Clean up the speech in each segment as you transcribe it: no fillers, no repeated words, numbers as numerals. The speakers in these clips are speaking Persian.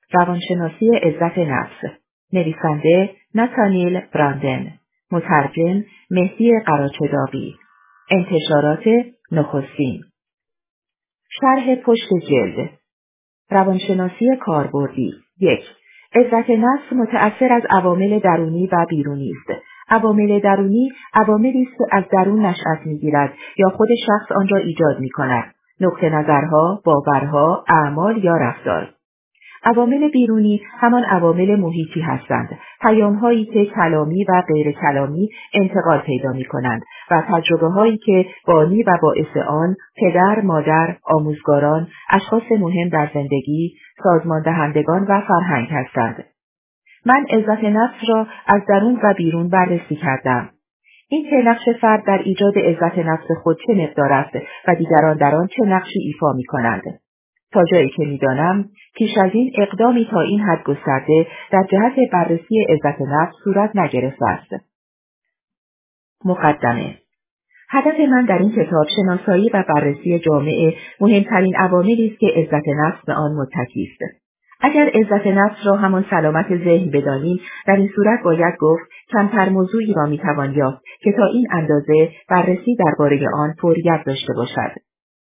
روانشناسی عزت نفس. نویسنده ناتانیل براندن. مترجم مهدی قراچه‌داغی. انتشارات نخستین. شرح پشت جلد. روانشناسی کاربردی. 1. عزت نفس متأثر از عوامل درونی و بیرونی است. عوامل درونی عواملی است که از درون نشأت می‌گیرد یا خود شخص آن را ایجاد می‌کند. نقطه نظرها، باورها، اعمال یا رفتار. عوامل بیرونی همان عوامل محیطی هستند، پیام‌هایی که کلامی و غیر کلامی انتقال پیدا می‌کنند و تجربه‌هایی که بانی و باعث آن پدر، مادر، آموزگاران، اشخاص مهم در زندگی، سازماندهندگان و فرهنگ هستند. من عزت نفس را از درون و بیرون بررسی کردم. این که نقش فرد در ایجاد عزت نفس خود چه مقدار است و دیگران در آن چه نقشی ایفا می‌کنند. تا جایی که می‌دانم، پیش از این اقدامی تا این حد گسترده در جهت بررسی عزت نفس صورت نگرفته است. مقدمه. هدف من در این کتاب شناسایی و بررسی جامع مهمترین عواملی است که عزت نفس به آن متکی است. اگر عزت نفس را همان سلامت ذهن بدانیم، در این صورت باید گفت کمتر موضوعی را می‌توان یافت که تا این اندازه بررسی درباره آن فوریت داشته باشد.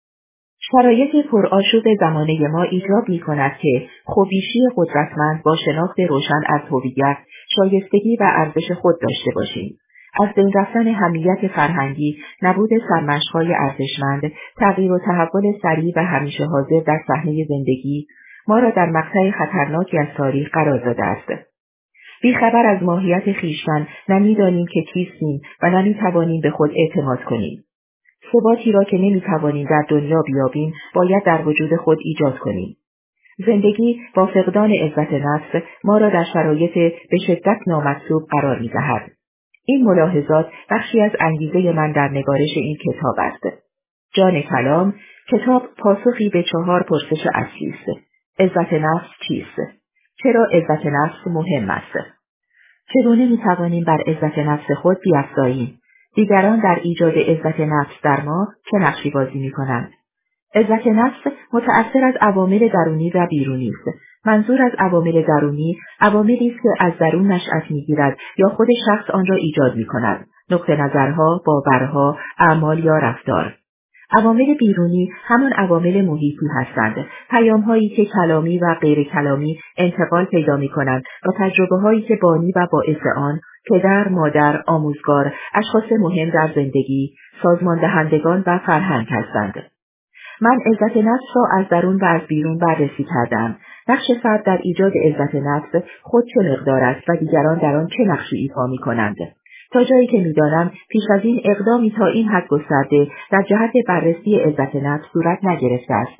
شرایط پرآشوب زمانه ما ایجاب می‌کند که خوبیشی قدرتمند با شناخت روشن از هویت، شایستگی و ارزش خود داشته باشیم. از بین رفتن هویت فرهنگی، نبود سرمشق‌های ارزشمند، تغییر و تحول سریع و همیشه حاضر در صحنه زندگی، ما را در مقطع خطرناکی از تاریخ قرار داده است. بیخبر از ماهیت خویشتن، نه می‌دانیم که کیستیم و نه می‌توانیم به خود اعتماد کنیم. ثباتی را که نمی‌توانیم در دنیا بیابیم، باید در وجود خود ایجاد کنیم. زندگی با فقدان عزت نفس ما را در شرایط به شدت نامطلوب قرار می‌دهد. این ملاحظات بخشی از انگیزه من در نگارش این کتاب است. جان کلام، کتاب پاسخی به 4 پرسش اصلی است. عزت نفس چیست؟ چرا عزت نفس مهم است؟ چگونه می‌توانیم بر عزت نفس خود بیفزاییم؟ دیگران در ایجاد عزت نفس در ما چه نقشی بازی می‌کنند؟ عزت نفس متأثر از عوامل درونی و بیرونی است. منظور از عوامل درونی، عواملی است که از درون نشأت می‌گیرد یا خود شخص آن را ایجاد می‌کند. نقطه نظرها، باورها، اعمال یا رفتار. عوامل بیرونی همان عوامل محیطی هستند، پیام‌هایی که کلامی و غیر کلامی انتقال پیدا می‌کنند و تجربه‌هایی که بانی و باعث آن پدر، مادر، آموزگار، اشخاص مهم در زندگی، سازماندهندگان و فرهنگ هستند. من عزت نفس را از درون و از بیرون بررسی کردم. نقش فرد در ایجاد عزت نفس خود چه مقدار است و دیگران در آن چه نقشی ایفا می‌کنند. تا جایی که می‌دانم پیش از این اقدامی تا این حد گسترده در جهت بررسی عزت نفس صورت نگرفته است.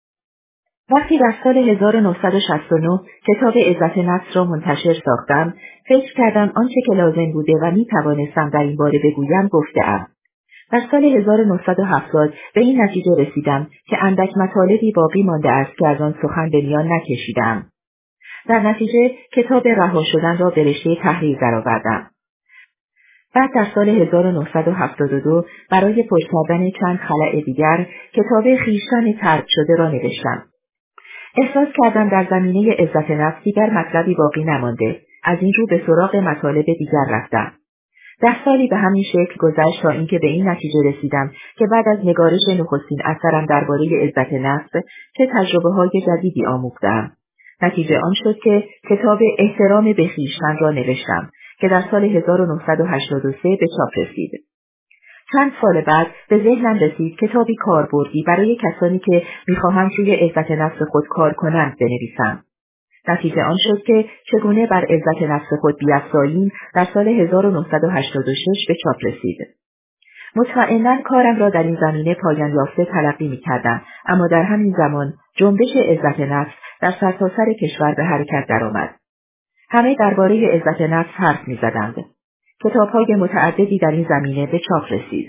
وقتی در سال 1969 کتاب عزت نفس را منتشر ساختم، فکر کردم آنچه که لازم بوده و می‌توانستم در این باره بگویم گفته‌ام. در سال 1970 به این نتیجه رسیدم که اندک مطالبی باقی مانده است که از آن سخن به میان نکشیدم. در نتیجه کتاب رها شدن را به رشته تحریر درآوردم. بعد در سال 1972 برای پر کردن چند خلأ دیگر کتاب خویشتن ترک شده را نوشتم. احساس کردم در زمینه عزت نفس دیگر مطلبی باقی نمانده. از این رو به سراغ مطالب دیگر رفتم. 10 سالی به همین شکل گذشت تا اینکه به این نتیجه رسیدم که بعد از نگارش نخستین اثرم درباره عزت نفس چه تجربه‌های جدیدی آموختم. نتیجه آن شد که کتاب احترام به خویشتن را نوشتم که در سال 1983 به چاپ رسید. چند سال بعد به ذهنم رسید کتابی کاربردی برای کسانی که می‌خواهند روی عزت نفس خود کار کنند بنویسم. نتیجه آن شد که چگونه بر عزت نفس خود بیفزاییم در سال 1986 به چاپ رسید. مطمئناً کارم را در این زمینه پایان یافته تلقی می‌کردم، اما در همین زمان جنبش عزت نفس در سرتاسر کشور به حرکت درآمد. همه درباره عزت نفس حرف می‌زدند. کتاب‌های متعددی در این زمینه به چاپ رسید.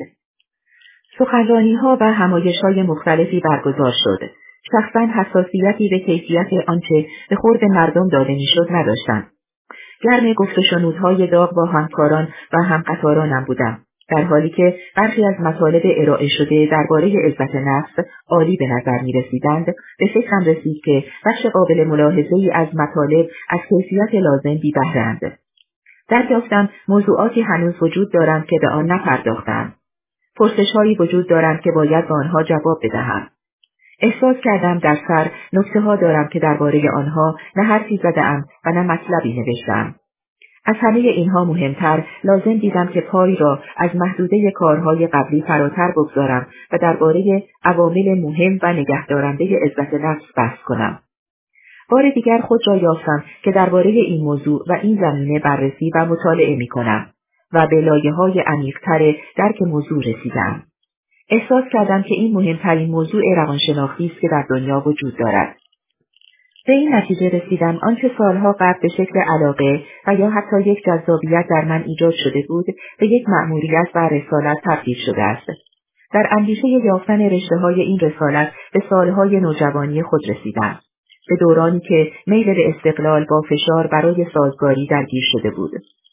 سخنرانی‌ها و همایش‌های مختلفی برگزار شد. شخصاً حساسیتی به کیفیت آنچه به خورد مردم داده می‌شد نداشتم. گرم گفت و شنودهای داغ با همکاران و همقطارانم بودم. در حالی که برخی از مطالب ارائه شده درباره عزت نفس عالی به نظر می رسیدند، به فکرم رسید که بخش قابل ملاحظه‌ای از مطالب از کیفیت لازم بی بهره‌اند. دریافتم موضوعاتی هنوز وجود دارند که به آن نپرداختم. پرسش‌هایی وجود دارند که باید به آنها جواب بدهم. احساس کردم در سر نکته‌ها دارم که درباره آنها نه حرفی زده‌ام و نه مطلبی نوشتم. از همه اینها مهمتر لازم دیدم که پای را از محدوده کارهای قبلی فراتر بگذارم و درباره عوامل مهم و نگهدارنده عزت نفس بحث کنم. بار دیگر خود را یافتم که درباره این موضوع و این زمینه بررسی و مطالعه می کنم و به لایه‌های عمیق‌تر درک موضوع رسیدم. احساس کردم که این مهمترین موضوع روانشناختی است که در دنیا وجود دارد. به این نتیجه رسیدم آنچه سالها قبل به شکل علاقه و یا حتی یک جذابیت در من ایجاد شده بود، به یک مأموریت و رسالت تبدیل شده است. در اندیشه یافتن رشته‌های این رسالت به سالهای نوجوانی خود رسیدم. به دورانی که میل به استقلال با فشار برای سازگاری درگیر شده بود.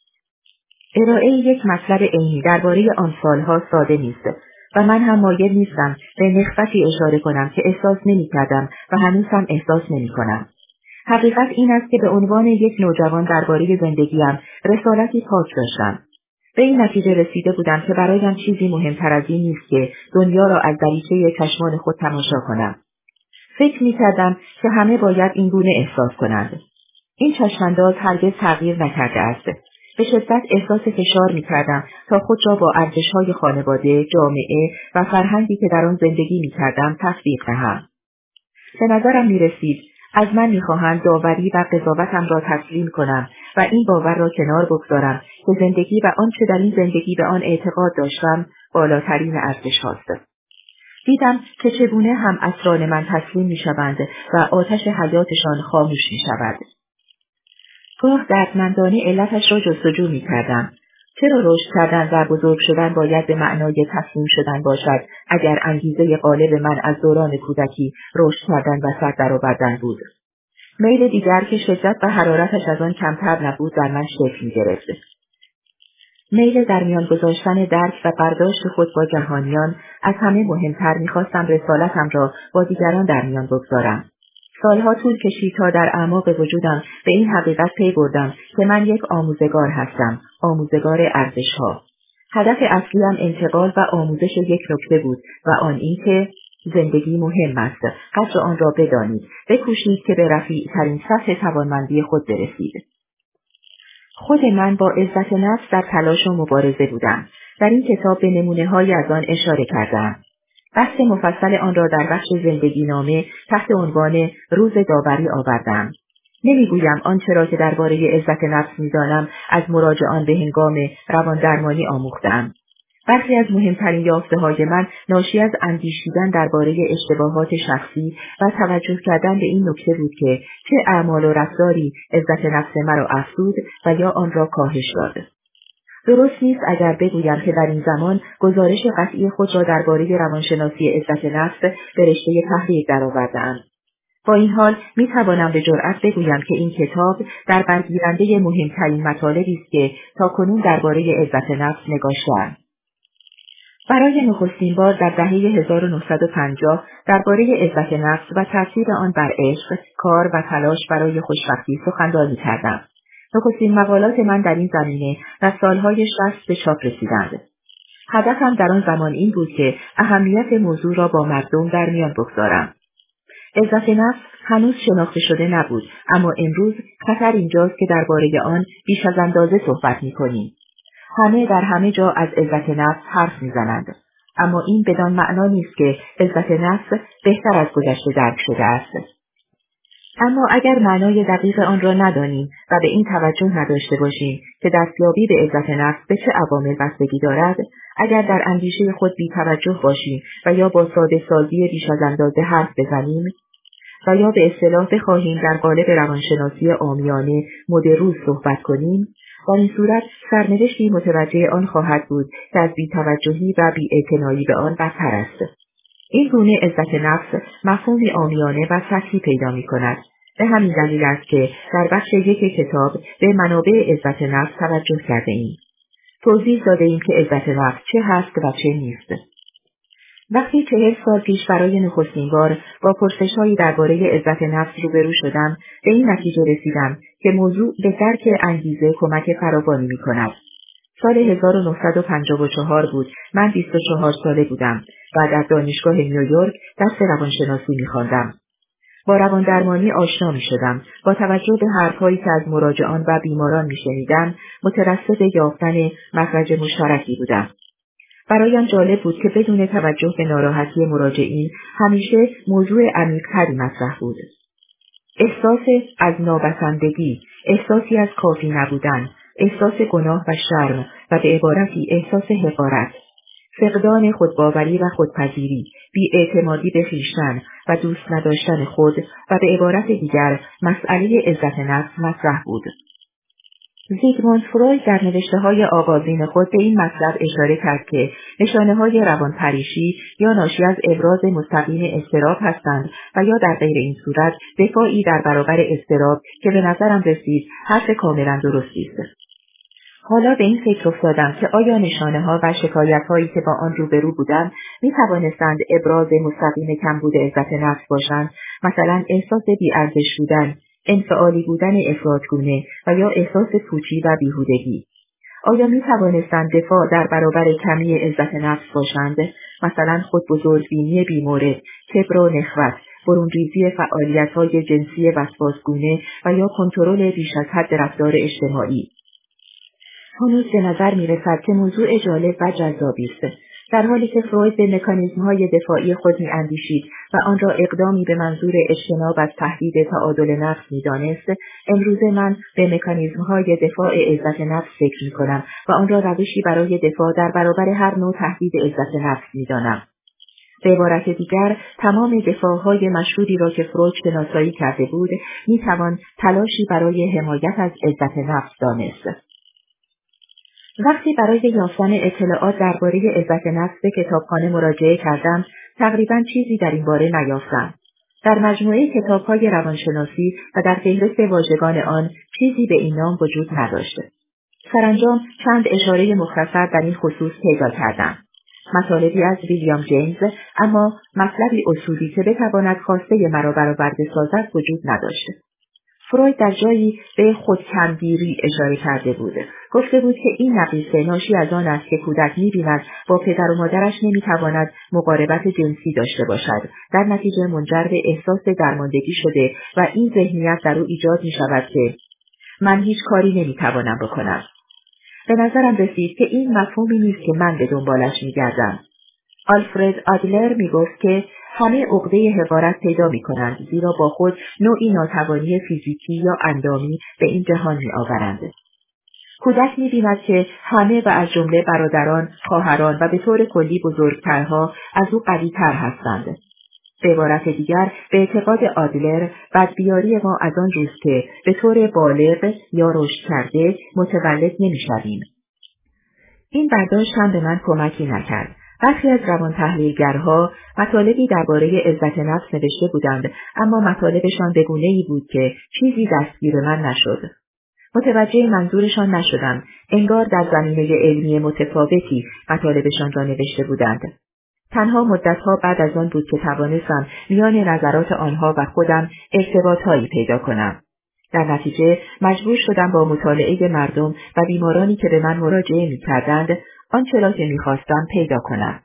ارائه یک مطلب عینی درباره آن سالها ساده نیست و من هم مایل نیستم به نخبتی اشاره کنم که احساس نمی‌کردم و هنوز هم احساس نمی‌کنم. حقیقت این است که به عنوان یک نوجوان درباره زندگیم رسالتی پاک داشتم. به این نتیجه رسیده بودم که برایم چیزی مهمتر از این نیست که دنیا را از دریچه چشمان خود تماشا کنم. فکر می‌کردم که همه باید این گونه احساس کنند. این چشمانداز هرگز تغییر نکرده است. به شدت احساس فشار می‌کردم تا خود را با ارزش‌های خانواده، جامعه و فرهنگی که در آن زندگی می‌کردم تطبیق دهم. به نظرم می‌رسید از من می‌خواهند داوری و قضاوتم را تسلیم کنم و این باور را کنار بگذارم که زندگی و آنچه در این زندگی به آن اعتقاد داشتم بالاترین ارزش‌هاست. دیدم که چگونه هم اسرار من تسلیم می‌شوند و آتش حیاتشان خاموش می‌شود. گاه دردمندانه علتش را جستجو می‌کردم. چرا رشد کردن و بزرگ شدن باید به معنای تسلیم شدن باشد اگر انگیزه غالب من از دوران کودکی رشد کردن و سر درآوردن بود؟ میل دیگر که شدت و حرارتش از آن کمتر نبود در من شکل می‌گرفت. میل در میان گذاشتن درک و برداشت خود با جهانیان، از همه مهمتر می‌خواستم رسالتم را با دیگران در میان بگذارم. سالها طول کشید تا در اعماق وجودم به این حقیقت پی بردم که من یک آموزگار هستم، آموزگار ارزش‌ها. هدف اصلیم انتقال و آموزش یک نکته بود و آن این که زندگی مهم است، قدر آن را بدانید، بکوشید که به رفیع‌ترین سطح توانمندی خود برسید. خود من با عزت نفس در تلاش و مبارزه بودم. در این کتاب به نمونه‌هایی از آن اشاره کردم. بحث مفصل آن را در بخش زندگی نامه تحت عنوان روز داوری آوردم. نمیگویم آنچه را که درباره عزت نفس می‌دانم از مراجعان به هنگام رواندرمانی آموختم. برخی از مهمترین یافته‌های من ناشی از اندیشیدن درباره اشتباهات شخصی و توجه کردن به این نکته بود که چه اعمال و رفتاری عزت نفس مرا افزود و یا آن را کاهش داد. درست نیست اگر بگویم که در این زمان گزارش قطعی خود را درباره روانشناسی عزت نفس به رشته تحقیق درآورده‌ام. با این حال می توانم به جرئت بگویم که این کتاب در برگیرنده مهمترین مطالبی است که تاکنون درباره عزت نفس نگاشته‌ام. برای نخستین بار در دهه 1950 درباره عزت نفس و تاثیر آن بر عشق، کار و تلاش برای خوشبختی سخنرانی کردم. نخستین مقالات من در این زمینه در سالهای 60 به چاپ رسیدند. هدفم در آن زمان این بود که اهمیت موضوع را با مردم در میان بگذارم. عزت نفس هنوز شناخته شده نبود، اما امروز خطر اینجاست که درباره آن بیش از اندازه صحبت می‌کنیم. همه در همه جا از عزت نفس حرف می‌زنند، اما این بدان معنا نیست که عزت نفس بهتر از گذشته درک شده است. اما اگر معنای دقیق آن را ندانیم و به این توجه نداشته باشیم که دستیابی به عزت نفس به چه عوامل بستگی دارد، اگر در اندیشه خود بی‌توجه باشیم و یا با ساده سازی بیش از اندازه حرف بزنیم و یا به اصطلاح بخواهیم در قالب روانشناسی عامیانه مد روز صحبت کنیم، در این صورت سرنوشتی متوجه آن خواهد بود که از بی‌توجهی و بی‌اعتنایی به آن بدتر است. این گونه عزت نفس مفهومی عامیانه و سطحی پیدا می‌کند. به همین دلیل است که در بخش یک کتاب به منابع عزت نفس توجه کرده‌ایم. توضیح داده‌ایم که عزت نفس چه هست و چه نیست. وقتی 40 سال پیش برای نخستین بار با پرسش‌هایی درباره عزت نفس روبرو شدم، به این نتیجه رسیدم که موضوع به درک انگیزه کمک فراوانی می‌کند. سال 1954 بود، من 24 ساله بودم و در دانشگاه نیویورک درس روانشناسی می‌خواندم. با رواندرمانی آشنا می‌شدم. با توجه به حرف‌هایی که از مراجعان و بیماران می‌شنیدم، مترصد یافتن مخرج مشترکی بودم. برایم جالب بود که بدون توجه به ناراحتی مراجعین همیشه موضوع عمیق‌تری مطرح بود. احساس از نابسندگی، احساسی از کافی نبودن، احساس گناه و شرم و به عبارتی احساس حقارت، فقدان خودباوری و خودپذیری، بی‌اعتمادی به خویشتن و دوست نداشتن خود و به عبارت دیگر مسئله عزت نفس مطرح بود. زیگموند فروید در نوشته‌های آغازین خود به این مطلب اشاره کرد که نشانه‌های روانپریشی یا ناشی از ابراز مستقیم اضطراب هستند و یا در غیر این صورت دفاعی در برابر اضطراب که به نظرم رسید حرف کاملا درستی است. حالا به این فکر افتادم که آیا نشانه‌ها و شکایت‌هایی که با آن روبرو بودم می‌توانستند ابراز مستقیم کمبود عزت نفس باشند، مثلا احساس بی‌ارزش بودن، انفعالی بودن افراط‌گونه و یا احساس پوچی و بیهودگی. آیا می‌توانستند دفاع در برابر کمی عزت نفس باشند، مثلا خودبزرگبینی بیمورد، کبر و نخوت، برونریزی فعالیت‌های جنسی وسواسگونه و یا کنترل بیش از حد رفتار اجتماعی؟ هنوز به نظر می‌رسد که موضوع جالب و جذابی است، در حالی که فروید به مکانیزم‌های دفاعی خود می‌اندیشید و آن را اقدامی به منظور اجتناب از تهدید تعادل نفس می‌دانست. امروزه من به مکانیزم‌های دفاع عزت نفس فکر می‌کنم و آن را روشی برای دفاع در برابر هر نوع تهدید عزت نفس می‌دانم. به عبارت دیگر، تمام دفاع‌های مشهوری را که فروید شناسایی کرده بود، می‌توان تلاشی برای حمایت از عزت نفس دانست. وقتی برای یافتن اطلاعات درباره عزت نفس به کتابخانه مراجعه کردم، تقریباً چیزی در این باره نیافتم. در مجموعه کتاب‌های روانشناسی و در فهرست واژگان آن چیزی به این نام وجود نداشت. سرانجام چند اشاره مختصر در این خصوص پیدا کردم. مطالبی از ویلیام جیمز، اما مطلبی اصولی که بتواند خواسته مرا برآورده سازد وجود نداشت. فروید در جایی به خودکمگیری اشاره کرده بود. گفته بود که این نقیصه ناشی از آن است که کودک می‌بیند با پدر و مادرش نمی‌تواند مقاربت جنسی داشته باشد. در نتیجه منجر به احساس درماندگی شده و این ذهنیت در او ایجاد می‌شود که من هیچ کاری نمی‌توانم بکنم. به نظرم رسید که این مفهومی نیست که من به دنبالش می‌گردم. آلفرد آدلر می‌گفت که همه عقده حقارت پیدا می‌کنند، زیرا با خود نوعی ناتوانی فیزیکی یا اندامی به این جهان می‌آورند. کودک می‌بیند که همه و از جمله برادران، خواهران و به طور کلی بزرگترها از او قوی‌تر هستند. به عبارت دیگر، به اعتقاد آدلر، بدبیاری ما از آن روست که به طور بالغ یا رشد کرده متولد نمی‌شویم. این برداشت هم به من کمکی نکرد. برخی از روان تحلیلگرها مطالبی درباره عزت نفس نوشته بودند، اما مطالبشان به گونه‌ای بود که چیزی دستگیر من نشد. متوجه منظورشان نشدم، انگار در زمینه علمی متفاوتی مطالبشان را نوشته بودند. تنها مدتها بعد از آن بود که توانستم میان نظرات آنها و خودم ارتباطهایی پیدا کنم. در نتیجه مجبور شدم با مطالعه مردم و بیمارانی که به من مراجعه می‌کردند آنچه را که می‌خواستم پیدا کنم.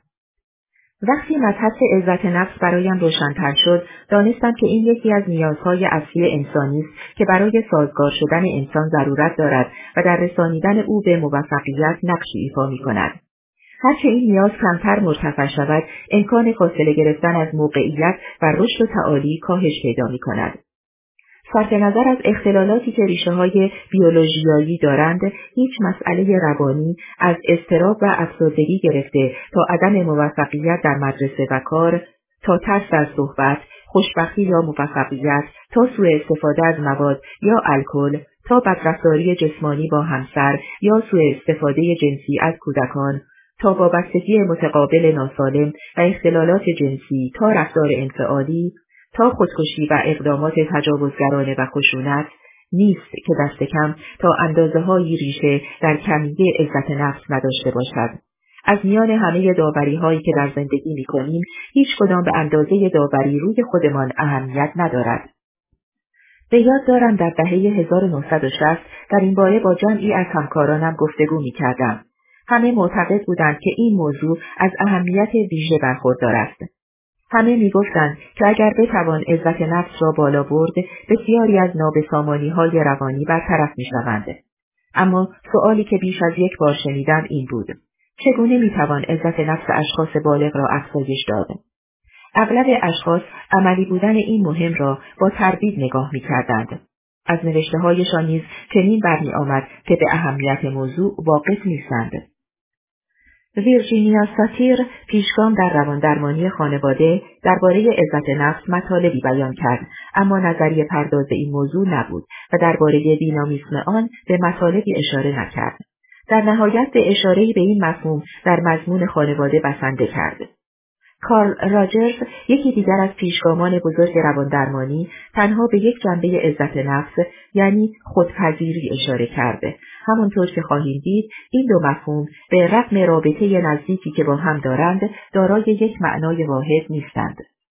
وقتی مبحث عزت نفس برایم روشن‌تر شد، دانستم که این یکی از نیازهای اصلی انسانی است که برای سازگار شدن انسان ضرورت دارد و در رسانیدن او به موفقیت نقشی ایفا می‌کند. هرچه این نیاز کمتر مرتفع شود، امکان فاصله گرفتن از موقعیت و رشد و تعالی کاهش پیدا می‌کند. صرف نظر از اختلالاتی که ریشه‌های بیولوژیایی دارند، هیچ مسئله روانی از اضطراب و افسردگی گرفته تا عدم موفقیت در مدرسه و کار، تا ترس در صحبت، خوشبختی یا موفقیت، تا سوء استفاده از مواد یا الکل، تا بدرفتاری جسمانی با همسر یا سوء استفاده جنسی از کودکان، تا وابستگی متقابل ناسالم و اختلالات جنسی، تا رفتار انفعالی، تا خودکشی و اقدامات تجاوزگرانه و خشونت، نیست که دست کم تا اندازه‌هایی ریشه در کمیه عزت نفس نداشته باشد. از میان همه داوری‌هایی که در زندگی می‌کنیم، هیچ کدام به اندازه داوری روی خودمان اهمیت ندارد. به یاد دارم در دهه 1960 در این باره با جمعی از همکارانم گفتگو می‌کردم. همه معتقد بودند که این موضوع از اهمیت ویژه برخوردار است. همه می‌گفتند که اگر بتوان عزت نفس را بالا برد، بسیاری از نابسامانی‌های روانی برطرف می‌شوند. اما سؤالی که بیش از یک بار شنیدم این بود: چگونه می‌توان عزت نفس اشخاص بالغ را افزایش داد؟ اغلب اشخاص عملی بودن این مهم را با تردید نگاه می‌کردند. از نوشته‌هایشان نیز چنین برمی‌آمد که به اهمیت موضوع واقف نیستند. ویرجینیا ساتیر پیشگام در رواندرمانی خانواده درباره عزت نفس مطالبی بیان کرد، اما نظریه پرداز این موضوع نبود و درباره دینامیسم آن به مطالبی اشاره نکرد. در نهایت به اشاره‌ای به این مفهوم در مضمون خانواده بسنده کرد. کارل راجرز، یکی دیگر از پیشگامان بزرگ رواندرمانی، تنها به یک جنبه عزت نفس یعنی خودپذیری اشاره کرده. همانطور که خواهیم دید، این دو مفهوم به رغم رابطه نزدیکی که با هم دارند، دارای یک معنای واحد نیستند.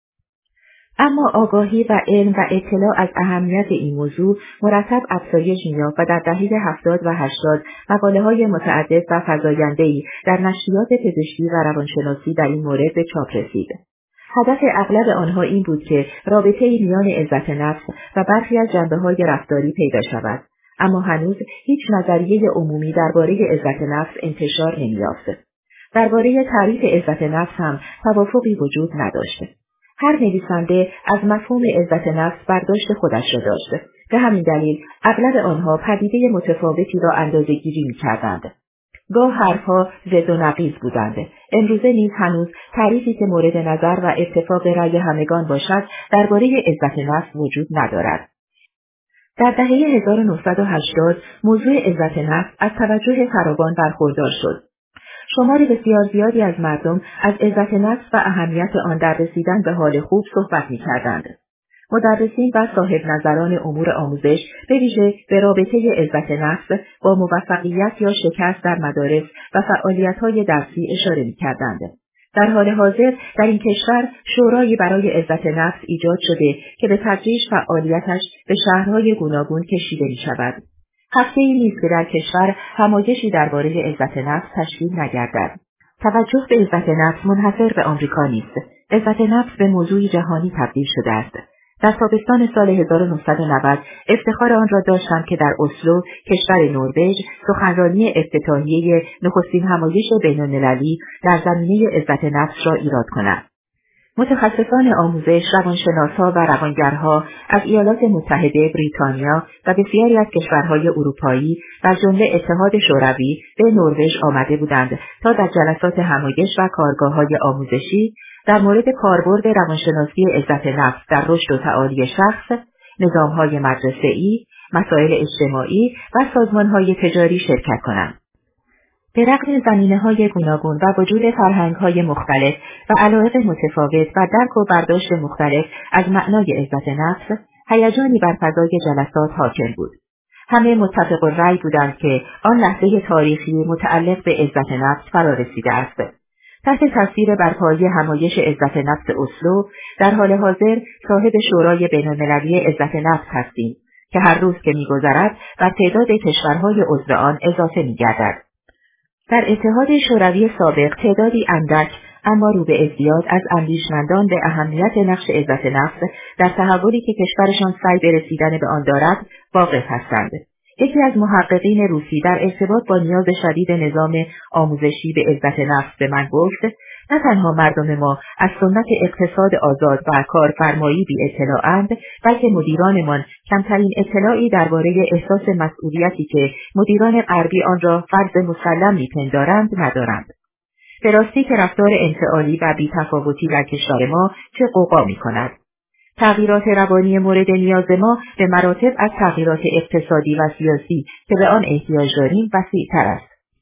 اما آگاهی و علم و اطلاع از اهمیت این موضوع مرتب افزایش یافت و در دهه 70 و 80 مقاله‌های متعدد و فزاینده‌ای در نشریات پزشکی و روانشناسی در این مورد به چاپ رسید. هدف اغلب آنها این بود که رابطه میان عزت نفس و برخی از جنبه‌های رفتاری پیدا شود، اما هنوز هیچ نظریه عمومی درباره عزت نفس انتشار نمی‌یافت. درباره تعریف عزت نفس هم توافقی وجود نداشت. هر نویسنده از مفهوم عزت نفس برداشت خودش را داشت. به همین دلیل اغلب آنها پدیده متفاوتی را اندازه‌گیری می‌کردند. گاه حرفها ضد و نقیض بودند. امروزه نیز هنوز تعریفی که مورد نظر و اتفاق رأی همگان باشد درباره عزت نفس وجود ندارد. در دهه 1980 موضوع عزت نفس از توجه فراوان برخوردار شد. شمار بسیار زیادی از مردم از عزت نفس و اهمیت آن در رسیدن به حال خوب صحبت می‌کردند. مدرسین و صاحب نظران امور آموزش به ویژه به رابطه عزت نفس با موفقیت یا شکست در مدارس و فعالیت‌های درسی اشاره می‌کردند. در حال حاضر در این کشور شورایی برای عزت نفس ایجاد شده که به تدریج فعالیتش به شهرهای گوناگون کشیده می‌شود. هفته‌ای نیست که در کشور همایشی درباره عزت نفس تشکیل نگردد. توجه به عزت نفس منحصر به آمریکا نیست. عزت نفس به موضوعی جهانی تبدیل شده است. در تابستان سال 1990 افتخار آن را داشتم که در اسلو، کشور نروژ، سخنرانی افتتاحیه نخستین همایش بین‌المللی در زمینه عزت نفس را ایراد کنم. متخصصان آموزش، روانشناس‌ها و روانگرها از ایالات متحده بریتانیا و بسیاری از کشورهای اروپایی و از جمله اتحاد شوروی به نروژ آمده بودند تا در جلسات همایش و کارگاه‌های آموزشی در مورد کاربرد روانشناسی عزت نفس در رشد و تعالی شخص، نظام‌های مدرسه‌ای، مسائل اجتماعی و سازمان‌های تجاری شرکت کنند. به رغم زمینه‌های گوناگون و وجود فرهنگ‌های مختلف و علایق متفاوت و درک و برداشت مختلف از معنای عزت نفس، هیجانی بر فضای جلسات حاکم بود. همه متفق الرأی بودند که آن لحظه تاریخی متعلق به عزت نفس فرا رسیده است. تحت تاثیر برپایی همایش عزت نفس اسلو، در حال حاضر صاحب شورای بین‌المللی عزت نفس هستیم که هر روز که می‌گذرد بر تعداد کشورهای عضو آن اضافه می‌گردد. در اتحاد شوروی سابق تعدادی اندک اما رو به ازدیاد از اندیشمندان به اهمیت نقش عزت نفس در تحولی که کشورشان سعی به رسیدن به آن دارد واقف هستند. یکی از محققین روسی در ارتباط با نیاز شدید نظام آموزشی به عزت نفس به من گفت: نه تنها مردم ما از سنت اقتصاد آزاد و کارفرمایی بی اطلاعند، بلکه مدیرانمان کمترین اطلاعی درباره احساس مسئولیتی که مدیران غربی آن را فرض مسلم می‌پندارند ندارند. به راستی که رفتار انفعالی و بی‌تفاوتی در کشور ما چه غوغا می‌کند. تغییرات روانی مورد نیاز ما به مراتب از تغییرات اقتصادی و سیاسی که به آن احتیاج داریم وسیع‌تر است.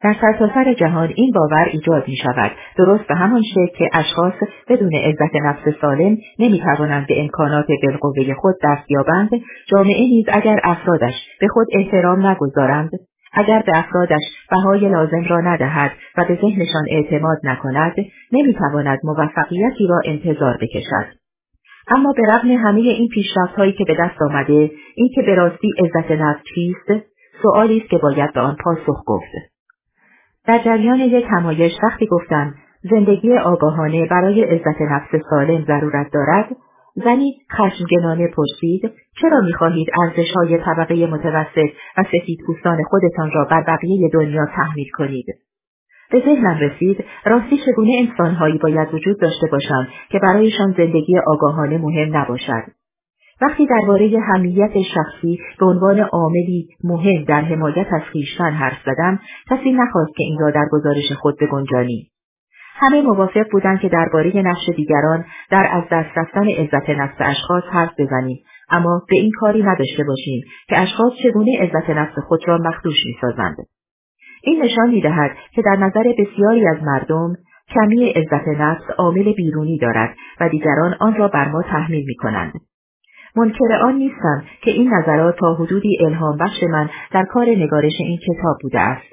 در سرتاسر جهان این باور ایجاد می شود، درست به همان شکل که اشخاص بدون عزت نفس سالم نمی توانند به امکانات بالقوه خود دست یابند، جامعه نیز اگر افرادش به خود احترام نگذارند، اگر به افرادش بهای لازم را ندهد و به ذهنشان اعتماد نکند، نمی تواند موفقیتی را انتظار بکشد. اما به رغم همه این پیشرفت‌هایی که به دست آمده، این که به راستی عزت نفس چیست، سؤالی است که باید به آن پاسخ گفت. در جریان یک همایش وقتی گفتم زندگی آگاهانه برای عزت نفس سالم ضرورت دارد، زنی خشمگینانه پرسید: چرا می‌خواهید ارزش‌های طبقه متوسط و سفیدپوستان خودتان را بر بقیه دنیا تحمیل کنید؟ به ذهنم رسید راستی چگونه انسان‌هایی باید وجود داشته باشند که برایشان زندگی آگاهانه مهم نباشد. وقتی درباره حمیت شخصی به عنوان عاملی مهم در حمایت از خویشتن حرف زدم، کسی نخواست که این را در گزارش خود بگنجانیم. همه موافق بودند که درباره نقش دیگران در از دست رفتن عزت نفس اشخاص حرف بزنیم، اما به این کاری نداشته باشیم که اشخاص چگونه عزت نفس خود را مخدوش می‌سازند. این نشان می‌دهد که در نظر بسیاری از مردم کمی عزت نفس عامل بیرونی دارد و دیگران آن را بر ما تحمیل می‌کنند. منکر آن نیستم که این نظرات تا حدودی الهام بخش من در کار نگارش این کتاب بوده است.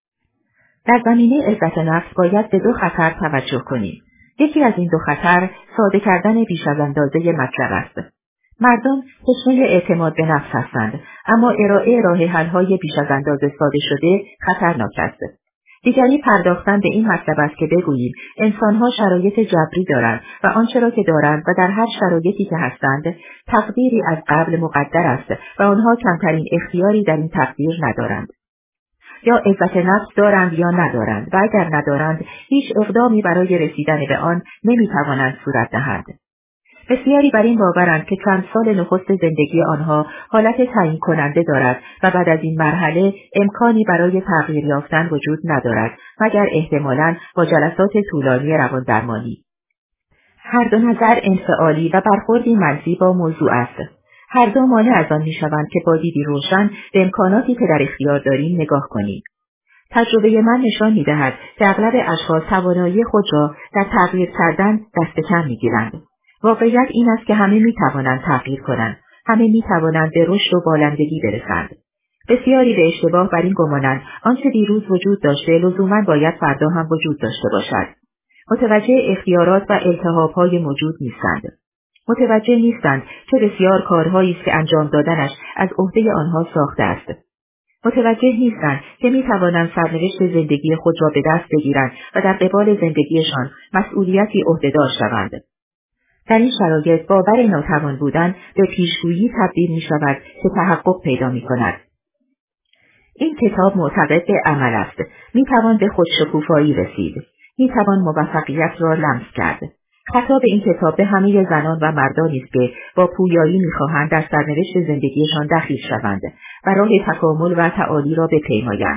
در زمینه عزت نفس باید به دو خطر توجه کنیم. یکی از این دو خطر ساده کردن بیش از اندازه مطلب است. مردم تشنه اعتماد به نفس هستند، اما ارائه راه حل‌های بیش از اندازه ساده شده خطرناک است. دیگری پرداختن به این مطلب است که بگوییم انسانها شرایط جبری دارند و آنچه را که دارند و در هر شرایطی که هستند تقدیری از قبل مقدر است و آنها کمترین اختیاری در این تقدیر ندارند. یا عزت نفس دارند یا ندارند و اگر ندارند هیچ اقدامی برای رسیدن به آن نمیتوانند صورت دهند. بسیاری بر این باورند که چند سال نخست زندگی آنها حالت تعیین کننده دارد و بعد از این مرحله امکانی برای تغییر یافتن وجود ندارد مگر احتمالاً با جلسات طولانی رواندرمانی. هر دو نظر انفعالی و برخوردی منفی با موضوع است. هر دو مانع از آن میشوند که با دیدی روشن به امکاناتی که در اختیار داریم نگاه کنیم. تجربه من نشان می‌دهد که اغلب اشخاص توانایی خود را در تغییر کردن دست کم می‌گیرند. واقعیت این است که همه می‌توانند تغییر کنند، همه می‌توانند به رشد و بالندگی برسند. بسیاری به اشتباه بر این گمانند آنچه دیروز وجود داشته لزوماً باید فردا هم وجود داشته باشد. متوجه اختیارات و التهاب‌های موجود نیستند. متوجه نیستند چه بسیار کارهایی است که انجام دادنش از عهده آنها ساخته است. متوجه نیستند که می‌توانند سرنوشت زندگی خود را به دست بگیرند و در قبال زندگیشان مسئولیتی عهده‌دار شوند. در این شرایط باور ناتوان بودن به پیشگویی تبدیل می‌شود که تحقق پیدا می‌کند. این کتاب معتقد به عمل است. می‌توان به خودشکوفایی رسید. می‌توان موفقیت را لمس کرد. خطاب این کتاب به همه زنان و مردانی است که با پویایی می‌خواهند در سرنوشت زندگیشان دخیل شوند و راه تکامل و تعالی را بپیمایند.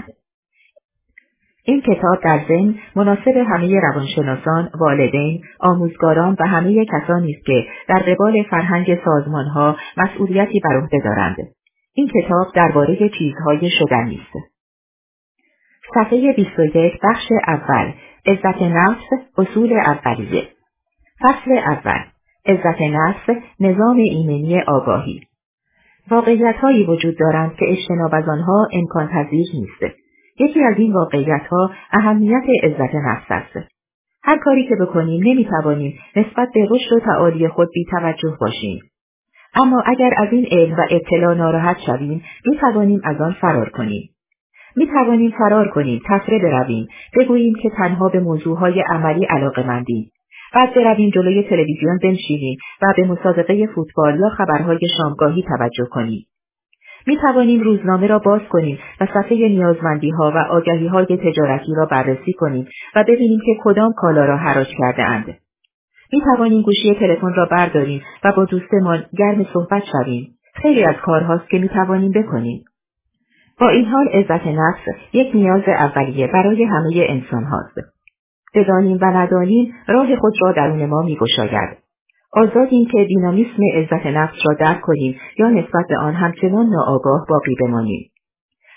این کتاب در ضمن مناسب همه روانشناسان، والدین، آموزگاران و همه کسانی است که در قبال فرهنگ سازمان‌ها مسئولیتی بر عهده دارند. این کتاب درباره چیزهای شدنی است. صفحه 21 بخش اول عزت نفس اصول اولیه. فصل اول عزت نفس نظام ایمنی آگاهی. واقعیت‌هایی وجود دارند که اجتناب از آنها امکان پذیر نیست. یکی از این واقعیت‌ها اهمیت عزت نفس است. هر کاری که بکنیم نمی‌توانیم نسبت به رشد و تعالی خود بی‌توجه باشیم. اما اگر از این علم و اطلاع ناراحت شویم، می‌توانیم از آن فرار کنیم. می‌توانیم فرار کنیم، تفره برویم، بگوییم که تنها به موضوعهای عملی علاقه‌مندیم. بعد برویم جلوی تلویزیون بنشینیم و به مسابقه فوتبال یا خبرهای شامگاهی توجه کنیم. می‌توانیم روزنامه را باز کنیم و صفحه نیازمندی‌ها و آگهی‌های تجارتی را بررسی کنیم و ببینیم که کدام کالا را حراج کرده‌اند. می‌توانیم گوشی تلفن را برداریم و با دوستمان گرم صحبت شویم. خیلی از کارهاست که می‌توانیم بکنیم. با این حال عزت نفس یک نیاز اولیه برای همه انسان هاست. بدانیم و ندانیم راه خود را درون ما می‌گشاید. آزادیم که دینامیسم عزت نفس را درک کنیم یا نسبت به آن همچنان ناآگاه باقی بمانیم.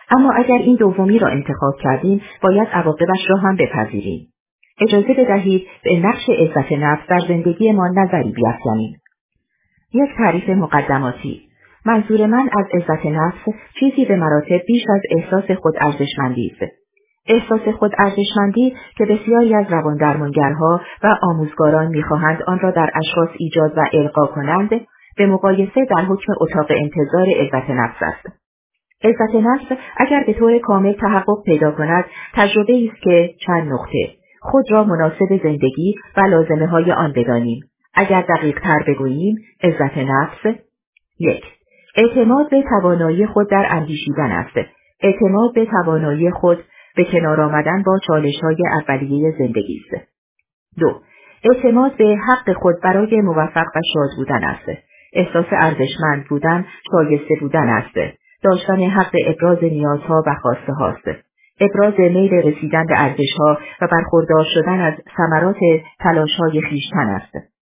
اما اگر این دومی را انتخاب کردیم، باید عواقبش را هم بپذیریم. اجازه بدهید به نقش عزت نفس در زندگیمان نظری بیفکنیم. یک تعریف مقدماتی. منظور من از عزت نفس چیزی به مراتب بیش از احساس خود ارزشمندی است. احساس خود ارزشمندی که بسیاری از رواندرمانگرها و آموزگاران می‌خواهند آن را در اشخاص ایجاد و القا کنند، به مقایسه در حکم اتاق انتظار عزت نفس است. عزت نفس اگر به طور کامل تحقق پیدا کند، تجربه است که چند نقطه خود را مناسب زندگی و لازمه‌های آن بدانیم. اگر دقیق‌تر بگوییم، عزت نفس 1. اعتماد به توانایی خود در اندیشیدن است. اعتماد به توانایی خود به کنار آمدن با چالش‌های اولیه زندگی است. 2. اعتماد به حق خود برای موفق و شاد بودن است. احساس ارزشمند بودن، شایسته بودن است. داشتن حق ابراز نیازها و خواسته هاست. ابراز میل رسیدن به ارزش‌ها و برخوردار شدن از ثمرات تلاش‌های خویشتن است.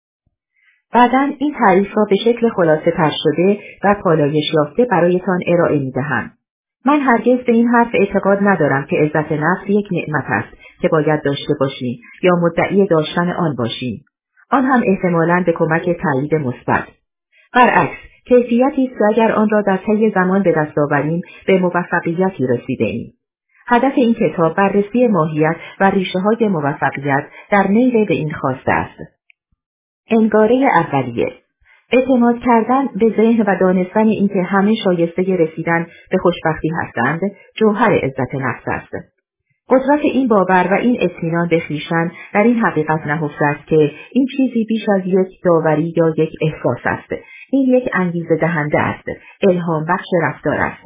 بعداً این تعریف را به شکل خلاصه تر شده و پالایش یافته برایتان ارائه می‌دهم. من هرگز به این حرف اعتقاد ندارم که عزت نفس یک نعمت است که باید داشته باشیم یا مدعی داشتن آن باشیم. آن هم احتمالاً به کمک تایید مثبت. برعکس، کیفیتی است که اگر آن را در طی زمان به دست آوریم به موفقیتی رسیده‌ایم. هدف این کتاب بررسی ماهیت و ریشه‌های موفقیت در میل به این خواسته است. انگاره اولیه، اعتماد کردن به ذهن و دانستن اینکه همه شایسته رسیدن به خوشبختی هستند، جوهر عزت نفس است. قدرت این باور و این اطمینان به خویشتن در این حقیقت نهفته است که این چیزی بیش از یک داوری یا یک احساس است. این یک انگیزه دهنده است، الهام بخش رفتار است.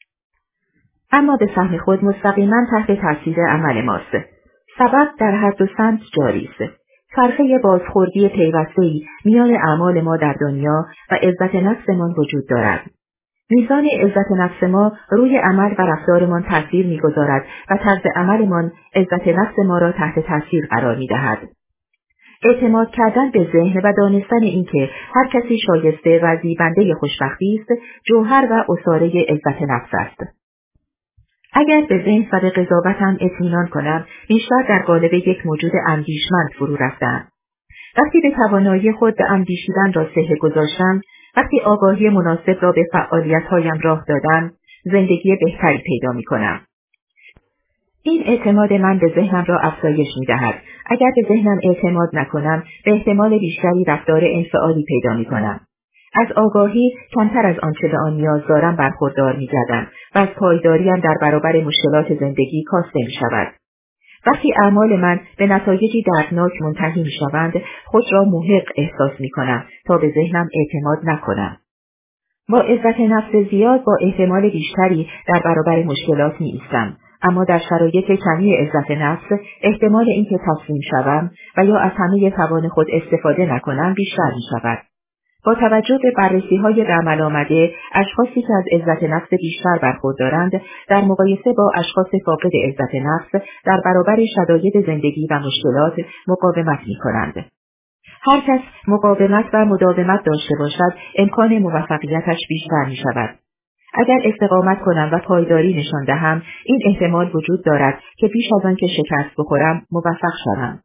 اما به سهم خود مستقیما تحت تاثیر عمل ماست. سبب در هر دو سمت جاری است. چرخه بازخوردی پیوسته‌ای میان اعمال ما در دنیا و عزت نفسمان وجود دارد. میزان عزت نفس ما روی عمل و رفتارمان تاثیر می‌گذارد و طرز عملمان عزت نفس ما را تحت تاثیر قرار می‌دهد. اعتماد کردن به ذهن و دانستن اینکه هر کسی شایسته و زیبنده خوشبختی است، جوهر و عصاره عزت نفس است. اگر به ذهن و به قضاوتم اطمینان کنم، بیشتر در قالب یک موجود اندیشمند فرو رفتم. وقتی به توانایی خود به اندیشیدن را صحه گذاشتم، وقتی آگاهی مناسب را به فعالیت‌هایم راه دادم، زندگی بهتری پیدا می‌کنم. این اعتماد من به ذهنم را افزایش می‌دهد. اگر به ذهنم اعتماد نکنم، به احتمال بیشتری رفتار انفعالی پیدا می‌کنم. از آگاهی کمتر از آنچه به آن نیاز دارم برخوردار می‌گردم و از پایداریم در برابر مشکلات زندگی کاسته می‌شود. وقتی اعمال من به نتایجی دردناک منتهی می‌شوند، خود را محق احساس می‌کنم تا به ذهنم اعتماد نکنم. با عزت نفس زیاد با احتمال بیشتری در برابر مشکلات می‌ایستم، اما در شرایط کمی عزت نفس احتمال اینکه تسلیم شوم و یا از همه توان خود استفاده نکنم بیشتر می‌شود. با توجه به بررسی‌های به عمل آمده، اشخاصی که از عزت نفس بیشتر برخوردارند در مقایسه با اشخاص فاقد عزت نفس در برابر شداید زندگی و مشکلات مقاومت می‌کنند. هر کس مقاومت و مداومت داشته باشد، امکان موفقیتش بیشتر می‌شود. اگر استقامت کنم و پایداری نشان دهم، این احتمال وجود دارد که بیش از آن که شکست بخورم، موفق شوم.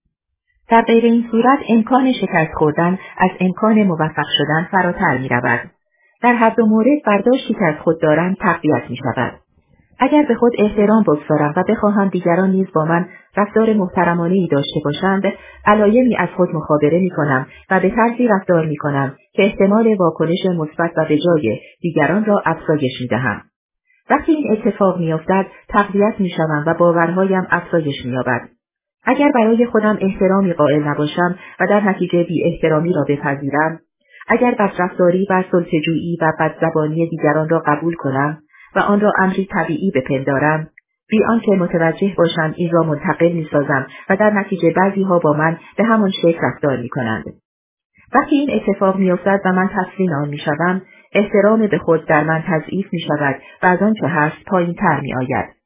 در غیر این صورت امکان شکست خوردن از امکان موفق شدن فراتر می رود. در هر دو مورد برداشتی که از خود دارم تقویت می شود. اگر به خود احترام بگذارم و بخواهم دیگران نیز با من رفتار محترمانه‌ای داشته باشند، علایمی از خود مخابره می کنم و به طرزی رفتار می کنم که احتمال واکنش مثبت و بجای دیگران را افزایش می دهم. وقتی این اتفاق می افتد، تقویت می شوم و باورهایم افزایش می یابد. اگر برای خودم احترامی قائل نباشم و در نتیجه بی احترامی را بپذیرم، اگر بدرفتاری و سلطه‌جویی و بدزبانی دیگران را قبول کنم و آن را امری طبیعی بپندارم، بی آنکه متوجه باشم این را منتقل می‌سازم و در نتیجه بعضی‌ها با من به همان شکل رفتار می‌کنند. وقتی این اتفاق می‌افتد و من تسلیم آن می‌شوم، احترام به خود در من تضعیف می‌شود و از آنچه هست پایین‌تر می‌آید.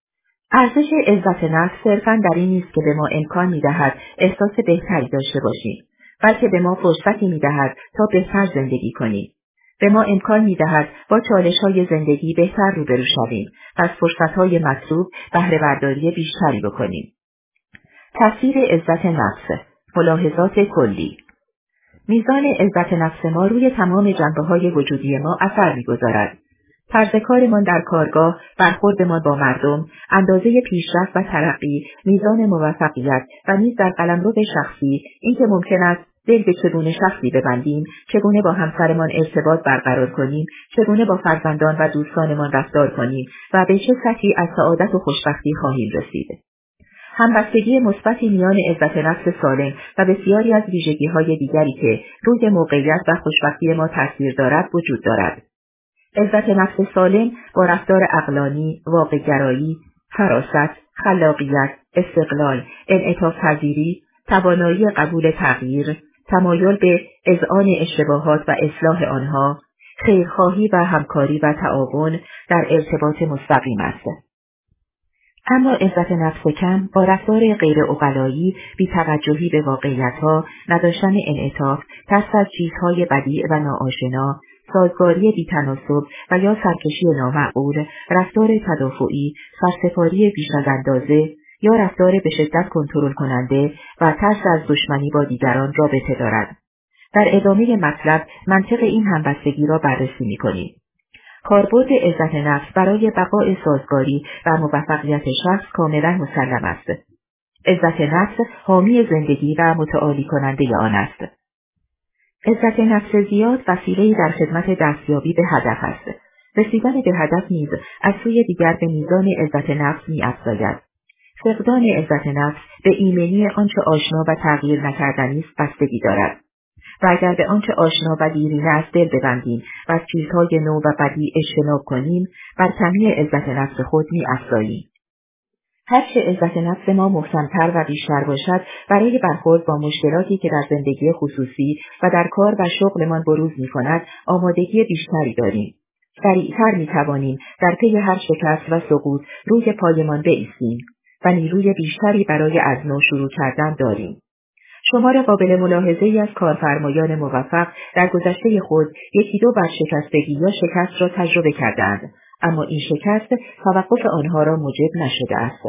ارزش عزت نفس صرفاً در این نیست که به ما امکان می‌دهد احساس بهتری داشته باشیم، بلکه به ما فرصتی می‌دهد تا بهتر زندگی کنیم. به ما امکان می‌دهد با چالش‌های زندگی بهتر روبرو شویم و از فرصت‌های مطلوب بهره برداری بیشتری بکنیم. تاثیر عزت نفس، ملاحظات کلی. میزان عزت نفس ما روی تمام جنبه‌های وجودی ما اثر می‌گذارد. طرز کارمان در کارگاه، برخوردمان با مردم، اندازه پیشرفت و ترقی، میزان موفقیت و نیز در قلمرو شخصی، اینکه ممکن است دل به چگونه شخصی ببندیم، چگونه با همسرمان ارتباط برقرار کنیم، چگونه با فرزندان و دوستانمان رفتار کنیم و به چه سطحی از سعادت و خوشبختی خواهیم رسید. همبستگی مثبتی میان عزت نفس سالم و بسیاری از ویژگی‌های دیگری که روی موقعیت و خوشبختی ما تاثیر دارد وجود دارد. عزت نفس سالم با رفتار عقلانی، واقع‌گرایی، فراست، خلاقیت، استقلال، انعطاف پذیری، توانایی قبول تغییر، تمایل به اذعان اشتباهات و اصلاح آنها، خیرخواهی و همکاری و تعاون در ارتباط مستقیم است. اما عزت نفس کم با رفتار غیر عقلایی، بی‌توجهی به واقعیت‌ها، نداشتن انعطاف، ترس از چیزهای بدیع و ناآشنا، سازگاری بی‌تناسب و یا سرکشی نامعقول، رفتار تدافعی، سرسپاری بیش از اندازه یا رفتار به شدت کنترل کننده و ترس از دشمنی با دیگران رابطه دارد. در ادامه مطلب منطق این همبستگی را بررسی می‌کنیم. کاربرد عزت نفس برای بقای سازگاری و موفقیت شخص کاملا مسلم است. عزت نفس حامی زندگی و متعالی کننده آن است. عزت نفس زیاد وسیله‌ای در خدمت دستیابی به هدف است. رسیدن به هدف نیز از سوی دیگر به میزان عزت نفس می‌افزاید. فقدان عزت نفس به ایمنی آنچه آشنا و تغییر نکردنی است بستگی دارد. و اگر به آنچه آشنا و دیرینه است دل ببندیم و از چیزهای نو و بدیع اجتناب کنیم، بر کمی عزت نفس خود می‌افزاییم. هرچه عزت نفس ما محکم‌تر و بیشتر باشد، برای برخورد با مشکلاتی که در زندگی خصوصی و در کار و شغلمان بروز می‌کند، آمادگی بیشتری داریم. سریعتر می‌توانیم در پی هر شکست و سقوط روی پایمان بایستیم و نیروی بیشتری برای از نو شروع کردن داریم. شمار قابل ملاحظه‌ای از کارفرمایان موفق در گذشته خود یکی دو برشکستگی یا شکست را تجربه کردند، اما این شکست توقف آنها را موجب نشده است.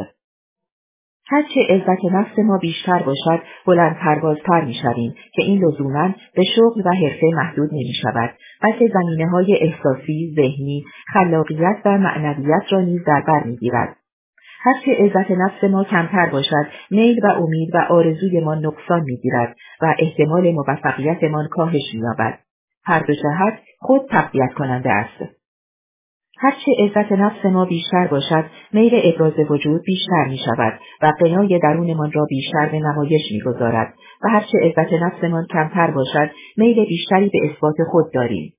هرچه عزت نفس ما بیشتر باشد، بلند پروازتر می‌شویم که این لزوماً به شغل و حرفه محدود نمی‌شود، بلکه زمینه‌های احساسی، ذهنی، خلاقیت و معنویت را نیز در بر می‌گیرد. هرچه عزت نفس ما کمتر باشد، میل و امید و آرزویمان نقصان می‌گیرد و احتمال موفقیتمان کاهش می‌یابد. هر دو جهت خود تقویت کننده است. هرچه عزت نفس ما بیشتر باشد، میل ابراز وجود بیشتر می‌شود و غنای درونمان را بیشتر به نمایش می‌گذارد و هرچه عزت نفسمان کمتر باشد، میل بیشتری به اثبات خود داریم.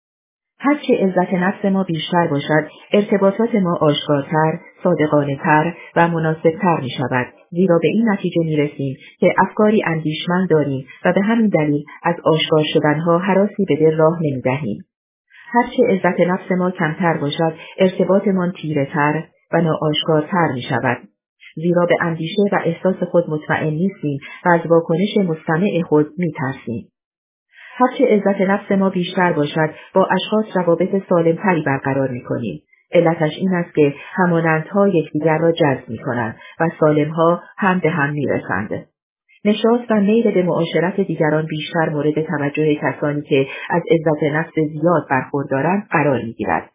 هرچه عزت نفس ما بیشتر باشد، ارتباطات ما آشکارتر، صادقانه‌تر و مناسبتر می شود، زیرا به این نتیجه می رسیم که افکاری اندیشمند داریم و به همین دلیل از آشکار شدنها هراسی به دل راه نمی دهیم. هرچه عزت نفس ما کمتر باشد، ارتباطمان تیره‌تر و ناآشکارتر می شود، زیرا به اندیشه و احساس خود مطمئن نیستیم و از واکنش مستمع خود می ترسیم. هرچه عزت نفس ما بیشتر باشد، با اشخاص روابط سالم‌تری برقرار می‌کنیم. علتش این است که همانندها یکدیگر را جذب می‌کنند و سالم‌ها هم به هم می‌رسند. نشاط و میل به معاشرت دیگران بیشتر مورد توجه کسانی که از عزت نفس زیاد برخوردارند قرار می‌گیرد.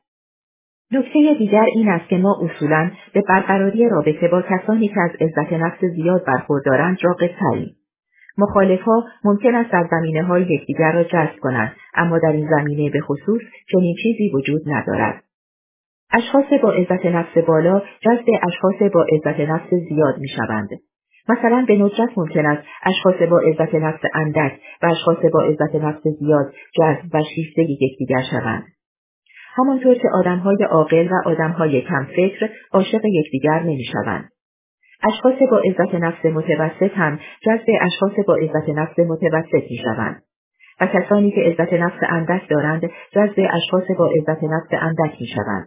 نکته دیگر این است که ما اصولاً به برقراری رابطه با کسانی که از عزت نفس زیاد برخوردارند راغب‌تریم. مخالف‌ها ممکن است در زمینه‌های یکدیگر را جذب کنند، اما در این زمینه به خصوص چنین چیزی وجود ندارد. اشخاص با عزت نفس بالا جذب اشخاص با عزت نفس زیاد می‌شوند. مثلا به ندرت ممکن است اشخاص با عزت نفس اندک و اشخاص با عزت نفس زیاد جذب و شیفته یکدیگر شوند. همانطور که آدم‌های عاقل و آدم‌های کم فکر عاشق یکدیگر نمی‌شوند. اشخاص با عزت نفس متوسط هم جذب اشخاص با عزت نفس متوسط می‌شوند و کسانی که عزت نفس اندک دارند جذب اشخاص با عزت نفس اندک می‌شوند.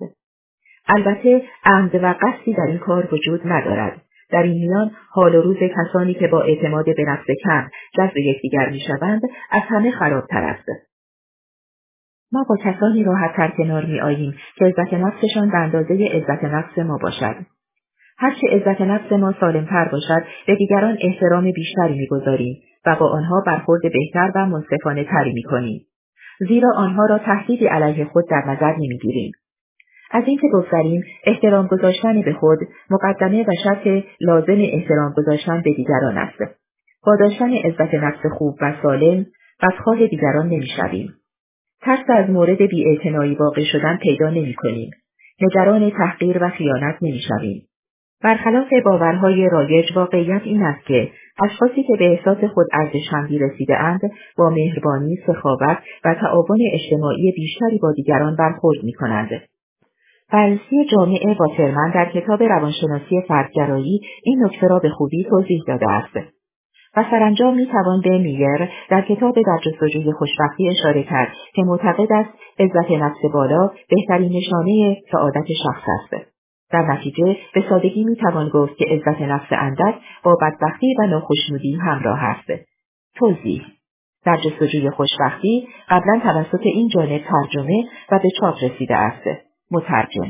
البته عمد و قصدی در این کار وجود ندارد. در این میان حال و روز کسانی که با اعتماد به نفس کم جذب یکدیگر می‌شوند از همه خرابتر است. ما با کسانی راحت‌تر کنار می‌آییم که عزت نفسشان به اندازه عزت نفس ما باشد. هرچه عزت نفس ما سالم‌تر باشد، به دیگران احترام بیشتری می‌گذاریم و با آنها برخورد بهتر و منصفانه‌تری می‌کنیم. زیرا آنها را تهدیدی علیه خود در نظر نمی‌گیریم. از اینکه بگذریم احترام گذاشتن به خود مقدمه و شرط لازم احترام گذاشتن به دیگران است. با داشتن عزت نفس خوب و سالم، بدخواه دیگران نمی‌شویم. ترس از مورد بی‌اعتنایی واقع شدن پیدا نمی‌کنیم. نگران تحقیر و خیانت نمی‌شویم. برخلاف باورهای رایج، واقعیت این است که اشخاصی که به احساس خود ارزشمندی رسیده‌اند با مهربانی، سخاوت و تعاون اجتماعی بیشتری با دیگران برخورد می‌کنند. بررسی جامع واترمن در کتاب روانشناسی فردگرایی این نکته را به خوبی توضیح داده است. و سرانجام می‌توان به میر در کتاب در جستجوی خوشبختی اشاره کرد که معتقد است عزت نفس بالا بهترین نشانه سعادت شخص است. در نتیجه به سادگی می‌توان گفت که عزت نفس اندک با بدبختی و ناخوشنودی همراه است. توضیح: در جستجوی خوشبختی قبلا توسط این جانب ترجمه و به چاپ رسیده است. مترجم.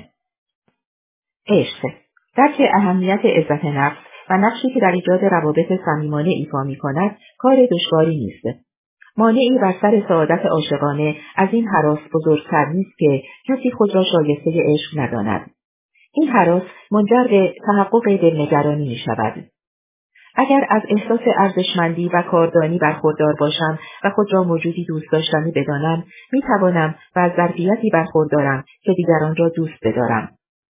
عشق، درک اهمیت عزت نفس و نقشی که در ایجاد روابط صمیمانه ایفا می‌کند کار دشواری نیست. مانعی بر سر سعادت عاشقانه از این هراس بزرگتر نیست که کسی خود را شایسته عشق نداند. این هراس منجر به تحقق دلنگرانی می‌شود. اگر از احساس ارزشمندی و کاردانی برخوردار باشم و خود را موجودی دوست داشتنی بدانم، می‌توانم و از ظرفیتی برخوردارم که دیگران را دوست بدارم.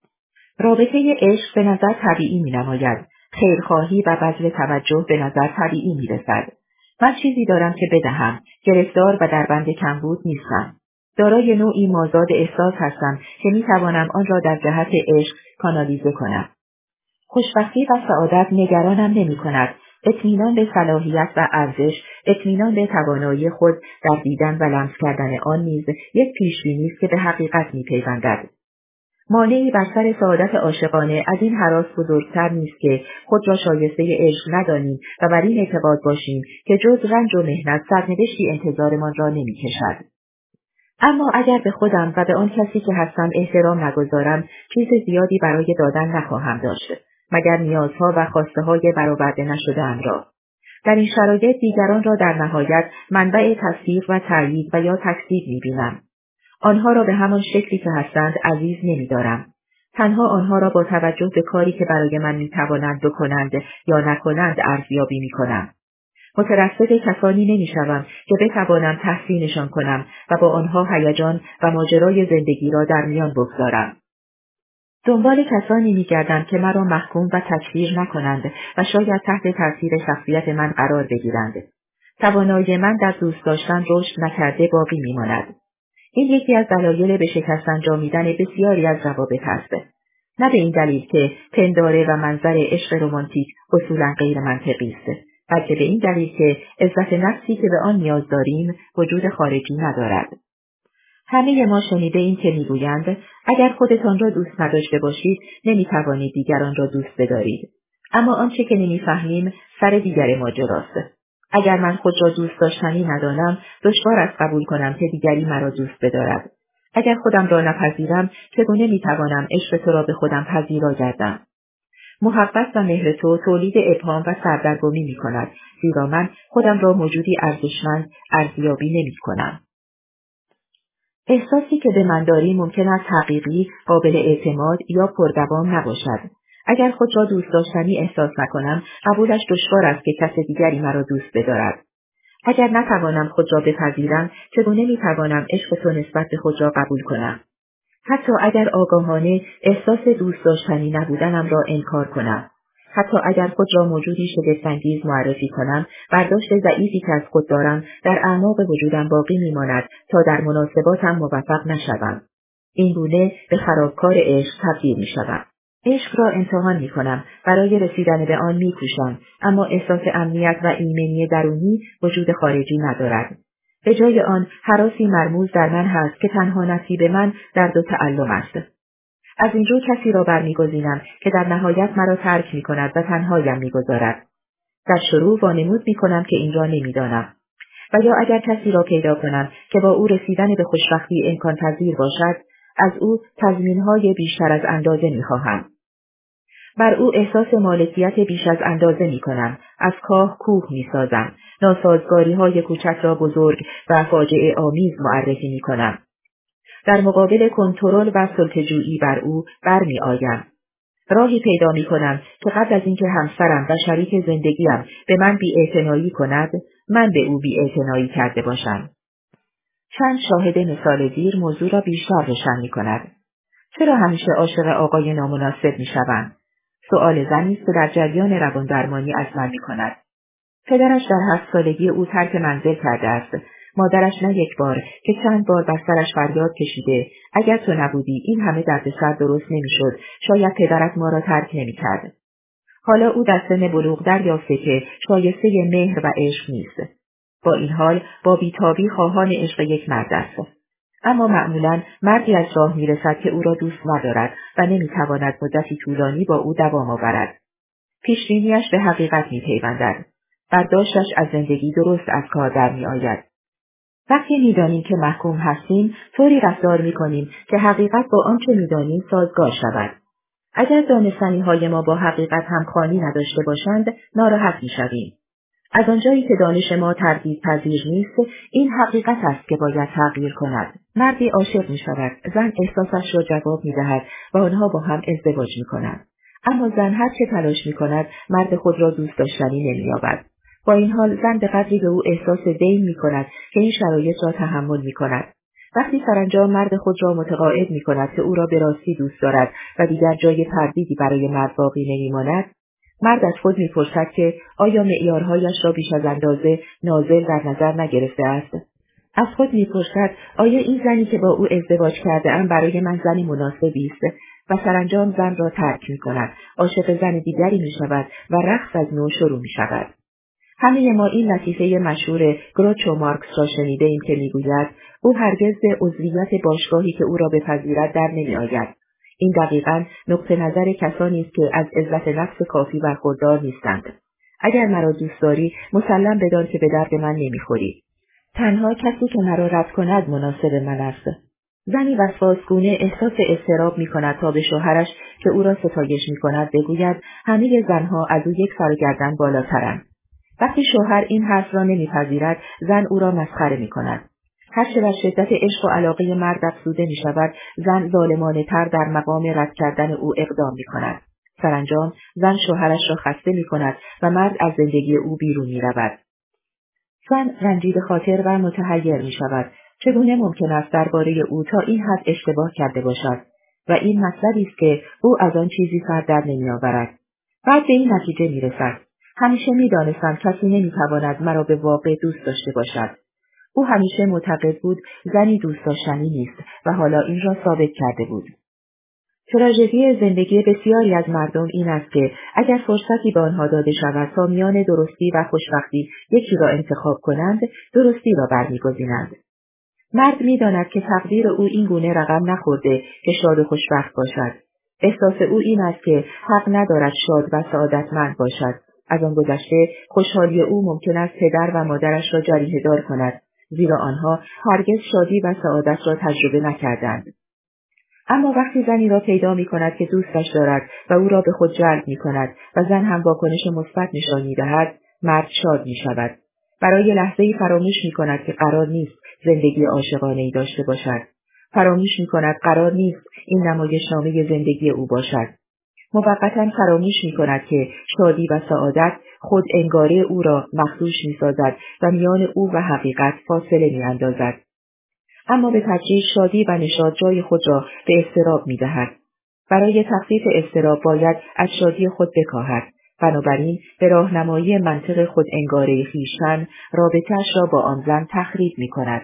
رابطه عشق به نظر طبیعی می‌نماید. خیرخواهی و بذل توجه به نظر طبیعی می‌رسد. من چیزی دارم که بدهم، گرفتار و در بند کمبود نیستم. دارای نوعی مازاد احساس هستم که می‌توانم آن را در جهت عشق کانالیزه کنم. خوشبختی و سعادت نگرانم نمی‌کند. اطمینان به صلاحیت و ارزش، اطمینان به توانایی خود در دیدن و لمس کردن آن نیز یک پیشبینی است که به حقیقت می‌پیوندد. مانعی بر سر سعادت عاشقانه از این هراس بزرگتر نیست که خود را شایسته عشق ندانیم و بر این اعتقاد باشیم که جز رنج و محنت سرنوشتی انتظارمان را نمی‌کشد. اما اگر به خودم و به آن کسی که هستم احترام نگذارم، چیز زیادی برای دادن نخواهم داشت، مگر نیازها و خواسته‌های برآورده نشده‌ام را. در این شرایط دیگران را در نهایت منبع تصدیق و تأیید و یا تکذیب می‌بینم. آنها را به همان شکلی که هستند عزیز نمی‌دارم. تنها آنها را با توجه به کاری که برای من می‌توانند بکنند یا نکنند ارزیابی می‌کنم. مترصد کسانی نمی‌شوم که بتوانم تحسینشان کنم و با آنها هیجان و ماجرای زندگی را در میان بگذارم. دنبال کسانی می‌گردم که مرا محکوم و تکفیر نکنند و شاید تحت تاثیر شخصیت من قرار بگیرند. توانایی من در دوست داشتن رشد نکرده باقی می‌ماند. این یکی از دلایل به شکست انجامیدن بسیاری از روابط است. نه به این دلیل که پنداره و منظر عشق رمانتیک اصولاً غیر منطقی است، بلکه به این دلیل که عزت نفسی که به آن نیاز داریم وجود خارجی ندارد. همه ما شنیده این که میگویند اگر خودتان را دوست نداشته باشید نمیتوانید دیگران را دوست بدارید. اما آنچه که نمیفهمیم سر دیگر ماجراست. اگر من خود را دوست داشتنی ندانم دشوار است قبول کنم که دیگری مرا دوست بدارد. اگر خودم را نپذیرم چگونه میتوانم عشق تو را به خودم پذیرا گردم؟ محبت و مهر تو تولید ابهام و سردرگمی میکند، زیرا من خودم را موجودی ارزشمند ارزیابی نمیکنم. احساسی که به من داری ممکن است حقیقی، قابل اعتماد یا پردوام نباشد. اگر خود را دوست داشتنی احساس نکنم، قبولش دشوار است که کس دیگری مرا دوست بدارد. اگر نتوانم خود را بپذیرم، چگونه میتوانم عشق تو نسبت به خود را قبول کنم؟ حتی اگر آگاهانه احساس دوست داشتنی نبودنم را انکار کنم. حتی اگر خود را موجودی شگفت‌انگیز معرفی کنم، برداشت ضعیفی که از خود دارم در اعماق وجودم باقی میماند تا در مناسباتم موفق نشوم. این گونه به خرابکار عشق تبدیل میشوم. عشق را امتحان میکنم، برای رسیدن به آن میکوشم، اما احساس امنیت و ایمنی درونی وجود خارجی ندارد. به جای آن هراسی مرموز در من هست که تنها نصیب من درد و تعلم است. از این رو کسی را برمیگزینم که در نهایت مرا ترک میکند و تنهایم میگذارد. در شروع وانمود میکنم که این را نمیدانم. و یا اگر کسی را پیدا کنم که با او رسیدن به خوشبختی امکان پذیر باشد، از او تضمین‌های بیشتر از اندازه می‌خواهم. بر او احساس مالکیت بیش از اندازه می‌کنم، از کاه کوه می‌سازم، ناسازگاری‌های کوچک را بزرگ و فاجعه آمیز معرفی می‌کنم. در مقابل کنترل و سلطه‌جویی بر او برمی‌آیم. راهی پیدا می‌کنم که قبل از اینکه همسرم و شریک زندگیم به من بی‌اعتنایی کند، من به او بی‌اعتنایی کرده باشم. چند شاهد مثال زیر موضوع را بیشتر روشن می‌کند. چرا همیشه عاشق آقای نامناسب می‌شوم؟ سؤال زنی است که در جریان رواندرمانی از من می‌کند. پدرش در 7 سالگی او ترک منزل کرده است. مادرش نه یک بار که چند بار بر سرش فریاد کشیده: اگر تو نبودی این همه دردسر درست نمی‌شد، شاید پدرت ما را ترک نمی‌کرد. حالا او در سن بلوغ دریافته که شایسته مهر و عشق نیست. با این حال با بیتابی خواهان عشق یک مرد است. اما معمولاً مردی از راه می‌رسد که او را دوست ندارد و نمی‌تواند مدتی طولانی با او دوام آورد. پیشبینی‌اش به حقیقت می‌پیوندد. برداشتش از زندگی درست از کار در می‌آید. وقتی می‌دانیم که محکوم هستیم، طوری رفتار می‌کنیم که حقیقت با آنچه می‌دانیم سازگار شود. اگر دانستنی‌های ما با حقیقت همخوانی نداشته باشند، ناراحت می‌شویم. از آنجایی که دانش ما تردیدپذیر نیست، این حقیقت است که باید تغییر کند. مردی عاشق می‌شود، زن احساسش را جواب می‌دهد و آنها با هم ازدواج می‌کنند. اما زن هر چه تلاش می‌کند، مرد خود را دوست داشتنی نمی‌یابد. با این حال زن به قدری به او احساس دین می‌کند که این شرایط را تحمل می‌کند. وقتی سرانجام مرد خود را متقاعد می‌کند که او را به راستی دوست دارد و دیگر جای تردیدی برای مرد باقی نمی‌ماند، مرد از خود می‌پرسد که آیا معیارهایش را بیش از اندازه نازل در نظر نگرفته است؟ از خود می‌پرسد آیا این زنی که با او ازدواج کرده‌ام برای من زنی مناسبی است؟ و سرانجام زن را ترک می‌کند، عاشق زن دیگری می‌شود و رقص از نو شروع می‌شود. همه ما این لطیفه مشهور گروچو مارکس را شنیده‌ایم که می‌گوید او هرگز به عضویت باشگاهی که او را بپذیرد در نمی‌آید. این دقیقاً نقطه نظر کسانی است که از عزت نفس کافی برخوردار نیستند. اگر مرا دوست داری مسلم بدان که به درد من نمی‌خوری. تنها کسی که مرا رد کند مناسب من است. زنی وسواسگونه احساس اضطراب می‌کند تا به شوهرش که او را ستایش می‌کند بگوید همه زنها از او یک سر و گردن بالاترند. وقتی شوهر این حرف را نمی‌پذیرد، زن او را مسخره می‌کند. هرچه بر شدت عشق و علاقه مرد افزوده می‌شود، زن ظالمانه‌تر در مقام رد کردن او اقدام می‌کند. سرانجام زن شوهرش را خسته می‌کند و مرد از زندگی او بیرون می‌رود. زن رنجیده خاطر و متحیر می‌شود. چگونه ممکن است درباره او تا این حد اشتباه کرده باشد؟ و این مطلبی است که او از آن چیزی سر در نمی‌آورد. بعد به این نتیجه می‌رسد: همیشه می‌دانستم کسی نمی‌تواند مرا به واقع دوست داشته باشد. او همیشه معتقد بود زنی دوست داشتنی نیست و حالا این را ثابت کرده بود. تراژدی زندگی بسیاری از مردم این است که اگر فرصتی به آنها داده شود تا میان درستی و خوشبختی یکی را انتخاب کنند، درستی را برمی‌گزینند. مرد می‌داند که تقدیر او این گونه رقم نخورده که شاد و خوشبخت باشد. احساس او این است که حق ندارد شاد و سعادتمند باشد. از آن گذشته خوشحالی او ممکن است پدر و مادرش را جریحه‌دار کند، زیرا آنها هرگز شادی و سعادت را تجربه نکردند. اما وقتی زنی را پیدا می‌کند که دوستش دارد و او را به خود جلب می‌کند و زن هم واکنش مثبت نشان می‌دهد، مرد شاد می‌شود. برای لحظه‌ای فراموش می‌کند که قرار نیست زندگی عاشقانه‌ای داشته باشد. فراموش می‌کند قرار نیست این نمایشنامه زندگی او باشد. موقتا فراموش می‌کند که شادی و سعادت خود انگاره او را مخدوش می‌سازد و میان او و حقیقت فاصله می‌اندازد. اما به تدریج شادی و نشاط جای خود را به اضطراب می‌دهد. برای تخفیف اضطراب باید از شادی خود بکاهد. بنابراین به راهنمایی منطق خود انگاره خویشتن رابطه‌اش را با آن زن تخریب می‌کند.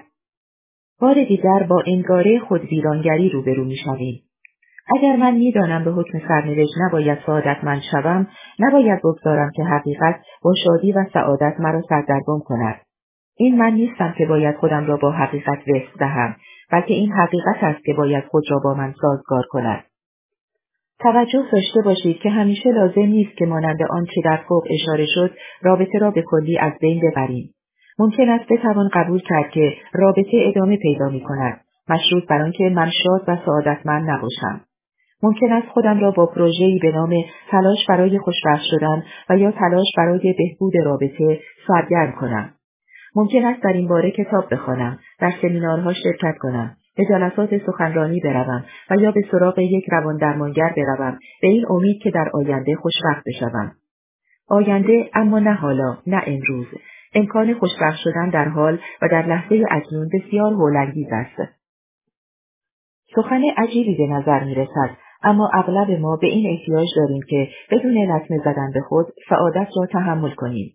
بار دیگر با انگاره خود ویرانگری روبرو می‌شویم. اگر من می‌دانم به حکم سرنوشت نباید سعادتمند شوم، نباید بگذارم که حقیقت با شادی و سعادت مرا سردرگم کند. این من نیستم که باید خودم را با حقیقت وصل دهم، بلکه این حقیقت است که باید خود را با من سازگار کند. توجه داشته باشید که همیشه لازم نیست که مانند آنچه در فوق اشاره شد، رابطه را به کلی از بین ببریم. ممکن است بتوان قبول کرد که رابطه ادامه پیدا می‌کند، مشروط بر آنکه من شاد و سعادتمند نباشم. ممکن است خودم را با پروژه‌ای به نام تلاش برای خوشبخت شدن و یا تلاش برای بهبود رابطه سرگرم کنم. ممکن است در این باره کتاب بخوانم، در سمینارها شرکت کنم، به جلسات سخنرانی بروم و یا به سراغ یک روان‌درمانگر بروم به این امید که در آینده خوشبخت بشوم. آینده، اما نه حالا، نه امروز. امکان خوشبخت شدن در حال و در لحظه اکنون بسیار هول‌انگیز است. سخن عجیبی به نظر می رسد، اما اغلب ما به این احتیاج داریم که بدون لطمه زدن به خود سعادت را تحمل کنیم.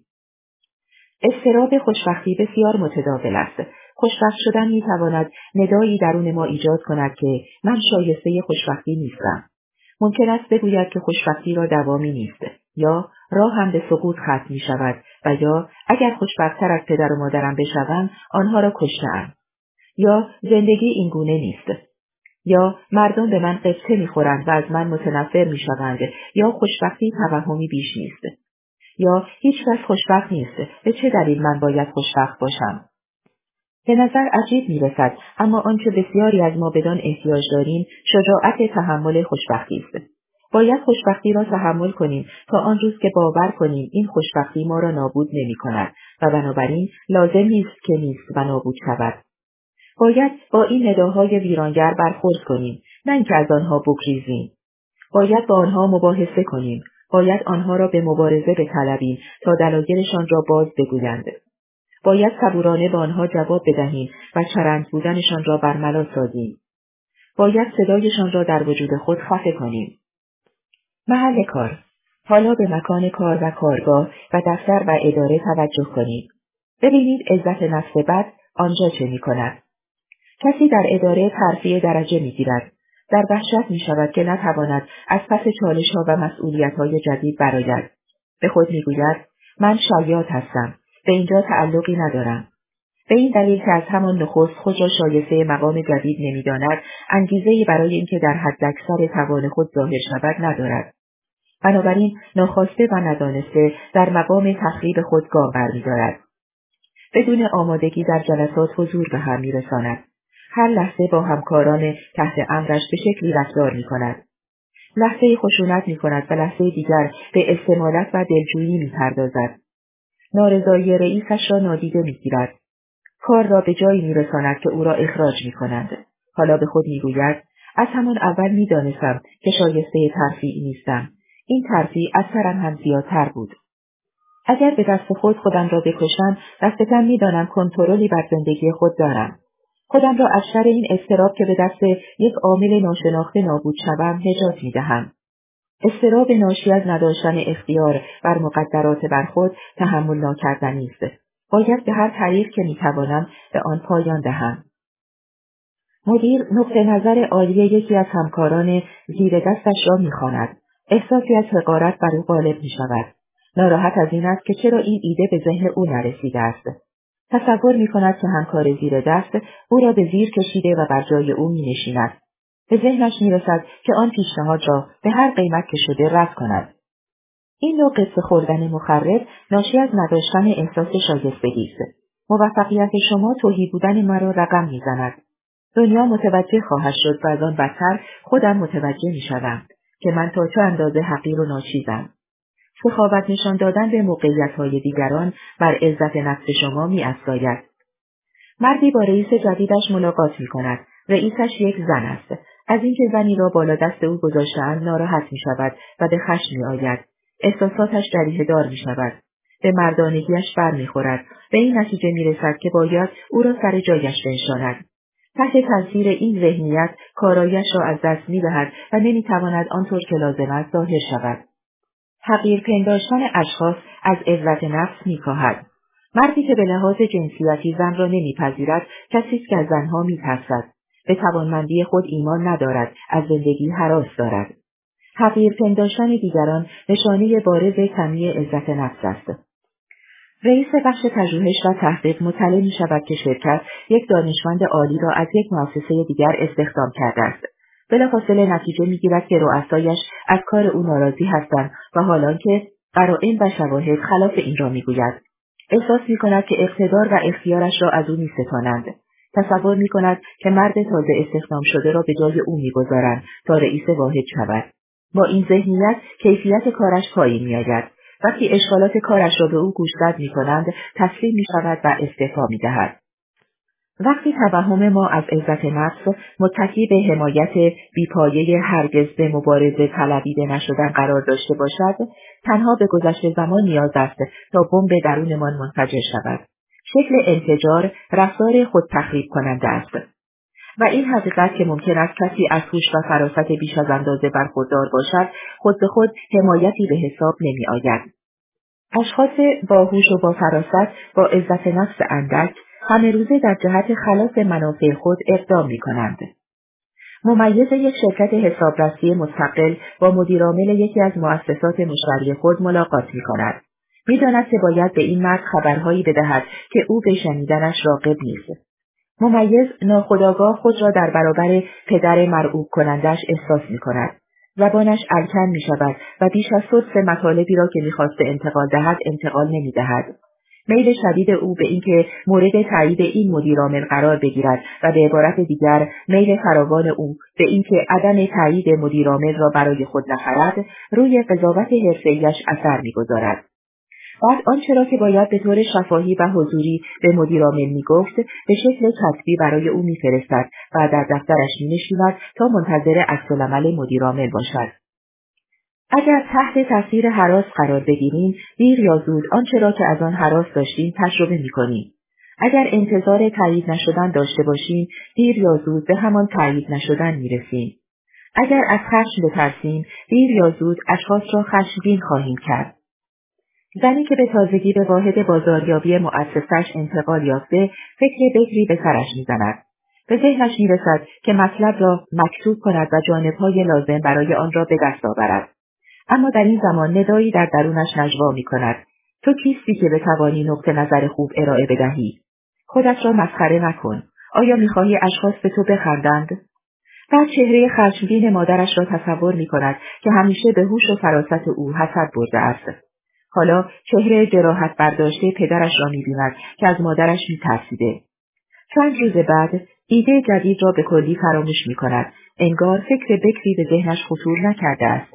اضطراب خوشبختی بسیار متداول است. خوشبخت شدن می تواند ندایی درون ما ایجاد کند که من شایسته خوشبختی نیستم. ممکن است بگوید که خوشبختی را دوامی نیست، یا راه هم به سقوط ختم می شود و یا اگر خوشبخت‌تر از پدر و مادرم بشوم آنها را کشته‌ام، یا زندگی این گونه نیست، یا مردم به من قصه می‌خورند و از من متنفر می‌شوند، یا خوشبختی توهمی بیش نیست، یا هیچ کس خوشبخت نیست. به چه دلیل من باید خوشبخت باشم؟ به نظر عجیب می‌رسد، اما آنچه بسیاری از ما بدان احتیاج داریم شجاعت تحمل خوشبختی است. باید خوشبختی را تحمل کنیم تا آن روز که باور کنیم این خوشبختی ما را نابود نمی‌کند و بنابراین لازم نیست که نیست و نابود شود. باید با این نداهای ویرانگر برخورد کنیم، نه اینکه از آنها بگریزیم. باید با آنها مباحثه کنیم. باید آنها را به مبارزه بطلبیم تا دلایلشان را باز بگویند. باید صبورانه با آنها جواب بدهیم و چرند بودنشان را برملا سازیم. باید صدایشان را در وجود خود خفه کنیم. محل کار. حالا به مکان کار و کارگاه و دفتر و اداره توجه کنید. ببینید عزت نفس بد آنجا چه می‌کند. کسی در اداره ترفیع درجه می‌گیرد. در وحشت می‌شود که نتواند از پس چالش‌ها و مسئولیت‌های جدید برآید. به خود می‌گوید من شیاد هستم، به اینجا تعلقی ندارم. به این دلیل که از همان نخست خود را شایسته مقام جدید نمی‌داند، انگیزه‌ای برای اینکه در حداکثر توان خود ظاهر شود ندارد. بنابراین ناخواسته و ندانسته در مقام تخریب خود گام برمی‌دارد. بدون آمادگی در جلسات حضور به هم می‌رساند. هر لحظه با همکاران تحت امرش به شکلی رفتار می‌کند. لحظه خشونت می‌کند و لحظه دیگر به استمالت و دلجویی می‌پردازد. نارضایی رئیسش را نادیده می‌گیرد. کار را به جایی می‌رساند که او را اخراج می‌کنند. حالا به خود می‌گوید از همان اول می‌دانستم که شایسته ترفیع نیستم. این ترفیع از سرم هم زیادتر بود. اگر به دست خودم را بکشم، دست کم می‌دانم کنترلی بر زندگی خود دارم. خودم را از شر این اضطراب که به دست یک عامل ناشناخته نابود شوم نجات می‌دهم. اضطراب ناشی از نداشتن اختیار بر مقدرات بر خود تحمل ناکردنی است. باید به هر طریق که می‌توانم به آن پایان دهم. مدیر نقطه نظر عالی یکی از همکاران زیر دستش را می‌خواند. احساسی از حقارت بر او غالب می‌شود. ناراحت از این است که چرا این ایده به ذهن او نرسیده است. تصور می‌کند که همکار زیر دست او را به زیر کشیده و بر جای او می‌نشیند. به ذهنش می‌رسد که آن پیشنهاد را به هر قیمت که شده رد کند. این نوع قصه خوردن مخرب ناشی از نداشتن احساس شایستگی است. موفقیت شما تهی بودن مرا رقم می‌زند. دنیا متوجه خواهد شد و از آن بدتر خودم متوجه می‌شوم که من تا چه اندازه حقیر و ناچیزم. سخاوت نشان دادن به موقعیت‌های دیگران بر عزت نفس شما می‌افزاید. مردی با رئیس جدیدش ملاقات می‌کند. رئیسش یک زن است. از اینکه زنی را بالا دست او گذاشته‌اند ناراحت می‌شود و به خشم می‌آید. احساساتش جریحه‌دار می‌شود. به مردانگیش برمی‌خورد. به این نتیجه می‌رسد که باید او را سر جایش بنشاند. تحت تاثیر این ذهنیت کارایش را از دست می‌دهد و نمی‌تواند آنطور که لازم است ظاهر شود. حقیر پنداشتن اشخاص از عزت نفس می‌کاهد. مردی که به لحاظ جنسیتی زن را نمی‌پذیرد کسی است که از زنها می‌ترسد. به توانمندی خود ایمان ندارد، از زندگی هراس دارد. حقیر پنداشتن دیگران نشانه بارز کمی عزت نفس است. رئیس بخش پژوهش و تحقیق مطلع می‌شود که شرکت یک دانشمند عالی را از یک مؤسسه دیگر استخدام کرده است. بلافاصله نتیجه می‌گیرد که رؤسایش از کار او ناراضی هستند و حالان که قرائن و شواهد خلاف این را می‌گوید. احساس می‌کند که اقتدار و اختیارش را از او می‌ستانند. تصور می‌کند که مرد تازه استخدام شده را به جای او می‌گذارند تا رئیس واحد شود. با این ذهنیت کیفیت کارش پایین می‌آید. وقتی اشکالات کارش را به او گوشزد می‌کنند، تسلیم می‌شود و استعفا می‌دهد. وقتی توهم ما از عزت نفس متکی به حمایت بیپایه هرگز به مبارزه طلبیده نشدن قرار داشته باشد، تنها به گذشت زمان نیاز است تا بمب درونمان منفجر شود. شکل انفجار رفتار خود تخریب کننده است. و این حقیقت که ممکن است کسی از هوش و فراست بیش از اندازه برخوردار باشد، خود به خود حمایتی به حساب نمی آید. اشخاص باهوش و با فراست با عزت نفس اندک همه روزه در جهت خلاص منافع خود اقدام می کنند. ممیز یک شرکت حسابرسی مستقل با مدیرعامل یکی از مؤسسات مشتری خود ملاقات می کند. می داند که باید به این مرد خبرهایی بدهد که او به شنیدنش راغب نیست. ممیز ناخودآگاه خود را در برابر پدر مرعوب کنندش احساس می کند. زبانش الکن می شود و بیش از ثلث مطالبی را که می خواسته انتقال دهد انتقال نمی دهد. میل شدید او به اینکه مورد تایید این مدیرعامل قرار بگیرد و به عبارت دیگر میل فراوان او به اینکه عدم تایید مدیرعامل را برای خود نخرد روی قضاوت حرفه‌ایش اثر می‌گذارد. بعد آنچه را که باید به طور شفاهی و حضوری به مدیرعامل میگفت به شکل کتبی برای او میفرستد و در دفترش مینشیند تا منتظر عکس‌العمل مدیرعامل باشد. اگر تحت تاثیر هراس قرار بگیریم، دیر یا زود آنچه را که از آن هراس داشتیم تجربه می‌کنیم. اگر انتظار تایید نشدن داشته باشیم، دیر یا زود به همان تایید نشدن می‌رسیم. اگر از خشم بترسیم، دیر یا زود اشخاص را خشمگین خواهیم کرد. زنی که به تازگی به واحد بازاریابی مؤسسه‌اش انتقال یافته، فکر بکری به سرش می‌زند. به ذهنش می‌رسد که مطلب را مکتوب کند و جانب‌های لازم برای آن را به دست آورد. اما در این زمان ندایی در درونش نجوا می کند. تو کیستی که بتوانی نقطه نظر خوب ارائه بدهی؟ خودت را مسخره نکن. آیا می‌خواهی اشخاص به تو بخندند؟ بعد چهره خشمگین مادرش را تصور می کند که همیشه به هوش و فراست او حسد برده است. حالا چهره جراحت برداشته پدرش را می بیند که از مادرش می ترسیده. چند روز بعد ایده جدید را به کلی فراموش می کند. انگار فکر بکری به ذهنش خطور نکرده است.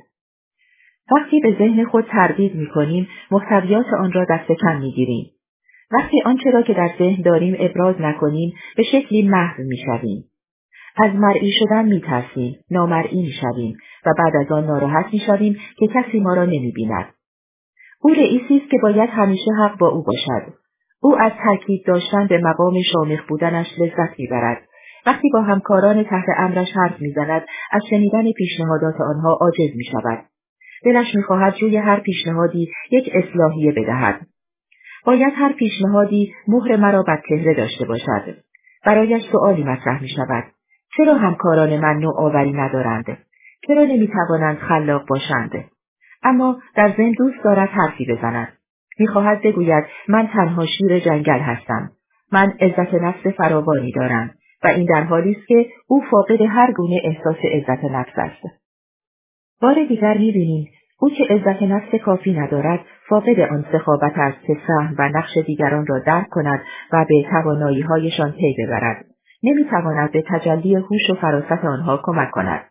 وقتی به ذهن خود تردید می‌کنیم، محتویات آن را دست کم می‌گیریم. وقتی آنچه را که در ذهن داریم ابراز نکنیم، به شکلی محو می‌شویم. از مرئی شدن می‌ترسیم، نامرئی می‌شویم و بعد از آن ناراحت می‌شویم که کسی ما را نمی‌بیند. او رئیسی است که باید همیشه حق با او باشد. او از تاکید داشتن به مقام شامخ بودنش لذت می‌برد. وقتی با همکاران تحت امرش حرف می‌زند، از شنیدن پیشنهادات آنها عاجز می‌شود. دلش می‌خواهد روی هر پیشنهادی یک اصلاحیه بدهد. باید هر پیشنهادی مهر مرا بدچهره داشته باشد. برایش سؤالی مطرح می‌شود. چرا همکاران من نوآوری ندارند؟ چرا نمی‌توانند خلاق باشند؟ اما در ذهن دوست دارد حرفی بزند. می‌خواهد بگوید من تنها شیر جنگل هستم. من عزت نفس فراوانی دارم و این در حالی است که او فاقد هر گونه احساس عزت نفس است. بار دیگر می‌بینیم او که عزت نفس کافی ندارد، فاقد آن سخاوت است که سهم و نقش دیگران را درک کند و به توانایی‌هایشان پی ببرد. نمی‌تواند به تجلی هوش و فراست آنها کمک کند.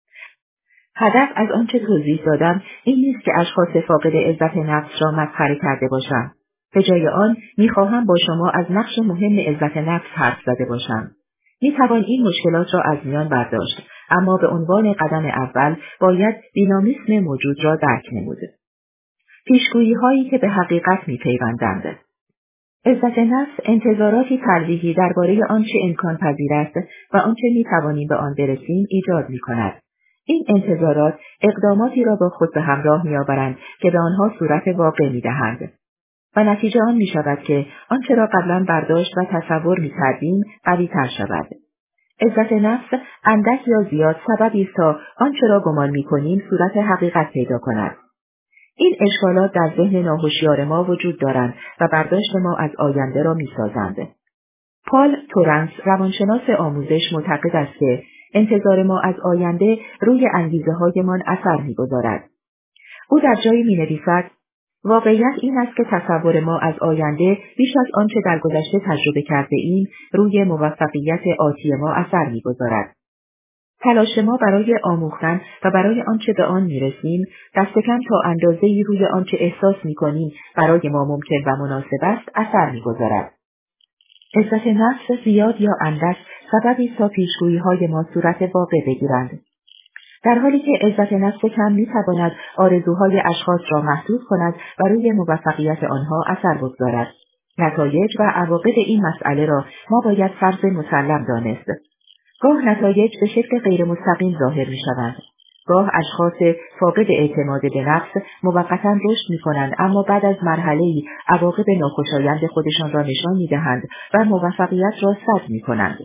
هدف از آنچه توضیح دادم این نیست که اشخاص فاقد عزت نفس را مسخره کرده باشم. به جای آن می‌خواهم با شما از نقش مهم عزت نفس حرف زده باشم. می‌توان این مشکلات را از میان برداشت، اما به عنوان قدم اول باید دینامیسم موجود را درک نمود. پیشگویی‌هایی که به حقیقت می‌پیوندند. عزت نفس انتظاراتی تلویحی درباره آنچه امکان پذیر است و آنچه می‌توانیم به آن برسیم ایجاد می‌کند. این انتظارات اقداماتی را با خود به همراه می‌آورند که به آنها صورت واقع می‌دهند. و نتیجه آن می‌شود که آنچه را قبلا برداشت و تصور می‌کردیم قوی‌تر شود. عزت نفس اندک یا زیاد سببی است تا آنچه را گمان می‌کنیم صورت حقیقت پیدا کند. این اشکالات در ذهن ناهوشیار ما وجود دارند و برداشت ما از آینده را می‌سازند. پال تورنس روانشناس آموزش معتقد است که انتظار ما از آینده روی انگیزه‌هایمان اثر می‌گذارد. او در جایی می‌نویسد: واقعیت این است که تصور ما از آینده بیش از آنچه در گذشته تجربه کرده ایم روی موفقیت آتی ما اثر می‌گذارد. تلاش ما برای آموختن و برای آنچه به آن می‌رسیم دست کم تا اندازه‌ای روی آنچه احساس می‌کنیم برای ما ممکن و مناسب است اثر می‌گذارد. عزت نفس زیاد یا اندک سببی است تا پیشگویی‌های ما صورت واقع بگیرند. در حالی که عزت نفس کم می‌تواند آرزوهای اشخاص را محدود کند و روی موفقیت آنها اثر بگذارد. نتایج و عواقب این مسئله را ما باید فرض مسلم دانست. گاه نتایج به شکل غیر مستقیم ظاهر می‌شوند. گاه اشخاص فاقد اعتماد به نفس موقتاً رشد می‌کنند اما بعد از مرحله‌ای عواقب ناخوشایند خودشان را نشان می‌دهند و موفقیت را سلب می‌کنند.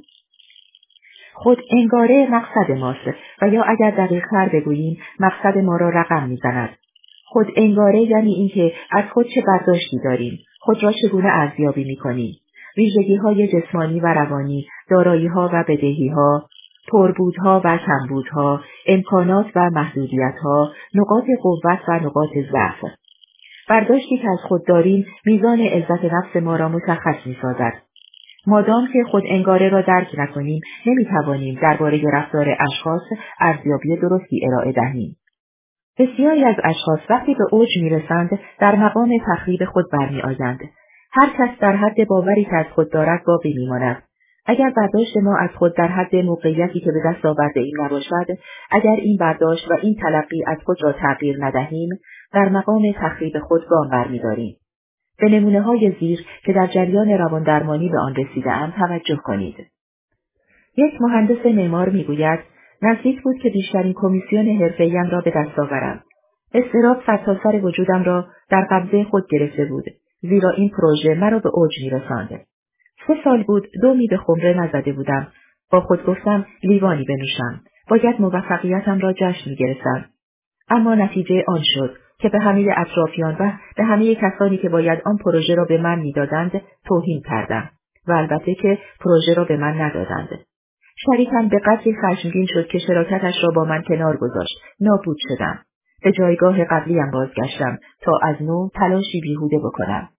خود انگاره مقصد ماست و یا اگر دقیق‌تر بگوییم مقصد ما را رقم می‌زند. خود انگاره یعنی اینکه از خود چه برداشتی داریم، خود را چگونه ارزیابی می‌کنیم، ویژگی‌های جسمانی و روانی، دارایی‌ها و بدهی‌ها، پربودها و کمبودها، امکانات و محدودیت‌ها، نقاط قوت و نقاط ضعف. برداشتی که از خود داریم میزان عزت نفس ما را مشخص می‌سازد. مادام که خود انگاره را درک نکنیم نمی‌توانیم درباره رفتار اشخاص ارزیابی درستی ارائه دهیم. بسیاری از اشخاص وقتی به اوج می‌رسند در مقام تخریب خود برمی‌آیند. هر کس در حد باوری که از خود دارد باقی می‌ماند. اگر برداشت ما از خود در حد موقعیتی که به دست آورده ایم نباشد، اگر این برداشت و این تلقی از خود را تغییر ندهیم، در مقام تخریب خود گام برمی‌داریم. به نمونه‌های زیر که در جریان رواندرمانی به آن رسیده‌ام توجه کنید. یک مهندس معمار می‌گوید نزدیک بود که بیشترین کمیسیون حرفه‌ایم را به دست آورم. اضطراب سرتاسر وجودم را در قبضه خود گرفته بود، زیرا این پروژه مرا به اوج می‌رساند. 3 سال بود 2 میوه خمره نزده بودم. با خود گفتم لیوانی بنوشم. باید موفقیتم را جشن می‌گرفتم. اما نتیجه آن شد که به همه اطرافیان و به همه کسانی که باید آن پروژه را به من می‌دادند توهین کردم و البته که پروژه را به من ندادند. شریکم به قدری خشمگین شد که شراکتش را با من کنار گذاشت. نابود شدم. به جایگاه قبلیم بازگشتم تا از نو تلاشی بیهوده بکنم.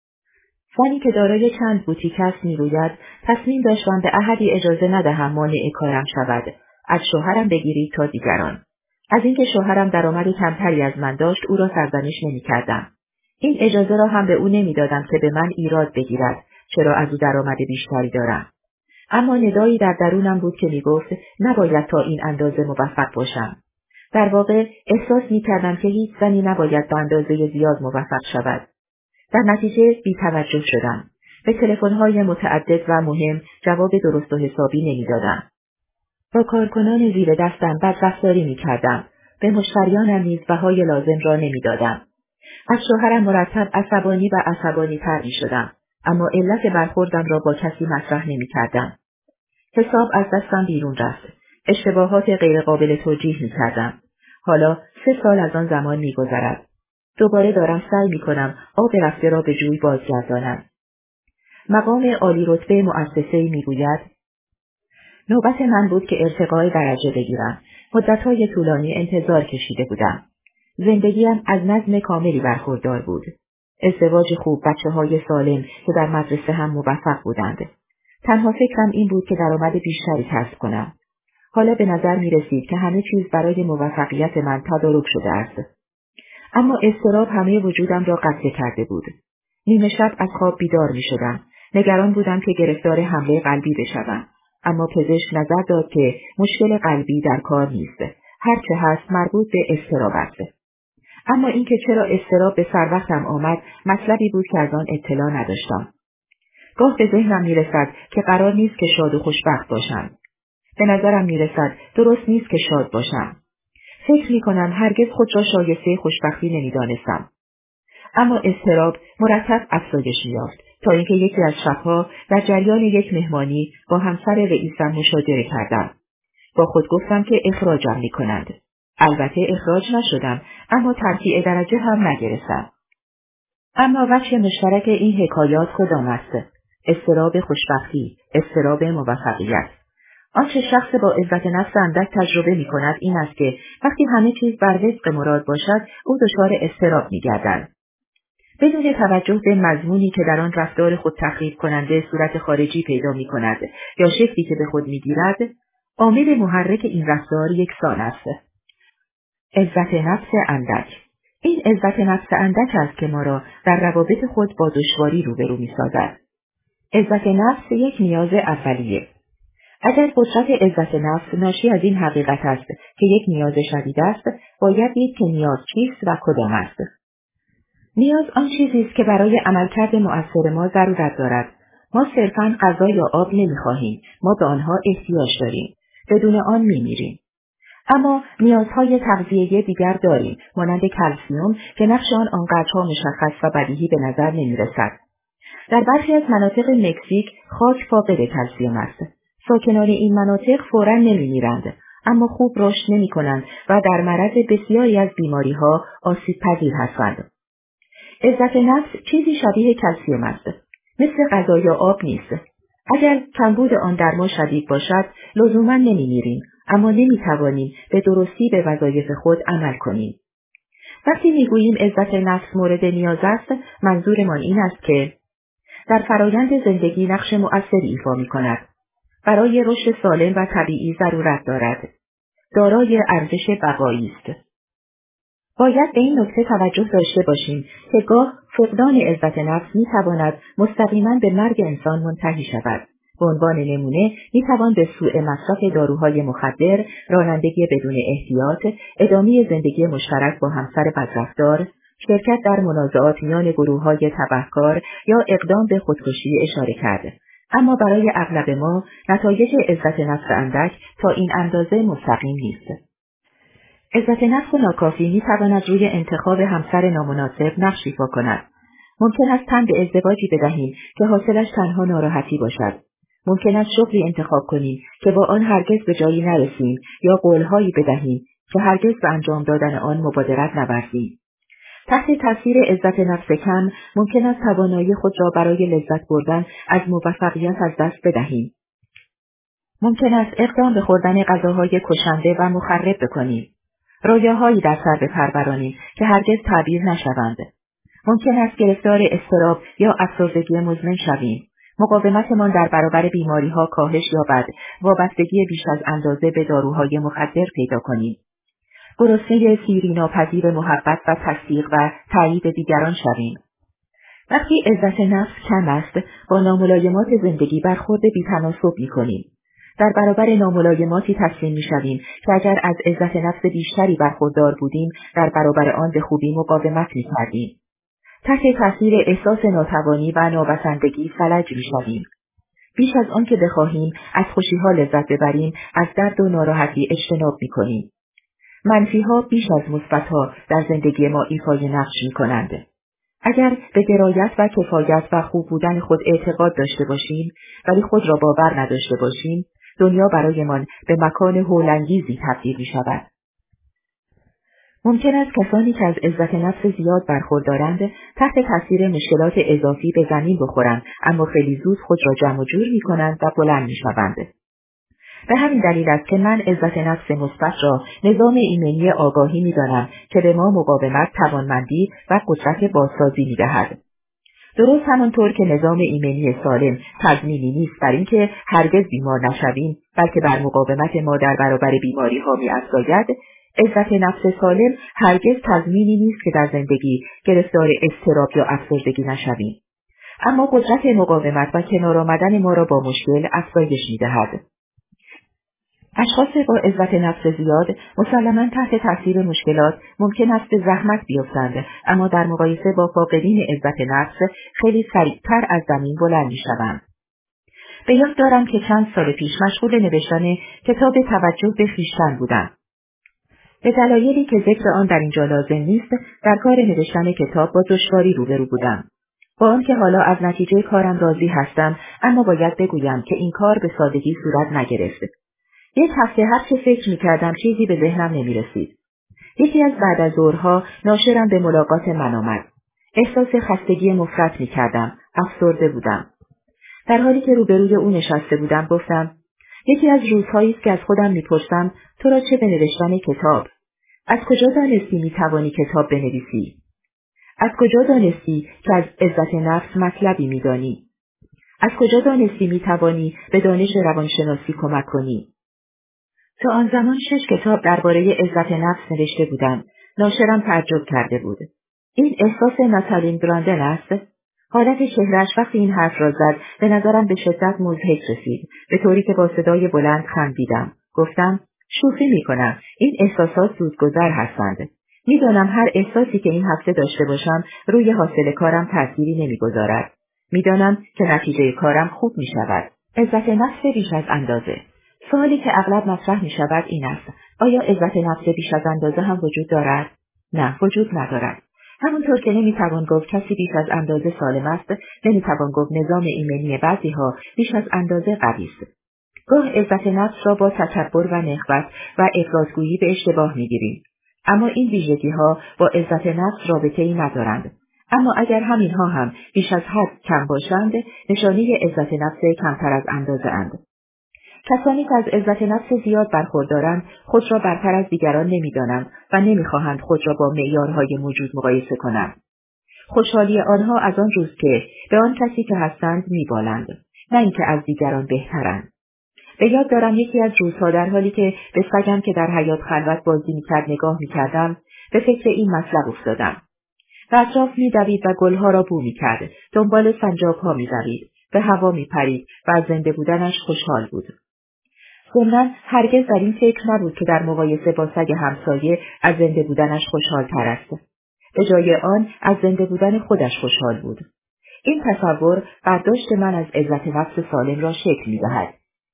زنی که دارای چند بوتیک است می‌گوید تصمیم داشتم به احدی اجازه ندهم مانع کارم شود. از شوهرم بگیرید تا دیگران. از اینکه شوهرم درآمد کمتری از من داشت او را سرزنش نمی‌کردم. این اجازه را هم به او نمی‌دادم که به من ایراد بگیرد چرا از او درآمد بیشتری دارم. اما ندایی در درونم بود که می‌گفت نباید تا این اندازه موفق باشم. در واقع احساس می‌کردم که هیچ زنی نباید به اندازه زیاد موفق شود. در نتیجه بی‌توجه شدم. به تلفن‌های متعدد و مهم جواب درست و حسابی نمی‌دادم. با کارکنان زیر دستم بدرفتاری می‌کردم. به مشتریانم نیز بهای لازم را نمی‌دادم. از شوهرم مرتب عصبانی و عصبانی‌تر می‌شدم، اما علت برخوردم را با کسی مطرح نمی‌کردم. حساب از دستم بیرون رفت. اشتباهات غیرقابل توجیه می‌کردم. حالا 3 سال از آن زمان می‌گذرد. دوباره دارم سعی می‌کنم آب رفته را به جوی بازگردانم. مقام عالی رتبه مؤسسه‌ای می‌گوید نوبت من بود که ارتقای درجه بگیرم. مدت‌های طولانی انتظار کشیده بودم. زندگیم از نظم کاملی برخوردار بود. ازدواج خوب، بچه‌های سالم که در مدرسه هم موفق بودند. تنها فکرم این بود که درآمد بیشتری کسب کنم. حالا به نظر می رسید که همه چیز برای موفقیت من تدارک شده است. اما اضطراب همه وجودم را قطع کرده بود. نیمه شب از خواب بیدار می شدم. نگران بودم که گرفتار حمله قلبی بشوم. اما پزشک نظر داد که مشکل قلبی در کار نیست. هر چه هست مربوط به اضطراب است. اما اینکه چرا اضطراب به سر وقتم آمد مطلبی بود که از آن اطلاع نداشتم. گاه به ذهنم می رسد که قرار نیست که شاد و خوشبخت باشم. به نظرم می رسد درست نیست که شاد باشم. فکر می کنم هرگز خود را شایسته خوشبختی نمی دانستم. اما اضطراب مرتب افزایش یافت تا اینکه یکی از شبها در جریان یک مهمانی با همسر رئیسم مشاجره کردم. با خود گفتم که اخراجم می کنند. البته اخراج نشدم اما ترفیع درجه هم نگرفتم. اما وجه مشترک این حکایات کدام است؟ اضطراب خوشبختی، اضطراب موفقیت. آنچه شخص با عزت نفس اندک تجربه می کند این است که وقتی همه چیز بر وفق مراد باشد او دچار اضطراب می گردد. بدون توجه به مضمونی که در آن رفتار خود تخریب کننده صورت خارجی پیدا می کند یا شکلی که به خود می گیرد، عامل محرک این رفتار یکسان است. عزت نفس اندک. این عزت نفس اندک است که ما را در روابط خود با دشواری روبرو می سازد. عزت نفس یک نیاز اولیه. اگر قدرت عزت نفس ناشی از این حقیقت است که یک نیاز شدید است، باید دید که نیاز چیست و کدام است. نیاز آن چیزی است که برای عملکرد مؤثر ما ضرورت دارد. ما صرفاً غذا یا آب نمی‌خواهیم، ما به آنها احتیاج داریم. بدون آن می‌میریم. اما نیازهای تغذیه‌ای دیگر داریم، مانند کلسیم که نقش آن آنقدرها مشخص و بدیهی به نظر نمی‌رسد. در برخی از مناطق مکزیک خاک فاقد کلسیم است. ساکنان این مناطق فوراً نمی‌میرند، اما خوب رشد نمی‌کنند و در معرض بسیاری از بیماری‌ها آسیب‌پذیر هستند. عزت نفس چیزی شبیه کلسیم است. مثل غذا یا آب نیست. اگر کمبود آن در ما شدید باشد، لزوما نمی‌میریم، اما نمی‌توانیم به درستی به وظایف خود عمل کنیم. وقتی می‌گوییم عزت نفس مورد نیاز است، منظورمان این است که در فرایند زندگی نقش مؤثری ایفا می‌کند. برای رشد سالم و طبیعی ضرورت دارد. دارای ارزش بقایی است. باید به این نکته توجه داشته باشیم که گاه فقدان عزت نفس می‌تواند مستقیما به مرگ انسان منتهی شود. به عنوان نمونه می‌توان به سوء مصرف داروهای مخدر، رانندگی بدون احتیاط، ادامه زندگی مشترک با همسر بدرفتار، شرکت در منازعات میان گروه‌های تبهکار یا اقدام به خودکشی اشاره کرد. اما برای اغلب ما نتایج عزت نفس اندک تا این اندازه مستقیم نیست. عزت نفس ناکافی می‌تواند روی انتخاب همسر نامناسب نقش ایفا کند. ممکن است تن به ازدواجی بدهیم که حاصلش تنها ناراحتی باشد. ممکن است شغلی انتخاب کنیم که با آن هرگز به جایی نرسیم یا قولهایی بدهیم که هرگز به انجام دادن آن مبادرت نورزیم. تحت تاثیر عزت نفس کم ممکن است توانایی خود را برای لذت بردن از موفقیت از دست بدهیم. ممکن است اقدام به خوردن غذاهای کشنده و مخرب بکنیم. رویاهایی در سر بپرورانیم که هرگز تعبیر نشوند. ممکن است گرفتار اضطراب یا افسردگی مزمن شویم. مقاومتمان در برابر بیماری‌ها کاهش یابد، وابستگی بیش از اندازه به داروهای مخدر پیدا کنیم. گرسنه سیری ناپذیر محبت و تصدیق و تایید دیگران شویم. وقتی عزت نفس کم است، با ناملایمات زندگی برخورد بی‌تناسب می‌کنیم. در برابر ناملایماتی تسلیم می‌شویم که اگر از عزت نفس بیشتری برخوردار بودیم، در برابر آن به خوبی مقاومت می‌کردیم. تحت تاثیر احساس ناتوانی و نابسندگی فلج می‌شویم. بیش از آن که بخواهیم از خوشی‌ها لذت ببریم، از درد و ناراحتی اجتناب می‌کنیم. منفی‌ها بیش از مثبت‌ها در زندگی ما ایفای نقش می‌کنند. اگر به درایت و کفایت و خوب بودن خود اعتقاد داشته باشیم، ولی خود را باور نداشته باشیم، دنیا برایمان به مکان هول‌انگیزی تبدیل می‌شود. ممکن است کسانی که از عزت نفس زیاد برخوردارند تحت تاثیر مشکلات اضافی به زمین بخورند، اما خیلی زود خود را جمع و جور می‌کنند و بلند می‌شوند. به همین دلیل است که من عزت نفس مثبت را نظام ایمنی آگاهی می‌دانم که به ما مقاومت، توانمندی و قدرت بازسازی می‌دهد. درست همانطور که نظام ایمنی سالم تضمینی نیست بر اینکه هرگز بیمار نشویم، بلکه بر مقاومت ما در برابر بیماری‌ها می‌افزاید، عزت نفس سالم هرگز تضمینی نیست که در زندگی گرفتار اضطراب یا افسردگی نشویم. اما قدرت مقاومت و کنار آمدن ما را با مشکل افزایش می‌دهد. اشخاص با عزت نفس زیاد مسلماً تحت تاثیر مشکلات ممکن است به زحمت بیفتند، اما در مقایسه با فاقدین عزت نفس خیلی سریعتر از زمین بلند می‌شوند. به یاد دارم که چند سال پیش مشغول نوشتن کتاب توجه به خویشتن بودم. به دلایلی که ذکر آن در اینجا لازم نیست، در کار نوشتن کتاب با دشواری روبرو بودم. با آنکه حالا از نتیجه کارم راضی هستم، اما باید بگویم که این کار به سادگی صورت نگرفت. یک هفته هر چه فکر می‌کردم چیزی به ذهنم نمی‌رسید. یکی از بعد از ظهرها ناشرم به ملاقات من آمد. احساس خستگی مفرط می‌کردم، افسرده بودم. در حالی که روبروی او نشسته بودم گفتم: یکی از روزهایی است که از خودم می‌پرسم تو را چه به نوشتن کتاب؟ از کجا دانستی می‌توانی کتاب بنویسی؟ از کجا دانستی که از عزت نفس مطلبی می‌دانی؟ از کجا دانستی می‌توانی به دانش روانشناسی کمک کنی؟ تا آن زمان 6 کتاب درباره عزت نفس نوشته بودم. ناشرم تعجب کرده بود. این احساس ناتالین براندن است؟ حالت چهره‌اش وقتی این حرف را زد به نظرم به شدت مضحک رسید، به طوری که با صدای بلند خندیدم. گفتم شوخی می‌کنم. این احساسات زودگذر هستند. می‌دانم هر احساسی که این هفته داشته باشم روی حاصل کارم تأثیری نمی‌گذارد. می‌دانم که نتیجه کارم خوب می‌شود. عزت نفس بیش از اندازه. سوالی که اغلب مطرح می‌شود این است: آیا عزت نفس بیش از اندازه هم وجود دارد؟ نه، وجود ندارد. همونطور که نمی‌توان گفت کسی بیش از اندازه سالم است، نمی‌توان گفت نظام ایمنی بعضی‌ها بیش از اندازه قوی است. گاه عزت نفس را با تکبر و نخوت و افراط‌گویی به اشتباه می‌گیریم. اما این ویژگی‌ها با عزت نفس رابطه‌ای ندارند. اما اگر همین‌ها هم بیش از حد کم باشند، نشانه عزت نفس کمتر از اندازه اند. کسانی که از عزت نفس زیاد برخوردارند خود را برتر از دیگران نمی‌دانند و نمی‌خواهند خود را با معیارهای موجود مقایسه کنند. خوشحالی آنها از آن روز که به آن کسی که هستند می‌بالند، نه اینکه از دیگران بهترند. به یاد دارم یکی از روزها در حالی که به سگم که در حیاط خلوت بازی می‌کرد نگاه می‌کردم، به فکر این مطلب افتادم. به اطراف می‌دوید و گلها را بو می‌کرد، دنبال سنجاب‌ها می‌دوید، به هوا می‌پرید و از زنده بودنش خوشحال بود. ضمناً هرگز در این فکر نبود که در مقایسه با سگ همسایه از زنده بودنش خوشحال‌تر است. به جای آن از زنده بودن خودش خوشحال بود. این تصور برداشت من از عزت نفس سالم را شکل می‌دهد.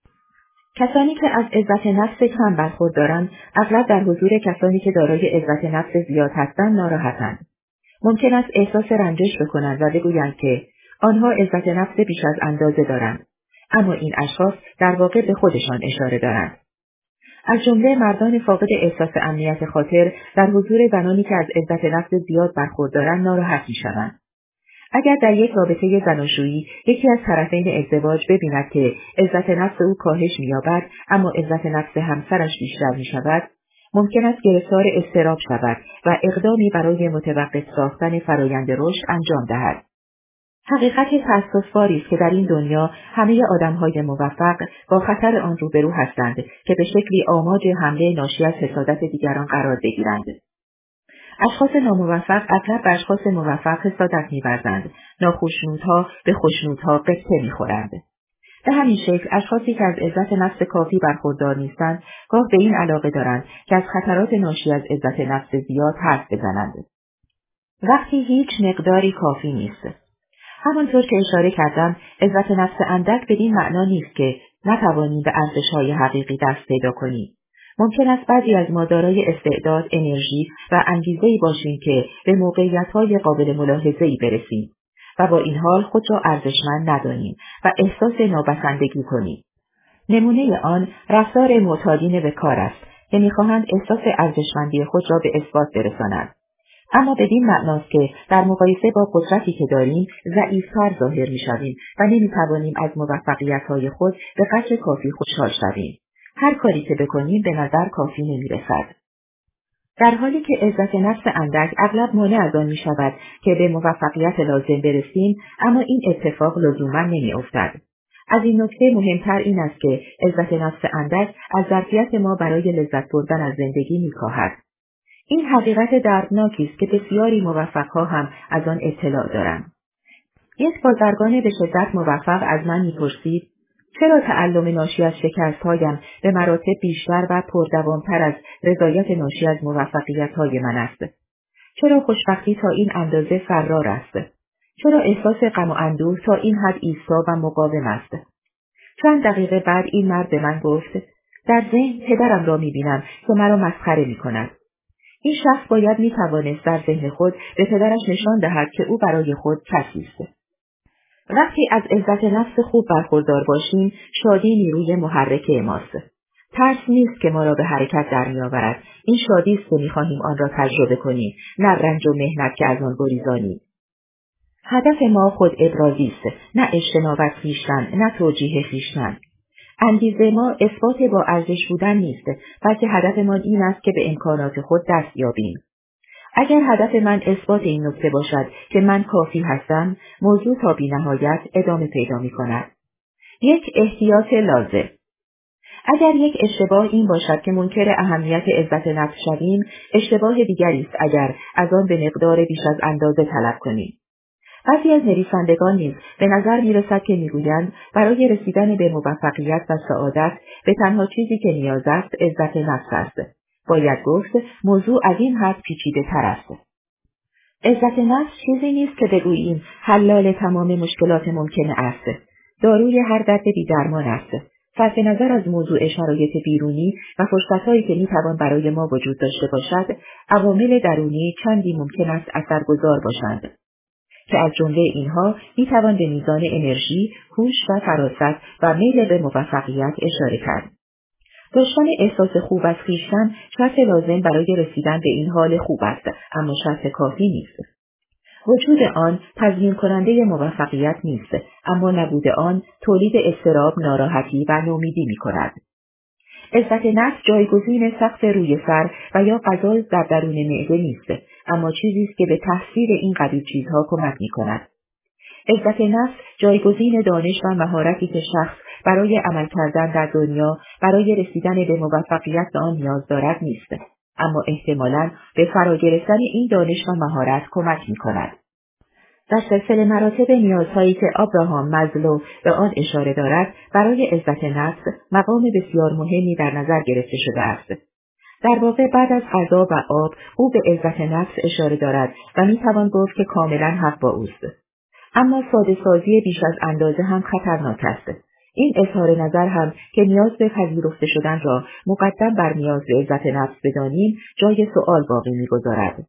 کسانی که از عزت نفس کم برخوردارند اغلب در حضور کسانی که دارای عزت نفس زیاد هستند ناراحتند. ممکن است احساس رنجش بکنند و بگویند که آنها عزت نفس بیش از اندازه دارند، اما این اشخاص در واقع به خودشان اشاره دارند. از جمله مردان فاقد احساس امنیت خاطر در حضور زنانی که از عزت نفس زیاد برخوردارند ناراحت می‌شوند. اگر در یک رابطه زناشویی یکی از طرفین ازدواج ببیند که عزت نفس او کاهش می‌یابد اما عزت نفس همسرش بیشتر می‌شود، ممکن است گرفتار اضطراب شود و اقدامی برای متوقف ساختن فرایند رشد انجام دهد. حقیقت تأسف‌باری است که در این دنیا همه آدم‌های موفق با خطر آن روبرو هستند که به شکلی آماج حمله ناشی از حسادت دیگران قرار بگیرند. اشخاص ناموفق اغلب به اشخاص موفق حسادت می‌ورزند، ناخشنودها به خشنودها قصه می‌خورند. به همین شکل اشخاصی که از عزت نفس کافی برخوردار نیستند، گاه به این علاقه دارند که از خطرات ناشی از عزت نفس زیاد حرف بزنند. وقتی هیچ مقداری کافی نیست. همانطور که اشاره کردم، عزت نفس اندک بدین معنا نیست که نتوانیم به ارزش‌های حقیقی دست پیدا کنیم. ممکن است بعضی از ما دارای استعداد، انرژی و انگیزه‌ای باشیم که به موقعیت‌های قابل ملاحظه‌ای برسیم و با این حال خود را ارزشمند ندانیم و احساس نابسندگی کنیم. نمونه آن رفتار معتادین به کار است که می‌خواهند احساس ارزشمندی خود را به اثبات برسانند. اما بدین معناست که در مقایسه با قدرتی که داریم ضعیف‌تر ظاهر می‌شویم و نمی‌توانیم از موفقیت‌های خود به قدر کافی خوشحال شویم. هر کاری که بکنیم به نظر کافی نمی‌رسد. در حالی که عزت نفس اندک اغلب مانع از آن می‌شود که به موفقیت لازم برسیم، اما این اتفاق لزوما نمی‌افتد. از این نکته مهمتر این است که عزت نفس اندک از ظرفیت ما برای لذت بردن از زندگی می‌کاهد. این حقیقت دردناکی است که بسیاری موفق‌ها هم از آن اطلاع دارند. یک بازرگان به شدت موفق از من می‌پرسید چرا تعلم ناشی از شکست‌هایم به مراتب بیشتر و پردوامتر از رضایت ناشی از موفقیت‌های من است؟ چرا خوشبختی تا این اندازه فرار است؟ چرا احساس غم و اندوه تا این حد ایستا و مقاوم است؟ چند دقیقه بعد این مرد به من گفت در ذهن پدرم را می‌بینم که مرا مسخره می‌کند. این شخص باید می‌توانست در ذهن خود به پدرش نشان دهد که او برای خود کسی است. وقتی از عزت نفس خوب برخوردار باشیم، شادی نیروی محرک ماست. ترس نیست که ما را به حرکت در می‌آورد. این شادی است که می‌خواهیم آن را تجربه کنیم، نه رنج و محنت که از آن گریزانیم. هدف ما خود ابرازی است، نه اجتناب از خویشتن، نه توجیه خویشتن. انگیزه ما اثبات با ارزش بودن نیست، بلکه هدفمان این است که به امکانات خود دست یابیم. اگر هدف من اثبات این نکته باشد که من کافی هستم، موضوع تا بی‌نهایت ادامه پیدا می‌کند. یک احتیاط لازم. اگر یک اشتباه این باشد که منکر اهمیت عزت نفس شویم، اشتباه دیگری است اگر از آن به مقدار بیش از اندازه طلب کنیم. بعضی از نویسندگان نیز به نظر می‌رسد که می‌گویند برای رسیدن به موفقیت و سعادت به تنها چیزی که نیاز است عزت نفس است. باید گفت موضوع از این حد پیچیده‌تر است. عزت نفس چیزی نیست که بگوییم حلال تمام مشکلات ممکنه است. داروی هر درد بی‌درمان است. صرف نظر از موضوع شرایط بیرونی و فرصت‌هایی که می‌توان برای ما وجود داشته باشد، عوامل درونی چندی ممکن است اثرگذار باشند که از جمله اینها می‌توان به میزان انرژی، هوش و فراست و میل به موفقیت اشاره کرد. داشتن احساس خوب از خویشتن شرط لازم برای رسیدن به این حال خوب است، اما شرط کافی نیست. وجود آن تضمین کننده موفقیت نیست، اما نبود آن تولید اضطراب، ناراحتی و نومیدی می‌کند. عزت نفس جایگزین سقف روی سر و یا غذا در درون معده نیست، اما چیزی است که به تحصیل این قبیل چیزها کمک می‌کند. عزت نفس جایگزین دانش و مهارتی که شخص برای عمل کردن در دنیا، برای رسیدن به موفقیت به آن نیاز دارد نیست، اما احتمالاً به فرا گرفتن این دانش و مهارت کمک می‌کند. در سلسله مراتب نیازهایی که آبراهام مازلو به آن اشاره دارد، برای عزت نفس مقام بسیار مهمی در نظر گرفته شده است. در واقع بعد از غذا و آب، او به عزت نفس اشاره دارد و میتوان گفت که کاملا حق با اوست. اما ساده سازی بیش از اندازه هم خطرناک است. این اظهار نظر هم که نیاز به پذیرفته شدن را مقدم بر نیاز به عزت نفس بدانیم، جای سؤال باقی میگذارد.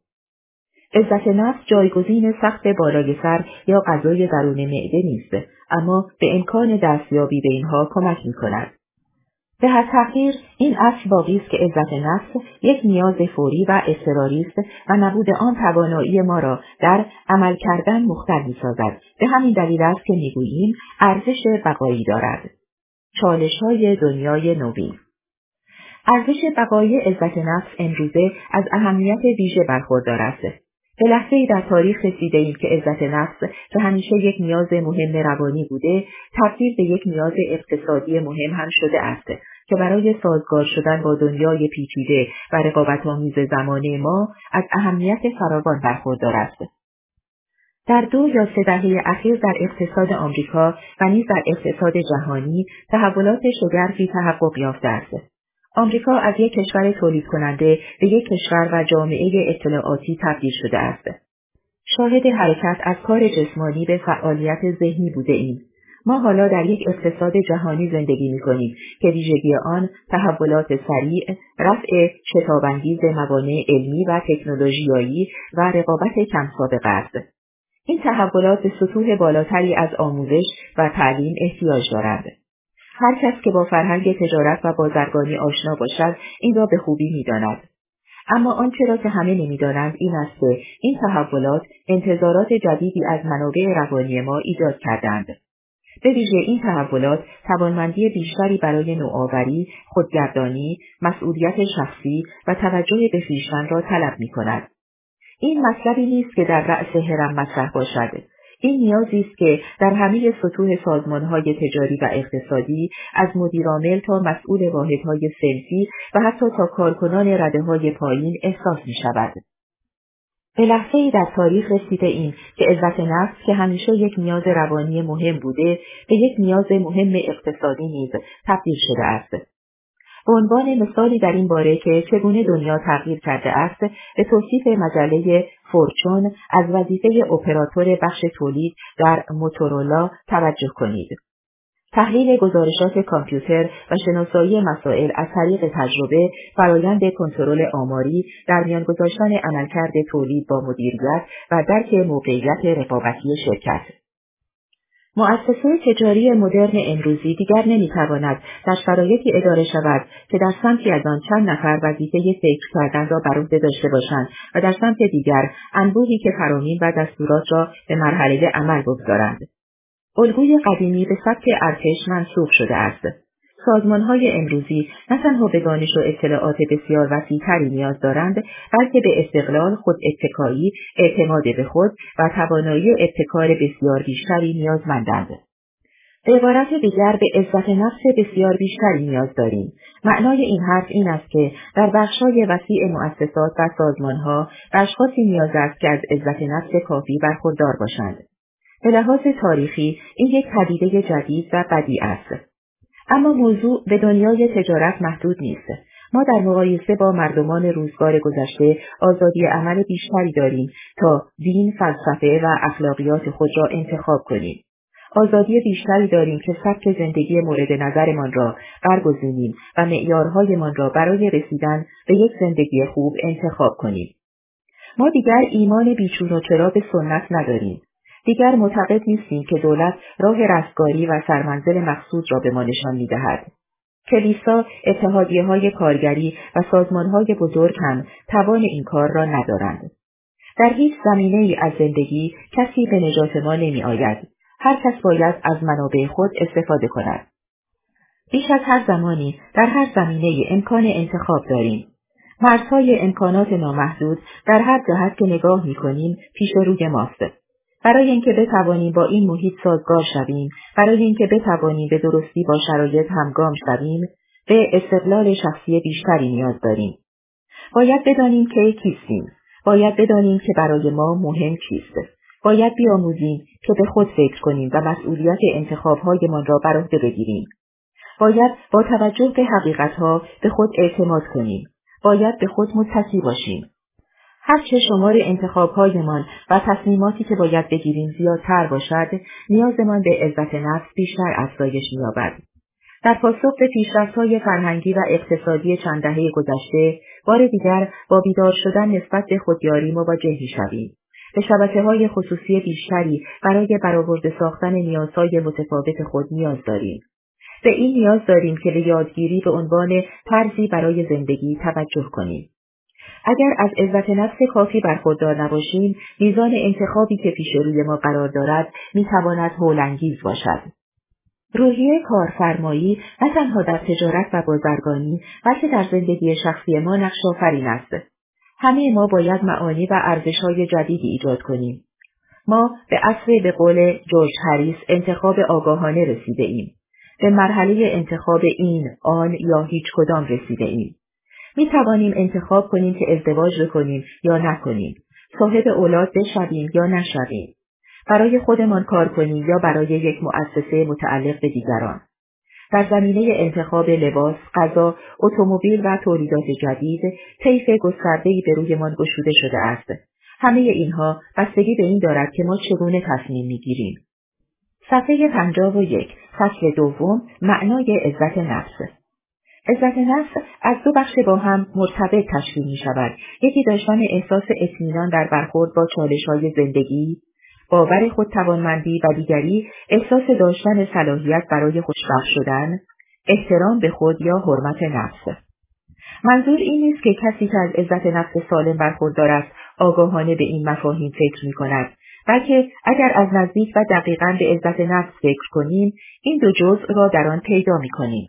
عزت نفس جایگزین سقف بالای سر یا غذای درون معده نیست، اما به امکان دستیابی به اینها کمک می‌کند. به هر تحقیر این اصل باقی است که عزت نفس یک نیاز فوری و اضطراری است و نبود آن توانایی ما را در عمل کردن مختل می‌سازد. به همین دلیل است که می‌گوییم ارزش بقایی دارد. چالش‌های دنیای نوین. ارزش بقایی عزت نفس امروزه از اهمیت ویژه برخوردار است. به لحظه‌ای در تاریخ رسیده‌ایم که عزت نفس که همیشه یک نیاز مهم روانی بوده، تبدیل به یک نیاز اقتصادی مهم هم شده است که برای سازگار شدن با دنیای پیچیده و رقابت‌آمیز زمانه ما از اهمیت فراوان برخوردار است. در 2 یا 3 دهه اخیر در اقتصاد آمریکا و نیز در اقتصاد جهانی تحولات شگرفی تحقق یافته است. آمریکا از یک کشور تولید کننده به یک کشور و جامعه اطلاعاتی تبدیل شده است. شاهد حرکت از کار جسمانی به فعالیت ذهنی بوده ایم. ما حالا در یک اقتصاد جهانی زندگی می‌کنیم که ویژگی آن تحولات سریع، رفع شتاب‌انگیز موانع علمی و تکنولوژیایی و رقابت کم سابقه است. این تحولات به سطوح بالاتری از آموزش و تعلیم احتیاج دارند. هر کس که با فرهنگ تجارت و بازرگانی آشنا باشد این را به خوبی می‌داند. اما آنچه را که همه نمی‌دانند این است که این تحولات انتظارات جدیدی از منابع روانی ما ایجاد کردند. به ویژه این تحولات توانمندی بیشتری برای نوآوری، خودگردانی، مسئولیت شخصی و توجه به خویشتن را طلب می‌کند. این مطلبی نیست که در رأس هرم مطرح باشد. این نیازی است که در همه سطوح سازمان‌های تجاری و اقتصادی، از مدیرعامل تا مسئول واحدهای صنفی و حتی تا کارکنان رده‌های پایین احساس می‌شود. به لحظه‌ای در تاریخ رسیده ایم که عزت نفس که همیشه یک نیاز روانی مهم بوده، به یک نیاز مهم اقتصادی نیز تبدیل شده است. به عنوان مثالی در این باره که چگونه دنیا تغییر کرده است، به توصیف مجله فورچون از وظیفه اپراتور بخش تولید در موتورولا توجه کنید. تحلیل گزارشات کامپیوتر و شناسایی مسائل از طریق تجربه، فرایند کنترل آماری، در میان گذاشتن عملکرد تولید با مدیریت و درک موقعیت رقابتی شرکت. مؤسسه تجاری مدرن امروزی دیگر نمی‌تواند در شرایطی اداره شود که در سمتی از آن چند نفر وظیفه فکر کردن را بر عهده داشته باشند و در سمت دیگر انبوهی که فرامین و دستورات را به مرحله عمل بگذارند. الگوی قدیمی به سبک ارتش منسوخ شده است. سازمان‌های امروزی نه تنها به دانش و اطلاعات بسیار وسیع‌تری نیاز دارند، بلکه به استقلال، خوداتکایی، اعتماد به خود و توانایی ابتکار بسیار بیشتری نیازمندند. به عبارت دیگر به عزت نفس بسیار بیشتری نیاز داریم. معنای این حرف این است که در بخش‌های وسیع مؤسسات و سازمان‌ها اشخاصی نیاز است که از عزت نفس کافی برخوردار باشند. به لحاظ تاریخی این یک پدیده جدید و بدیع است. اما موضوع به دنیای تجارت محدود نیست. ما در مقایسه با مردمان روزگار گذشته آزادی عمل بیشتری داریم تا دین، فلسفه و اخلاقیات خود را انتخاب کنیم. آزادی بیشتری داریم که سبک زندگی مورد نظرمان را برگزینیم و معیارهایمان را برای رسیدن به یک زندگی خوب انتخاب کنیم. ما دیگر ایمان بیچون و چرا به سنت نداریم. دیگر معتقد نیستیم که دولت راه رستگاری و سرمنزل مقصود را به ما نشان می‌دهد. کلیسا، اتحادیه‌های کارگری و سازمان‌های بزرگ هم توان این کار را ندارند. در هیچ زمینه‌ای از زندگی کسی به نجات ما نمی‌آید. هر کس باید از منابع خود استفاده کند. بیش از هر زمانی در هر زمینه امکان انتخاب داریم. مرزهای امکانات نامحدود در هر جهت که نگاه می‌کنیم پیش روی ماست. برای اینکه بتوانیم با این محیط سازگار شویم، برای اینکه بتوانیم به درستی با شرایط همگام شویم، به استقلال شخصی بیشتری نیاز داریم. باید بدانیم که کیستیم. باید بدانیم که برای ما مهم چیست. باید بیاموزیم که به خود فکر کنیم و مسئولیت انتخاب‌هایمان را بر عهده بگیریم. باید با توجه به حقیقت‌ها به خود اعتماد کنیم. باید به خود متکی باشیم. هرچه شمار انتخاب‌هایمان و تصمیماتی که باید بگیریم زیادتر باشد، نیازمان به عزت نفس بیشتر افزایش می‌یابد. در پاسخ به پیشرفت‌های فرهنگی و اقتصادی چند دهه گذشته، بار دیگر با بیدار شدن نسبت به خودیاری مواجه می‌شویم. به شبکه‌های خصوصی بیشتری برای برآورده ساختن نیازهای متفاوت خود نیاز داریم. به این نیاز داریم که به یادگیری به عنوان طرزی برای زندگی توجه کنیم. اگر از عزت نفس کافی برخوردار نباشیم، میزان انتخابی که پیش روی ما قرار دارد میتواند هولانگیز باشد. روحیه کارفرمایی نه تنها در تجارت و بازرگانی، بلکه در زندگی شخصی ما نقش‌آفرین است. همه ما باید معانی و ارزش‌های جدیدی ایجاد کنیم. ما به عصر به قول جورج هریس انتخاب آگاهانه رسیده ایم. به مرحله انتخاب این، آن یا هیچ کدام رسیده ایم. می توانیم انتخاب کنیم که ازدواج بکنیم یا نکنیم، صاحب اولاد بشویم یا نشویم، برای خودمان کار کنیم یا برای یک مؤسسه متعلق به دیگران. در زمینه انتخاب لباس، غذا، اتومبیل و تولیدات جدید، طیف گسترده‌ای به رویمان گشوده شده است. همه اینها بستگی به این دارد که ما چگونه تصمیم می‌گیریم. صفحه 51، فصل دوم، معنای عزت نفس. عزت نفس از دو بخش با هم مرتبط تشکیل می شود. یکی داشتن احساس اطمینان در برخورد با چالش‌های زندگی، باور خودتوانمندی و دیگری احساس داشتن صلاحیت برای خوشبخت شدن، احترام به خود یا حرمت نفس. منظور این نیست که کسی که از عزت نفس سالم برخوردار است آگاهانه به این مفاهیم فکر می کند، بلکه اگر از نزدیک و دقیقاً به عزت نفس فکر کنیم، این دو جزء را در آن پیدا می کنیم.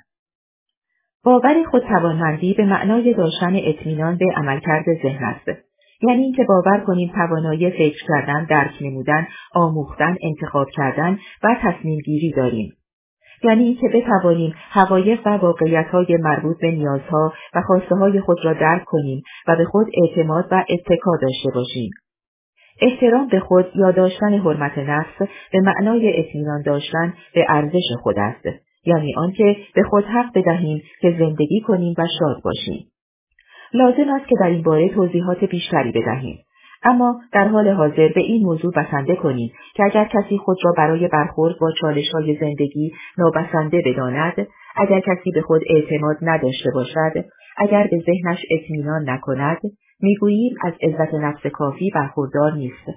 باور خودتوانمندی به معنای داشتن اطمینان به عملکرد ذهن است. یعنی اینکه باور کنیم توانایی فکر کردن، درک نمودن، آموختن، انتخاب کردن و تصمیم گیری داریم. یعنی اینکه بتوانیم حقایق و واقعیت‌های مربوط به نیازها و خواسته‌های خود را درک کنیم و به خود اعتماد و اتکا داشته باشیم. احترام به خود یا داشتن حرمت نفس به معنای اطمینان داشتن به ارزش خود است. یعنی آنکه به خود حق بدهیم که زندگی کنیم و شاد باشیم. لازم است که در این باره توضیحات بیشتری بدهیم. اما در حال حاضر به این موضوع بسنده کنیم که اگر کسی خود را برای برخورد با چالش‌های زندگی نابسنده بداند، اگر کسی به خود اعتماد نداشته باشد، اگر به ذهنش اطمینان نکند، میگوییم از عزت نفس کافی برخوردار نیست.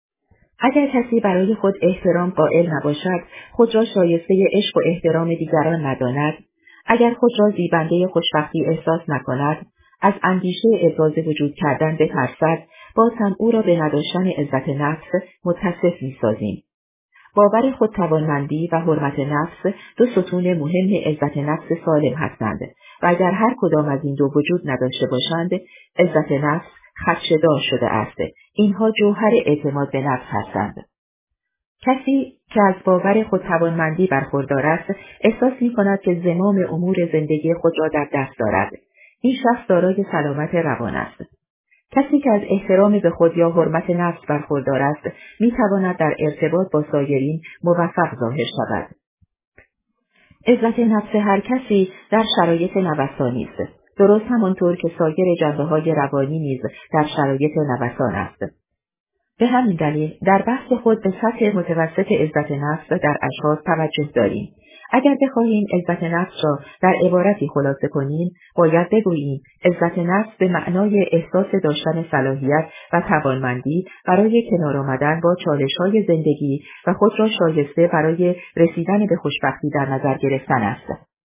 اگر کسی برای خود احترام قائل نباشد، خود را شایسته عشق و احترام دیگران نداند، اگر خود را زیبنده خوشبختی احساس نکند، از اندیشه ابراز وجود کردن بترسد، باز هم او را به نداشتن عزت نفس متصف می‌سازیم. باور خودتوانمندی و حرمت نفس دو ستون مهم عزت نفس سالم هستند و اگر هر کدام از این دو وجود نداشته باشند، عزت نفس خدشه‌دار شده است. اینها جوهر اعتماد به نفس هستند. کسی که از باور خودتوانمندی برخوردار است، احساس می‌کند که زمام امور زندگی خود را در دست دارد. این شخص دارای سلامت روان است. کسی که از احترام به خود یا حرمت نفس برخوردار است، می‌تواند در ارتباط با سایرین موفق ظاهر شود. عزت نفس هر کسی در شرایط نوسانی است. درست همانطور که سایر جنبه‌های روانی نیز در شرایط نوسان است. به همین دلیل در بحث خود به سطح متوسط عزت نفس در اشخاص توجه داریم. اگر بخواهیم عزت نفس را در عبارتی خلاصه کنیم، باید بگوییم عزت نفس به معنای احساس داشتن صلاحیت و توانمندی برای کنار آمدن با چالش‌های زندگی و خود را شایسته برای رسیدن به خوشبختی در نظر گرفتن است.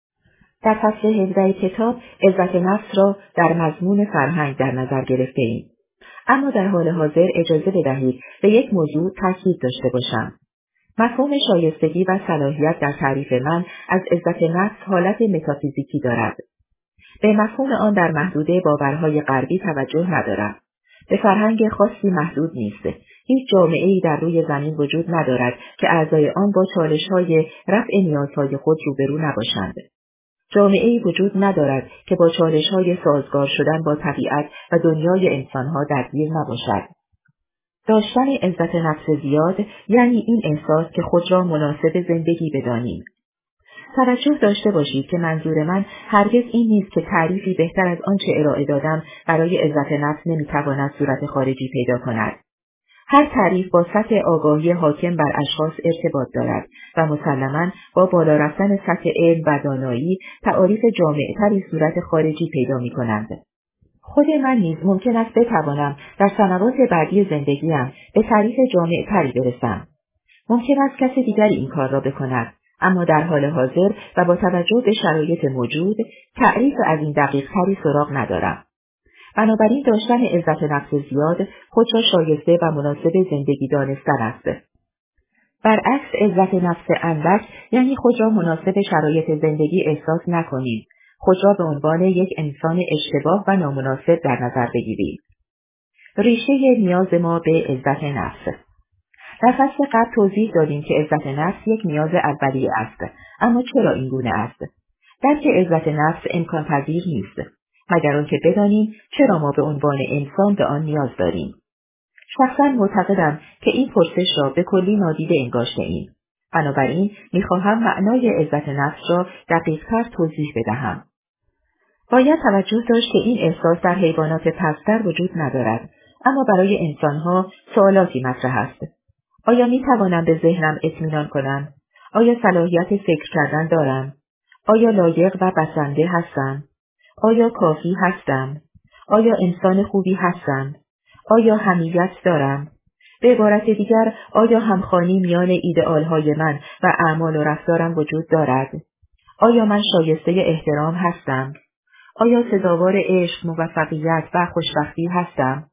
در فصل 17 کتاب عزت نفس را در مضمون فرهنگ در نظر گرفته‌ایم. اما در حال حاضر اجازه بدهید به یک موضوع تاکید داشته باشم. مفهوم شایستگی و صلاحیت در تعریف من از عزت نفس حالت متافیزیکی دارد. به مفهوم آن در محدوده باورهای غربی توجه ندارم. به فرهنگ خاصی محدود نیست. هیچ جامعه‌ای در روی زمین وجود ندارد که اعضای آن با چالش‌های رفع نیازهای خود روبرو نباشند. جامعه‌ای وجود ندارد که با چالش‌های سازگار شدن با طبیعت و دنیای انسان‌ها درگیر نباشد. داشتن عزت نفس زیاد یعنی این احساس که خود را مناسب زندگی بدانیم. توجه داشته باشید که منظور من هرگز این نیست که تعریفی بهتر از آنچه ارائه دادم برای عزت نفس نمی‌تواند صورت خارجی پیدا کند. هر تعریف با سطح آگاهی حاکم بر اشخاص ارتباط دارد و مسلماً با بالا رفتن سطح علم و دانایی تعاریف جامع‌تری صورت خارجی پیدا می‌کنند. خود من نیز ممکن است بتوانم در سنوات بعدی زندگیم به تعریف جامع‌تری برسم. ممکن است کسی دیگری این کار را بکند، اما در حال حاضر و با توجه به شرایط موجود تعریف از این دقیق‌تری سراغ ندارم. بنابراین داشتن عزت نفس زیاد خود را شایسته و مناسب زندگی دانستن است. برعکس عزت نفس اندک یعنی خود را مناسب شرایط زندگی احساس نکنیم. خود را به عنوان یک انسان اشتباه و نامناسب در نظر بگیریم. ریشه نیاز ما به عزت نفس. در فصل قبل توضیح دادیم که عزت نفس یک نیاز اولیه است. اما چرا این گونه است؟ درک عزت نفس امکان پذیر نیست، مگر آنکه بدانیم چرا ما به عنوان انسان به آن نیاز داریم. شخصا معتقدم که این پرسش را به کلی نادیده انگاشته‌ایم. بنابراین می‌خواهم معنای عزت نفس را دقیق‌تر توضیح بدهم. باید توجه داشت که این احساس در حیوانات پست‌تر وجود ندارد، اما برای انسان‌ها سوالاتی مطرح است. آیا می‌توانم به ذهنم اطمینان کنم؟ آیا صلاحیت فکر کردن دارم؟ آیا لایق و بسنده هستم؟ آیا کافی هستم؟ آیا انسان خوبی هستم؟ آیا حمیت دارم؟ به عبارت دیگر، آیا همخوانی میان ایدئال‌های من و اعمال و رفتارم وجود دارد؟ آیا من شایسته احترام هستم؟ آیا سزاوار عشق، موفقیت و خوشبختی هستم؟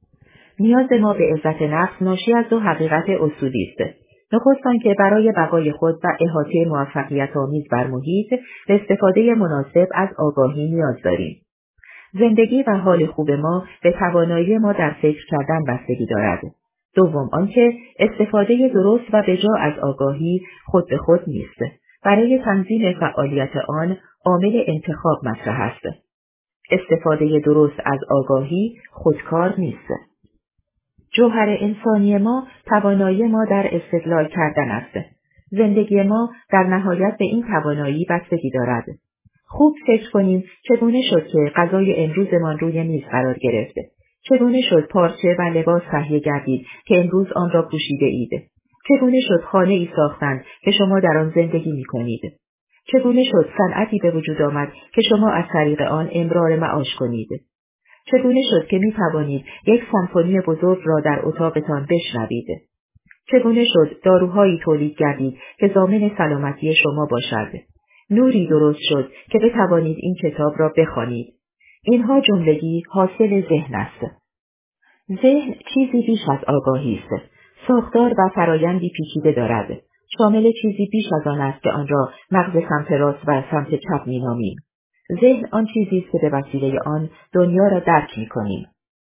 نیاز ما به عزت نفس ناشی از دو حقیقت اصولی است. نخست آنکه برای بقای خود و احاطه موفقیت‌آمیز بر محیط به استفاده مناسب از آگاهی نیاز داریم. زندگی و حال خوب ما به توانایی ما در فکر کردن بستگی دارد. دوم آنکه استفاده درست و بجا از آگاهی خود به خود نیست. برای تنظیم فعالیت آن عامل انتخاب مطرح است. استفاده درست از آگاهی خودکار نیست. جوهر انسانی ما توانایی ما در استدلال کردن است. زندگی ما در نهایت به این توانایی بستگی دارد. خوب فکر کنیم چگونه شد که غذای امروزمان روی میز قرار گرفت. چگونه شد پارچه و لباس تهیه گردید که امروز آن را پوشیده اید. چگونه شد خانه ای ساختند که شما در آن زندگی می کنید. چگونه شد صنعتی به وجود آمد که شما از طریق آن امرار معاش کنید. چگونه شد که می توانید یک سمفونی بزرگ را در اتاقتان بشنوید. چگونه شد داروهایی تولید گردید که ضامن سلامتی شما باشد. نوری درست شد که بتوانید این کتاب را بخوانید. اینها جملگی حاصل ذهن است. ذهن چیزی بیش از آگاهی است. ساختار و فرایندی پیچیده دارد. شامل چیزی بیش از آن است که آن را مغز سمت راست و سمت چپ می‌نامیم. ذهن آن چیزی است که به وسیله آن دنیا را درک می‌کنیم.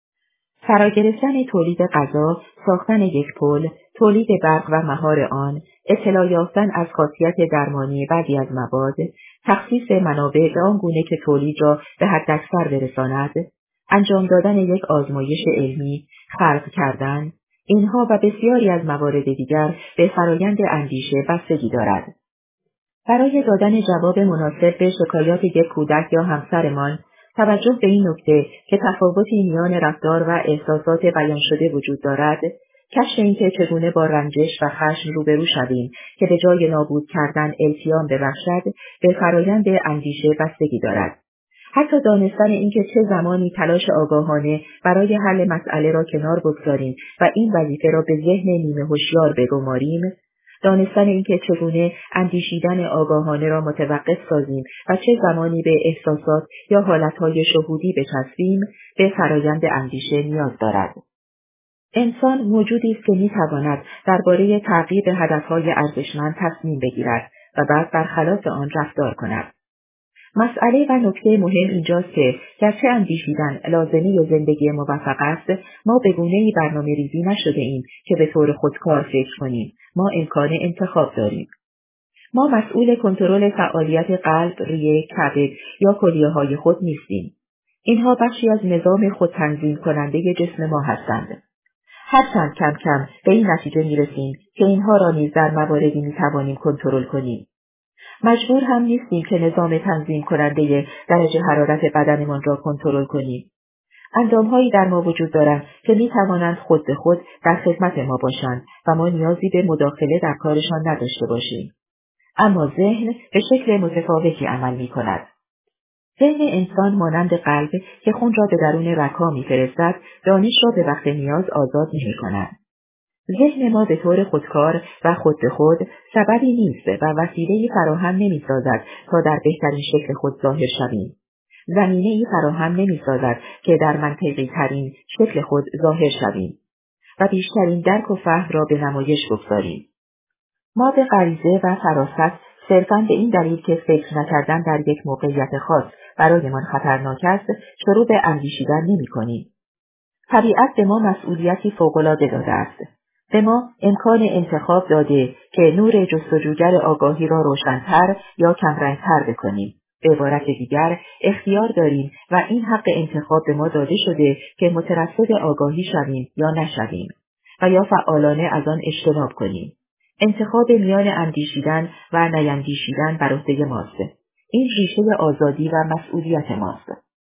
فرا گرفتن تولید غذا، ساختن یک پل، تولید برق و مهار آن، اطلاع یافتن از خاصیت درمانی بعضی از مواد، تخصیص منابع به آن گونه که تولید را به حداکثر برساند، انجام دادن یک آزمایش علمی، خلق کردن، اینها و بسیاری از موارد دیگر به فرایند اندیشه بستگی دارد. برای دادن جواب مناسب به شکایات یک کودک یا همسرمان، توجه به این نکته که تفاوتی میان رفتار و احساسات بیان شده وجود دارد، کشف اینکه چگونه با رنجش و خشم روبرو شویم که به جای نابود کردن التیام ببخشد، به فرایند اندیشه بستگی دارد. حتی دانستن اینکه چه زمانی تلاش آگاهانه برای حل مسئله را کنار بگذاریم و این وظیفه را به ذهن نیمه هوشیار بگماریم، دانستن اینکه چگونه اندیشیدن آگاهانه را متوقف سازیم و چه زمانی به احساسات یا حالتهای شهودی بچسبیم، به فرایند اندیشه نیاز دارد. انسان موجودی است که می‌تواند درباره تعقیب هدفهای ارزشمند تصمیم بگیرد و بعد برخلاف آن رفتار کند. مسئله و نکته مهم اینجاست که گرچه اندیشیدن لازمه زندگی موفق است، ما به گونه‌ای برنامه‌ریزی نشده ایم که به طور خودکار فکر کنیم. ما امکان انتخاب داریم. ما مسئول کنترل فعالیت قلب، ریه، کبد یا کلیه‌های خود نیستیم. اینها بخشی از نظام خودتنظیم کننده جسم ما هستند. هرچند کم کم به این نتیجه می‌رسیم که اینها را نیز در مواردی می‌توانیم کنترل کنیم. مجبور هم نیستیم که نظام تنظیم کننده درجه حرارت بدنمان را کنترل کنیم. اندام‌هایی در ما وجود دارند که می‌توانند خود به خود در خدمت ما باشند و ما نیازی به مداخله در کارشان نداشته باشیم. اما ذهن به شکل متفاوتی عمل می‌کند. ذهن انسان مانند قلب که خون را به درون رگ‌ها می‌فرستد، دانش را به وقت نیاز آزاد نمی‌کند. ذهن ما به طور خودکار و خود به خود سببی نیست و وسیله‌ای فراهم نمی‌سازد تا در بهترین شکل خود ظاهر شویم. زمینه‌ای فراهم نمی‌سازد که در منطقی ترین شکل خود ظاهر شویم و بیشترین درک و فهم را به نمایش بگذاریم. ما به غریزه و فراست صرفاً به این دلیل که فکر نکردن در یک موقعیت خاص برایمان خطرناک است، شروع به اندیشیدن نمی‌کنیم. طبیعت به ما مسئولیتی فوق‌العاده داده است. به ما امکان انتخاب داده که نور جستجوگر آگاهی را روشن‌تر یا کمرنگ‌تر بکنیم. به عبارت دیگر، اختیار داریم و این حق انتخاب به ما داده شده که مترصد آگاهی شویم یا نشویم و یا فعالانه از آن اجتناب کنیم. انتخاب میان اندیشیدن و نیندیشیدن بر عهده ماست. این ریشه آزادی و مسئولیت ماست.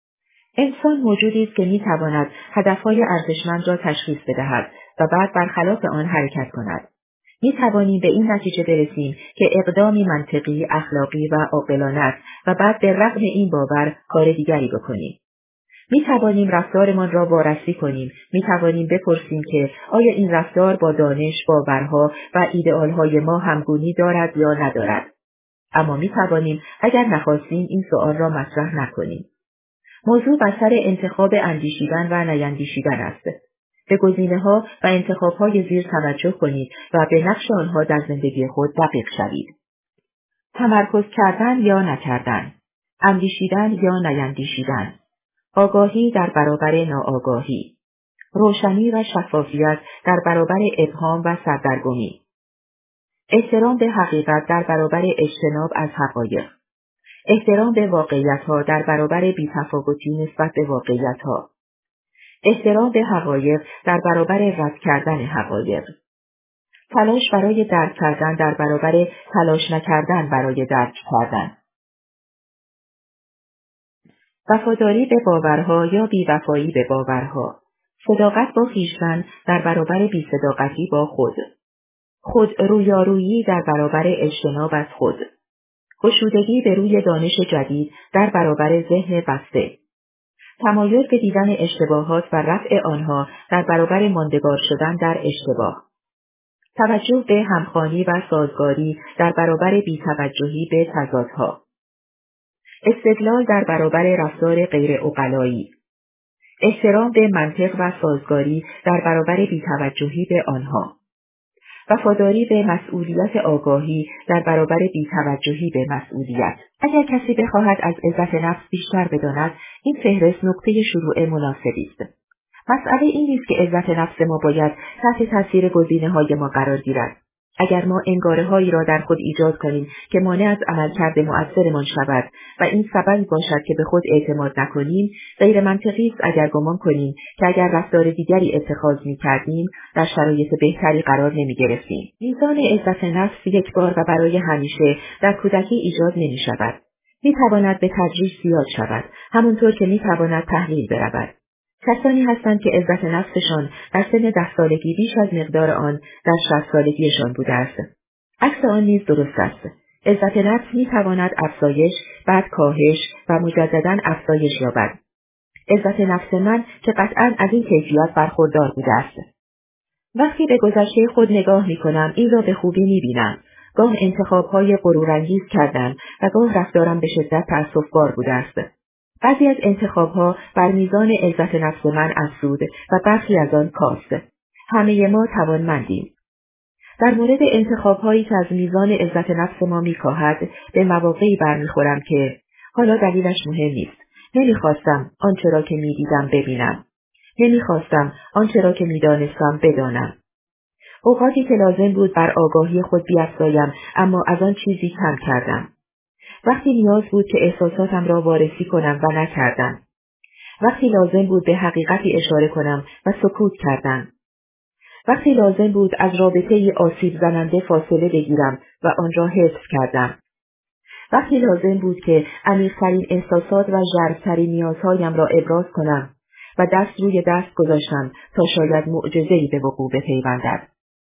انسان موجودی است که می‌تواند هدف‌های ارزشمند را تشخیص بدهد و بعد برخلاف آن حرکت کند. می‌توانیم به این نتیجه برسیم که اقدامی منطقی، اخلاقی و عاقلانه است و بعد به رغم این باور کار دیگری بکنیم. می‌توانیم رفتارمان را وارسی کنیم، می‌توانیم بپرسیم که آیا این رفتار با دانش، باورها و ایدئال‌های ما همگونی دارد یا ندارد. اما می‌توانیم اگر نخواستیم این سؤال را مطرح نکنیم. موضوع بر سر انتخاب اندیشیدن و نیندیشیدن است. به گزینه‌ها و انتخاب‌های زیر توجه کنید و به نقش آنها در زندگی خود دقیق شوید. تمرکز کردن یا نکردن، اندیشیدن یا نیندیشیدن، آگاهی در برابر ناآگاهی، روشنی و شفافیت در برابر ابهام و سردرگمی، احترام به حقیقت در برابر اجتناب از حقایق، احترام به واقعیت‌ها در برابر بی‌تفاوتی نسبت به واقعیت‌ها، احترام به حقایق در برابر رد کردن حقایق، تلاش برای درک کردن در برابر تلاش نکردن برای درک کردن، وفاداری به باورها یا بی‌وفایی به باورها، صداقت با خویشتن در برابر بی‌صداقتی با خود رویارویی در برابر اجتناب از خود، گشودگی به روی دانش جدید در برابر ذهن بسته، تمایل به دیدن اشتباهات و رفع آنها در برابر ماندگار شدن در اشتباه، توجه به همخوانی و سازگاری در برابر بی‌توجهی به تضادها، استدلال در برابر رفتار غیر عقلایی، احترام به منطق و سازگاری در برابر بی‌توجهی به آنها. وفاداری به مسئولیت آگاهی در برابر بی‌توجهی به مسئولیت. اگر کسی بخواهد از عزت نفس بیشتر بداند، این فهرست نقطه شروع مناسبی است. مسئله این نیست که عزت نفس ما باید تحت تاثیر گزینه‌های ما قرار گیرد. اگر ما انگاره‌هایی را در خود ایجاد کنیم که مانع از عملکرد مؤثرمان شود و این سبب باشد که به خود اعتماد نکنیم، غیر منطقی است اگر گمان کنیم که اگر رفتار دیگری اتخاذ می‌کردیم در شرایط بهتری قرار نمی‌گرفتیم. میزان عزت نفس یکبار و برای همیشه در کودکی ایجاد نمی‌شود. می‌تواند به تدریج زیاد شود، همانطور که می‌تواند تحلیل برود. کسانی هستند که عزت نفسشان در سن 10 سالگی بیش از مقدار آن در 60 سالگیشان بوده است. عکس آن نیز درست است. عزت نفس می‌تواند افزایش، بعد کاهش و مجدداً افزایش یابد. عزت نفس من که قطعاً از این کیفیت برخوردار بوده است. وقتی به گذشته خود نگاه می‌کنم این را به خوبی می‌بینم. گاه انتخاب‌های غرورانگیز کردم و گاه رفتارم به شدت تأسف‌بار بوده است. بعضی از انتخاب‌ها بر میزان عزت نفس من افزود و برخی از آن کاست. همه ما توانمندیم. در مورد انتخاب‌هایی که از میزان عزت نفس ما می‌کاهد، به مواقعی برمیخورم که حالا دلیلش مهم نیست. نمی‌خواستم آنچه را که می‌دیدم ببینم. نمی‌خواستم آنچه را که می‌دانستم بدانم. اوقاتی که لازم بود بر آگاهی خود بیفزایم، اما از آن چیزی کم کردم. وقتی نیاز بود که احساساتم را وارسی کنم و نکردم. وقتی لازم بود به حقیقتی اشاره کنم و سکوت کردم. وقتی لازم بود از رابطه‌ای آسیب زننده فاصله بگیرم و آن را حفظ کردم. وقتی لازم بود که عمیق‌ترین احساسات و ژرف‌ترین نیازهایم را ابراز کنم و دست روی دست گذاشتم تا شاید معجزه‌ای به وقوع بپیوندد.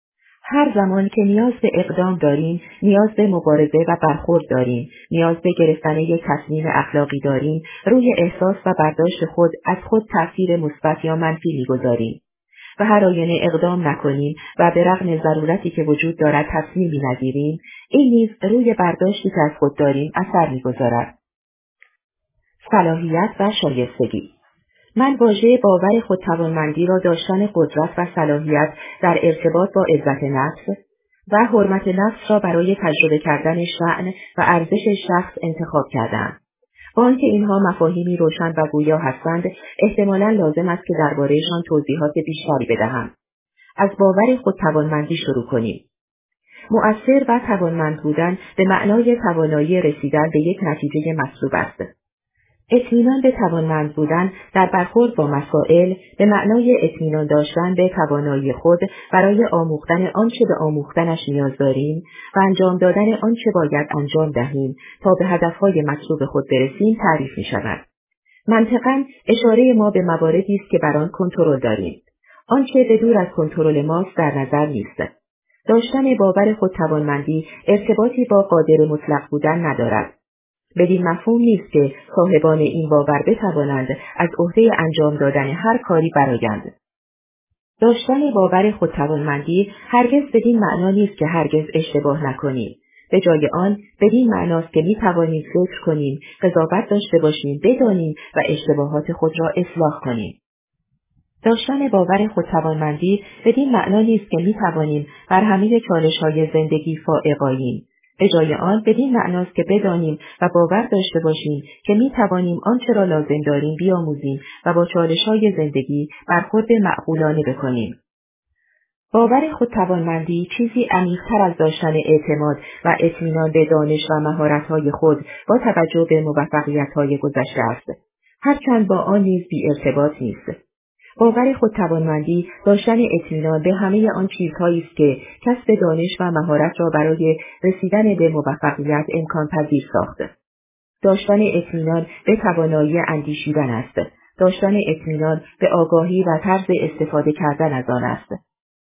هر زمان که نیاز به اقدام داریم، نیاز به مبارزه و برخورد داریم، نیاز به گرفتن یک تصمیم اخلاقی داریم، روی احساس و برداشت خود از خود تأثیر مثبت یا منفی می‌گذاریم و هر آینه اقدام نکنیم و به رغم ضرورتی که وجود دارد تصمیمی نگیریم، این نیز روی برداشتی که از خود داریم اثر می‌گذارد. صلاحیت و شایستگی. من واژه باور خودتوانمندی را داشتن قدرت و صلاحیت در ارتباط با عزت نفس و حرمت نفس را برای تجربه کردن شأن و ارزش شخص انتخاب کردم. با آنکه اینها مفاهیمی روشن و گویا هستند، احتمالاً لازم است که درباره‌شان توضیحات بیشتری بدهم. از باور خودتوانمندی شروع کنیم. مؤثر و توانمند بودن به معنای توانایی رسیدن به یک نتیجه مطلوب است. اطمینان به توانمند بودن در برخورد با مسائل به معنای اطمینان داشتن به توانایی خود برای آموختن آنچه به آموختنش نیاز داریم و انجام دادن آنچه باید انجام دهیم تا به هدفهای مطلوب خود برسیم تعریف می شود. منطقاً اشاره ما به مواردی است که بر آن کنترل داریم. آنچه به دور از کنترل ماست در نظر نیست. داشتن باور خودتوانمندی ارتباطی با قادر مطلق بودن ندارد. بدین مفهوم نیست که صاحبان این باور بتوانند از عهده انجام دادن هر کاری برآیند. داشتن باور خودتوانمندی هرگز بدین معنا نیست که هرگز اشتباه نکنیم. به جای آن بدین معناست که میتوانیم فکر کنیم، قضاوت داشته باشیم، بدانیم و اشتباهات خود را اصلاح کنیم. داشتن باور خودتوانمندی بدین معنا نیست که میتوانیم بر همه چالش‌های زندگی فائق آییم. به جای آن بدین معناست که بدانیم و باور داشته باشیم که میتوانیم آنچه را لازم داریم بیاموزیم و با چالش‌های زندگی برخورد معقولانه بکنیم. باور خودتوانمندی چیزی عمیق‌تر از داشتن اعتماد و اطمینان به دانش و مهارت‌های خود با توجه به موفقیت‌های گذشته است. هرچند با آن نیز بی ارتباط نیست. باور خودتوانمندی داشتن اطمینان به همه آن چیزهایی است که کسب دانش و مهارت را برای رسیدن به موفقیت امکان پذیر ساخته. داشتن اطمینان به توانایی اندیشیدن است. داشتن اطمینان به آگاهی و طرز استفاده کردن از آن است.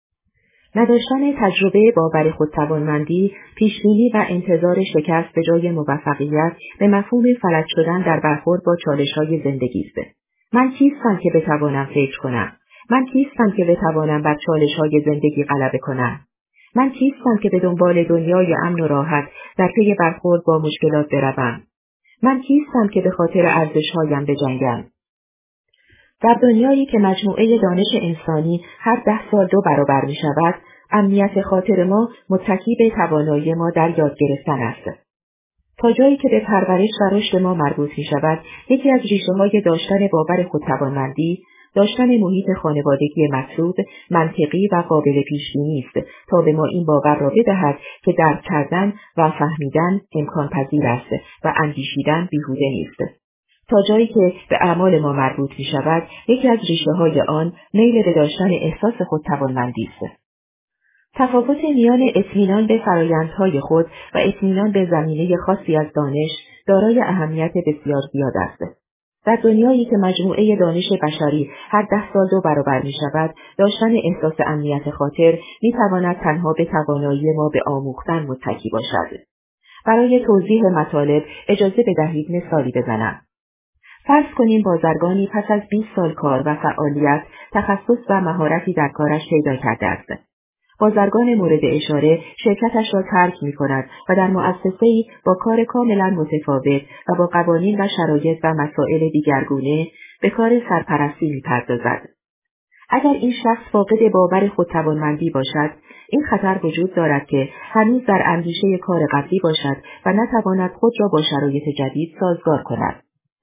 نداشتن تجربه باور خودتوانمندی، پیشبینی و انتظار شکست به جای موفقیت به مفهوم فلج شدن در برخورد با چالش‌های زندگی است. من کیستم که بتوانم فکر کنم؟ من کیستم که بتوانم بر چالش‌های زندگی غلبه کنم؟ من کیستم که به دنبال دنیای امن و راحت در پی برخورد با مشکلات بروم؟ من کیستم که به خاطر ارزش‌هایم بجنگم؟ در دنیایی که مجموعه دانش انسانی هر 10 سال 2 برابر می شود، امنیت خاطر ما متکی به توانایی ما در یاد گرفتن است. تا جایی که به پرورش و رشد ما مربوط می شود، یکی از ریشه‌های داشتن باور خودتوانمندی، داشتن محیط خانوادگی مطلوب، منطقی و قابل پیش‌بینی است تا به ما این باور را بدهد که درک کردن و فهمیدن امکان پذیر است و اندیشیدن بیهوده نیست. تا جایی که به اعمال ما مربوط می شود، یکی از ریشه‌های آن میل به داشتن احساس خودتوانمندی است. تفاوت میان اطمینان به فرایندهای خود و اطمینان به زمینه خاصی از دانش دارای اهمیت بسیار زیاد است. در دنیایی که مجموعه دانش بشری هر 10 سال 2 برابر می شود، داشتن احساس امنیت خاطر می تواند تنها به توانایی ما به آموختن متکی باشد. برای توضیح مطالب اجازه بدهید مثالی بزنم. فرض کنیم بازرگانی پس از 20 سال کار و فعالیت، تخصص و مهارتی در کارش پیدا کرده است. بازرگان مورد اشاره شرکتش را ترک می کند و در مؤسسه‌ای با کار کاملا متفاوت و با قوانین و شرایط و مسائل دیگرگونه به کار سرپرستی می پردازد. اگر این شخص فاقد باور خودتوانمندی باشد، این خطر وجود دارد که هنوز در اندیشه کار قبلی باشد و نتواند خود را با شرایط جدید سازگار کند.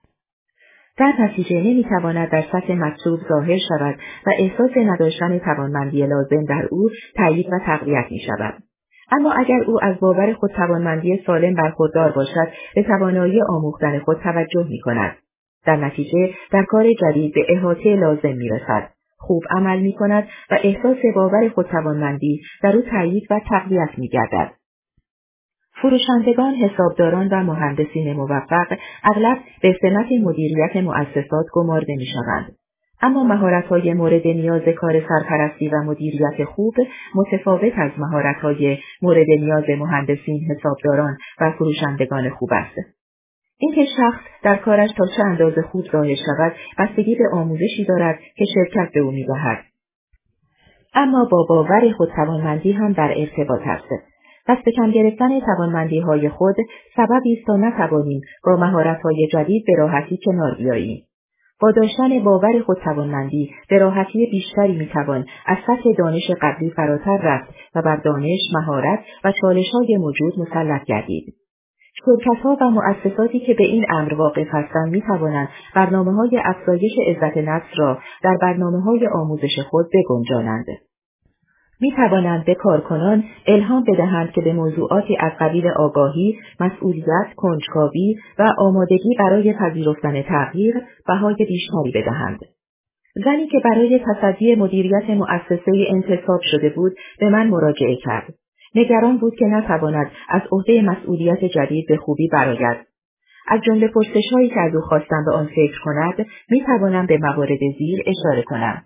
در نتیجه نمیتواند در سطح مطلوب ظاهر شود و احساس نداشتن توانمندی لازم در او تایید و تقویت می شود. اما اگر او از باور خودتوانمندی سالم برخوردار باشد، به توانایی آموختن خود توجه می کند. در نتیجه در کار جدید به احاطه لازم می رسد. خوب عمل می کند و احساس باور خودتوانمندی در او تایید و تقویت می گردد. فروشندگان، حسابداران و مهندسین موفق اغلب به سمت مدیریت مؤسسات گمارده می‌شوند. اما مهارت‌های مورد نیاز کار سرپرستی و مدیریت خوب متفاوت از مهارت‌های مورد نیاز مهندسین، حسابداران و فروشندگان خوب است. اینکه شخص در کارش تا چه اندازه خوب ظاهر شود، بستگی به آموزشی دارد که شرکت به او می‌دهد. اما با باور خودتوانمندی هم در ارتباط است. دست کم گرفتن توانمندی‌های خود سببی است تا نتوانیم با مهارت‌های جدید به راحتی کنار بیاییم. با داشتن باور خودتوانمندی به راحتی بیشتری می‌توان از سطح دانش قبلی فراتر رفت و بر دانش، مهارت و چالش‌های موجود مسلط گردید. شرکت‌ها و مؤسساتی که به این امر واقف هستند می‌توانند برنامه‌های افزایش عزت نفس را در برنامه‌های آموزش خود بگنجانند. می توانند به کارکنان الهام بدهند که به موضوعاتی از قبیل آگاهی، مسئولیت، کنجکاوی و آمادگی برای پذیرفتن تغییر بهای بیشتری بدهند. زنی که برای تصدی مدیریت مؤسسه انتصاب شده بود به من مراجعه کرد. نگران بود که نتواند از عهده مسئولیت جدید به خوبی برآید. از جمله پرسش‌هایی که از او خواستم به آن فکر کند، می توانم به موارد زیر اشاره کنم.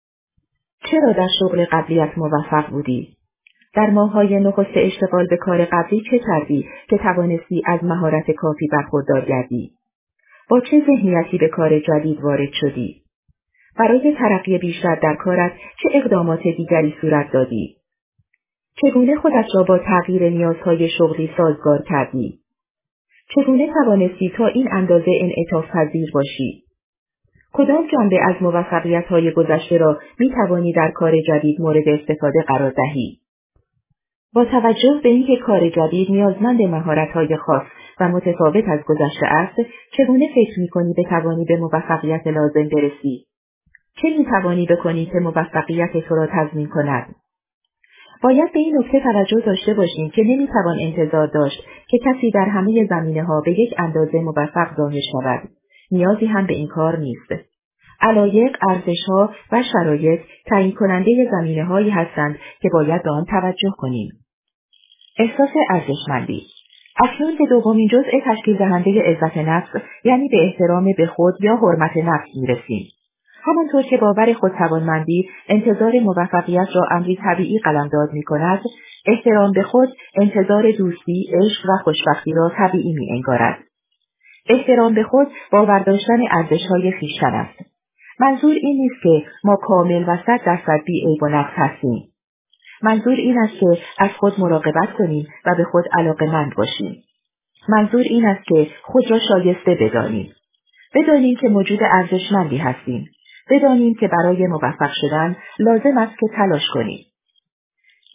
چرا در شغل قبلیت موفق بودی؟ در ماه‌های نخست اشتغال به کار قبلی چه کردی که توانستی از مهارت کافی برخوردار گردی؟ با چه ذهنیتی به کار جدید وارد شدی؟ برای ترقی بیشتر در کارت چه اقدامات دیگری صورت دادی؟ چگونه خودت را با تغییر نیازهای شغلی سازگار کردی؟ چگونه توانستی تا این اندازه انعطاف پذیر باشی؟ کدام جنبه از موفقیت‌های گذشته را می‌توانی در کار جدید مورد استفاده قرار دهی؟ با توجه به اینکه کار جدید نیازمند مهارت‌های خاص و متفاوت از گذشته است، چگونه فکر می‌کنی بتوانی به موفقیت لازم برسی؟ چه می‌توانی بکنی که موفقیت تو را تضمین کند؟ باید به این نکته توجه داشته باشیم که نمی‌توان انتظار داشت که کسی در همه زمینه‌ها به یک اندازه موفق ظاهر شود. نیازی هم به این کار نیست. علایق، ارزش‌ها و شرایط تعیین کننده زمینه‌هایی هستند که باید به آن توجه کنیم. احساس ارزشمندی. اکنون به دومین جزء تشکیل دهنده عزت نفس، یعنی به احترام به خود یا حرمت نفس می‌رسیم. همانطور که باور خودتوانمندی انتظار موفقیت را امری طبیعی قلمداد می‌کند، احترام به خود انتظار دوستی، عشق و خوشبختی را طبیعی می‌انگارد. احترام به خود باور داشتن ارزش‌های خویشتن است. منظور این نیست که ما کامل و 100% بی‌عیب و نقص هستیم. منظور این است که از خود مراقبت کنیم و به خود علاقه‌مند باشیم. منظور این است که خود را شایسته بدانیم. بدانیم که موجود ارزشمندی هستیم. بدانیم که برای موفق شدن لازم است که تلاش کنیم.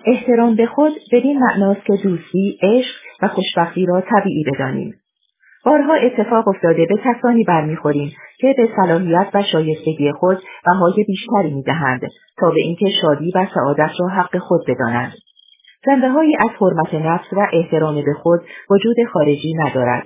احترام به خود بدین معناست که دوستی، عشق و خوشبختی را طبیعی بدانیم. بارها اتفاق افتاده به کسانی برمیخوریم که به صلاحیت و شایستگی خود بهای بیشتری میدهند تا به اینکه شادی و سعادت را حق خود بدانند. جنبه‌هایی از حرمت نفس و احترام به خود وجود خارجی ندارد.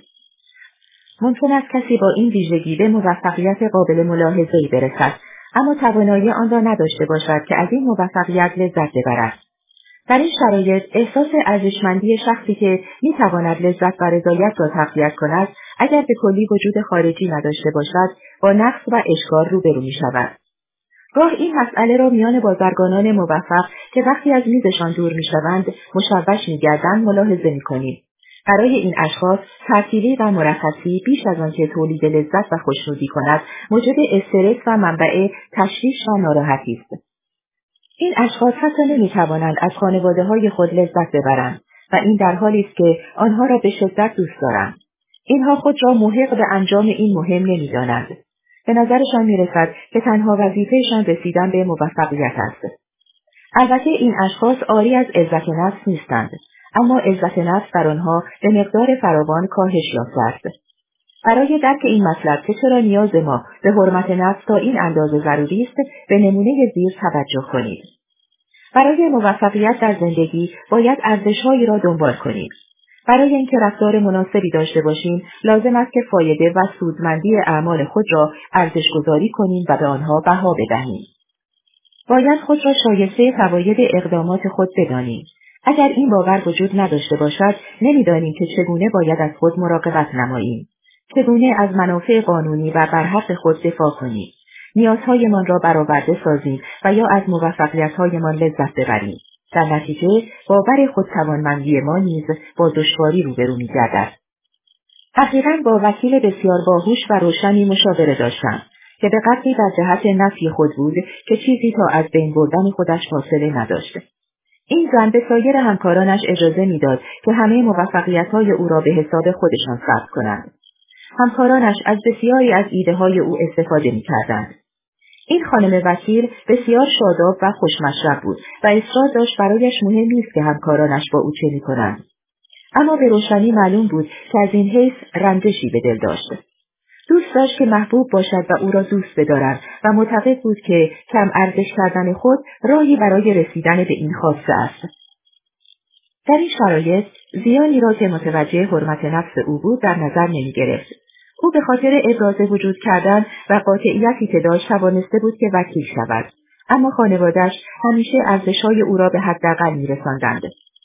ممکن است کسی با این ویژگی به موفقیت قابل ملاحظه‌ای برسد، اما توانایی آن را نداشته باشد که از این موفقیت لذت ببرد. در این شرایط احساس ارزشمندی شخصی که میتواند لذت و رضایت را تقویت کند، اگر به کلی وجود خارجی نداشته باشد، با نقص و اشکال روبرو می‌شود. گاه این مسئله را میان بازرگانان موفق که وقتی از میزشان دور میشوند مشوش میگردند ملاحظه میکنیم. برای این اشخاص ترتیبی و مرخصی بیش از آنکه تولید لذت و خوشنودی کند موجب استرس و منبع تشویش و ناراحتی است. این اشخاص حتی نمیتوانند از خانواده‌های خود لذت ببرند و این در حالی است که آنها را به شدت دوست دارند. اینها خود را محق به انجام این مهم نمیدانند. به نظرشان میرسد که تنها وظیفهشان رسیدن به موفقیت است. البته این اشخاص عاری از عزت نفس نیستند، اما عزت نفس در آنها به مقدار فراوان کاهش یافته است. برای درک این مطلب که چرا نیاز ما به حرمت نفس تا این اندازه ضروری است، به نمونه زیر توجه کنید. برای موفقیت در زندگی باید ارزش‌هایی را دنبال کنیم. برای اینکه رفتار مناسبی داشته باشیم، لازم است که فایده و سودمندی اعمال خود را ارزش‌گذاری کنیم و به آنها بها بدهیم. باید خود را شایسته فواید اقدامات خود بدانیم. اگر این باور وجود نداشته باشد، نمی‌دانیم که چگونه باید از خود مراقبت نماییم. چگونه از منافع قانونی و برحق خود دفاع کنیم. نیازهایمان را برآورده سازیم و یا از موفقیت‌هایمان لذت ببریم. در نتیجه باور خودتوانمندی ما نیز با دشواری روبرو می‌گردد. اخیراً با وکیل بسیار باهوش و روشنی مشاوره داشتم که به قدری در جهت نفی خود بود که چیزی تا از بین بردن خودش فاصله نداشت. این زن به سایر همکارانش اجازه میداد که همه موفقیت‌های او را به حساب خودشان صرف کنند. همکارانش از بسیاری از ایده‌های او استفاده می‌کردند. این خانم وکیل بسیار شاداب و خوشمشرب بود و اصرار داشت برایش مهم نیست که همکارانش با او چه می‌کنند. اما به روشنی معلوم بود که از این حیث رنجشی به دل داشت. دوست داشت که محبوب باشد و او را دوست بدارد و معتقد بود که کم ارزش کردن خود راهی برای رسیدن به این خواسته است. در این شرایط زیانی را که متوجه حرمت نفس او بود در نظر نمی گرفت. او به خاطر ابراز وجود کردن و قاطعیتی که داشت توانسته بود که وکیل شود، اما خانواده‌اش همیشه ارزش‌های او را به حداقل می‌رساندند.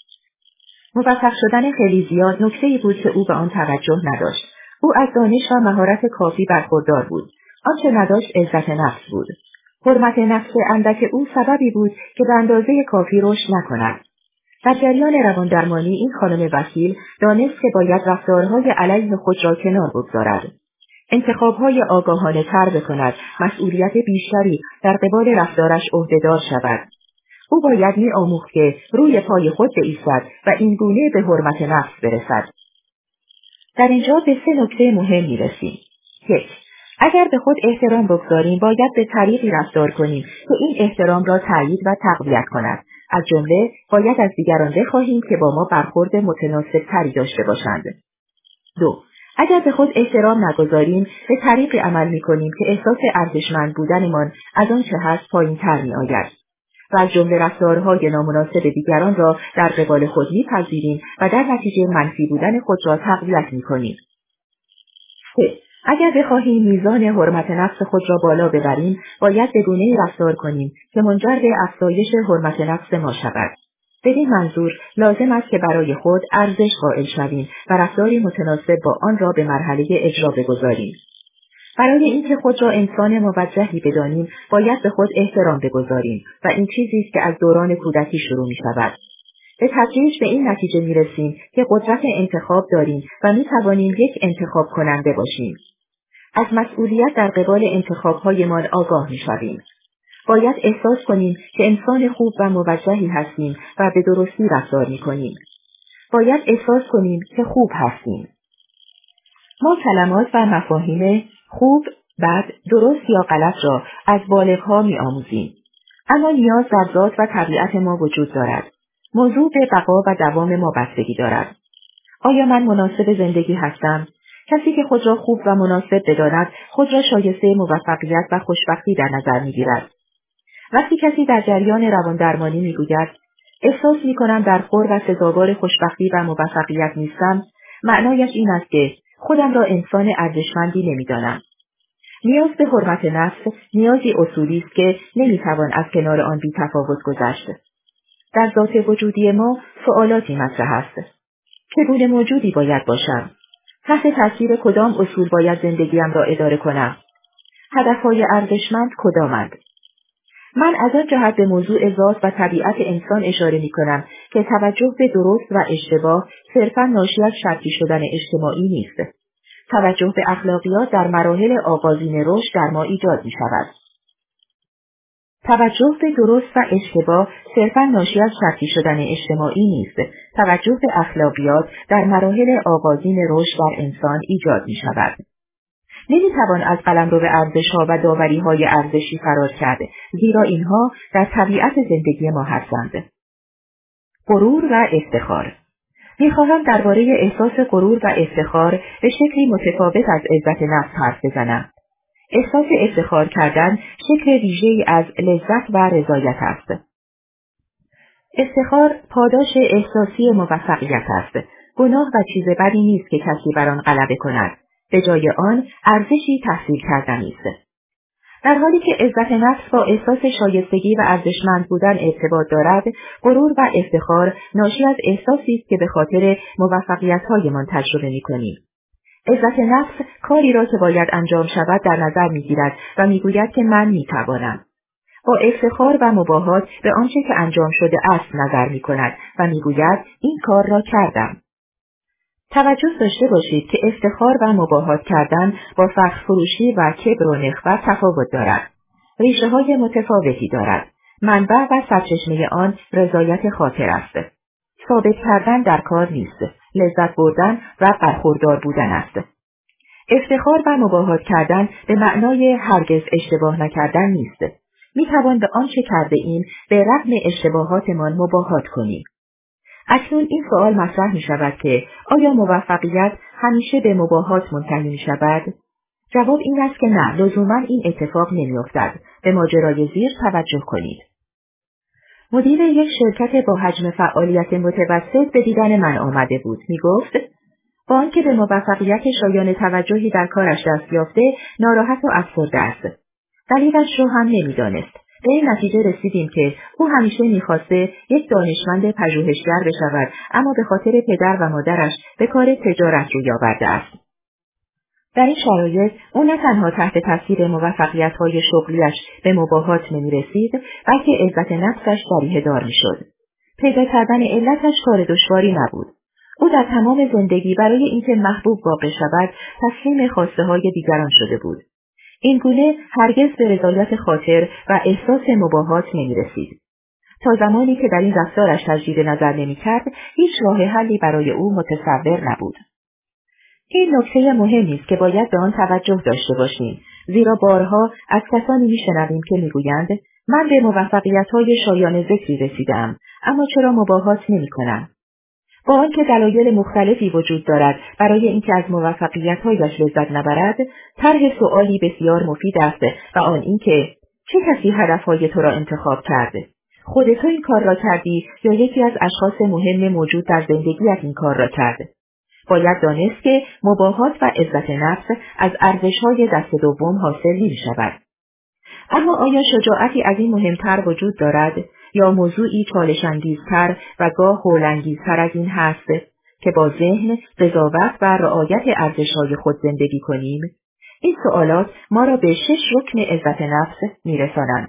موفق شدن خیلی زیاد نکته‌ای بود که او به آن توجه نداشت. او از دانش و مهارت کافی برخوردار بود. آنچه نداشت عزت نفس بود. حرمت نفس اندک او سببی بود که به اندازه کافی رشد نکند. در جریان رواندرمانی این خانم وکیل دانست که باید رفتارهای علیه خود را کنار بگذارد. انتخابهای آگاهانه تر بکند، مسئولیت بیشتری در قبال رفتارش عهدهدار شود. او باید می‌آموخت که روی پای خود بایستد و این گونه به حرمت نفس برسد. در اینجا به 3 نکته مهم می‌رسیم. 1. اگر به خود احترام بگذاریم باید به طریقی رفتار کنیم که این احترام را تأیید و تقویت کند. از جمله باید از دیگران بخواهیم که با ما برخورد متناسب تری داشته باشند. 2. اگر به خود احترام نگذاریم به طریقی عمل می‌کنیم که احساس ارزشمند بودنمان از آنچه هست پایین‌تر می‌آید. و از جمله رفتارهای نامناسب دیگران را در قبال خود می‌پذیریم و در نتیجه منفی بودن خود را تقویت می‌کنیم. 3. اگر بخواهیم میزان حرمت نفس خود را بالا ببریم، باید به گونه‌ای رفتار کنیم که منجر به افزایش حرمت نفس ما شود. بدین منظور لازم است که برای خود ارزش قائل شویم و رفتاری متناسب با آن را به مرحله اجرا بگذاریم. برای اینکه خود را انسان موجهی بدانیم، باید به خود احترام بگذاریم و این چیزی است که از دوران کودکی شروع می‌شود. به تدریج به این نتیجه می‌رسیم که قدرت انتخاب داریم و می‌توانیم یک انتخاب کننده باشیم. از مسئولیت در قبال انتخاب‌هایمان آگاه می‌شویم. باید احساس کنیم که انسان خوب و موجهی هستیم و به درستی رفتار می‌کنیم. باید احساس کنیم که خوب هستیم. ما کلمات و مفاهیم خوب، بد، درست یا غلط را از بالغ‌ها می‌آموزیم. اما نیاز در ذات و طبیعت ما وجود دارد. موضوع به بقا و دوام ما بستگی دارد. آیا من مناسب زندگی هستم؟ کسی که خود را خوب و مناسب بداند، خود را شایسته موفقیت و خوشبختی در نظر می‌گیرد. وقتی کسی در جریان رواندرمانی می‌گوید احساس می‌کنم در خور و سزاوار خوشبختی و موفقیت نیستم، معنایش این است که خودم را انسان ارزشمندی نمی‌دانم. نیاز به حرمت نفس نیازی اصولی است که نمی‌توان از کنار آن بی‌تفاوت گذشت. در ذات وجودی ما سوالاتی مطرح است. چگونه موجودی باید باشم؟ تحت تاثیر کدام اصول باید زندگیم را اداره کنم؟ هدفهای ارزشمند کدامند؟ من از آن جهت به موضوع ذات و طبیعت انسان اشاره می کنم که توجه به درست و اشتباه صرفاً ناشی از شرطی شدن اجتماعی نیست. توجه به اخلاقیات در مراحل آغازین رشد در ما ایجاد می شود. توجه به درست و اشتباه صرفاً ناشی از شرطی شدن اجتماعی نیست. توجه به اخلاقیات در مراحل آغازین رشد در انسان ایجاد می شود. نمیتوان از قلمرو ارزش‌ها و داوری‌های ارزشی فرار کرد، زیرا اینها در طبیعت زندگی ما هستند. غرور و افتخار. می‌خواهم درباره احساس غرور و افتخار به شکلی متفاوت از عزت نفس حرف بزنم. احساس افتخار کردن شکل ویژه‌ای از لذت و رضایت است. افتخار پاداش احساسی موفقیت است. گناه و چیز بدی نیست که کسی بر آن غلبه کند. به جای آن ارزشی تحصیل کردنی است. در حالی که عزت نفس با احساس شایستگی و ارزشمند بودن ارتباط دارد، غرور و افتخار ناشی از احساسی است که به خاطر موفقیت‌هایمان تجربه می‌کنیم. عزت نفس کاری را که باید انجام شود در نظر می‌گیرد و می‌گوید که من می‌توانم. با افتخار و مباهات به آنچه که انجام شده است نظر می‌کند و می‌گوید این کار را کردم. توجه داشته باشید که افتخار و مباهات کردن با فخر فروشی و کبر و نخوت تفاوت دارد. ریشه‌های متفاوتی دارد. منبع و سرچشمه آن رضایت خاطر است. ثابت کردن در کار نیست. لذت بردن و برخوردار بودن است. افتخار و مباهات کردن به معنای هرگز اشتباه نکردن نیست. میتوان به آنچه کرده ایم به رغم اشتباهاتمان مباهات کنیم. اکنون این سوال مطرح می شود که آیا موفقیت همیشه به مباهات منتهی می شود؟ جواب این است که نه، لزوما این اتفاق نمی افتد. به ماجرای زیر توجه کنید. مدیر یک شرکت با حجم فعالیت متوسط به دیدن من آمده بود. می گفت با آنکه به موفقیت شایان توجهی در کارش دست یافته، ناراحت و افسرده است. دلیلش رو هم نمی دانست. به این نتیجه رسیدیم که او همیشه می‌خواسته یک دانشمند پژوهشگر بشود، اما به خاطر پدر و مادرش به کار تجارت روی آورده است. در این شرایط او نه تنها تحت تاثیر موفقیت‌های شغلیش به مباهات نمی‌رسید، بلکه عزت نفسش جریحه‌دار می‌شد. پیدا کردن علتش کار دشواری نبود. او در تمام زندگی برای اینکه محبوب واقع شود، تسلیم خواسته‌های دیگران شده بود. این گونه هرگز به رضایت خاطر و احساس مباهات نمی رسید. تا زمانی که در این رفتارش تجدید نظر نمی کرد، هیچ راه حلی برای او متصور نبود. این نکته مهمی است که باید به آن توجه داشته باشیم، زیرا بارها از کسانی می شنویم که می گویند من به موفقیت‌های شایان ذکری رسیدم، اما چرا مباهات نمی کنم؟ با آنکه دلایل مختلفی وجود دارد برای اینکه از موفقیت‌هایش لذت نبرد، طرح سؤالی بسیار مفید است و آن اینکه چه کسی هدفهای تو را انتخاب کرده؟ خودت این کار را کردی یا یکی از اشخاص مهم موجود در زندگیت این کار را کرده؟ باید دانست که مباهات و عزت نفس از ارزش‌های دست دوم حاصل نمی‌شود. اما آیا شجاعتی از این مهمتر وجود دارد یا موضوعی چالش‌انگیزتر و گاه هول‌انگیزتر از این هست که با ذهن، قضاوت و رعایت ارزش‌های خود زندگی کنیم؟ این سوالات ما را به 6 رکن عزت نفس می‌رسانند.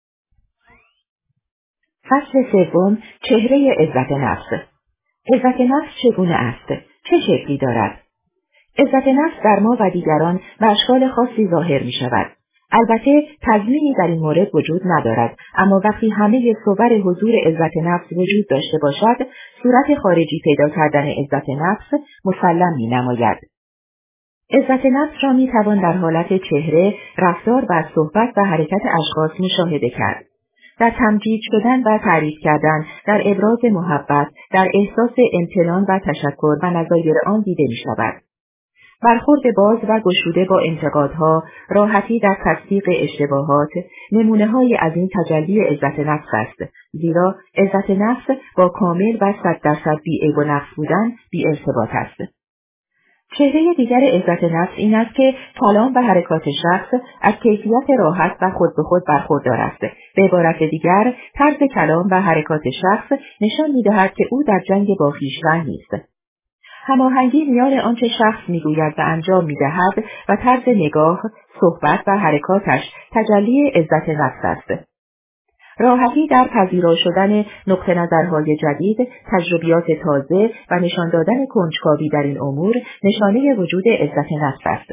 فصل سوم، چهره عزت نفس. عزت نفس چگونه است؟ چه شکلی دارد؟ عزت نفس در ما و دیگران به اشکال خاصی ظاهر می‌شود. البته تضمینی در این مورد وجود ندارد، اما وقتی همه صور حضور عزت نفس وجود داشته باشد، صورت خارجی پیدا کردن عزت نفس مسلم می‌نماید. عزت نفس را می‌توان در حالت چهره، رفتار و صحبت و حرکت اشخاص مشاهده کرد. در تمجید شدن و تعریف کردن، در ابراز محبت، در احساس امتنان و تشکر و نظایر آن دیده می شود. برخورد باز و گشوده با انتقادها، راحتی در تصدیق اشتباهات، نمونه‌های از این تجلی عزت نفس است، زیرا عزت نفس با کامل و 100% بی‌عیب و نقص بودن بی ارتباط است. چهره دیگر عزت نفس این است که کلام و حرکات شخص از کیفیت راحت و خود به خود برخوردار است. به عبارت دیگر، طرز کلام و حرکات شخص نشان می‌دهد که او در جنگ با خویشتن نیست. هماهنگی میان آنچه شخص میگوید و انجام میدهد و طرز نگاه، صحبت و حرکاتش تجلی عزت نفس است. راحتی در پذیرا شدن نقطه نظرهای جدید، تجربیات تازه و نشان دادن کنجکاوی در این امور نشانه وجود عزت نفس است.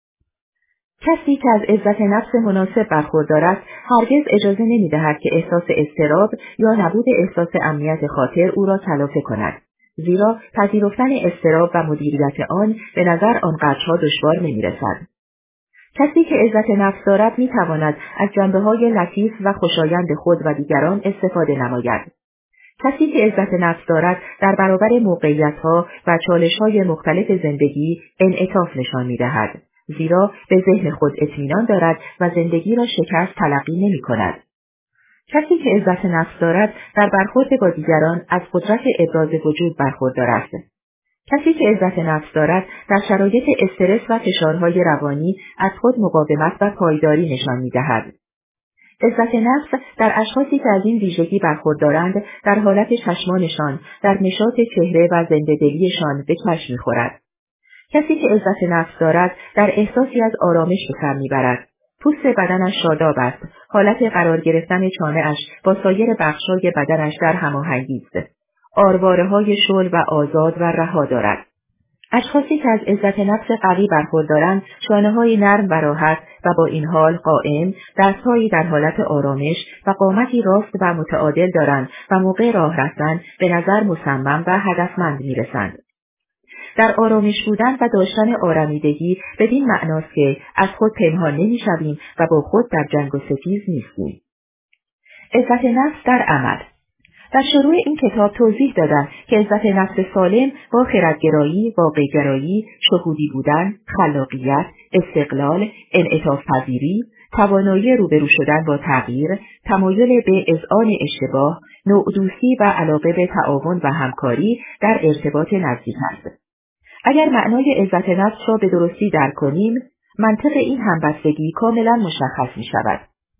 کسی که از عزت نفس مناسب برخوردار است، هرگز اجازه نمی‌دهد که احساس اضطراب یا نبود احساس امنیت خاطر او را کلافه کند. زیرا پذیرفتن اضطراب و مدیریت آن به نظر آنقدرها دشوار نمی‌رسد. کسی که عزت نفس دارد می‌تواند از جنبه‌های لطیف و خوشایند خود و دیگران استفاده نماید. کسی که عزت نفس دارد در برابر موقعیت‌ها و چالش‌های مختلف زندگی انعطاف نشان می‌دهد، زیرا به ذهن خود اطمینان دارد و زندگی را شکست تلقی نمی‌کند. کسی که عزت نفس دارد در برخورد با دیگران از قدرت ابراز وجود برخوردار است. کسی که عزت نفس دارد در شرایط استرس و فشارهای روانی از خود مقاومت و پایداری نشان می‌دهد. عزت نفس در اشخاصی که از این ویژگی برخوردارند در حالت چشمانشان، در نشاط چهره و زنده‌دلیشان به چشم می‌خورد. کسی که عزت نفس دارد در احساسی از آرامش به سر می‌برد. پوست بدنش شاداب است، حالت قرار گرفتن چانه‌اش با سایر بخش‌های بدنش در هماهنگی است. آرواره‌های شل و آزاد و رها دارد. اشخاصی که از عزت نفس قوی برخوردارند، شانه‌های نرم و راحت و با این حال قائم، دست‌هایی در حالت آرامش و قامتی راست و متعادل دارند و موقع راه رفتن به نظر مصمم و هدفمند می‌رسند. در آرامش بودن و داشتن آرامیدگی بدین معناست که از خود پنهان نمی‌شویم و با خود در جنگ و ستیز نیستیم. عزت نفس در عمل. در شروع این کتاب توضیح دادم که عزت نفس سالم با خردگرایی، واقع‌گرایی، شهودی بودن، خلاقیت، استقلال، انعطاف پذیری، توانایی روبرو شدن با تغییر، تمایل به اذعان اشتباه، نوع‌دوستی و علاقه به تعاون و همکاری در ارتباط نزدیک است. اگر معنای عزت نفس را به درستی درک کنیم، منطق این همبستگی کاملا مشخص می شود.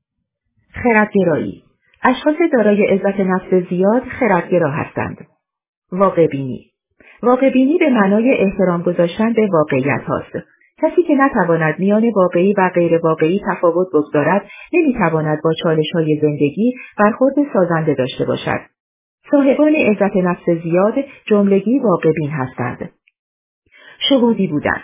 خردگرایی. اشخاص دارای عزت نفس زیاد خردگرا هستند. واقع‌بینی. واقع‌بینی به معنای احترام گذاشتن به واقعیت هاست. کسی که نتواند میان واقعی و غیر واقعی تفاوت بگذارد، نمیتواند با چالش‌های زندگی برخورد سازنده داشته باشد. صاحبان عزت نفس زیاد جملگی واقع‌بین هستند. شهودی بودن.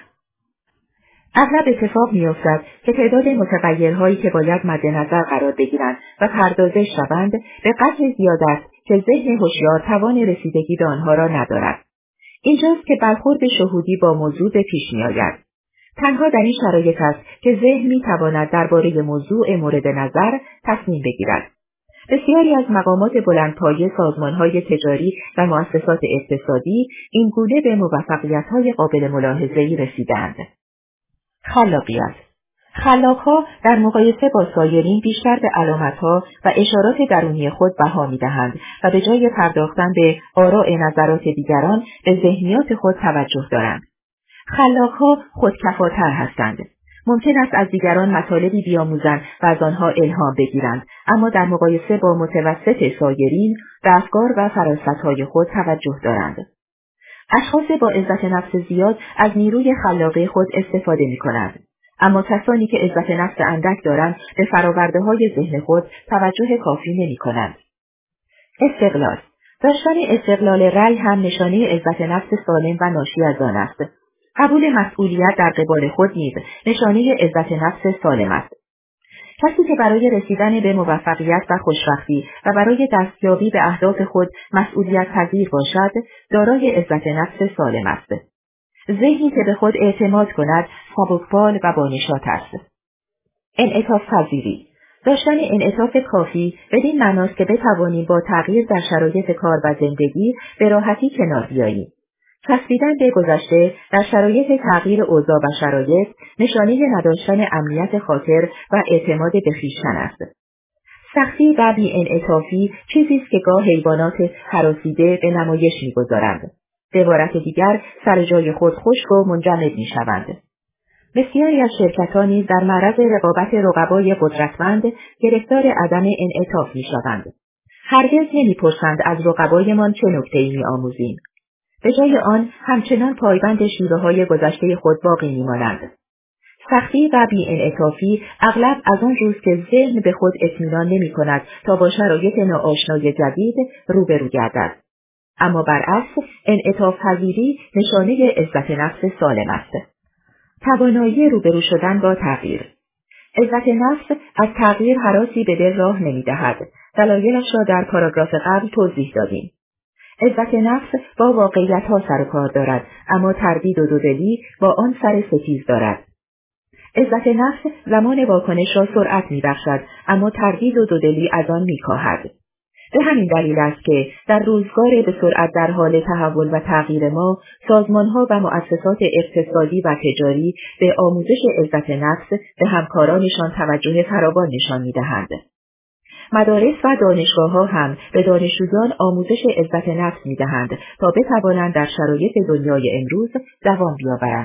اغلب اتفاق می‌افتد که تعداد متغیرهایی که باید مد نظر قرار بگیرند و پردازش شوند به قدر زیاد است که ذهن هوشیار توان رسیدگی به آنها را ندارد. اینجاست که برخورد شهودی با موضوع به پیش می‌آید. تنها در این شرایط است که ذهن می‌تواند درباره موضوع مورد نظر تصمیم بگیرد. بسیاری از مقامات بلندپایه، سازمان‌های تجاری و مؤسسات اقتصادی این گونه به موفقیت‌های قابل ملاحظه‌ای رسیدند. خلاقیت. خلاق‌ها در مقایسه با سایرین بیشتر به علامت‌ها و اشارات درونی خود بها می‌دهند و به جای پرداختن به آراء نظرات دیگران به ذهنیات خود توجه دارند. خلاق‌ها خودکفاتر هستند. ممکن است از دیگران مطالبی بیاموزند و از آنها الهام بگیرند، اما در مقایسه با متوسط سایرین به افکار و فراست‌های خود توجه دارند. اشخاص با عزت نفس زیاد از نیروی خلاقه خود استفاده می‌کنند، اما کسانی که عزت نفس اندک دارند به فرآورده‌های ذهن خود توجه کافی نمی‌کنند. استقلال. داشتن استقلال رأی هم نشانه عزت نفس سالم و ناشی از آن است. قبول مسئولیت در قبال خود نیز نشانه عزت نفس سالم است. کسی که برای رسیدن به موفقیت و خوشبختی و برای دستیابی به اهداف خود مسئولیت پذیر باشد، دارای عزت نفس سالم است. ذهنی که به خود اعتماد کند، سبکبال و بانشاط است. انعطاف پذیری. داشتن انعطاف کافی بدین معناست که بتوانیم با تغییر در شرایط کار و زندگی به راحتی کنار بیاییم. چسبیدن به گذشته در شرایط تغییر اوضاع و شرایط نشانه نداشتن امنیت خاطر و اعتماد به خویشتن است. سختی و بی‌انعطافی چیزی است که گاه حیوانات هراسیده به نمایش می‌گذارند. به عبارت دیگر سر جای خود خشک و منجمد می‌شوند. بسیاری از شرکت‌ها نیز در معرض رقابت رقبای قدرتمند گرفتار عدم انعطاف می‌شوند. هرگز نمی‌پرسند از رقبایمان چه نکته‌ای می‌آموزیم. به جای آن همچنان پایبند شیوه‌های گذشته خود باقی می‌مانند. سختی و بی‌انعطافی اغلب از آن روز که ذهن به خود اطمینان نمی‌کند تا با شرایط ناآشنای جدید روبرو گردد. اما برعکس انعطاف‌پذیری نشانه عزت نفس سالم است. توانایی روبرو شدن با تغییر. عزت نفس از تغییر هراسی به دل راه نمی‌دهد. دلایلش را در پاراگراف قبل توضیح دادیم. عزت نفس با واقعیت‌ها سر و کار دارد، اما تردید و دودلی با آن سر ستیز دارد. عزت نفس زمان واکنش را سرعت می‌بخشد، اما تردید و دودلی از آن می‌کاهد. به همین دلیل است که در روزگار به سرعت در حال تحول و تغییر ما، سازمان‌ها و مؤسسات اقتصادی و تجاری به آموزش عزت نفس به همکارانشان توجه فراوان نشان می‌دهند. مدارس و دانشگاه‌ها هم به دانشجویان آموزش عزت نفس می‌دهند تا بتوانند در شرایط دنیای امروز دوام بیاورند.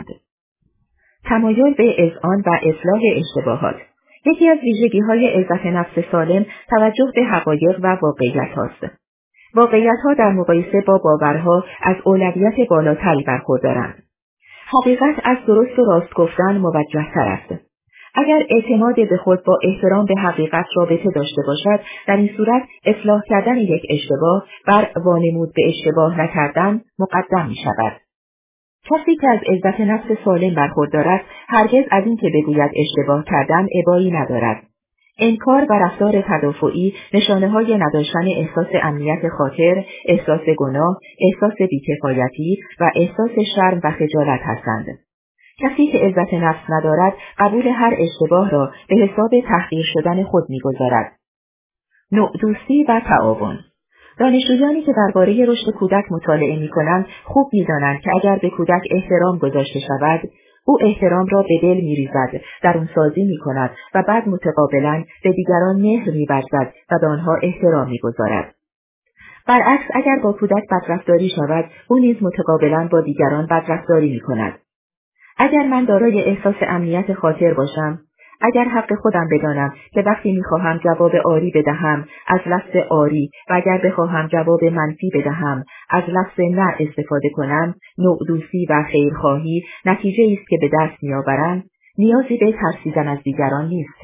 تمایل به اذعان و اصلاح اشتباهات. یکی از ویژگی‌های عزت نفس سالم توجه به حقایق و واقعیت است. واقعیت‌ها در مقایسه با باورها از اولویت بالاتری برخوردارند. حقیقت از درست و راست گفتن موجه‌تر است. اگر اعتماد به خود با احترام به حقیقت رابطه داشته باشد، در این صورت اصلاح کردن یک اشتباه بر وانمود به اشتباه نکردن مقدم می‌شود. کسی که از عزت نفس سالم برخوردار است، هرگز از این که بگوید اشتباه کردم ابایی ندارد. انکار و رفتار تدافعی نشانه‌های نداشتن احساس امنیت خاطر، احساس گناه، احساس بی‌کفایتی و احساس شرم و خجالت هستند. کسی که عزت نفس ندارد، قبول هر اشتباه را به حساب تحقیر شدن خود می‌گذارد. نوع دوستی و تعاون. دانشجویانی که درباره رشد کودک مطالعه می‌کنند خوب می‌دانند که اگر به کودک احترام گذاشته شود، او احترام را به دل می‌ریزد، درونسازی می‌کند و بعد متقابلاً به دیگران مهر می‌ورزد و به آنها احترام می‌گذارد. برعکس اگر با کودک بدرفتاری شود، او نیز متقابلاً با دیگران بدرفتاری می‌کند. اگر من دارای احساس امنیت خاطر باشم، اگر حق خودم بدانم که وقتی می‌خواهم جواب آری بدهم از لفظ آری و اگر بخواهم جواب منفی بدهم از لفظ نه استفاده کنم، نوع دوستی و خیرخواهی نتیجه است که به دست می‌آورم، نیازی به ترسیدن از دیگران نیست.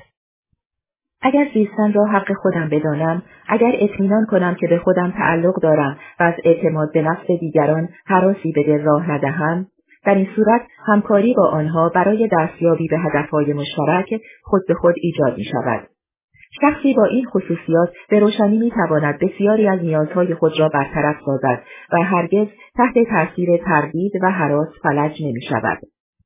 اگر زیستن را حق خودم بدانم، اگر اطمینان کنم که به خودم تعلق دارم و از اعتماد به نفس دیگران هراسی به دل راه ندهم، در این صورت همکاری با آنها برای دستیابی به هدفهای مشترک خود به خود ایجاد می شود. شخصی با این خصوصیات به روشنی می تواند بسیاری از نیازهای خود را برطرف سازد و هرگز تحت تاثیر تردید و هراس فلج نمی شود.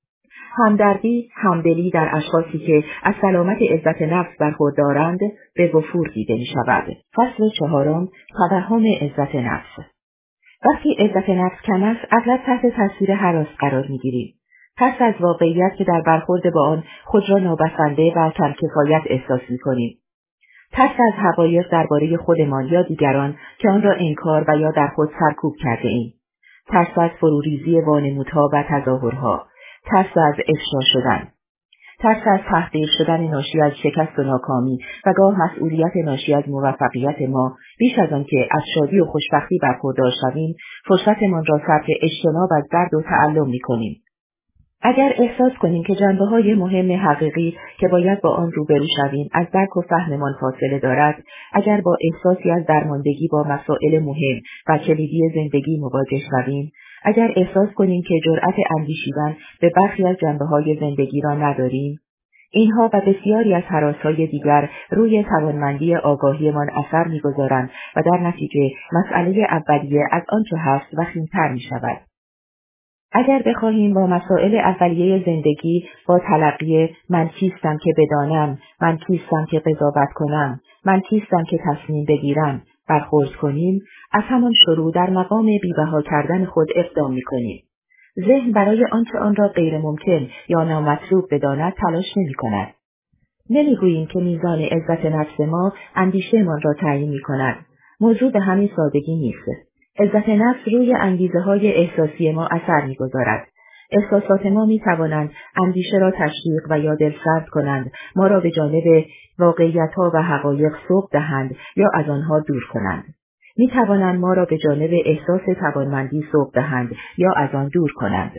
همدردی، همدلی در اشخاصی که از سلامت عزت نفس برخوردارند به وفور دیده می شود. فصل 4. توهم عزت نفس. وقتی عزت نفس کم است، اغلب تحت تاثیر هراس قرار می‌گیریم. ترس از واقعیت که در برخورد با آن خود را نابسنده و کم‌کفایت احساس می‌کنیم. ترس از حقایق درباره خودمان یا دیگران که آن را انکار و یا در خود سرکوب کرده ایم. ترس از فروریزی وانمودها و تظاهرها. ترس از افشا شدن. ترس از تحقیر شدن ناشی از شکست و ناکامی و گاه مسئولیت ناشی از موفقیت ما بیش از آن که از شادی و خوشبختی برخوردار شویم، فرصتمان را صرف اجتناب از درد و تعلم می‌کنیم. اگر احساس کنیم که جنبه‌های مهم حقیقی که باید با آن روبرو شویم از درک و فهممان فاصله دارد، اگر با احساسی از درماندگی با مسائل مهم و کلیدی زندگی مواجه شویم، اگر احساس کنیم که جرأت اندیشیدن به برخی از جنبه‌های زندگی را نداریم، اینها و بسیاری از هراس‌های دیگر روی توانمندی آگاهیمان اثر می‌گذارند و در نتیجه مسئله اولیه از آنچه هست وخیم‌تر می‌شود. اگر بخواهیم با مسائل اولیه زندگی با تلقی من کیستم که بدانم، من کیستم که قضاوت کنم، من کیستم که تصمیم بگیرم برخورد کنیم، از همان شروع در مقام بی‌بها کردن خود اقدام می‌کنیم. ذهن برای آنچه آن را غیر ممکن یا نامطلوب بداند تلاش نمی‌کند. نمی‌گوییم که میزان عزت نفس ما اندیشه‌مان را تعیین می‌کند. موضوع به همین سادگی نیست. عزت نفس روی انگیزه‌های احساسی ما اثر می‌گذارد. احساسات ما می‌توانند اندیشه را تشویق و یا دلسرد کنند، ما را به جانب واقعیت‌ها و حقایق سوق دهند یا از آنها دور کنند. می‌توانند ما را به جانب احساس توانمندی سوق دهند یا از آن دور کنند.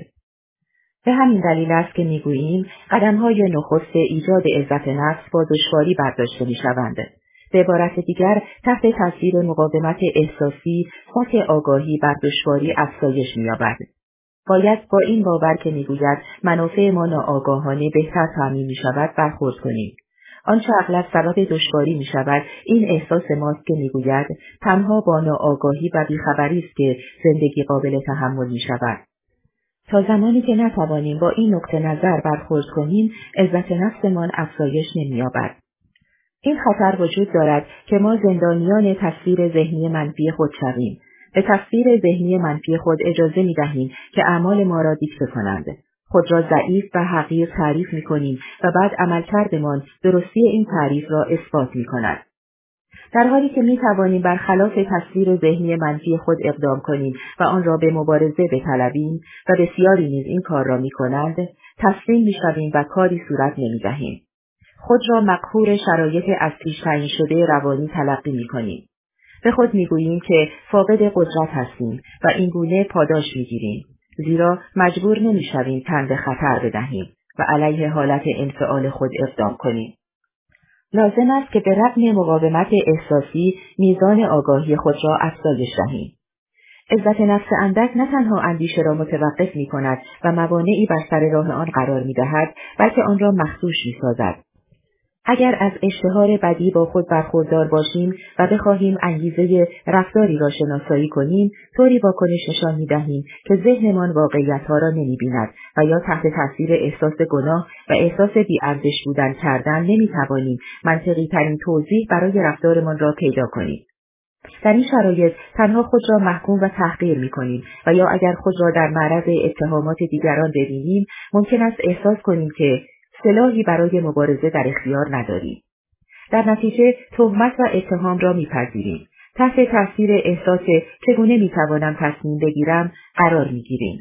به همین دلیل است که می‌گوییم قدم‌های نخست ایجاد عزت نفس با دشواری برداشته می‌شوند. به عبارت دیگر، تحت تاثیر مقاومت احساسی، سطح آگاهی بر دشواری افزایش می‌یابد. باید با این باور که می‌گوید منافع ما ناآگاهانه بهتر تامین می‌شود برخورد کنیم. آنچه اغلب سبب دشواری می‌شود این احساس ماست که می‌گوید تنها با ناآگاهی و بیخبری است که زندگی قابل تحمل می‌شود. تا زمانی که نتوانیم با این نقطه نظر برخورد کنیم، عزت نفسمان افزایش نمی‌یابد. این خطر وجود دارد که ما زندانیان تصویر ذهنی منفی خود شویم. به تصویر ذهنی منفی خود اجازه می‌دهیم که اعمال ما را دیکته کنند. خود را ضعیف و حقیر تعریف می‌کنیم و بعد عملکردمان درستی این تعریف را اثبات می‌کند. در حالی که می‌توانیم برخلاف تصویر ذهنی منفی خود اقدام کنیم و آن را به مبارزه بطلبیم و بسیاری نیز این کار را می‌کنند، تسلیم می‌شویم و کاری صورت نمی‌دهیم. خود را مقهور شرایط از پیش تعیین شده روانی تلقی می‌کنیم. به خود می‌گوییم که فاقد قدرت هستیم و این گونه پاداش می‌گیریم، زیرا مجبور نمی‌شویم تن به خطر بدهیم و علیه حالت انفعال خود اقدام کنیم. لازم است که به رغم مقاومت احساسی میزان آگاهی خود را افزایش دهیم. عزت نفس اندک نه تنها اندیشه را متوقف می‌کند و موانعی بر سر راه آن قرار می‌دهد، بلکه آن را مخدوش می‌سازد. اگر از اشتهار بدی با خود برخوردار باشیم و بخواهیم انگیزه رفتاری را شناسایی کنیم، طوری واکنش نشان می‌دهیم که ذهنمان واقعیت‌ها را نمی‌بیند و یا تحت تاثیر احساس گناه و احساس بی‌ارزش بودن کردن نمی‌توانیم منطقی‌ترین توضیح برای رفتارمان را پیدا کنیم. در این شرایط تنها خود را محکوم و تحقیر می‌کنیم و یا اگر خود را در معرض اتهامات دیگران ببینیم، ممکن است احساس کنیم که سلاحی برای مبارزه در اختیار نداریم. در نتیجه تهمت و اتهام را میپذیریم. تحت تاثیر احساس چگونه میتوانم تصمیم بگیرم قرار میگیریم.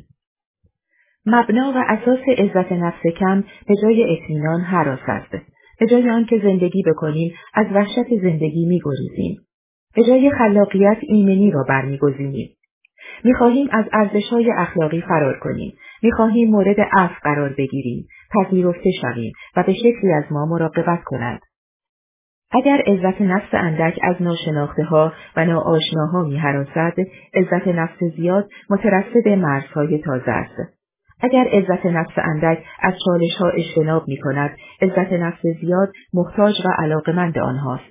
مبنا و اساس عزت نفس کم به جای اطمینان هراس است. به جای آنکه زندگی بکنیم از وحشت زندگی میگریزیم. به جای خلاقیت ایمنی را برمیگزینیم. می‌خواهیم از ارزش‌های اخلاقی فرار کنیم. می‌خواهیم مورد عفو قرار بگیریم، پذیرفته شویم و به شکلی از ما مراقبت کنند. اگر عزت نفس اندک از ناشناخته‌ها و ناآشناها می‌هراسد، عزت نفس زیاد مترصد مرزهای تازه است. اگر عزت نفس اندک از چالش‌ها اجتناب می‌کند، عزت نفس زیاد محتاج و علاقه‌مند آنهاست.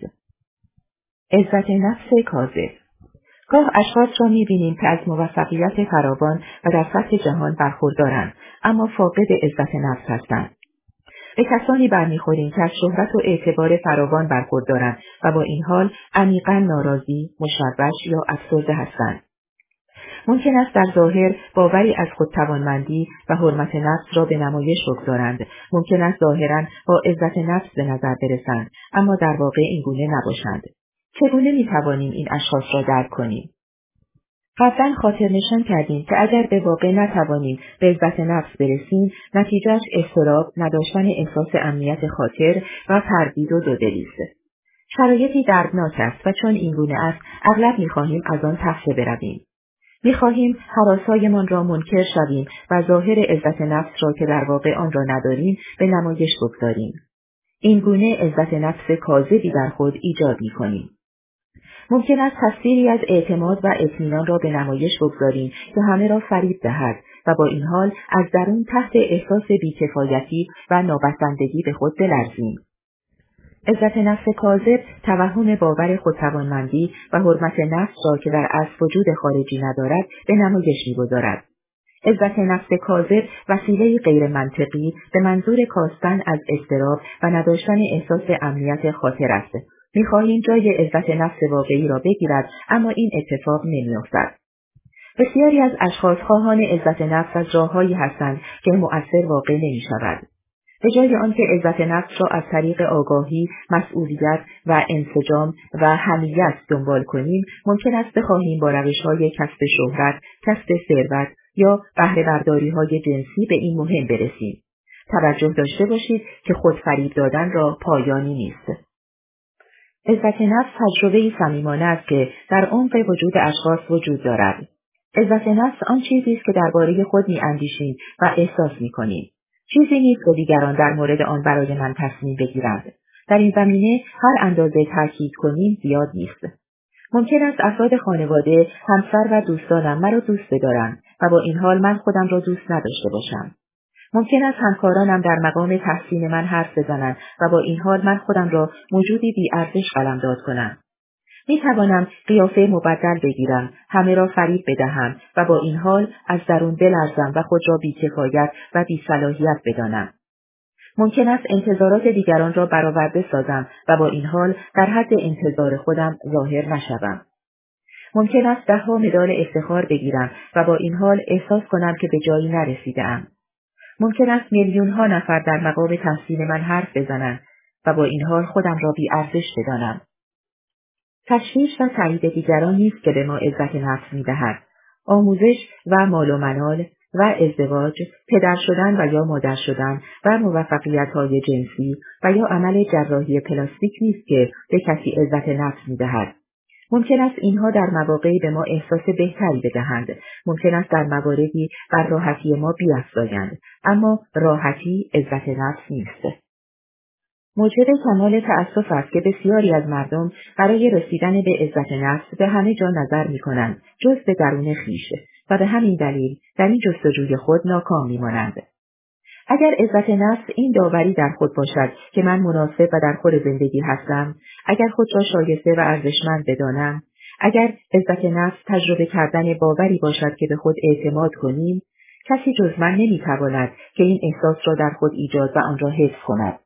عزت نفس کاذب. گاه اشخاص را می‌بینیم که از موفقیت فراوان و در سطح جهان برخوردارند، اما فاقد عزت نفس هستند. به کسانی برمیخوریم که از شهرت و اعتبار فراوان برخوردارند و با این حال عمیقاً ناراضی، مشوش یا افسرده هستند. ممکن است در ظاهر باوری از خودتوانمندی و حرمت نفس را به نمایش بگذارند. ممکن است ظاهراً با عزت نفس به نظر برسند، اما در واقع این گونه نباشند. چگونه می‌توانیم این اشخاص را درک کنیم؟ قبلا خاطر نشان کردیم که اگر به واقع نتوانیم به عزت نفس برسیم، نتیجهش اضطراب، نداشتن احساس امنیت خاطر و تردید و دودلی است. شرایطی دردناک است و چون این گونه است، اغلب می‌خواهیم از آن تفره برویم. می‌خواهیم هراس‌هایمان را منکر شویم و ظاهر عزت نفس را که در واقع آن را نداریم به نمایش بگذاریم. این گونه عزت نفس کاذبی در خود ایجاد می‌کنیم. ممکن است تصویری از اعتماد و اطمینان را به نمایش بگذاریم که همه را فریب دهد و با این حال از درون تحت احساس بی‌کفایتی و نابسندگی به خود بلرزیم. عزت نفس کاذب توهم باور خودتوانمندی و حرمت نفس را که در اصل وجود خارجی ندارد به نمایش می‌گذارد. عزت نفس کاذب وسیله غیر منطقی به منظور کاستن از اضطراب و نداشتن احساس امنیت خاطر است. می‌خواهیم جای عزت نفس واقعی را بگیرد، اما این اتفاق نمی‌افتد. بسیاری از اشخاص خواهان عزت نفس از راههایی هستند که مؤثر واقع نمی‌شود. به جای آنکه عزت نفس را از طریق آگاهی، مسئولیت و انسجام و حمیت دنبال کنیم، ممکن است بخواهیم با روش‌های کسب شهرت، کسب ثروت یا بهره‌برداری‌های جنسی به این مهم برسیم. توجه داشته باشید که خودفریب دادن را پایانی نیست. عزت نفس تجربه‌ای صمیمانه است که در عمق وجود اشخاص وجود دارد. عزت نفس آن چیزی است که درباره خود می‌اندیشیم و احساس می‌کنیم. چیزی نیست که دیگران در مورد آن برای من تصمیم بگیرند. در این زمینه هر اندازه تاکید کنیم زیاد نیست. ممکن است افراد خانواده، همسر و دوستانم مرا دوست بدارند و با این حال من خودم را دوست نداشته باشم. ممکن است همکارانم در مقام تحسین من حرف بزنند و با این حال من خودم را موجودی بی‌ارزش قلمداد کنم. می توانم قیافه مبدل بگیرم، همه را فریب بدهم و با این حال از درون بلرزم و خود را بی‌کفایت و بی‌صلاحیت بدانم. ممکن است انتظارات دیگران را برآورده سازم و با این حال در حد انتظار خودم ظاهر نشوم. ممکن است 10 مدال افتخار بگیرم و با این حال احساس کنم که به جایی نرسیده‌ام. ممکن است میلیون‌ها نفر در مقام تحسین من حرف بزنند و با این حال خودم را بی‌ارزش بدانم. تشویش و تایید دیگران نیست که به ما عزت نفس می‌دهد. آموزش و مال و منال و ازدواج، پدر شدن و یا مادر شدن و موفقیت‌های جنسی و یا عمل جراحی پلاستیک نیست که به کسی عزت نفس می‌دهد. ممکن است اینها در مواقعی به ما احساس بهتری بدهند. ممکن است در مواردی بر راحتی ما بیفزایند. اما راحتی عزت نفس نیست. موجب کمال تأسف است که بسیاری از مردم برای رسیدن به عزت نفس به همه جا نظر می‌کنند جز به درون خویش و به همین دلیل در این جستجوی خود ناکام می‌مانند. اگر عزت نفس این داوری در خود باشد که من مناسب و در خور زندگی هستم، اگر خود را شایسته و ارزشمند بدانم، اگر عزت نفس تجربه کردن باوری باشد که به خود اعتماد کنیم، کسی جز من نمی‌تواند که این احساس را در خود ایجاد و آن را حفظ کند.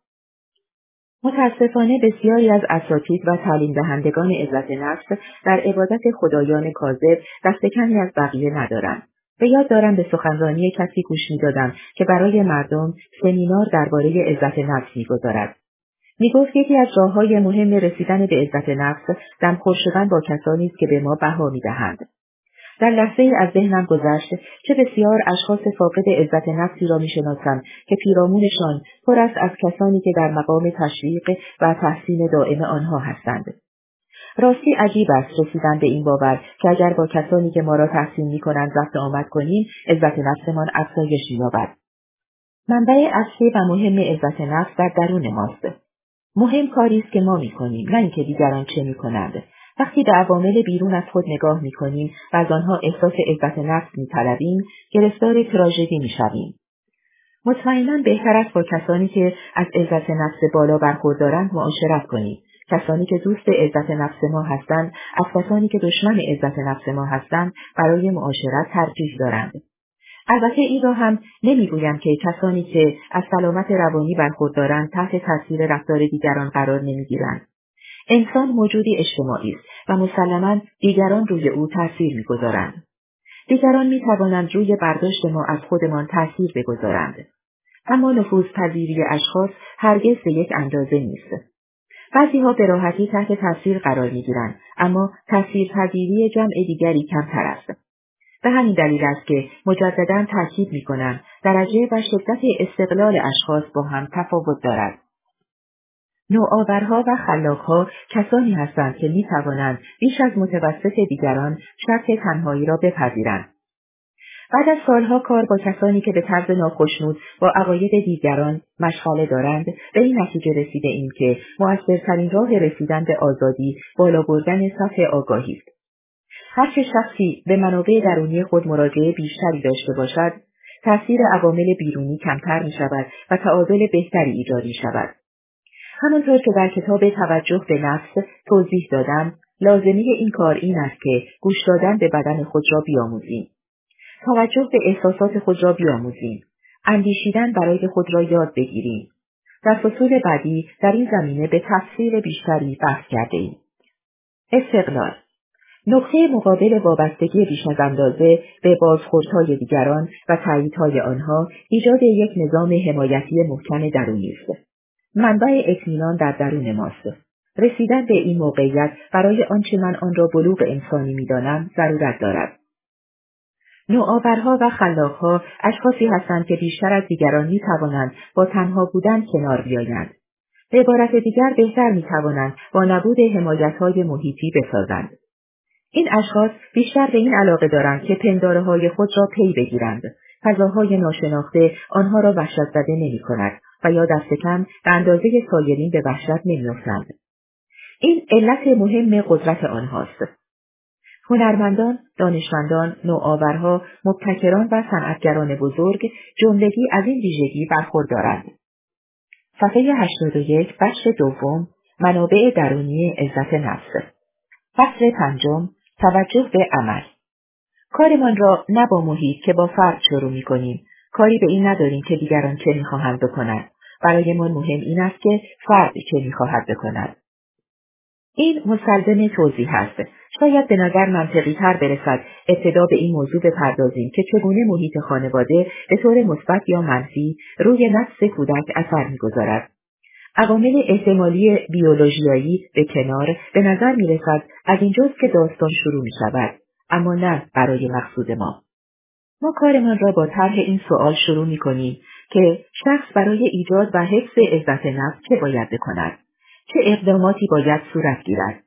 متاسفانه بسیاری از اساتید و تعلیم دهندگان عزت نفس در عبادت خدایان کاذب دست کمی از بقیه ندارند. به یاد دارم به سخنرانی کسی گوش می‌دادم که برای مردم سمینار درباره عزت نفس می‌گذارد. می‌گفت یکی از راه‌های مهم رسیدن به عزت نفس دمخور شدن با کسانی است که به ما بها می‌دهند. در لحظه‌ای از ذهنم گذشت چه بسیار اشخاص فاقد عزت نفسی را می‌شناسم که پیرامونشان پر است از کسانی که در مقام تشویق و تحسین دائم آنها هستند. راستی عجیب است رسیدن به این باور که اگر با کسانی که ما را تحسین می‌کنند رفت آمد کنیم، عزت نفسمان افزایش یابد. منبع اصلی و مهم عزت نفس در درون ماست. مهم کاری است که ما می‌کنیم، نه اینکه دیگران چه می‌کنند. وقتی به عوامل بیرون از خود نگاه می‌کنیم و از آنها احساس عزت نفس می‌طلبیم، گرفتار تراژدی می‌شویم. مطمئناً بهتر است با کسانی که از عزت نفس بالا برخوردارند معاشرت کنیم. کسانی که دوست عزت نفس ما هستند، از کسانی که دشمن عزت نفس ما هستند، برای معاشرت ترجیح دارند. البته این را هم نمیگویم که کسانی که از سلامت روانی برخوردارند تحت تاثیر رفتار دیگران قرار نمیگیرند. انسان موجودی اجتماعی است و مسلماً دیگران روی او تاثیر میگذارند. دیگران میتوانند روی برداشت ما از خودمان تاثیر بگذارند. اما نفوذپذیری اشخاص هرگز به یک اندازه نیست. بعضی‌ها به راحتی تحت تاثیر قرار میگیرند، اما تاثیرپذیری جمع دیگری کمتر است. به همین دلیل است که مجدداً تاکید می‌کنم درجه و شدت استقلال اشخاص با هم تفاوت دارد. نوآورها و خلاقها کسانی هستند که می‌توانند بیش از متوسط دیگران شرط تنهایی را بپذیرند. بعد از سالها کار با کسانی که به طرز ناخشنود با عقاید دیگران مشغله دارند، به این نتیجه رسیده ایم که مؤثرترین راه رسیدن به آزادی بالا بردن سطح آگاهی است. هرچه شخصی به منابع درونی خود مراجعه بیشتری داشته باشد، تأثیر عوامل بیرونی کمتر می‌شود و تعادل بهتری ایجاد می‌شود. همانطور که در کتاب توجه به نفس توضیح دادم، لازمه این کار این است که گوش دادن به بدن خود را بیاموزیم. توجه به احساسات خود را بیاموزیم. اندیشیدن برای خود را یاد بگیریم. در فصول بعدی در این زمینه به تفصیل بیشتری بحث کرده‌ایم. استقلال. نقطه مقابل وابستگی بیش از اندازه به بازخوردهای دیگران و تاییدهای آنها ایجاد یک نظام حمایتی محکم درونی است. منبع اطمینان در درون ماست. رسیدن به این موقعیت برای آنچه من آن را بلوغ انسانی می‌دانم ضرورت دارد. نوآورها و خلاقها اشخاصی هستند که بیشتر از دیگران می‌توانند با تنها بودن کنار بیایند. به عبارت دیگر بهتر می‌توانند با نبود حمایت‌های محیطی بسازند. این اشخاص بیشتر به این علاقه دارند که پنداره‌های خود را پی بگیرند. فضاهای ناشناخته آنها را وحشت زده نمی‌کند و یا دست کم به اندازه سایرین به وحشت نمی‌افتند. این علت مهم قدرت آنهاست. هنرمندان، دانشمندان، نوآورها، مبتکران و صنعتگران بزرگ جملگی از این ویژگی برخوردارند. صفحه 81 بخش دوم منابع درونی عزت نفس. فصل 5 توجه به عمل. کارمان را نه با محیط که با فرد شروع می‌کنیم. کاری به این نداریم که دیگران چه می‌خواهند بکنند. برایمان مهم این است که فرد چه می‌خواهد بکند. این مستلزم توضیح است. شاید به نظر منطقی تر برسد ابتدا به این موضوع بپردازیم که چگونه محیط خانواده به طور مثبت یا منفی روی نفس کودک اثر می‌گذارد. عوامل احتمالی بیولوژیایی به کنار به نظر می‌رسد از اینجاست که داستان شروع می‌شود، اما نه برای مقصود ما. ما کارمان را با طرح این سوال شروع می‌کنیم که شخص برای ایجاد و حفظ عزت نفس چه باید بکند؟ چه اقداماتی باید صورت گیرد؟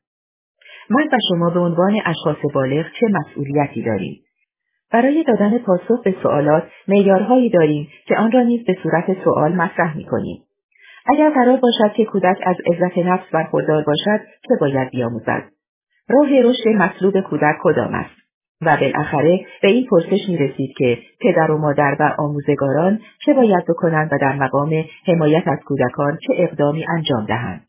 من و شما به عنوان اشخاص بالغ چه مسئولیتی داریم؟ برای دادن پاسخ به سوالات معیارهایی داریم که آن را نیز به صورت سوال مطرح می‌کنیم. اگر قرار باشد که کودک از عزت نفس برخوردار باشد، چه باید بیاموزد؟ راه رشد مطلوب کودک کدام است؟ و بالاخره به این پرسش می‌رسید که پدر و مادر و آموزگاران چه باید بکنند و در مقام حمایت از کودکان چه اقدامی انجام دهند.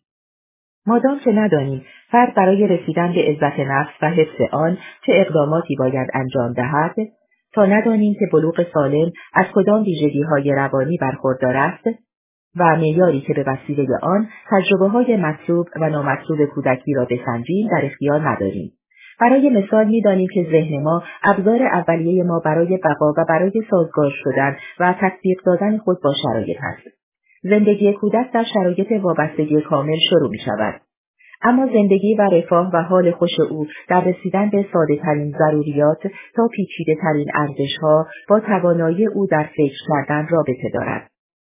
مادام که ندانیم فرد برای رسیدن به عزت نفس و حفظ آن چه اقداماتی باید انجام دهد، تا ندانیم که بلوغ سالم از کدام ویژگی‌های روانی برخوردار است و معیاری که به وسیله آن تجربه‌های مطلوب و نامطلوب کودکی را بسنجیم در اختیار نداریم. برای مثال می‌دانیم که ذهن ما ابزار اولیه ما برای بقا و برای سازگار شدن و تطبیق دادن خود با شرایط است. زندگی کودک در شرایط وابستگی کامل شروع می‌شود. اما زندگی و رفاه و حال خوش او در رسیدن به ساده‌ترین ضروریات تا پیچیده‌ترین ارزش‌ها با توانایی او در فکر کردن رابطه دارد.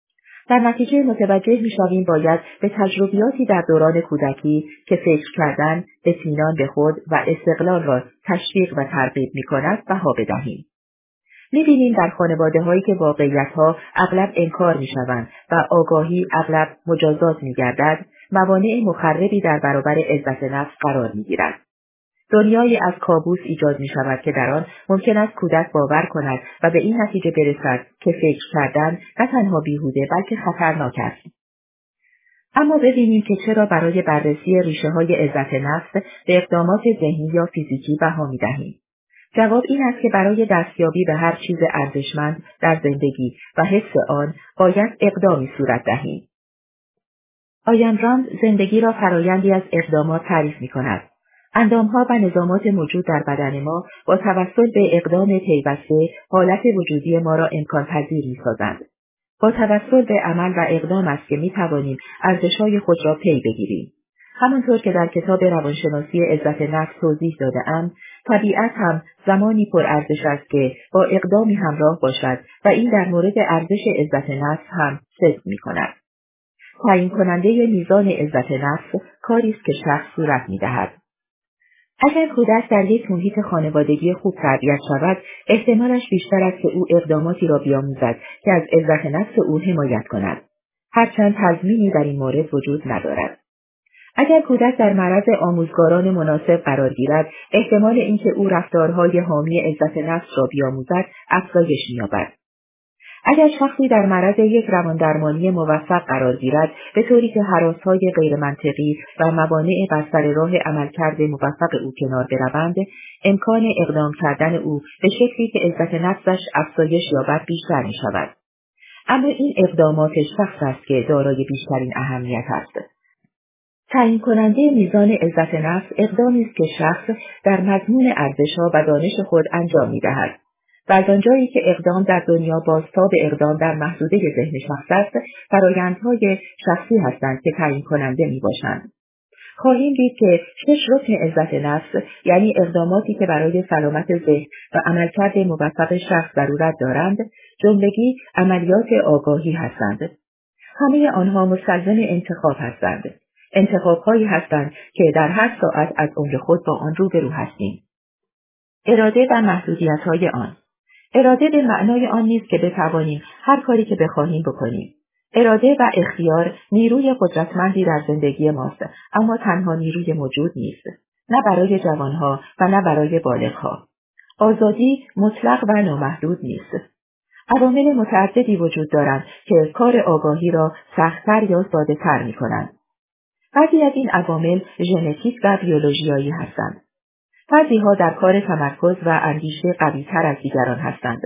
در نتیجه متوجه می‌شویم باید به تجربیاتی در دوران کودکی که فکر کردن، اطمینان به خود و استقلال را تشویق و ترغیب می‌کند بها بدهیم. می‌بینیم در خانواده‌هایی که واقعیت‌ها اغلب انکار می‌شوند و آگاهی اغلب مجازات می‌گردد، موانع مخربی در برابر عزت نفس قرار می‌گیرد. دنیایی از کابوس ایجاد می‌شود که در آن ممکن است کودک باور کند و به این نتیجه برسد که فکر کردن نه تنها بیهوده بلکه خطرناک است. اما ببینیم که چرا برای بررسی ریشه‌های عزت نفس به اقدامات ذهنی یا فیزیکی بها می‌دهیم. جواب این است که برای دستیابی به هر چیز ارزشمند در زندگی و حفظ آن باید اقدامی صورت دهیم. آین راند زندگی را فرایندی از اقدامات تعریف می‌کند. اندام‌ها و نظامات موجود در بدن ما با توسل به اقدام پیوسته حالت وجودی ما را امکان پذیر می‌سازند. با توسل به عمل و اقدام است که می‌توانیم ارزش‌های خود را پی بگیریم. همانطور که در کتاب روانشناسی عزت نفس توضیح داده‌ام، طبیعت هم زمانی پرارزش است که با اقدامی همراه باشد و این در مورد ارزش عزت نفس هم صدق می‌کند. تعیین کننده میزان عزت نفس کاری است که شخص صورت می‌دهد. اگر کودک در یک محیط خانوادگی خوب تربیت شود، احتمالش بیشتر است که او اقداماتی را بیاموزد که از عزت نفس او حمایت کند. هرچند تضمینی در این مورد وجود ندارد. اگر کودک در معرض آموزگاران مناسب قرار گیرد، احتمال اینکه او رفتارهای حامی عزت نفس را بیاموزد افزایش می‌یابد. اگر شخصی در معرض یک رواندرمانی موفق قرار گیرد به طوری که هراس‌های غیرمنطقی و موانع بر سر راه عملکرد موفق او کنار بروند، امکان اقدام کردن او به شکلی که عزت نفسش افزایش یابد بیشتر می‌شود. اما این اقدامات شخص است که دارای بیشترین اهمیت است. تعیین کننده میزان عزت نفس اقدامی است که شخص در مضمون ارزش‌ها و دانش خود انجام می‌دهد. و از آنجایی که اقدام در دنیا بازتاب اقدام در محدوده ذهن شخص است، فرآیندهای شخصی هستند که تعیین کننده میباشند. خواهیم دید که 6 رکن عزت نفس، یعنی اقداماتی که برای سلامت ذهن و عملکرد موفق شخص ضرورت دارند، جملگی عملیات آگاهی هستند. همه آنها مستلزم انتخاب هستند. انتخاب‌هایی هستند که در هر ساعت از عمر خود با آن روبرو هستیم. اراده و محدودیت‌های آن. اراده به معنای آن نیست که بتوانیم هر کاری که بخواهیم بکنیم. اراده و اختیار نیروی قدرتمندی در زندگی ماست، اما تنها نیروی موجود نیست. نه برای جوانها و نه برای بالغها. آزادی مطلق و نامحدود نیست. عوامل متعددی وجود دارند که کار آگاهی را سخت‌تر یا ساده‌تر می‌کنند. بعضی از این عوامل ژنتیک و بیولوژیایی هستند. بعضی‌ها در کار تمرکز و اندیشه قوی‌تر از دیگران هستند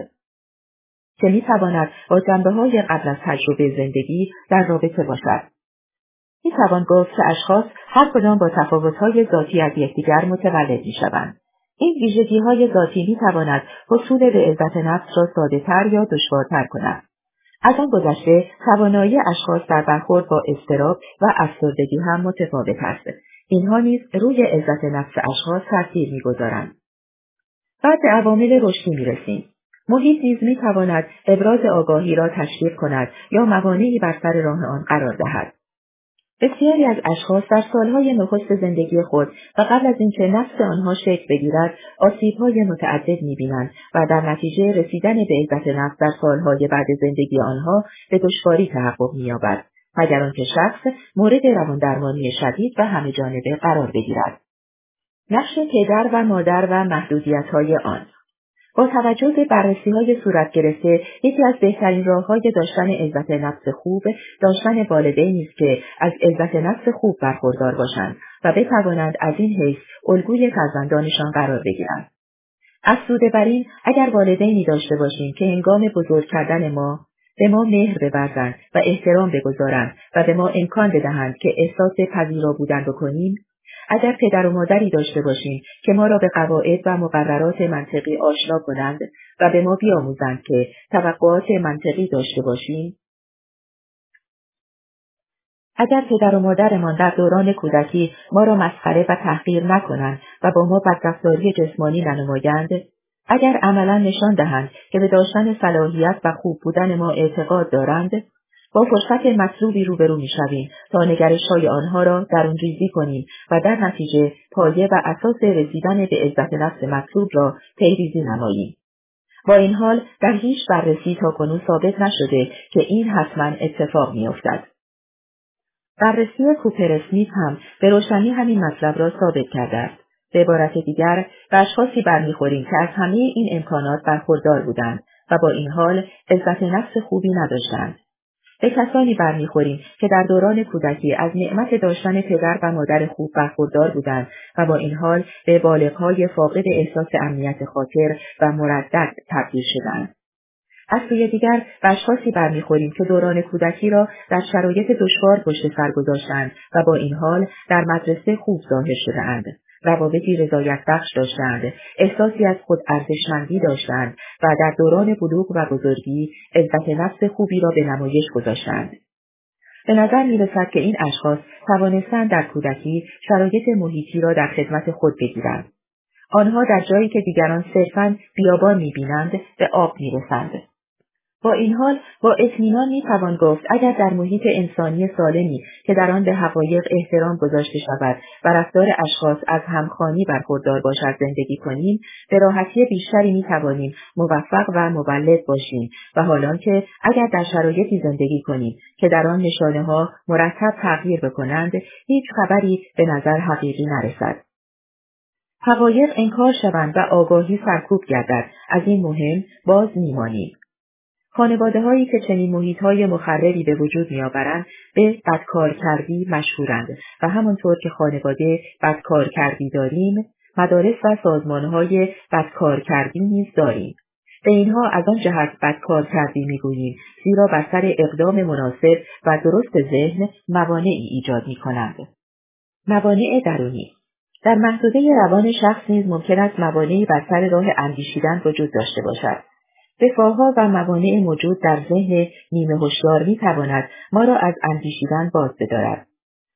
که می‌تواند با جنبه‌های قبل از تجربه زندگی در رابطه باشد. می‌توان گفت که اشخاص هر کدام با تفاوت‌های ذاتی از یکدیگر متولد می‌شوند. این ویژگی‌های ذاتی می‌تواند حصول به عزت نفس را ساده‌تر یا دشوارتر کند. از آن گذشته توانایی اشخاص در برخورد با اضطراب و افسردگی هم متفاوت است. اینها نیز روی عزت نفس اشخاص تاثیر می‌گذارند. بعد به عوامل رشدی می‌رسیم. محیط نیز می‌تواند ابراز آگاهی را تشویق کند یا موانعی بر سر راه آن قرار دهد. بسیاری از اشخاص در سالهای نخست زندگی خود و قبل از اینکه نفس آنها شکل بگیرد، آسیب‌های متعدد می‌بینند و در نتیجه رسیدن به عزت نفس در سالهای بعد زندگی آنها به دشواری تحقق می‌یابد، مگر آنکه شخص مورد رواندرمانی شدید و همه‌جانبه قرار بگیرد. نقش پدر و مادر و محدودیت‌های آن. با توجه به بررسی‌های صورت گرفته، یکی از بهترین راه‌های داشتن عزت نفس خوب، داشتن والدینی است که از عزت نفس خوب برخوردار باشند و بتوانند از این حیث الگوی فرزندانشان قرار بگیرند. افزوده بر این، اگر والدینی داشته باشیم که هنگام بزرگ کردن ما به ما مهر بورزند و احترام بگذارند و به ما امکان بدهند که احساس پذیرا بودن بکنیم، اگر پدر و مادری داشته باشیم که ما را به قواعد و مقررات منطقی آشنا کنند و به ما بیاموزند که توقعات منطقی داشته باشیم، اگر پدر و مادرمان در دوران کودکی ما را مسخره و تحقیر نکنند و با ما بدرفتاری جسمانی ننمایند، اگر عملا نشان دهند که به داشتن صلاحیت و خوب بودن ما اعتقاد دارند، با فرصت مطلوبی روبرو می‌شویم تا نگرش‌های آنها را درون‌ریزی کنیم و در نتیجه پایه و اساس رسیدن به عزت نفس مطلوب را پیریزی نماییم. با این حال در هیچ بررسی تاکنون ثابت نشده که این حتما اتفاق می‌افتد. بررسی کوپر اسمیت هم به روشنی همین مطلب را ثابت کرده است. به عبارت دیگر، به اشخاصی برمیخوریم که از همه این امکانات برخوردار بودند و با این حال عزت نفس خوبی نداشتند. به کسانی برمیخوریم که در دوران کودکی از نعمت داشتن پدر و مادر خوب برخوردار بودند و با این حال به بالغ‌های فاقد احساس امنیت خاطر و مردد تبدیل شدند. از سوی دیگر به اشخاصی برمیخوریم که دوران کودکی را در شرایط دشوار پشت سر گذاشتند و با این حال در مدرسه خوب ظاهر شده‌اند، روابطی رضایت بخش داشتند، احساسی از خود ارزشمندی داشتند و در دوران بلوغ و بزرگی عزت نفس خوبی را به نمایش گذاشتند. به نظر می‌رسد که این اشخاص توانستند در کودکی شرایط محیطی را در خدمت خود بگیرند. آنها در جایی که دیگران صرفاً بیابان می‌بینند به آب می‌رسند. با این حال با اطمینان می‌توان گفت اگر در محیط انسانی سالمی که در آن به حقایق احترام گذاشته شود و رفتار اشخاص از همخوانی برخوردار باشد زندگی کنیم، به راحتی بیشتری می‌توانیم موفق و مولد باشیم و حالان که اگر در شرایطی زندگی کنیم که در آن نشانه‌ها مرتب تغییر بکنند، هیچ خبری به نظر حقیقی نرسد. حقایق انکار شوند و آگاهی سرکوب گردد، از این مهم باز می‌مانیم. خانواده‌هایی که چنین محیط‌های مخربی به وجود می‌آورند به بدکارکردی مشهورند و همانطور که خانواده بدکارکردی داریم، مدارس و سازمان‌های بدکارکردی نیز داریم. به اینها از آن جهت بدکارکردی می‌گوییم زیرا بر سر اقدام مناسب و درست ذهن موانعی ایجاد می‌کنند. موانع درونی در محدوده روان شخص نیز ممکن است موانعی بر سر راه اندیشیدن وجود داشته باشد. دفاع‌ها و موانع موجود در ذهن نیمه هوشیار می‌تواند ما را از اندیشیدن باز بدارد.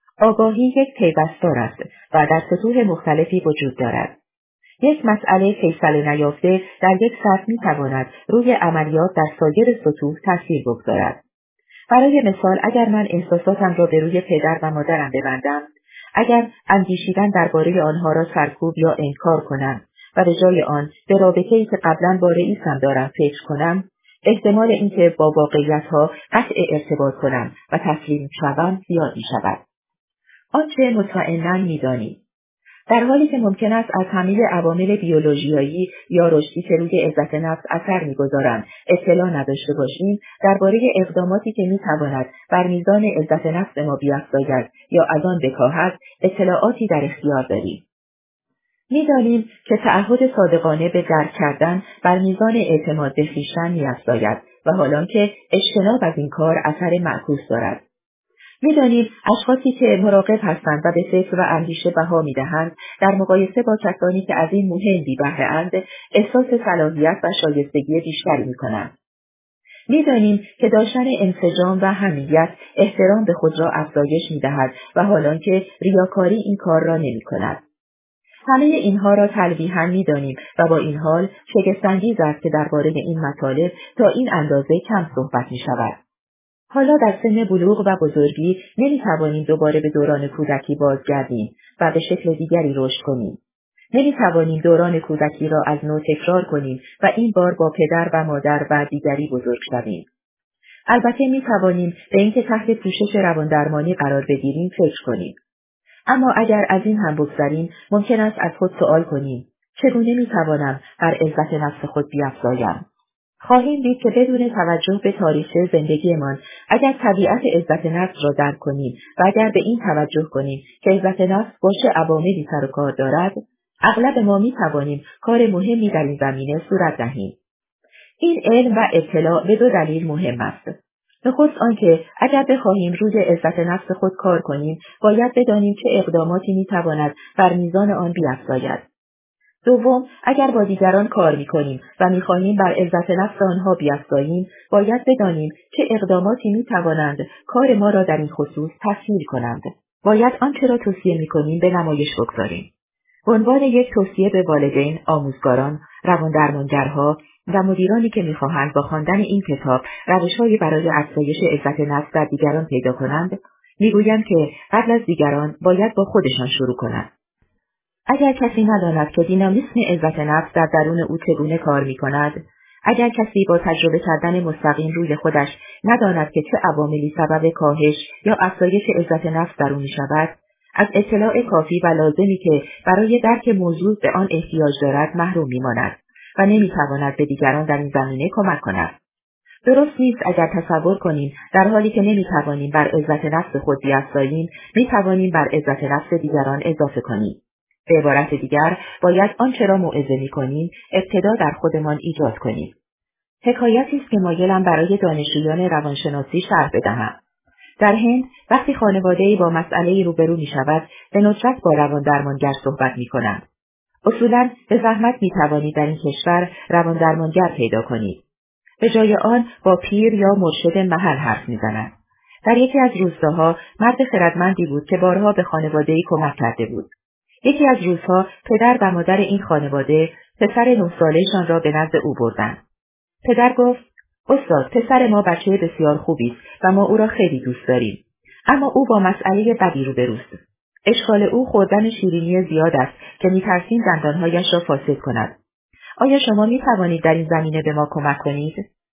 آگاهی یک پیوستار است و در سطوح مختلفی وجود دارد. یک مسئله فیصله نیافته در یک سطح می‌تواند روی عملیات در سایر سطوح تأثیر بگذارد. برای مثال اگر من احساساتم را به روی پدر و مادرم ببندم، اگر اندیشیدن درباره آنها را سرکوب یا انکار کنم و به جای آن به رابطه‌ای که قبلاً با رئیسم دارم فکر کنم، احتمال اینکه با واقعیت‌ها قطع ارتباط کنم و تسلیم شوم زیاد می‌شود. آنچه مطمئناً می‌دانیم در حالی که ممکن است از همه عوامل بیولوژیایی یا رشدی که روی عزت نفس اثر می‌گذارند اطلاع نداشته باشیم، درباره اقداماتی که می‌تواند بر میزان عزت نفس ما بیفزاید یا از آن بکاهد اطلاعاتی در اختیار داریم. می‌دانیم که تعهد صادقانه به درک کردن بر میزان اعتماد به خویشتن می‌افزاید و حالانکه اجتناب از این کار اثر معکوس دارد. می‌دانیم اشخاصی که مراقب هستند و به فکر و اندیشه بها می‌دهند در مقایسه با کسانی که از این مهم بی‌بهره‌اند احساس صلاحیت و شایستگی بیشتری می‌کنند. می‌دانیم که داشتن انسجام و حمیت احترام به خود را افزایش می‌دهد و حالانکه ریاکاری این کار را نمی‌کند. همه اینها را تلویحاً می‌دانیم و با این حال شگفت‌انگیز است که درباره این مطالب تا این اندازه کم صحبت می‌شود. حالا در سن بلوغ و بزرگی نمی‌توانیم دوباره به دوران کودکی بازگردیم و به شکل دیگری رشد کنیم. نمی‌توانیم دوران کودکی را از نو تکرار کنیم و این بار با پدر و مادر و دیگری بزرگ شویم. البته می‌توانیم به اینکه تحت پوشش رواندرمانی قرار بگیریم فکر کنیم. اما اگر از این هم بگذریم ممکن است از خود سوال کنیم چگونه می‌توانم بر عزت نفس خود بیفزایم؟ خواهیم دید که بدون توجه به تاریخچه زندگیمان اگر طبیعت عزت نفس را درک کنیم و اگر به این توجه کنیم که عزت نفس با چه عواملی سر و کار دارد، اغلب ما می‌توانیم کار مهمی در این زمینه صورت دهیم. این علم و اطلاع به دو دلیل مهم است. نخست آنکه اگر بخواهیم روی عزت نفس خود کار کنیم، باید بدانیم چه اقداماتی می‌تواند بر میزان آن بیفزاید. دوم، اگر با دیگران کار می‌کنیم و می‌خواهیم بر عزت نفس آنها بیفزاییم، باید بدانیم چه اقداماتی می‌توانند کار ما را در این خصوص تسهیل کنند. باید آنچه را توصیه می‌کنیم به نمایش بگذاریم. به عنوان یک توصیه به والدین، آموزگاران، رواندرمانگرها و مدیرانی که می‌خواهند با خواندن این کتاب روش‌هایی برای افزایش عزت نفس در دیگران پیدا کنند، می‌گویم که قبل از دیگران باید با خودشان شروع کنند. اگر کسی نداند که دینامیسم عزت نفس در درون او چگونه کار می‌کند، اگر کسی با تجربه کردن مستقیم روی خودش نداند که چه عواملی سبب کاهش یا افزایش عزت نفس در او می‌شود، از اطلاع کافی و لازمی که برای درک موضوع به آن احتیاج دارد محروم می‌ماند و نمی‌تواند به دیگران در این زمینه کمک کند. درست نیست اگر تصور کنیم در حالی که نمی‌توانیم بر عزت نفس خود بیفزاییم، می‌توانیم بر عزت نفس دیگران اضافه کنیم. به عبارت دیگر، باید آنچه را موعظه می‌کنیم، ابتدا در خودمان ایجاد کنیم. حکایتی است که مایلم برای دانشجویان روانشناسی شرح بدهم. در هند، وقتی خانواده‌ای با مسئله‌ای روبرو می‌شود، به ندرت با رواندرمانگر صحبت می‌کنند. اصولاً به زحمت می‌توانید در این کشور رواندرمانگر پیدا کنید. به جای آن با پیر یا مرشد محل حرف می‌زنند. در یکی از روستاها مرد خردمندی بود که بارها به خانواده‌ای کمک کرده بود. یکی از روزها پدر و مادر این خانواده پسر 9 ساله‌شان را به نزد او بردند. پدر گفت: استاد، پسر ما بچه بسیار خوبی است و ما او را خیلی دوست داریم. اما او با مسئله بدی روبروست. اشکال او خوردن شیرینی زیاد است که می‌ترسیم دندانهایش را فاسد کند. آیا شما می‌توانید در این زمینه به ما کمک کنید؟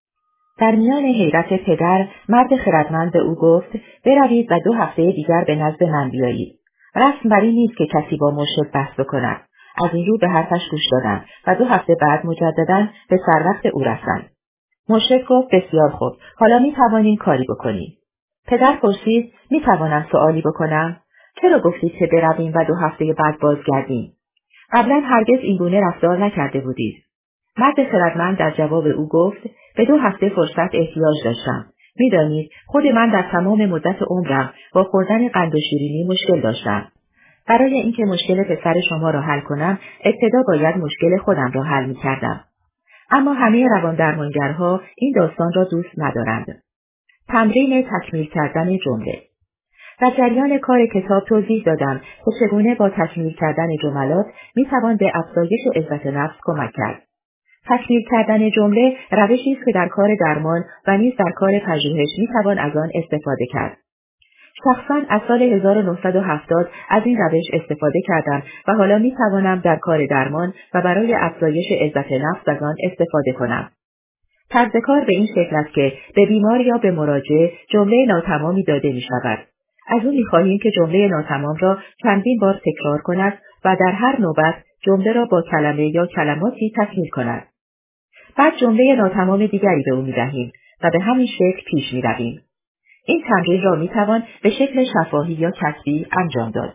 در میان حیرت پدر، مرد خردمند به او گفت: بروید و 2 هفته دیگر به نزد من بیایید. رسم بر این نیست که کسی با مرشد بحث بکند. از این رو به حرفش گوش دادند و 2 هفته بعد مجدداً به سروقت او رفتند. مشرف گفت بسیار خوب، حالا می توانیم کاری بکنیم. پدر پرسید می توانم سوالی بکنم؟ چرا گفتید که برویم و 2 هفته بعد بازگردیم؟ قبلا هرگز این گونه رفتار نکرده بودید. مرد خردمند در جواب او گفت به 2 هفته فرصت احتیاج داشتم. میدانید خود من در تمام مدت عمرم با خوردن قند و شیرینی مشکل داشتم. برای اینکه مشکل پسر شما را حل کنم، ابتدا باید مشکل خودم را حل می‌کردم. اما همه رواندرمانگرها این داستان را دوست ندارند. تمرین تکمیل کردن جمله. در جریان کار کتاب توضیح دادم که چگونه با تکمیل کردن جملات میتوان به افزایش عزت نفس کمک کرد. تکمیل کردن جمله روشی است که در کار درمان و نیز در کار پژوهش میتوان از آن استفاده کرد. شخصاً از سال 1970 از این روش استفاده کردم و حالا میتوانم در کار درمان و برای افزایش عزت نفس از آن استفاده کنم. طرز کار به این شکل است که به بیمار یا به مراجع جمله ناتمامی داده می شود. از او می خواهیم که جمله ناتمام را چندین بار تکرار کند و در هر نوبت جمله را با کلمه یا کلماتی تکمیل کند. بعد جمله ناتمام دیگری به او می دهیم و به همین شکل پیش می رویم. این تمرین را می توان به شکل شفاهی یا کتبی انجام داد.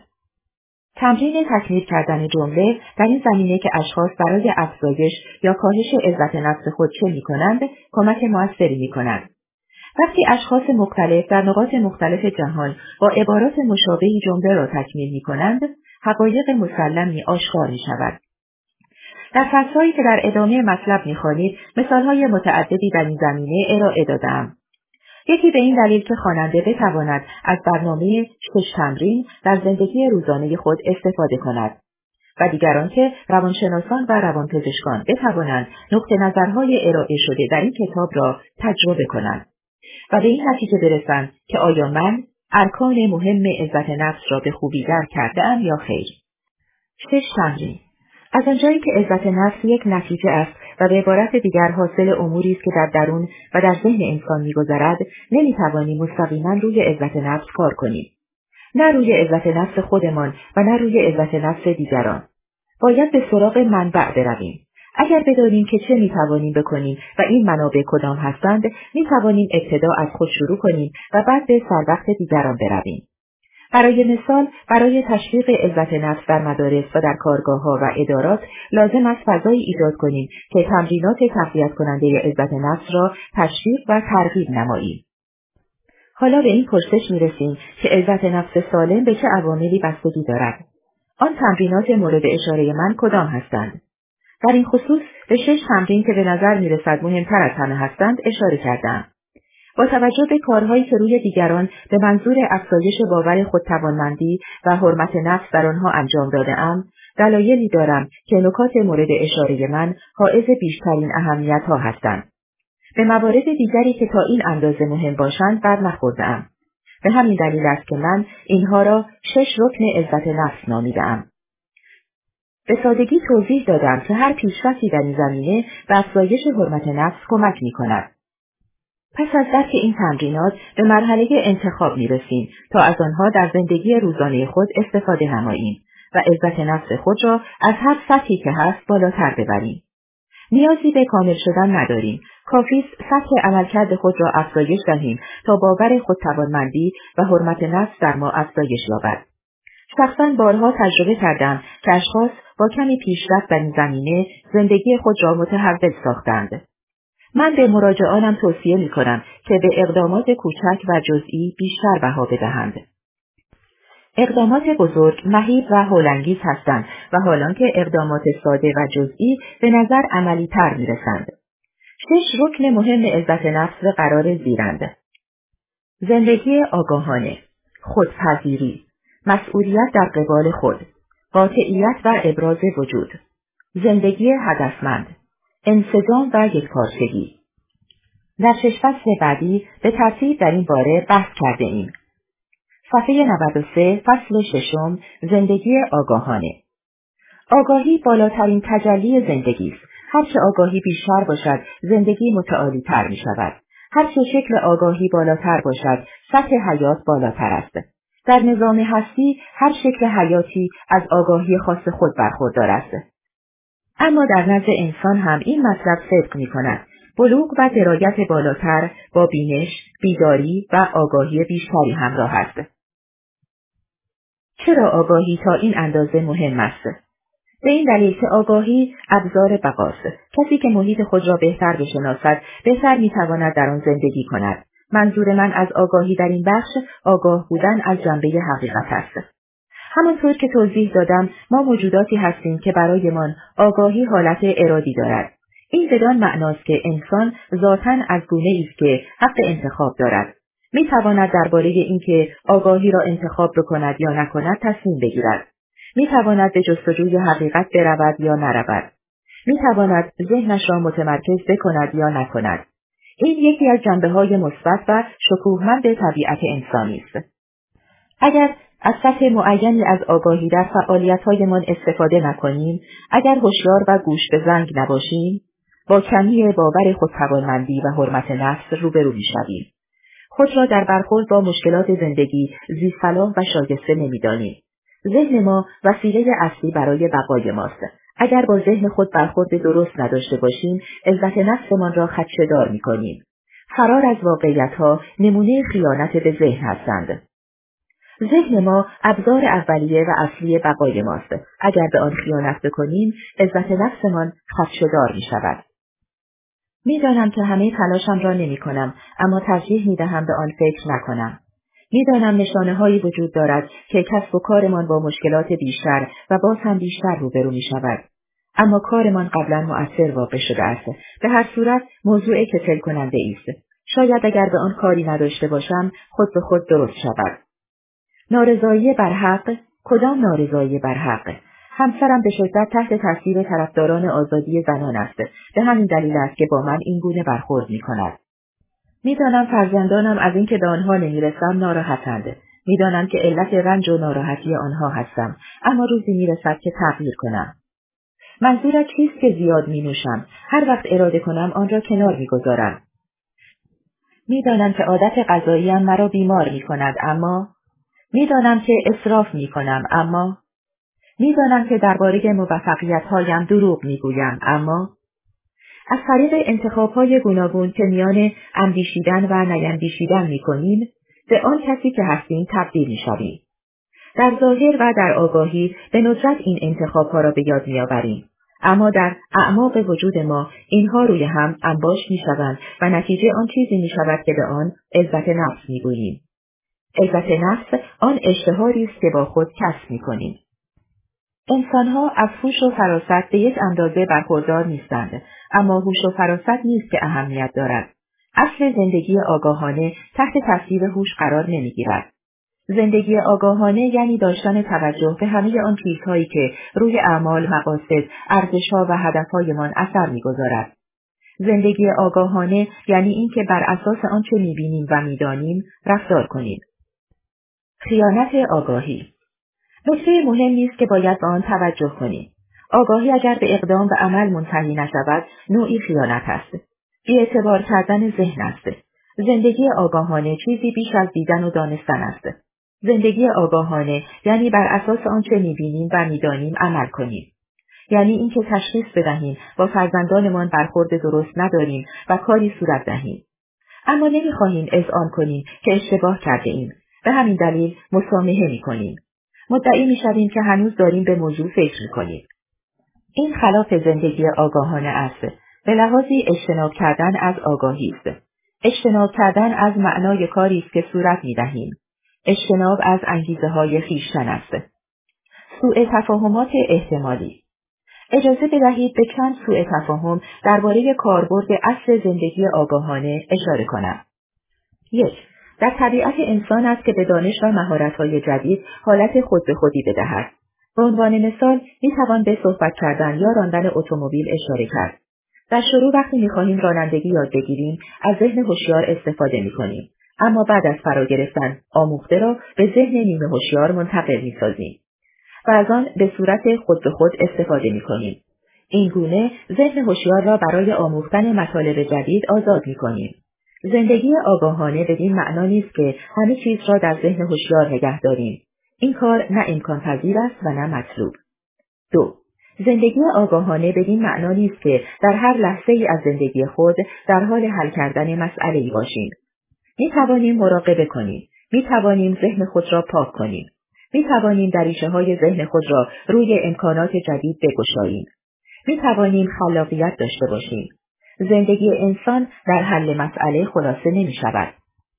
تمرین تکمیل کردن جمله در این زمینه که اشخاص برای افزایش یا کاهش عزت نفس خود چه می‌کنند، کمک موثری می‌کنند. وقتی اشخاص مختلف در نقاط مختلف جهان با عبارات مشابهی جمله را تکمیل می‌کنند، حقایق مسلمی آشکار می‌شود. در فصل‌هایی که در ادامه مطلب می‌خوانید، مثال‌های متعددی در این زمینه ارائه داده‌ام. یکی به این دلیل که خواننده بتواند از برنامه 6 تمرین در زندگی روزانه خود استفاده کند و دیگران که روانشناسان و روانپزشکان بتوانند نقطه نظرهای ارائه شده در این کتاب را تجربه کنند و به این نتیجه برسند که آیا من ارکان مهم عزت نفس را به خوبی درک کرده‌ام یا خیر. 6 تمرین. از آنجایی که عزت نفس یک نتیجه است و به عبارت دیگر حاصل اموری است که در درون و در ذهن انسان می‌گذرد، نمی‌توانیم مستقیما روی عزت نفس کار کنیم. نه روی عزت نفس خودمان و نه روی عزت نفس دیگران. باید به سراغ منبع برویم. اگر بدانیم که چه می‌توانیم بکنیم و این منابع کدام هستند، می‌توانیم ابتدا از خود شروع کنیم و بعد به سروقت دیگران برویم. برای مثال، برای تشویق عزت نفس در مدارس و در کارگاه‌ها و ادارات لازم است فضایی ایجاد کنیم که تمرینات تقویت کننده عزت نفس را تشویق و ترغیب نماییم. حالا به این پرسش می‌رسیم که عزت نفس سالم به چه عواملی بستگی دارد؟ آن تمرینات مورد اشاره من کدام هستند؟ در این خصوص به 6 تمرین که به نظر می‌رسد مهمتر از همه هستند اشاره کردم. با توجه به کارهایی که روی دیگران به منظور افزایش باور خودتوانمندی و حرمت نفس در آنها انجام داده‌ام، دلایلی دارم که نکات مورد اشاره من حائز بیشترین اهمیت‌ها هستند. به موارد دیگری که تا این اندازه مهم باشند بر نخورده‌ام. به همین دلیل است که من اینها را 6 رکن عزت نفس نامیده‌ام. به سادگی توضیح دادم که هر پیشرفتی در این زمینه به افزایش حرمت نفس کمک می‌کند. پس از درک این تمرینات به مرحله انتخاب می‌رسیم تا از آنها در زندگی روزانه خود استفاده نماییم و عزت نفس خود را از هر سطحی که هست بالاتر ببریم. نیازی به کامل شدن نداریم. کافی است سطح عملکرد خود را افزایش دهیم تا باور خودتوانمندی و حرمت نفس در ما افزایش یابد. شخصاً بارها تجربه کردم که اشخاص با کمی پیشرفت در این زمینه زندگی خود را متحول ساختند. من به مراجعانم توصیه می‌کنم که به اقدامات کوچک و جزئی بیشتر بها بدهند. اقدامات بزرگ مهیب و هولانگیز هستند و حالانکه اقدامات ساده و جزئی به نظر عملی‌تر می‌رسند. 6 رکن مهم عزت نفس قرار زیرند: زندگی آگاهانه، خودپذیری، مسئولیت در قبال خود، قاطعیت و ابراز وجود، زندگی هدفمند، انسجام و یکپارچگی. در 6 فصل بعدی به ترتیب در این باره بحث کرده ایم. صفحه 93 فصل 6 زندگی آگاهانه. آگاهی بالاترین تجلی زندگی است. هرچه آگاهی بیشتر باشد، زندگی متعالی تر می شود. هرچه شکل آگاهی بالاتر باشد، سطح حیات بالاتر است. در نظام هستی، هر شکل حیاتی از آگاهی خاص خود برخوردار است. اما در نزد انسان هم این مطلب صدق می کند. بلوغ و درایت بالاتر با بینش، بیداری و آگاهی بیشتری همراه است. چرا آگاهی تا این اندازه مهم است؟ به این دلیل که آگاهی ابزار بقاست. کسی که محیط خود را بهتر بشناسد، بهتر میتواند در آن زندگی کند. منظور من از آگاهی در این بخش، آگاه بودن از جنبه حقیقت است. همانطور که توضیح دادم، ما موجوداتی هستیم که برایمان آگاهی حالت ارادی دارد. این بدان معناست که انسان ذاتاً از گونه‌ای است که حق انتخاب دارد. میتواند درباره اینکه آگاهی را انتخاب بکند یا نکند تصمیم بگیرد. میتواند به جستجوی حقیقت برود یا نرود. میتواند ذهنش را متمرکز بکند یا نکند. این یکی از جنبه‌های مثبت و شکوهمند طبیعت انسانی است. اگر از سطح معینی از آگاهی در فعالیت‌هایمان استفاده نکنیم، اگر هوشیار و گوش به زنگ نباشیم، با کمی باور خودتوانمندی و حرمت نفس روبرو می‌شویم. خود را در برخورد با مشکلات زندگی ذی‌صلاح و شایسته نمی‌دانیم. ذهن ما وسیله اصلی برای بقای ماست. اگر با ذهن خود برخورد درست نداشته باشیم، عزت نفسمان را خدشه‌دار می‌کنیم. فرار از واقعیت‌ها نمونه خیانت به ذهن هستند. ذهن ما ابزار اولیه و اصلی بقای ماست. اگر به آن خیانت بکنیم، عزت نفسمان خدشه‌دار می‌شود. می‌دانم که همه تلاشم را نمی‌کنم، اما ترجیح می‌دهم به آن فکر نکنم. می‌دانم نشانه‌هایی وجود دارد که کسب و کارمان با مشکلات بیشتر و باز هم بیشتر روبرو می‌شود. اما کارمان قبلا مؤثر واقع شده است. به هر صورت موضوع کسل کننده است. شاید اگر به آن کاری نداشته باشم، خود به خود درست شود. نارضایی بر حق؟ کدام نارضایی بر حق؟ همسرم به شدت تحت تاثیر طرفداران آزادی زنان است. به همین دلیل است که با من این گونه برخورد می‌کند. می‌دانم فرزندانم از اینکه به آنها نمی‌رسم ناراحتند. می‌دانم که علت رنج و ناراحتی آنها هستم، اما روزی می‌رسد که تغییر کنم. منظورت چیست که زیاد می‌نوشم؟ هر وقت اراده کنم آن را کنار می‌گذارم. می‌دانم که عادت غذاییم مرا بیمار می‌کند، اما می‌دانم که اسراف می‌کنم، اما می‌دانم که درباره موفقیت‌هایم دروغ می‌گویم، اما از طریق انتخاب‌های گوناگون که میان اندیشیدن و نیندیشیدن می‌کنیم، به آن کسی که هستیم تبدیل می‌شویم. در ظاهر و در آگاهی به ندرت این انتخاب‌ها را به یاد می‌آوریم، اما در اعماق وجود ما اینها روی هم انباشت می‌شوند و نتیجه آن چیزی می‌شود که به آن عزت نفس می‌گوییم. عزت نفس آن اشتهاری است که با خود کسب می‌کنیم. انسان‌ها از هوش و فراست به یک اندازه برخوردار نیستند، اما هوش و فراست نیست که اهمیت دارد. اصل زندگی آگاهانه تحت تاثیر هوش قرار نمی‌گیرد. زندگی آگاهانه یعنی داشتن توجه به همه آن چیزهایی که روی اعمال، مقاصد، ارزش‌ها و هدف‌هایمان اثر می‌گذارد. زندگی آگاهانه یعنی اینکه بر اساس آنچه می‌بینیم و می‌دانیم رفتار کنیم. خیانت آگاهی. نکته مهمی است که باید به آن توجه کنیم. آگاهی اگر به اقدام و عمل منتهی نشود، نوعی خیانت است. بی‌اعتبار کردن ذهن است. زندگی آگاهانه چیزی بیش از دیدن و دانستن است. زندگی آگاهانه یعنی بر اساس آنچه می‌بینیم و می‌دانیم عمل کنیم. یعنی اینکه تشخیص بدهیم با فرزندانمان برخورد درست نداریم و کاری صورت دهیم. اما نمی‌خواهیم اذعان کنیم که اشتباه کرده‌ایم. به همین دلیل مسامحه می‌کنیم. مدعی می‌شویم که هنوز داریم به موضوع فکر می‌کنیم. این خلاف زندگی آگاهانه است. به لحاظی اجتناب کردن از آگاهی است. اجتناب کردن از معنای کاری است که صورت می‌دهیم. اجتناب از انگیزه‌های خویشتن است. سوء تفاهمات احتمالی. اجازه بدهید به چند سوء تفاهم درباره کاربرد اصل زندگی آگاهانه اشاره کنم. 1. در طبیعت انسان است که به دانش و مهارت‌های جدید حالت خود به خودی بدهد. به عنوان مثال می‌توان به صحبت کردن یا راندن اتومبیل اشاره کرد. در شروع وقتی می‌خواهیم رانندگی یاد بگیریم، از ذهن هوشیار استفاده می‌کنیم، اما بعد از فرا گرفتن آموخته را به ذهن نیمه هوشیار منتقل می‌سازیم و از آن به صورت خود به خود استفاده می‌کنیم. این گونه ذهن هوشیار را برای آموختن مطالب جدید آزاد می‌کنیم. زندگی آگاهانه بدین معنا نیست که همه چیز را در ذهن هوشیار نگه داریم. این کار نه امکان پذیر است و نه مطلوب. 2. زندگی آگاهانه بدین معنا نیست که در هر لحظه ای از زندگی خود در حال حل کردن مسئله‌ای باشیم. می توانیم مراقبه کنیم. می توانیم ذهن خود را پاک کنیم. می توانیم دریچه‌های ذهن خود را روی امکانات جدید بگشاییم. می توانیم خلاقیت داشته باشیم. زندگی انسان در حل مسئله خلاصه نمی شود.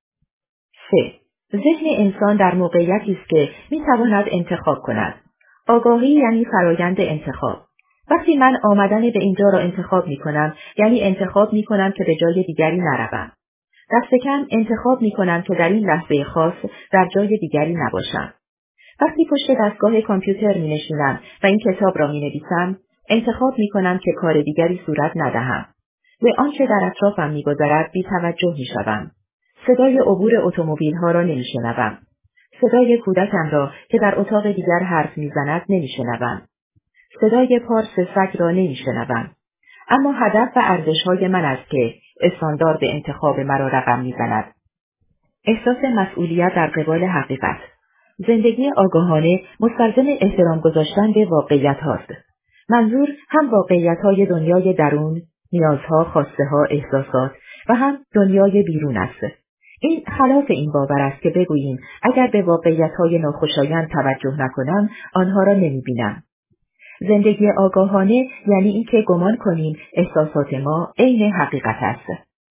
3. ذهن انسان در موقعیتی است که می تواند انتخاب کند. آگاهی یعنی فرایند انتخاب. وقتی من آمدن به اینجا را انتخاب می کنم، یعنی انتخاب می کنم که به جای دیگری نروم. دست کم انتخاب می کنم که در این لحظه خاص در جای دیگری نباشم. وقتی پشت دستگاه کامپیوتر می نشینم و این کتاب را می نویسم، انتخاب می کنم که کار دیگری صورت ندهم. به آنچه در اطرافم می گذرد بی توجه می شوم. صدای عبور اتومبیل ها را نمی شنوم. صدای کودکم را که در اتاق دیگر حرف می زند نمی شنوم. صدای پارس سگ را نمی شنوم. اما هدف و ارزش‌های من است که استاندارد انتخاب مرا رقم می زند. احساس مسئولیت در قبال حقیقت. زندگی آگاهانه مستلزم احترام گذاشتن به واقعیت هاست. منظور هم واقعیت های دنیای درون، نیازها، خواسته ها، احساسات و هم دنیای بیرون است. این خلاف این باور است که بگوییم اگر به واقعیت های ناخوشایند توجه نکنم آنها را نمی بینم. زندگی آگاهانه یعنی اینکه گمان کنیم احساسات ما عین حقیقت است.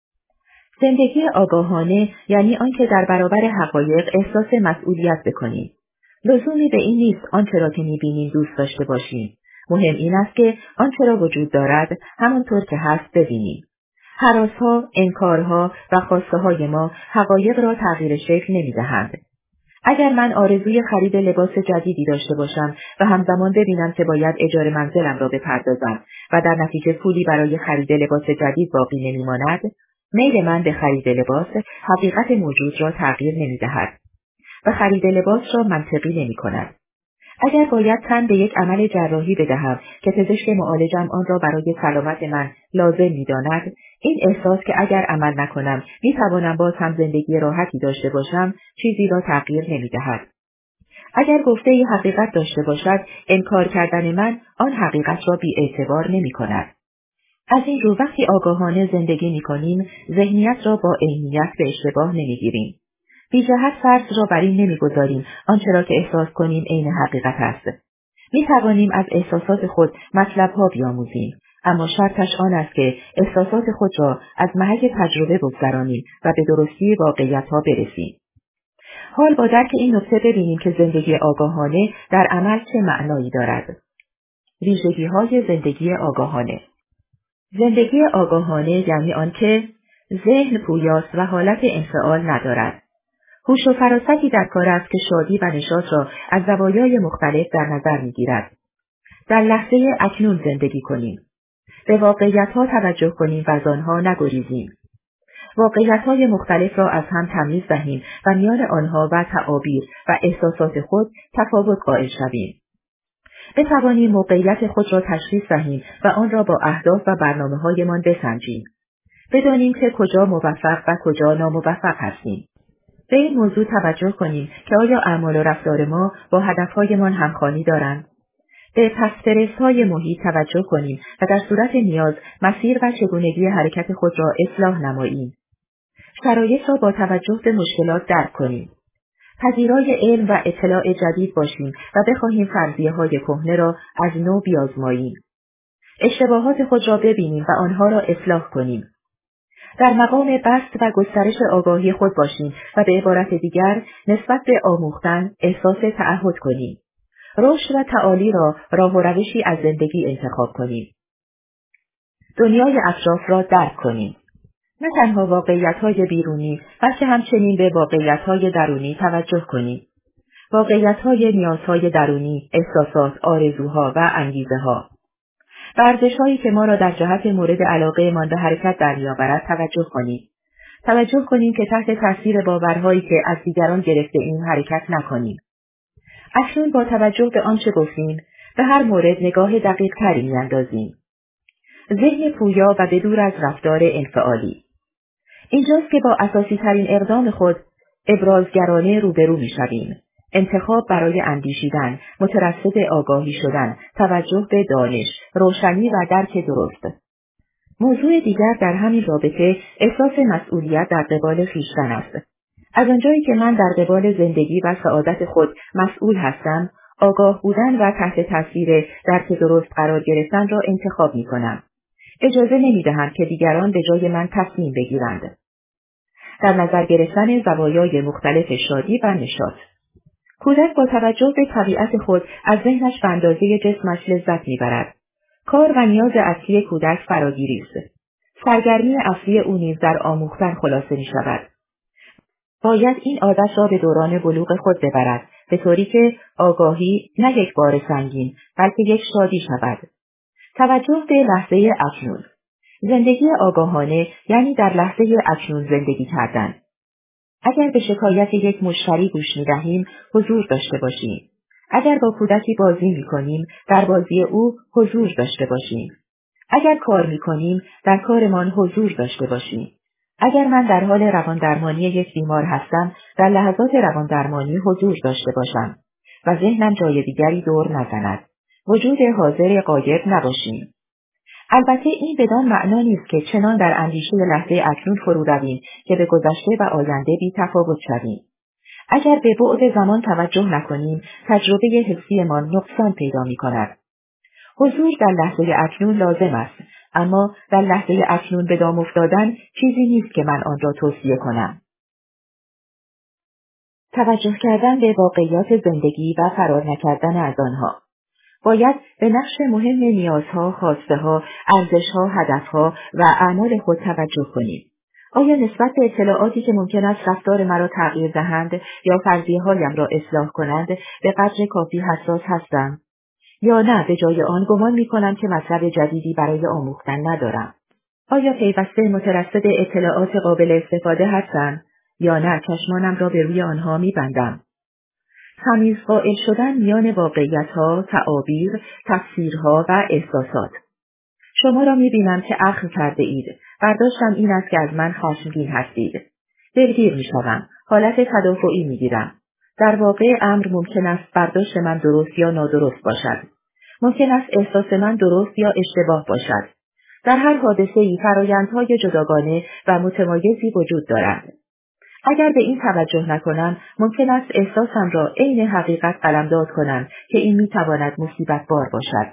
زندگی آگاهانه یعنی آنکه در برابر حقایق احساس مسئولیت بکنیم. لزومی به این نیست آنچه را که می‌بینیم دوست داشته باشیم. مهم این است که آنچه را وجود دارد همانطور که هست ببینیم. هراس‌ها، انکارها و خواسته‌های ما حقایق را تغییر شکل نمی‌دهند. اگر من آرزوی خرید لباس جدیدی داشته باشم و همزمان ببینم که باید اجاره منزلم را بپردازم و در نتیجه پولی برای خرید لباس جدید باقی نمی‌ماند، میل من به خرید لباس حقیقت موجود را تغییر نمی‌دهد و خرید لباس را منطقی نمی‌کند. اگر باید تن به یک عمل جراحی بدهم که پزشک معالجم آن را برای سلامت من لازم می‌داند، این احساس که اگر عمل نکنم می‌توانم باز هم زندگی راحتی داشته باشم، چیزی را تغییر نمی‌دهد. اگر گفته‌ای حقیقت داشته باشد، انکار کردن من آن حقیقت را بی‌اعتبار نمی‌کند. از این رو وقتی آگاهانه زندگی می‌کنیم، ذهنیت را با عینیت به اشتباه نمی‌گیریم. بی جهت فرض را بر این نمی‌گذاریم آنچه را که احساس کنیم عین حقیقت است. می‌توانیم از احساسات خود مطلب‌ها بیاموزیم، اما شرطش آن است که احساسات خود را از محک تجربه بگذرانیم و به درستی واقعیت‌ها برسیم. حال با درک این نکته ببینیم که زندگی آگاهانه در عمل چه معنایی دارد. ویژگی‌های زندگی آگاهانه. زندگی آگاهانه یعنی آنکه ذهن پویاست و حالت انفعال ندارد. هوش و فراستی در کار است که شادی و نشاط را از زوایای مختلف در نظر می‌گیرد. در لحظه اکنون زندگی کنیم. به واقعیت‌ها توجه کنیم و از آنها نگریزیم. واقعیت‌های مختلف را از هم تمیز دهیم و میان آنها و تعابیر و احساسات خود تفاوت قائل شویم. بتوانیم موقعیت خود را تشخیص دهیم و آن را با اهداف و برنامه‌هایمان بسنجیم. بدانیم که کجا موفق و کجا ناموفق هستیم. به این موضوع توجه کنیم که آیا اعمال و رفتار ما با هدفهایمان همخوانی دارند. به پس‌فرست‌های محیط توجه کنیم و در صورت نیاز مسیر و چگونگی حرکت خود را اصلاح نماییم. شرایط را با توجه به مشکلات درک کنیم. پذیرای علم و اطلاع جدید باشیم و بخواهیم فرضیه‌های کهنه را از نو بیازماییم. اشتباهات خود را ببینیم و آنها را اصلاح کنیم. در مقام بسط و گسترش آگاهی خود باشیم و به عبارت دیگر نسبت به آموختن احساس تعهد کنیم. رشد و تعالی را راه و روشی از زندگی انتخاب کنیم. دنیای اطراف را درک کنیم. نه تنها واقعیت‌های بیرونی، بلکه همچنین به واقعیت‌های درونی توجه کنیم. واقعیت‌های نیازهای درونی، احساسات، آرزوها و انگیزه‌ها. به ارزش‌هایی که ما را در جهت مورد علاقه‌مان به حرکت درمی‌آورد توجه کنیم. توجه کنیم که تحت تاثیر باورهایی که از دیگران گرفته این حرکت نکنیم. اکنون با توجه به آنچه گفتیم، به هر مورد نگاه دقیق‌تری می‌اندازیم. ذهن پویا و بدور از رفتار انفعالی. اینجاست که با اساسی ترین اقدام خود ابرازگرانه روبرو می‌شویم. انتخاب برای اندیشیدن، مترصد آگاهی شدن، توجه به دانش، روشنی و درک درست. موضوع دیگر در همین رابطه احساس مسئولیت در قبال خویشتن است. از آنجایی که من در قبال زندگی و سعادت خود مسئول هستم، آگاه بودن و تحت تاثیر درک درست قرار گرفتن را انتخاب می کنم. اجازه نمی دهم که دیگران به جای من تصمیم بگیرند. در نظر گرفتن زوایای مختلف شادی و نشاط. کودک با توجه به طبیعت خود از ذهنش به اندازه جسمش لذت میبرد. کار و نیاز اصلی کودک فراگیری است. سرگرمی اصلی او نیز در آموختن خلاصه می شود. باید این عادت را به دوران بلوغ خود ببرد، به طوری که آگاهی نه یک بار سنگین، بلکه یک شادی شود. توجه به لحظه اکنون. زندگی آگاهانه یعنی در لحظه اکنون زندگی کردن. اگر به شکایت یک مشتری گوش می‌دهیم، حضور داشته باشیم. اگر با کودکی بازی می‌کنیم، در بازی او حضور داشته باشیم. اگر کار می‌کنیم، در کارمان حضور داشته باشیم. اگر من در حال رواندرمانی یک بیمار هستم، در لحظات رواندرمانی حضور داشته باشم و ذهنم جای دیگری دور نزند. وجود حاضر غایب نباشیم. البته این بدان معنا نیست که چنان در اندیشه لحظه اکنون فرو رویم که به گذشته و آینده بی تفاوت شویم. اگر به بعد زمان توجه نکنیم، تجربه حسیمان نقصان پیدا می کند. حضور در لحظه اکنون لازم است، اما در لحظه اکنون به دام افتادن چیزی نیست که من آن را توصیه کنم. توجه کردن به واقعیات زندگی و فرار نکردن از آنها. باید به نقش مهم نیازها، خواسته‌ها، ارزش‌ها، هدف‌ها و اعمال خود توجه کنیم. آیا نسبت به اطلاعاتی که ممکن است رفتار مرا تغییر دهند یا فرضیه‌هایم را اصلاح کنند به قدر کافی حساس هستم؟ یا نه به جای آن گمان می‌کنم که مطلب جدیدی برای آموختن ندارم؟ آیا پیوسته مترصد اطلاعات قابل استفاده هستم؟ یا نه چشمانم را به روی آنها می‌بندم؟ تمیز قائل شدن میان واقعیت‌ها، تعابیر، تفسیرها و احساسات. شما را می‌بینم که اخم کرده اید. برداشتم این است که از من خشمگین هستید. دلگیر می‌شوم. حالت تدافعی می‌گیرم. در واقع امر ممکن است برداشت من درست یا نادرست باشد. ممکن است احساس من درست یا اشتباه باشد. در هر حادثه‌ای فرآیندهای جداگانه و متمایزی وجود دارند. اگر به این توجه نکنم، ممکن است احساسم را عین حقیقت قلمداد کنم که این میتواند مصیبت بار باشد.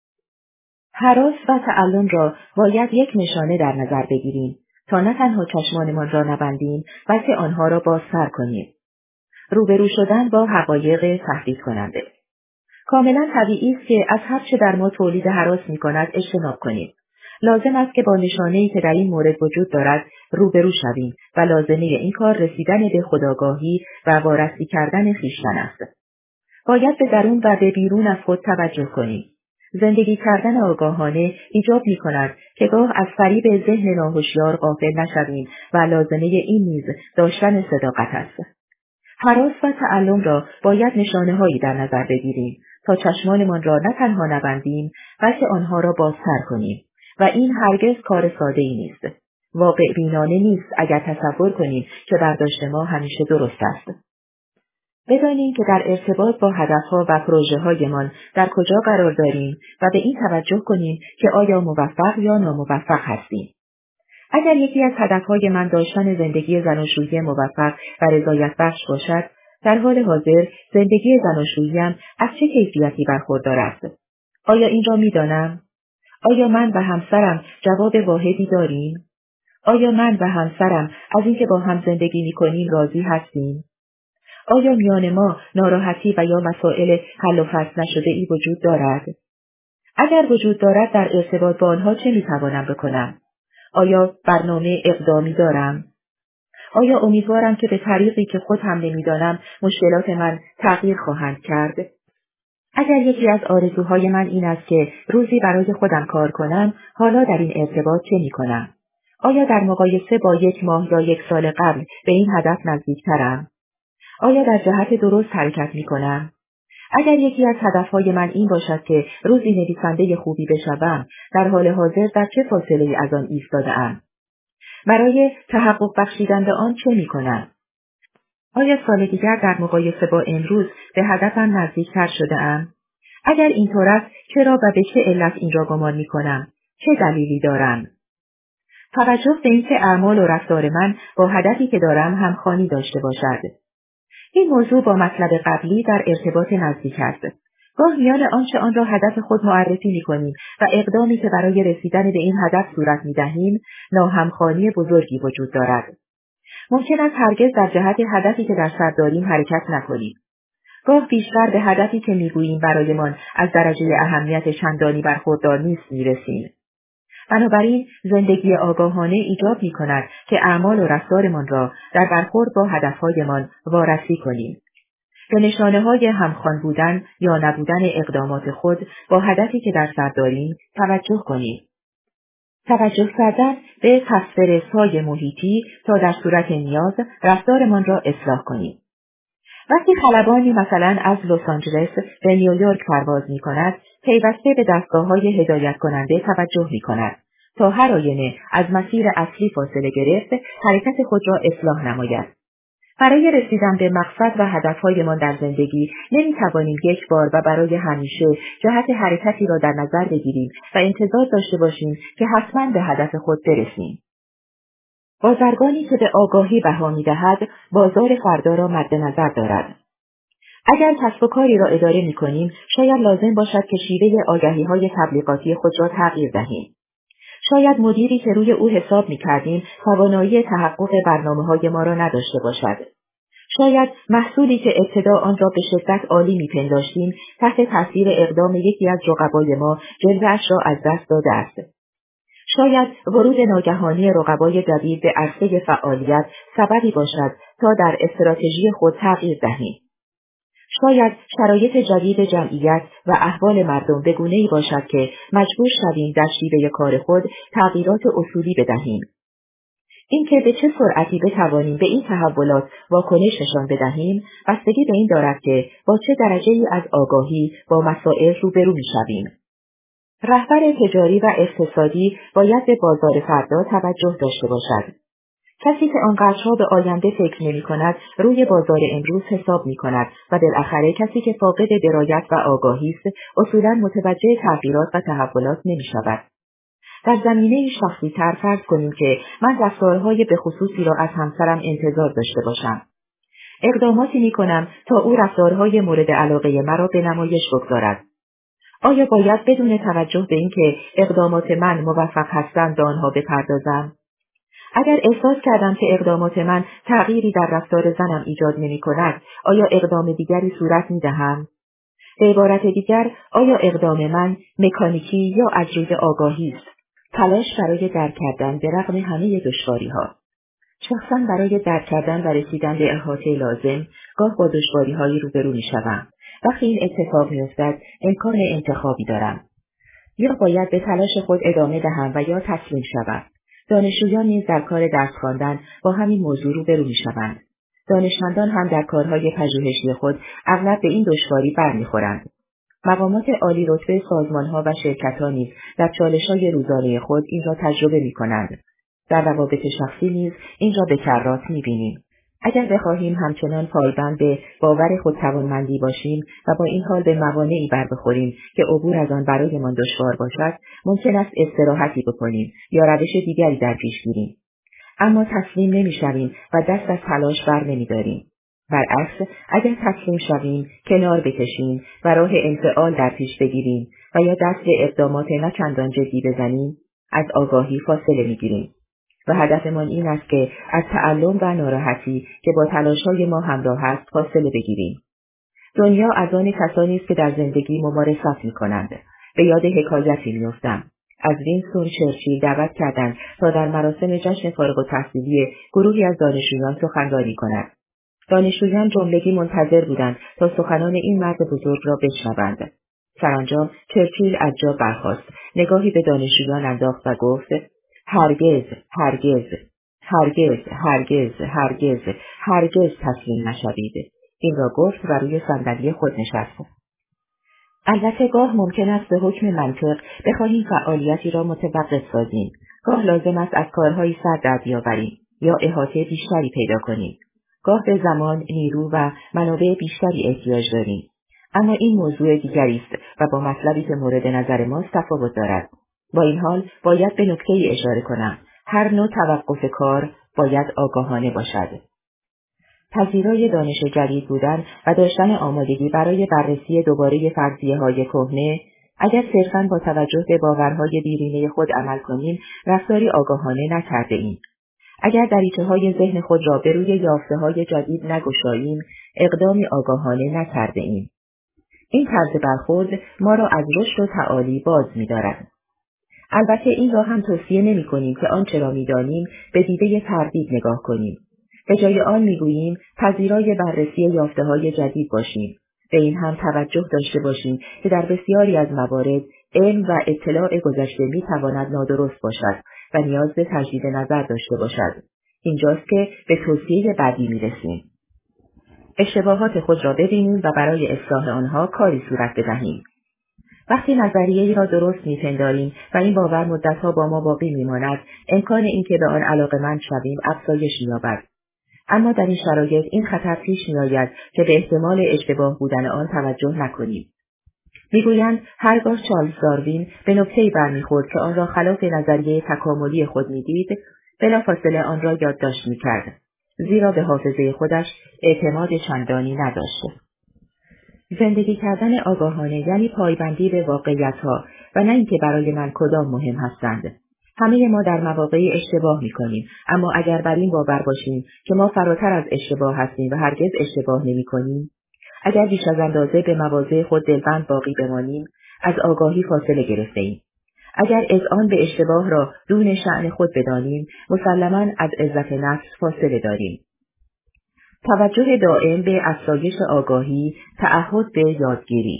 هراس و تعلم را باید یک نشانه در نظر بگیریم تا نه تنها چشمانمان را نبندیم بلکه آنها را بازتر کنیم. روبرو شدن با حقایق تهدید کننده. کاملا طبیعی است که از هر چه در ما تولید هراس می‌کند اجتناب کنیم. لازم است که با نشانه‌ای که در این مورد وجود دارد روبرو شویم و لازمه این کار رسیدن به خودآگاهی و وارسی کردن خویشتن است. باید به درون و به بیرون از خود توجه کنیم. زندگی کردن آگاهانه ایجاب می‌کند که گاه از فریب ذهن ناهوشیار غافل نشویم و لازمه این نیز داشتن صداقت است. هراس و تعلم را باید نشانه‌هایی در نظر بگیریم تا چشمانمان را نه تنها نبندیم بلکه آنها را بازتر کنیم و این هرگز کار ساده‌ای نیست. واقع بینانه نیست اگر تصور کنیم که برداشت ما همیشه درست است. بدانیم که در ارتباط با هدفها و پروژه‌هایمان در کجا قرار داریم و به این توجه کنیم که آیا موفق یا ناموفق هستیم. اگر یکی از هدفهای من داشتن زندگی زناشویی موفق و رضایت بخش باشد، در حال حاضر زندگی زناشوییم از چه کیفیتی برخوردار است؟ آیا این را می‌دانم؟ آیا من و همسرم جواب واحدی داریم؟ آیا من و همسرم از اینکه با هم زندگی می‌کنیم راضی هستیم؟ آیا میان ما ناراحتی و یا مسائل حل و فصل نشده‌ای وجود دارد؟ اگر وجود دارد در ارتباط با آنها چه می‌توانم بکنم؟ آیا برنامه اقدامی دارم؟ آیا امیدوارم که به طریقی که خود هم نمی‌دانم مشکلات من تغییر خواهند کرد؟ اگر یکی از آرزوهای من این است که روزی برای خودم کار کنم، حالا در این ارتباط چه می‌کنم؟ آیا در مقایسه با 1 ماه یا 1 سال قبل به این هدف نزدیکترم؟ آیا در جهت درست حرکت می‌کنم؟ اگر یکی از هدفهای من این باشد که روزی نویسنده خوبی بشوم، در حال حاضر در چه فاصله‌ای از آن ایستاده‌ام؟ برای تحقق بخشیدن به آن چه می‌کنم؟ آیا سال دیگر در مقایسه با امروز به هدفم نزدیکتر شده‌ام؟ اگر اینطور است، چرا و به چه علت این را گمان می‌کنم؟ چه دلیلی دارم؟ توجه به اینکه اعمال و رفتار من با هدفی که دارم همخوانی داشته باشد. این موضوع با مطلب قبلی در ارتباط نزدیک است. گاه میان آنچه آن را هدف خود معرفی می‌کنیم و اقدامی که برای رسیدن به این هدف صورت می‌دهیم، ناهمخوانی بزرگی وجود دارد. ممکن است هرگز در جهت هدفی که در سر داریم حرکت نکنیم. گاه بیشتر به هدفی که می‌گوییم برایمان از درجه اهمیت چندانی برخوردار نیست می‌رسیم. بنابراین زندگی آگاهانه ایجاب می‌کند که اعمال و رفتارمان را در برخورد با هدف‌هایمان وارسی کنیم. به نشانه‌های همخوان بودن یا نبودن اقدامات خود با هدفی که در سر داریم توجه کنیم. توجه کردن به پس‌فرست‌های محیطی تا در صورت نیاز رفتارمان را اصلاح کنیم. وقتی خلبانی مثلا از لس آنجلس به نیویورک پرواز می‌کند، پیوسته به دستگاه‌های هدایت کننده توجه می‌کند تا هر آینه از مسیر اصلی فاصله گرفت حرکت خود را اصلاح نماید. برای رسیدن به مقصد و هدف‌هایمان در زندگی نمی‌توانیم یک بار و برای همیشه جهت حرکتی را در نظر بگیریم و انتظار داشته باشیم که حتماً به هدف خود برسیم. بازرگانی که به آگاهی بها می‌دهد، بازار فردا را مد نظر دارد. اگر کسب و کاری را اداره می‌کنیم، شاید لازم باشد که شیوه آگهی‌های تبلیغاتی خود را تغییر دهیم. شاید مدیری که روی او حساب می‌کردیم، توانایی تحقق برنامه‌های ما را نداشته باشد. شاید محصولی که ابتدا آن را به شدت عالی می‌پنداشتیم، تحت تاثیر اقدام یکی از رقبای ما جلوه‌اش را از دست داده است. شاید ورود ناگهانی رقبای جدید به عرصه فعالیت سببی باشد تا در استراتژی خود تغییر دهیم. شاید شرایط جدید جمعیت و احوال مردم به گونه‌ای باشد که مجبور شویم در شیوه کار خود تغییرات اصولی بدهیم. اینکه به چه سرعتی بتوانیم به این تحولات واکنش نشان بدهیم، بستگی به این دارد که با چه درجه‌ای از آگاهی با مسائل روبرو می‌شویم. رهبر تجاری و اقتصادی باید به بازار فردا توجه داشته باشد. کسی که آنقدرها به آینده فکر نمی‌کند، روی بازار امروز حساب می‌کند و بالاخره کسی که فاقد درایت و آگاهی است، اصولاً متوجه تغییرات و تحولات نمی‌شود. در زمینه شخصی‌تر فرض کنیم که من رفتارهای به خصوصی را از همسرم انتظار داشته باشم. اقداماتی می‌کنم تا او رفتارهای مورد علاقه مرا به نمایش بگذارد. آیا باید بدون توجه به اینکه اقدامات من موفق هستند به آنها بپردازم؟ اگر احساس کردم که اقدامات من تغییری در رفتار زنم ایجاد نمی‌کند، آیا اقدام دیگری صورت می‌دهم؟ به عبارت دیگر، آیا اقدام من مکانیکی یا از روی آگاهی است؟ تلاش برای درک کردن به رغم همه دشواری‌ها. شخصاً برای درک کردن و رسیدن به احاطه لازم، گاه با دشواری‌هایی روبرو می‌شوم. وقتی این اتفاق می‌افتد، امکان انتخابی دارم. یا باید به تلاش خود ادامه دهم و یا تسلیم شوم. دانشجویان نیز در کار درس خواندن با همین موضوع روبرو می‌شوند. دانشمندان هم در کارهای پژوهشی خود اغلب به این دشواری برمی‌خورند. مقامات عالی رتبه سازمان‌ها و شرکت‌ها نیز در چالش‌های روزانه خود این را تجربه می‌کنند. در روابط شخصی نیز این را به کرات می‌بینیم. اگر بخواهیم همچنان پایبند به باور خودتوانمندی باشیم و با این حال به موانعی بر بخوریم که عبور از آن برایمان دشوار باشد، ممکن است استراحتی بکنیم یا روش دیگری در پیش گیریم. اما تسلیم نمی‌شویم و دست از تلاش بر نمی‌داریم. برعکس، اگر تسلیم شویم، کنار بکشیم و راه انفعال در پیش بگیریم و یا دست به اقدامات نه چندان جدی بزنیم، از آگاهی فاصله می‌گیریم. و هدفمان این است که از تعلم و ناراحتی که با تلاش‌های ما همراه است فاصله بگیریم. دنیا از آن کسانی است که در زندگی ممارست می‌کنند. به یاد حکایتی می‌افتم. از وینستون چرچیل دعوت کردند تا در مراسم جشن فارغ التحصیلی گروهی از دانشجویان سخنرانی کند. دانشجویان جملگی منتظر بودند تا سخنان این مرد بزرگ را بشنوند. سرانجام چرچیل از جا برخاست، نگاهی به دانشجویان انداخت و گفت: هرگز، هرگز، هرگز، هرگز، هرگز، هرگز تسلیم نشوید. این را گفت و روی صندلی خود نشست. البته گاه ممکن است به حکم منطق بخواهیم فعالیتی را متوقف سازیم. گاه لازم است از کارهایی سر در بیاوریم یا احاطه بیشتری پیدا کنیم. گاه به زمان، نیرو و منابع بیشتری احتیاج داریم. اما این موضوع دیگری است و با مطلبی که مورد نظر ماست تفاوت دارد. با این حال باید به نکته‌ای اشاره کنم. هر نوع توقف کار باید آگاهانه باشد. پذیرای دانش جدید بودن و داشتن آمادگی برای بررسی دوباره فرضیه‌های کهنه، اگر صرفاً با توجه به باورهای دیرینه خود عمل کنیم، رفتاری آگاهانه نکرده‌ایم. اگر دریچه‌های ذهن خود را به روی یافته‌های جدید نگشاییم، اقدامی آگاهانه نکرده‌ایم. این طرز برخورد ما را از رشد و تعالی باز می‌دارد. البته این را هم توصیه نمی‌کنیم که آنچه را می‌دانیم به دیده تردید نگاه کنیم. به جای آن می‌گوییم پذیرای بررسی یافته‌های جدید باشیم. به این هم توجه داشته باشیم که در بسیاری از موارد علم و اطلاع گذشته می‌تواند نادرست باشد و نیاز به تجدید نظر داشته باشد. اینجاست که به توصیه بعدی می‌رسیم. اشتباهات خود را ببینیم و برای اصلاح آنها کاری صورت بدهیم. وقتی نظریه‌ای را درست می‌پنداریم و این باور مدت‌ها با ما باقی می‌ماند، امکان اینکه به آن علاقه‌مند شویم افزایش می‌یابد. اما در این شرایط این خطر پیش می‌آید که به احتمال اشتباه بودن آن توجه نکنیم. می‌گویند هرگاه چارلز داروین به نکته‌ای برمیخورد که آن را خلاف نظریه تکاملی خود می‌دید، بلافاصله آن را یادداشت می‌کرد، زیرا به حافظه خودش اعتماد چندانی نداشت. زندگی کردن آگاهانه یعنی پایبندی به واقعیت‌ها و نه اینکه برای من کدام مهم هستند. همه ما در مواقعی اشتباه می‌کنیم، اما اگر بر این باور باشیم که ما فراتر از اشتباه هستیم و هرگز اشتباه نمی‌کنیم، اگر بیش از اندازه به مواضع خود دلبند باقی بمانیم، از آگاهی فاصله گرفته‌ایم. اگر اذعان به اشتباه را دون شأن خود بدانیم، مسلماً از عزت نفس فاصله داریم. توجه دائم به افزایش آگاهی، تعهد به یادگیری.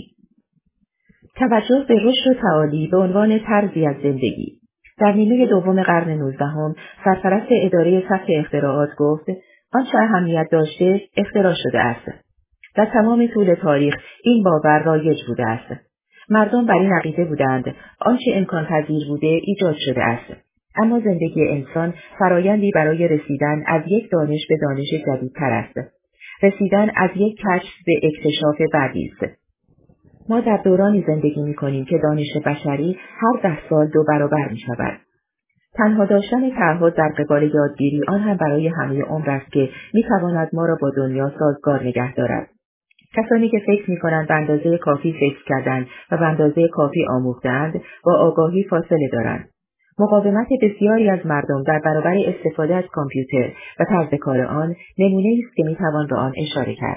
توجه به رشد و تعالی به عنوان طرزی از زندگی. در نیمه دوم قرن 19 سرپرست اداره ثبت اختراعات گفت آنچه اهمیت داشته اختراع شده است. در تمام طول تاریخ این باور رایج بوده است. مردم بر این عقیده بودند آنچه امکان پذیر بوده ایجاد شده است. اما زندگی انسان فرایندی برای رسیدن از یک دانش به دانش جدیدتر است. رسیدن از یک کشف به اکتشاف بعدی است. ما در دورانی زندگی می‌کنیم که دانش بشری هر 10 سال 2 برابر می‌شود. تنها داشتن تعهد در قبال یادگیری آن هم برای همه عمر است که می‌تواند ما را با دنیا سازگار نگه دارد. کسانی که فکر می‌کنند به اندازه کافی فکر کردند و به اندازه کافی آموخته‌اند با آگاهی فاصله دارند. مقاومت بسیاری از مردم در برابر استفاده از کامپیوتر و طرز کار آن نمونه‌ای است که می‌توان به آن اشاره کرد.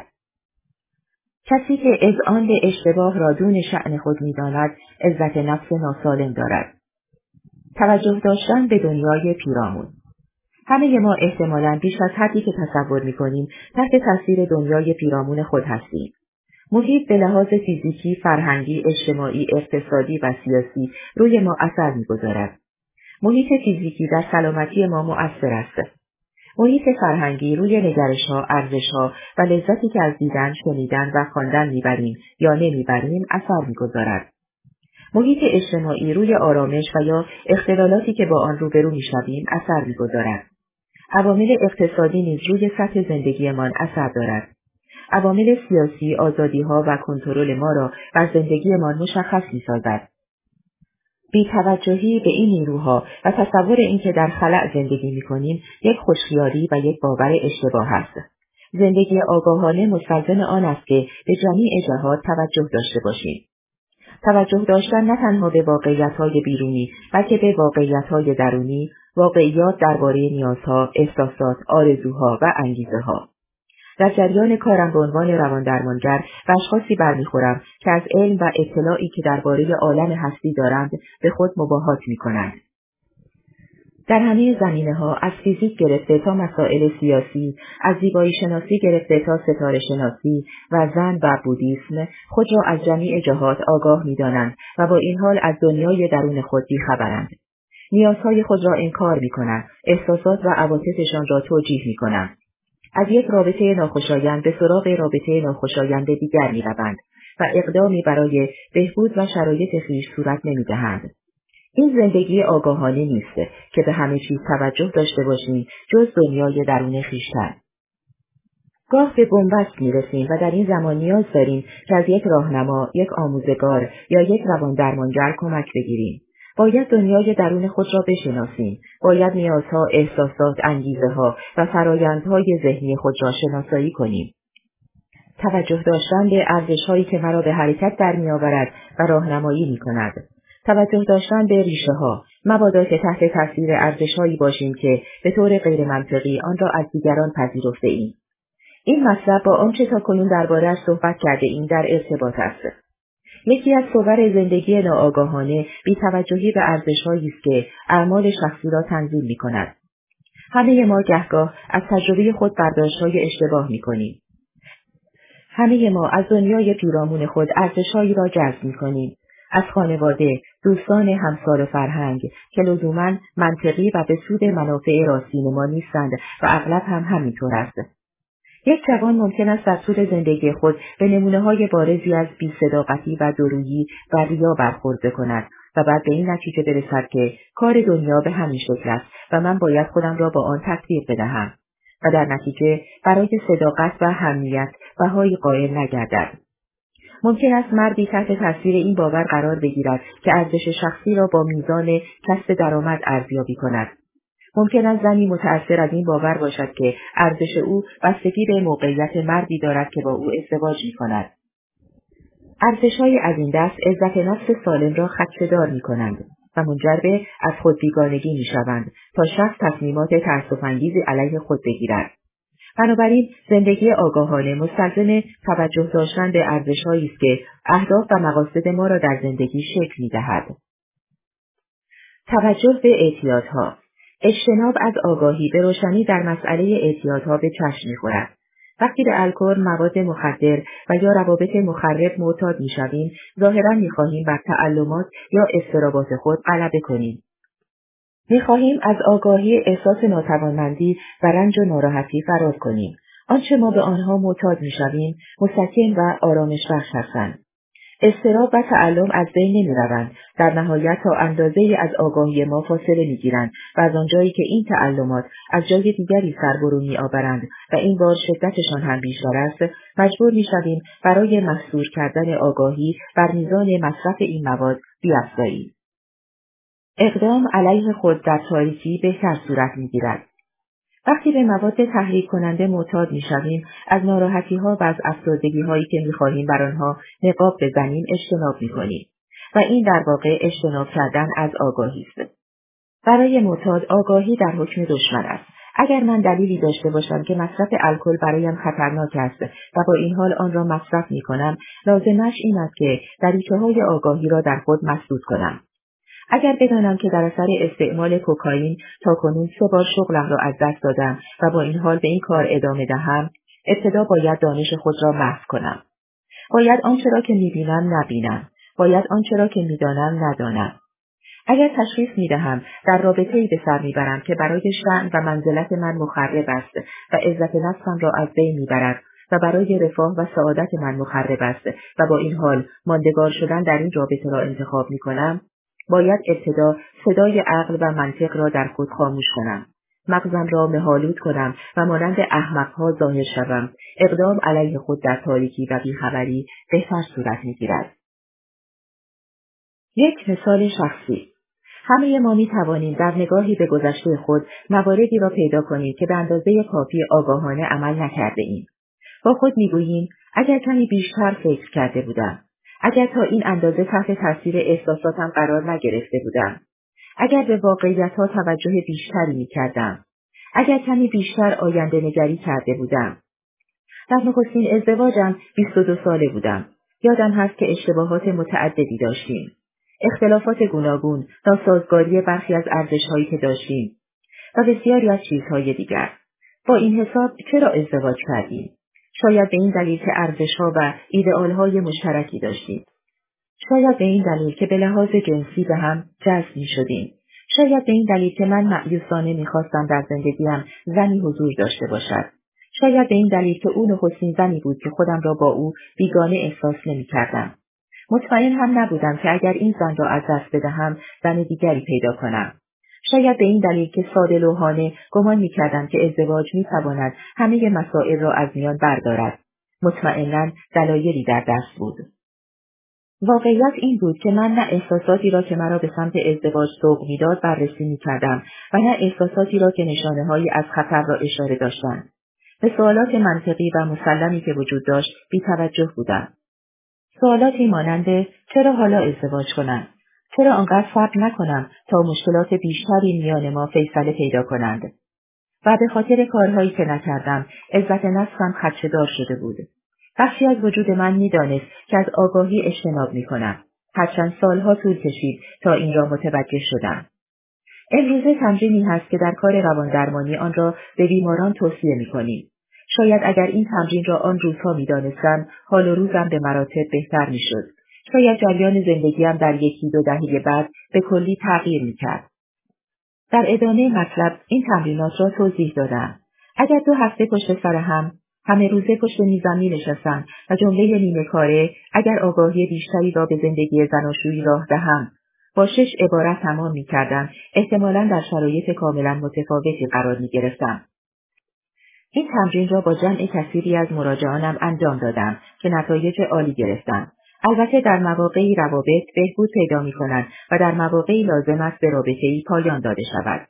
کسی که اذعان به اشتباه را دون شأن خود می‌داند، عزت نفس ناسالم دارد. توجه داشتن به دنیای پیرامون. همه ما احتمالاً بیش از حدی که تصور می‌کنیم تحت تاثیر دنیای پیرامون خود هستیم. محیط به لحاظ فیزیکی، فرهنگی، اجتماعی، اقتصادی و سیاسی روی ما اثر می‌گذارد. محیط فیزیکی در سلامتی ما مؤثر است. محیط فرهنگی روی نگرش‌ها، ارزش‌ها و لذتی که از دیدن، شنیدن و خواندن می‌بریم یا نمی‌بریم اثر می‌گذارد. محیط اجتماعی روی آرامش و یا اختلالاتی که با آن روبرو می‌شویم اثر می‌گذارد. عوامل اقتصادی نیز روی سطح زندگیمان اثر دارد. عوامل سیاسی، آزادی‌ها و کنترل ما را بر زندگیمان مشخص می‌سازد. بی‌توجهی به این نیروها و تصور اینکه در خلأ زندگی می‌کنیم یک خوشخیالی و یک باور اشتباه است. زندگی آگاهانه مستلزم آن است که به جمیع جهات توجه داشته باشیم. توجه داشتن نه تنها به واقعیت‌های بیرونی، بلکه به واقعیت‌های درونی، واقعیات درباره نیازها، احساسات، آرزوها و انگیزه‌ها. در جریان کارم به عنوان رواندرمانگر به اشخاصی برمیخورم که از علم و اطلاعی که درباره عالم هستی دارند به خود مباهات می‌کنند. در همه زمینه‌ها از فیزیک گرفته تا مسائل سیاسی، از زیبایی شناسی گرفته تا ستاره شناسی و زن و بودیسم خود را از جمیع جهات آگاه می‌دانند و با این حال از دنیای درون خود بی‌خبرند. نیازهای خود را انکار می‌کنند، احساسات و عواطفشان را توجیه می‌کنند. از یک رابطه ناخوشایند به سراغ رابطه ناخوشایند دیگر می‌روند و اقدامی برای بهبود و شرایط خویش صورت نمی‌دهند. این زندگی آگاهانه نیست که به همه چیز توجه داشته باشیم جز دنیای درون خویشتن. گاه به بنبست می‌رسیم و در این زمان نیاز داریم که از یک راهنما، یک آموزگار یا یک رواندرمانگر کمک بگیریم. باید دنیای درون خود را بشناسیم. باید نیازها، احساسات، انگیزه‌ها و فرایندهای ذهنی خود را شناسایی کنیم. توجه داشتن به ارزش‌هایی که مرا به حرکت در می‌آورد و راهنمایی می‌کند. توجه داشتن به ریشه‌ها، مبادا که تحت تاثیر ارزش‌هایی باشیم که به طور غیرمنطقی آن را از دیگران پذیرفته‌ایم. این مطلب با آنچه تاکنون درباره‌اش صحبت کرده‌ایم در ارتباط است. یکی از صور زندگی ناآگاهانه بی‌توجهی به ارزش‌هایی است که اعمال شخصی را تنظیم می‌کند. همه ما گهگاه از تجربه خود برداشت‌های اشتباه می‌کنیم. همه ما از دنیای پیرامون خود ارزش‌هایی را جذب می‌کنیم. از خانواده، دوستان همسال و فرهنگ که لزوماً منطقی و به سود منافع راستین ما نیستند و اغلب هم همینطور است. یک جوان ممکن است در طول زندگی خود به نمونه‌های بارزی از بی‌صداقتی و دورویی و ریا برخورد کند و بعد به این نتیجه برسد که کار دنیا به همین شکل است و من باید خودم را با آن تطبیق بدهم و در نتیجه برای صداقت و حمیت بهایی قائل نگردد. ممکن است مردی تحت تاثیر این باور قرار بگیرد که ارزش شخصی را با میزان کسب درآمد ارزیابی کند. ممکن است زنی متأثر از این باور باشد که ارزش او بستگی به موقعیت مردی دارد که با او ازدواج می‌کند. ارزش‌های از این دست عزت نفس سالم را خدشه‌دار می‌کنند و منجر به از خود بیگانگی می‌شوند تا شخص تصمیمات تأسف‌انگیزی علیه خود بگیرد. بنابراین زندگی آگاهانه مستلزم توجه داشتن به ارزش‌هایی است که اهداف و مقاصد ما را در زندگی شکل می‌دهد. توجه به اعتیادها. اجتناب از آگاهی به روشنی در مسئله اعتیادها به چشم می‌خورد. وقتی به الکل، مواد مخدر و یا روابط مخرب معتاد می‌شویم، ظاهراً می‌خواهیم بر تعلمات یا اضطرابات خود غلبه کنیم. می‌خواهیم از آگاهی احساس ناتوانمندی و رنج و ناراحتی فرار کنیم. آنچه ما به آنها معتاد می‌شویم، مسکن و آرامش بخش هستند. اضطراب و تعلم از بین نمی‌روند. در نهایت تا اندازه‌ای از آگاهی ما فاصله می‌گیرند و از آنجایی که این تعلمات از جای دیگری سر برون می‌آورند و این بار شدتشان هم بیشتر است، مجبور می‌شویم برای محصور کردن آگاهی بر میزان مصرف این مواد بیفزاییم. اقدام علیه خود در تاریکی بهتر صورت می‌گیرد. وقتی به مواد تحریک کننده معتاد می‌شویم، از ناراحتی‌ها و از افسردگی‌هایی که می‌خواهیم بر آنها نقاب بزنیم اجتناب می‌کنیم و این در واقع اجتناب کردن از آگاهی است. برای معتاد آگاهی در حکم دشمن است. اگر من دلیلی داشته باشم که مصرف الکل برایم خطرناک است و با این حال آن را مصرف می‌کنم، لازمش این است که دریچه‌های آگاهی را در خود مسدود کنم. اگر بدانم که در اثر استعمال کوکائین تاکنون 3 بار شغلم را از دست دادم و با این حال به این کار ادامه دهم، ابتدا باید دانش خود را محو کنم. باید آنچه را که می‌بینم نبینم. باید آنچه را که می‌دانم ندانم. اگر تشخیص می‌دهم در رابطه‌ای به سر می‌برم که برای شأن و منزلت من مخرب است و عزت نفسم را از بین می‌برد و برای رفاه و سعادت من مخرب است و با این حال ماندگار شدن در این رابطه را انتخاب می‌کنم، باید ابتدا صدای عقل و منطق را در خود خاموش کنم. مغزم را مه‌آلود کنم و مانند احمق‌ها ظاهر شوم. اقدام علیه خود در تاریکی و بیخبری بهتر صورت می‌گیرد. یک مثال شخصی. همه ما می‌توانیم در نگاهی به گذشته خود مواردی را پیدا کنیم که به اندازه کافی آگاهانه عمل نکرده‌ایم. با خود می‌گوییم اگر کمی بیشتر فکر کرده بودم. اگر تا این اندازه تحت تاثیر احساساتم قرار نگرفته بودم. اگر به واقعیت‌ها توجه بیشتری می‌کردم. اگر کمی بیشتر آینده نگری کرده بودم. در نخستین ازدواجم 22 ساله بودم. یادم هست که اشتباهات متعددی داشتیم. اختلافات گوناگون، ناسازگاری برخی از ارزش‌هایی که داشتیم و بسیاری از چیزهای دیگر. با این حساب چرا ازدواج کردیم؟ شاید به این دلیل که ارزش‌ها و ایدئال‌های مشترکی داشتیم. شاید به این دلیل که به لحاظ جنسی به هم جذب می‌شدیم. شاید به این دلیل که من مأیوسانه می‌خواستم در زندگیم زنی حضور داشته باشد. شاید به این دلیل که او نخستین زنی بود که خودم را با او بیگانه احساس نمی‌کردم. مطمئن هم نبودم که اگر این زن را از دست بدهم زن دیگری پیدا کنم. شاید به این دلیل که ساده لوحانه گمان می‌کردم که ازدواج می‌تواند همه مسائل را از میان بردارد. مطمئناً دلایلی در دست بود. واقعیت این بود که من نه احساساتی را که مرا به سمت ازدواج سوق می‌داد بررسی می‌کردم و نه احساساتی را که نشانه‌هایی از خطر را اشاره داشتند. به سوالات منطقی و مسلمی که وجود داشت بی‌توجه بودم. سوالاتی مانند چرا حالا ازدواج کنم؟ چرا آنقدر صبر نکنم تا مشکلات بیشتری میان ما فیصله پیدا کنند؟ و به خاطر کارهایی که نکردم عزت نفسم خدشه‌دار شده بود. بخشی از وجود من می‌دانست که از آگاهی اجتناب می‌کنم. هرچند سالها طول کشید تا این را متوجه شدم. امروزه تمرینی هست که در کار رواندرمانی آن را به بیماران توصیه می‌کنیم. شاید اگر این تمرین را آن روزها می‌دانستم، حال و روزم به مراتب بهتر می‌شد. شاید جریان زندگیم در 1-2 دهه بعد به کلی تغییر می‌کرد. در ادامه مطلب این تمرینات را توضیح دادم. اگر 2 هفته پشت سر همه روزه پشت میزم می‌نشستم و جمله نیمه کاره اگر آگاهی بیشتری را به زندگی زناشویی راه دهم، با 6 عبارت تمام می‌کردم، احتمالاً در شرایط کاملاً متفاوتی قرار می‌گرفتم. این تمرین را با جمع کثیری از مراجعانم انجام دادم که نتایج عالی گرفتم. البته در مواقعی روابط بهبود پیدا می‌کنند و در مواقعی لازم است به رابطه‌ای پایان داده شود.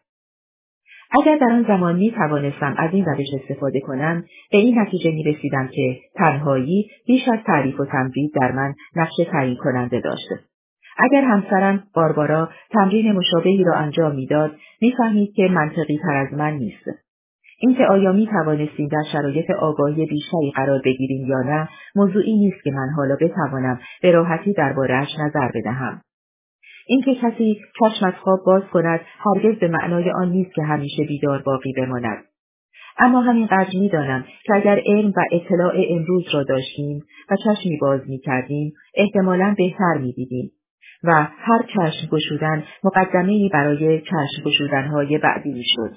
اگر در آن زمان می‌توانستم از این روش استفاده کنم، به این نتیجه می‌رسیدم که تنهایی بیش از تعریف و تمجید در من نقش تعیین کننده داشت. اگر همسرم باربارا تمرین مشابهی را انجام می‌داد، می‌فهمید که منطقی تر از من نیست. اینکه آیا می‌توانستیم در شرایط آگاهی بیشتری قرار بگیریم یا نه، موضوعی نیست که من حالا بتوانم به راحتی درباره‌اش نظر بدهم. اینکه کسی چشم از خواب باز کند هرگز به معنای آن نیست که همیشه بیدار باقی بماند. اما همینقدر می‌دانم که اگر علم و اطلاع امروز را داشتیم و چشمی باز می‌کردیم، احتمالاً بهتر می‌دیدیم و هر چشم گشودن مقدمه‌ای برای چشم گشودن‌های بعدی می‌شد.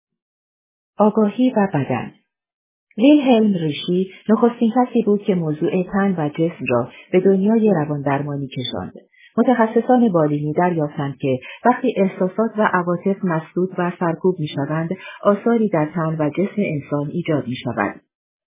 آگاهی و بدن. ویلهلم ریشی نخستین کسی بود که موضوع تن و جسم را به دنیای رواندرمانی کشاند. متخصصان بالینی دریافتند که وقتی احساسات و عواطف مسدود و سرکوب می‌شوند، آثاری در تن و جسم انسان ایجاد می‌شود.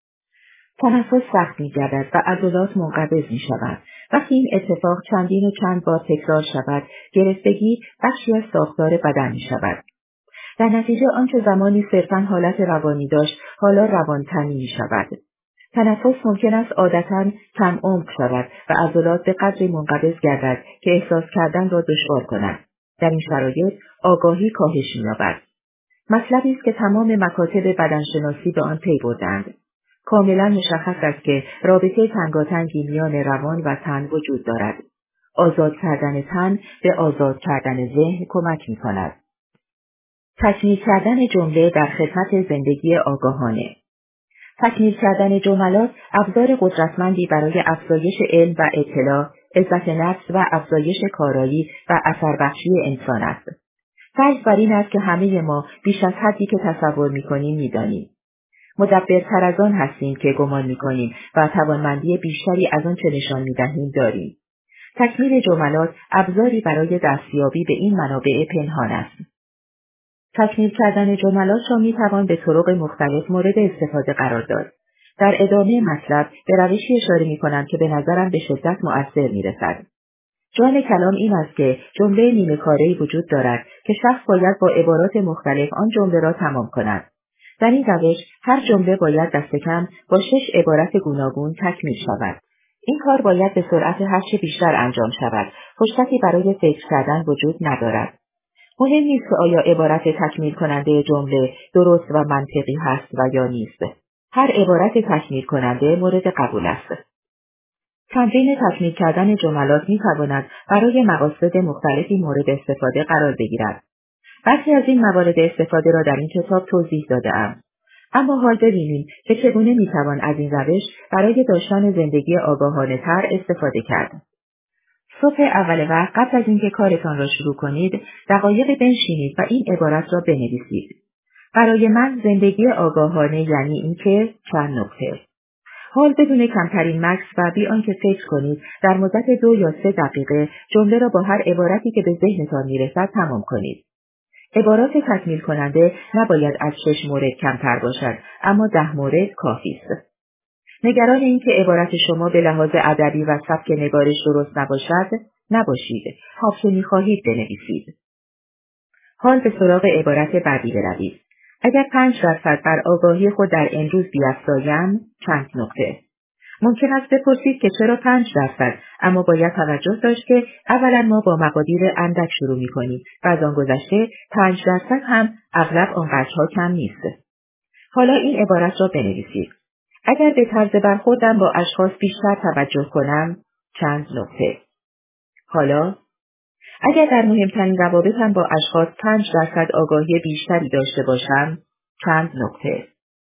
تنفس سخت می‌گردد و عضلات منقبض می‌شوند. وقتی این اتفاق چندین و چند بار تکرار شود، گرفتگی بخشی از ساختار بدن می‌شود. در نتیجه آنچه زمانی صرفاً حالت روانی داشت، حالا روانتنی می‌شود. تنفس ممکن است عادتاً کم عمق شود و عضلات به قدری منقبض گردد که احساس کردن را دشوار کند. در این شرایط آگاهی کاهش می‌یابد. مطلبی است که تمام مکاتب بدنشناسی به آن پی بردند. کاملاً مشخص است که رابطه تنگاتنگی میان روان و تن وجود دارد. آزاد کردن تن به آزاد کردن ذهن کمک می‌کند. تکمیل کردن جمله در خدمت زندگی آگاهانه. تکمیل کردن جملات ابزار قدرتمندی برای افزایش علم و اطلاع، عزت نفس و افزایش کارایی و اثربخشی انسان است. فرض بر این است که همه ما بیش از حدی که تصور می‌کنیم می‌دانیم. مدبرتر از آن هستیم که گمان می‌کنیم و توانمندی بیشتری از آن چه نشان می‌دهیم داریم. تکمیل جملات ابزاری برای دستیابی به این منابع پنهان است. تکمیل کردن جملات را می‌توان به طرق مختلف مورد استفاده قرار داد. در ادامه مطلب به روشی اشاره می‌کنم که به نظرم به شدت مؤثر می‌رسد. جان کلام این است که جمله نیمه کاره‌ای وجود دارد که شخص باید با عبارات مختلف آن جمله را تمام کند. در این روش هر جمله باید دست کم با 6 عبارت گوناگون تکمیل شود. این کار باید به سرعت هرچه بیشتر انجام شود. فرصتی برای فکر کردن وجود ندارد. مهم نیست که آیا عبارت تکمیل کننده جمله درست و منطقی هست و یا نیست. هر عبارت تکمیل کننده مورد قبول است. تمرین تکمیل کردن جملات می‌تواند برای مقاصد مختلفی مورد استفاده قرار بگیرد. برخی از این موارد استفاده را در این کتاب توضیح داده‌ام. اما حال ببینیم که چگونه می‌توان از این روش برای داشتن زندگی آگاهانه‌تر استفاده کرد. صبح اول وقت قبل از اینکه کارتان را شروع کنید، دقایقی بنشینید و این عبارت را بنویسید. برای من زندگی آگاهانه یعنی اینکه چند نقطه. حال بدون کمترین مکث و بی آنکه فکر کنید در مدت 2 یا 3 دقیقه جمله را با هر عبارتی که به ذهنتان میرسد تمام کنید. عبارات تکمیل کننده نباید از 6 مورد کمتر باشد، اما 10 مورد کافی است. نگران این که عبارت شما به لحاظ ادبی و سبک نگارش درست نباشد، نباشید. هر چه می‌خواهید بنویسید. حال به سراغ عبارت بعدی بروید. اگر 5% بر آگاهی خود در امروز بیفزایم، چند نکته. ممکن است بپرسید که چرا 5%، اما باید توجه داشت که اولا ما با مقادیر اندک شروع می‌کنیم و از آن گذشته 5% هم اغلب آنقدرها کم نیست. حالا این عبارت را بنویسید. اگر به طرز برخوردم با اشخاص بیشتر توجه کنم، چند نکته. حالا اگر در مهمترین روابطم با اشخاص 5% آگاهی بیشتری داشته باشم، چند نکته.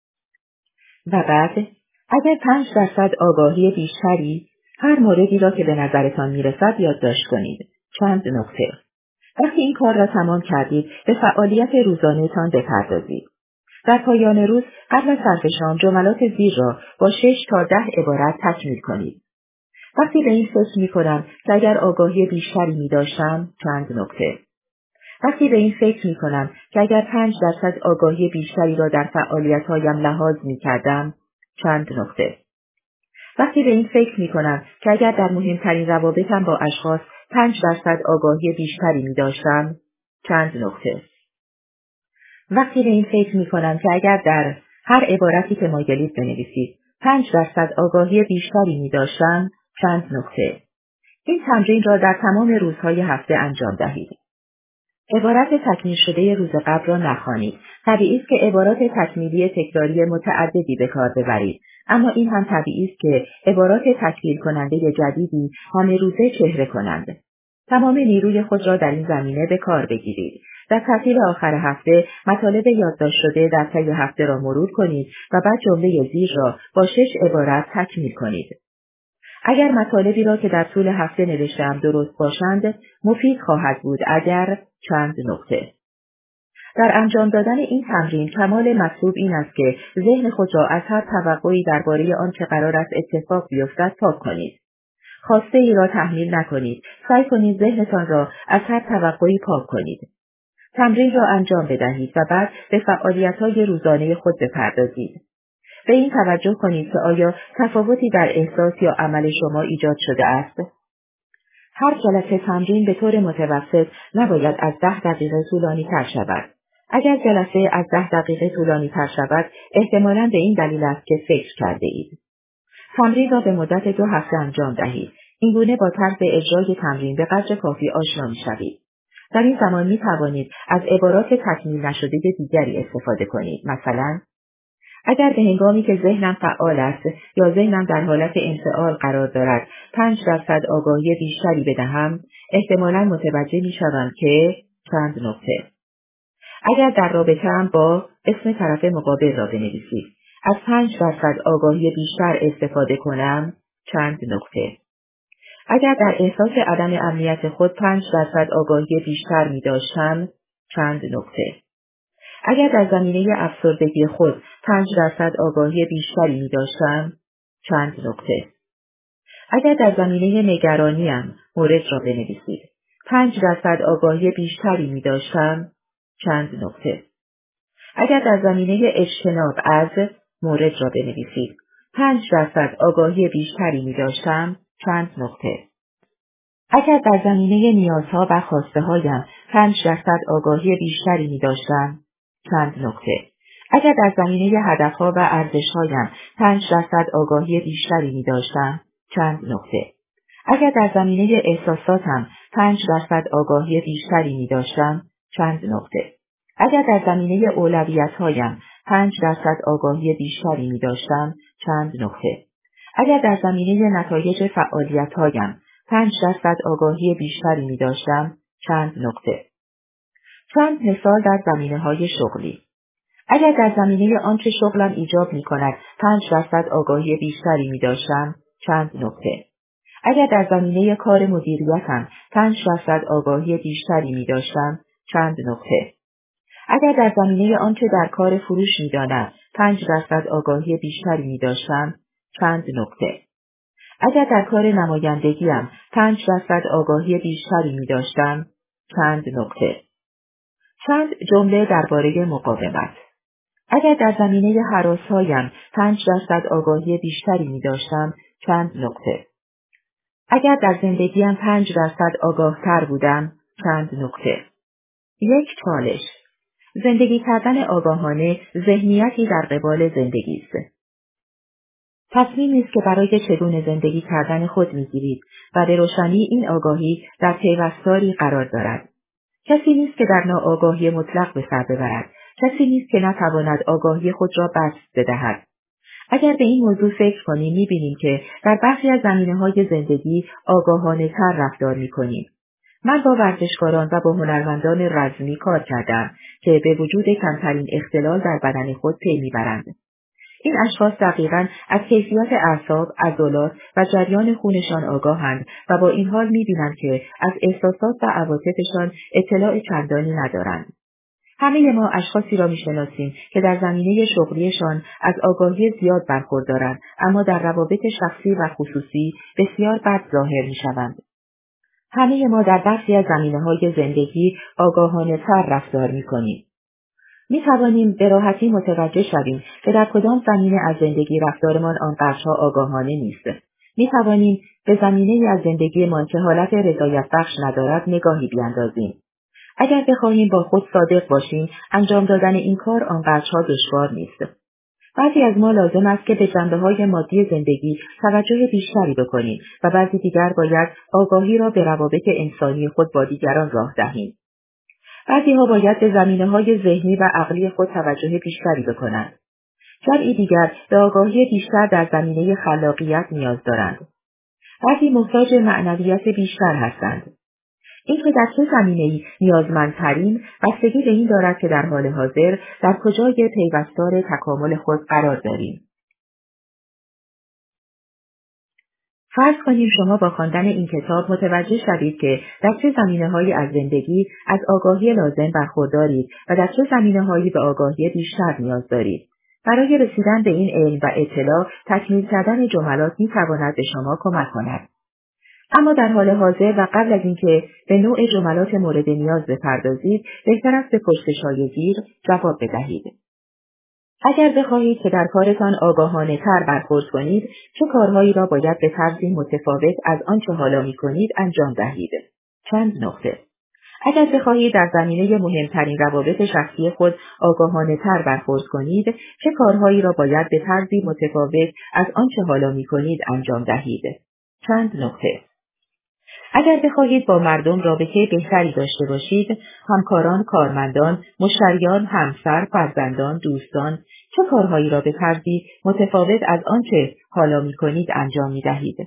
و بعد اگر 5% آگاهی بیشتری، هر موردی را که به نظرتان میرسد یادداشت کنید. چند نکته. وقتی این کار را تمام کردید، به فعالیت روزانه‌تان بپردازید. در پایان روز قبل از صرف شام جملات زیر را با 6 تا 10 عبارت تکمیل کنید. وقتی به این فکر می‌کنم که اگر آگاهی بیشتری می‌داشتم، چند نکته. وقتی به این فکر می‌کنم که اگر 5% آگاهی بیشتری را در فعالیت‌هایم لحاظ می‌کردم، چند نکته. وقتی به این فکر می‌کنم که اگر در مهمترین روابطم با اشخاص 5% آگاهی بیشتری می‌داشتم، چند نکته. وقتی به این فکر می‌کنم که اگر در هر عبارتی که مایلید بنویسید 5% آگاهی بیشتری می‌داشتم، چند نکته. این تمرین را در تمام روزهای هفته انجام دهید. عبارت تکمیل شده روز قبل را نخوانید. طبیعی است که عبارات تکمیلی تکراری متعددی به کار ببرید، اما این هم طبیعی است که عبارات تکمیل کننده جدیدی همه روزه چهره کنند. تمام نیروی خود را در این زمینه به کار بگیرید. در تعطیل آخر هفته مطالب یادداشت شده در طی هفته را مرور کنید و بعد جمله زیر را با 6 عبارت تکمیل کنید. اگر مطالبی را که در طول هفته نوشته‌ام درست باشند، مفید خواهد بود اگر چند نکته. در انجام دادن این تمرین کمال مطلوب این است که ذهن خود را از هر توقعی درباره آنچه قرار است اتفاق بیفتد پاک کنید. خواسته ای را تحمیل نکنید. سعی کنید ذهنتان را از هر توقعی پاک کنید. تمرین را انجام بدهید و بعد به فعالیت‌های روزانه خود بپردازید. به این توجه کنید که آیا تفاوتی در احساس یا عمل شما ایجاد شده است؟ هر جلسه تمرین به طور متوسط نباید از 10 دقیقه طولانی تر شود. اگر جلسه از 10 دقیقه طولانی تر شود، احتمالاً به این دلیل است که فکر کرده اید. تمرین را به مدت 2 هفته انجام دهید. این گونه با طرز اجرای تمرین به قدر کافی آشنا می‌شوید. در این زمان می توانید از عبارات تکمیل نشده دیگری استفاده کنید. مثلا اگر به هنگامی که ذهنم فعال است یا ذهنم در حالت انفعال قرار دارد 5% آگاهی بیشتری بدهم، احتمالاً متوجه می‌شوم که چند نکته. اگر در رابطه‌ام با اسم طرف مقابل را بنویسید، از 5% آگاهی بیشتر استفاده کنم، چند نکته. اگر در احساس عدم امنیت خود 5% آگاهی بیشتر می‌داشتم، چند نکته. اگر در زمینه افسردگی خود 5% آگاهی بیشتری می‌داشتم، چند نکته. اگر در زمینه نگرانیم مورد را بنویسید. 5% آگاهی بیشتری می‌داشتم، چند نکته. اگر در زمینه اجتناب از مورد را بنویسید. 5% آگاهی بیشتری می‌داشتم، چند نکته. اگر در زمینه نیازها و خواسته‌هایم 5% آگاهی بیشتری می‌داشتم، چند نکته. اگر در زمینه هدفها و ارزش‌هایم 5% آگاهی بیشتری می‌داشتم، چند نکته. اگر در زمینه احساساتم 5% آگاهی بیشتری می‌داشتم، چند نکته. اگر در زمینه اولویت‌هایم 5% آگاهی بیشتری می‌داشتم، چند نکته. اگر در زمینه نتایج فعالیت‌هایم 5% آگاهی بیشتری می‌داشتم، چند نکته. چند مثال در زمینه‌های شغلی. اگر در زمینه آنچه شغلم ایجاب می‌کند 5% آگاهی بیشتری می‌داشتم، چند نکته. اگر در زمینه کار مدیریتم 5% آگاهی بیشتری می‌داشتم، چند نکته. اگر در زمینه آنچه در کار فروش می‌دانم 5% آگاهی بیشتری می‌داشتم، چند نکته. اگر در کار نمایندگیم 5% آگاهی بیشتری می‌داشتم، چند نکته. چند جمله درباره مقاومت. اگر در زمینه هراس‌هایم 5% آگاهی بیشتری می داشتم، چند نکته. اگر در زندگیم 5% آگاهتر بودم، چند نکته. یک چالش. زندگی کردن آگاهانه ذهنیتی در قبال زندگی است. تصمیمی است که برای چگونه زندگی کردن خود می‌گیرید و به روشنی این آگاهی در پیوستاری قرار دارد. کسی نیست که در ناآگاهی مطلق به سر ببرد. کسی نیست که نتواند آگاهی خود را بسط بدهد. اگر به این موضوع فکر کنیم می‌بینیم که در برخی از زمینه‌های زندگی آگاهانه‌تر رفتار می‌کنیم. من با ورزشکاران و با هنرمندان رزمی کار کردم که به وجود کمترین اختلال در بدن خود پی می‌برند. این اشخاص دقیقاً از کیفیت اعصاب، عضلات و جریان خونشان آگاهند و با این حال می‌بینند که از احساسات و عواطفشان اطلاع چندانی ندارند. همه ما اشخاصی را می‌شناسیم که در زمینه شغلیشان از آگاهی زیاد برخوردارند، اما در روابط شخصی و خصوصی بسیار بد ظاهر می‌شوند. همه ما در برخی از زمینه‌های زندگی آگاهانه‌تر رفتار می‌کنیم. می‌توانیم به راحتی متوجه شویم که در کدام زمینه از زندگی رفتارمان آنقدرها آگاهانه نیست. می‌توانیم به زمینه‌ای از زندگیمان که حالت رضایت بخش ندارد نگاهی بیاندازیم. اگر بخواهیم با خود صادق باشیم، انجام دادن این کار آنقدرها دشوار نیست. بعضی از ما لازم است که به جنبه‌های مادی زندگی توجه بیشتری بکنیم و بعضی دیگر باید آگاهی را به روابط انسانی خود با دیگران راه دهیم. بعضی‌ها باید به زمینه‌های ذهنی و عقلی خود توجه بیشتری بکنند. جمعی دیگر به آگاهی بیشتر در زمینه خلاقیت نیاز دارند. بعضی محتاج معنویت بیشتر هستند. اینکه در چه زمینه‌ای نیازمندترین بستگی به این دارد که در حال حاضر در کجای پیوستار تکامل خود قرار داریم. فرض کنیم شما با خواندن این کتاب متوجه شوید که در چه زمینه‌هایی از زندگی از آگاهی لازم برخوردارید و در چه زمینه‌هایی به آگاهی بیشتر نیاز دارید. برای رسیدن به این علم و اطلاع، تکمیل کردن جملات می‌تواند به شما کمک کند. اما در حال حاضر و قبل از اینکه به نوع جملات مورد نیاز بپردازید، بهتر است به پرسش‌های گیر جواب بدهید. اگر بخواهید که در کارتان آگاهانه‌تر برخورد کنید، چه کارهایی را باید به طرزی متفاوت از آنچه حالا می‌کنید انجام دهید؟ چند نکته. اگر بخواهید در زمینه مهمترین روابط شخصی خود آگاهانه‌تر برخورد کنید، چه کارهایی را باید به طرزی متفاوت از آنچه حالا می‌کنید انجام دهید؟ چند نکته. اگر بخواهید با مردم رابطه بهتری داشته باشید، همکاران، کارمندان، مشتریان، همسر، فرزندان، دوستان، چه کارهایی را به طرزی متفاوت از آنچه حالا می‌کنید انجام می‌دهید؟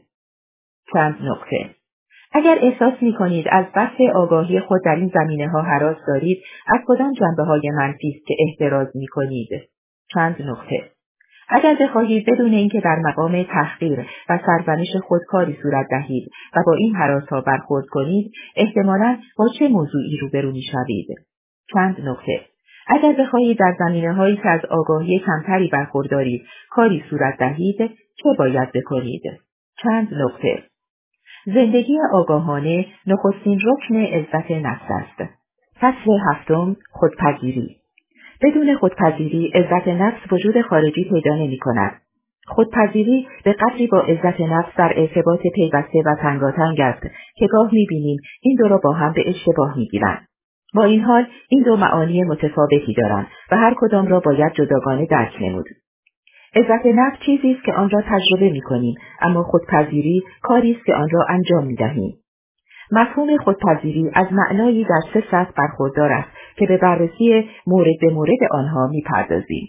چند نکته. اگر احساس می‌کنید از بحث آگاهی خود در این زمینه‌ها هراس دارید، از کدام جنبه‌های منفی است که احتراز می‌کنید؟ چند نکته. اگر بخواهید بدون اینکه در مقام تحقیر و سرزنش خود کاری صورت دهید و با این هراس‌ها برخورد کنید، احتمالاً با چه موضوعی روبرو می‌شوید؟ چند نکته. اگر بخواهید در زمینه‌هایی که از آگاهی کمتری برخوردارید کاری صورت دهید، چه باید بکنید؟ چند نکته. زندگی آگاهانه نخستین رکن عزت نفس است. فصل 7. خودپذیری. بدون خودپذیری عزت نفس وجود خارجی پیدا نمی‌کند. خودپذیری به قدری با عزت نفس در ارتباط پیوسته و تنگاتنگ است که گاه می‌بینیم این دو را با هم به اشتباه می‌گیرند. با این حال این دو معانی متفاوتی دارند و هر کدام را باید جداگانه درک نمود. عزت نفس چیزی است که آن را تجربه می‌کنیم، اما خودپذیری کاری است که آن را انجام می‌دهیم. مفهوم خودپذیری از معنایی در 3 سطح برخوردار است که به بررسی مورد به مورد آنها می‌پردازیم.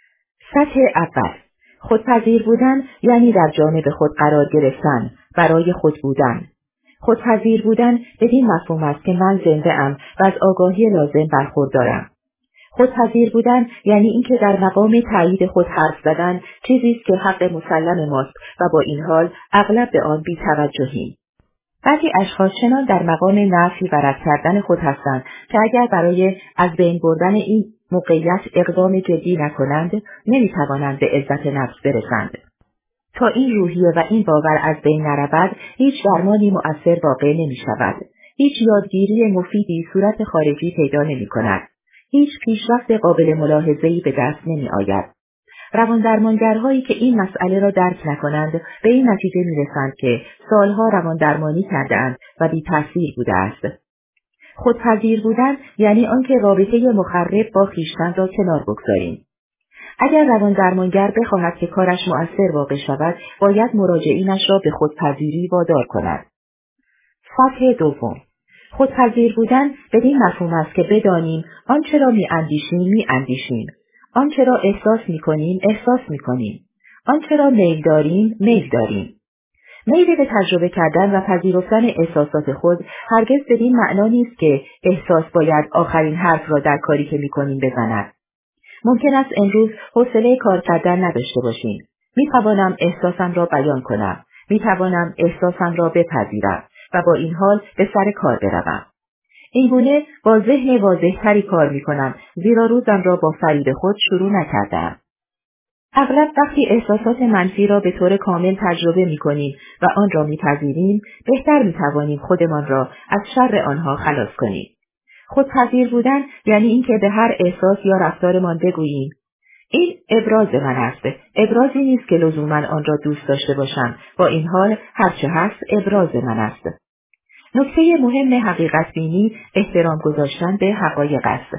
سطح اول، خودپذیر بودن یعنی در جانب خود قرار گرفتن، برای خود بودن. خودپذیر بودن بدین مفهوم است که من زنده ام و از آگاهی لازم برخوردارم. خودپذیر بودن یعنی اینکه در مقام تایید خود حرف زدن چیزی است که حق مسلم ماست و با این حال اغلب به آن بی‌توجهیم. بعضی اشخاص چنان در مقام نفی و رد کردن خود هستند که اگر برای از بین بردن این موقعیت اقدام جدی نکنند، نمیتوانند به عزت نفس برسند. تا این روحیه و این باور از بین نرود، هیچ درمانی مؤثر واقع نمی شود. هیچ یادگیری مفیدی صورت خارجی پیدا نمی کند. هیچ پیشرفت قابل ملاحظه‌ای به دست نمی‌آید. رواندرمانگرهایی که این مسئله را درک نکنند به این نتیجه می‌رسند که سالها رواندرمانی کرده‌اند و بی‌تأثیر بوده است. خودپذیر بودن یعنی آنکه رابطه مخرب با خویشتن را کنار بگذاریم. اگر رواندرمانگر بخواهد که کارش مؤثر واقع شود، باید مراجعینش را به خودپذیری وادار کند. سطح دوم، خودپذیر بودن بدین مفهوم است که بدانیم آنچه را می‌اندیشیم، آنچه را احساس می‌کنیم، احساس می‌کنیم، آنچه را میل داریم. میل به تجربه کردن و پذیرفتن احساسات خود هرگز بدین معنا نیست که احساس باید آخرین حرف را در کاری که می‌کنیم بزند. ممکن است امروز حوصله کار کردن نداشته باشیم. می‌توانم احساسم را بیان کنم. می‌توانم احساسم را بپذیرم و با این حال به سر کار بروم. اینگونه با ذهن واضح‌تری کار می‌کنم، زیرا روزم را با فریب خود شروع نکردم. اغلب وقتی احساسات منفی را به طور کامل تجربه می‌کنیم و آن را می‌پذیریم، بهتر می‌توانیم خودمان را از شر آنها خلاص کنیم. خودپذیر بودن یعنی اینکه به هر احساس یا رفتارمان بگوییم این ابراز من است. ابرازی نیست که لزوماً آن را دوست داشته باشم. با این حال هرچه هست ابراز من است. نکته مهم حقیقت بینی احترام گذاشتن به حقایق است.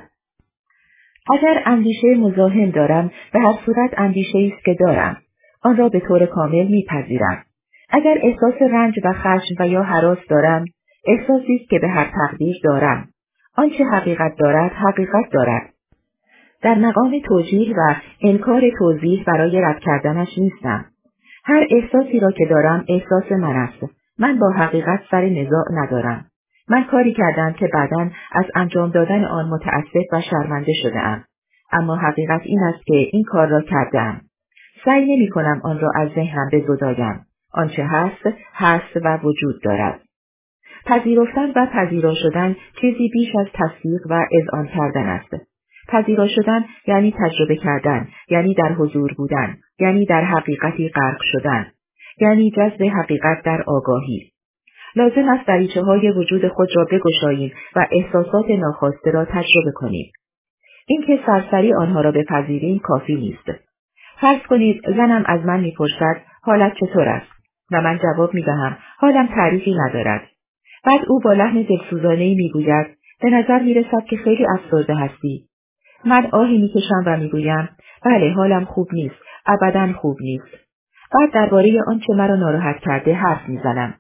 اگر اندیشه مزاحم دارم، به هر صورت اندیشه‌ای است که دارم. آن را به طور کامل میپذیرم. اگر احساس رنج و خشم و یا هراس دارم، احساسی است که به هر تقدیر دارم. آنچه حقیقت دارد. در مقام توجیه و انکار توضیح برای رد کردنش نیستم. هر احساسی را که دارم احساس من است. من با حقیقت سر نزاع ندارم. من کاری کردم که بعداً از انجام دادن آن متأسف و شرمنده شده‌ام. اما حقیقت این است که این کار را کردم. سعی نمی‌کنم آن را از ذهنم بزدایم. آنچه هست و وجود دارد. پذیرفتن و پذیرا شدن چیزی بیش از تصدیق و اذعان کردن است. پذیرا شدن یعنی تجربه کردن، یعنی در حضور بودن، یعنی در حقیقتی غرق شدن، یعنی جذب حقیقت در آگاهی. لازم است دریچه‌های وجود خود را بگشاییم و احساسات ناخواسته را تجربه کنیم. اینکه سرسری آنها را بپذیریم کافی نیست. فرض کنید زنم از من میپرسد حالت چطور است و من جواب میدهم حالم تعریفی ندارد. بعد او با لحن دلسوزانه‌ای میگوید به نظر میرسد که خیلی افسرده هستی. من آهی میکشم و میگویم بله حالم خوب نیست، ابداً خوب نیست. بعد درباره آنچه مرا ناراحت کرده حرف میزنم.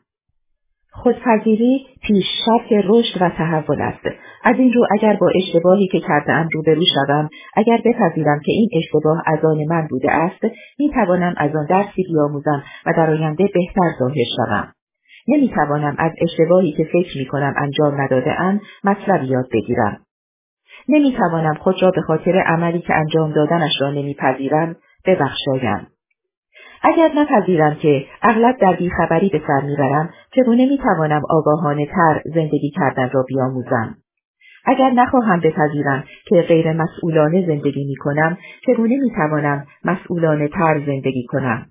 خودپذیری پیش شرط رشد و تحول است. از این رو اگر با اشتباهی که کرده‌ام روبرو شوم، اگر بپذیرم که این اشتباه از آن من بوده است، میتوانم از آن درسی بیاموزم و در آینده بهتر ظاهر شوم. نمیتوانم از اشتباهی که فکر میکنم انجام نداده‌ام مطلبی یاد بگیرم. نمیتوانم خود را به خاطر عملی که انجام دادنش را نمیپذیرم ببخشایم. اگر نپذیرم که اغلب در بیخبری به سر میبرم، چگونه میتوانم آگاهانه تر زندگی کردن را بیاموزم؟ اگر نخواهم بپذیرم که غیر مسئولانه زندگی میکنم، چگونه میتوانم مسئولانه تر زندگی کنم؟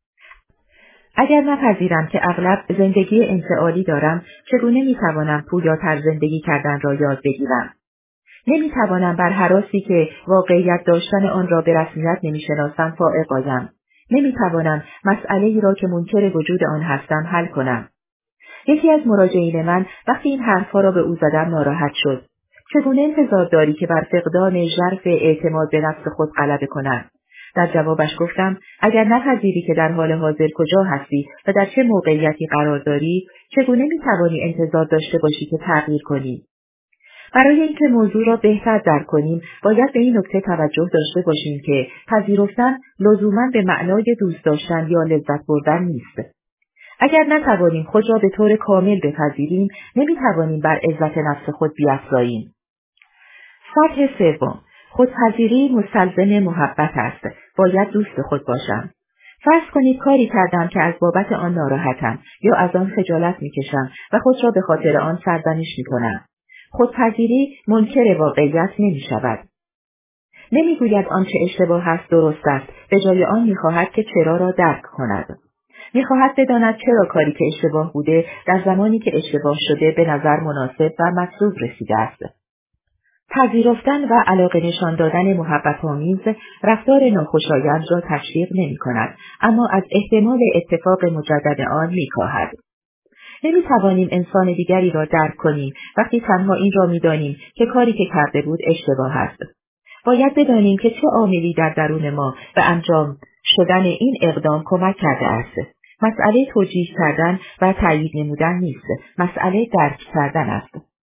اگر نپذیرم که اغلب زندگی انفعالی دارم، چگونه میتوانم پویاتر زندگی کردن را یاد بگیرم؟ نمیتوانم بر هراسی که واقعیت داشتن آن را به رسمیت نمیشناسم فائق آیم. نمیتوانم مسئله‌ای را که منکر وجود آن هستم حل کنم. یکی از مراجعین من وقتی این حرفها را به او زدم ناراحت شد. چگونه انتظار داری که بر فقدان ژرف اعتماد به نفس خود غلبه کنم؟ در جوابش گفتم اگر نپذیری که در حال حاضر کجا هستی و در چه موقعیتی قرار داری، چگونه میتوانی انتظار داشته باشی که تغییر کنی؟ برای اینکه موضوع را بهتر درک کنیم، باید به این نکته توجه داشته باشیم که پذیرفتن لزوماً به معنای دوست داشتن یا لذت بردن نیست. اگر نتوانیم خود را به طور کامل بپذیریم، نمیتوانیم بر عزت نفس خود بیفزاییم. سطح سوم، خودپذیری مستلزم محبت است. باید دوست خود باشم. فرض کنید کاری کردم که از بابت آن ناراحتم یا از آن خجالت میکشم و خود را به خاطر آن سرزنش میکنم. خودپذیری منکر واقعیت نمی شود. نمی گوید آنچه اشتباه است درست است، به جای آن می خواهد که چرا را درک کند. می خواهد بداند چرا کاری که اشتباه بوده در زمانی که اشتباه شده به نظر مناسب و مطلوب رسیده است. پذیرفتن و علاقه نشان دادن محبت‌آمیز رفتار ناخوشایند را تشویق نمی‌کند، اما از احتمال اتفاق مجدد آن می‌کاهد. نمی‌توانیم انسان دیگری را درک کنیم وقتی تنها این را می‌دانیم که کاری که کرده بود اشتباه است. باید بدانیم که چه عاملی در درون ما به انجام شدن این اقدام کمک کرده است. مسئله توجیه کردن و تأیید نمودن نیست، مسئله درک کردن است.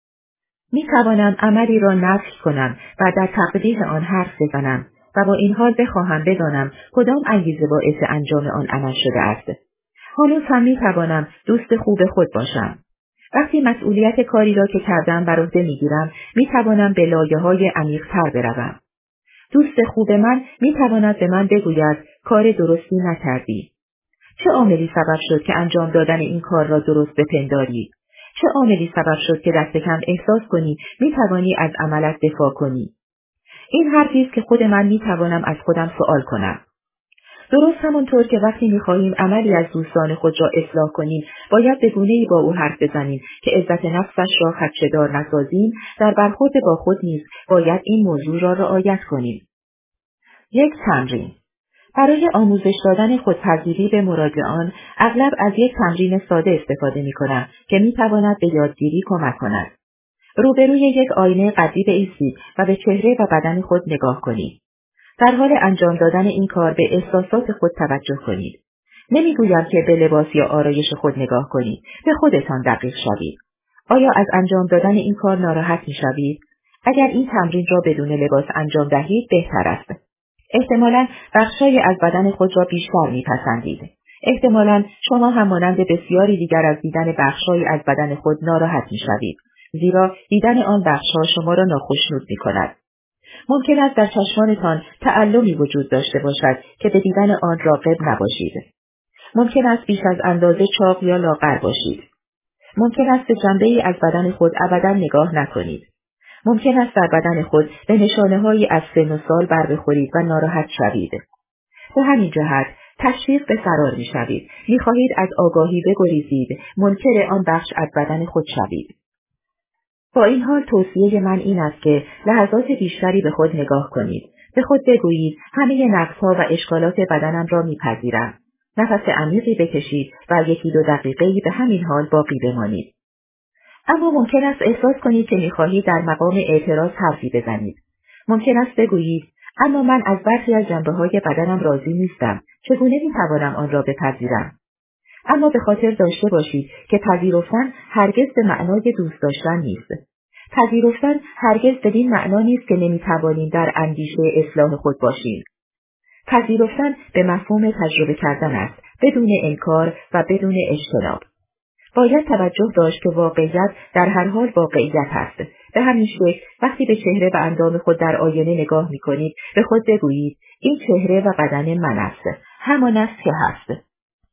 می‌توانم عملی را نفی کنم و در تقبیح آن حرف بزنم و با این حال بخواهم بدانم کدام انگیزه باعث انجام آن عمل شده است. هنوز هم می‌توانم دوست خوب خود باشم. وقتی مسئولیت کاری را که کردم بر عهده می‌گیرم، می‌توانم به لایه‌های عمیق‌تر بروم. دوست خوب من می‌تواند به من بگوید کار درستی نکردی. چه عاملی سبب شد که انجام دادن این کار را درست بپنداری؟ چه عاملی سبب شد که دست کم احساس کنی می‌توانی از عملت دفاع کنی؟ این حرفی است که خود من می‌توانم از خودم سوال کنم. درست همانطور که وقتی می‌خواهیم عملی از دوستان خود را اصلاح کنیم، باید به گونه‌ای با او حرف بزنیم که عزت نفسش را خدشه‌دار نسازیم، در برخورد با خود نیز باید این موضوع را رعایت کنیم. یک تمرین. برای آموزش دادن خودپذیری به مراجعان، اغلب از یک تمرین ساده استفاده می‌کنم که می‌تواند به یادگیری کمک کند. روبروی یک آینه قدی بایستید و به چهره و بدن خود نگاه کنید. در حال انجام دادن این کار به احساسات خود توجه کنید. نمیگویم که به لباس یا آرایش خود نگاه کنید، به خودتان دقیق شوید. آیا از انجام دادن این کار ناراحت می‌شوید؟ اگر این تمرین را بدون لباس انجام دهید بهتر است. احتمالاً بخشای از بدن خود را بیشتر می‌پسندید. احتمالاً شما هم مانند بسیاری دیگر از دیدن بخشای از بدن خود ناراحت می‌شوید، زیرا دیدن آن بخش‌ها شما را ناخوشنود می‌کند. ممکن است در چشمانتان تعلمی وجود داشته باشد که به دیدن آن راغب نباشید. ممکن است بیش از اندازه چاق یا لاغر باشید. ممکن است به جنبه‌ای از بدن خود ابداً نگاه نکنید. ممکن است در بدن خود به نشانه‌هایی از سن و سال بر بخورید و ناراحت شوید. به همین جهت تشویق به فرار می‌شوید. می‌خواهید از آگاهی بگریزید، منکر آن بخش از بدن خود شوید. با این حال توصیه من این است که لحظات بیشتری به خود نگاه کنید. به خود بگویید همه نقص‌ها و اشکالات بدنم را می‌پذیرم. نفس عمیقی بکشید و 1-2 دقیقه‌ای به همین حال باقی بمانید. اما ممکن است احساس کنید که می‌خواهید در مقام اعتراض حرفی بزنید. ممکن است بگویید اما من از برخی از جنبه‌های بدنم راضی نیستم. چگونه می‌توانم آن را بپذیرم؟ اما به خاطر داشته باشید که پذیرفتن هرگز به معنای دوست داشتن نیست. پذیرفتن هرگز بدین معنا نیست که نمی‌توانیم در اندیشه اصلاح خود باشیم. پذیرفتن به مفهوم تجربه کردن است، بدون انکار و بدون اجتناب. باید توجه داشت که واقعیت در هر حال واقعیت است. به همین شکل وقتی به چهره و اندام خود در آینه نگاه می‌کنید، به خود بگویید این چهره و بدن من است، همان است که هست.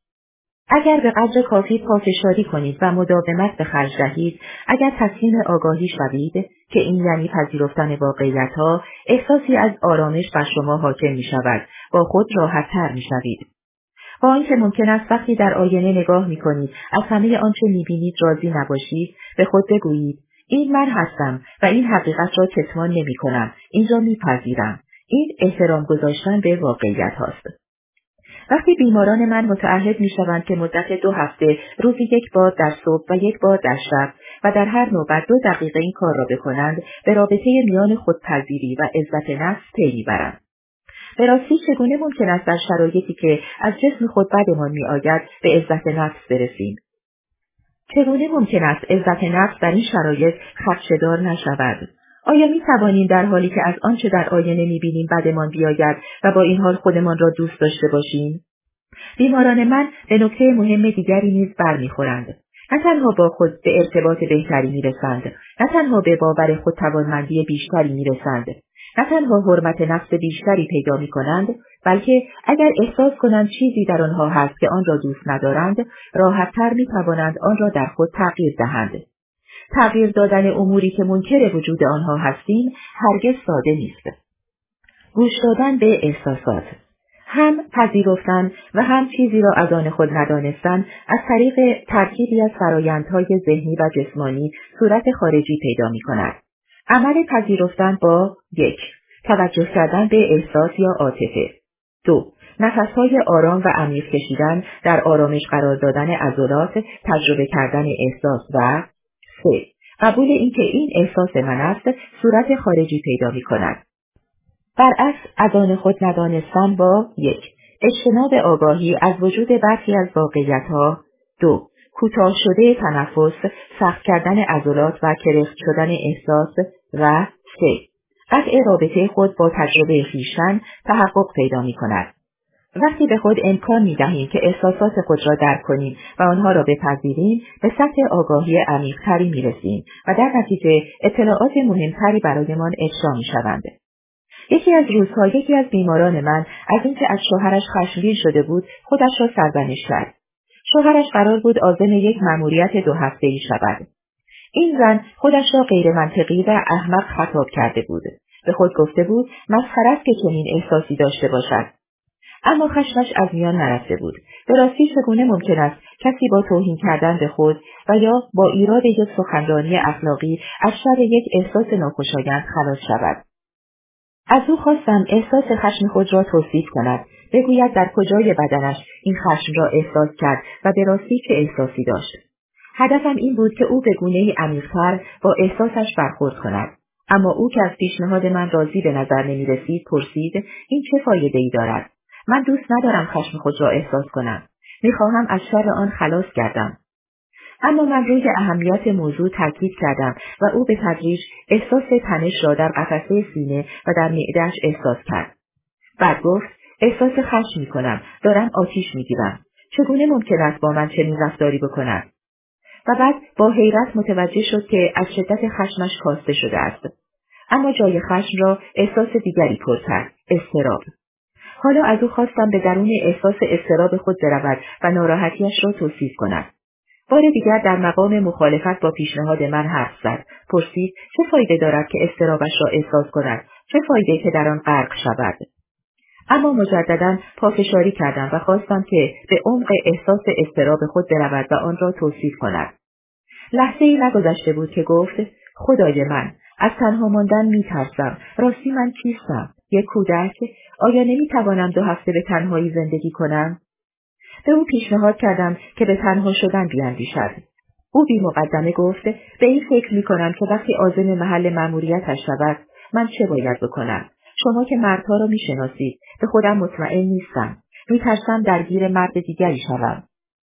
اگر به قدر کافی پافشاری کنید و مداومت به خرج دهید، اگر تسلیم آگاهی شوید که این یعنی پذیرفتن واقعیت‌ها، احساسی از آرامش بر شما حاکم می‌شود، با خود راحت‌تر می‌شوید. با آنکه ممکن است وقتی در آینه نگاه می‌کنید از همه آنچه می‌بینید راضی نباشید، به خود بگویید این من هستم و این حقیقت را کتمان نمی‌کنم، این را می‌پذیرم. این احترام گذاشتن به واقعیت هاست. وقتی بیماران من متعهد می‌شوند که مدت 2 هفته روزی 1 بار در صبح و 1 بار در شب و در هر نوبت 2 دقیقه این کار را بکنند، به رابطه میان خودپذیری و عزت نفس پی می‌برند. به راستی چگونه ممکن است در شرایطی که از جسم خود بدمان می‌آید به عزت نفس برسیم؟ چگونه ممکن است عزت نفس در این شرایط خدشه‌دار نشود؟ آیا می‌توانیم در حالی که از آنچه در آینه می‌بینیم بدمان بیاید و با این حال خودمان را دوست داشته باشیم؟ بیماران من به نکته مهم دیگری نیز برمیخورند. نه تنها با خود به ارتباط بهتری میرسند، نه تنها به باور خودتوانمندی بیشتری میرسند، نه تنها حرمت نفس بیشتری پیدا میکنند، بلکه اگر احساس کنند چیزی در آنها هست که آن را دوست ندارند، راحت‌تر میتوانند آن را در خود تغییر دهند. تغییر دادن اموری که منکر وجود آنها هستیم هرگز ساده نیست. گوش دادن به احساسات، هم پذیرفتن و هم چیزی را از آن خود ندانستن از طریق ترکیبی از فرایندهای ذهنی و جسمانی صورت خارجی پیدا می کند. عمل پذیرفتن با 1. توجه کردن به احساس یا عاطفه. 2. نفسهای آرام و عمیق کشیدن، در آرامش قرار دادن عضلات، تجربه کردن احساس و 3. قبول اینکه این احساس من است صورت خارجی پیدا می کند. برعکس از آن خود ندانستن با 1. اجتناب آگاهی از وجود برخی از واقعیت‌ها. 2. کوتاه شده تنفس، سخت کردن عضلات و کرخت شدن احساس و 3. قطع رابطه خود با تجربه خویشتن تحقق پیدا می کند. وقتی به خود امکان می دهیم که احساسات خود را درک کنیم و آنها را بپذیریم، به سطح آگاهی عمیق‌تری می رسیم و در نتیجه اطلاعات مهمتری برایمان افشا می شوند. یکی از روزها یکی از بیماران من از اینکه از شوهرش خشمگین شده بود خودش را سرزنش کرد. شوهرش قرار بود عازم یک مأموریت 2 هفته‌ای شود. این زن خودش را غیر منطقی و احمق خطاب کرده بود. به خود گفته بود مسخره است که چنین احساسی داشته باشد. اما خشمش از میان نرفته بود. به راستی چگونه ممکن است کسی با توهین کردن به خود و یا با ایراد یک سخنرانی اخلاقی از شر یک احساس ناخوشایند خلاص شود؟ از او خواستم احساس خشم خود را توصیف کند، بگوید در کجای بدنش این خشم را احساس کرد و به راستی چه احساسی داشت. هدفم این بود که او به گونه‌ای عمیق‌تر با احساسش برخورد کند. اما او که از پیشنهاد من راضی به نظر نمی رسید پرسید این چه فایده‌ای دارد؟ من دوست ندارم خشم خود را احساس کنم. می‌خواهم از شر آن خلاص گردم. اما من روی اهمیت موضوع تاکید کردم و او به تدریج احساس تنش را در قفسه سینه و در معده‌اش احساس کرد. بعد گفت احساس خشم می‌کنم، دارم آتش می‌گیرم. چگونه ممکن است با من چنین رفتاری بکند؟ و بعد با حیرت متوجه شد که از شدت خشمش کاسته شده است. اما جای خشم را احساس دیگری پر کرد، اضطراب. حالا از او خواستم به درون احساس اضطراب خود برود و ناراحتیش را توصیف کند. بار دیگر در مقام مخالفت با پیشنهاد من حرف زد. پرسید چه فایده دارد که اضطرابش را احساس کند؟ چه فایده که در آن غرق شود؟ اما مجددا پافشاری کردم و خواستم که به عمق احساس اضطراب خود برود و آن را توصیف کند. لحظه‌ای نگذشته بود که گفت خدای من، از تنها ماندن می‌ترسم. راستی من کیستم؟ یک کودک؟ آیا نمی‌توانم 2 هفته به تنهایی زندگی کنم؟ به او پیشنهاد کردم که به تنها شدن بیاندیشد. او بی مقدمه گفت به این فکر می‌کنم که وقتی عازم محل مأموریتش شود من چه باید بکنم؟ شما که مردها را می‌شناسید، به خودم مطمئن نیستم. می‌ترسم درگیر مرد دیگری شوم.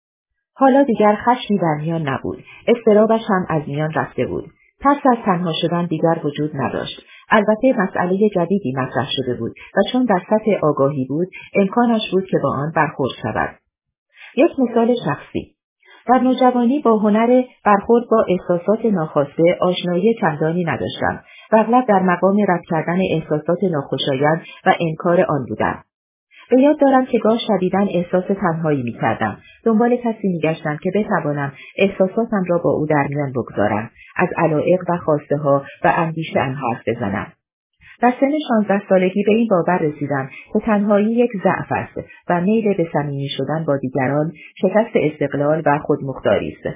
حالا دیگر خشمی در میان نبود. اضطرابش هم از میان رفته بود. ترس از تنها شدن دیگر وجود نداشت. البته مسئله جدیدی مطرح شده بود و چون در سطح آگاهی بود، امکانش بود که با آن برخورد شود. یک مثال شخصی. در نوجوانی با هنر برخورد با احساسات ناخواسته آشنایی چندانی نداشتم و اغلب در مقام رد کردن احساسات ناخوشایند و انکار آن بودم. به یاد دارم که گاه شدیداً احساس تنهایی می‌کردم. دنبال کسی می‌گشتم که بتوانم احساساتم را با او در میان بگذارم، از علایق و خواسته‌ها و اندیشه حرف بزنم. در سن 16 سالگی به این باور رسیدم که تنهایی یک ضعف است و میل به صمیمی شدن با دیگران شکست استقلال و خودمختاری است.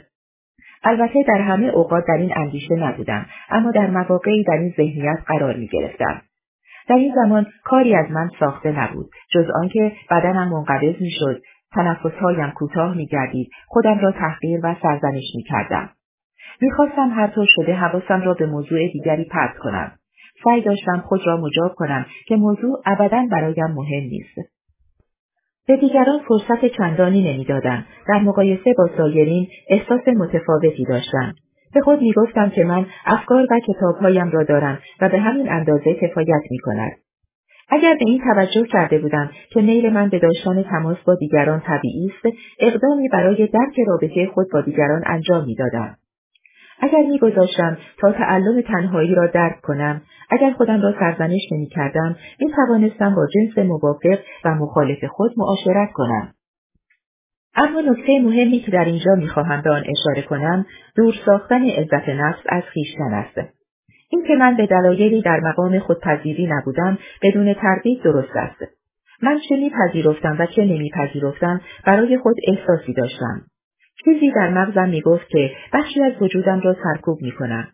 البته در همه اوقات در این اندیشه نبودم، اما در مواقعی در این ذهنیت قرار می‌گرفتم. در این زمان کاری از من ساخته نبود، جز آنکه بدنم منقبض می‌شد، تنفس‌هایم کوتاه می‌گردید، خودم را تحقیر و سرزنش می‌کردم. می‌خواستم هر طور شده حواسم را به موضوع دیگری پرت کنم. سعی داشتم خود را مجاب کنم که موضوع ابداً برایم مهم نیست. به دیگران فرصت چندانی نمی‌دادم. در مقایسه با سایرین احساس متفاوتی داشتم. به خود می‌گفتم که من افکار و کتاب‌هایم را دارم و به همین اندازه کفایت می‌کند. اگر به این توجه کرده بودم که میل من به داشتن تماس با دیگران طبیعی است، اقدامی برای درک رابطه خود با دیگران انجام می‌دادم. اگر می‌گذاشتم تا تعلم تنهایی را درک کنم، اگر خودم را سرزنش نمی‌کردم، می‌توانستم با جنس موافق و مخالف خود معاشرت کنم. اما نکته مهمی که در اینجا می‌خواهم به آن اشاره کنم، دور ساختن عزت نفس از خویشتن است. این که من به دلایلی در مقام خودپذیری نبودم، بدون تردید درست است. من چه می‌پذیرفتم و چه نمی‌پذیرفتم برای خود احساسی داشتم. چیزی در مغزم میگفت که بخشی از وجودم را سرکوب میکنم.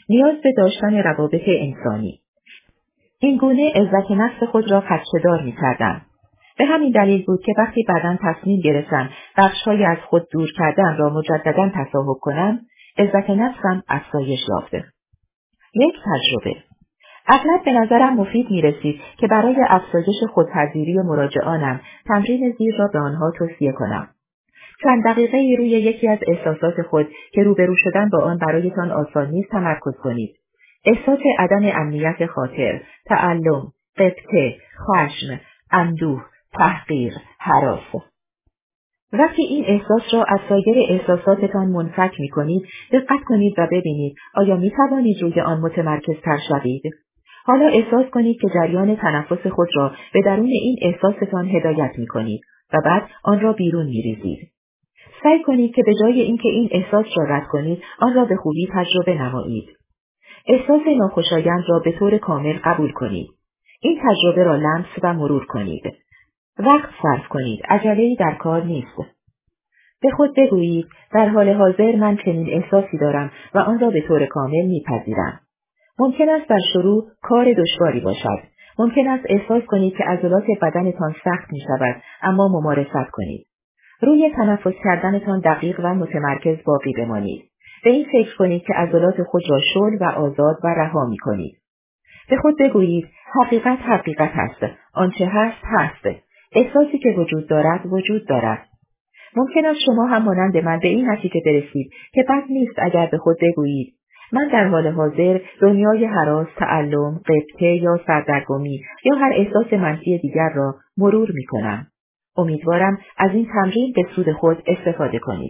نیاز به داشتن روابط انسانی. این گونه عزت نفس خود را خدشه‌دار می‌کردم. به همین دلیل بود که وقتی بعداً تصمیم گرفتم بخش‌هایی از خود دور کردن را مجدداً تصاحب کنم، عزت نفسم افزایش یافته. یک تجربه. اغلب به نظرم مفید می‌رسید که برای افزایش خودپذیری مراجعانم تمرین زیر را به آنها توصیه کنم. چند دقیقه روی یکی از احساسات خود که روبرو شدن با آن برایتان آسان نیست تمرکز کنید. احساس عدم امنیت خاطر، تعلم، غبطه، خشم، اندوه، تحقیر، هراس. وقتی این احساس را از سایر احساساتتان منفک می کنید، دقت کنید و ببینید آیا می توانید روی آن متمرکزتر شوید. حالا احساس کنید که جریان تنفس خود را به درون این احساستان هدایت می کنید و بعد آن را بیرون می ریزید. سعی کنید که به جای اینکه این احساس را رد کنید، آن را به خوبی تجربه نمایید. احساس ناخوشایند را به طور کامل قبول کنید. این تجربه را لمس و مرور کنید. وقت صرف کنید، عجله‌ای در کار نیست. به خود بگویید در حال حاضر من چنین احساسی دارم و آن را به طور کامل میپذیرم. ممکن است در شروع کار دشواری باشد. ممکن است احساس کنید که عضلات بدنتان سخت می شود، اما ممارست کنید. روی تنفس کردنتان دقیق و متمرکز باقی بمانید. به این فکر کنید که عضلات خود را شل و آزاد و رها می کنید. به خود بگویید حقیقت است. آنچه هست. احساسی که وجود دارد. ممکن است شما هم مانند من به این نتیجه برسید که بد نیست اگر به خود بگویید من در حال حاضر دنیای هراس، تعلم، غبطه یا سردرگمی یا هر احساس منفی دیگر را مرور می کنم. امیدوارم از این تمرین به سود خود استفاده کنید.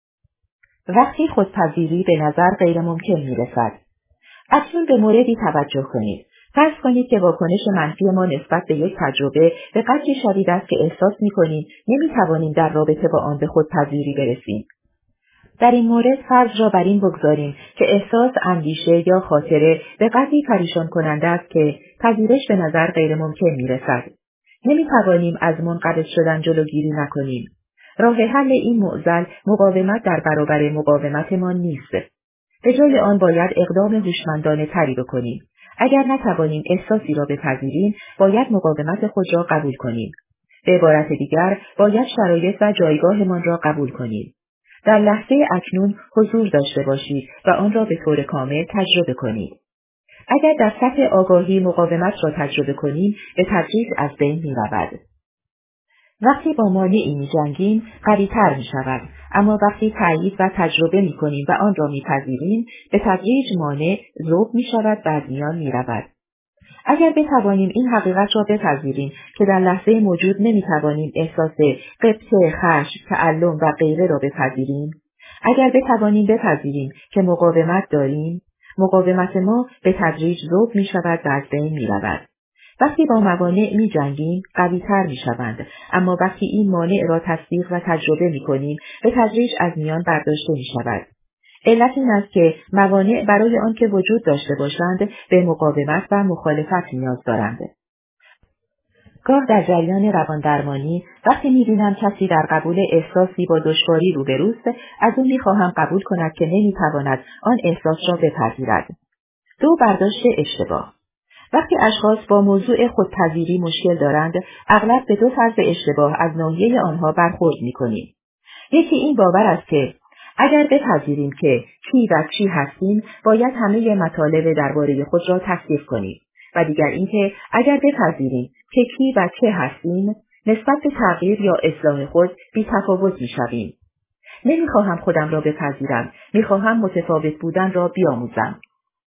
وقتی خودپذیری به نظر غیر ممکن می رسد. اکنون به موردی توجه کنید. فرض کنید که واکنش منفی ما نسبت به یک تجربه به قدری شدید است که احساس می‌کنیم نمی‌توانیم در رابطه با آن به خودپذیری برسیم. در این مورد فرض را بر این بگذاریم که احساس، اندیشه یا خاطره به قدری پریشان کننده است که پذیرش به نظر غیر ممکن می‌رسد. نمی‌توانیم از منقبض شدن جلوگیری نکنیم. راه حل این معضل مقاومت در برابر مقاومتمان نیست. به جای آن باید اقدام هوشمندانه تری بکنیم. اگر نتوانیم احساسی را بپذیریم، باید مقاومت خود را قبول کنیم. به عبارت دیگر، باید شرایط و جایگاهمان را قبول کنیم. در لحظه اکنون حضور داشته باشید و آن را به طور کامل تجربه کنید. اگر در سطح آگاهی مقاومت را تجربه کنیم، به تدریج از بین می‌رود. وقتی با مانعی می‌جنگیم، قوی‌تر می‌شود، اما وقتی تأیید و تجربه می‌کنیم و آن را می‌پذیریم، به تدریج مانع ذوب می‌شود و از میان می‌رود. اگر بتوانیم این حقیقت را بپذیریم که در لحظه موجود نمی‌توانیم احساس غبطه، خشم، تعلم و غیره را بپذیریم، اگر بتوانیم بپذیریم که مقاومت داریم، مقاومت ما به تدریج ذوب می‌شود و از بین می‌رود. وقتی با موانع می جنگیم قوی‌تر می شوند، اما وقتی این مانع را تصدیق و تجربه می کنیم به تدریج از میان برداشته می شود. علت این است که موانع برای آنکه وجود داشته باشند به مقاومت و مخالفت نیاز دارند. گاه در جریان رواندرمانی وقتی می بینم کسی در قبول احساسی با دشواری روبروست، از او می خواهم قبول کند که نمی تواند آن احساس را بپذیرد. برداشت اشتباه. وقتی اشخاص با موضوع خودپذیری مشکل دارند، اغلب به دو طرز اشتباه از ناحیه آنها برخورد می‌کنیم. یکی این باور است که اگر بپذیریم که کی و چی هستیم، باید همه مطالب درباره خود را تصدیق کنیم. و دیگر اینکه اگر بپذیریم که کی و چه هستیم، نسبت به تغییر یا اصلاح خود بی‌تفاوت می‌شویم. نمی‌خواهم خودم را بپذیرم، می‌خواهم متفاوت بودن را بیاموزم.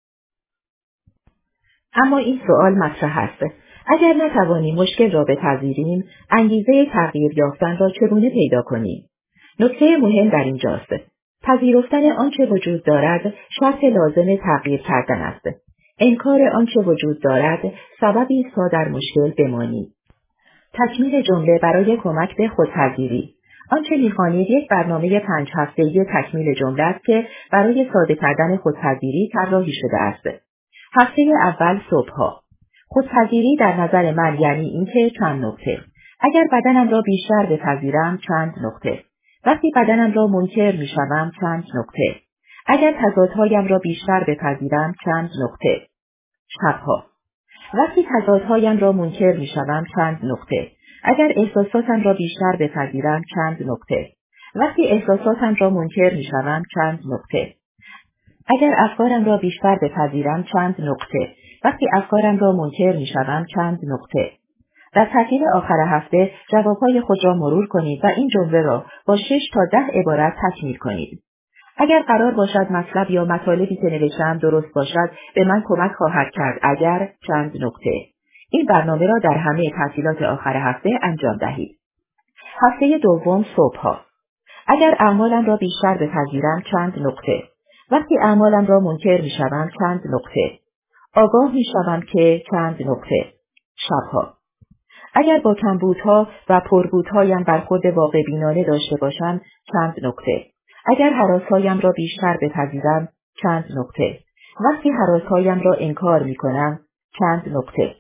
اما این سوال مطرح است. اگر نتوانیم مشکل را بپذیریم، انگیزه تغییر یافتن را چگونه پیدا کنیم؟ نکته مهم در اینجاست. پذیرفتن آنچه وجود دارد شرط لازم تغییر کردن است. انکار آنچه وجود دارد سببی است تا در مشکل بمانیم. تکمیل جمله برای کمک به خودپذیری. آنچه می‌خوانید یک برنامه 5 هفته‌ای تکمیل جمله است که برای ساده کردن خودپذیری طراحی شده است. هفته اول صبح‌ها. خودپذیری در نظر من یعنی اینکه چند نکته. اگر بدنم را بیشتر بپذیرم چند نکته. وقتی بدنم را منکر می‌شوم چند نکته. اگر تضادهایم را بیشتر بپذیرم چند نقطه. شبها. وقتی تضادهایم را منکر می‌شوم چند نقطه. اگر احساساتم را بیشتر بپذیرم چند نقطه. وقتی احساساتم را منکر می‌شوم چند نقطه. اگر افکارم را بیشتر بپذیرم چند نقطه. وقتی افکارم را منکر می‌شوم چند نقطه. در ترتیب آخر هفته جوابهای خود را مرور کنید و این جمله را با 6 تا 10 عبارت تکمیل کنید. اگر قرار باشد مطلب یا مطالبی که نوشتم درست باشد به من کمک خواهد کرد اگر چند نقطه. این برنامه را در همه تعطیلات آخر هفته انجام دهید. هفته دوم صبحها. اگر اعمالم را بیشتر بپذیرم چند نقطه. وقتی اعمالم را منکر می‌شوم چند نقطه. آگاه می‌شوم که چند نقطه. شبها. اگر با کمبودها و پربودهایم برخورد واقع بینانه داشته باشم چند نقطه. اگر هراسهایم را بیشتر بپذیرم چند نقطه. وقتی هراسهایم را انکار می‌کنم چند نقطه.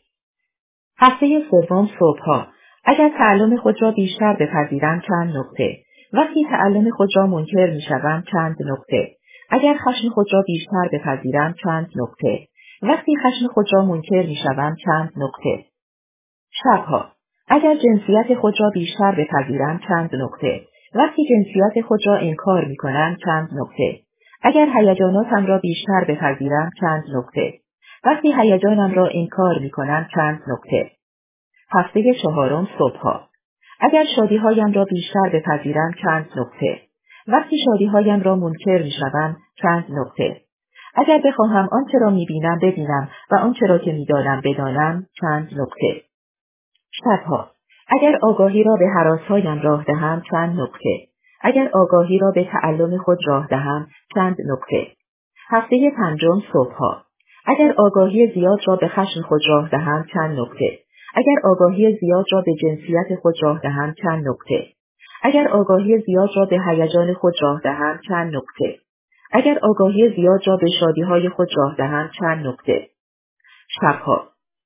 هفته سوم صبحها. اگر تعلم خود را بیشتر بپذیرم چند نقطه. وقتی تعلم خود را منکر می‌شوم چند نقطه. اگر خشم خود را بیشتر بپذیرم چند نقطه. وقتی خشم خود را منکر می‌شوم چند نقطه. شبها. اگر جنسیت خود را بیشتر بپذیرم چند نقطه. وقتی جنسیت خود را انکار می‌کنم چند نقطه. اگر هیجاناتم را بیشتر بپذیرم چند نقطه. وقتی هیجانم را انکار می‌کنم چند نقطه. هفته چهارم صبحها. اگر شادی‌هایم را بیشتر بپذیرم چند نقطه. وقتی شادی‌هایم را منکر می‌شوم چند نقطه. اگر بخواهم آنچه را می‌بینم ببینم و آنچه را که می‌دانم بدانم چند نقطه. شبها. اگر آگاهی را به هراسهایم راه دهم چند نقطه. اگر آگاهی را به تعلم خود راه دهم چند نقطه. هفته پنجم صبحها. اگر آگاهی زیاد را به خشم خود راه دهم چند نقطه. اگر آگاهی زیاد را به جنسیت خود راه دهم چند نقطه. اگر آگاهی زیاد را به هیجان خود راه دهم چند نقطه. اگر آگاهی زیاد را به شادی‌های خود راه دهم چند نقطه. شبها.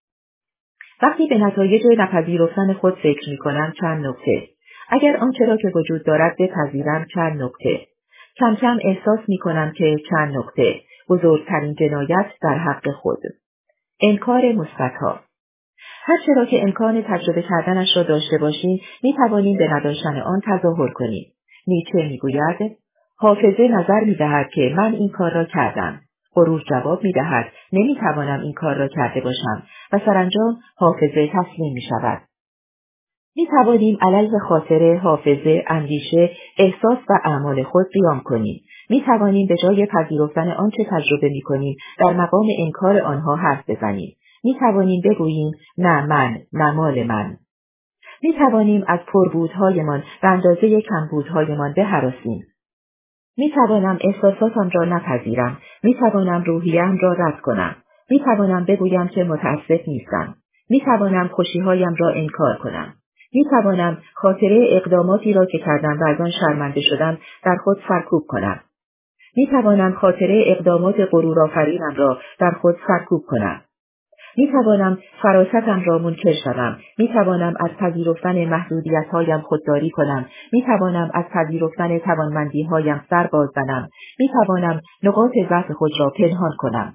وقتی به نتایج نپذیرفتن خود فکر می‌کنم چند نقطه. اگر آنچه را که وجود دارد بپذیرم چند نقطه. کم کم احساس می‌کنم که چند نقطه. بزرگترین جنایت در حق خود. انکار مثبت‌ها. هر چه را که امکان تجربه کردنش را داشته باشیم می‌توانیم به نداشتن آن تظاهر کنیم. نیچه می‌گوید حافظه نظر می‌دهد که من این کار را کردم. غرور جواب می‌دهد نمی‌توانم این کار را کرده باشم و سرانجام حافظه تسلیم می‌شود. می‌توانیم علیه خاطره، حافظه، اندیشه، احساس و اعمال خود قیام کنیم. می‌توانیم به جای پذیرفتن آنچه تجربه می‌کنیم در مقام انکار آنها حرف بزنیم. می‌توانیم بگوییم نه من، نه مال من. می‌توانیم از پربودهایمان به اندازه کمبودهایمان بهراسیم. می‌توانم احساساتم را نپذیرم. می‌توانم روحیه‌ام را رد کنم. می‌توانم بگویم که متأسف نیستم. می‌توانم خوشی‌هایم را انکار کنم. می‌توانم خاطره اقداماتی را که کردم و از آن شرمنده شدم در خود سرکوب کنم. می‌توانم خاطره اقدامات غرورآفرینم را در خود سرکوب کنم. می‌توانم فراستم را منکر شوم. می‌توانم از پذیرفتن محدودیت‌هایم خودداری کنم. می‌توانم از پذیرفتن توانمندی‌هایم سر باز زنم. می‌توانم نقاط ضعف خود را پنهان کنم.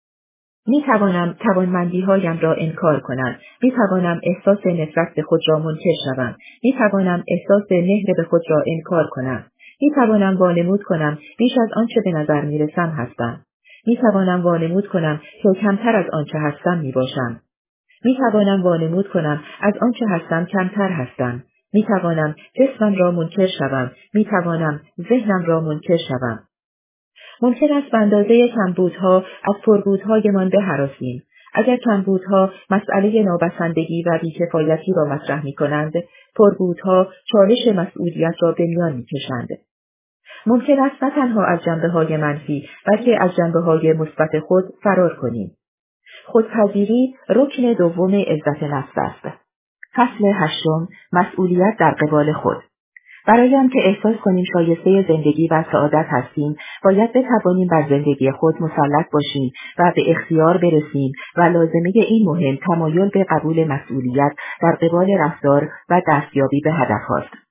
می‌توانم توانمندی‌هایم را انکار کنم. می‌توانم احساس نفرت به خود را منکر شوم. می‌توانم احساس مهر به خود را انکار کنم. می‌توانم وانمود کنم بیش از آنچه به نظر می‌رسم هستم. می‌توانم وانمود کنم که کمتر از آنچه هستم میباشم. می‌توانم وانمود کنم از آنچه هستم کمتر هستم. می‌توانم جسمم را منکر شوم. می‌توانم ذهنم را منکر شوم. ممکن است به اندازه کمبودها از پربودهایمان بهراسیم. اگر کمبودها مسئله نابسندگی و بی‌کفایتی را مطرح می‌کنند، پربودها چالش مسئولیت را به میان می‌کشند. ممکن است نه تنها از جنبه‌های منفی بلکه از جنبه‌های مثبت خود فرار کنیم. خودپذیری رکن دوم عزت نفس است. فصل 8 مسئولیت در قبال خود. برای آنکه احساس کنیم شایسته زندگی و سعادت هستیم، باید بتوانیم بر زندگی خود مسلط باشیم و به اختیار برسیم و لازمه این مهم تمایل به قبول مسئولیت در قبال رفتار و دستیابی به هدف هاست.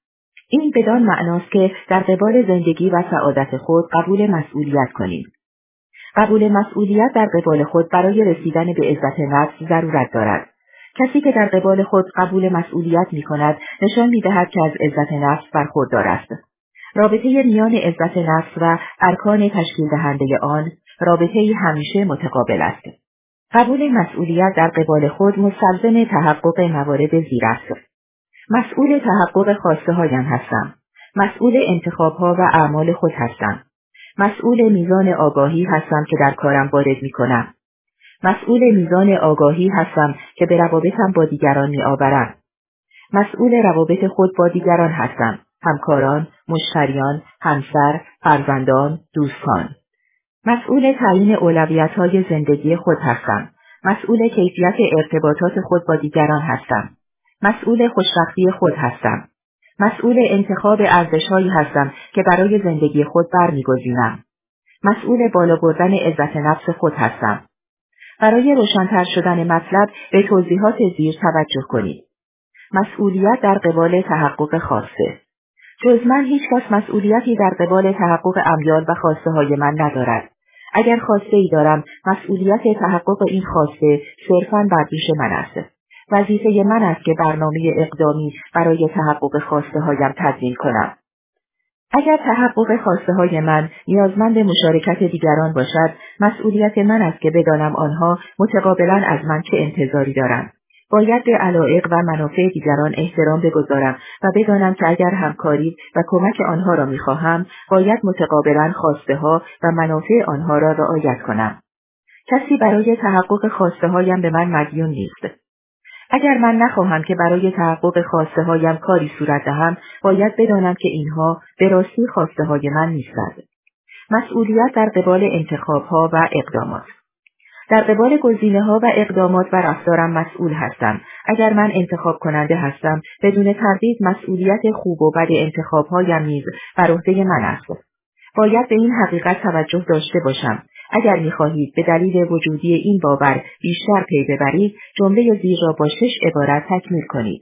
این بدان معناست که در قبال زندگی و سعادت خود قبول مسئولیت کنیم. قبول مسئولیت در قبال خود برای رسیدن به عزت نفس ضرورت دارد. کسی که در قبال خود قبول مسئولیت می کند نشان می دهد که از عزت نفس برخوردار است. رابطه میان عزت نفس و ارکان تشکیل دهنده آن رابطه همیشه متقابل است. قبول مسئولیت در قبال خود مستلزم تحقق موارد زیر است. مسئول تحقق خواسته هایم هستم. مسئول انتخاب ها و اعمال خود هستم. مسئول میزان آگاهی هستم که در کارم وارد می کنم. مسئول میزان آگاهی هستم که به روابطم با دیگران می آورم. مسئول روابط خود با دیگران هستم. همکاران، مشتریان، همسر، فرزندان، دوستان. مسئول تعیین اولویت‌های زندگی خود هستم. مسئول کیفیت ارتباطات خود با دیگران هستم. مسئول خوشبختی خود هستم. مسئول انتخاب ارزش‌هایی هستم که برای زندگی خود برمی‌گزینم. مسئول بالا بردن عزت نفس خود هستم. برای روشن‌تر شدن مطلب به توضیحات زیر توجه کنید. مسئولیت در قبال تحقق خواسته. جز من هیچ کس مسئولیتی در قبال تحقق امیال و خواسته های من ندارد. اگر خواسته ای دارم، مسئولیت تحقق این خواسته صرفاً بر دوش من است. وظیفه من است که برنامه اقدامی برای تحقق خواسته هایم تدوین کنم. اگر تحقق خواسته های من نیازمند مشارکت دیگران باشد، مسئولیت من است که بدانم آنها متقابلاً از من چه انتظاری دارند. باید به علایق و منافع دیگران احترام بگذارم و بدانم که اگر همکاری و کمک آنها را می‌خواهم، باید متقابلاً خواسته ها و منافع آنها را رعایت کنم. کسی برای تحقق خواسته هایم به من مدیون نیست. اگر من نخواهم که برای تحقق خواسته هایم کاری صورت دهم، باید بدانم که اینها به راستی خواسته های من نیستند. مسئولیت در قبال انتخاب ها و اقدامات. در قبال گزینه‌ها و اقدامات و رفتارم مسئول هستم. اگر من انتخاب کننده هستم، بدون تردید مسئولیت خوب و بد انتخاب‌هایم نیز بر عهده من است. باید به این حقیقت توجه داشته باشم. اگر می‌خواهید به دلیل وجودی این باور بیشتر پی ببرید، جمله زیر را با 6 عبارت تکمیل کنید.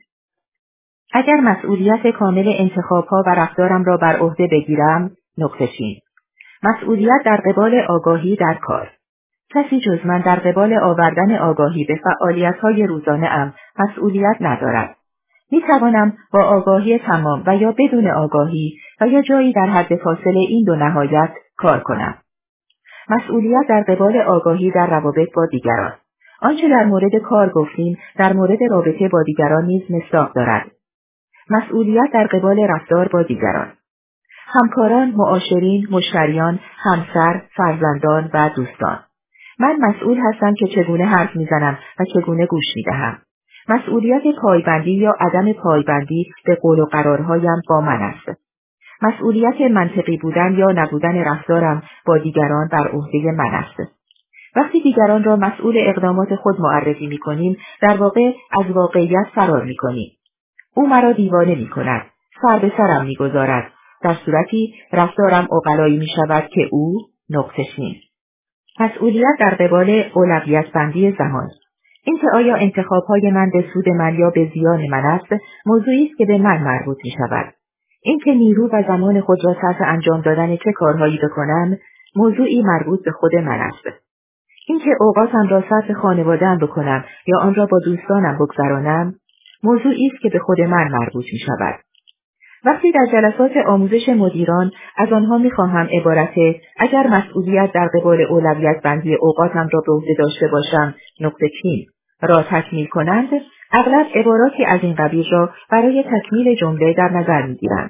اگر مسئولیت کامل انتخاب‌ها و رفتارم را بر عهده بگیرم، نقطه چین. مسئولیت در قبال آگاهی در کار. کسی جز من در قبال آوردن آگاهی به فعالیت‌های روزانه‌ام مسئولیت ندارد. می‌توانم با آگاهی تمام و یا بدون آگاهی و یا جایی در حد فاصله این دو نهایت کار کنم. مسئولیت در قبال آگاهی در روابط با دیگران. آنچه در مورد کار گفتیم در مورد رابطه با دیگران نیز مصداق دارد. مسئولیت در قبال رفتار با دیگران. همکاران، معاشرین، مشتریان، همسر، فرزندان و دوستان. من مسئول هستم که چگونه حرف میزنم و چگونه گوش میدهم. مسئولیت پایبندی یا عدم پایبندی به قول و قرارهایم با من است. مسئولیت منطقی بودن یا نبودن رفتارم با دیگران بر عهده من است. وقتی دیگران را مسئول اقدامات خود معرفی می‌کنیم، در واقع از واقعیت فرار می‌کنیم. او مرا دیوانه می‌کند، سر به سرم می‌گذارد. در صورتی رفتارم عقلایی می‌شود که او نقطه نیست. مسئولیت در قبال اولویت بندی زمان. اینکه آیا انتخاب‌های من به سود من یا به زیان من است، موضوعی است که به من مربوط می‌شود. اینکه نیرو و زمان خود را صرف انجام دادن چه کارهایی بکنم، موضوعی مربوط به خود من است. اینکه اوقاتم را صرف خانواده‌ام بکنم یا آن را با دوستانم بگذرانم، موضوعی است که به خود من مربوط می‌شود. وقتی در جلسات آموزش مدیران از آنها می‌خواهم عبارت اگر مسئولیت در قبال اولویت بندی اوقاتم را به عهده داشته باشم نقطه چین را تکمیل کنند، اغلب عباراتی از این قبیل را برای تکمیل جمله در نظر می‌گیرند.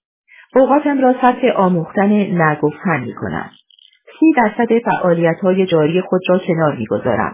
اوقاتم را صرف آموختن نگفتن می‌کنم. 30% فعالیت‌های جاری خود را کنار می‌گذارم.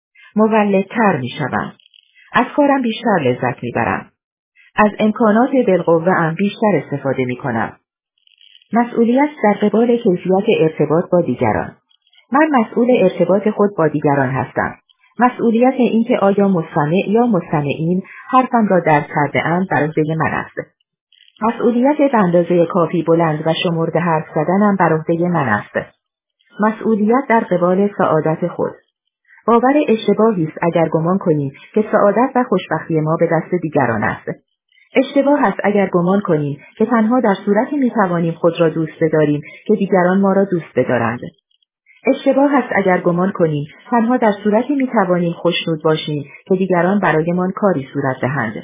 مولدتر می‌شوم. از کارم بیشتر لذت می‌برم. از امکانات بالقوه‌ام بیشتر استفاده می‌کنم. مسئولیت در قبال کیفیت ارتباط با دیگران. من مسئول ارتباط خود با دیگران هستم. مسئولیت اینکه آیا مستمع یا مستمعین حرفم را درک کرده‌اند بر عهده من است. مسئولیت به اندازه کافی بلند و شمرده حرف زدنم بر عهده من است. مسئولیت در قبال سعادت خود. باور اشتباهی است اگر گمان کنیم که سعادت و خوشبختی ما به دست دیگران است. اشتباه است اگر گمان کنیم که تنها در صورتی میتوانیم خود را دوست بداریم که دیگران ما را دوست بدارند. اشتباه است اگر گمان کنیم تنها در صورتی میتوانیم خوشنود باشیم که دیگران برایمان کاری صورت دهند.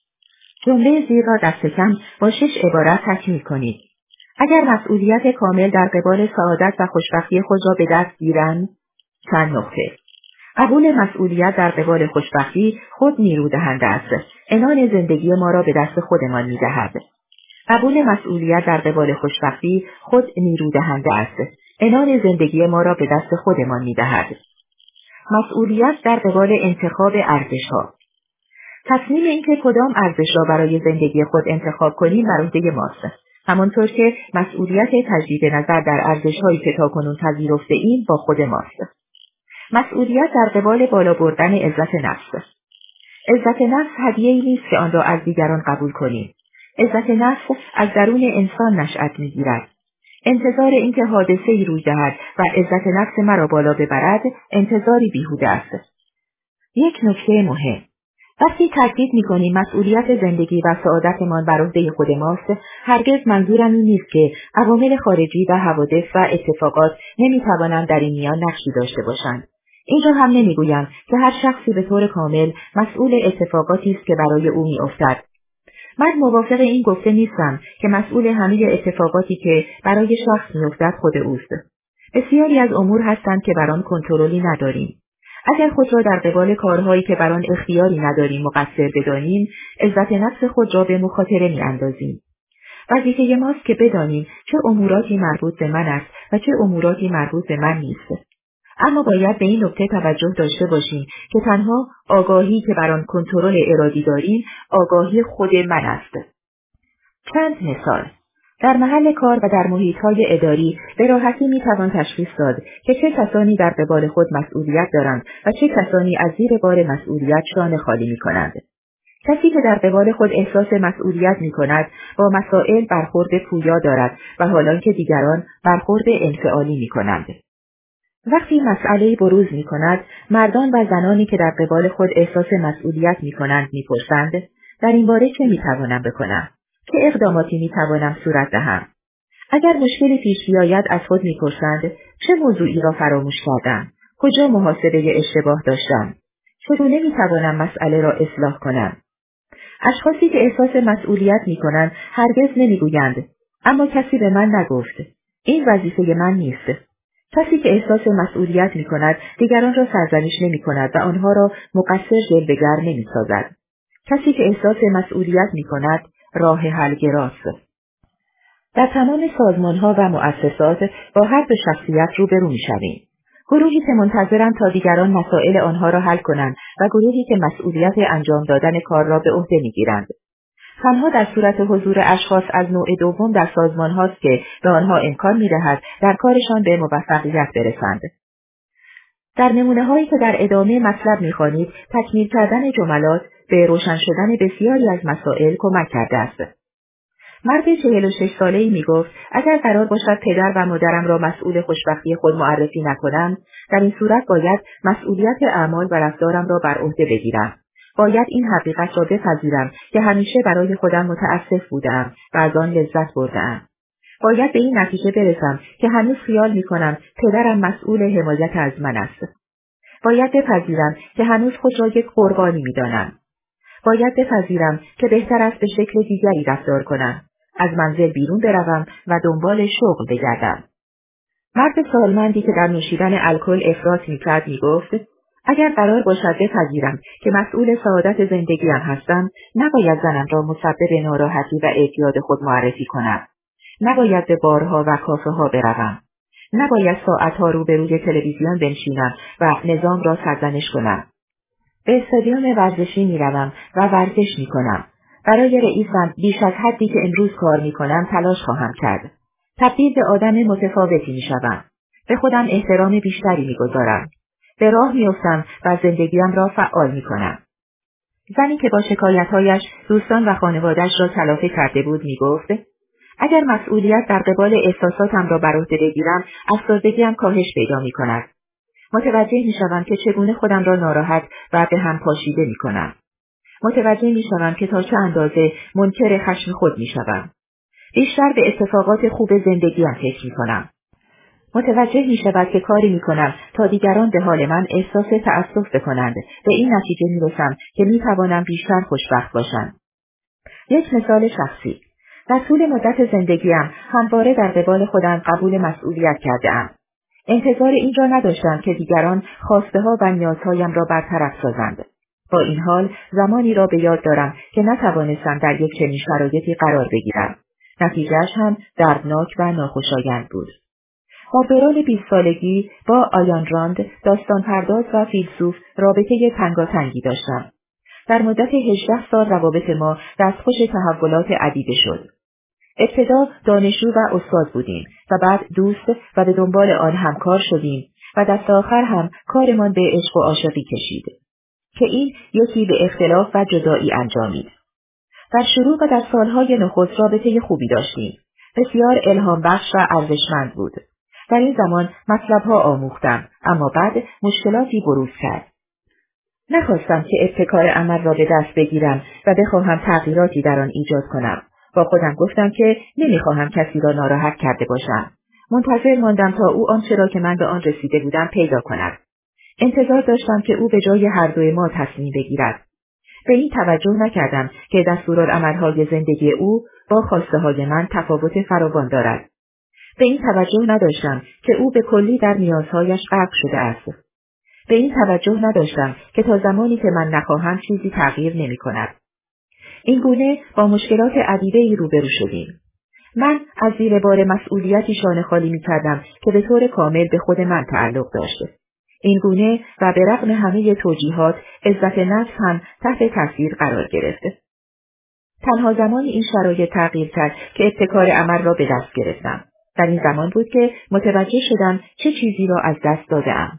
جمله زیر را دست کم با 6 عبارت تکمیل کنید. اگر مسئولیت کامل در قبال سعادت و خوشبختی خود را به دست گیرند، چند نکته. قبول مسئولیت در قبال خوشبختی خود نیرو دهنده است. عنان زندگی ما را به دست خودمان می‌دهد. قبول مسئولیت در قبال خوشبختی خود نیرو دهنده است. عنان زندگی ما را به دست خودمان می‌دهد. مسئولیت در قبال انتخاب ارزش‌ها. تصمیم اینکه کدام ارزش را برای زندگی خود انتخاب کنیم بر عهده ماست. همانطور که مسئولیت تجدید نظر در ارزش‌هایی که تاکنون پذیرفته ایم با خود ماست. مسئولیت در قبال بالا بردن عزت نفس. عزت نفس هدیه‌ای نیست که آن را از دیگران قبول کنیم. عزت نفس از درون انسان نشأت می‌گیرد. انتظار اینکه حادثه‌ای روی دهد و عزت نفس مرا بالا ببرد، انتظاری بیهوده است. یک نکته مهم: وقتی تاکید می‌کنیم مسئولیت زندگی و سعادتمان بر عهده خود ماست، هرگز منظورم این نیست که عوامل خارجی و حوادث و اتفاقات نمی‌توانند در این میان نقشی داشته باشند. اینجا هم نمی‌گویم که هر شخصی به طور کامل مسئول اتفاقاتی است که برای او می‌افتد. من موافق این گفته نیستم که مسئول همه اتفاقاتی که برای شخص می‌افتد خود اوست. بسیاری از امور هستند که بر آن کنترلی نداریم. اگر خود را در قبال کارهایی که بر آن اختیاری نداریم مقصر بدانیم، عزت نفس خود را به مخاطره می‌اندازیم. وظیفه ماست که بدانیم چه اموراتی مربوط به من است و چه اموراتی مربوط به من نیست. اما باید به این نکته توجه داشته باشیم که تنها آگاهی که بر آن کنترل ارادی داریم، آگاهی خود من است. چند مثال: در محل کار و در محیط‌های اداری به راحتی می‌توان تشخیص داد که چه کسانی در قبال خود مسئولیت دارند و چه کسانی از زیر بار مسئولیت شانه خالی می‌کنند. کسی که در قبال خود احساس مسئولیت می‌کند با مسائل برخورد پویا دارد و حالان که دیگران برخورد انفعالی می‌کنند. وقتی مسئله‌ای بروز می‌کند، مردان و زنانی که در قبال خود احساس مسئولیت می‌کنند می‌پرسند: در این باره چه می‌توانم بکنم؟ چه اقداماتی می‌توانم صورت دهم؟ اگر مشکلی پیش بیاید از خود می‌پرسند: چه موضوعی را فراموش کردم؟ کجا محاسبه اشتباه داشتم؟ چگونه می‌توانم مسئله را اصلاح کنم؟ اشخاصی که احساس مسئولیت می‌کنند هرگز نمی‌گویند: اما کسی به من نگفت. این وظیفه من نیست. کسی که احساس مسئولیت می‌کند دیگران را سرزنش نمی‌کند و آنها را مقصر جلوه‌گر نمی‌سازد. کسی که احساس مسئولیت می‌کند راه حل گراست. در تمام سازمان‌ها و مؤسسات با هر دو شخصیت روبرو می‌شویم. گروهی که منتظرند تا دیگران مسائل آنها را حل کنند و گروهی که مسئولیت انجام دادن کار را به عهده می‌گیرند. تنها در صورت حضور اشخاص از نوع دوم در سازمان هاست که به آنها امکان می‌دهد در کارشان به موفقیت برسند. در نمونه هایی که در ادامه مطلب می‌خوانید، تکمیل کردن جملات به روشن شدن بسیاری از مسائل کمک کرده است. مرد 46 ساله‌ای می‌گفت: اگر قرار باشد پدر و مادرم را مسئول خوشبختی خود معرفی نکنم، در این صورت باید مسئولیت اعمال و رفتارم را بر عهده بگیرم. باید این حقیقت را بپذیرم که همیشه برای خودم متأسف بودم و از آن لذت بردم. باید به این نتیجه برسم که هنوز خیال می‌کنم پدرم مسئول حمایت از من است. باید بپذیرم که هنوز خود را یک قربانی می‌دانم. باید بپذیرم که بهتر است به شکل دیگری رفتار کنم. از منزل بیرون بروم و دنبال شغل بگردم. مرد سالمندی که در نوشیدن الکل افراط می‌کرد می‌گفت: اگر قرار باشد بپذیرم که مسئول سعادت زندگیم هستم، نباید زنم را مسبب ناراحتی و اعتیاد خود معرفی کنم. نباید به بارها و کافه‌ها بروم. نباید ساعتها روبروی تلویزیون بنشینم و نظام را سرزنش کنم. به استادیوم ورزشی می‌روم و ورزش می‌کنم. برای رئیسم بیش از حدی که امروز کار می‌کنم تلاش خواهم کرد. تبدیل به آدم متفاوتی می‌شوم. به خودم احترام بیشتری می‌گذارم. به راه می‌افتم و زندگیم را فعال می‌کنم. زنی که با شکایت‌هایش دوستان و خانواده‌اش را کلافه کرده بود می‌گفت: اگر مسئولیت در قبال احساساتم را بر عهده بگیرم، افسردگیم کاهش پیدا می‌کند. متوجه می‌شوم که چگونه خودم را ناراحت و به هم پاشیده می‌کنم. متوجه میشوم که تا چه اندازه منکر خشم خود میشوم. بیشتر به اتفاقات خوب زندگیم فکر میکنم. متوجه میشود که کاری میکنم تا دیگران به حال من احساس تأسف بکنند. به این نتیجه میرسم که میتوانم بیشتر خوشبخت باشم. یک مثال شخصی. در طول مدت زندگیم همواره در قبال خودم قبول مسئولیت کرده‌ام. انتظار این را نداشتم که دیگران خواسته‌ها و نیازهایم را برطرف سازند. با این حال زمانی را به یاد دارم که نتوانستم در یک چنین شرایطی قرار بگیرم. نتیجه‌اش هم دردناک و ناخوشایند بود. در دوران 20 سالگی با آیان راند، داستان پرداز و فیلسوف، رابطه تنگاتنگی داشتم. در مدت 18 سال روابط ما دستخوش تحولات عدیده شد. ابتدا دانشجو و استاد بودیم و بعد دوست و به دنبال آن همکار شدیم و دست آخر هم کارمان به عشق و عاشقی کشید که این یکی به اختلاف و جدایی انجامید. در شروع و در سالهای نخست رابطه خوبی داشتیم. بسیار الهام بخش و ارزشمند بود. در این زمان مطلبها آموختم، اما بعد مشکلاتی بروز کرد. نخواستم که ابتکار عمل را به دست بگیرم و بخواهم تغییراتی در آن ایجاد کنم. با خودم گفتم که نمیخواهم کسی را ناراحت کرده باشم. منتظر ماندم تا او آنچه را که من به آن رسیده بودم پیدا کند. انتظار داشتم که او به جای هر دوی ما تصمیم بگیرد. به این توجه نکردم که دستورالعمل‌های زندگی او با خواسته‌های من تفاوت فراوان دارد. به این توجه نداشتم که او به کلی در نیازهایش غرق شده است. به این توجه نداشتم که تا زمانی که من نخواهم چیزی تغییر نمی‌کند. این گونه با مشکلات عدیده‌ای روبرو شدیم. من از زیر بار مسئولیتی شانه خالی می‌کردم که به طور کامل به خود من تعلق داشت. این گونه و به رغم همه توجیهات، عزت نفس هم تحت تاثیر قرار گرفت. تنها زمانی این شرایط تغییر کرد که ابتکار عمل را به دست گرفتم. در این زمان بود که متوجه شدم چه چیزی را از دست داده‌ام.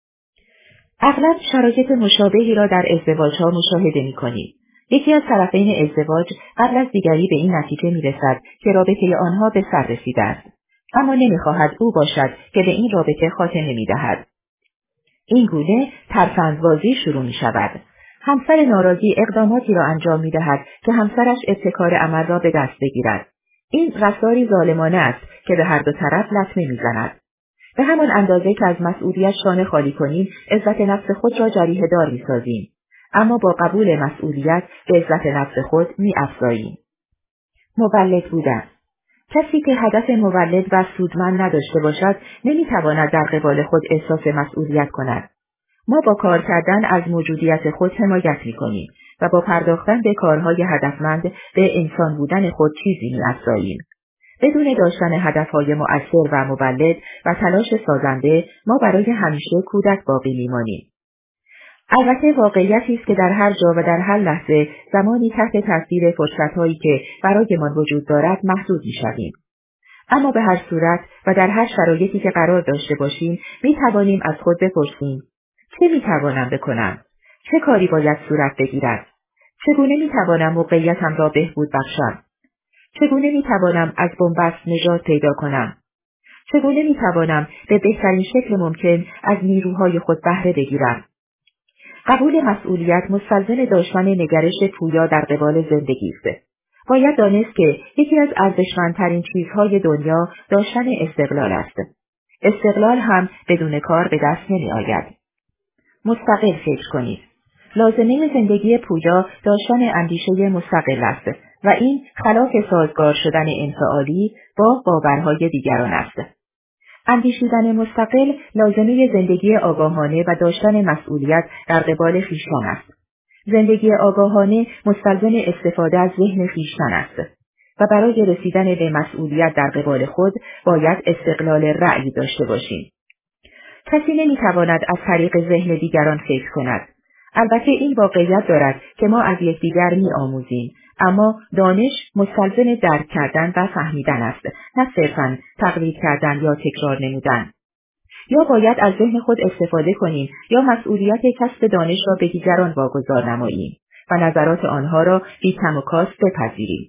اغلب شرایط مشابهی را در ازدواج‌ها مشاهده می‌کنیم. یکی از طرفین ازدواج قبل از دیگری به این نتیجه می‌رسد که رابطه آنها به سر رسیده است، اما نمی‌خواهد او باشد که به این رابطه خاتمه می‌دهد. این گونه ترفندبازی شروع می‌شود. همسر ناراضی اقداماتی را انجام می‌دهد که همسرش ابتکار عمل را به دست بگیرد. این رفتاری ظالمانه است که به هر دو طرف لطمه می‌زند. به همان اندازه که از مسئولیت شانه خالی کنیم، عزت نفس خود را جریحه دار می‌سازیم. اما با قبول مسئولیت به عزت نفس خود می‌افزاییم. مولد بودن. کسی که هدف مولد و سودمند نداشته باشد، نمی‌تواند در قبال خود احساس مسئولیت کند. ما با کار کردن از موجودیت خود حمایت می‌کنیم و با پرداختن به کارهای هدفمند به انسان بودن خود چیزی می‌افزاییم. بدون داشتن هدفهای مؤثر و مولد و تلاش سازنده، ما برای همیشه کودک باقی می‌مانیم. البته واقعیتی است که در هر جا و در هر لحظه زمانی تحت تاثیر فرصت‌هایی که برایمان وجود دارد محدود می‌شویم. اما به هر صورت و در هر شرایطی که قرار داشته باشیم، می‌توانیم از خود بپرسیم: چه می‌توانم بکنم؟ چه کاری باید صورت بگیرد؟ چگونه می‌توانم موقعیتم را بهبود بخشم؟ چگونه می‌توانم از بنبست نجات پیدا کنم؟ چگونه می‌توانم به بهترین شکل ممکن از نیروهای خود بهره بگیرم؟ قبول مسئولیت مستلزم داشتن نگرش پویا در قبال زندگی است. باید دانست که یکی از ارزشمندترین چیزهای دنیا داشتن استقلال است. استقلال هم بدون کار به دست نمی‌آید. مستقل فکر کنید. لازمه زندگی پویا داشتن اندیشه مستقل است و این خلاف سازگار شدن انفعالی با باورهای دیگران است. اندیشیدن مستقل لازمه زندگی آگاهانه و داشتن مسئولیت در قبال خویشتن است. زندگی آگاهانه مستلزم استفاده از ذهن خویشتن است و برای رسیدن به مسئولیت در قبال خود باید استقلال رأی داشته باشیم. کسی نمیتواند از طریق ذهن دیگران فکر کند. البته این واقعیت دارد که ما از یکدیگر می‌آموزیم، اما دانش مستلزم درک کردن و فهمیدن است، نه صرفاً تقلید کردن یا تکرار نمودن. یا باید از ذهن خود استفاده کنیم یا مسئولیت کسب دانش را به دیگران واگذار نماییم و نظرات آنها را بی کم و کاست بپذیریم.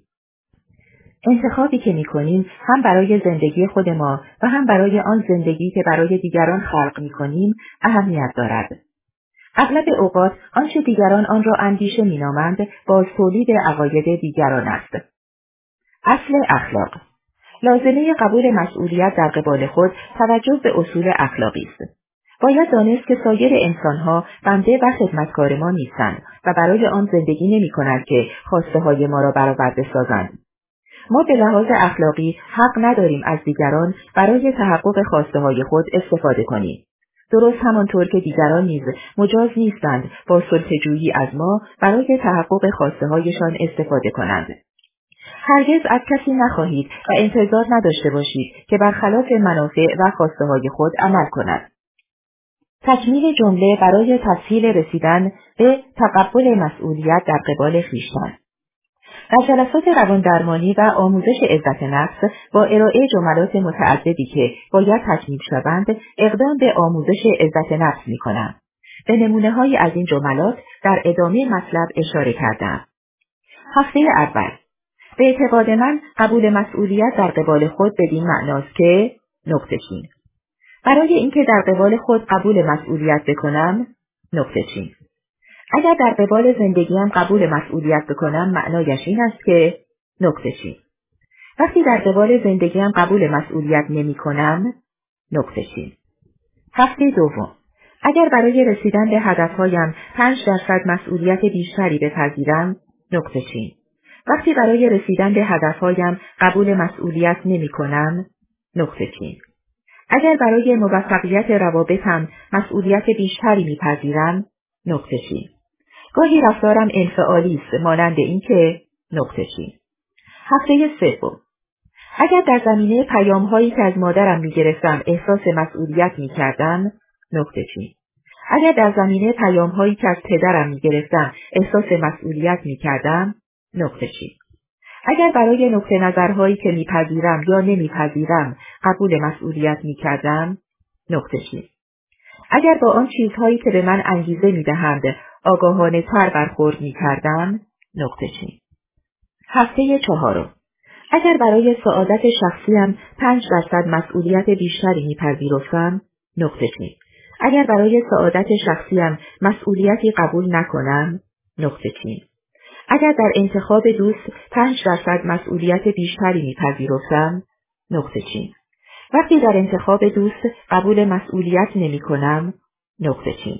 انتخابی که می‌کنیم هم برای زندگی خود ما و هم برای آن زندگی که برای دیگران خلق می‌کنیم اهمیت دارد. اغلب اوقات آنچه دیگران آن را اندیشه مینامند باز تولید عقاید دیگران است. اصل اخلاق. لازمه قبول مسئولیت در قبال خود توجه به اصول اخلاقی است. باید دانست که سایر انسانها بنده و خدمتکار ما نیستند و برای آن زندگی نمی‌کنند که خواسته های ما را برآورده سازند. ما به لحاظ اخلاقی حق نداریم از دیگران برای تحقق خواسته های خود استفاده کنیم. درست همانطور که دیگران نیز مجاز نیستند با سلطه‌جویی از ما برای تحقق خواسته هایشان استفاده کنند. هرگز از کسی نخواهید و انتظار نداشته باشید که برخلاف منافع و خواسته های خود عمل کند. تکمیل جمله برای تسهیل رسیدن به تقبل مسئولیت در قبال خویشتن. در جلسات رواندرمانی و آموزش عزت نفس با ارائه جملات متعددی که باید تکمیل شوند اقدام به آموزش عزت نفس می‌کنم. به نمونه‌هایی از این جملات در ادامه مطلب اشاره کردم. هفته اول. به اعتقاد من قبول مسئولیت در قبال خود بدین معناست که نقطه چین. برای اینکه در قبال خود قبول مسئولیت بکنم نقطه چین. اگر در قبال زندگیم قبول مسئولیت بکنم معنایش این است که نقطه چین. وقتی در قبال زندگیم قبول مسئولیت نمی کنم نقطه چین. هفته دوم. اگر برای رسیدن به هدفهایم 5% مسئولیت بیشتری بپذیرم نقطه چین. وقتی برای رسیدن به هدفهایم قبول مسئولیت نمی کنم نقطه چین. اگر برای موفقیت روابطم مسئولیت بیشتری میپذیرم نقطه چین. گاهی رفتارم انفعالی است مانند اینکه نقطه چین. هفته سوم. اگر در زمینه پیام‌هایی که از مادرم میگرفتم احساس مسئولیت میکردم نقطه چین. اگر در زمینه پیام‌هایی که از پدرم میگرفتم احساس مسئولیت میکردم نقطه چین. اگر برای نقطه نظرهایی که میپذیرم یا نمیپذیرم قبول مسئولیت میکردم نقطه چین. اگر با آن چیزهایی که به من انگیزه میدهند آگاهانه تر برخورد میکردم نقطه چین. هفته چهارم. اگر برای سعادت شخصیم 5% مسئولیت بیشتری میپذیرفتم نقطه چین. اگر برای سعادت شخصیم مسئولیتی قبول نکنم نقطه چین. اگر در انتخاب دوست 5% مسئولیت بیشتری میپذیرفتم نقطه چین. وقتی در انتخاب دوست قبول مسئولیت نمی کنم نقطه چین.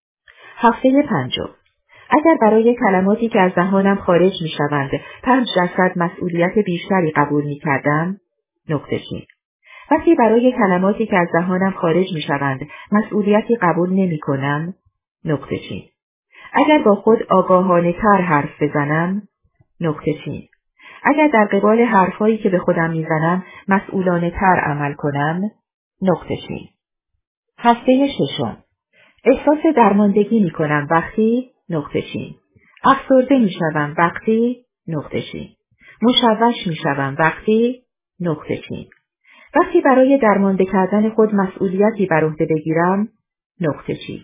هفته پنجم. اگر برای کلماتی که از دهانم خارج می شوند 5% مسئولیت بیشتری قبول می کردم نقطه چین. وقتی برای کلماتی که از دهانم خارج می شوند مسئولیتی قبول نمی کنم نقطه چین. اگر با خود آگاهانه تر حرف بزنم نقطه چین. اگر در قبال حرفایی که به خودم میزنم مسئولانه تر عمل کنم نقطه چین. هفته ششم. احساس درماندگی می کنم وقتی نقطه چین. افسرده می شوم وقتی نقطه چین. مشوش می شوم وقتی نقطه چین. وقتی برای درمانده کردن خود مسئولیتی بر عهده بگیرم نقطه چین.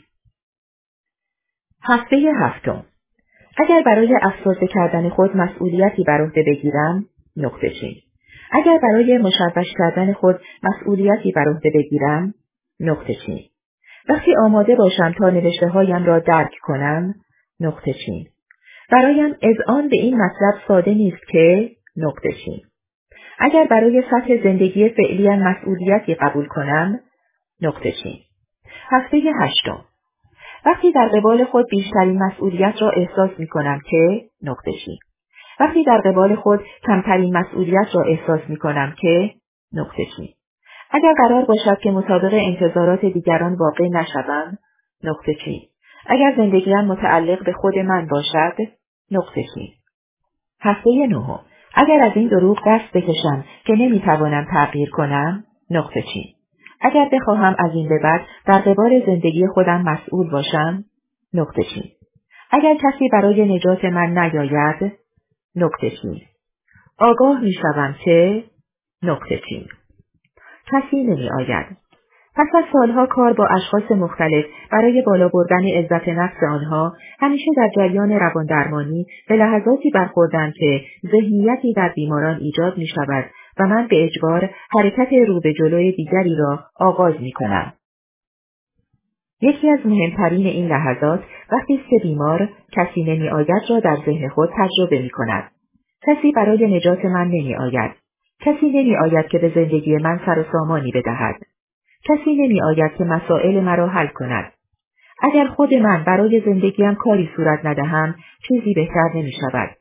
هفته هفتم. اگر برای افسرده کردن خود مسئولیتی بر عهده بگیرم نقطه چین. اگر برای مشوش کردن خود مسئولیتی بر عهده بگیرم نقطه چین. وقتی آماده باشم تا نوشته‌هایم را درک کنم نقطه چین. برایم اذعان به این مطلب ساده نیست که نقطه چین. اگر برای سطح زندگی فعلیم مسئولیتی قبول کنم نقطه چین. هفته هشتم. وقتی در قبال خود بیشترین مسئولیت را احساس می کنم که نقطه چین. وقتی در قبال خود کمترین مسئولیت را احساس می کنم که نقطه چین. اگر قرار باشد که مطابق انتظارات دیگران واقع نشوم نقطه چین. اگر زندگیم متعلق به خود من باشد نقطه چین. هفته نهم. اگر از این دروغ دست بکشم که نمیتوانم تغییر کنم نقطه چین. اگر بخواهم از این به بعد در قبال زندگی خودم مسئول باشم نقطه چین. اگر کسی برای نجات من نیاید نقطه چین. آگاه میشوم که نقطه چین. کسی نمی آید. پس از سالها کار با اشخاص مختلف برای بالا بردن عزت نفس آنها همیشه در جریان رواندرمانی به لحظاتی برخوردم که ذهنیتی در بیماران ایجاد می شود و من به اجبار حرکت رو به جلوی دیگری را آغاز می کنم. یکی از مهمترین این لحظات وقتی است که بیمار کسی نمی‌آید را در ذهن خود تجربه می‌کند. کسی برای نجات من نمی‌آید. کسی نمی‌آید که به زندگی من سر و سامانی بدهد. کسی نمی‌آید که مسائل مرا حل کند. اگر خود من برای زندگیم کاری صورت ندهم، چیزی بهتر نمی‌شود.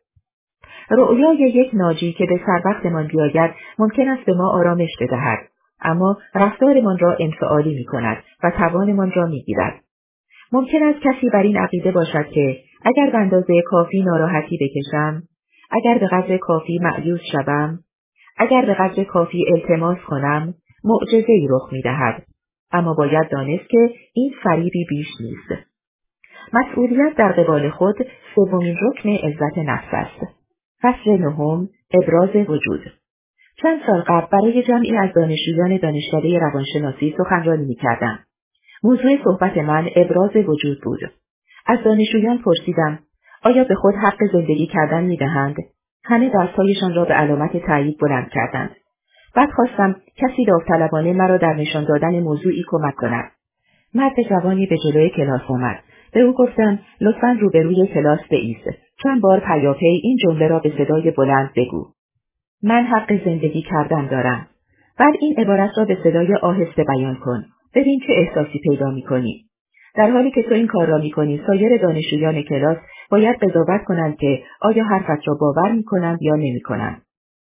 رؤیای یک ناجی که به سر وقتمان بیاید ممکن است به ما آرامش بدهد، اما رفتارمان را انفعالی می‌کند و توانمان را می‌گیرد. ممکن است کسی بر این عقیده باشد که اگر به اندازه کافی ناراحتی بکشم، اگر به قدر کافی مأیوس شوم، اگر به قدر کافی التماس کنم، معجزه‌ای رخ می‌دهد. اما باید دانست که این فریبی بیش نیست. مسئولیت در قبال خود سومین رکن عزت نفس است. فصل 9، ابراز وجود. چند سال قبل برای جمعی از دانشجویان دانشکده روانشناسی سخنرانی می‌کردم. موضوع صحبت من ابراز وجود بود. از دانشجویان پرسیدم آیا به خود حق زندگی کردن می‌دهند؟ همه دستهایشان را به علامت تایید بلند کردند. بعد خواستم کسی داوطلبانه مرا در نشان دادن موضوعی کمک کند. مرد جوانی به جلوی کلاس آمد. به او گفتم لطفاً روبروی کلاس بایست. چند بار پیاپی این جمله را به صدای بلند بگو. من حق زندگی کردن دارم. بعد این عبارت را به صدای آهسته بیان کن. ببین چه احساسی پیدا می‌کنی. در حالی که تو این کار را می‌کنی، سایر دانشجویان کلاس باید قضاوت کنند که آیا حرفت را باور می‌کنند یا نمی‌کنند.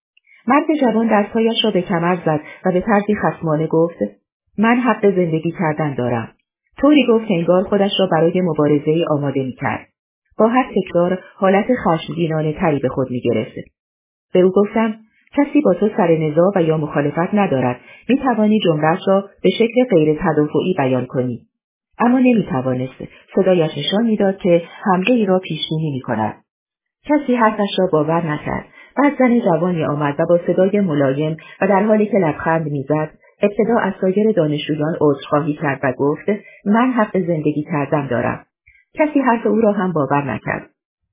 مرد جوان دستهایش را به کمر زد و به طرزی خصمانه گفت من حق زندگی کردن دارم. طوری گفت که انگار خودش را برای مبارزه‌ای آماده می‌کرد. با هر تکرار حالت خشمگینانه تری به خود می‌گرفت. به او گفتم کسی با تو سر نزاع و یا مخالفت ندارد. می‌توانی جمله‌اش را به شکل غیر تدافعی بیان کنی. اما نمی‌توانست. صدایش نشان می‌داد که حمله‌ای را پیش‌بینی می‌کند. کسی حرفش را باور نکرد. بعد زن جوانی آمد و با صدای ملایم و در حالی که لبخند می‌زد، ابتدا از سایر دانشجویان عذرخواهی کرد و گفت من حق زندگی کردن دارم. کسی حرف او را هم باور نکرد.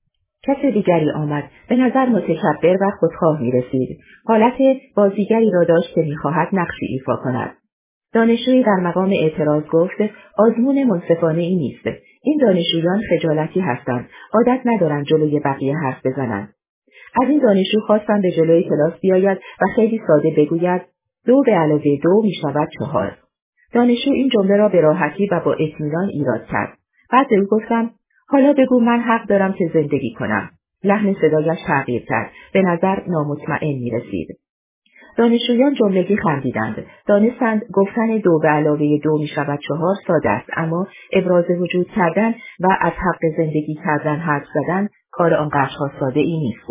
کس دیگری آمد. به نظر متکبر و خودخواه می‌رسید. حالت بازیگری را داشت که می‌خواهد نقشی ایفا کند. دانشجویی در مقام اعتراض گفت آزمون منصفانه ای نیست. این دانشجویان خجالتی هستند. عادت ندارند جلوی بقیه حرف بزنند. از این دانشجو خواستم به جلوی کلاس بیاید و خیلی ساده بگوید 2 به علاوه 2 می‌شود 4. دانشجو این جمله را به راحتی و با اطمینان ایراد کرد. بعد به او گفتم حالا بگو من حق دارم که زندگی کنم. لحن صدایش تغییر کرد. به نظر نامطمئن می‌رسید. دانشجویان جملگی خندیدند. دانستند گفتن 2 به علاوه 2 می‌شود 4 ساده است، اما ابراز وجود کردن و از حق زندگی کردن حرف زدن کار آنقدرها ساده ای نیست.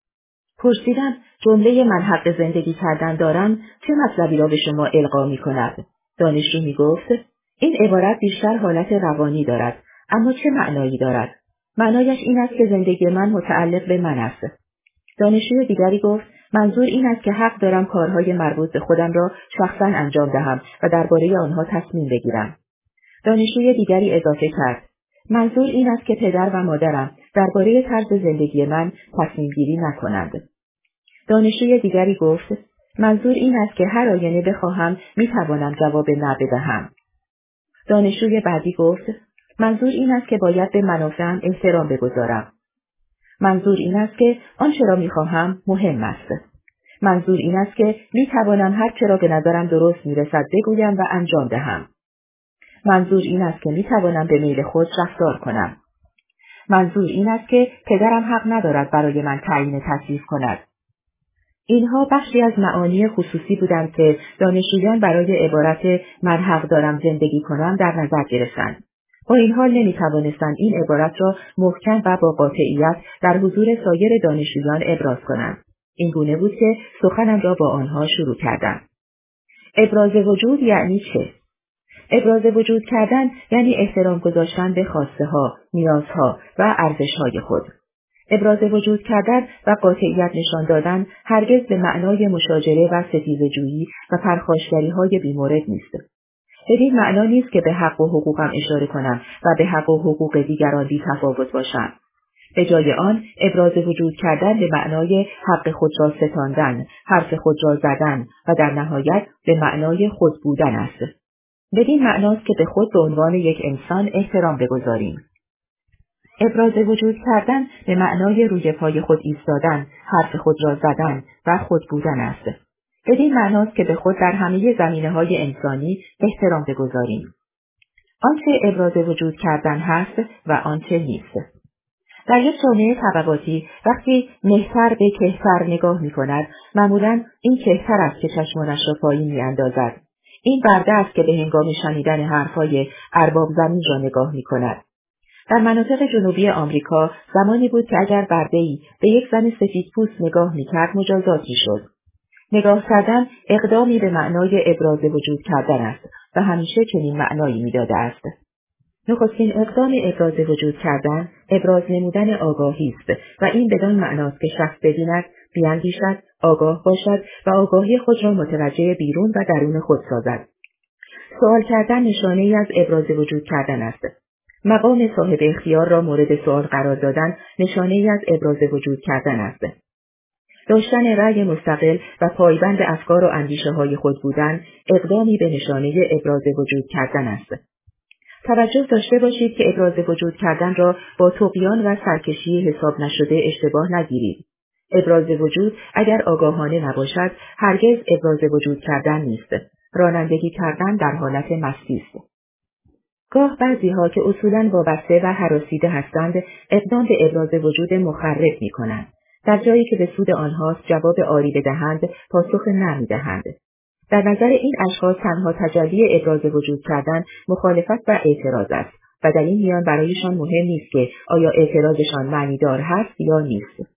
پرسیدم جمله من حق زندگی کردن دارم چه مطلبی را به شما القا می‌کند؟ دانشجو می‌گفت این عبارت بیشتر حالت روانی دارد، اما چه معنایی دارد؟ معنایش این است که زندگی من متعلق به من است. دانشجوی دیگری گفت منظور این است که حق دارم کارهای مربوط به خودم را شخصاً انجام دهم و درباره آنها تصمیم بگیرم. دانشجوی دیگری اضافه کرد منظور این است که پدر و مادرم درباره طرز زندگی من تصمیم گیری نکنند. دانشجوی دیگری گفت منظور این است که هر آینه بخواهم میتوانم جواب نه بدهم. دانشجوی بعدی گفت منظور این است که باید به منافعم احترام بگذارم. منظور این است که آنچه را میخواهم مهم است. منظور این است که میتوانم هر چه را به نظرم درست میرسد بگویم و انجام دهم. منظور این است که میتوانم به میل خود رفتار کنم. منظور این است که پدرم حق ندارد برای من تعیین تکلیف کند. اینها بخشی از معانی خصوصی بودند که دانشجویان برای عبارت من حق دارم زندگی کنم در نظر گرفتند. با این حال نمیتوانستند این عبارت را محکم و با قاطعیت در حضور سایر دانشجویان ابراز کنند. این گونه بود که سخنم را با آنها شروع کردم. ابراز وجود یعنی چه؟ ابراز وجود کردن یعنی احترام گذاشتن به خواسته ها، نیازها و ارزش های خود. ابراز وجود کردن و قاطعیت نشان دادن هرگز به معنای مشاجره و ستیزه‌جویی و پرخاشگری های بیمورد نیست. بدین معنا نیست که به حق و حقوقم اشاره کنم و به حق و حقوق دیگران بی تفاوت باشم. به جای آن ابراز وجود کردن به معنای حق خود را ستاندن، حرف خود را زدن و در نهایت به معنای خود بودن است. بدین معناست که به خود به عنوان یک انسان احترام بگذاریم. ابراز وجود کردن به معنای روی پای خود ایستادن، حرف خود را زدن و خود بودن است. بدین معناست که به خود در همه زمینه‌های انسانی احترام بگذاریم. آنچه ابراز وجود کردن هست و آنچه نیست. در یک جامعه طبقاتی وقتی مهتر به کهتر نگاه می‌کند، معمولاً این کهتر است که چشمانش را پایین می‌اندازد. این برده است که به هنگام شنیدن حرف‌های ارباب زمین را نگاه می‌کند. در مناطق جنوبی آمریکا زمانی بود که اگر برده‌ای به یک زن سفیدپوست نگاه می‌کرد مجازات می‌شد. نگاه کردن اقدامی به معنای ابراز وجود کردن است و همیشه چنین معنایی می‌داده است. نخستین اقدام ابراز وجود کردن، ابراز نمودن آگاهی است و این بدان معناست که شخص ببیند، بیاندیشد، آگاه باشد و آگاهی خود را متوجه بیرون و درون خود سازد. سوال کردن نشانه‌ای از ابراز وجود کردن است. مقام صاحب اختیار را مورد سوال قرار دادن نشانه‌ای از ابراز وجود کردن است. داشتن رأی مستقل و پایبند افکار و اندیشه‌های خود بودن اقدامی به نشانه ابراز وجود کردن است. توجه داشته باشید که ابراز وجود کردن را با طغیان و سرکشی حساب نشده اشتباه نگیرید. ابراز وجود اگر آگاهانه نباشد هرگز ابراز وجود کردن نیست. رانندگی کردن در حالت مستی است. گاه بعضی‌ها که اصولاً وابسته و هراسیده هستند اقدام به ابراز وجود مخرب می‌کنند. در جایی که به سود آنهاست جواب آری بدهند پاسخ نه می‌دهند. در نظر این اشخاص تنها تجلی ابراز وجود کردن مخالفت و اعتراض است و در این میان برایشان مهم نیست که آیا اعتراضشان معنیدار هست یا نیست.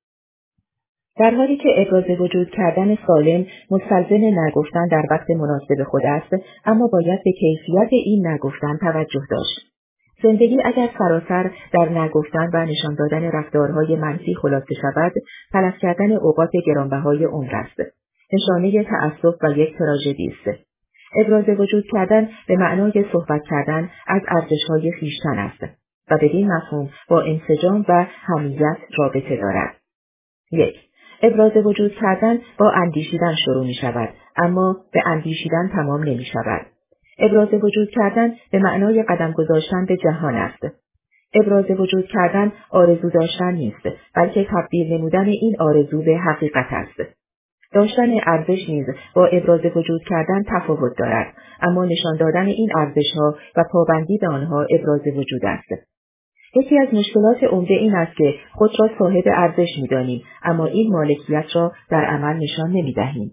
در حالی که ابراز وجود کردن سالم مستلزم نگفتن در وقت مناسب خود است، اما باید به کیفیت این نگفتن توجه داشت. زندگی اگر سراسر در نگفتن و نشان دادن رفتارهای منفی خلاصه شود، تلف کردن اوقات گرانبهای عمر است. نشانه تعصب و یک تراژدی است. ابراز وجود کردن به معنای صحبت کردن از ارزش‌های خویشتن است و بدین مفهوم با انسجام و حمیت رابطه دارد. 1. ابراز وجود کردن با اندیشیدن شروع می شود، اما به اندیشیدن تمام نمی شود. ابراز وجود کردن به معنای قدم گذاشتن به جهان است. ابراز وجود کردن آرزو داشتن نیست، بلکه تبدیل نمودن این آرزو به حقیقت است. داشتن ارزش نیز با ابراز وجود کردن تفاوت دارد، اما نشان دادن این ارزش‌ها و پابندی به آنها ابراز وجود است. یکی از مشکلات عمده این است که خود را صاحب ارزش می‌دانیم، اما این مالکیت را در عمل نشان نمی‌دهیم.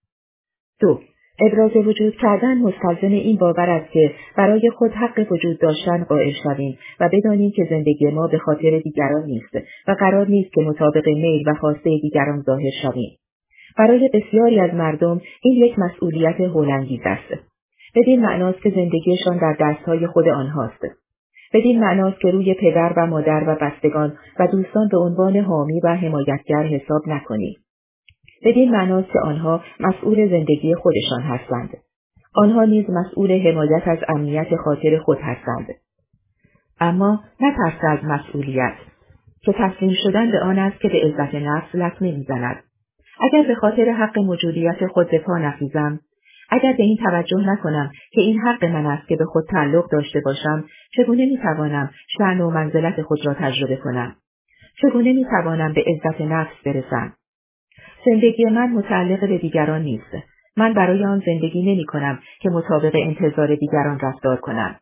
2. ابراز وجود کردن مستلزم این باور است که برای خود حق وجود داشتن قائل شویم و بدانیم که زندگی ما به خاطر دیگران نیست و قرار نیست که مطابق میل و خواسته دیگران ظاهر شویم. برای بسیاری از مردم این یک مسئولیت هولانگیز است. بدین معناست که زندگیشان در دستهای خود آنهاست. بدین معناست که روی پدر و مادر و بستگان و دوستان به عنوان حامی و حمایتگر حساب نکنید. بدین معناست که آنها مسئول زندگی خودشان هستند. آنها نیز مسئول حمایت از امنیت خاطر خود هستند. اما نه ترس از مسئولیت، که تسلیم شدن به آن است که به عزت نفس لطمه می‌زند. اگر به خاطر حق موجودیت خود به پا نخیزم، اگر به این توجه نکنم که این حق من است که به خود تعلق داشته باشم، چگونه میتوانم شأن و منزلت خود را تجربه کنم؟ چگونه میتوانم به عزت نفس برسم؟ زندگی من متعلق به دیگران نیست. من برای آن زندگی نمی کنم که مطابق انتظار دیگران رفتار کنم.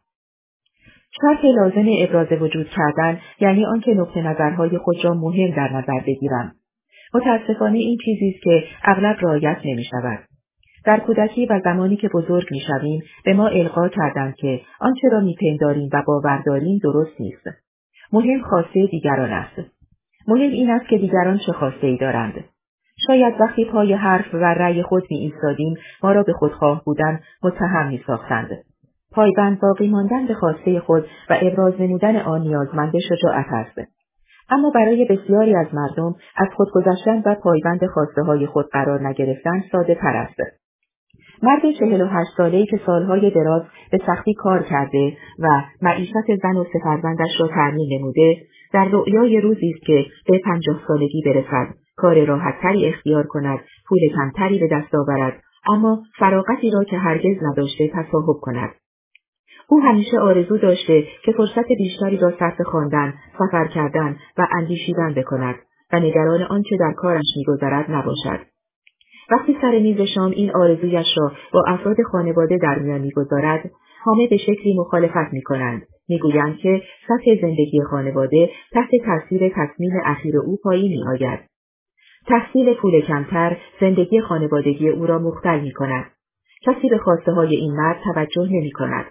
شرط لازم ابراز وجود کردن یعنی آنکه نقطه نظرهای خود را مهم در نظر بگیرم. متاسفانه این چیزی است که اغلب رعایت نمی شود. در کودکی و زمانی که بزرگ می شویم به ما القا کردند که آنچه را می پنداریم و باور داریم درست نیست. مهم خواسته دیگران است. مهم این است که دیگران چه خواسته‌ای دارند. شاید وقتی پای حرف و رأی خود می ایستادیم ما را به خودخواه بودن متهم می ساختند. پایبند باقی ماندن به خواسته خود و ابراز نمودن آن نیازمند شجاعت است. اما برای بسیاری از مردم از خود گذشتن و پایبند خواسته‌های خود قرار نگرفتن ساده تر است. مرد 48 ساله‌ای که سالهای دراز به سختی کار کرده و معیشت زن و 3 فرزندش را تأمین نموده، در رؤیای روزی است که به 50 سالگی برسد، کار راحت‌تری اختیار کند، پول کمتری به دست آورد، اما فراغتی را که هرگز نداشته تصاحب کند. او همیشه آرزو داشته که فرصت بیشتری را صرف خواندن، سفر کردن و اندیشیدن بکند و نگران آنچه در کارش می‌گذرد نباشد. وقتی سر میز شام این آرزویش را با افراد خانواده در میان می‌گذارد، همه به شکلی مخالفت می‌کنند. می‌گویند که سطح زندگی خانواده تحت تاثیر تصمیم اخیر او پایین می‌آید. تحصیل پول کمتر زندگی خانوادگی او را مختل می‌کند. کسی به خواسته‌های این مرد توجه نمی‌کند.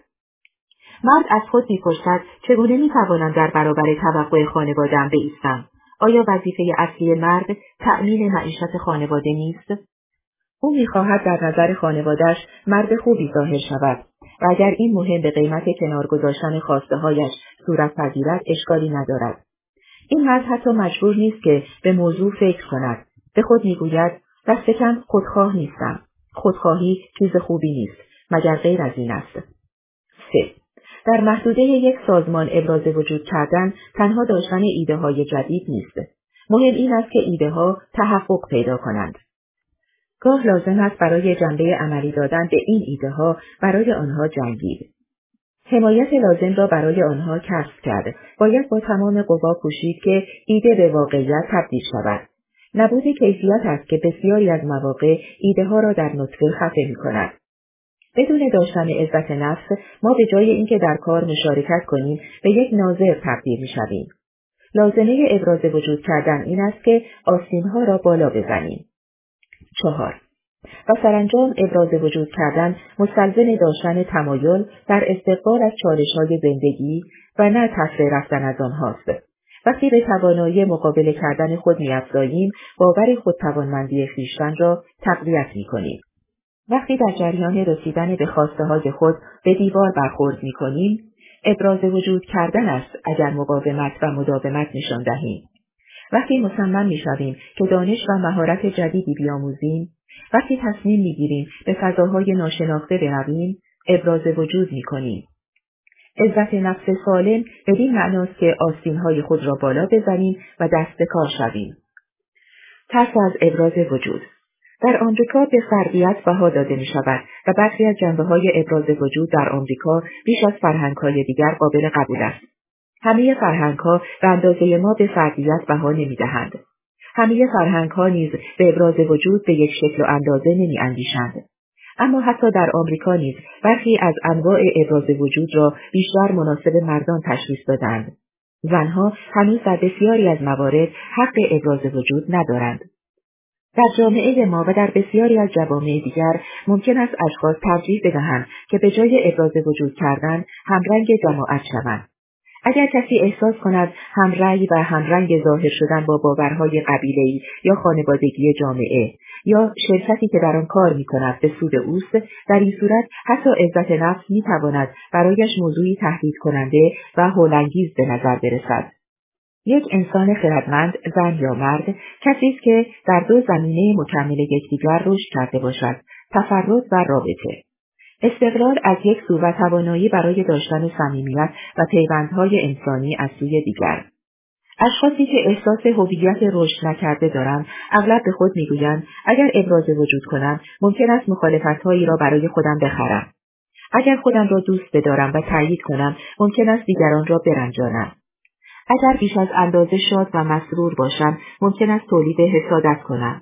مرد از خود می‌پرسد چگونه می‌توانم در برابر توقع خانواده‌ام بایستم؟ آیا وظیفه اصلی مرد تأمین معیشت خانواده نیست؟ او می‌خواهد در نظر خانواده‌اش مرد خوبی ظاهر شود و اگر این مهم به قیمت کنار گذاشتن خواسته‌هایش صورت پذیرد اشکالی ندارد. این مرد حتی مجبور نیست که به موضوع فکر کند. به خود می‌گوید دست کم خودخواه نیستم. خودخواهی چیز خوبی نیست مگر غیر از این است. 3. در محدوده یک سازمان ابراز وجود کردن تنها داشتن ایده‌های جدید نیست. مهم این است که ایده‌ها تحقق پیدا کنند. گاه لازم است برای جنبه عملی دادن به این ایده‌ها برای آنها جنگید. حمایت لازم را برای آنها کسب کرد. باید با تمام قوا کوشید که ایده به واقعیت تبدیل شود. نبود کیفیت است که بسیاری از مواقع ایده‌ها را در نطفه خفه می‌کند. بدون داشتن عزت نفس، ما به جای اینکه در کار مشارکت کنیم، به یک ناظر تبدیل می‌شویم. لازمه ابراز وجود کردن این است که آستین‌ها را بالا بزنیم. 4. و سرانجام ابراز وجود کردن مستلزم داشتن تمایل در استقبال از چالش‌های زندگی و نه تفره رفتن از آنهاست. وقتی به توانایی مقابله کردن خود می‌افزاییم، باور خودتوانمندی خویشتن را تقویت می‌کنیم. وقتی در جریان رسیدن به خواسته‌های خود به دیوار برخورد می‌کنیم، ابراز وجود کردن است اگر مقاومت و مداومت نشان دهیم. وقتی مصمم می‌شویم که دانش و مهارت جدیدی بیاموزیم، وقتی تصمیم می‌گیریم به فضاهای ناشناخته برویم، ابراز وجود می‌کنیم. عزت نفس سالم بدین معناست که آستین‌های خود را بالا بزنیم و دست به کار شویم. ترس از ابراز وجود. در آمریکا به فردیت بها داده می‌شود و برخی از جنبه‌های ابراز وجود در آمریکا بیش از فرهنگ‌های دیگر قابل قبول است. همه فرهنگ‌ها به اندازه ما به فردیت بها نمی‌دهند. همه فرهنگ‌ها نیز به ابراز وجود به یک شکل و اندازه نمی‌اندیشند. اما حتی در آمریکا نیز برخی از انواع ابراز وجود را بیشتر مناسب مردان تشخیص دادند. زنها هنوز در بسیاری از موارد حق ابراز وجود ندارند. در جامعه ما و در بسیاری از جوامع دیگر ممکن است اشخاص ترجیح بدهند که به جای ابراز وجود کردن همرنگ جماعت شوند. اگر کسی احساس کند همرأی و همرنگ ظاهر شدن با باورهای قبیله‌ای یا خانوادگی جامعه یا شرکتی که در آن کار می‌کند به سود اوست، در این صورت حتی عزت نفس می‌تواند برایش موضوعی تهدید کننده و هولانگیز به نظر برسد. یک انسان خردمند، زن یا مرد، کسی است که در دو زمینه مکمل یکدیگر رشد کرده باشد: تفرد و رابطه. استقلال از یک سو و توانایی برای داشتن صمیمیت و پیوندهای انسانی از سوی دیگر. اشخاصی که احساس هویت رشد نکرده دارند، اغلب به خود میگویند اگر ابراز وجود کنم، ممکن است مخالفت‌هایی را برای خودم بخرم. اگر خودم را دوست بدارم و تأیید کنم، ممکن است دیگران را برنجانم. اگر بیش از اندازه شاد و مسرور باشم، ممکن است تولید حسادت کنم.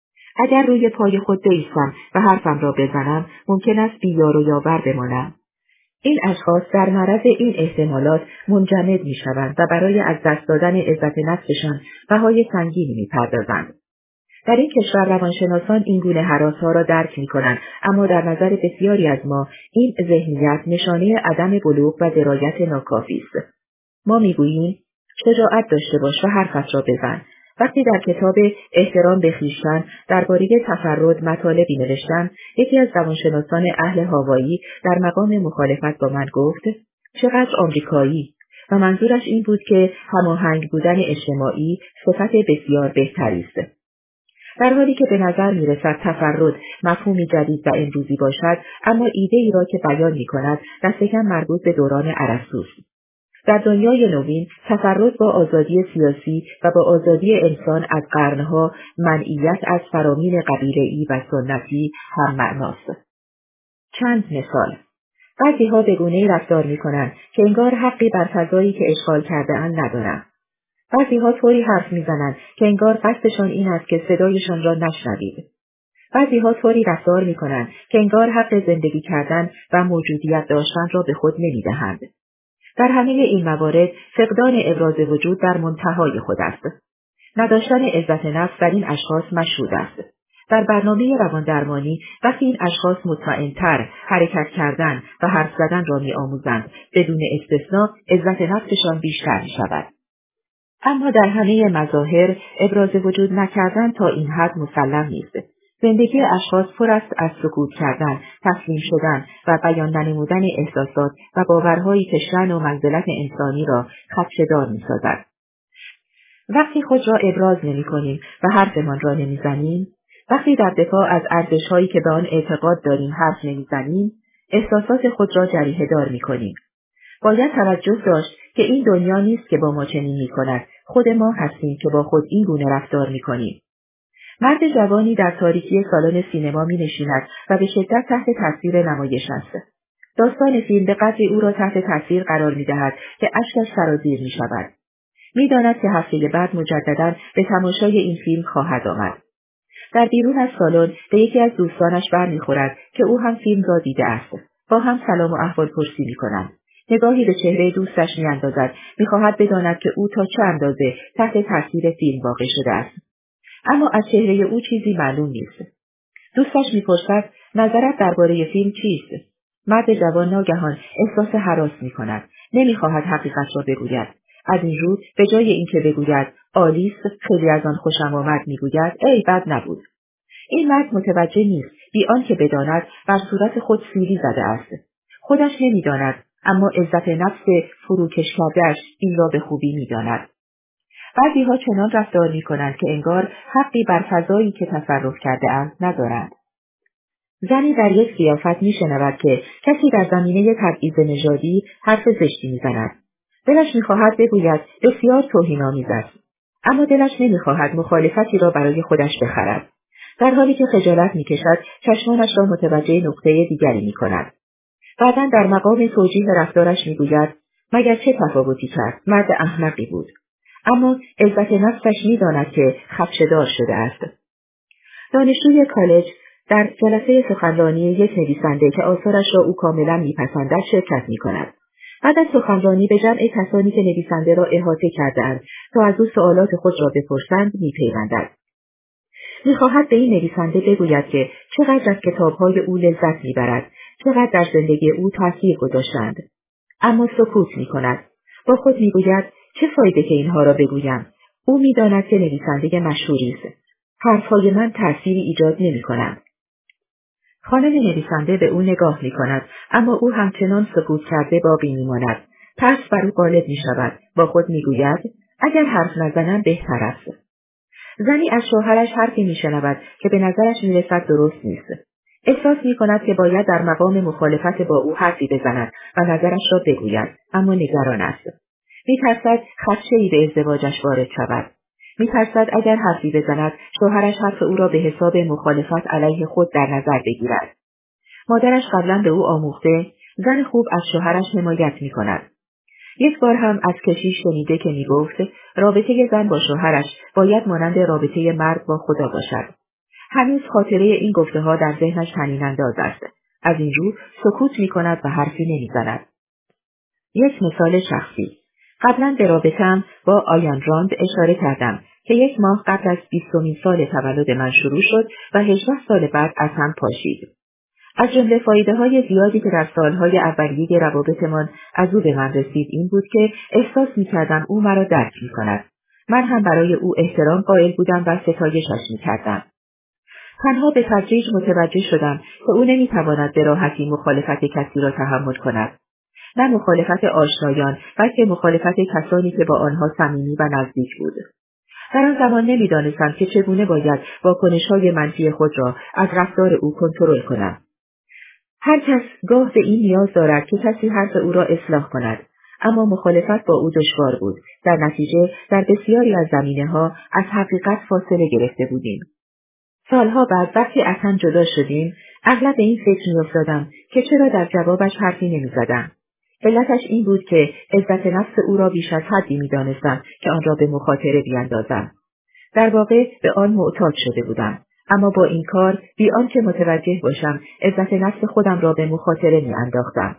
اگر روی پای خود بایستم و حرفم را بزنم، ممکن است بی‌یار و یاور بمانم. این اشخاص در معرض این احتمالات منجمد می‌شوند و برای از دست دادن عزت نفسشان بهای سنگینی می‌پردازند. در این کشور روانشناسان این گونه هراس‌ها را درک می‌کنند، اما در نظر بسیاری از ما این ذهنیت نشانه عدم بلوغ و درایت ناکافی است. ما می‌گوییم شجاعت داشته باش و حرفت را بزن. وقتی در کتاب احترام به خویشتن درباره تفرد مطالبی نوشتم، یکی از روانشناسان اهل هاوایی در مقام مخالفت با من گفت چقدر آمریکایی، و منظورش این بود که هماهنگ بودن اجتماعی صفت بسیار بهتری است. در حالی که به نظر می‌رسد تفرد مفهومی جدید و امروزی باشد، اما ایده‌ای را که بیان می‌کند دست کم مربوط به دوران ارسطوست. در دنیای نوین، تفرد با آزادی سیاسی و با آزادی انسان از قرنها منعیت از فرامین قبیله‌ای و سنتی هم معناست. چند مثال. بعضی‌ها به گونه‌ای رفتار می‌کنند که انگار حقی بر فضایی که اشغال کرده‌اند ندارند. بعضی‌ها طوری حرف می‌زنند که انگار قصدشان این است که صدایشان را نشنوید. بعضی‌ها طوری رفتار می‌کنند که انگار حق زندگی کردن و موجودیت داشتن را به خود نمی‌دهند. در همه این موارد فقدان ابراز وجود در منتهای خود است. نداشتن عزت نفس در این اشخاص مشهود است. در برنامه رواندرمانی وقتی این اشخاص مطمئن‌تر حرکت کردن و حرف زدن را می‌آموزند، بدون استثناء عزت نفسشان بیشتر می‌شود. اما در همه مظاهر ابراز وجود نکردن تا این حد مسلم نیست. زندگی اشخاص پر است از سکوت کردن، تسلیم شدن و بیان ننمودن احساسات و باورهایی که شأن و منزلت انسانی را خدشه‌دار می‌سازد. وقتی خود را ابراز نمی‌کنیم و حرفمان را نمی‌زنیم، وقتی در دفاع از ارزش‌هایی که به آن اعتقاد داریم حرف نمی‌زنیم، احساسات خود را جریحه‌دار می‌کنیم. باید توجه داشت که این دنیا نیست که با ما چنین می‌کند، خود ما هستیم که با خود این گونه رفتار می‌کنیم. مرد جوانی در تاریکی سالن سینما می‌نشیند و به شدت تحت تاثیر نمایش است. داستان فیلم به قدری او را تحت تاثیر قرار می‌دهد که اشکش سرازیر می‌شود. می‌داند که هفته بعد مجدداً به تماشای این فیلم خواهد آمد. در بیرون از سالن به یکی از دوستانش برمی‌خورد که او هم فیلم را دیده است. با هم سلام و احوالپرسی می‌کنند. نگاهی به چهره دوستش می‌اندازد، می‌خواهد بداند که او تا چه اندازه تحت تاثیر فیلم واقع شده است. اما از چهره او چیزی معلوم نیست. دوستش می‌پرسد نظرت درباره فیلم چیست؟ مرد جوان ناگهان احساس هراس می‌کند. نمی‌خواهد حقیقت را بگوید. از این رو به جای اینکه بگوید آلیس خیلی از آن خوشم آمد می‌گوید ای بد نبود. این مرد متوجه نیست، بی آنکه بداند بر صورت خود سیلی زده است. خودش نمی‌داند، اما عزت نفس فروکش کرده‌اش این را به خوبی می‌داند. بعضی‌ها چنان رفتار می‌کنند که انگار حقی بر فضایی که تصرف کرده‌اند ندارند. زنی در یک ضیافت می‌شنود که کسی در زمینه تبعیض نژادی حرف زشتی می‌زند. دلش می‌خواهد بگوید بسیار توهین‌آمیز است، اما دلش نمی‌خواهد مخالفتی را برای خودش بخرد. در حالی که خجالت می‌کشد، چشمانش را متوجه نقطه دیگری می‌کند. بعداً در مقام توجیه رفتارش می‌گوید مگر چه تفاوتی کرد؟ مرد احمقی بود. اما عزت نفسش می‌داند که خدشه‌دار شده است. دانشجوی کالج در جلسه سخنرانی یک نویسنده که آثارش را او کاملا می‌پسندد شرکت می‌کند. بعد از سخنرانی به جمع کسانی که نویسنده را احاطه کرده‌اند تا از او سوالات خود را بپرسند می‌پیوندد. می‌خواهد به این نویسنده بگوید که چقدر از کتاب‌های او لذت می‌برد، چقدر در زندگی او تأثیر گذاشتند. اما سکوت می‌کند. با خود می‌گوید چه فایده که اینها را بگویم؟ او می‌داند که نویسنده مشهوری است. حرف‌های من تأثیری ایجاد نمی‌کنند. خانم نویسنده به او نگاه می‌کند، اما او همچنان سکوت کرده باقی می‌ماند. ترس بر او غالب می‌شود. با خود می‌گوید اگر حرف نزنم بهتر است. زنی از شوهرش حرفی می‌شنود که به نظرش می‌رسد درست نیست. احساس می‌کند که باید در مقام مخالفت با او حرفی بزند و نظرش را بگوید، اما نگران است. می‌ترسد خدشه‌ای به ازدواجش وارد شود. می‌ترسد اگر حرفی بزند، شوهرش حرف او را به حساب مخالفت علیه خود در نظر بگیرد. مادرش قبلا به او آموخته، زن خوب از شوهرش حمایت می‌کند. یک بار هم از کشیش شنیده که می‌گفت رابطه زن با شوهرش باید مانند رابطه مرد با خدا باشد. هنوز خاطره این گفته‌ها در ذهنش طنین انداز است. از این رو سکوت می‌کند و حرفی نمی‌زند. یک مثال شخصی. قبلا به رابطه‌ام با آیان راند اشاره کردم که 1 ماه قبل از 20مین سال تولد من شروع شد و 18 سال بعد از هم پاشید. از جمله فایده‌های زیادی که در سالهای اولیه روابطمان از او به من رسید این بود که احساس می‌کردم او مرا درک می‌کند. من هم برای او احترام قائل بودم و ستایشش می‌کردم. تنها به تدریج متوجه شدم که او نمی‌تواند به راحتی مخالفت کسی را تحمل کند. نه مخالفت آشنایان، بلکه مخالفت کسانی که با آنها صمیمی و نزدیک بود. در آن زمان نمی‌دانستم که چگونه باید واکنش‌های منفی خود را از رفتار او کنترل کنم. هر کس گاه به این نیاز دارد که کسی حرف او را اصلاح کند، اما مخالفت با او دشوار بود. در نتیجه در بسیاری از زمینه‌ها از حقیقت فاصله گرفته بودیم. سالها بعد وقتی از هم جدا شدیم، اغلب به این فکر می‌افتادم که چرا در جوابش حرفی نمی‌زدم. علتش این بود که عزت نفس او را بیش از حدی می‌دانستم که آن را به مخاطره بیاندازم. در واقع به آن معتاد شده بودم، اما با این کار بی آنکه متوجه باشم عزت نفس خودم را به مخاطره می‌انداختم.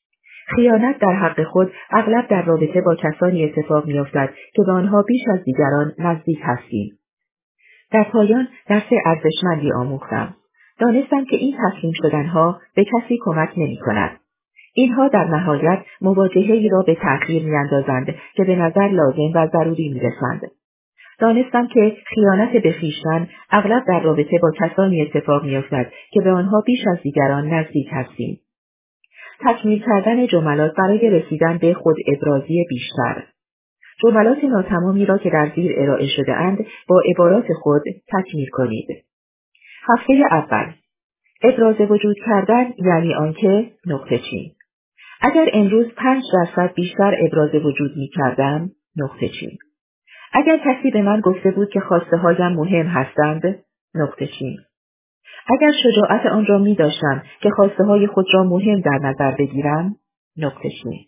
خیانت در حق خود اغلب در رابطه با کسانی اتفاق می‌افتد که به آنها بیش از دیگران نزدیک هستیم. در پایان درس ارزشمندی آموختم. دانستم که این تسلیم شدنها به کسی کمک نمی‌کند. اینها در نهایت مواجهه‌ای را به تأخیر می‌اندازند که به نظر لازم و ضروری می‌رسند. دانستم که خیانت به خویشتن اغلب در رابطه با کسانی اتفاق می‌افتد که به آنها بیش از دیگران نزدیک هستیم. تکمیل کردن جملات برای رسیدن به خود ابرازی بیشتر. جملات ناتمامی را که در زیر ارائه شده اند با عبارات خود تکمیل کنید. هفته اول. ابراز وجود کردن یعنی آنکه نقطه چین. اگر امروز 5% بیشتر ابراز وجود می کردم، نقطه چین. اگر کسی به من گفته بود که خواسته هایم مهم هستند، نقطه چین. اگر شجاعت آن را می داشتم که خواسته های خود را مهم در نظر بگیرم، نقطه چین.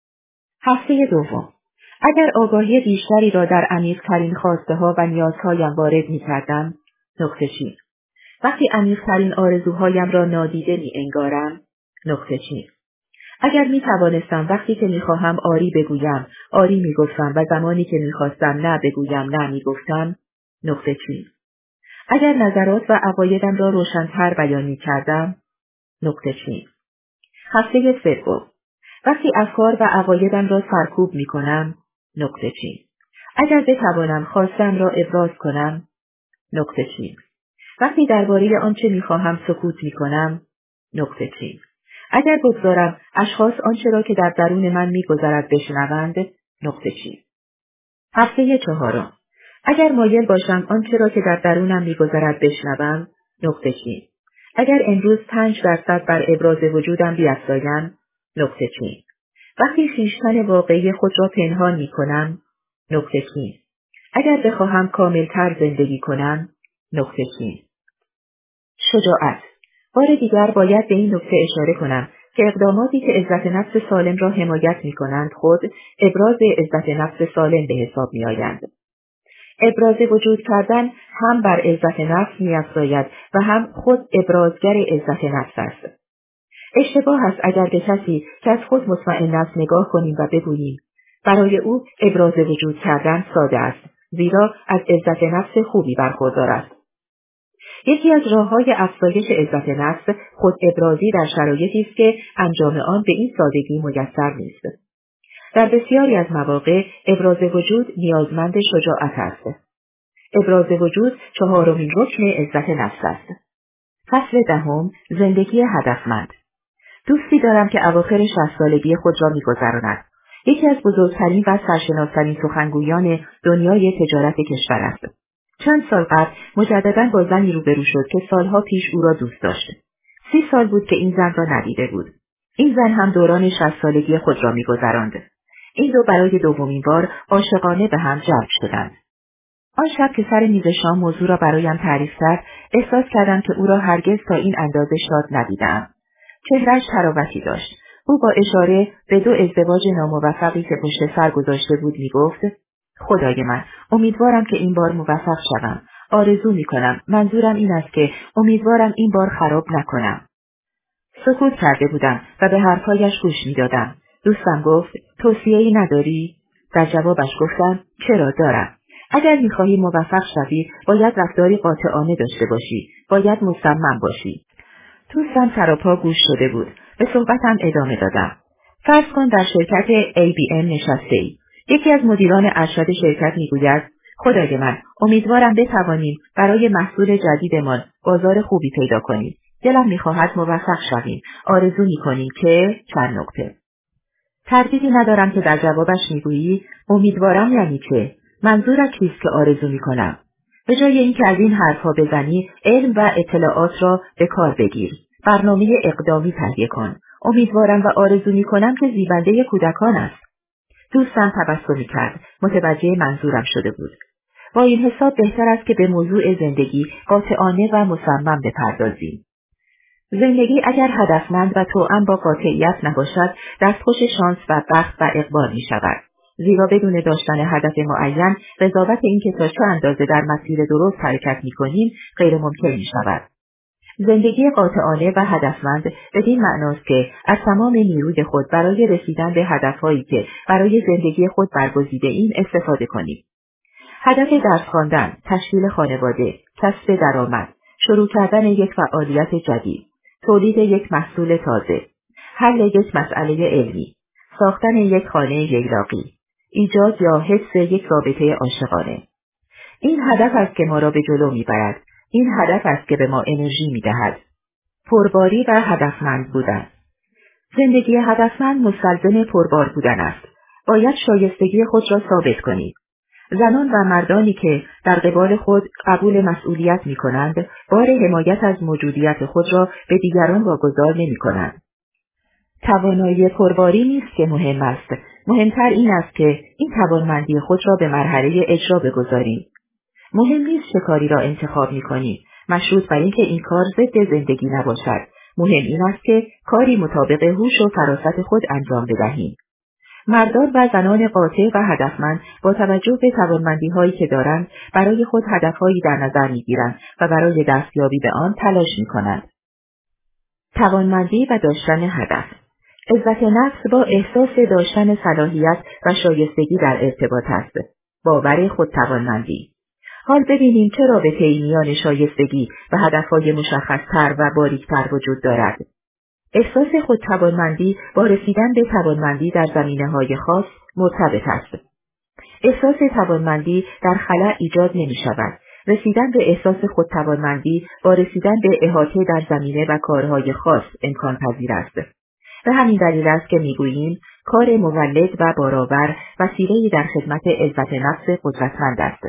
هفته دوم. اگر آگاهی بیشتری را در عمیق‌ترین خواسته‌ها و نیازهایم وارد می‌کردم، نقطه چین. وقتی عمیق‌ترین آرزوهایم را نادیده می‌انگارم، نقطه چین. اگر می‌توانستم وقتی که می‌خواهم آری بگویم، آری می‌گفتم و زمانی که می‌خواستم نه بگویم نه می‌گفتم، نقطه چین. اگر نظرات و عقایدم را روشن‌تر بیان می‌کردم، نقطه چین. هفته سوم. وقتی افکار و عقایدم را سرکوب می‌کنم، نقطه چین. اگر بتوانم خواستم را ابراز کنم، نقطه چین. وقتی درباره آنچه می‌خواهم سکوت می‌کنم، نقطه چین. اگر بگذارم اشخاص آنچه را که در درون من می‌گذرد بشنوند، نقطه چین. هفته چهارم. اگر مایل باشم آنچه را که در درونم می‌گذرد بشنوم، نقطه چین. اگر امروز 5% بر ابراز وجودم بیفزایم، نقطه چین. وقتی خویشتن واقعی خود را پنهان می‌کنم، نقطه چین. اگر بخواهم کاملتر زندگی کنم، نقطه چین. شجاعت. بار دیگر باید به این نکته اشاره کنم که اقداماتی که عزت نفس سالم را حمایت می‌کنند خود ابراز عزت نفس سالم به حساب می‌آیند. ابراز وجود کردن هم بر عزت نفس می‌افزاید و هم خود ابرازگر عزت نفس است. اشتباه است اگر به کسی که از خود مطمئن است نگاه کنیم و بگوییم برای او ابراز وجود کردن ساده است، زیرا از عزت نفس خوبی برخوردار است. یکی از راه‌های افزایش عزت نفس خود ابرازی در شرایطی است که انجام آن به این سادگی میسر نیست. در بسیاری از مواقع ابراز وجود نیازمند شجاعت است. ابراز وجود چهارمین رکن عزت نفس است. فصل دهم. زندگی هدفمند. دوستی دارم که اواخر 60 سالگی خود را می‌گذراند. یکی از بزرگترین و سرشناسترین سخنگویان دنیای تجارت کشور است. چند سال قبل مجدداً با زنی روبرو شد که سالها پیش او را دوست داشت. 30 سال بود که این زن را ندیده بود. این زن هم دوران 60 سالگی خود را می‌گذراند. این دو برای دومین بار عاشقانه به هم جلب شدند. آن شب که سر میز شام موضوع را برایم تعریف کرد، احساس کردم که او را هرگز تا این اندازه شاد ندیدم. چهره‌اش تراوتی داشت. او با اشاره به 2 ازدواج ناموفقی که پشت سر گذاشته بود میگفت: خدای من، امیدوارم که این بار موفق شوم. آرزو میکنم. منظورم این است که امیدوارم این بار خراب نکنم. سکوت کرده بودم و به حرفهایش گوش میدادم. دوستم گفت: توصیه‌ای نداری؟ در جوابش گفتم: چرا دارم. اگر میخواهی موفق شوی، باید رفتاری قاطعانه داشته باشی. باید مصمم باشی. دوستم سراپا گوش شده بود. به صحبتم ادامه دادم. فرض کن در شرکت ABM نشسته‌ای. یکی از مدیران ارشد شرکت میگوید: خدای من، امیدوارم بتوانیم برای محصول جدیدمان بازار خوبی پیدا کنیم. دلم میخواهد موفق شویم. آرزو میکنیم که چند نکته. تردیدی ندارم که در جوابش میگویی: امیدوارم یعنی چه؟ منظورت چیست که آرزو میکنم؟ به جای اینکه از این حرفها بزنی، علم و اطلاعات را به کار بگیر. برنامه اقدامی تهیه کن. امیدوارم و آرزو میکنم که زیبنده کودکان است. دوستم تبسمی کرد. متوجه منظورم شده بود. با این حساب بهتر است که به موضوع زندگی قاطعانه و مصمم بپردازیم. زندگی اگر هدفمند و توأم با قاطعیت نباشد، دستخوش شانس و بخت و اقبال می شود. زیرا بدون داشتن هدف معین، قضاوت اینکه تا چه اندازه در مسیر درست حرکت می کنیم غیر ممکن می شود. زندگی قاطعانه و هدفمند بدین معناست که از تمام نیروی خود برای رسیدن به هدفهایی که برای زندگی خود برگزیده ایم استفاده کنیم. هدف درس خواندن، تشکیل خانواده، کسب درآمد، شروع کردن یک فعالیت جدید، تولید یک محصول تازه، حل یک مسئله علمی، ساختن یک خانه ییلاقی، ایجاد یا حفظ یک رابطه عاشقانه. این هدف است که ما را به جلو میبرد. این هدف است که به ما انرژی میدهد. پرباری و هدفمند بودن. زندگی هدفمند مستلزم پربار بودن است. باید شایستگی خود را ثابت کنید. زنان و مردانی که در قبال خود قبول مسئولیت می کنند، بار حمایت از موجودیت خود را به دیگران واگذار نمی کنند. توانایی پرباری نیست که مهم است. مهمتر این است که این توانمندی خود را به مرحله اجرا بگذاریم. مهم نیست چه کاری را انتخاب می کنیم، مشروط بر اینکه این کار ضد زندگی نباشد. مهم این است که کاری مطابق هوش و فراست خود انجام بدهیم. مردان و زنان قاطع و هدفمند با توجه به توانمندی‌هایی که دارند برای خود هدفهایی در نظر می‌گیرند و برای دستیابی به آن تلاش می‌کنند. توانمندی و داشتن هدف. عزت نفس با احساس داشتن صلاحیت و شایستگی در ارتباط است. باور خودتوانمندی. حال ببینیم چه رابطه‌ای میان شایستگی و هدفهای مشخص‌تر و باریک‌تر وجود دارد. احساس خودتوانمندی با رسیدن به توانمندی در زمینه‌های خاص مرتبط است. احساس توانمندی در خلا ایجاد نمی‌شود. رسیدن به احساس خودتوانمندی با رسیدن به احاطه در زمینه و کارهای خاص امکان پذیر است. به همین دلیل است که می‌گوییم کار مولد و بارآور وسیله‌ای در خدمت عزت نفس قدرتمند است.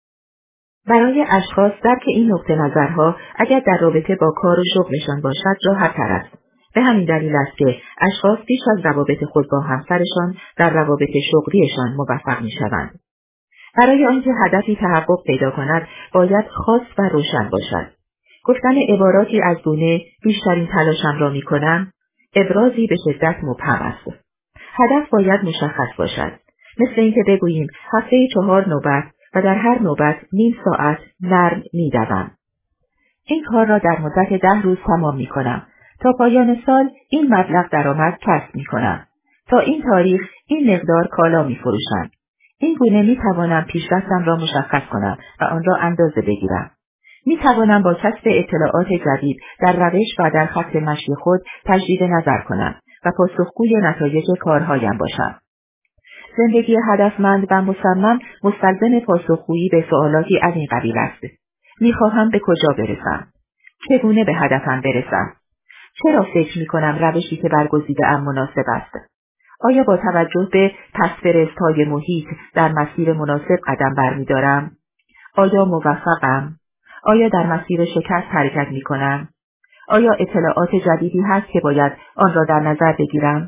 برای اشخاص درک این نقطه نظرها اگر در رابطه با کار و شغلشان باشد راحت‌تر است. به همین دلیل است که اشخاص بیش از روابط خود با همسرشان در روابط شغلیشان موفق می‌شوند. برای آنکه هدفی تحقق پیدا کند، باید خاص و روشن باشد. گفتن عباراتی از گونه بیشترین تلاشم را می‌کنم، ابرازی به شدت مبهم است. هدف باید مشخص باشد. مثل اینکه بگوییم هفته 4 نوبت و در هر نوبت نیم ساعت نرم می‌دوم. این کار را در مدت 10 روز تمام می‌کنم. تا پایان سال این مبلغ درآمد کسب می‌کنم. تا این تاریخ این مقدار کالا می‌فروشم. این گونه می‌توانم پیشرفتم را مشخص کنم و آن را اندازه بگیرم. می‌توانم با کسب اطلاعات جدید در روش و در خط مشی خود تجدید نظر کنم و پاسخگوی نتایج کارهایم باشم. زندگی هدفمند و مصمم مستلزم پاسخگویی به سوالاتی از این قبیل است. می‌خواهم به کجا برسم؟ چگونه به هدفم برسم؟ چرا فکر می‌کنم روشی که برگزیده‌ام مناسب است؟ آیا با توجه به پس‌فرست‌های محیط در مسیر مناسب قدم برمی‌دارم؟ آیا موفقم؟ آیا در مسیر شکست حرکت می‌کنم؟ آیا اطلاعات جدیدی هست که باید آن را در نظر بگیرم؟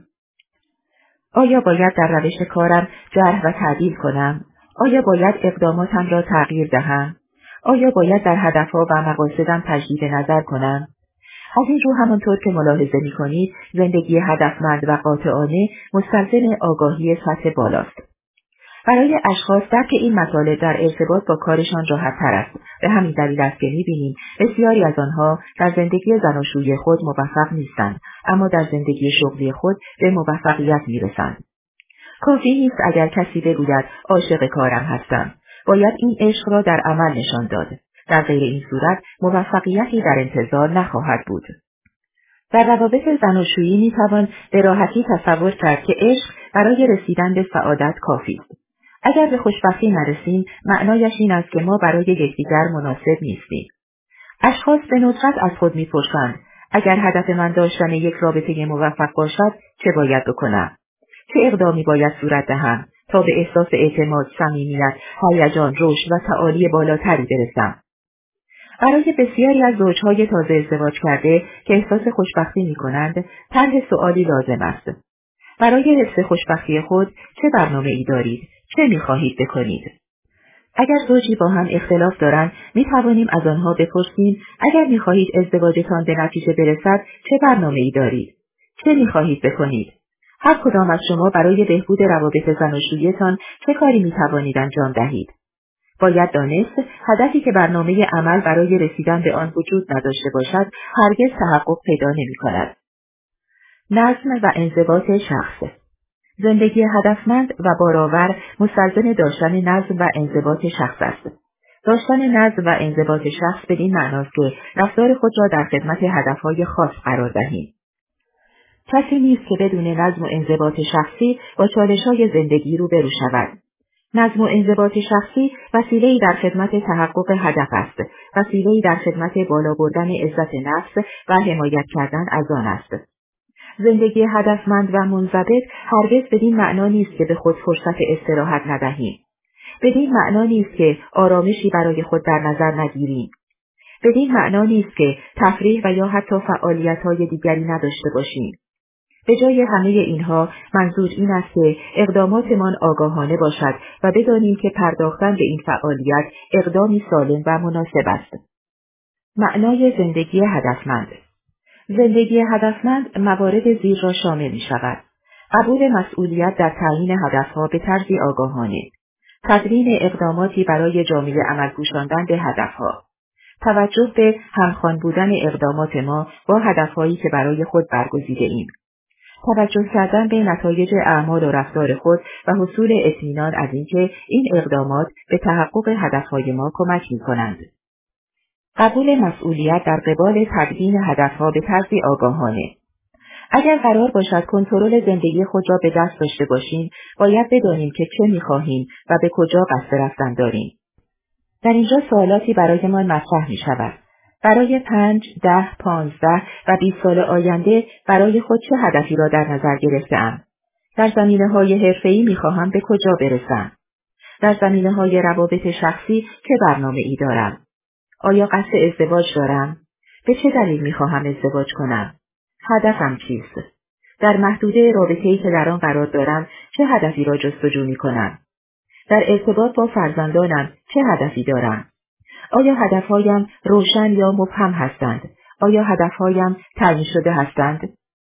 آیا باید در روش کارم جرح و تعدیل کنم؟ آیا باید اقداماتم را تغییر دهم؟ آیا باید در هدفها و مقاصدم تجدید نظر کنم؟ از این رو همانطور که ملاحظه می‌کنید زندگی هدفمند و قاطعانه مستلزم آگاهی سطح بالاست. برای اشخاص درک این مطالب در ارتباط با کارشان راحت‌تر است. به همین دلیل است که می‌بینیم بسیاری از آنها در زندگی زناشویی خود موفق نیستند، اما در زندگی شغلی خود به موفقیت می‌رسند. کافی نیست اگر کسی بگوید عاشق کارم هستم. باید این عشق را در عمل نشان داد. در غیر این صورت موفقیتی در انتظار نخواهد بود. در روابط زناشویی می‌توان به راحتی تصور کرد که عشق برای رسیدن به سعادت کافی است. اگر به خوشبختی نرسیم، معنایش این است که ما برای یکدیگر مناسب نیستیم. اشخاص به ندرت از خود می‌پرسند اگر هدف من داشتن یک رابطه موفق باشد، چه باید بکنم؟ چه اقدامی باید صورت دهم تا به احساس اعتماد، صمیمیت، هیجان، رشد و تعالی بالاتری برسم؟ برای بسیاری از زوجهای تازه ازدواج کرده که احساس خوشبختی می‌کنند، طرح سؤالی لازم است. برای حس خوشبختی خود چه برنامه‌ای دارید؟ چه می‌خواهید بکنید؟ اگر زوجی با هم اختلاف دارند، می توانیم از آنها بپرسیم اگر می خواهید ازدواجتان به نتیجه برسد چه برنامه‌ای دارید؟ چه می خواهید بکنید؟ هر کدام از شما برای بهبود روابط زناشویی‌تان چه کاری می توانید انجام دهید؟ باید دانست هدفی که برنامه عمل برای رسیدن به آن وجود نداشته باشد، هرگز تحقق پیدا نمی‌کند. نظم و انضباط شخص. زندگی هدفمند و بارآور مستلزم داشتن نظم و انضباط شخص است. داشتن نظم و انضباط شخص بدین معناست که رفتار خود را در خدمت هدفهای خاص قرار دهیم. کسی نیست که بدون نظم و انضباط شخصی با چالش‌های زندگی روبرو شود. نظم و انضباط شخصی وسیله‌ای در خدمت تحقق هدف است، وسیله‌ای در خدمت بالا بردن عزت نفس و حمایت کردن از آن است. زندگی هدفمند و منضبط هرگز بدین معنا نیست که به خود فرصت استراحت ندهیم. بدین معنا نیست که آرامشی برای خود در نظر نگیریم. بدین معنا نیست که تفریح و یا حتی فعالیت‌های دیگری نداشته باشیم. به جای همه اینها منظور این است که اقداماتمان آگاهانه باشد و بدانیم که پرداختن به این فعالیت اقدامی سالم و مناسب است. معنای زندگی هدفمند. زندگی هدفمند موارد زیر را شامل می شود. قبول مسئولیت در تعیین هدفها به طرزی آگاهانه. تدوین اقداماتی برای جامعه عمل پوشاندن به هدفها. توجه به همخوان بودن اقدامات ما با هدفهایی که برای خود برگزیده ایم. توجه کردن به نتایج اعمال و رفتار خود و حصول اطمینان از اینکه این اقدامات به تحقق هدفهای ما کمک می‌کنند. قبول مسئولیت در قبال تدوین هدفها به طرزی آگاهانه. اگر قرار باشد کنترل زندگی خود را به دست داشته باشیم، باید بدانیم که چه می‌خواهیم و به کجا قصد رفتن داریم. در اینجا سوالاتی برایمان مطرح می‌شود. برای 5، 10، 15 و 20 سال آینده برای خود چه هدفی را در نظر گرفته‌ام؟ در زمینه‌های حرفه‌ای می‌خواهم به کجا برسم؟ در زمینه‌های روابط شخصی چه برنامه‌ای دارم؟ آیا قصد ازدواج دارم؟ به چه دلیل می‌خواهم ازدواج کنم؟ هدفم چیست؟ در محدوده رابطه‌ای که در آن قرار دارم چه هدفی را جستجو می‌کنم؟ در ارتباط با فرزندانم چه هدفی دارم؟ آیا هدفهایم روشن یا مبهم هستند؟ آیا هدفهایم تعیین شده هستند؟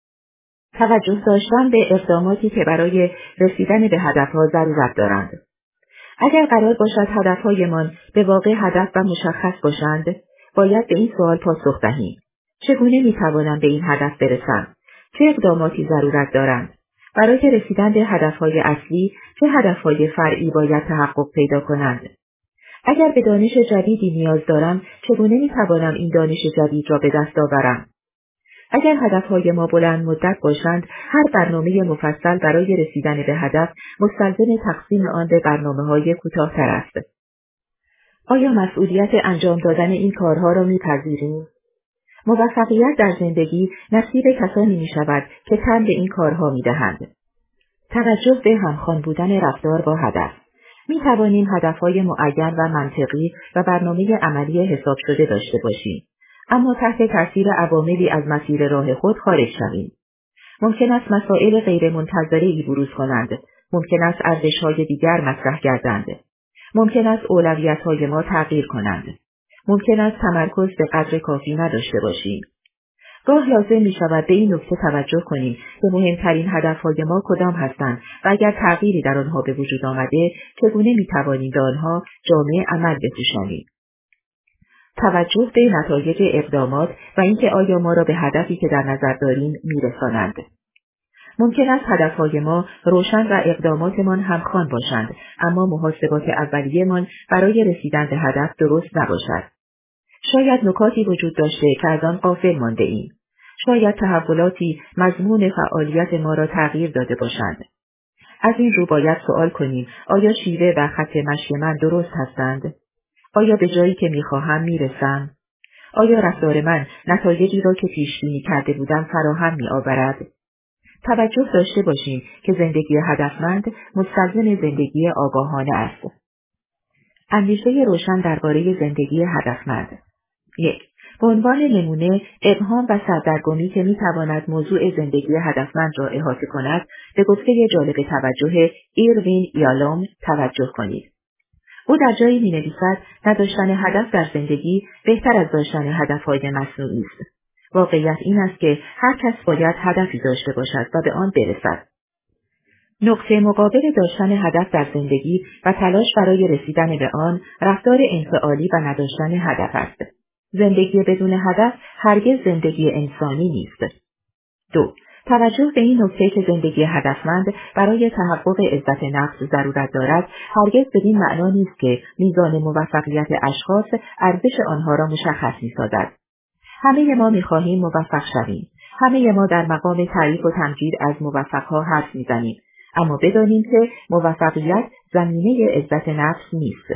توجه داشتن به اقداماتی که برای رسیدن به هدفها ضرورت دارند. اگر قرار باشد هدفهایمان به واقع هدف و مشخص باشند، باید به این سوال پاسخ دهیم. چگونه میتوانم به این هدف برسم؟ چه اقداماتی ضرورت دارند؟ برای رسیدن به هدفهای اصلی، چه هدفهای فرعی باید تحقق پیدا کنند؟ اگر به دانش جدیدی نیاز دارم، چگونه میتوانم این دانش جدید را به دست آورم؟ اگر هدفهای ما بلند مدت باشند، هر برنامه مفصل برای رسیدن به هدف مستلزم تقسیم آن به برنامه‌های کوتاه‌تر است. آیا مسئولیت انجام دادن این کارها را میپذیریم؟ موفقیت در زندگی نصیب کسانی میشود که تن به این کارها میدهند. توجه به همخوان بودن رفتار با هدف. می توانیم هدفهای معین و منطقی و برنامه عملی حساب شده داشته باشیم، اما تحت تاثیر عواملی از مسیر راه خود خارج شویم. ممکن است مسائل غیرمنتظره‌ای بروز کنند، ممکن است ارزش‌های دیگر مطرح گردند، ممکن است اولویت‌های ما تغییر کنند، ممکن است تمرکز به قدر کافی نداشته باشیم. گاه لازم می شود به این نکته توجه کنیم که مهمترین هدفهای ما کدام هستند و اگر تغییری در آنها به وجود آمده چگونه می توانیم به آنها جامع عمل بپوشانیم. توجه به نتایج اقدامات و اینکه آیا ما را به هدفی که در نظر داریم می رسانند. ممکن است هدفهای ما روشن و اقداماتمان همخوان باشند، اما محاسبات اولیه‌مان برای رسیدن به هدف درست نباشد. شاید نکاتی وجود داشته که از آن غافل مانده ایم. شاید تحولاتی مضمون فعالیت ما را تغییر داده باشند. از این رو باید سوال کنیم آیا شیوه و خط مشی من درست هستند؟ آیا به جایی که می‌خواهم میرسم؟ آیا رفتار من نتایجی را که پیش بینی کرده بودم فراهم می‌آورد؟ توجه داشته باشیم که زندگی هدفمند مستلزم زندگی آگاهانه است. اندیشه روشن درباره زندگی هدفمند. 1. به عنوان نمونه، ابهام و سردرگمی که میتواند موضوع زندگی هدفمند را احاطه کند، به گفته جالب توجه ایروین یالوم توجه کنید. او در جایی می‌نویسد نداشتن هدف در زندگی بهتر از داشتن هدف‌های مصنوعی است. واقعیت این است که هر کس باید هدفی داشته باشد و به آن برسد. نقطه مقابل داشتن هدف در زندگی و تلاش برای رسیدن به آن رفتار انفعالی و نداشتن هدف است. زندگی بدون هدف هرگز زندگی انسانی نیست. 2. توجه به این نکته که زندگی هدفمند برای تحقق عزت نفس ضرورت دارد هرگز بدین معنا نیست که میزان موفقیت اشخاص ارزش آنها را مشخص می‌سازد. همه ما می‌خواهیم موفق شویم. همه ما در مقام تعریف و تمجید از موفق‌ها حرف می‌زنیم، اما بدانیم که موفقیت زمینه عزت نفس نیست.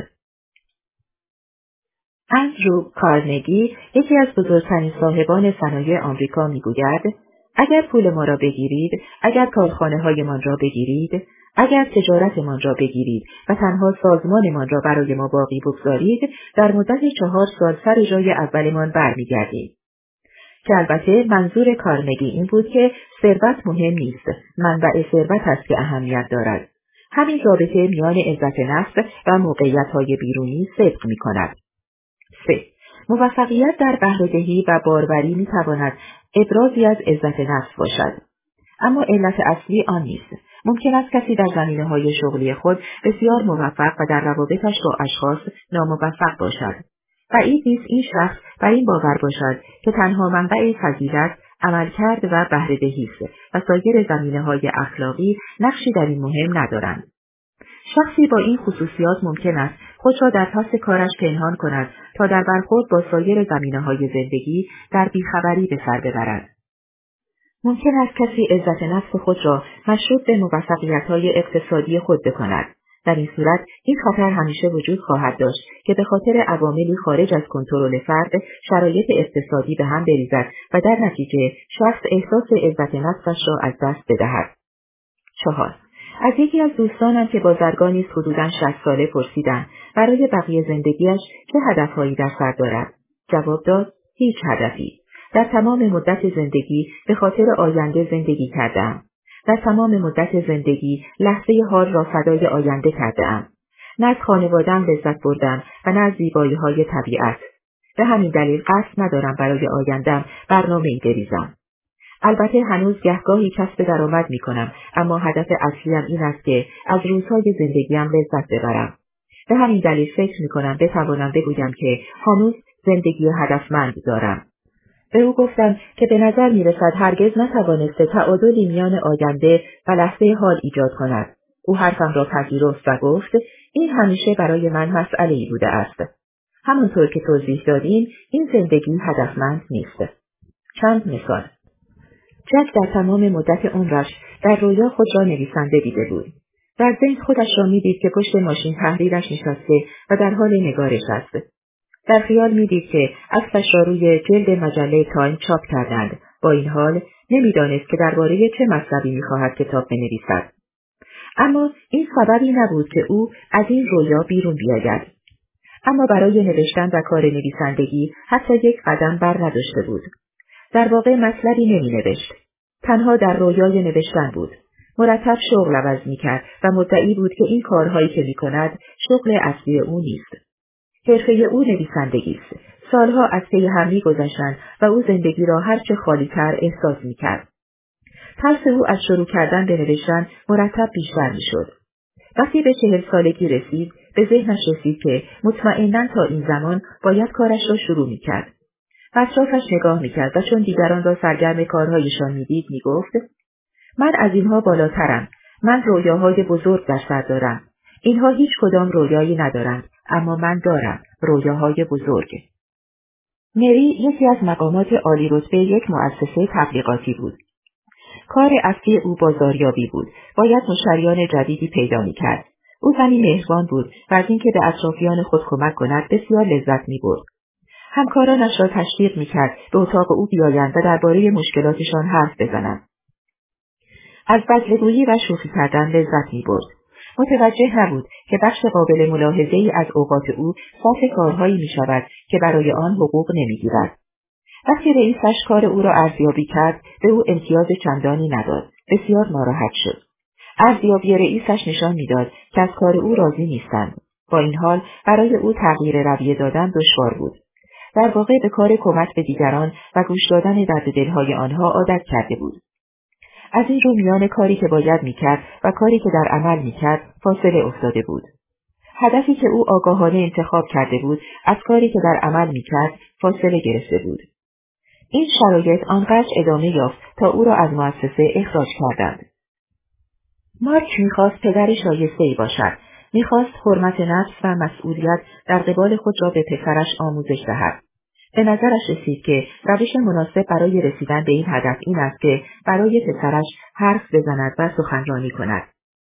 اندرو کارنگی، یکی از بزرگترین صاحبان صنایع آمریکا، می‌گوید: اگر پول ما را بگیرید، اگر کارخانه‌هایمان را بگیرید، اگر تجارتمان را بگیرید و تنها سازمانمان را برای ما باقی بگذارید، در مدت 4 سال سر جای اولمان برمیگردیم. که البته منظور کارنگی این بود که ثروت مهم نیست، منبع ثروت است که اهمیت دارد. همین رابطه میان عزت نفس و موقعیت‌های بیرونی صدق می‌کند. 3. موفقیت در بهره‌دهی و باروری می‌تواند ابرازی از عزت نفس باشد، اما علت اصلی آن نیست. ممکن است کسی در زمینه‌های شغلی خود بسیار موفق و در روابطش با اشخاص ناموفق باشد. بعید نیست این شخص بر این باور باشد که تنها منبع فضیلت عملکرد و بهره‌دهی است و سایر زمینه‌های اخلاقی نقشی در این مهم ندارند. شخصی با این خصوصیات ممکن است خود را در پس کارش پنهان کند تا در برخورد با سایر زمینه‌های زندگی در بیخبری به سر ببرد. ممکن است کسی عزت نفس خود را مشروط به موفقیت‌های اقتصادی خود بکند. در این صورت این خطر همیشه وجود خواهد داشت که به خاطر عواملی خارج از کنترل فرد شرایط اقتصادی به هم بریزد و در نتیجه شخص احساس عزت نفسش را از دست بدهد. 4. از یکی از دوستانم که بازرگانی است حدوداً 60 ساله پرسیدم برای بقیه زندگیش چه هدفهایی در سر دارد. جواب داد: هیچ هدفی. در تمام مدت زندگی به خاطر آینده زندگی کردم. در تمام مدت زندگی لحظه حال را فدای آینده کردم. نه از خانواده‌ام لذت بردم و نه از زیبایی‌های طبیعت. به همین دلیل قصد ندارم برای آینده‌ام برنامه‌ای بریزم. البته هنوز گهگاهی کسب درآمد می‌کنم، اما هدف اصلیم این است که از روزهای زندگیم لذت ببرم. به همین دلیل فکر می‌کنم بتوانم بگویم که هنوز زندگی هدفمند دارم. به او گفتم که به نظر می‌رسد هرگز نتوانسته تعادلی میان آینده و لحظه حال ایجاد کند. او حرفم را پذیرفت و گفت: این همیشه برای من مسئله‌ای بوده است. همونطور که توضیح دادیم، این زندگی هدفمند نیست. چند مثال. جک در تمام مدت عمرش در رویا خود را نویسنده دیده بود. در ذهن خودش را می‌دید که پشت ماشین تحریرش نشسته و در حال نگارش است. در خیال می‌دید که عکسش را روی جلد مجله تایم چاپ کردند. با این حال نمی‌دانست که درباره چه مطلبی می‌خواهد کتاب بنویسد. اما این سببی نبود که او از این رویا بیرون بیاید. اما برای نوشتن و کار نویسندگی حتی یک قدم بر نداشته بود. در واقع مطلبی نمی‌نوشت. تنها در رویای نوشتن بود. مرتب شغل عوض می‌کرد و مدعی بود که این کارهایی که می‌کند شغل اصلی او نیست. حرفه او نویسندگی است. سالها از پی هم می‌گذشتند و او زندگی را هرچه خالی‌تر احساس می‌کرد. ترس او از شروع کردن به نوشتن مرتب بیشتر می‌شد. وقتی به 40 سالگی رسید، به ذهنش رسید که مطمئناً تا این زمان باید کارش را شروع می‌کرد. اطرافش نگاه می‌کرد و چون دیگران را سرگرم کارهایشان می‌دید می‌گفت: من از اینها بالاترم. من رویاهای بزرگ در سر دارم. اینها هیچ کدام رویایی ندارند، اما من دارم رویاهای بزرگ. مری یکی از مقامات عالی رتبه یک مؤسسه تبلیغاتی بود. کار اصلی او بازاریابی بود. باید مشتریان جدیدی پیدا می‌کرد. او زنی مهربان بود و از اینکه به اطرافیان خود کمک کند بسیار لذت می‌برد. همکارانش را تشویق می‌کرد به اتاق او بیایند و درباره مشکلاتشان حرف بزنند. از بزلگویی و شوخی کردن لذت می‌برد. متوجه نبود که بخش قابل ملاحظه‌ای از اوقات او صرف کارهایی می‌شود که برای آن حقوق نمی‌گیرد. وقتی رئیسش کار او را ارزیابی کرد، به او امتیاز چندانی نداد. بسیار ناراحت شد. ارزیابی رئیسش نشان می‌داد که از کار او راضی نیستند. با این حال برای او تغییر رویه دادن دشوار بود. در واقع به کار کمک به دیگران و گوش دادن درد دلهای آنها عادت کرده بود. از این رو میان کاری که باید میکرد و کاری که در عمل میکرد فاصله افتاده بود. هدفی که او آگاهانه انتخاب کرده بود از کاری که در عمل میکرد فاصله گرفته بود. این شرایط آنقدر ادامه یافت تا او را از مؤسسه اخراج کردند. مارک میخواست پدر شایسته‌ای باشد. میخواست حرمت نفس و مسئولیت در قبال خود را به پسرش آموزش دهد. به نظرش رسید که روش مناسب برای رسیدن به این هدف این است که برای پسرش حرف بزند و سخنرانی کند.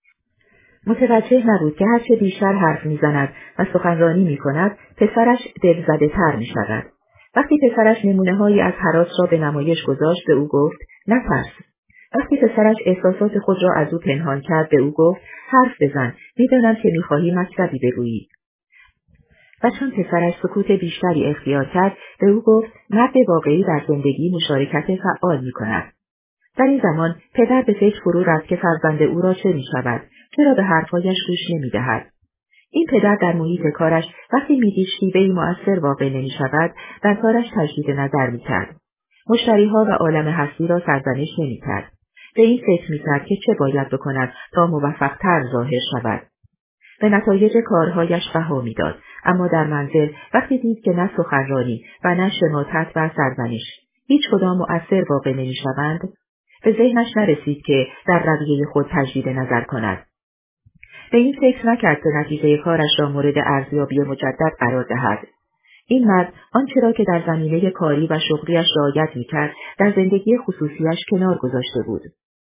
متوجه نبود که هرچه بیشتر حرف میزند و سخنرانی میکند، پسرش دلزده تر میشود. وقتی پسرش نمونه‌هایی از هراس را به نمایش گذاشت، به او گفت نترس. وقتی پسرش احساسات خود را از او پنهان کرد، به او گفت حرف بزن، میدانم که میخواهی مطلبی بگویی. و چون پسرش سکوت بیشتری اختیار کرد، به او گفت مرد واقعی در زندگی مشارکت فعال میکند. در این زمان پدر به فکر فرو رفت که فرزند او را چه میشود، چرا به حرفهایش گوش نمیدهد. این پدر در محیط کارش وقتی میدید شیوه‌ای مؤثر واقع نمیشود، در کارش تجدید نظر میکرد. مشتریها و عالم هستی را سرزنش نمیکرد. به این فکر میکرد که چه باید بکند تا موفق‌تر ظاهر شود. به نتایج کارهایش بها میداد، اما در منزل وقتی دید که نه سخنرانی و نه شماتت و سرزنش هیچ کدام مؤثر واقع نمیشوند، به ذهنش نرسید که در رویه خود تجدید نظر کند. به این فکر نکرد که نتیجه کارش را مورد ارزیابی مجدد قرار دهد. این مرد آنچه را که در زمینه کاری و شغلیش رعایت میکرد در زندگی خصوصیش کنار گذاشته بود.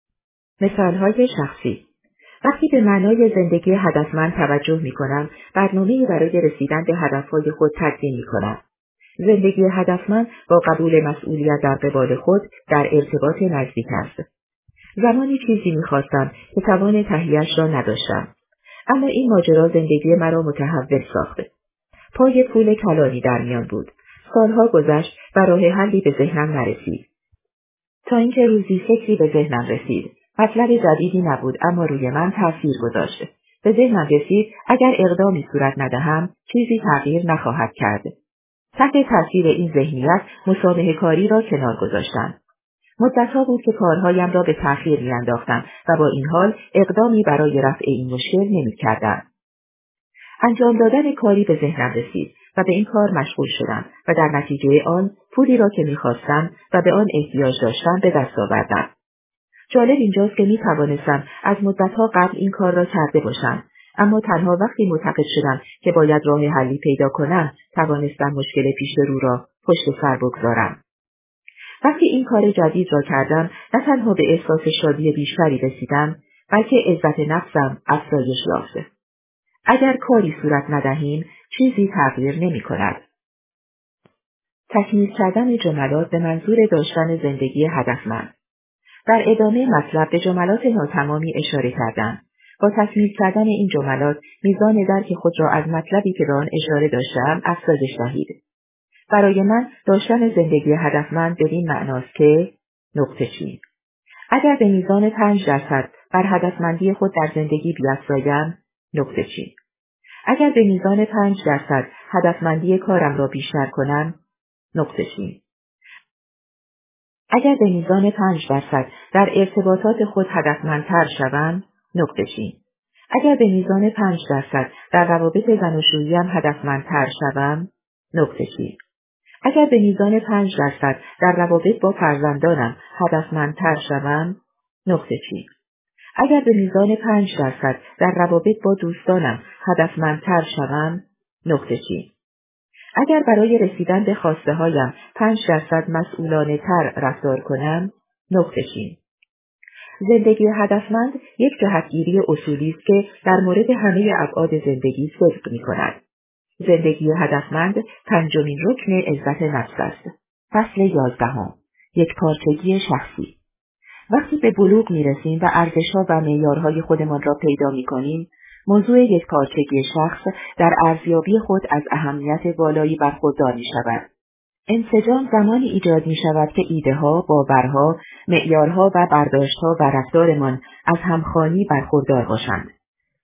مثالهای شخصی: وقتی به معنای زندگی هدفمند توجه میکنم، برنامه‌ای برای رسیدن به هدفهای خود تدوین میکنم. زندگی هدفمند با قبول مسئولیت در قبال خود در ارتباط نزدیک است. زمانی چیزی میخواستم که توان تهیه‌اش را نداشتم. اما این ماجرا زندگی مرا متحول ساخت. پای پول کلانی در میان بود. سالها گذشت و راه حلی به ذهنم نرسید. تا اینکه روزی فکری به ذهنم رسید. مطلب جدیدی نبود، اما روی من تاثیر گذاشت. به ذهنم رسید اگر اقدامی صورت ندهم چیزی تغییر نخواهد کرد. تحت تاثیر این ذهنیت مسابقه کاری را کنار گذاشتم. مدتها بود که کارهایم را به تأخیر میانداختم و با این حال اقدامی برای رفع این مشکل نمی‌کردم. انجام دادن کاری به ذهنم رسید و به این کار مشغول شدم و در نتیجه آن پولی را که می‌خواستم و به آن احتیاج داشتم به دست آوردم. جالب اینجاست که می‌توانستم از مدتها قبل این کار را کرده باشم، اما تنها وقتی معتقد شدم که باید راه حلی پیدا کنم توانستم مشکل پیش رو را پشت سر بگذارم. وقتی این کار جدید را کردم، نه تنها به احساس شادی بیشتری رسیدم، بلکه عزت نفسم افزایش یافت. اگر کاری صورت ندهیم، چیزی تغییر نمی‌کند. تکمیل کردن جملات به منظور داشتن زندگی هدفمند. در ادامه مطلب به جملات ناتمامی اشاره کردم. با تکمیل کردن این جملات، میزان درک خود را از مطلبی که به آن اشاره داشتم افزایش دهید. برای من داشتن زندگی هدفمند بدین معناست که نقطه‌چین. اگر به میزان 5% بر هدفمندی خود در زندگی بیفزایم، نقطه‌چین. اگر به میزان 5% هدفمندی کارم را بیشتر کنم، نقطه‌چین. اگر به میزان 5% در ارتباطات خود هدفمندتر شوم، نقطه‌چین. اگر به میزان 5% در روابط زناشوییم هدفمندتر شوم، نقطه‌چین. اگر به میزان 5% در روابط با فرزندانم هدفمندتر شوم، نقطه‌چین. اگر به میزان 5% در روابط با دوستانم هدفمندتر شوم، نقطه‌چین. اگر برای رسیدن به خواسته هایم 5% مسئولانه تر رفتار کنم، نقطه‌چین. زندگی هدفمند یک جهتگیری اصولی است که در مورد همه ابعاد زندگی صدق می‌کند. زندگی هدفمند پنجمین رکن عزت نفس است. فصل 11. یکپارچگی شخصی. وقتی به بلوغ می‌رسیم و ارزش‌ها و معیارهای خودمان را پیدا می‌کنیم، موضوع یکپارچگی شخص در ارزیابی خود از اهمیت بالایی برخوردار می‌شود. انسجام زمانی ایجاد می‌شود که ایده‌ها، باورها، معیارها و برداشت‌ها و رفتارمان از همخوانی برخوردار باشند.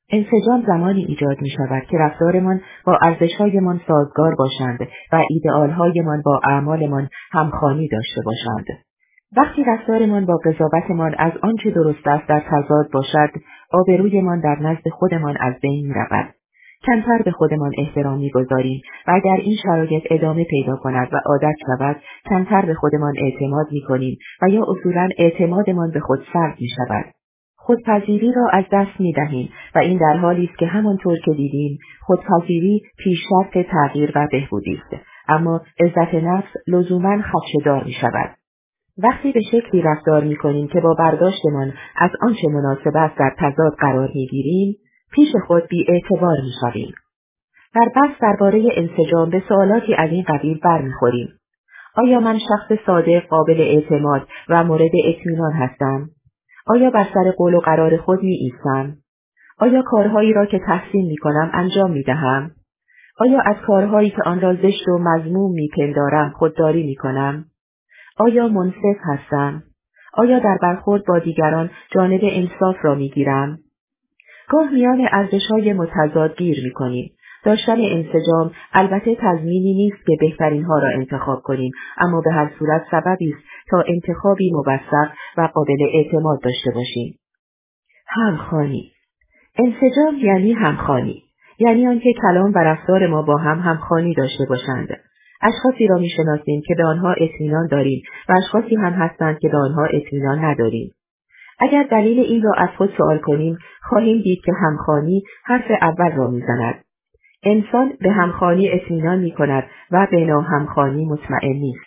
انسجام زمانی ایجاد می شود که رفتارمان با ارزش‌هایمان سازگار باشند و ایدئال‌هایمان با اعمالمان همخوانی داشته باشند. وقتی رفتارمان با قضاوتمان از آنچه درست است در تضاد باشد، آبرویمان در نزد خودمان از بین می‌رود. کمتر به خودمان احترام می‌گذاریم و اگر این شرایط ادامه پیدا کند و عادت شود، کمتر به خودمان اعتماد می‌کنیم و یا اصولاً اعتمادمان به خود سلب می‌شود. خودپذیری را از دست می‌دهیم و این در حالی است که همانطور که دیدیم، خودپذیری پیشرفت تغییر و بهبودی است، اما عزت نفس لزوماً خدشه‌دار می‌شود. وقتی به شکلی رفتار می‌کنیم که با برداشتمان از آنچه مناسب است در تضاد قرار می‌گیریم، پیش خود بی‌اعتبار می‌شویم. در بحث درباره انسجام به سوالاتی از این قبیل برمی‌خوریم. آیا من شخص صادق، قابل اعتماد و مورد اطمینان هستم؟ آیا بر سر قول و قرار خود می‌ایستم؟ آیا کارهایی را که تحسین می‌کنم انجام می‌دهم؟ آیا از کارهایی که آن را زشت و مذموم می‌پندارم خودداری می‌کنم؟ آیا منصف هستم؟ آیا در برخورد با دیگران جانب انصاف را می‌گیرم؟ گاه میان ارزش‌های متضاد گیر می‌کنیم. داشتن انسجام البته تضمینی نیست که بهترین‌ها را انتخاب کنیم، اما به هر صورت سببی است تا انتخابی موثق و قابل اعتماد داشته باشیم. همخوانی. انسجام یعنی همخوانی. یعنی آنکه کلام و رفتار ما با هم همخوانی داشته باشند. اشخاصی را می‌شناسیم که به آنها اطمینان داریم و اشخاصی هم هستند که به آنها اطمینان نداریم. اگر دلیل این را از خود سوال کنیم، خواهیم دید که همخوانی حرف اول را می‌زند. انسان به همخوانی اطمینان می‌کند و به ناهمخوانی مطمئن نیست.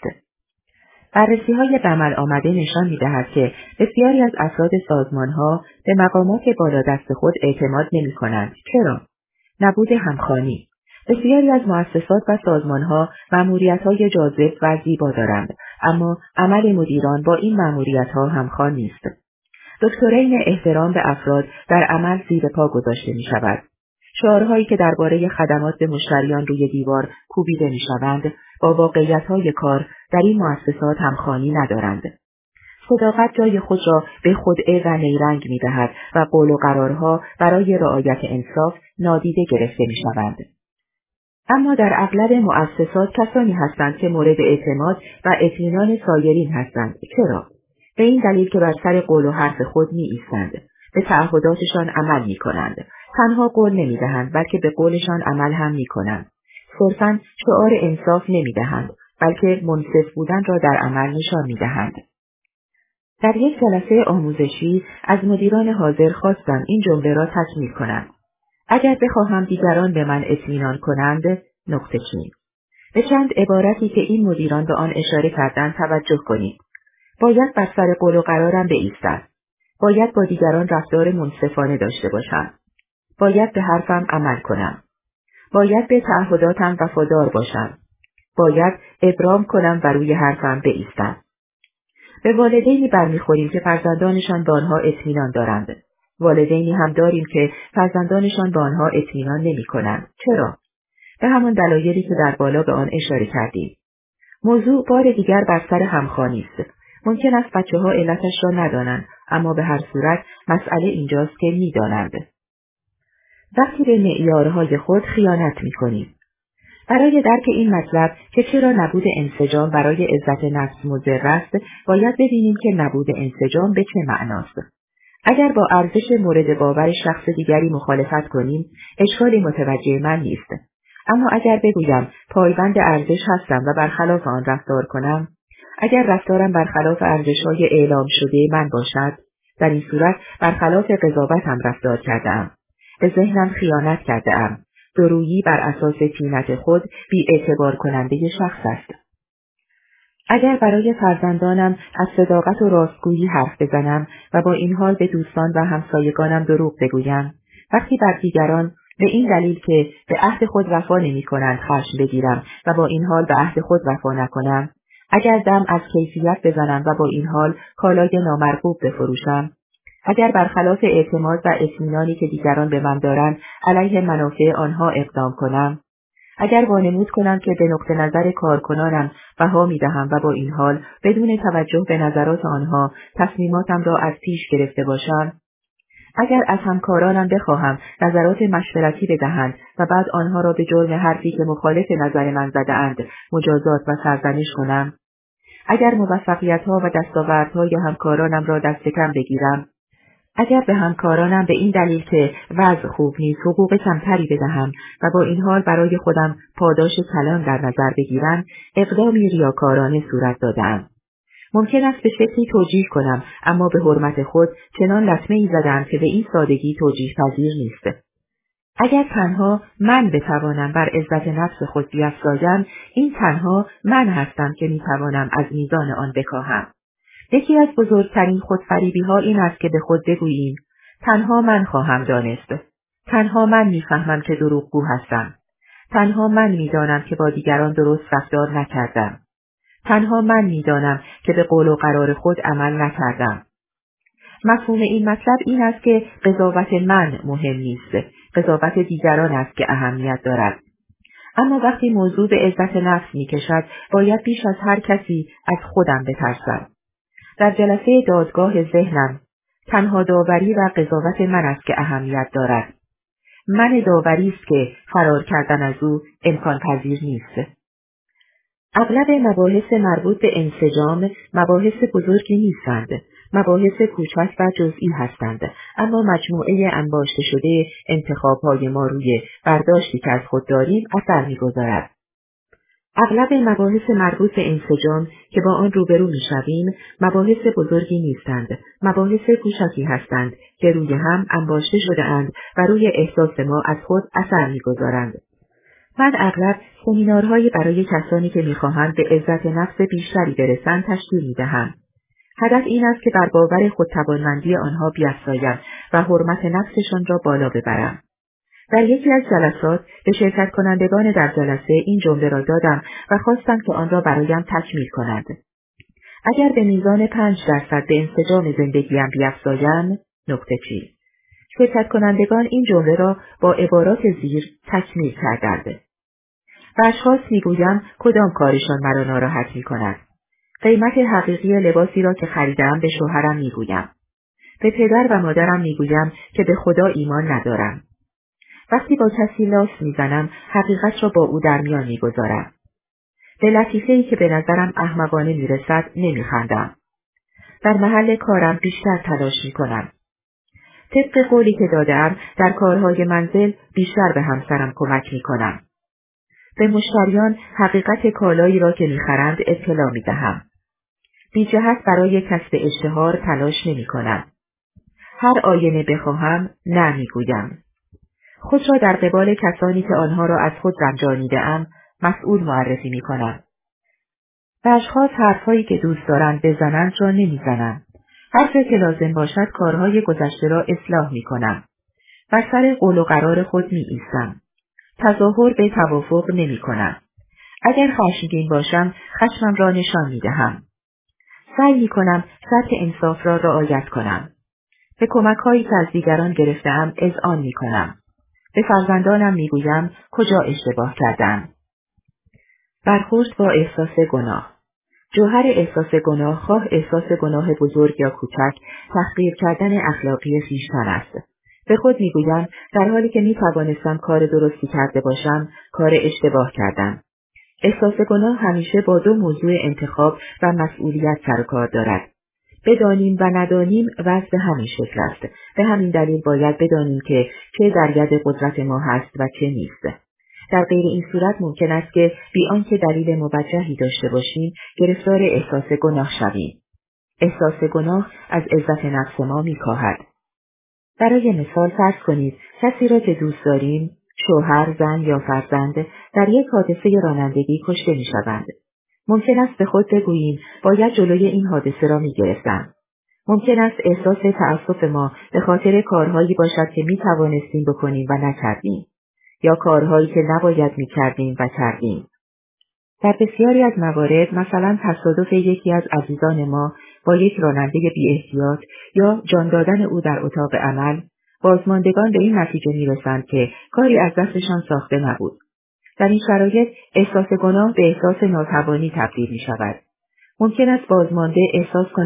بررسی‌های به عمل آمده نشان می‌دهد که بسیاری از افراد سازمان‌ها به مقامات بالادست خود اعتماد نمی‌کنند. چرا؟ نبود همخوانی. بسیاری از مؤسسات و سازمان‌ها مأموریت‌های جاذب و زیبا دارند، اما عمل مدیران با این مأموریت‌ها همخوان نیست. دکترین احترام به افراد در عمل زیر پا گذاشته می‌شود. شعارهایی که درباره خدمات به مشتریان روی دیوار کوبیده می‌شوند، با واقعیت‌های کار در این مؤسسات همخوانی ندارند. صداقت جای خود را به خدعه و نیرنگ می‌دهد و قول و قرارها برای رعایت انصاف نادیده گرفته می‌شوند. اما در اغلب مؤسسات کسانی هستند که مورد اعتماد و اطمینان سایرین هستند. چرا؟ به این دلیل که بر سر قول و حرف خود می‌ایستند، به تعهداتشان عمل می‌کنند. تنها قول نمی‌دهند بلکه به قولشان عمل هم می‌کنند. صرفاً شعار انصاف نمی‌دهند بلکه منصف بودن را در عمل نشان می‌دهند. در یک جلسه آموزشی از مدیران حاضر خواستم این جمله را تکمیل کنند. اگر بخواهم دیگران به من اطمینان کنند، نقطه چین. به چند عبارتی که این مدیران به آن اشاره کردند توجه کنید. باید بر سر قول و قرارم بایستم. باید با دیگران رفتار منصفانه داشته باشم. باید به حرفم عمل کنم. باید به تعهداتم وفادار باشم. باید ابرام کنم و روی حرفم بایستم. به والدینی برمیخوریم که فرزندانشان به آنها اطمینان دارند. والدینی هم داریم که فرزندانشان به آنها اطمینان نمی‌کنند. چرا؟ به همان دلایلی که در بالا به آن اشاره کردیم. موضوع بار دیگر بر سر همخوانی است. ممکن است بچه‌ها علتش را ندانند، اما به هر صورت مسئله اینجاست که می‌دانند. وقتی به معیارهای خود خیانت می‌کنیم. برای درک این مطلب که چرا نبود انسجام برای عزت نفس مضر است، باید ببینیم که نبود انسجام به چه معناست. اگر با ارزش مورد باور شخص دیگری مخالفت کنیم، اشکالی متوجه من نیست. اما اگر بگویم پایبند ارزش هستم و برخلاف آن رفتار کنم، اگر رفتارم برخلاف ارزش‌های اعلام شده من باشد، در این صورت برخلاف قضاوتم رفتار کرده‌ام. به ذهنم خیانت کرده‌ام. دورویی بر اساس طینت خود بی‌اعتبار کننده شخص است. اگر برای فرزندانم از صداقت و راستگویی حرف بزنم و با این حال به دوستان و همسایگانم دروغ بگویم، وقتی بر دیگران به این دلیل که به عهد خود وفا نمی‌کنند خشم بگیرم و با این حال به عهد خود وفا نکنم، اگر دم از کیفیت بزنم و با این حال کالای نامرغوب بفروشم، اگر برخلاف اعتماد و اطمینانی که دیگران به من دارند علیه منافع آنها اقدام کنم، اگر وانمود کنم که به نقطه نظر کارکنانم بها می‌دهم و با این حال بدون توجه به نظرات آنها تصمیماتم را از پیش گرفته باشم، اگر از همکارانم بخواهم نظرات مشورتی بدهند و بعد آنها را به جرم حرفی که مخالف نظر من زده‌اند مجازات و سرزنش کنم، اگر موفقیت‌ها و دستاوردهای همکارانم را دست کم بگیرم، اگر به همکارانم به این دلیل که وضع خوب نیست حقوق کمتری بدهم و با این حال برای خودم پاداش کلان در نظر بگیرم، اقدامی ریاکارانه صورت داده‌ام. ممکن است به شکلی توجیه کنم، اما به حرمت خود چنان لطمه‌ای زدم که به این سادگی توجیه پذیر نیست. اگر تنها من بتوانم بر عزت نفس خود بیفزایم، این تنها من هستم که میتوانم از میزان آن بکاهم. یکی از بزرگترین خودفریبی‌ها این است که به خود بگوییم تنها من خواهم دانست. تنها من میفهمم که دروغگو هستم. تنها من میدانم که با دیگران درست رفتار نکردم. تنها من میدانم که به قول و قرار خود عمل نکردم. مفهوم این مطلب این است که قضاوت من مهم نیست. قضاوت دیگران است که اهمیت دارد. اما وقتی موضوع به عزت نفس میکشد، باید بیش از هر کسی از خودم بترسم. در جلسه دادگاه ذهنم، تنها داوری و قضاوت من است که اهمیت دارد. من داوری است که فرار کردن از او امکان پذیر نیست. اغلب مباحث مربوط به انسجام مباحث بزرگی نیستند. مباحث کوچک و جزئی هستند، اما مجموعه انباشته شده انتخاب‌های ما روی برداشتی که از خود داریم اثر می‌گذارد. اغلب مباحث مربوط به انسجام که با آن روبرو می‌شویم مباحث بزرگی نیستند. مباحث کوچکی هستند که روی هم انباشته شده‌اند و روی احساس ما از خود اثر می‌گذارند. من اغلب سمینارهایی برای کسانی که می‌خواهند به عزت نفس بیشتری برسند تشکیل می‌دهم. هدف این است که بر باور خودتوانمندی آنها بیفزایم و حرمت نفسشان را بالا ببرم. در یکی از جلسات به شرکت کنندگان در جلسه این جمله را دادم و خواستم که آن را برایم تکمیل کنند. اگر به میزان 5% به انسجام زندگیم بیفزایم، نقطه چی. شرکت کنندگان این جمله را با عبارات زیر تکمیل کردند. به اشخاص میگویم کدام کارشان مرا ناراحت میکند. قیمت حقیقی لباسی را که خریدم به شوهرم میگویم. به پدر و مادرم میگویم که به خدا ایمان ندارم. وقتی با کسی لاس میزنم حقیقت را با او در میان میگذارم. به لطیفه‌ای که به نظرم احمقانه میرسد نمیخندم. در محل کارم بیشتر تلاش میکنم. طبق قولی که دادم در کارهای منزل بیشتر به همسرم کمک میکنم. به مشتریان حقیقت کالایی را که میخرند اطلاع میدهم. بی جهت برای کسب اشتهار تلاش نمیکنم. هر آینه بخواهم نه میگویم. خود را در قبال کسانی که آنها را از خود رنجانیده‌ام مسئول معرفی میکنم. به اشخاص حرفهایی که دوست دارند بزنند را نمیزنم. هر جا که لازم باشد کارهای گذشته را اصلاح میکنم. بر سر قول و قرار خود میایستم. تظاهر به توافق نمیکنم. اگر خشمگین باشم خشمم را نشان میدهم. سعی میکنم سطح انصاف را رعایت کنم. به کمک‌هایی که از دیگران گرفته‌ام اذعان میکنم. به فرزندانم میگویم کجا اشتباه کردم. برخورد با احساس گناه. جوهر احساس گناه، خواه احساس گناه بزرگ یا کوچک، تحقیر کردن اخلاقی خویشتن است. به خود میگویم در حالی که میتوانستم کار درستی کرده باشم، کار اشتباه کردم. احساس گناه همیشه با دو موضوع انتخاب و مسئولیت سر و کار دارد. بدانیم و ندانیم وضع همین شکل است. به همین دلیل باید بدانیم که چه در ید قدرت ما هست و چه نیست. در غیر این صورت ممکن است که بی آنکه دلیل موجهی داشته باشیم گرفتار احساس گناه شویم. احساس گناه از عزت نفس ما میکاهد. برای مثال فرض کنید کسی را که دوست داریم، شوهر، زن یا فرزند، در یک حادثه رانندگی کشته میشوند. ممکن است به خود بگوییم باید جلوی این حادثه را میگرفتم. ممکن است احساس تأسف ما به خاطر کارهایی باشد که میتوانستیم بکنیم و نکردیم، یا کارهایی که نباید میکردیم و کردیم. در بسیاری از موارد مثلا تصادف یکی از عزیزان ما با یک راننده بی احتیاط یا جان دادن او در اتاق عمل، بازماندگان به این نتیجه میرسند که کاری از دستشان ساخته نبود. در این شرایط احساس گناه به احساس ناتوانی تبدیل می شود. ممکن است بازمانده احساس کند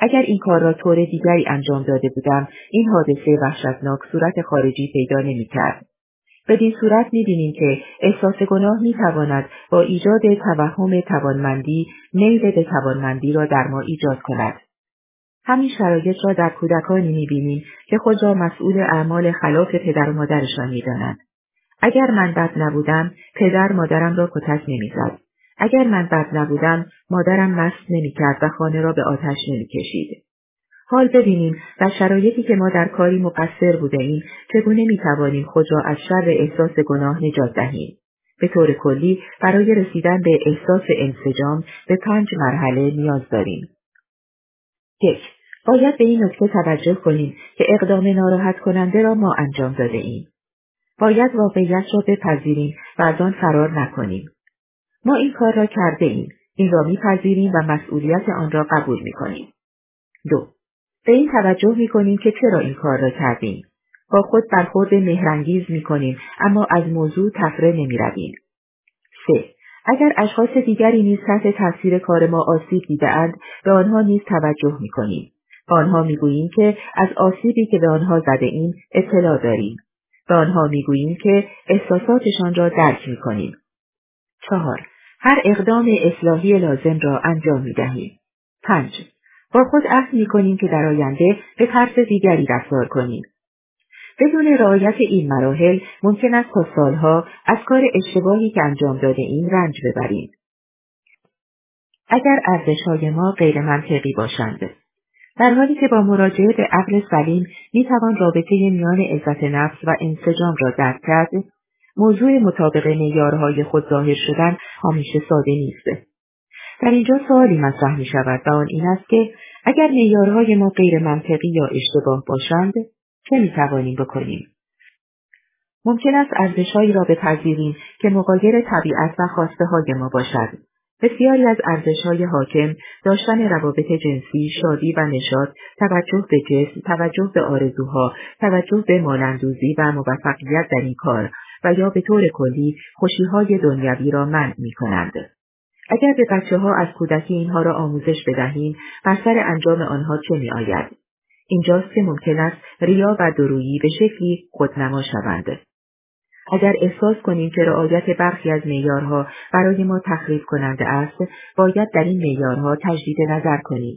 اگر این کار را طور دیگری انجام داده بودم، این حادثه وحشتناک صورت خارجی پیدا نمی‌کرد. بدین صورت می‌بینیم که احساس گناه می‌تواند با ایجاد توهم توانمندی، میل به توانمندی را در ما ایجاد کند. همین شرایط را در کودکانی می‌بینیم که خود را مسئول اعمال خلاف پدر و مادرشان می‌دانند. اگر من بد نبودم، پدر مادرم را کتک نمی‌زد. اگر من بد نبودم، مادرم مست نمی‌کرد و خانه را به آتش نمی‌کشید. حال ببینیم در شرایطی که ما در کاری مقصر بوده‌ایم، چگونه می‌توانیم خود را از شر احساس گناه نجات دهیم. به طور کلی برای رسیدن به احساس انسجام به 5 مرحله نیاز داریم. 1. باید به این نکته توجه کنیم که اقدام ناراحت کننده را ما انجام داده‌ایم. باید واقعیت را بپذیریم و از آن فرار نکنیم. ما این کار را کرده ایم. این را می‌پذیریم و مسئولیت آن را قبول می‌کنیم. 2. به این توجه می‌کنیم که چرا این کار را کردیم. با خود برخورد مهرانگیز می‌کنیم اما از موضوع تفره نمی‌رویم. 3. اگر اشخاص دیگری نیز تحت تاثیر کار ما آسیب دیده‌اند، به آنها نیز توجه می‌کنیم. به آنها می‌گوییم که از آسیبی که به آنها زده‌ایم اطلاع داریم. به آنها می‌گوییم که احساساتشان را درک می‌کنیم. 4. هر اقدام اصلاحی لازم را انجام می‌دهیم. 5. با خود عهد می‌کنیم که در آینده به طرز دیگری رفتار کنیم. بدون رعایت این مراحل ممکن است تا سالها از کار اشتباهی که انجام داده‌ایم رنج ببریم. اگر ارزش‌های ما غیر منطقی باشند، در حالی که با مراجعه به عقل سلیم می‌توان رابطه میان عزت نفس و انسجام را درک کرد، موضوع مطابق معیارهای خود ظاهر شدن همیشه ساده نیست. در اینجا سوالی مطرح می‌شود و آن این است که اگر معیارهای ما غیر منطقی یا اشتباه باشند، چه می‌توانیم بکنیم؟ ممکن است ارزش‌هایی را بپذیریم که مغایر طبیعت و خواسته‌های ما باشد. بسیاری از ارزش‌های حاکم، داشتن روابط جنسی، شادی و نشاط، توجه به جسم، توجه به آرزوها، توجه به مال‌اندوزی و موفقیت در این کار و یا به طور کلی خوشی‌های دنیوی را منع می‌کنند. اگر به بچه‌ها از کودکی اینها را آموزش بدهیم، بر سر انجام آنها چه می‌آید؟ اینجاست که ممکن است ریا و دورویی به شکلی خودنما شوند. اگر احساس کنیم که رعایت برخی از معیارها برای ما تخریب کننده است، باید در این معیارها تجدید نظر کنیم.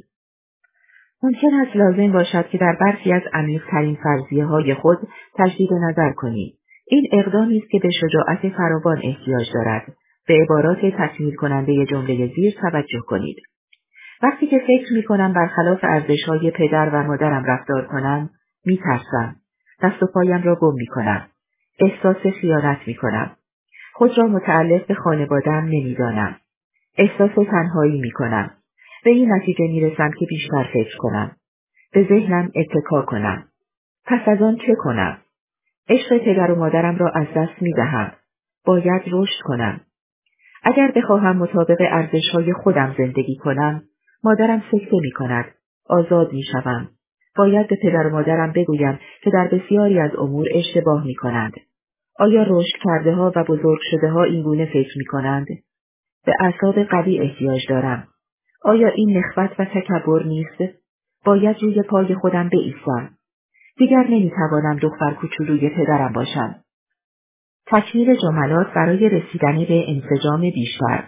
ممکن است لازم باشد که در برخی از عمیق‌ترین فرضیه‌های خود تجدید نظر کنیم. این اقدامی است که به شجاعت فراوان احتیاج دارد. به عبارات تکمیل کننده جمله زیر توجه کنید. وقتی که فکر می‌کنم برخلاف ارزش‌های پدر و مادرم رفتار کنم، می‌ترسم. دست و پایم را گم می‌کنم. احساس خیانت می‌کنم. خود را متعلق به خانواده‌ام نمی‌دانم. احساس تنهایی می‌کنم. به این نتیجه می‌رسم که بیشتر فکر کنم. به ذهنم اتکا کنم. پس از آن چه کنم؟ عشق پدر و مادرم را از دست می‌دهم. باید رشد کنم. اگر بخواهم مطابق ارزش‌های خودم زندگی کنم، مادرم سکته می‌کند. آزاد می‌شوم. باید به پدر و مادرم بگویم که در بسیاری از امور اشتباه می‌کنند. آیا رشد کرده‌ها و بزرگ شده‌ها این گونه فکر می‌کنند؟ به اعصاب قوی احتیاج دارم. آیا این نخوت و تکبر نیست؟ باید روی پای خودم بایستم. دیگر نمی‌توانم دختر کوچولوی پدرم باشم. تکمیل جملات برای رسیدن به انسجام بیشتر.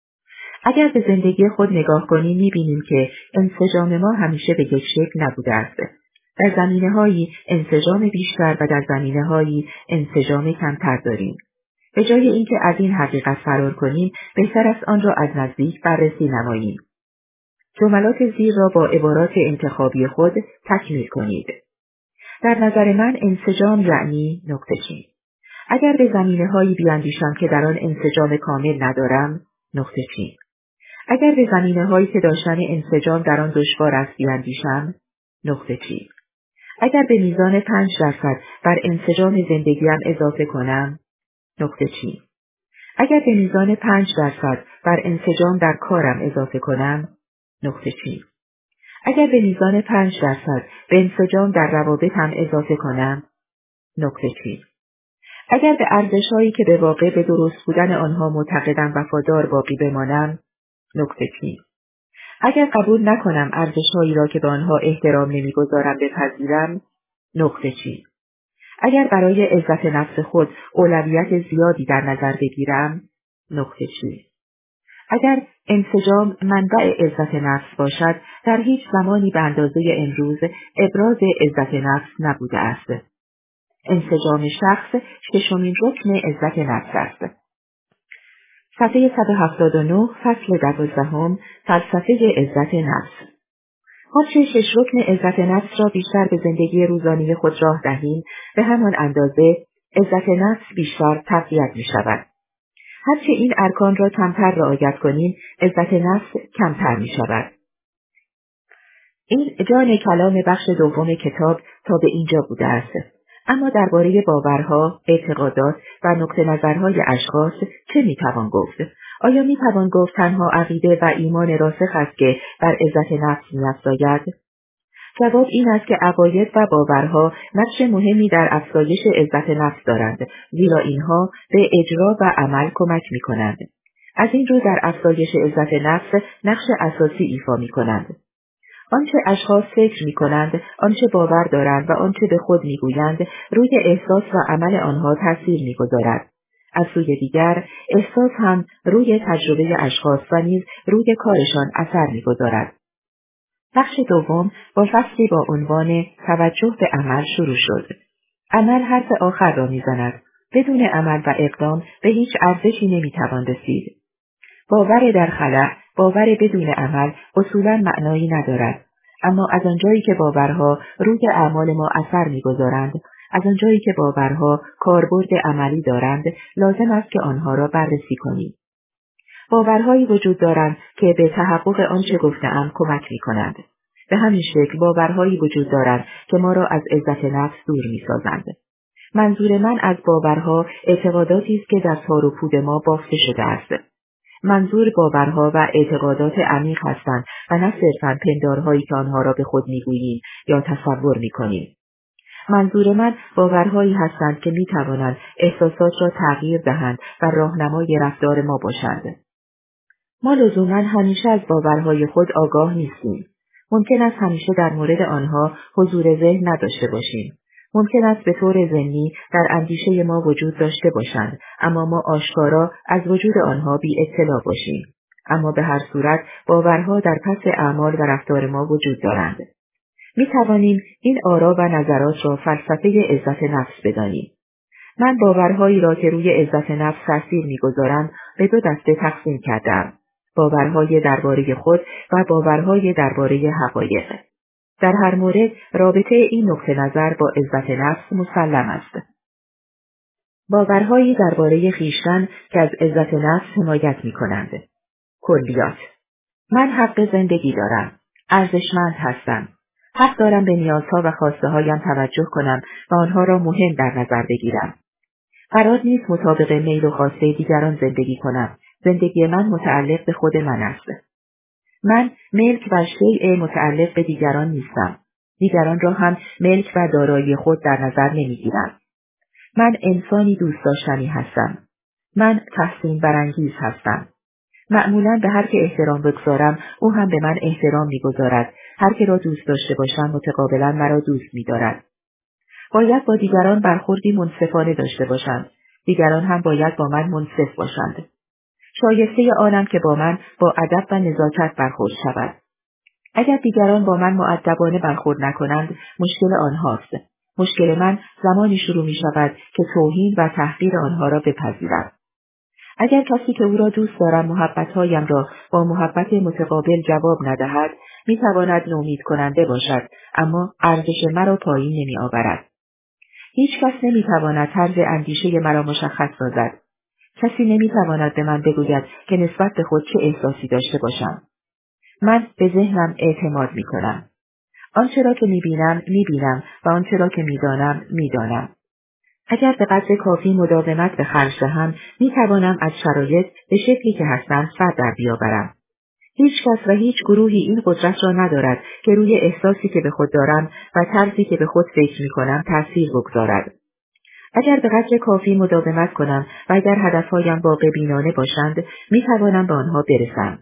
اگر به زندگی خود نگاه کنیم می‌بینیم که انسجام ما همیشه به یک شکل نبوده است. در زمینه‌هایی انسجام بیشتر و در زمینه‌هایی انسجام کمتر داریم. به جای اینکه از این حقیقت فرار کنیم، بهتر است آن را از نزدیک بررسی نماییم. جملات زیر را با عبارات انتخابی خود تکمیل کنید. در نظر من انسجام یعنی نقطه‌چین. اگر به زمینه‌هایی بیاندیشم که در آن انسجام کامل ندارم، نقطه‌چین. اگر به زمینه‌هایی که داشتن انسجام در آن دشوار است بیاندیشم، نقطه‌چین. اگر به میزان 5% بر انسجام زندگیم اضافه کنم، نقطه‌چین. اگر به میزان 5% بر انسجام در کارم اضافه کنم، نقطه‌چین. اگر به میزان 5% به انسجام در روابطم اضافه کنم، نقطه‌چین. اگر به ارزش‌هایی که به واقع به درست بودن آنها معتقدم وفادار باقی بمانم، نقطه‌چین. اگر قبول نکنم ارزش‌هایی را که به آنها احترام نمی‌گذارم بپذیرم، نقطه چی؟ اگر برای عزت نفس خود اولویت زیادی در نظر بگیرم، نقطه چی؟ اگر انسجام منبع عزت نفس باشد، در هیچ زمانی به اندازه امروز ابراز عزت نفس نبوده است. انسجام شخص ششمین رکن عزت نفس است. صفحه 179 فصل 12 فلسفه عزت نفس. ما چه 6 رکن عزت نفس را بیشتر به زندگی روزانه خود راه دهیم، به همان اندازه عزت نفس بیشتر تقویت می شود. هرچه این ارکان را کمتر رعایت کنیم، عزت نفس کمتر می شود. این جان کلام بخش دوم کتاب تا به اینجا بوده است. اما درباره باورها، اعتقادات و نقطه نظرهای اشخاص چه میتوان گفت؟ آیا میتوان گفت تنها عقیده و ایمان راسخ است که بر عزت نفس می‌افزاید؟ جواب این است که عقاید و باورها نقش مهمی در افزایش عزت نفس دارند، زیرا اینها به اجرا و عمل کمک می‌کنند. از این رو در افزایش عزت نفس نقش اساسی ایفا می‌کنند. آنچه اشخاص فکر می‌کنند، آنچه باور دارند و آنچه به خود می‌گویند، روی احساس و عمل آنها تأثیر می‌گذارد. از سوی دیگر، احساس هم روی تجربه اشخاص و نیز روی کارشان اثر می‌گذارد. بخش دوم با فصلی با عنوان توجه به عمل شروع شد. عمل حرف آخر را می‌زند. بدون عمل و اقدام به هیچ ارزشی نمی‌توان رسید. باور در خلأ، باور بدون عمل اصولاً معنایی ندارد. اما از آنجایی که باورها روی اعمال ما اثر می‌گذارند، از آنجایی که باورها کاربرد عملی دارند، لازم است که آنها را بررسی کنیم. باورهایی وجود دارند که به تحقق آنچه گفته‌ام کمک می‌کنند. به همین شکل باورهایی وجود دارند که ما را از عزت نفس دور می‌سازند. منظور من از باورها اعتقاداتی است که در تار و پود ما بافته شده است. منظور باورها و اعتقادات عمیق هستند و نه صرفاً پندارهایی که آنها را به خود می‌گوییم یا تصور می‌کنیم. منظور من باورهایی هستند که می‌توانند احساسات را تغییر دهند و راهنمای رفتار ما باشند. ما لزوماً همیشه از باورهای خود آگاه نیستیم. ممکن است همیشه در مورد آنها حضور ذهن نداشته باشیم. ممکن است به طور ضمنی در اندیشه ما وجود داشته باشند، اما ما آشکارا از وجود آنها بی اطلاع باشیم. اما به هر صورت باورها در پس اعمال و رفتار ما وجود دارند. می توانیم این آرا و نظرات را فلسفه عزت نفس بدانیم. من باورهایی را که روی عزت نفس تاثیر می‌گذارند به دو دسته تقسیم کردم: باورهای درباره خود و باورهای درباره حقایق. در هر مورد رابطه این نقطه نظر با عزت نفس مسلم است. باورهایی درباره خویشتن که از عزت نفس حمایت می‌کنند. کلیات: من حق زندگی دارم. ارزشمند هستم. حق دارم به نیازها و خواسته‌هایم توجه کنم و آنها را مهم در نظر بگیرم. قرار نیست مطابق میل و خواسته دیگران زندگی کنم. زندگی من متعلق به خود من است. من ملک و شیء متعلق به دیگران نیستم. دیگران را هم ملک و دارایی خود در نظر نمیگیرم. من انسانی دوست داشتنی هستم. من تحسین برانگیز هستم. معمولاً به هر که احترام بگذارم، او هم به من احترام میگذارد. هر که را دوست داشته باشم متقابلاً مرا دوست می‌دارد. باید با دیگران برخوردی منصفانه داشته باشند. دیگران هم باید با من منصف باشند. شایسته آنم که با من با ادب و نزاکت برخورد شود. اگر دیگران با من مؤدبانه برخورد نکنند، مشکل آنهاست. مشکل من زمانی شروع می شود که توهین و تحقیر آنها را بپذیرم. اگر کسی که او را دوست دارم محبتهایم را با محبت متقابل جواب ندهد، می تواند نومید کننده باشد، اما ارزش مرا پایین نمی آورد. هیچ کس نمی تواند طرز اندیشه مرا مشخص سازد. کسی نمی تواند به من بگوید که نسبت به خود چه احساسی داشته باشم. من به ذهنم اعتماد می کنم. آنچه را که می بینم و آنچه را که می دانم. اگر به قدر کافی مداومت به خرج دهم، می توانم از شرایط به شکلی که هستند سر در بیاورم. هیچ کس و هیچ گروهی این قدرت را ندارد که روی احساسی که به خود دارم و طرزی که به خود فکر می کنم تأثیر بگذارد. اگر به قدر کافی مداومت کنم و اگر هدفهایم واقع بینانه باشند، می توانم به آنها برسم.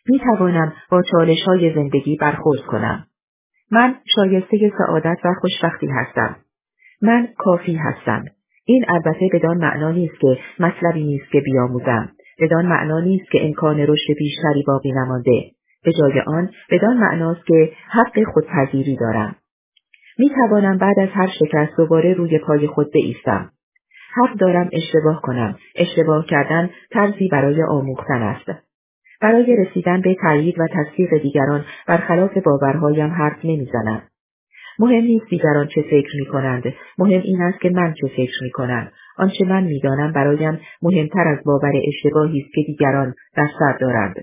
می توانم با چالش‌های زندگی برخورد کنم. من شایسته سعادت و خوشبختی هستم. من کافی هستم. این البته بدان معنا نیست که مطلبی نیست که بیاموزم. بدان معنا نیست که امکان رشد بیشتری باقی نمانده. به جای آن بدان معناست که حق خودپذیری دارم. می توانم بعد از هر شکست دوباره روی پای خود بایستم. حق دارم اشتباه کنم. اشتباه کردن طرزی برای آموختن است. برای رسیدن به تایید و تصدیق دیگران برخلاف باورهایم حرف نمیزنم. مهم نیست دیگران چه فکر می کنند. مهم این است که من چه فکر می کنم. آنچه من می دانم برایم مهمتر از باور اشتباهی است که دیگران در سر دارند.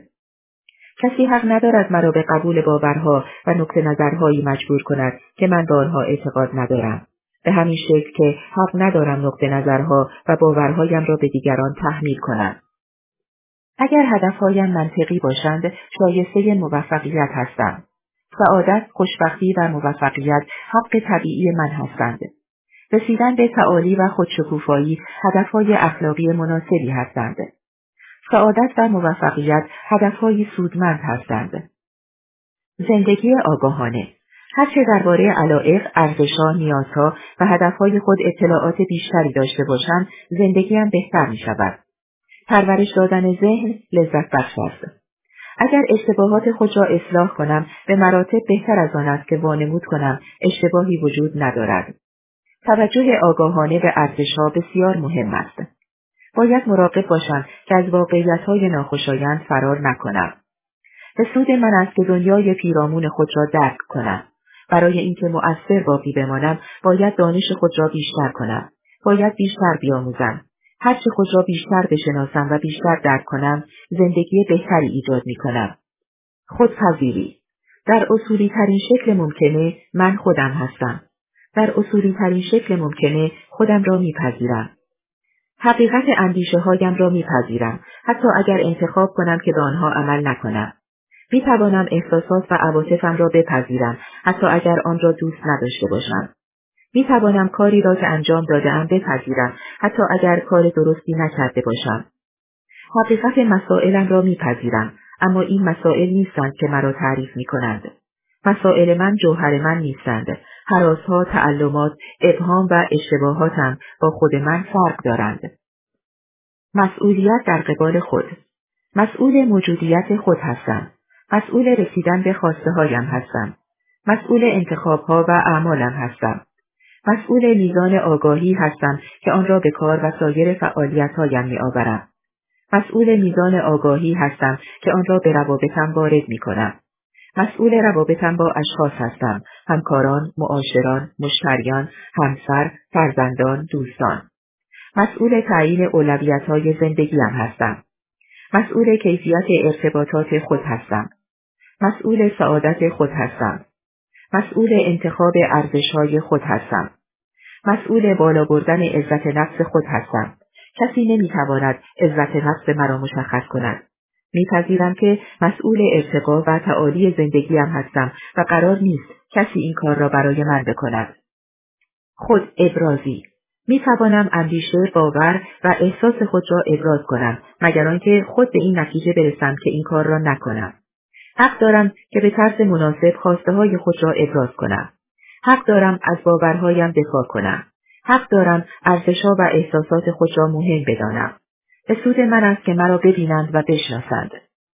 کسی حق ندارد مرا به قبول باورها و نقطه نظرهایی مجبور کند که من به آنها اعتقاد ندارم. به همین شکل که حق ندارم نقطه نظرها و باورهایم را به دیگران تحمیل کنم. اگر هدفهایم منطقی باشند، شایسته موفقیت هستم. سعادت، خوشبختی و موفقیت حق طبیعی من هستند. رسیدن به تعالی و خودشکوفایی هدفهای اخلاقی مناسبی هستند. سعادت و موفقیت هدفهای سودمند هستند. زندگی آگاهانه. هرچه درباره علایق، ارزش‌ها، نیازها و هدفهای خود اطلاعات بیشتری داشته باشم، زندگیم بهتر می‌شود. پرورش دادن ذهن لذت بخش است. اگر اشتباهات خود را اصلاح کنم، به مراتب بهتر از آن است که وانمود کنم اشتباهی وجود ندارد. توجه آگاهانه به ارزش‌ها بسیار مهم است. باید مراقب باشم که از واقعیت‌های ناخوشایند فرار نکنم. به سود من است که دنیای پیرامون خود را درک کنم. برای اینکه مؤثر باقی بمانم، باید دانش خود را بیشتر کنم. باید بیشتر بیاموزم. هرچه خود را بیشتر بشناسم و بیشتر درک کنم، زندگی بهتری ایجاد می‌کنم. خودپذیری. در اصولی ترین شکل ممکنه من خودم هستم. در اصولی ترین شکل ممکنه خودم را میپذیرم. حقیقت اندیشه هایم را میپذیرم، حتی اگر انتخاب کنم که به آنها عمل نکنم. میتوانم احساسات و عواطفم را بپذیرم، حتی اگر آن را دوست نداشته باشم. میتوانم کاری را که انجام داده‌ام بپذیرم، حتی اگر کار درستی نکرده باشم. حقیقت مسائلم را میپذیرم، اما این مسائل نیستند که مرا تعریف میکنند. مسائل من جوهر من نیستند. هراس‌ها، تعلمات، ابهام و اشتباهاتم با خود من فرق دارند. مسئولیت در قبال خود. مسئول موجودیت خود هستم. مسئول رسیدن به خواسته هایم هستم. مسئول انتخاب‌ها و اعمالم هستم. مسئول میزان آگاهی هستم که آن را به کار و سایر فعالیت‌هایم می‌آورم. مسئول میزان آگاهی هستم که آن را به روابطم وارد می‌کنم. مسئول روابطم با اشخاص هستم، همکاران، معاشران، مشتریان، همسر، فرزندان، دوستان. مسئول تعیین اولویت‌های زندگیم هستم. مسئول کیفیت ارتباطات خود هستم. مسئول سعادت خود هستم. مسئول انتخاب ارزش‌های خود هستم. مسئول بالا بردن عزت نفس خود هستم. کسی نمی‌تواند عزت نفس مرا مشخص کند. می‌پذیرم که مسئول ارتقا و تعالی زندگیم هستم و قرار نیست کسی این کار را برای من بکند. خود ابرازی. می‌توانم اندیشه، باور و احساس خود را ابراز کنم، مگر آنکه خود به این نتیجه برسم که این کار را نکنم. حق دارم که به طرز مناسب خواسته‌های خود را ابراز کنم. حق دارم از باورهایم دفاع کنم. حق دارم ارزش‌ها و احساسات خود را مهم بدانم. به سود من است که مرا ببینند و بشناسند.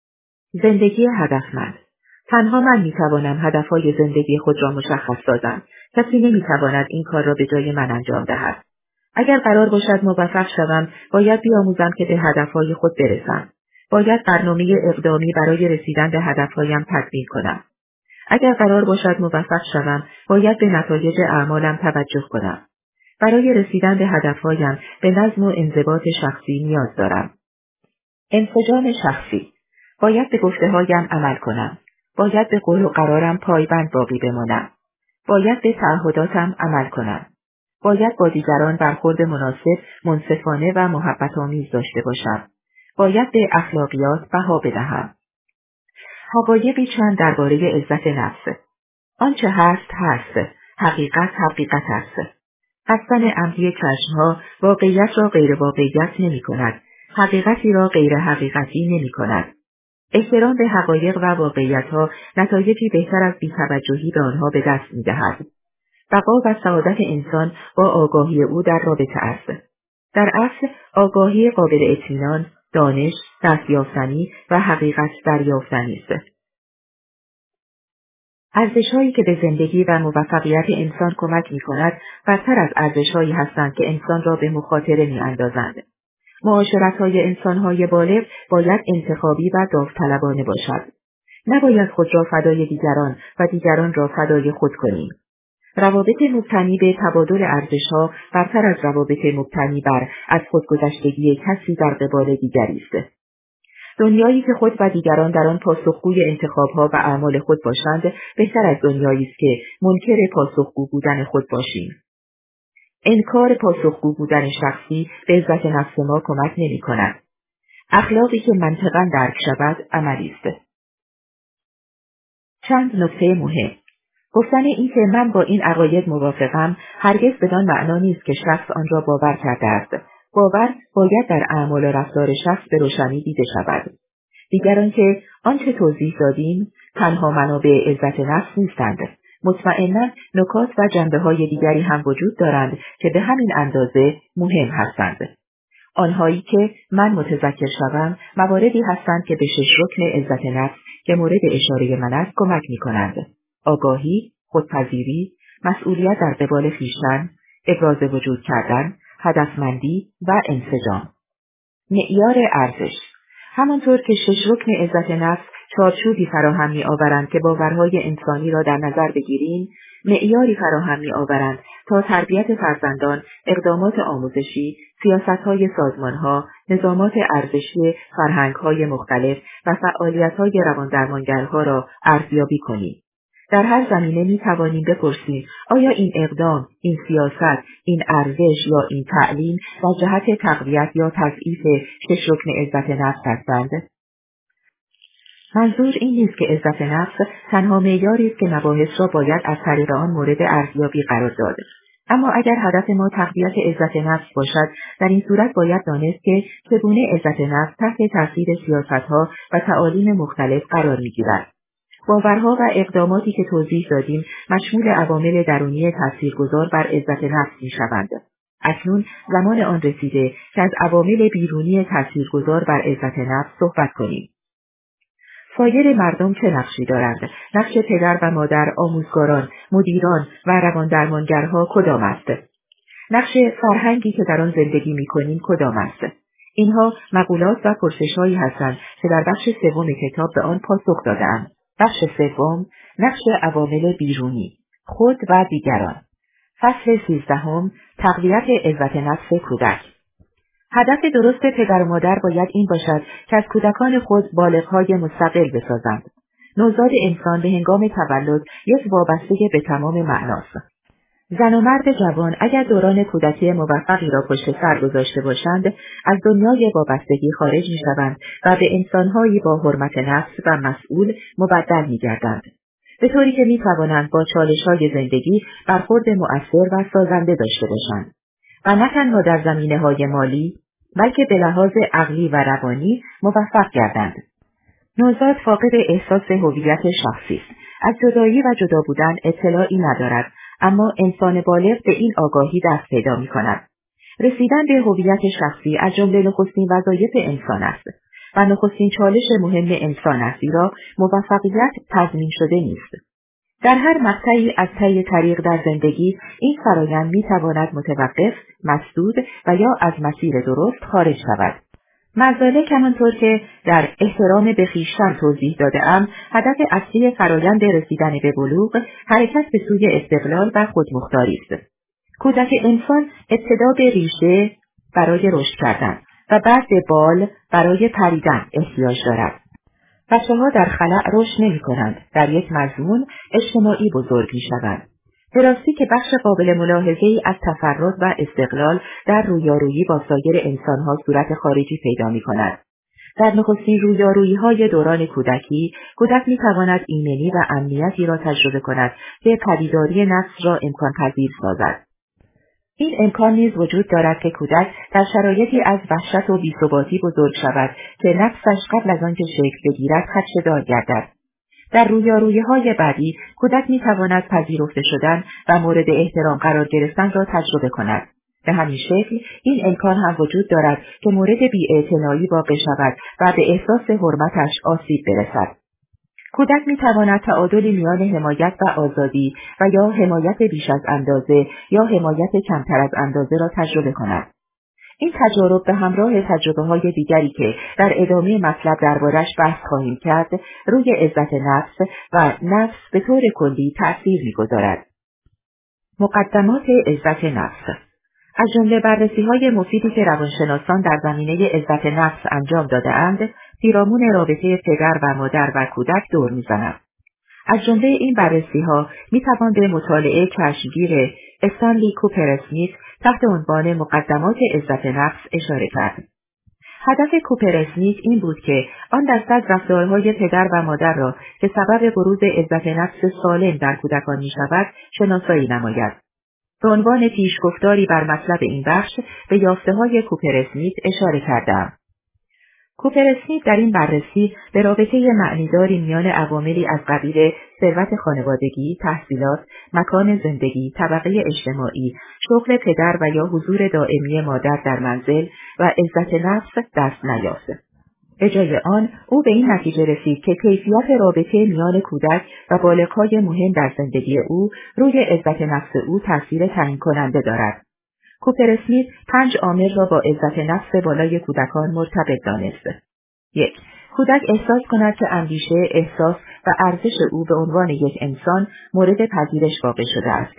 زندگی هدفمند. تنها من میتوانم هدفهای زندگی خود را مشخص سازم. کسی نمیتواند این کار را به جای من انجام دهد. اگر قرار باشد موفق شوم، باید بیاموزم که به هدفهای خود برسم. باید برنامه اقدامی برای رسیدن به هدفهایم تدوین کنم. اگر قرار باشد موفق شوم، باید به نتایج اعمالم توجه کنم. برای رسیدن به هدفهایم به نظم و انضباط شخصی نیاز دارم. انسجام شخصی. باید به گفته‌هایم عمل کنم. باید به قول و قرارم پایبند باقی بمانم. باید به تعهداتم عمل کنم. باید با دیگران برخورد مناسب، منصفانه و محبت‌آمیز داشته باشم. باید به اخلاقیات بها بدهم. حقایقی چند درباره عزت نفس. آنچه هست هست. حقیقت است. بستن عمدی چشمها واقعیت را غیر واقعیت نمی کند. حقیقتی را غیر حقیقتی نمی کند. احترام به حقایق و واقعیت‌ها نتایجی بهتر از بی‌توجهی به آنها به دست می‌دهد. بقا و سعادت انسان با آگاهی او در رابطه است. در اصل آگاهی قابل اطمینان، دانش، دستیافتنی و حقیقت دریافتنی است. ارزش‌هایی که به زندگی و موفقیت انسان کمک می‌کند، برتر از ارزش‌هایی هستند که انسان را به مخاطره می‌اندازند. معاشرت‌های انسان‌های بالغ باید انتخابی و داوطلبانه باشد. نباید خود را فدای دیگران و دیگران را فدای خود کنیم. روابط مبتنی به تبادل ارزش‌ها برتر از روابط مبتنی بر از خودگذشتگی کسی در قبال دیگری است. دنیایی که خود و دیگران در آن پاسخگوی انتخاب‌ها و اعمال خود باشند، بهتر از دنیایی است که منکر پاسخگو بودن خود باشیم. انکار پاسخگو بودن شخصی به عزت نفس ما کمک نمی‌کند. اخلاقی که منطقاً درک شود عملی است. چند نکته مهم. گفتن این که من با این عقاید موافقم هرگز بدان معنا نیست که شخص آن را باور کرده است. باور باید در اعمال و رفتار شخص به روشنی دیده شود. دیگران که آنچه توضیح دادیم تنها منابع عزت نفس نیستند. مطمئناً نکات و جنبه‌های دیگری هم وجود دارند که به همین اندازه مهم هستند. آنهایی که من متذکر شوم مواردی هستند که به 6 رکن عزت نفس که مورد اشاره من است کمک می‌کنند. آگاهی، خودپذیری، مسئولیت در قبال خویشتن، ابراز وجود کردن، هدفمندی و انسجام. معیار ارزش. همانطور که 6 رکن عزت نفس چارچوبی فراهم می‌آورند که باورهای انسانی را در نظر بگیریم، معیاری فراهم می‌آورند تا تربیت فرزندان، اقدامات آموزشی، سیاست‌های سازمان‌ها، نظامات ارزشی فرهنگ‌های مختلف و فعالیت‌های رواندرمانگرها را ارزیابی کنیم. در هر زمینه می توانیم بپرسیم آیا این اقدام، این سیاست، این ارزش یا این تعلیم در جهت تقویت یا تضعیف 6 رکن عزت نفس هستند؟ منظور این نیست که عزت نفس تنها معیاری است که مباحث را باید از طریق آن مورد ارزیابی قرار داد. اما اگر هدف ما تقویت عزت نفس باشد، در این صورت باید دانست که چگونه عزت نفس تحت تاثیر سیاست‌ها و تعالیم مختلف قرار می‌گیرد. باورها و اقداماتی که توضیح دادیم مشمول عوامل درونی تاثیرگذار بر عزت نفس می‌شوند. اکنون زمان آن رسیده که از عوامل بیرونی تاثیرگذار بر عزت نفس صحبت کنیم. سایر مردم چه نقشی دارند؟ نقش پدر و مادر، آموزگاران، مدیران و رواندرمانگرها کدام است؟ نقش فرهنگی که در آن زندگی می‌کنیم کدام است؟ اینها مقولات و پرسش‌هایی هستند که در بخش 3 کتاب به آن پاسخ داده‌ام. بخش 3 نقش عوامل بیرونی، خود و دیگران. فصل 13 تقویت عزت نفس کودک. هدف درست پدر و مادر باید این باشد که از کودکان خود بالغ‌های مستقل بسازند. نوزاد انسان به هنگام تولد یک وابستگی به تمام معناست. زن و مرد جوان اگر دوران کودکی موفقی را پشت سر گذاشته باشند، از دنیای وابستگی خارج می‌شوند و به انسان‌هایی با حرمت نفس و مسئول مبدل می‌گردند. به طوری که می‌توانند با چالش‌های زندگی برخورد مؤثر و سازنده داشته باشند. و نه تنها در زمینه‌های مالی، بلکه به لحاظ عقلی و روانی موفق گردند. نوزاد فاقد احساس هویت شخصی است. از جدایی و جدا بودن اطلاعی ندارد، اما انسان بالغ به این آگاهی دست پیدا می‌کند. رسیدن به هویت شخصی از جمله نخستین وظایف انسان است و نخستین چالش مهم انسان است، زیرا موفقیت تضمین شده نیست. در هر مقطعی از طی طریق در زندگی این فرایند می‌تواند متوقف، مسدود و یا از مسیر درست خارج شود. مزالک همانطور که در احترام به خویشتن توضیح داده‌ام، هدف اصلی فرایند رسیدن به بلوغ حرکت به سوی استقلال و خودمختاری است. کودک انسان ابتدا به ریشه برای رشد کردن و بعد به بال برای پریدن احتیاج دارد. بچه‌ها در خلأ رشد نمی‌کنند، در یک مضمون اجتماعی بزرگ می‌شوند. به راستی که بخش قابل ملاحظه‌ای از تفرد و استقلال در رویارویی با سایر انسان‌ها صورت خارجی پیدا می‌کند. در نخستین رویارویی‌های دوران کودکی، کودک می‌تواند ایمنی و امنیتی را تجربه کند که پدیداری نفس را امکان پذیر سازد. این امکان نیز وجود دارد که کودک در شرایطی از وحشت و بی‌ثباتی بزرگ شود که نفسش قبل از آنکه شکل بگیرد خدشه‌دار گردد. در رویارویی‌های بعدی کودک می‌تواند پذیرفته شدن و مورد احترام قرار گرفتن را تجربه کند. به همین شکل این امکان هم وجود دارد که مورد بی‌اعتنایی واقع شود و به احساس حرمتش آسیب برسد. کودک می‌تواند تعادلی میان حمایت و آزادی و یا حمایت بیش از اندازه یا حمایت کمتر از اندازه را تجربه کند. این تجارب به همراه تجربه‌های دیگری که در ادامه مطلب دربارش بحث خواهیم کرد، روی عزت نفس و نفس به طور کلی تأثیر می‌گذارد. مقدمات عزت نفس. از جمله بررسی‌های مفیدی که روانشناسان در زمینه عزت نفس انجام داده‌اند، پیرامون رابطه پدر و مادر و کودک دور می‌زند. از جمله این بررسی‌ها می‌توان به مطالعه چشمگیر استنلی کوپر اسمیت تحت عنوان مقدمات عزت نفس اشاره کرد. هدف کوپر اسمیت این بود که آن دسته از رفتارهای پدر و مادر را که سبب بروز عزت نفس سالم در کودکان می‌شود، شناسایی نماید. به عنوان پیشگفتاری بر مطلب این بخش به یافته‌های کوپر اسمیت اشاره کردم. کوپر اسمیت در این بررسی به رابطه معنیداری میان عواملی از قبیل ثروت خانوادگی، تحصیلات، مکان زندگی، طبقه اجتماعی، شغل پدر و یا حضور دائمی مادر در منزل و عزت نفس دست نیافت. به جای آن، او به این نتیجه رسید که کیفیت رابطه میان کودک و بالغ‌های مهم در زندگی او روی عزت نفس او تأثیر تعیین کننده دارد. کوپر اسمیت 5 عامل را با عزت نفس بالای کودکان مرتبط دانست. 1. کودک احساس کند که اندیشه، احساس و ارزش او به عنوان یک انسان مورد پذیرش واقع شده است.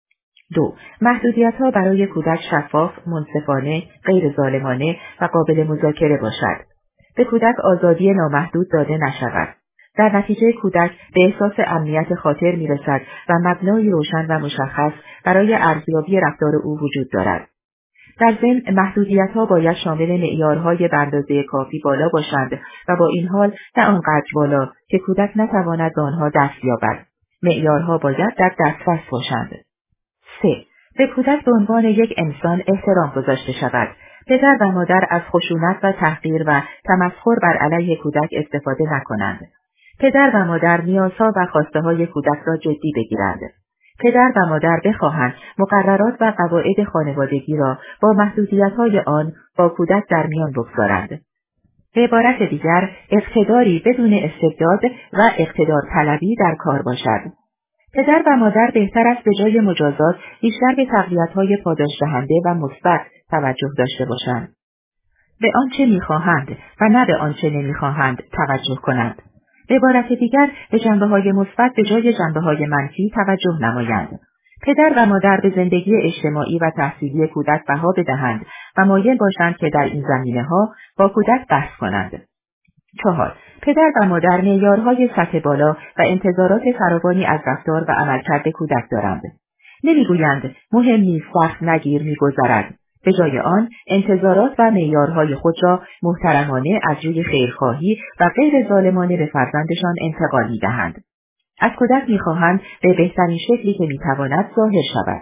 2. محدودیت‌ها برای کودک شفاف، منصفانه، غیر ظالمانه و قابل مذاکره باشد. به کودک آزادی نامحدود داده نشود. در نتیجه کودک به احساس امنیت خاطر می‌رسد و مبنایی روشن و مشخص برای ارزیابی رفتار او وجود دارد. در ضمن محدودیت‌ها باید شامل معیارهای به اندازه کافی بالا باشند و با این حال نه آنقدر بالا که کودک نتواند به آنها دست یابد. معیارها باید در دسترس باشند. 3. به کودک به عنوان یک انسان احترام گذاشته شود. پدر و مادر از خشونت و تحقیر و تمسخر بر علیه کودک استفاده نکنند. پدر و مادر نیازها و خواسته‌های کودک را جدی بگیرند. پدر و مادر بخواهند مقررات و قواعد خانوادگی را با محدودیت‌های آن با کودک در میان بگذارند. به عبارت دیگر، اقتداری بدون استبداد و اقتدار طلبی در کار باشد. پدر و مادر بهتر است به جای مجازات بیشتر به تقویت‌های پاداش دهنده و مثبت توجه داشته باشند. به آنچه می‌خواهند و نه به آنچه نمی‌خواهند توجه کنند. به عبارت دیگر به جنبه‌های مثبت به جای جنبه‌های منفی توجه نمایند. پدر و مادر به زندگی اجتماعی و تحصیلی کودک بها بدهند و مایل باشند که در این زمینه‌ها با کودک بحث کنند. 4. پدر و مادر معیارهای سطح بالا و انتظارات فراوانی از رفتار و عملکرد کودک دارند. نمیگویند مهم نیست، سخت نگیر، می‌گذرد. به جای آن انتظارات و معیارهای خود را محترمانه از روی خیرخواهی و غیر ظالمانه به فرزندشان انتقال می‌دهند. از کودک می‌خواهند به بهترین شکلی که می‌تواند ظاهر شود.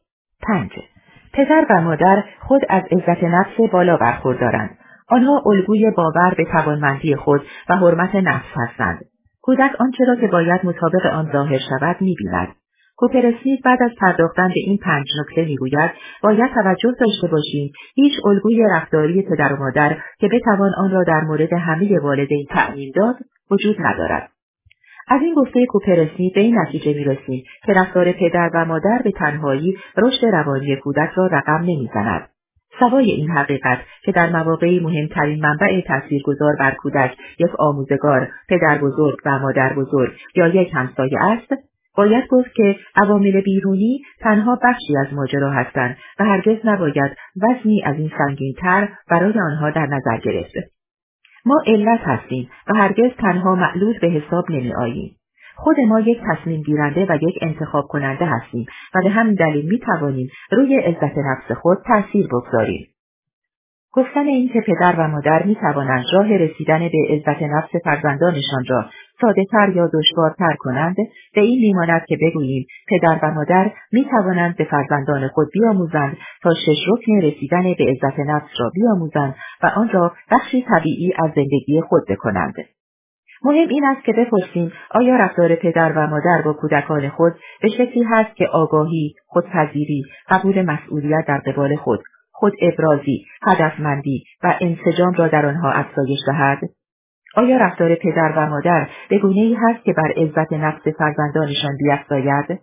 5. پدر و مادر خود از عزت نفس بالا برخوردارند. آنها الگوی باور به توانمندی خود و حرمت نفس هستند. کودک آنچه را که باید مطابق آن ظاهر شود می‌بیند. کوپر اسمیت بعد از پرداختن به این 5 نکته میگوید باید توجه داشته باشیم هیچ الگوی رفتاری پدر و مادر که بتوان آن را در مورد همه والدین تعمیم داد وجود ندارد. از این گفته کوپر اسمیت به این نتیجه می‌رسیم که رفتار پدر و مادر به تنهایی رشد روانی کودک را رقم نمی‌زند. سوای این حقیقت که در مواقعی مهمترین منبع تاثیرگذار بر کودک یک آموزگار، پدر بزرگ و مادر بزرگ یا یک همسایه است، باید گفت که عوامل بیرونی تنها بخشی از ماجرا هستند و هرگز نباید وزنی از این سنگین‌تر برای آنها در نظر گرفت. ما علت هستیم و هرگز تنها معلول به حساب نمی‌آییم. خود ما یک تصمیم گیرنده و یک انتخاب کننده هستیم و به همین دلیل می‌توانیم روی عزت نفس خود تأثیر بگذاریم. گفتن این که پدر و مادر می توانند راه رسیدن به عزت نفس فرزندانشان را ساده‌تر یا دشوارتر کنند، به این میماند که بگوییم پدر و مادر می توانند به فرزندان خود بیاموزند تا 6 رکن رسیدن به عزت نفس را بیاموزند و آن را بخشی طبیعی از زندگی خود بکنند. مهم این است که بپرسیم آیا رفتار پدر و مادر با کودکان خود به شکلی هست که آگاهی، خودپذیری، قبول مسئولیت در قبال خود ابرازی، هدفمندی و انسجام را در آنها افزایش دهد؟ آیا رفتار پدر و مادر به گونه‌ای هست که بر عزت نفس فرزندانشان بیفزاید؟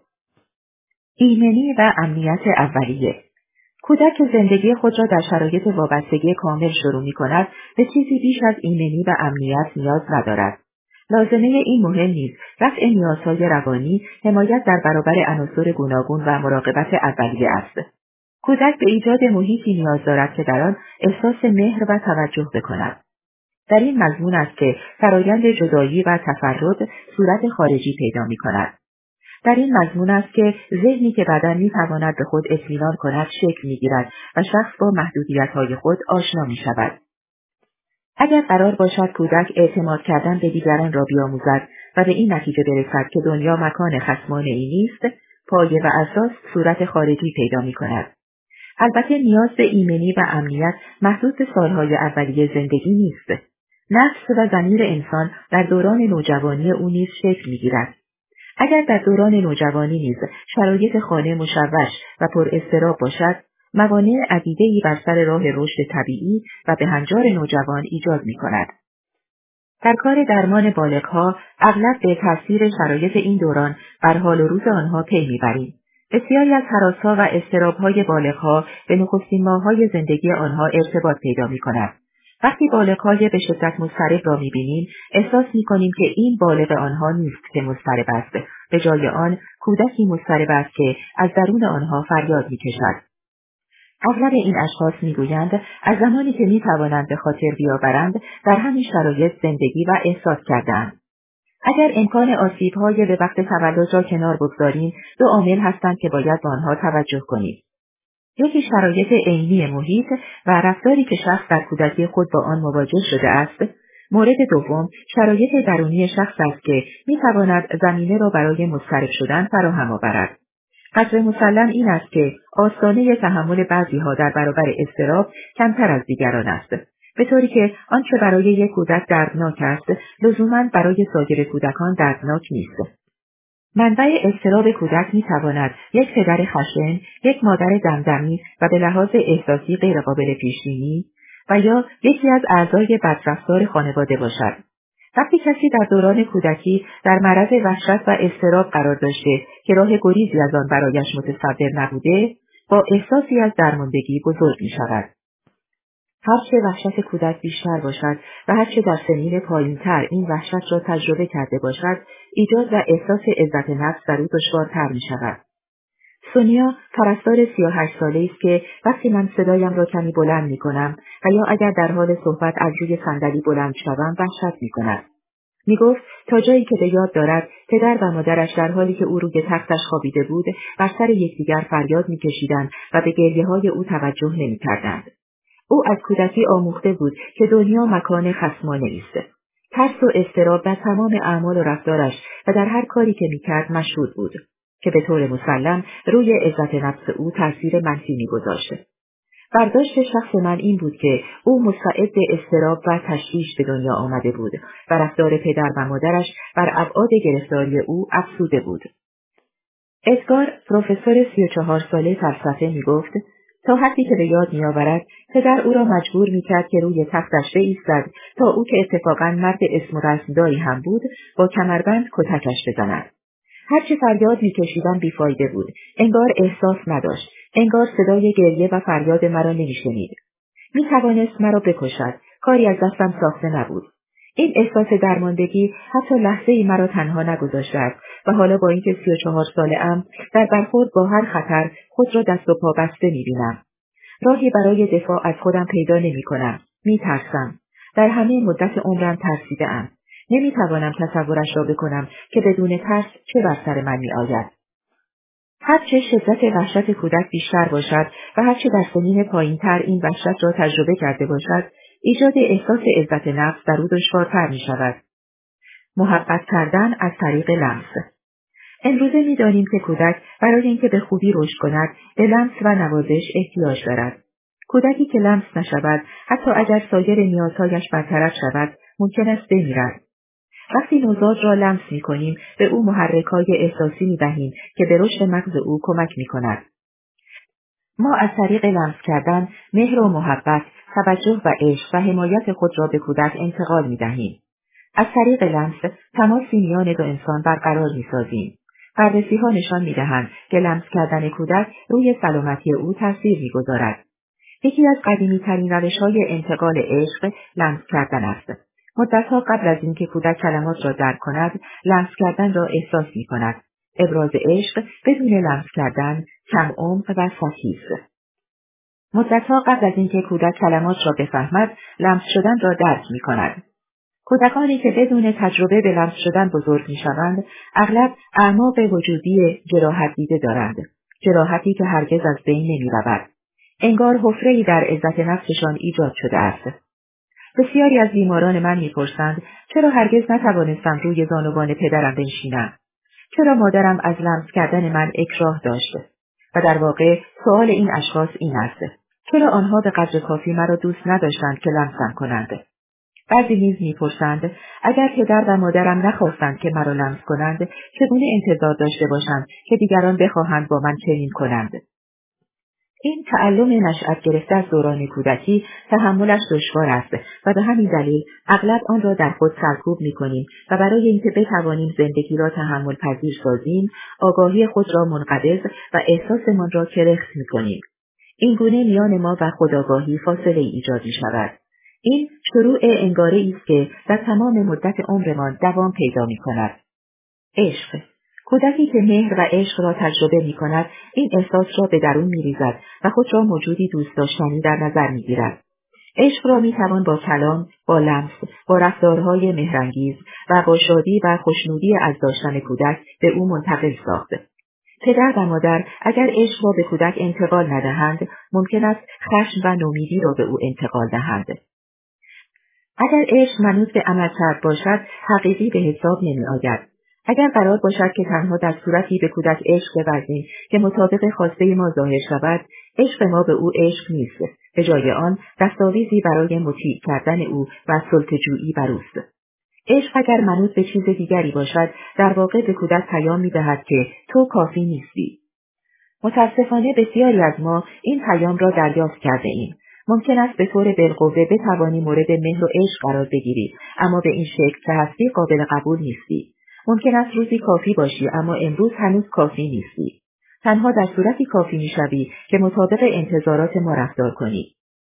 ایمنی و امنیت اولیه. کودک که زندگی خود را در شرایط وابستگی کامل شروع می‌کند، به چیزی بیش از ایمنی و امنیت نیاز ندارد. لازمه این مهم نیز رفع نیازهای روانی، حمایت در برابر عناصر گوناگون و مراقبت اولیه است. کودک به ایجاد محیطی نیاز دارد که در آن احساس مهر و توجه بکند. در این مضمون است که فرایند جدایی و تفرد صورت خارجی پیدا می‌کند. در این مضمون است که ذهنی که بعداً می‌تواند به خود اطمینان کند شکل می‌گیرد و شخص با محدودیت‌های خود آشنا می‌شود. اگر قرار باشد کودک اعتماد کردن به دیگران را بیاموزد و به این نتیجه برسد که دنیا مکان خصمانه‌ای نیست، پایه و اساس صورت خارجی پیدا می‌کند. البته نیاز به ایمنی و امنیت محدود به سالهای اولیه زندگی نیست. نفس و ضمیر انسان در دوران نوجوانی او نیز شکل می‌گیرد. اگر در دوران نوجوانی نیز شرایط خانه مشوش و پر اضطراب باشد، موانع عدیده‌ای بر سر راه رشد طبیعی و بهنجار نوجوان ایجاد می‌کند. در کار درمان بالغ‌ها اغلب به تاثیر شرایط این دوران بر حال و روز آنها پی می‌بریم. بسیاری از هراس‌ها و اضطراب‌های بالغ‌ها به نخستین ماه‌های زندگی آنها ارتباط پیدا می‌کند. وقتی بالغ‌های به شدت مضطرب را می‌بینیم، احساس می‌کنیم که این بالغ آنها نیست که مضطرب است. به جای آن، کودکی مضطرب است که از درون آنها فریاد می‌کشد. اغلب این اشخاص می‌گویند از زمانی که می‌توانند به خاطر بیاورند، در همین شرایط زندگی و احساس کردند. اگر امکان آسیب‌های به وقت تولد را کنار بگذاریم، 2 عامل هستند که باید به آنها توجه کنیم. یکی شرایط عینی محیط و رفتاری که شخص در کودکی خود با آن مواجه شده است. مورد دوم، شرایط درونی شخص است که می‌تواند زمینه را برای مضطرب شدن فراهم آورد. قدر مسلم این است که آستانه تحمل بعضی‌ها در برابر اضطراب کمتر از دیگران است، به طوری که آنچه برای یک کودک دردناک است، لزوماً برای سایر کودکان دردناک نیست. منبع اضطراب کودک می‌تواند یک پدر خشن، یک مادر دمدمی و به لحاظ احساسی غیرقابل پیش‌بینی و یا یکی از اعضای بدرفتار خانواده باشد. وقتی کسی در دوران کودکی در معرض وحشت و اضطراب قرار داشته که راه گریزی از آن برایش متصور نبوده، با احساسی از درماندگی بزرگ می‌شود. هرچه وحشت کودک بیشتر باشد و هرچه در سنین پایین‌تر این وحشت را تجربه کرده باشد، ایجاد و احساس عزت نفس در او دشوارتر می‌شود. سونیا پرستار 38 ساله‌ای است که وقتی من صدایم را کمی بلند می‌کنم و یا اگر در حال صحبت از روی صندلی بلند شوم وحشت می‌کند. می‌گفت تا جایی که به یاد دارد پدر و مادرش در حالی که او روی تختش خوابیده بود بر سر یکدیگر فریاد می‌کشیدند و به گریه‌های او توجه نمی‌کردند. او از کودکی آموخته بود که دنیا مکان خصمانه است. ترس و اضطراب در تمام اعمال و رفتارش و در هر کاری که می‌کرد مشهود بود که به طور مسلم روی عزت نفس او تاثیر منفی می‌گذاشت. برداشت شخص من این بود که او مستعد اضطراب و تشویش به دنیا آمده بود و رفتار پدر و مادرش بر ابعاد گرفتاری او افزوده بود. ادگار، پروفسور 34 ساله فلسفه می‌گفت تا حدی که به یاد می‌آورد پدر او را مجبور می‌کرد که روی تختش بایستد تا او که اتفاقاً مرد اسم و رسمداری هم بود با کمربند کتکش بزند. هرچه فریاد می‌کشیدم بیفایده بود. انگار احساس نداشت. انگار صدای گریه و فریاد مرا نمی‌شنید. می‌توانست مرا بکشد. کاری از دستم ساخته نبود. این احساس درماندگی حتی لحظه‌ای مرا تنها نگذاشته است و حالا با اینکه 34 ساله‌ام در برخورد با هر خطر خود را دست و پا بسته می‌بینم. راهی برای دفاع از خودم پیدا نمی‌کنم. می‌ترسم. در همه مدت عمرم ترسیده‌ام. نمی‌توانم تصورش را بکنم که بدون ترس چه بر سر من می‌آید. هرچه شدت وحشت کودک بیشتر باشد و هرچه در سنین پایین‌تر این وحشت را تجربه کرده باشد، ایجاد احساس عزت نفس در او دشوارتر می‌شود. محبت کردن از طریق لمس. امروزه می‌دانیم که کودک برای اینکه به خوبی رشد کند، به لمس و نوازش احتیاج دارد. کودکی که لمس نشود، حتی اگر سایر نیازهایش برطرف شود، ممکن است بمیرد. وقتی نوزاد را لمس می‌کنیم، به او محرک‌های احساسی می‌دهیم که به رشد مغز او کمک می‌کند. ما از طریق لمس کردن، مهر و محبت، توجه و عشق و حمایت خود را به کودک انتقال می‌دهیم. از طریق لمس، تماسی میان دو انسان برقرار می‌سازیم. بررسی‌ها نشان می‌دهند که لمس کردن کودک روی سلامتی او تأثیر می‌گذارد. یکی از قدیمی‌ترین روش‌های انتقال عشق لمس کردن است. مدت‌ها قبل از اینکه کودک کلمات را درک کند، لمس کردن را احساس می‌کند. ابراز عشق بدون لمس کردن کم عمق و سطحی است. مدت‌ها قبل از اینکه کودک کلمات را بفهمد، لمس شدن را درک می‌کند. کودکانی که بدون تجربه به لمس شدن بزرگ می‌شوند، اغلب اعماق وجودی جراحت دیده دارند. جراحتی که هرگز از بین نمی‌رود. انگار حفره‌ای در عزت نفسشان ایجاد شده است. بسیاری از بیماران من می‌پرسند چرا هرگز نتوانستم روی زانوان پدرم بنشینم؟ چرا مادرم از لمس کردن من اکراه داشت؟ و در واقع سؤال این اشخاص این است: چرا آنها به قدر کافی مرا دوست نداشتند که لمسم کنند؟ بعضی نیز می‌پرسند اگر پدر و مادرم نخواستند که مرا لمس کنند، چگونه انتظار داشته باشند که دیگران بخواهند با من چنین کنند؟ این تعلم نشأت گرفته از دوران کودکی تحملش دشوار است و به همین دلیل اغلب آن را در خود سرکوب می‌کنیم و برای اینکه بتوانیم زندگی را تحمل پذیر سازیم، آگاهی خود را منقبض و احساسمان را کرخت می‌کنیم. این گونه میان ما و خودآگاهی فاصله ایجاد می‌شود. این شروع انگاره‌ای است که در تمام مدت عمرمان دوام پیدا می‌کند. عشق. کودکی که مهر و عشق را تجربه می‌کند، این احساس را به درون می‌ریزد و خود را موجودی دوست داشتنی در نظر می‌گیرد. عشق را می‌توان با کلام، با لمس، با رفتارهای مهرانگیز و با شادی و خوشنودی از داشتن کودک به او منتقل ساخت. پدر و مادر اگر عشق را به کودک انتقال ندهند، ممکن است خشم و نومیدی را به او انتقال دهند. اگر عشق منوط به عملکرد باشد، حقیقی به حساب نمی‌آید. اگر قرار باشد که تنها در صورتی به کودک عشق بورزیم که مطابق خواسته ما ظاهر شود، عشق ما به او عشق نیست. به جای آن دستاویزی برای مطیع کردن او و سلطه‌جویی بر اوست. عشق اگر منوط به چیز دیگری باشد، در واقع به کودک پیام می‌دهد که تو کافی نیستی. متاسفانه بسیاری از ما این پیام را دریافت کرده ایم. ممکن است به طور بالقوه بتوانی مورد مهر و عشق قرار بگیری، اما به این شکل که هستی قابل قبول نیستی. ممکن است روزی کافی باشی، اما امروز هنوز کافی نیستی. تنها در صورتی کافی میشوی که مطابق انتظارات ما رفتار کنی.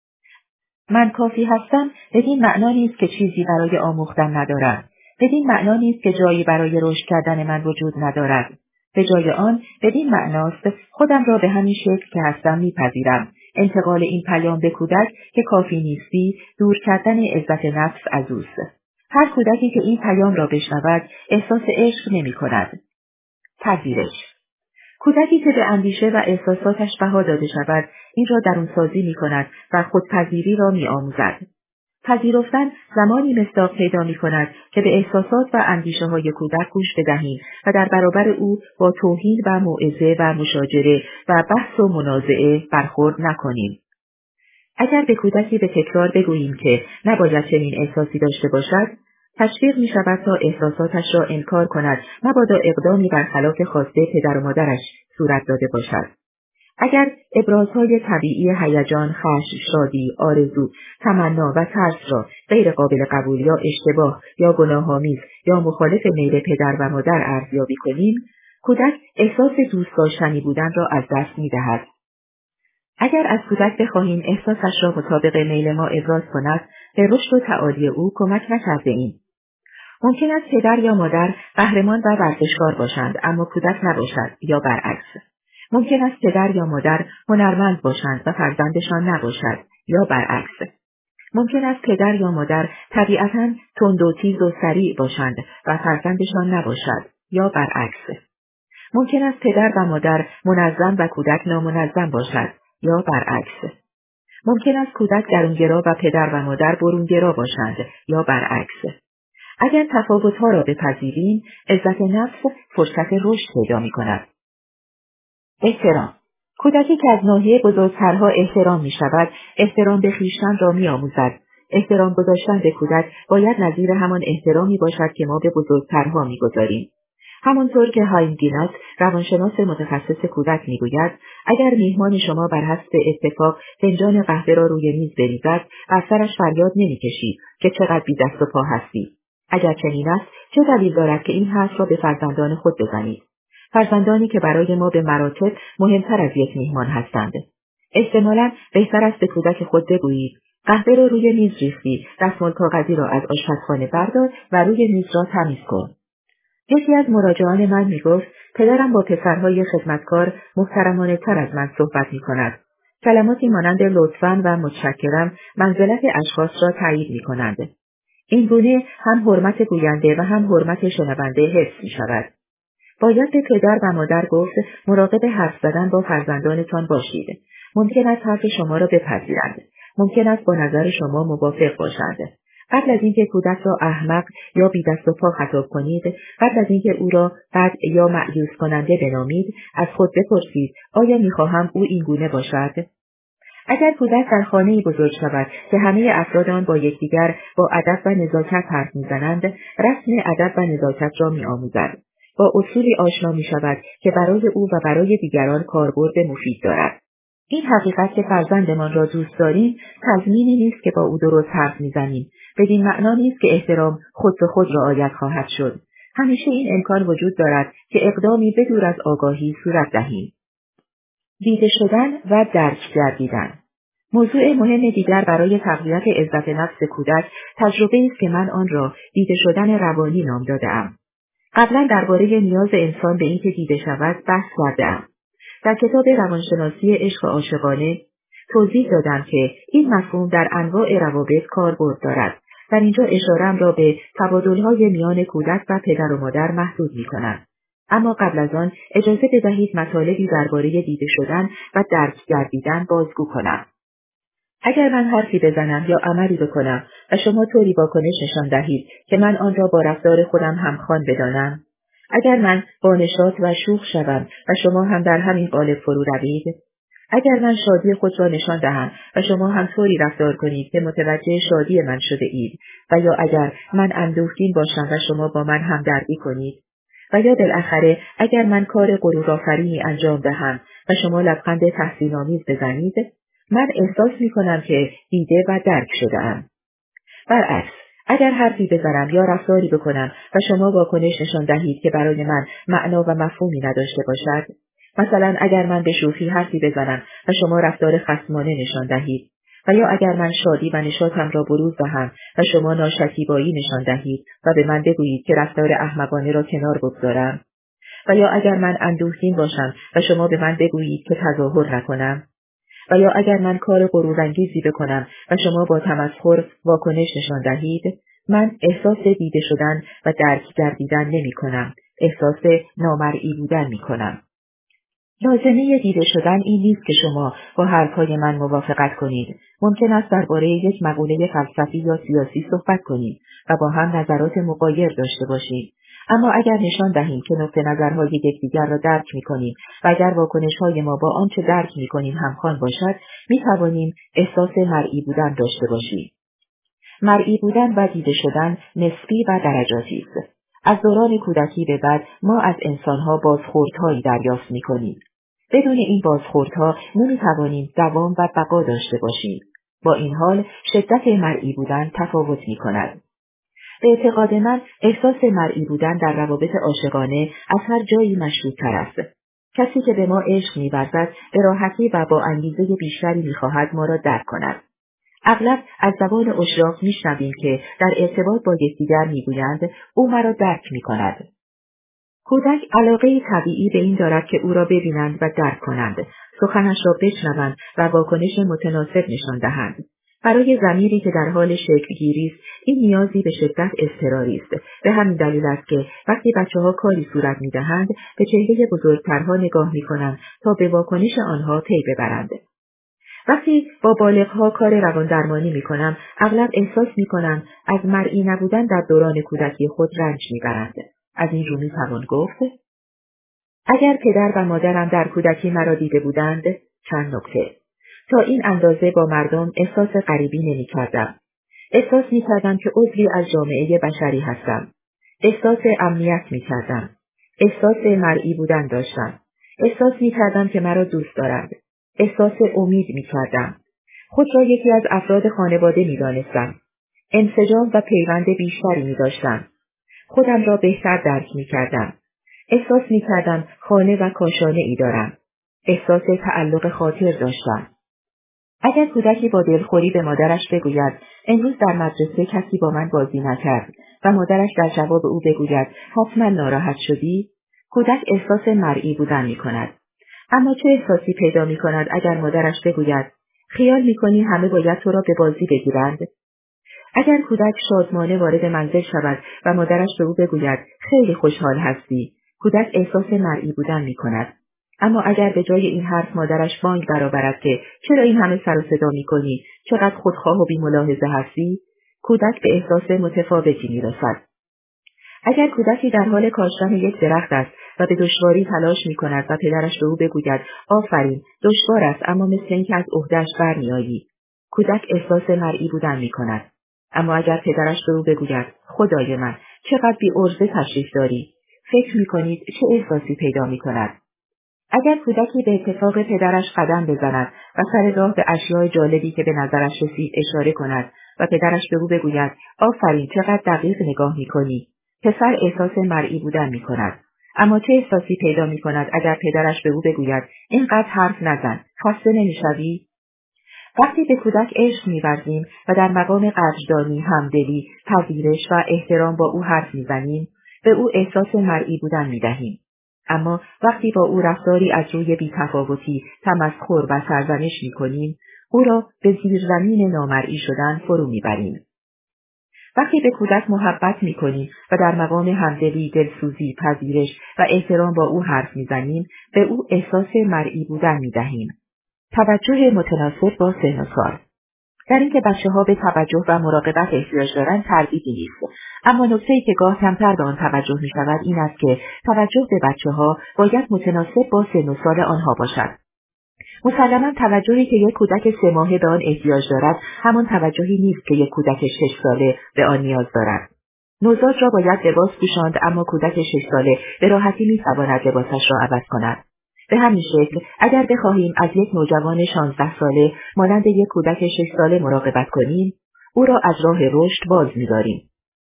من کافی هستم بدین معنا نیست که چیزی برای آموختن ندارم. بدین معنا نیست که جایی برای رشد کردن من وجود ندارد. به جای آن بدین معناست خودم را به همین شکل که هستم میپذیرم. انتقال این پیام به کودک که کافی نیستی، دور کردن عزت نفس از اوست. هر کودکی که این پیام را بشنود، احساس عشق نمی کند. پذیرش. کودکی که به اندیشه و احساساتش بها داده شود، این را درونسازی می کند و خودپذیری را می آموزد. پذیرفتن زمانی مصداق پیدا می کند که به احساسات و اندیشه های کودک گوش بدهیم و در برابر او با توهین و موعظه و مشاجره و بحث و منازعه برخورد نکنیم. اگر به کودکی به تکرار بگوییم که نباید چنین احساسی داشته باشد، تشویق می شود تا احساساتش را انکار کند، مبادا اقدامی برخلاف خواسته پدر و مادرش صورت داده باشد. اگر ابرازهای طبیعی هیجان، خشم، شادی، آرزو، تمنا و ترس را غیر قابل قبول یا اشتباه یا گناه‌آمیز یا مخالف میل پدر و مادر ارزیابی کنیم، کودک احساس دوست داشتنی بودن را از دست می دهد. اگر از کودک بخواهیم احساسش را مطابق میل ما ابراز کند، به رشد و تعالی او کمک نکرده ایم. ممکن است پدر یا مادر قهرمان و ورزشکار باشند، اما کودک نباشد یا برعکس. ممکن است پدر یا مادر هنرمند باشند و فرزندشان نباشد یا برعکس. ممکن است پدر یا مادر طبیعتاً تند و تیز و سریع باشند و فرزندشان نباشد یا برعکس. ممکن است پدر و مادر منظم و کودک نامنظم باشد یا برعکس. ممکن است کودک درونگرا و پدر و مادر برونگرا باشند یا برعکس. اگر تفاوت‌ها را بپذیریم، عزت نفس فرصت رشد پیدا می‌کند. احترام. کودکی که از ناحیه بزرگترها احترام می‌شود، احترام به خویشتن را می‌آموزد. احترام گذاشتن به کودک باید نظیر همان احترامی باشد که ما به بزرگترها می‌گذاریم. همانطور که هاینگینات روانشناس متخصص کودک میگوید، اگر میهمان شما بر حسب اتفاق فنجان قهوه را روی میز بریزد، بر سرش فریاد نمیکشید که چقدر بی دست و پا هستی. اگر چنین است، چه دلیل دارد که این حرف را به فرزندان خود بزنید؟ فرزندانی که برای ما به مراتب مهمتر از یک میهمان هستند. احتمالاً بهتر است به کودک خود بگویید: قهوه را روی میز ریختی، دستمال کاغذی را از آشپزخانه بردار و روی میز را تمیز کن. یکی از مراجعان من میگفت پدرم با پسرهای خدمتکار محترمانه تر از من صحبت میکند. کلماتی مانند لطفاً و متشکرم منزلت اشخاص را تایید میکنند. این گونه هم حرمت گوینده و هم حرمت شنونده حفظ میشود. باید به پدر و مادر گفت مراقب حرف زدن با فرزندانتان باشید. ممکن است حرف شما را بپذیرند. ممکن است با نظر شما موافق باشند. قبل از اینکه کودک را احمق یا بی دست و پا خطاب کنید، قبل از اینکه او را بد یا مایوس کننده بنامید، از خود بپرسید آیا می‌خواهم او این گونه باشد؟ اگر کودک در خانه‌ای بزرگ شود که همه افراد آن با یکدیگر با ادب و نزاکت حرف می‌زنند، رسم ادب و نزاکت را می‌آموزد. با اصولی آشنا می‌شود که برای او و برای دیگران کاربرد مفید دارد. این حقیقت که فرزندمان را دوست داریم تضمینی نیست که با او درست حرف می‌زنیم. بدین معنا نیست که احترام خود به خود رعایت خواهد شد. همیشه این امکان وجود دارد که اقدامی بدور از آگاهی صورت دهیم. دیده شدن و درک گردیدن. موضوع مهم دیگر برای تقویت عزت نفس کودک تجربه است که من آن را دیده شدن روانی نام داده‌ام. قبلا درباره نیاز انسان به اینکه دیده شود بحث کرده‌ام. در کتاب روانشناسی عشق عاشقانه توضیح دادم که این مفهوم در انواع روابط کاربرد دارد. در اینجا اشاره‌ام را به تبادل‌های میان کودک و پدر و مادر محدود می‌کنم. اما قبل از آن اجازه بدهید مطالبی درباره دیده شدن و درک گردیدن بازگو کنم. اگر من حرفی بزنم یا عملی بکنم و شما طوری واکنش نشان دهید که من آن را با رفتار خودم همخوان بدانم، اگر من با نشاط و شوخ شوم و شما هم در همین قالب فرو روید، اگر من شادی خود را نشان دهم و شما هم طوری رفتار کنید که متوجه شادی من شده اید، و یا اگر من اندوهگین باشم و شما با من همدردی کنید، و یا بالاخره اگر من کار غرورآفرینی انجام دهم و شما لبخند تحسین‌آمیز بزنید، من احساس می‌کنم که دیده و درک شده‌ام. برعکس، اگر حرفی بزنم یا رفتاری بکنم و شما واکنش نشان دهید که برای من معنا و مفهومی نداشته باشد، مثلا اگر من به شوخی حرفی بزنم و شما رفتار خصمانه نشان دهید، و یا اگر من شادی و نشاطم را بروز دهم و شما ناشکیبایی نشان دهید و به من بگویید که رفتار احمقانه را کنار بگذارم، و یا اگر من اندوهگین باشم و شما به من بگویید که تظاهر نکنم، و یا اگر من کار غرورانگیزی بکنم و شما با تمسخر واکنش نشان دهید، من احساس دیده شدن و درک گردیدن نمی کنم. احساس نامرئی بودن می کنم. لازمه دیده شدن این نیست که شما با حرفهای من موافقت کنید. ممکن است درباره یک مقوله فلسفی یا سیاسی صحبت کنید و با هم نظرات مغایر داشته باشید. اما اگر نشان دهیم که نقطه نظرهای یکدیگر را درک می‌کنیم و اگر واکنش‌های ما با آنچه درک می‌کنیم همخوان باشد، می‌توانیم احساس مرئی بودن داشته باشیم. مرئی بودن و دیده شدن نسبی و درجاتی است. از دوران کودکی به بعد ما از انسان‌ها بازخوردهایی دریافت می‌کنیم. بدون این بازخوردها نمی‌توانیم دوام و بقا داشته باشیم. با این حال شدت مرئی بودن تفاوت می‌کند. به اعتقاد من احساس مرئی بودن در روابط عاشقانه از هر جایی مشروط‌تر است. کسی که به ما عشق می‌ورزد به راحتی و با انگیزه بیشتری می‌خواهد ما را درک کند. اغلب از زبان اشراق می‌شنویم که در ارتباط با یکدیگر می‌گویند او مرا درک می‌کند. کودک علاقه طبیعی به این دارد که او را ببینند و درک کنند، سخنش را بشنوند و واکنش متناسب نشان دهند. برای ضمیری که در حال شکل‌گیری است، این نیازی به شدت اضطراری است. به همین دلیل است که وقتی بچه‌ها کاری صورت می‌دهند، به چهره بزرگترها نگاه می‌کنند تا به واکنش آنها پی ببرند. وقتی با بالغ‌ها کار رواندرمانی می‌کنم، اغلب احساس می‌کنم از مرئی نبودن در دوران کودکی خود رنج می‌برند. از این رو می‌توان گفت اگر پدر و مادرم در کودکی مرا دیده بودند، چند نکته. تا این اندازه با مردم احساس غریبی نمی‌کردم. احساس می‌کردم که عضوی از جامعه بشری هستم. احساس امنیت می‌کردم. احساس مرئی بودن داشتم. احساس می‌کردم که مرا دوست دارند. احساس امید می‌کردم. خود را یکی از افراد خانواده می‌دانستم. انسجام و پیوند بیشتری می‌داشتم. خودم را بهتر درک می‌کردم. احساس می‌کردم خانه و کاشانه ای دارم. احساس تعلق خاطر داشتم. اگر کودکی با دلخوری به مادرش بگوید امروز در مدرسه کسی با من بازی نکرد و مادرش در جواب او بگوید حتما ناراحت شدی، کودک احساس مرئی بودن می‌کند. اما چه احساسی پیدا می‌کند اگر مادرش بگوید خیال می‌کنی همه باید تو را به بازی بگیرند؟ اگر کودک شادمانه وارد منزل شود و مادرش به او بگوید خیلی خوشحال هستی، کودک احساس مرئی بودن می‌کند. اما اگر به جای این حرف مادرش بانگ برآورد که چرا این همه سر و صدا می‌کنی، چقدر خودخواه و بی‌ملاحظه هستی، کودک به احساس متفاوتی می‌رسد. اگر کودکی در حال کاشتن یک درخت است و به دشواری تلاش می‌کند و پدرش به او بگوید آفرین، دشوار است اما مثل اینکه از عهده‌اش برمی‌آیی، کودک احساس مرئی بودن می‌کند. اما اگر پدرش به او بگوید خدای من چقدر بی‌عرضه تشریف داری، فکر می‌کنید چه احساسی پیدا می‌کند؟ اگر کودکی به اتفاق پدرش قدم بزند و سر راه به اشیاء جالبی که به نظرش رسید اشاره کند و پدرش به او بگوید آفرین چقدر دقیق نگاه می‌کنی، پسر احساس مرئی بودن می‌کند. اما چه احساسی پیدا می‌کند اگر پدرش به او بگوید اینقدر حرف نزن، خسته نمی‌شوی؟ وقتی به کودک عشق می‌ورزیم و در مقام قدردانی، همدلی، پذیرش و احترام با او حرف می‌زنیم، به او احساس مرئی بودن می‌دهیم. اما وقتی با او رفتاری از روی بی‌تفاوتی، تمسخر و سرزنش می‌کنیم، او را به زیرزمین نامرئی شدن فرو می‌بریم. وقتی به کودک محبت می‌کنیم و در مقام همدلی، دلسوزی، پذیرش و احترام با او حرف می‌زنیم، به او احساس مرئی بودن می‌دهیم. توجه متناسب با سن و سال. در اینکه بچه‌ها به توجه و مراقبت احتیاج دارند تردیدی نیست، اما نکته‌ای که گاه کمتر به آن توجه می‌شود این است که توجه به بچه‌ها باید متناسب با سن و سال آنها باشد. مسلماً توجهی که یک کودک 3 ماهه به آن احتیاج دارد همان توجهی نیست که یک کودک 6 ساله به آن نیاز دارد. نوزاد را باید لباس پوشاند اما کودک 6 ساله به راحتی می‌تواند لباسش را عوض کند. به همین شکل اگر بخواهیم از یک نوجوان 16 ساله مانند یک کودک 6 ساله مراقبت کنیم، او را از راه رشد باز می‌داریم.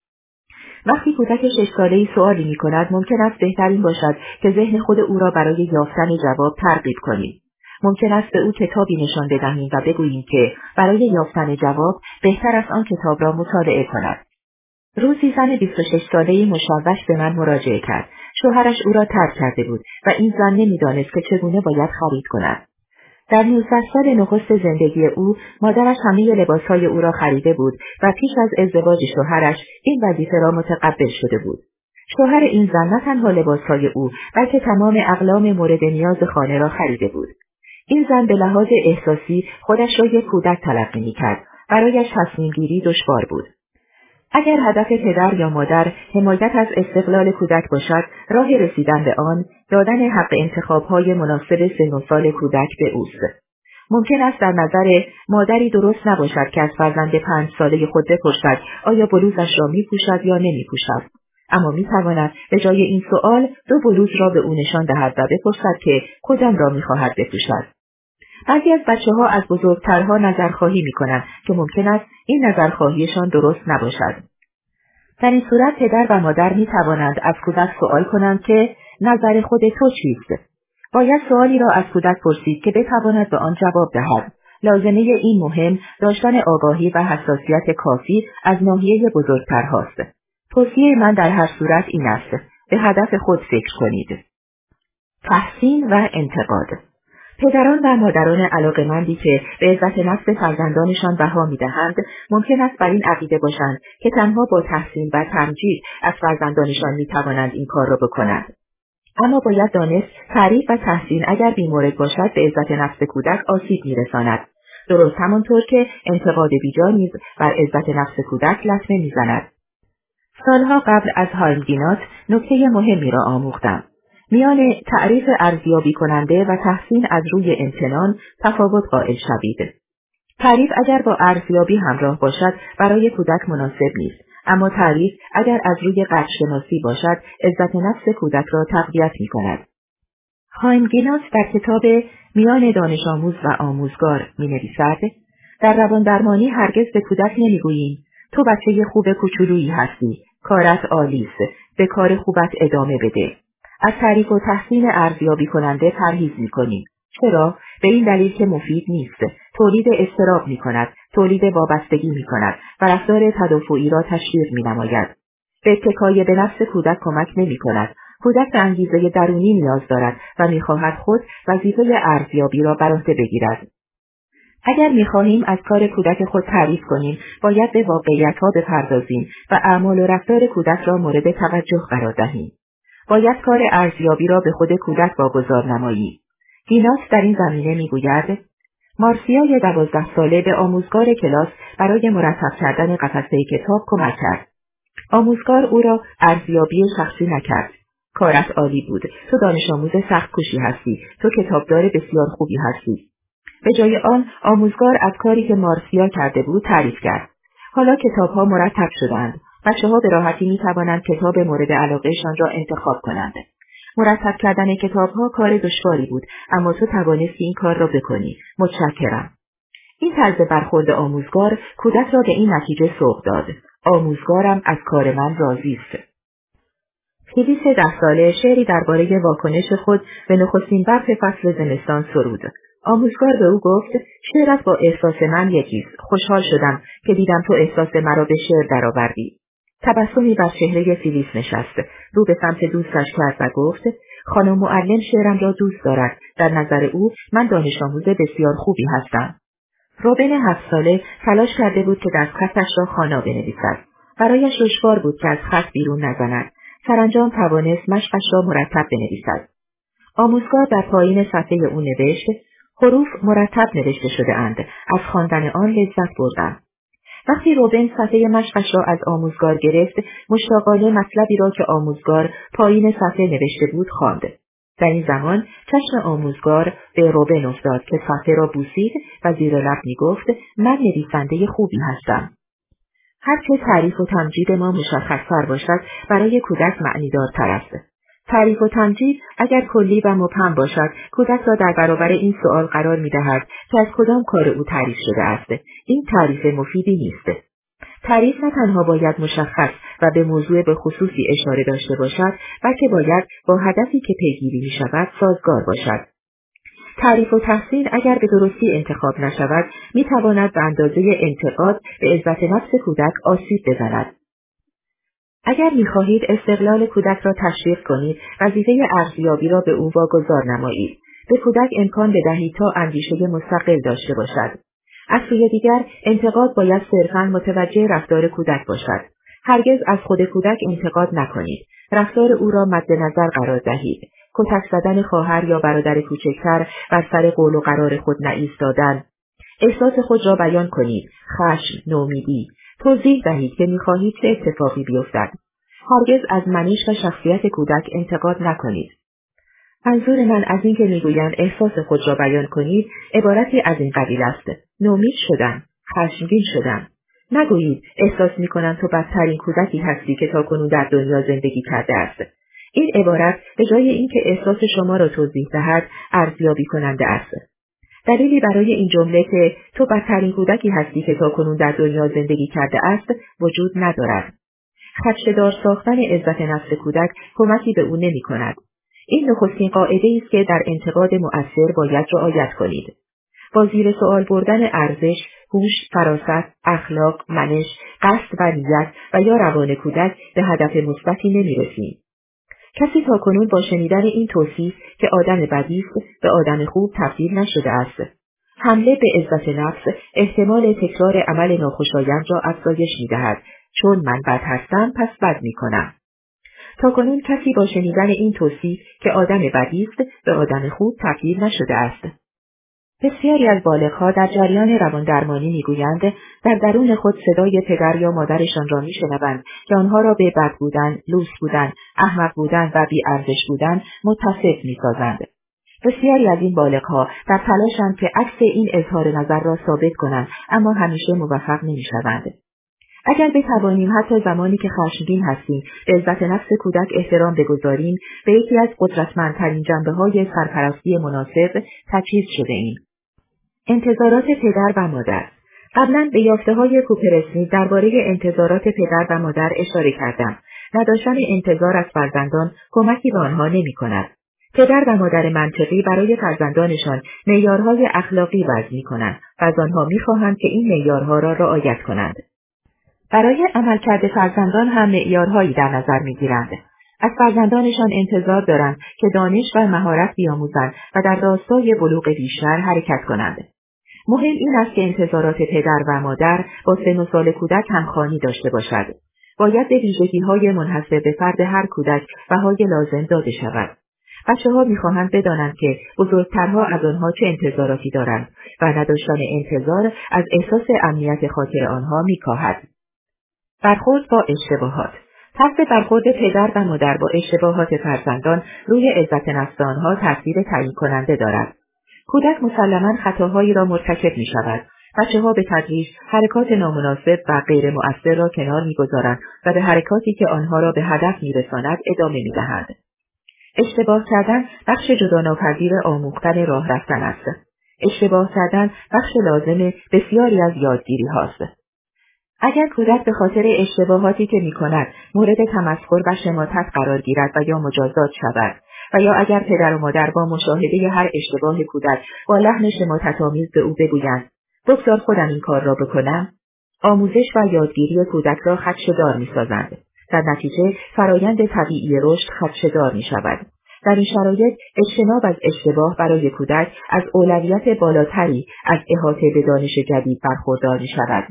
وقتی کودک 6 ساله‌ای سوالی می‌کند ممکن است بهترین باشد که ذهن خود او را برای یافتن جواب ترغیب کنیم. ممکن است به او کتابی نشان بدهیم و بگوییم که برای یافتن جواب بهتر است آن کتاب را مطالعه کند. روزی زن 26 ساله‌ای مشوش به من مراجعه کرد. شوهرش او را ترک کرده بود و این زن نمی‌دانست که چگونه باید خرید کند. در 19 سال نخست زندگی او، مادرش همه لباسهای او را خریده بود و پیش از ازدواج شوهرش این وظیفه را متقبل شده بود. شوهر این زن نه تنها لباسهای او، بلکه تمام اقلام مورد نیاز خانه را خریده بود. این زن به لحاظ احساسی خودش را یک کودک تلقی می‌کرد. برایش تصمیم‌گیری دشوار بود. اگر هدف پدر یا مادر حمایت از استقلال کودک باشد، راه رسیدن به آن، دادن حق انتخاب‌های مناسب سن و سال کودک به اوست. ممکن است در نظر مادری درست نباشد که از فرزند 5 ساله خود بپرسد آیا بلوزش را می‌پوشد یا نمی‌پوشد. اما می‌تواند به جای این سوال 2 بلوز را به او نشان دهد و بپرسد که کدام را می‌خواهد بپوشد. بعضی از بچه‌ها از بزرگترها نظرخواهی می‌کنند که ممکن است این نظرخواهیشان درست نباشد. در این صورت پدر و مادر می‌توانند از کودک سوال کنند که نظر خود تو چیست؟ باید سوالی را از کودک پرسید که بتواند به آن جواب دهد. لازمه این مهم داشتن آگاهی و حساسیت کافی از ناحیه بزرگترهاست. توصیه من در هر صورت این است: به هدف خود فکر کنید. تحسین و انتقاد. پدران و مادران علاقه‌مندی که به عزت نفس فرزندانشان بها می‌دهند، ممکن است بر این عقیده باشند که تنها با تحسین و تمجید از فرزندانشان می‌توانند این کار را بکنند. اما باید دانست تعریف و تحسین اگر بی‌مورد باشد به عزت نفس کودک آسیب می‌رساند. درست همانطور که انتقاد بیجا نیز بر عزت نفس کودک لطمه می‌زند. سالها قبل از هایمگینات نکته مهمی را آموختم. میان تعریف ارزیابی کننده و تحسین از روی امتنان تفاوت قائل شوید. تعریف اگر با ارزیابی همراه باشد برای کودک مناسب نیست، اما تعریف اگر از روی قدرشناسی باشد عزت نفس کودک را تقویت می‌کند. هایمگینات در کتاب میان دانش آموز و آموزگار می‌نویسد: در رواندرمانی هرگز به کودک نمی‌گوییم تو بچه خوب کوچولویی هستی، کارت عالی است، به کار خوبت ادامه بده. از تعریف و تحسین ارزیابی کننده پرهیز می‌کنیم. چرا؟ به این دلیل که مفید نیست، تولید اضطراب می‌کند، تولید وابستگی می‌کند و رفتار تدافعی را تشویق می‌نماید. به اتکای به نفس کودک کمک نمی‌کند. کودک به انگیزه درونی نیاز دارد و می‌خواهد خود وظیفه ارزیابی را بر عهده بگیرد. اگر می‌خواهیم از کار کودک خود تعریف کنیم، باید به واقعیت‌ها بپردازیم و اعمال و رفتار کودک را مورد توجه قرار دهیم. باید کار ارزیابی را به خود کودک واگذار نماییم. گیناس در این زمینه می‌گوید: مارسیا 12 ساله به آموزگار کلاس برای مرتب کردن قفسه کتاب کمک کرد. آموزگار او را ارزیابی شخصی نکرد. کارت عالی بود. تو دانش آموز سخت کوشی هستی. تو کتابدار بسیار خوبی هستی. به جای آن آموزگار از کاری که مارسیا کرده بود تعریف کرد. حالا کتاب‌ها مرتب شدند. بچه‌ها به راحتی می‌توانند کتاب مورد علاقه‌شان را انتخاب کنند. مرتب کردن کتاب‌ها کار دشواری بود، اما تو توانستی این کار را بکنی. متشکرم. این طرز برخورد آموزگار کودک را به این نتیجه سوق داد: آموزگارم از کار من راضی است. فیلیس 10 ساله شعری درباره واکنش خود به نخستین برف فصل زمستان سرود. آموزگار به او گفت: شعرت با احساس من یکیست. خوشحال شدم که دیدم تو احساس مرا به شعر درآوردی. تبسمی بر چهره فیلیس نشست. رو به سمت دوستش کرد و گفت: خانم معلم شعرم را دوست دارد. در نظر او من دانش آموز بسیار خوبی هستم. روبن 7 ساله تلاش کرده بود که دستخطش را خوانا بنویسد. برایش دشوار بود که از خط بیرون نزند. سرانجام توانست مشقش را مرتب بنویسد. آموزگار در پایین صفحه او نوشت: حروف مرتب نوشته شده اند. از خواندن آن لذت بردم. وقتی روبن صفحه مشقش را از آموزگار گرفت، مشتاقانه مطلبی را که آموزگار پایین صفحه نوشته بود خواند. در این زمان چشم آموزگار به روبن افتاد که صفحه را بوسید و زیر لب می‌گفت: من نویسنده خوبی هستم. هرچه تعریف و تمجید ما مشخص‌تر باشد، برای کودک معنیدارتر است. تعریف و تمجید اگر کلی و مبهم باشد، کودک را در برابر این سؤال قرار می‌دهد که از کدام کار او تعریف شده است. این تعریف مفیدی نیست. تعریف نه تنها باید مشخص و به موضوع به خصوصی اشاره داشته باشد، بلکه باید با هدفی که پیگیری می‌شود سازگار باشد. تعریف و تحسین اگر به درستی انتخاب نشود، می‌تواند به اندازه انتقاد به عزت نفس کودک آسیب بزند. اگر می‌خواهید استقلال کودک را تشویق کنید، وظیفه ارزیابی را به او واگذار نمایید. به کودک امکان بدهید تا اندیشه مستقل داشته باشد. از سوی دیگر، انتقاد باید صرفاً متوجه رفتار کودک باشد. هرگز از خود کودک انتقاد نکنید. رفتار او را مد نظر قرار دهید. کتک زدن خواهر یا برادر کوچکتر، بر سر قول و قرار خود نایستادن. احساس خود را بیان کنید. خشم، نومیدی. توضیح دهید که می‌خواهید چه اتفاقی بیفتد. هرگز از منش و شخصیت کودک انتقاد نکنید. منظور من از این که میگویند احساس خود را بیان کنید، عبارتی از این قبیل است: نومید شدن، خشمگین شدن. نگویید احساس می‌کنم تو بدترین کودکی هستی که تاکنون در دنیا زندگی کرده است. این عبارت به جای اینکه احساس شما را توضیح دهد، ارزیابی کننده است. دلیلی برای این جمله که تو بدترین کودکی هستی که تاکنون در دنیا زندگی کرده است وجود ندارد. خدشه‌دار ساختن عزت نفس کودک کمکی به او نمی‌کند. این نخستین قاعده‌ای است که در انتقاد مؤثر باید رعایت کنید. با زیر سوال بردن ارزش، هوش، فراست، اخلاق، منش، قصد و نیت و یا روان کودک به هدف مثبتی نمی‌رسیم. کسی تاکنون با شنیدن این توصیف که آدم بدی است به آدم خوب تبدیل نشده است. حمله به عزت نفس احتمال تکرار عمل ناخوشایند را افزایش می‌دهد، چون من بد هستم پس بد می‌کنم. تاکنون کسی با شنیدن این توصیف که آدم بدی است به آدم خوب تبدیل نشده است. بسیاری از بالغ‌ها در جریان رواندرمانی می‌گویند در درون خود صدای پدر یا مادرشان را می‌شنوند که آنها را به بد بودن، لوس بودن، احمق بودن و بی‌ارزش بودن متصف می‌سازند. بسیاری از این بالغ‌ها در تلاشند که عکس این اظهار نظر را ثابت کنند، اما همیشه موفق نمی‌شوند. اگر بتوانیم حتی زمانی که خشمگین هستیم به عزت نفس کودک احترام بگذاریم، به یکی از قدرتمندترین جنبه‌های سرپرستی مناسب تجهیز شده‌ایم. انتظارات پدر و مادر. قبلا به یافته‌های کوپر اسمیت درباره انتظارات پدر و مادر اشاره کردم. نداشتن انتظار از فرزندان کمکی به آنها نمی‌کند. پدر و مادر منطقی برای فرزندانشان معیارهای اخلاقی وضع می‌کنند و از آنها می‌خواهند که این معیارها را رعایت کنند. برای عملکرد فرزندان هم معیارهایی در نظر می‌گیرند. از فرزندانشان انتظار دارند که دانش و مهارت بیاموزند و در راستای بلوغ بیشتر حرکت کنند. مهم این است که انتظارات پدر و مادر با سن و سال کودک همخوانی داشته باشد. باید به ویژگی‌های منحصر به فرد هر کودک بهای لازم داده شود. بچه‌ها می‌خواهند بدانند که بزرگترها از آنها چه انتظاراتی دارند و نداشتن انتظار از احساس امنیت خاطر آنها می‌کاهد. برخورد با اشتباهات. طرز برخورد پدر و مادر با اشتباهات فرزندان روی عزت نفس آنها تاثیر تعیین کننده دارد. کودک مسلماً خطاهایی را مرتکب می‌شود. بچه‌ها به تدریج حرکات نامناسب و غیر مؤثر را کنار می‌گذارند و به حرکاتی که آنها را به هدف می‌رساند ادامه می‌دهند. اشتباه کردن بخش جداناپذیر آموختن راه رفتن است. اشتباه کردن بخش لازم بسیاری از یادگیری هاست. اگر کودک به خاطر اشتباهاتی که می‌کند مورد تمسخر و شماتت قرار گیرد و یا مجازات شود و یا اگر پدر و مادر با مشاهده هر اشتباه کودک با لحن شماتت‌آمیز به او بگویند بگذار خودم این کار را بکنم، آموزش و یادگیری کودک را خدشه‌دار می‌سازند. در نتیجه فرایند طبیعی رشد خدشه‌دار می‌شود. در این شرایط اجتناب از اشتباه برای کودک از اولویت بالاتری از احاطه به دانش جدید برخوردار می‌شود.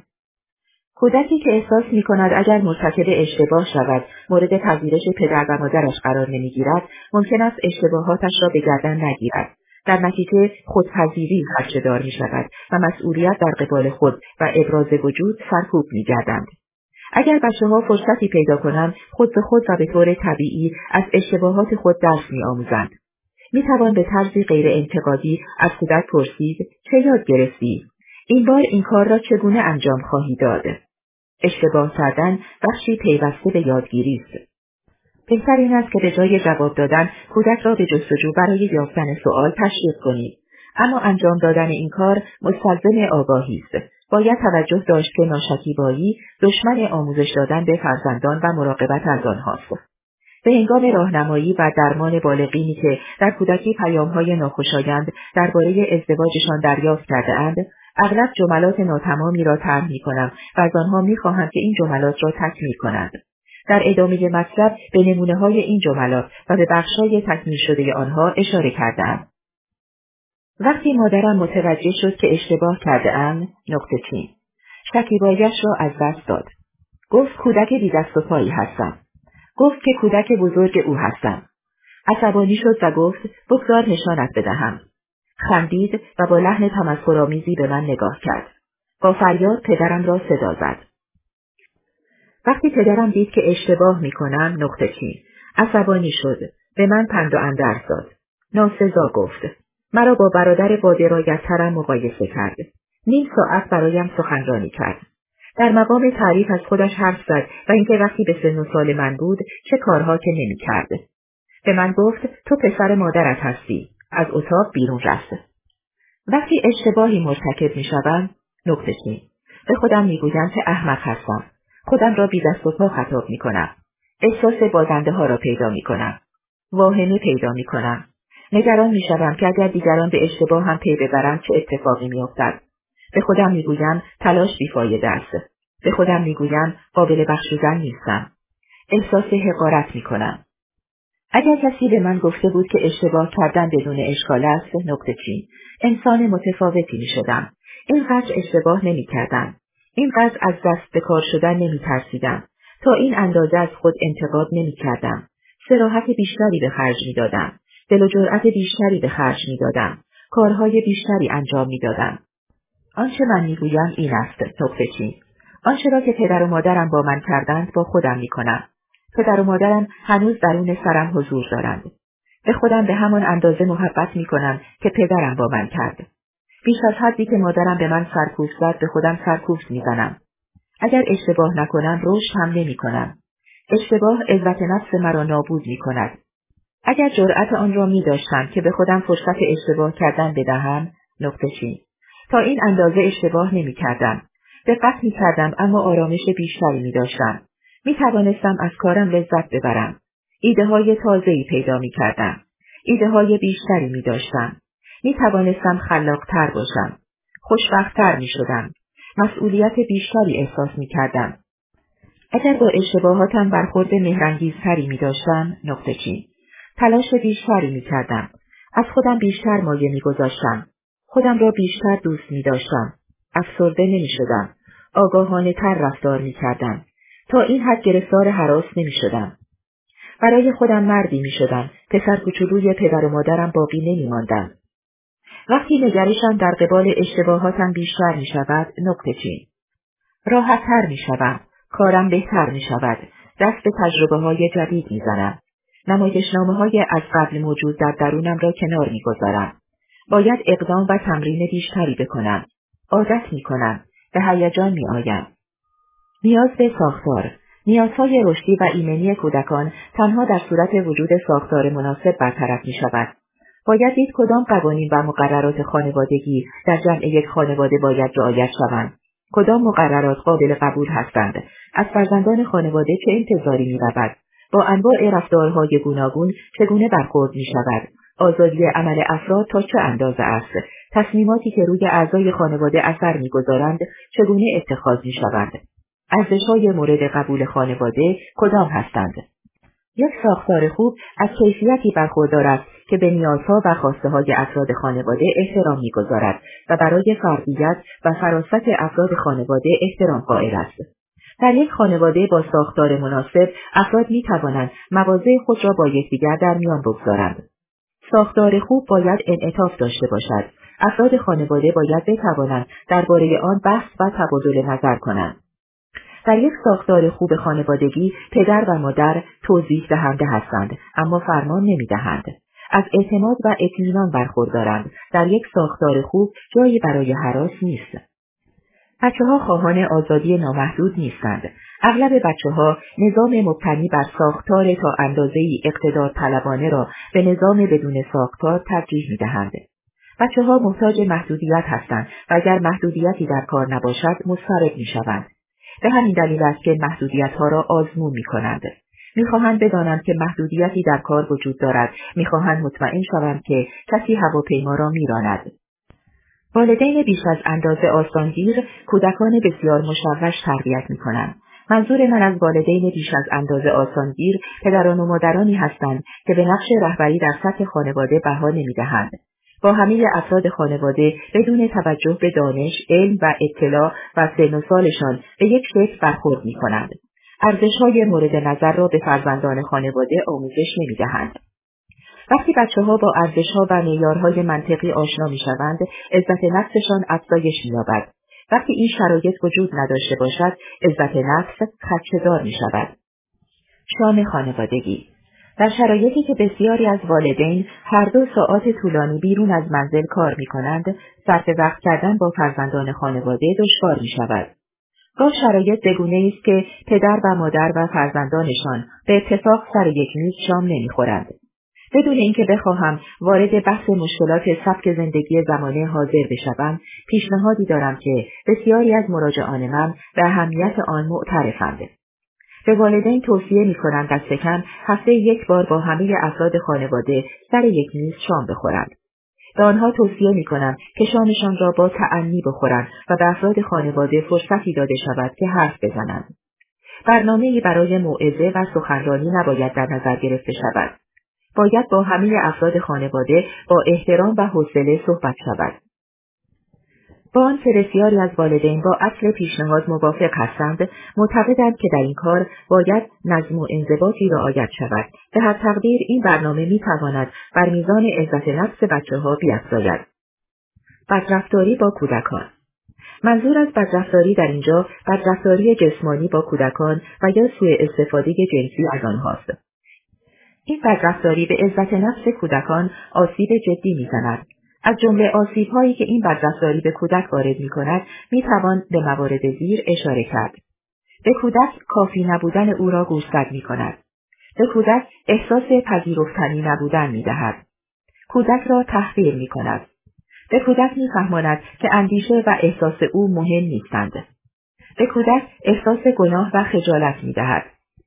کودکی که احساس می‌کند اگر مرتکب اشتباه شود مورد پذیرش پدر و مادرش قرار نمی‌گیرد، ممکن است اشتباهاتش را به گردن نگیرد. در نتیجه خودپذیری خدشه‌دار می‌شود و مسئولیت در قبال خود و ابراز وجود سرکوب می‌گردند. اگر بچه‌ها فرصتی پیدا کنند، خود به خود و به طور طبیعی از اشتباهات خود درس می‌آموزند. می‌توان به طرزی غیر انتقادی از کودک پرسید: چه یاد گرفتی؟ این بار این کار را چگونه انجام خواهی داد؟ اشتباه کردن بخشی پیوسته به یادگیری است. بهتر این است که به جای جواب دادن کودک را به جستجو برای یافتن سؤال تشویق کنید. اما انجام دادن این کار مستلزم آگاهی است. باید توجه داشت که ناشکیبایی دشمن آموزش دادن به فرزندان و مراقبت از آنهاست. به هنگام راهنمایی و درمان بالغینی که در کودکی پیام‌های ناخوشایند درباره ازدواجشان دریافت کرده‌اند، اغلب جملات ناتمامی را طرح می‌کنم و از آنها می‌خواهم که این جملات را تکمیل کنند. در ادامه مطلب به نمونه‌های این جملات و به بخش‌های تکمیل شده آنها اشاره کرده‌ام. وقتی مادرم متوجه شد که اشتباه کرده‌ام، شکیبایی‌اش را از دست داد. گفت کودک بی دست و پایی هستم. گفت که کودک بزرگ او هستم. عصبانی شد و گفت بگذار نشانت بدهم. خندید و با لحن تمسخرآمیزی به من نگاه کرد. با فریاد پدرم را صدا زد. وقتی پدرم دید که اشتباه می‌کنم، عصبانی شد. به من پند و اندرز داد. ناسزا گفت. مرا با برادر با درایت‌ترم مقایسه کرد. نیم ساعت برایم سخنرانی کرد. در مقام تعریف از خودش حرف زد و اینکه وقتی به سن و سال من بود چه کارها که نمی‌کرد. به من گفت تو پسر مادرت هستی. از اتاق بیرون رفت. وقتی اشتباهی مرتکب می‌شوم، به خودم می‌گویم که احمق هستم. خودم را بی دست و پا خطاب می‌کنم. احساس بازنده ها را پیدا می‌کنم. واهمه پیدا می‌کنم. نگران می‌شوم که اگر دیگران به اشتباه هم پی ببرند چه اتفاقی می‌افتد. به خودم می‌گویم تلاش بی‌فایده است. به خودم می‌گویم قابل بخشودن نیستم. احساس حقارت می‌کنم. اگر کسی به من گفته بود که اشتباه کردن بدون اشکال است، نقطه چین، انسان متفاوتی می شدم. اینقدر اشتباه نمی کردم. اینقدر از دست به کار شدن نمی ترسیدم. تا این اندازه از خود انتقاد نمی کردم. صراحت بیشتری به خرج می دادم. دل و جرأت بیشتری به خرج می دادم. کارهای بیشتری انجام می دادم. آنچه من می گویم این است، نقطه چین. آنچه را که پدر و مادرم با من کردند با خودم می کنم. پدر و مادرم هنوز درون سرم حضور دارند. به خودم به همان اندازه محبت می کنم که پدرم با من کرد. بیش از حدی که مادرم به من سرکوفت زد به خودم سرکوفت می زنم. اگر اشتباه نکنم رشد هم نمی کنم. اشتباه عزت نفس مرا نابود می کند. اگر جرأت آن را می داشتم که به خودم فرصت اشتباه کردن بدهم، نقطه چین. تا این اندازه اشتباه نمی کردم. دقت می کردم اما آرامش بیشتری می داشتم. می توانستم از کارم لذت ببرم. ایده های تازه‌ای پیدا می کردم. ایده های بیشتری می داشتم. می توانستم خلاق‌تر باشم. خوشبخت‌تر می شدم. مسئولیت بیشتری احساس می کردم. اگر با اشتباهاتم برخورد مهرانگیزتری می داشتم، نقطه چین. تلاش بیشتری می کردم. از خودم بیشتر مایه می گذاشتم. خودم را بیشتر دوست می داشتم. افسرده نمی شدم. آگاهانه تر رفتار می کردم. تا این حد گرفتار هراس نمی شدم. برای خودم مردی می شدم. پسر کوچولوی پدر و مادرم باقی نمی ماندم. وقتی نگرشم در قبال اشتباهاتم بیشتر می شود، نقطه چین. راحت تر می شدم. کارم بهتر می شود. دست به تجربه های جدید می زنم. نمایشنامه های از قبل موجود در درونم را کنار می گذارم. باید اقدام و تمرین بیشتری بکنم. عادت می کنم. به هیجان می آیم. نیاز به ساختار. نیازهای رشدی و ایمنی کودکان تنها در صورت وجود ساختار مناسب برطرف می شود. باید دید کدام قوانین و مقررات خانوادگی در جمع یک خانواده باید رعایت شوند. کدام مقررات قابل قبول هستند؟ از فرزندان خانواده چه انتظاری می رود؟ با انواع رفتارهای گوناگون چگونه برخورد می شود؟ آزادی عمل افراد تا چه اندازه است؟ تصمیماتی که روی اعضای خانواده اثر می گذارند چگونه اتخاذ می شوند؟ ارزش‌های مورد قبول خانواده کدام هستند؟ یک ساختار خوب از کیفیتی برخوردار است که به نیازها و خواسته‌های افراد خانواده احترام می‌گذارد و برای فردیت و فراست افراد خانواده احترام قائل است. در یک خانواده با ساختار مناسب، افراد می‌توانند مواضع خود را با یکدیگر در میان بگذارند. ساختار خوب باید انعطاف داشته باشد. افراد خانواده باید بتوانند درباره آن بحث و تبادل نظر کنند. در یک ساختار خوب خانوادگی پدر و مادر توضیح دهنده هستند اما فرمان نمی‌دهند. از اعتماد و اطمینان برخوردارند. در یک ساختار خوب جایی برای هراس نیست. بچه‌ها خواهان آزادی نامحدود نیستند. اغلب بچه‌ها نظام مبتنی بر ساختار تا اندازه‌ای اقتدار طلبانه را به نظام بدون ساختار ترجیح می‌دهند. بچه‌ها محتاج محدودیت هستند و اگر محدودیتی در کار نباشد مضطرب می‌شوند. به همین دلیل است که محدودیت‌ها را آزمون می‌کنند. می‌خواهند بدانند که محدودیتی در کار وجود دارد. می‌خواهند مطمئن شوند که کسی هواپیما را می‌راند. والدین بیش از اندازه آسانگیر کودکان بسیار مشوش تربیت می‌کنند. منظور من از والدین بیش از اندازه آسانگیر پدران و مادرانی هستند که به نقش رهبری در سطح خانواده بها نمی‌دهند. با همه افراد خانواده بدون توجه به دانش، علم و اطلاع و سن و سالشان به یک شکل برخورد می‌کنند. ارزش‌های مورد نظر را به فرزندان خانواده آموزش نمی‌دهند. وقتی بچه‌ها با ارزش‌ها و معیارهای منطقی آشنا می‌شوند، عزت نفسشان افزایش می‌یابد. وقتی این شرایط وجود نداشته باشد، عزت نفس خدشه‌دار می‌شود. شام خانوادگی. در شرایطی که بسیاری از والدین هر 2 ساعت طولانی بیرون از منزل کار می‌کنند، صرف وقت کردن با فرزندان خانواده دشوار می‌شود. گاه شرایط بگونه است که پدر و مادر و فرزندانشان به اتفاق سر یک میز شام نمی‌خورند. بدون اینکه بخواهم وارد بحث مشکلات سبک زندگی زمانه حاضر بشوم، پیشنهادی دارم که بسیاری از مراجعان من به اهمیت آن معترفند. به والدین توصیه می‌کنم دست کم هفته 1 بار با همه افراد خانواده سر یک میز شام بخورند. به آنها توصیه می‌کنم که شامشان را با تأنی بخورند و به افراد خانواده فرصتی داده شود که حرف بزنند. برنامه‌ای برای موعظه و سخنرانی نباید در نظر گرفته شود. باید با همه افراد خانواده با احترام و حوصله صحبت شود. با آن که بسیاری از والدین با اصل پیشنهاد موافق هستند، معتقدند که در این کار باید نظم و انضباطی رعایت شود. به هر تقدیر این برنامه میتواند بر میزان عزت نفس بچه‌ها بیفزاید. بدرفتاری با کودکان. منظور از بدرفتاری در اینجا بدرفتاری جسمانی با کودکان و یا سوء استفاده جنسی از آنهاست. این بدرفتاری به عزت نفس کودکان آسیب جدی می‌زند. از جمله آسیب‌هایی که این بدرفتاری به کودک وارد می‌کند، می‌توان به موارد زیر اشاره کرد. به کودک کافی نبودن او را گوشزد می‌کند. به کودک احساس پذیرفتنی نبودن می‌دهد. کودک را تحقیر می‌کند. به کودک می‌فهماند که اندیشه و احساس او مهم نیستند. به کودک احساس گناه و خجالت می‌دهد.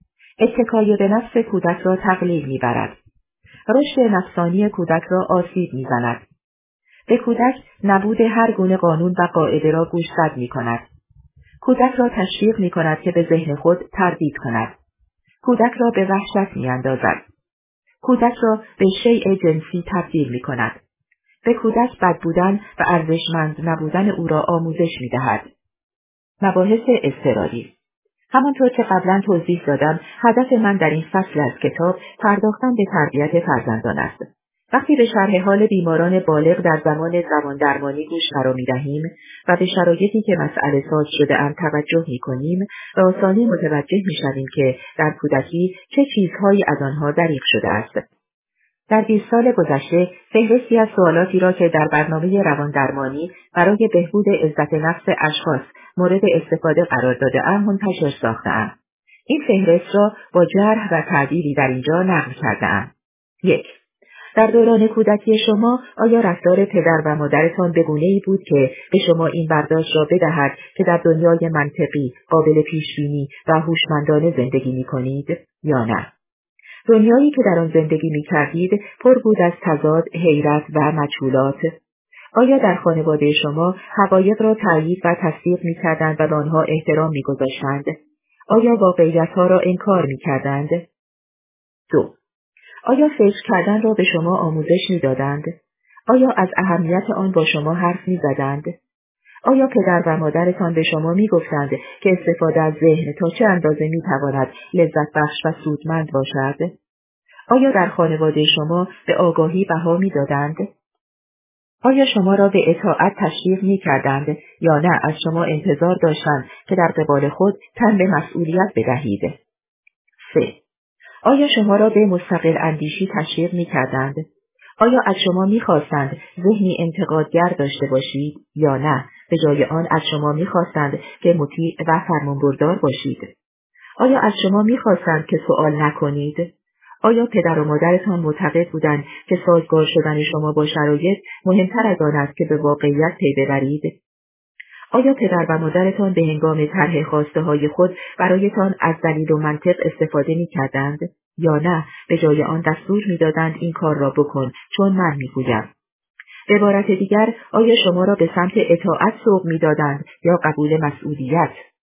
اتکای به نفس کودک را تقلیل می‌برد. رشد نفسانی کودک را آسیب می‌زند. به کودک نبود هر گونه قانون و قاعده را گوشزد می‌کند. کودک را تشویق می‌کند که به ذهن خود تردید کند. کودک را به وحشت می‌اندازد. کودک را به شیء جنسی تبدیل می‌کند. به کودک بد بودن و ارزشمند نبودن او را آموزش می‌دهد. مباحث اضطراری. همانطور که قبلا توضیح دادم، هدف من در این فصل از کتاب پرداختن به تربیت فرزندان است. وقتی به شرح حال بیماران بالغ در زمان درمانی گوش فرا می‌دهیم و به شرایطی که مسئله ساز شده اند توجه می‌کنیم، به آسانی متوجه می‌شویم که در کودکی چه چیزهایی از آنها دریغ شده است. در 20 سال گذشته فهرستی از سوالاتی را که در برنامه رواندرمانی برای بهبود عزت نفس اشخاص مورد استفاده قرار داده‌ام منتشر ساخته‌ام. این فهرست را با جرح و تعدیلی در اینجا نقل کرده‌ام. 1. در دوران کودکی شما آیا رفتار پدر و مادرتان به گونه‌ای بود که به شما این برداشت را بدهد که در دنیای منطقی، قابل پیشبینی و هوشمندانه زندگی می‌کنید یا نه؟ دنیایی که در آن زندگی می‌کردید پر بود از تضاد، حیرت و مجهولات. آیا در خانواده شما حقایق را تأیید و تصدیق می‌کردند و به آنها احترام می‌گذاشتند؟ آیا واقعیت‌ها را انکار می‌کردند؟ 2. آیا فکر کردن را به شما آموزش می‌دادند؟ آیا از اهمیت آن با شما حرف می‌زدند؟ آیا پدر و مادرتان به شما می‌گفتند که استفاده از ذهن تا چه اندازه می‌تواند لذت بخش و سودمند باشد؟ آیا در خانواده شما به آگاهی بها می‌دادند؟ آیا شما را به اطاعت تشویق می‌کردند یا نه از شما انتظار داشتند که در قبال خود تن به مسئولیت بدهید؟ 3. آیا شما را به مستقل اندیشی تشویق می‌کردند؟ آیا از شما می‌خواستند ذهنی انتقادگر داشته باشید یا نه به جای آن از شما می‌خواستند که مطیع و فرمانبردار باشید؟ آیا از شما می‌خواستند که سوال نکنید؟ آیا پدر و مادرتان معتقد بودند که سازگار شدن شما با شرایط مهمتر از آن است که به واقعیت پی ببرید؟ آیا پدر و مادرتان به هنگام طرح خواسته‌های خود برایتان از دلیل و منطق استفاده می‌کردند یا نه به جای آن دستور می‌دادند این کار را بکن چون من می‌گویم؟ به عبارت دیگر آیا شما را به سمت اطاعت سوق می‌دادند یا قبول مسئولیت؟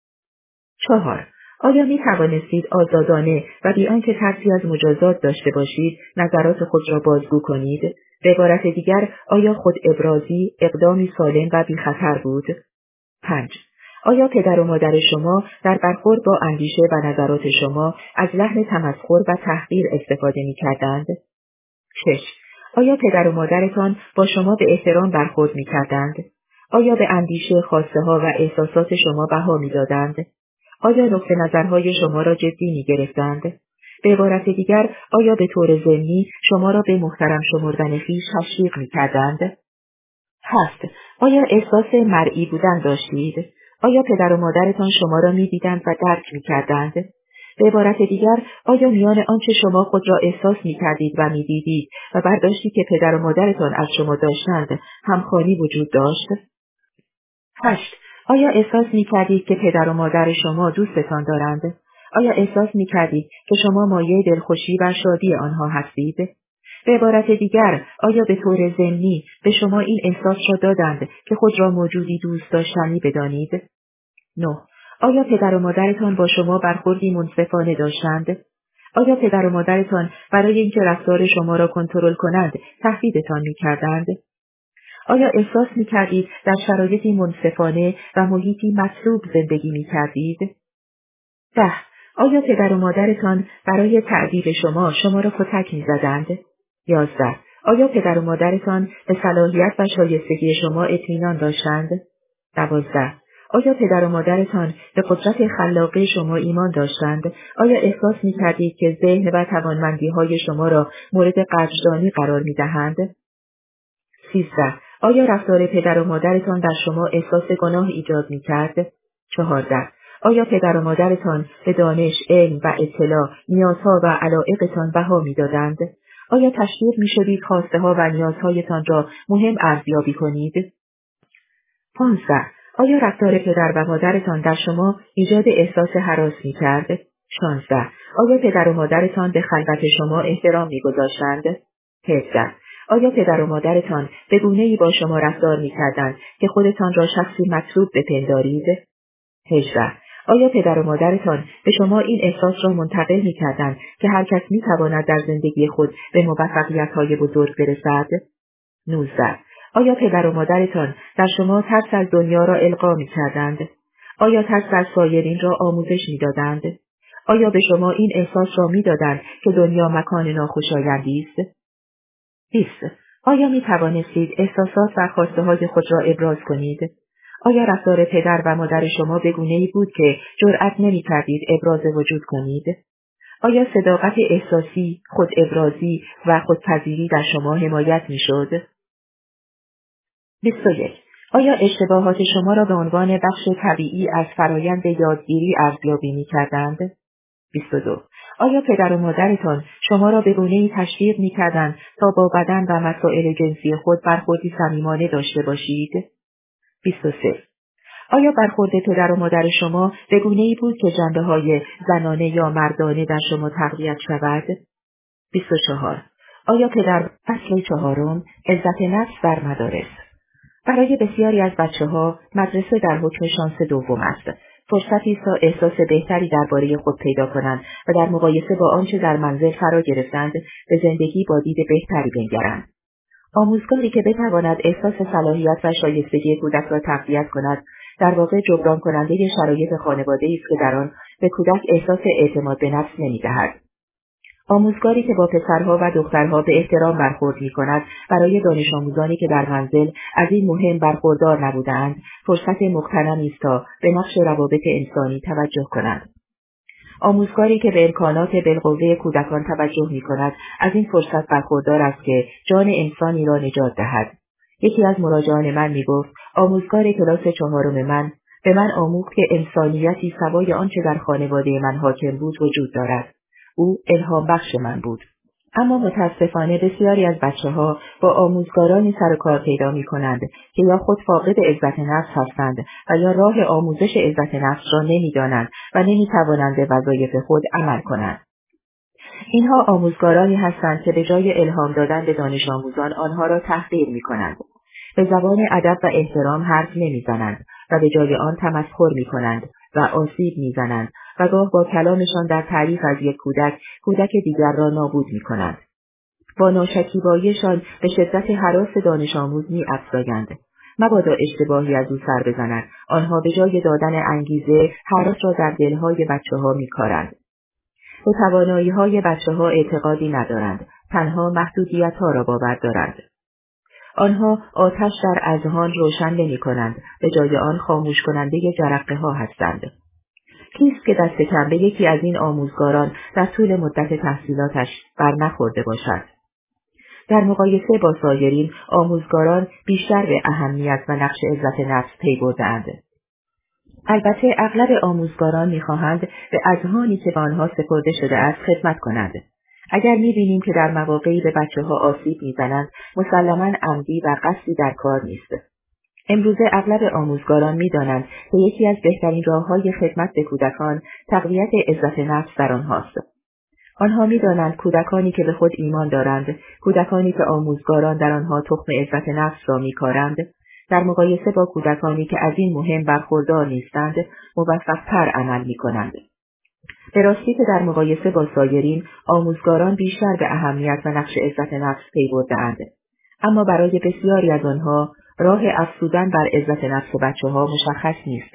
4. آیا می توانستید آزادانه و بی آنکه ترسی از مجازات داشته باشید نظرات خود را بازگو کنید؟ به عبارت دیگر آیا خود ابرازی اقدامی سالم و بی خطر بود؟ 5. آیا پدر و مادر شما در برخورد با اندیشه و نظرات شما از لحن تمسخر و تحقیر استفاده می کردند؟ 6. آیا پدر و مادرتان با شما به احترام برخورد می کردند؟ آیا به اندیشه، خواسته ها و احساسات شما بها می دادند؟ آیا نقطه نظرهای شما را جدی می گرفتند؟ به عبارت دیگر آیا به طور ضمنی شما را به محترم شمردن خویش تشویق می کردند؟ 7. آیا احساس مرئی بودن داشتید؟ آیا پدر و مادرتان شما را می دیدند و درک می کردند؟ به عبارت دیگر آیا میان آنچه شما خود را احساس می کردید و می دیدید و برداشتی که پدر و مادرتان از شما داشتند همخوانی وجود داشت؟ 8. آیا احساس می کردید که پدر و مادر شما دوستتان دارند؟ آیا احساس می کردید که شما مایه دلخوشی و شادی آنها هستید؟ به عبارت دیگر، آیا به طور ضمنی به شما این احساس را دادند که خود را موجودی دوست داشتنی بدانید؟ 9. آیا پدر و مادرتان با شما برخوردی منصفانه داشتند؟ آیا پدر و مادرتان برای اینکه رفتار شما را کنترل کنند تهدیدتان می‌کردند؟ آیا احساس می‌کردید در شرایطی منصفانه و محیطی مطلوب زندگی می‌کردید؟ 10. آیا پدر و مادرتان برای تأدیب شما را کتک می‌زدند؟ 11. آیا پدر و مادرتان به صلاحیت و شایستگی شما اطمینان داشتند؟ 12. آیا پدر و مادرتان به قدرت خلاقه شما ایمان داشتند؟ آیا احساس می‌کردید که ذهن و توانمندی‌های شما را مورد قدردانی قرار می‌دهند؟ 13. آیا رفتار پدر و مادرتان در شما احساس گناه ایجاد می‌کرد؟ 14. آیا پدر و مادرتان به دانش، علم و اطلاع، نیازها و علایقتان بها می‌دادند؟ آیا تشویق می‌شدید خواسته‌ها و نیازهایتان را مهم ارزیابی کنید؟ 15. آیا رفتار پدر و مادرتان در شما ایجاد احساس هراس می‌کرد؟ 16. آیا پدر و مادرتان به خلوت شما احترام می‌گذاشتند؟ 17. آیا پدر و مادرتان به گونه‌ای با شما رفتار می‌کردند که خودتان را شخصی مطلوب بپندارید؟ 18. آیا پدر و مادرتان به شما این احساس را منتقل می‌کردند که هر کس می‌تواند در زندگی خود به موفقیت‌های بزرگ برسد؟ 19. آیا پدر و مادرتان در شما ترس از دنیا را القا می‌کردند؟ آیا ترس از سایرین را آموزش می‌دادند؟ آیا به شما این احساس را می‌دادند که دنیا مکان ناخوشایندی است؟ 20. آیا می‌توانستید احساسات و خواسته‌های خود را ابراز کنید؟ آیا رفتار پدر و مادر شما به گونه‌ای بود که جرأت نمی‌کردید ابراز وجود کنید؟ آیا صداقت احساسی، خود ابرازی و خودپذیری در شما حمایت می‌شد؟ 21. آیا اشتباهات شما را به عنوان بخش طبیعی از فرایند یادگیری ارزیابی می‌کردند؟ 22. آیا پدر و مادرتان شما را به گونه‌ای تشویق می‌کردند تا با بدن و مسائل جنسی خود برخوردی صمیمانه داشته باشید؟ 23. آیا برخورد پدر و مادر شما به گونه‌ای بود که جنبه‌های زنانه یا مردانه در شما تقویت شود؟ 24. آیا پدر فصل 4 عزت نفس در مدارس. برای بسیاری از بچه‌ها مدرسه در حکم شانس دوم است. فرصتی است تا احساس بهتری درباره خود پیدا کنند و در مقایسه با آنچه در منزل فرا گرفتند به زندگی با دید بهتری بنگرند. آموزگاری که بتواند احساس صلاحیت و شایستگی کودک را تقویت کند، در واقع جبران کننده شرایط خانواده‌ای است که در آن به کودک احساس اعتماد به نفس نمی‌دهد. آموزگاری که با پسرها و دخترها به احترام برخورد می‌کند، برای دانش آموزانی که در منزل از این مهم برخوردار نبوده‌اند، فرصت مغتنمی است تا به نقش روابط انسانی توجه کنند. آموزگاری که به امکانات بالقوه کودکان توجه می‌کند، از این فرصت برخوردار است که جان انسانی را نجات دهد. یکی از مراجعان من می‌گفت آموزگار کلاس 4 من به من آموخت که انسانیتی سوای آنچه در خانواده من حاکم بود وجود دارد. او الهام بخش من بود. اما متاسفانه بسیاری از بچه‌ها با آموزگارانی سر و کار پیدا می‌کنند که یا خود فاقد عزت نفس هستند و یا راه آموزش عزت نفس را نمی‌دانند و نمی‌توانند به وظایف خود عمل کنند. اینها آموزگارانی هستند که به جای الهام دادن به دانش آموزان آنها را تحقیر می‌کنند. به زبان ادب و احترام حرف نمی‌زنند و به جای آن تمسخر می‌کنند و آسیب می‌زنند و گاه با کلامشان در تعریف از یک کودک دیگر را نابود می‌کنند. با ناشکیباییشان به شدت هراس دانش آموز می‌افزایند. مبادا اشتباهی از او سر بزنند. آنها به جای دادن انگیزه هراس را در دل‌های بچه‌ها می‌کارند. به توانایی‌های بچه‌ها اعتقادی ندارند. تنها محدودیت‌ها را باور دارند. آنها آتش در اذهان روشن نمی‌کنند، به جای آن خاموش کننده جرقه‌ها هستند. کیست که دست کم به یکی از این آموزگاران در طول مدت تحصیلاتش بر نخورده باشد؟ در مقایسه با سایرین، آموزگاران بیشتر به اهمیت و نقش عزت نفس پی برده‌اند. البته اغلب آموزگاران می‌خواهند به اذهانی که به آنها سپرده شده است خدمت کنند. اگر می‌بینیم که در مواقعی به بچه‌ها آسیب می‌زنند، مسلماً عمدی و قصدی در کار نیست. امروزه اغلب آموزگاران می‌دانند که یکی از بهترین راه‌های خدمت به کودکان تقویت عزت نفس در آنهاست. آنها می‌دانند کودکانی که به خود ایمان دارند، کودکانی که آموزگاران در آنها تخم عزت نفس را می‌کارند، در مقایسه با کودکانی که از این مهم برخوردار نیستند، موفق‌تر عمل می‌کنند. به راستی که در مقایسه با سایرین آموزگاران بیشتر به اهمیت و نقش عزت نفس پی برده‌اند. اما برای بسیاری از آنها راه افزودن بر عزت نفس بچه‌ها مشخص نیست.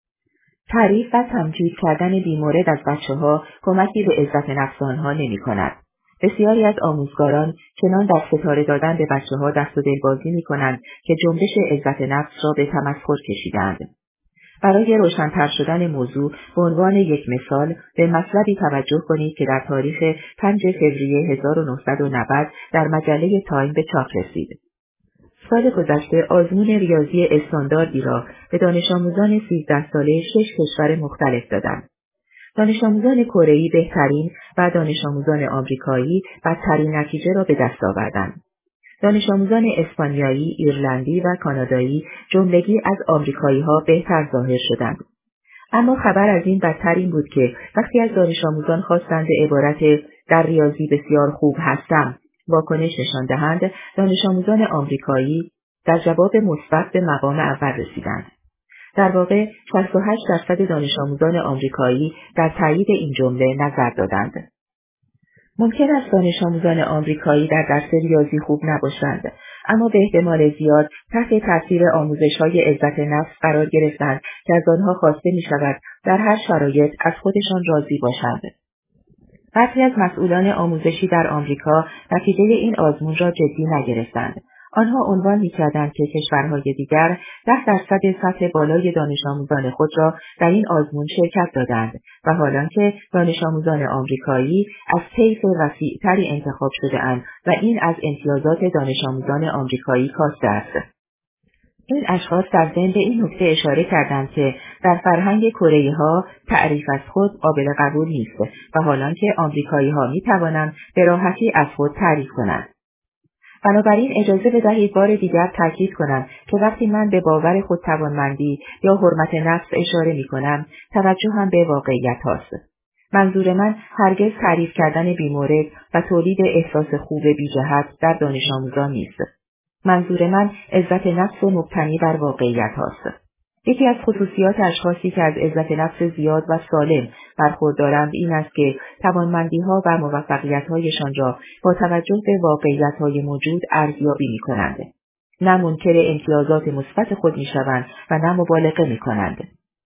تعریف و تمجید کردن بیمورد از بچه‌ها کمکی به عزت نفس آنها نمی‌کند. بسیاری از آموزگاران چنان در ستاره دادن به بچه‌ها دست و دل بازی می‌کنند که جنبش عزت نفس را به تمسخر کشیدند. برای روشن‌تر شدن موضوع به عنوان یک مثال به مطلبی توجه کنید که در تاریخ 5 فوریه 1990 در مجله تایم به چاپ رسید. سال گذشته آزمون ریاضی استانداردی را به دانش آموزان 13 ساله 6 کشور مختلف دادند. دانش آموزان کره‌ای بهترین و دانش آموزان آمریکایی بدترین نتیجه را به دست آوردند. دانش آموزان اسپانیایی، ایرلندی و کانادایی جملگی از آمریکایی‌ها بهتر ظاهر شدند. اما خبر از این بدتر این بود که وقتی از دانش آموزان خواستند به عبارت در ریاضی بسیار خوب هستم واکنش نشان دهند، دانش آموزان آمریکایی در جواب مثبت به مقام اول رسیدند. در واقع 68% دانش آموزان آمریکایی در تایید این جمله نظر دادند. ممکن است دانش آموزان آمریکایی در درس ریاضی خوب نباشند، اما به احتمال زیاد تحت تاثیر آموزش‌های عزت نفس قرار گرفتند که از آنها خواسته می‌شود در هر شرایط از خودشان راضی باشند. برخی از مسئولان آموزشی در آمریکا نتیجه این آزمون را جدی نگرفتند. آنها عنوان می‌کردند که کشورهای دیگر 10% سطح بالای دانش آموزان خود را در این آزمون شرکت دادند و حالانکه دانش آموزان آمریکایی از طیف وسیع‌تری انتخاب شده‌اند و این از امتیازات دانش آموزان آمریکایی کاسته است. این اشخاص در ضمن به این نکته اشاره کردند که در فرهنگ کره‌ای‌ها تعریف از خود قابل قبول نیست و حالانکه آمریکایی‌ها می‌توانند به راحتی از خود تعریف کنند. بنابراین اجازه بدهید بار دیگر تاکید کنم که وقتی من به باور خودتوانمندی یا حرمت نفس اشاره می‌کنم، توجهم به واقعیت هاست. منظور من هرگز تعریف کردن بیمورد و تولید احساس خوب بی‌جهت در دانش آموزان نیست. منظور من عزت نفس مبتنی بر واقعیت هاست. یکی از خصوصیات اشخاصی که از عزت نفس زیاد و سالم برخوردارند این است که توانمندی‌ها و موفقیت‌هایشان را با توجه به واقعیت‌های موجود ارزیابی می‌کنند. نه منکر امتیازات مثبت خود می‌شوند و نه مبالغه می‌کنند.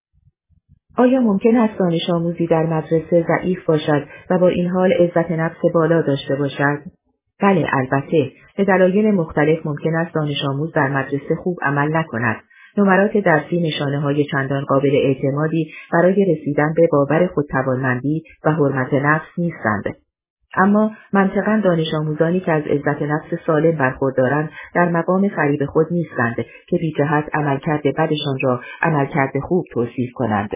آیا ممکن است دانش آموزی در مدرسه ضعیف باشد و با این حال عزت نفس بالا داشته باشد؟ بله، البته به دلایل مختلف ممکن است دانش آموز در مدرسه خوب عمل نکند. نمرات درسی نشانه‌های چندان قابل اعتمادی برای رسیدن به باور خودتوانمندی و حرمت نفس نیستند. اما منطقاً دانش آموزانی که از عزت نفس سالم برخوردارند در مقام فریب خود نیستند که بی‌جهت عملکرد بدشان را عملکرد خوب توصیف کنند.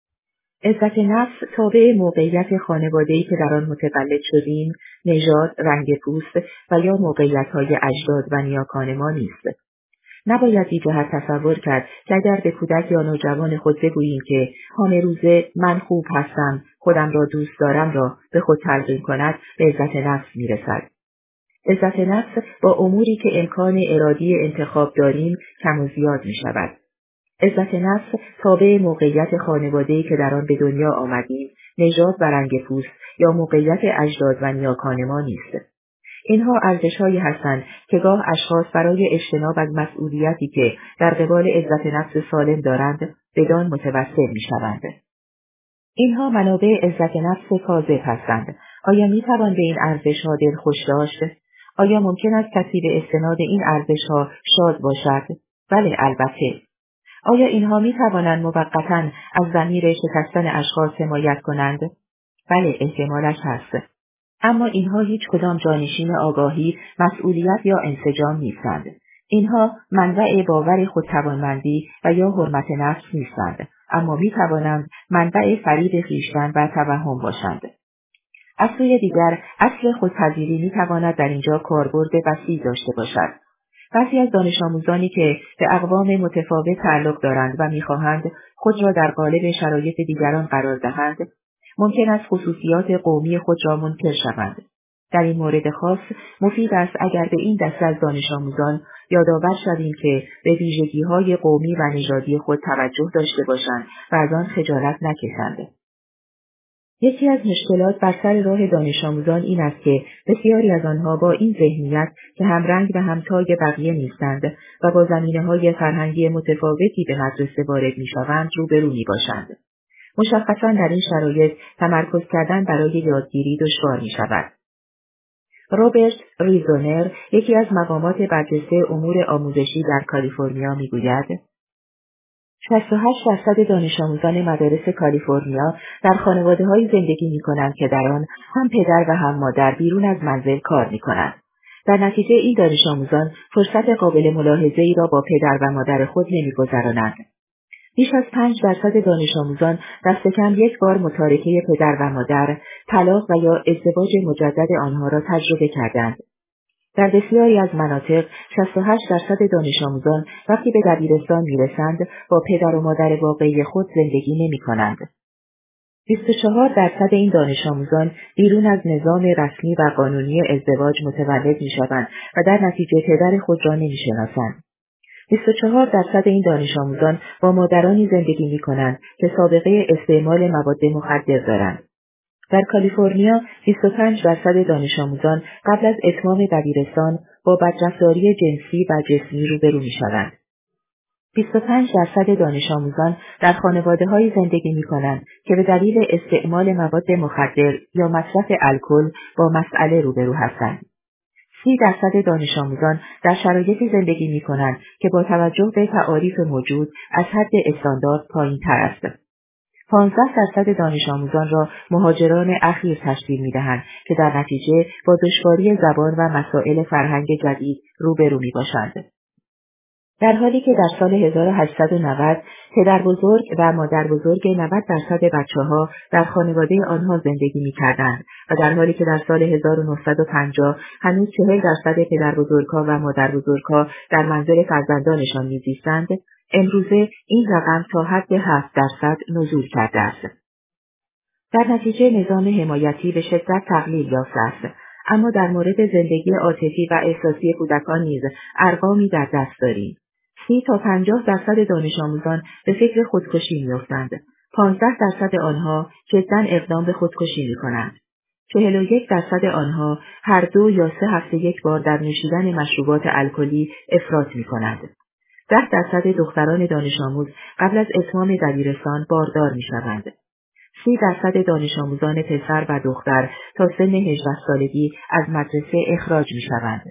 عزت نفس تابع موقعیت خانواده‌ای که در آن متولد شدیم، نژاد، رنگ پوست و یا موقعیت‌های اجداد و نیاکان ما نیست. نباید بی‌جهت تصور کرد که اگر به کودک یا نوجوان خود بگوییم که همه روزه من خوب هستم، خودم را دوست دارم را به خود تلقین کند به عزت نفس میرسد. عزت نفس با اموری که امکان ارادی انتخاب داریم کم و زیاد می شود. عزت نفس تابع موقعیت خانواده‌ای که در آن به دنیا آمدیم، نژاد و رنگ پوست یا موقعیت اجداد و نیاکان ما نیست. اینها ارزش‌هایی هستند که گاه اشخاص برای اجتناب از مسئولیتی که در قبال عزت نفس سالم دارند بدان متوسل می‌شوند. اینها منابع عزت نفس کاذب هستند. آیا می‌توان به این ارزش‌ها دلخوش داشت؟ آیا ممکن است کسی به استناد این ارزش‌ها شاد باشد؟ بله، البته. آیا اینها می‌توانند موقتاً از ضمیر شکستن اشخاص حمایت کنند؟ بله، احتمالش هست. اما اینها هیچ کدام جانشین آگاهی، مسئولیت یا انسجام نیستند. اینها منبع باور خودتوانمندی و یا حرمت نفس نیستند، اما می توانند منبع فریب خویشتن و توهم باشند. از سوی دیگر، اصل خودپذیری می تواند در اینجا کاربرد وسیع داشته باشد. بعضی از دانش آموزانی که به اقوام متفاوت تعلق دارند و می‌خواهند خود را در قالب شرایط دیگران قرار دهند، ممکن است خصوصیات قومی خود را منکر شوند. در این مورد خاص مفید است اگر به این دسته از دانش آموزان یادآور شویم که به ویژگی‌های قومی و نژادی خود توجه داشته باشند و از آن خجالت نکشند. یکی از مشکلات بر سر راه دانش آموزان این است که بسیاری از آنها با این ذهنیت که همرنگ و همتای بقیه نیستند و با زمینه‌های فرهنگی متفاوتی به مدرسه وارد می‌شوند روبرو می‌باشند. مشخصاً در این شرایط تمرکز کردن برای یادگیری دشوار می‌شود. روبرت ریزونر، یکی از مقامات برجسته امور آموزشی در کالیفرنیا می‌گوید: 68% دانش آموزان مدارس کالیفرنیا در خانواده‌هایی زندگی می‌کنند که در آن هم پدر و هم مادر بیرون از منزل کار می‌کنند. در نتیجه این دانش آموزان فرصت قابل ملاحظه‌ای را با پدر و مادر خود نمی‌گذرانند. بیش از 5% دانش آموزان دست کم یک بار متارکه پدر و مادر، طلاق و یا ازدواج مجدد آنها را تجربه کردند. در بسیاری از مناطق 68% دانش آموزان وقتی به دبیرستان میرسند با پدر و مادر واقعی خود زندگی نمی‌کنند. 24% این دانش آموزان بیرون از نظام رسمی و قانونی ازدواج متولد می‌شوند و در نتیجه پدر خود را نمی‌شناسند. 24% این دانش آموزان با مادرانی زندگی می‌کنند که سابقه استعمال مواد مخدر دارند. در کالیفرنیا 25% دانش آموزان قبل از اتمام دبیرستان با بدرفتاری جنسی و جسمی روبرو می‌شوند. 25% دانش آموزان در خانواده‌هایی زندگی می‌کنند که به دلیل استعمال مواد مخدر یا مصرف الکل با مسئله روبرو هستند. 30% دانش آموزان در شرایطی زندگی می‌کنند که با توجه به تعاریف موجود از حد استاندارد پایین‌تر است. 15% دانش آموزان را مهاجران اخیر تشکیل می‌دهند که در نتیجه با دشواری زبان و مسائل فرهنگ جدید روبرو می‌باشند. در حالی که در سال 1890 پدر بزرگ و مادر بزرگ 90% بچه‌ها در خانواده آنها زندگی می‌کردند و در حالی که در سال 1950 هنوز 40% پدر بزرگ‌ها و مادر بزرگ‌ها در منزل فرزندانشان می‌زیستند، امروزه این رقم تا حد 7% نزول کرده است. در نتیجه نظام حمایتی به شدت تقلیل یافته است، اما در مورد زندگی عاطفی و احساسی کودکان نیز ارقامی در دست داریم. 30 تا 50% دانش آموزان به فکر خودکشی می‌افتند. 15% آنها جداً اقدام به خودکشی می‌کنند. 41% آنها هر 2 یا 3 هفته یک بار در نوشیدن مشروبات الکلی افراط می‌کنند. 10% دختران دانش آموز قبل از اتمام دبیرستان باردار می‌شوند. 30% دانش آموزان پسر و دختر تا سن 18 سالگی از مدرسه اخراج می‌شوند.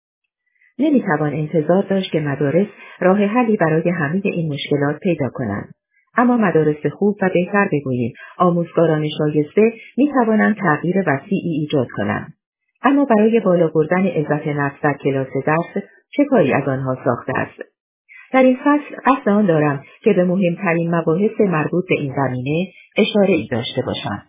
نمی‌توان انتظار داشت که مدارس راه حلی برای همه این مشکلات پیدا کنند. اما مدارس خوب و بهتر بگوییم آموزگاران شایسته می‌توانند تغییر وسیعی ایجاد کنند. اما برای بالا بردن عزت نفس در کلاس درس چه کاری از آنها ساخته است؟ در این فصل قصد آن دارم که به مهمترین مباحث مربوط به این زمینه اشاره‌ای داشته باشم.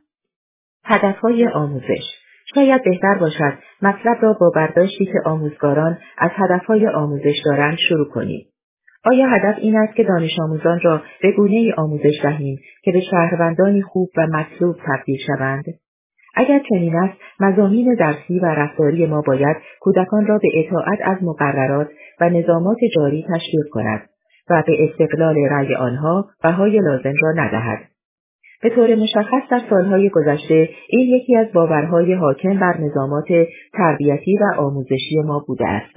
هدفهای آموزش. شاید بهتر باشد مطلب را با برداشتی که آموزگاران از هدفهای آموزش دارند شروع کنیم. آیا هدف این است که دانش آموزان را به گونه‌ای آموزش دهیم که به شهروندانی خوب و مطلوب تبدیل شوند؟ اگر چنین است، مضامین درسی و رفتاری ما باید کودکان را به اطاعت از مقررات و نظامات جاری تشویق کند و به استقلال رأی آنها بهای لازم را ندهد. به طور مشخص در سالهای گذشته این یکی از باورهای حاکم بر نظامات تربیتی و آموزشی ما بوده است.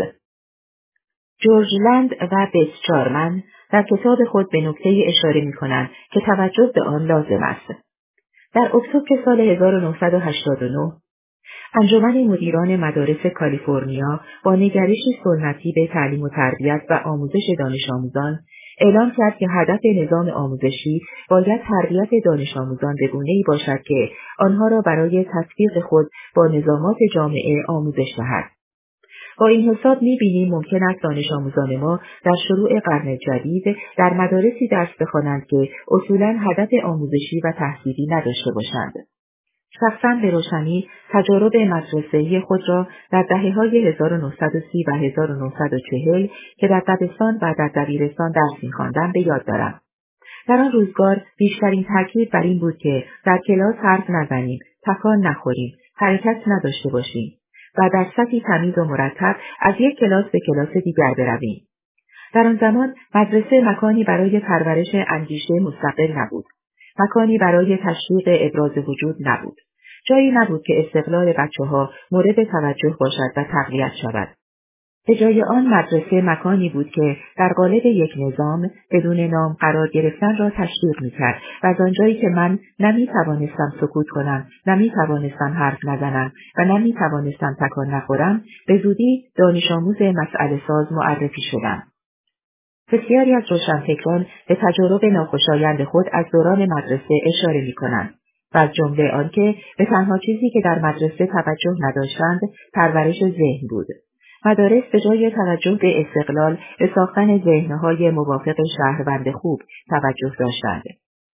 جورج لند و بس چارمن در کتاب خود به نکته اشاره می‌کنند که توجه به آن لازم است. در اکتبر سال 1989 انجمن مدیران مدارس کالیفرنیا با نگرشی سنتی به تعلیم و تربیت و آموزش دانش آموزان اعلام کرد که هدف نظام آموزشی باید تربیت دانش آموزان به گونه‌ای باشد که آنها را برای تطبیق خود با نظامات جامعه آموزش دهد. با این حساب می‌بینیم ممکن است دانش آموزان ما در شروع قرن جدید در مدارسی درس بخوانند که اصولاً هدف آموزشی و تحصیلی نداشته باشند. شخصاً به روشنی تجارب مدرسه‌ای خود را در دهه‌های 1930 و 1940 که در دبستان و در دبیرستان درس می‌خواندم به یاد دارم. در آن روزگار بیشترین تاکید بر این بود که در کلاس حرف نزنیم، تکان نخوریم، حرکت نداشته باشیم و در سطحی تمیز و مرتب از یک کلاس به کلاس دیگر برویم. در آن زمان مدرسه مکانی برای پرورش اندیشه مستقل نبود. مکانی برای تشویق ابراز وجود نبود. جایی نبود که استقلال بچه‌ها مورد توجه باشد و تقویت شود. به جای آن مدرسه مکانی بود که در قالب یک نظام بدون نام قرار گرفتن را تشویق می‌کرد و از آنجایی که من نمی‌توانستم سکوت کنم، نمی‌توانستم حرف نزنم و نمی‌توانستم تکان نخورم، به زودی دانش آموز مسئله ساز معرفی شدم. بسیاری از روشنفکران به تجارب ناخوشایند خود از دوران مدرسه اشاره می‌کنند و از جمله آنکه به تنها چیزی که در مدرسه توجه نداشتند پرورش ذهن بود. مدارس به جای توجه به استقلال به ساختن ذهن‌های موافق شهروند خوب توجه داشتند.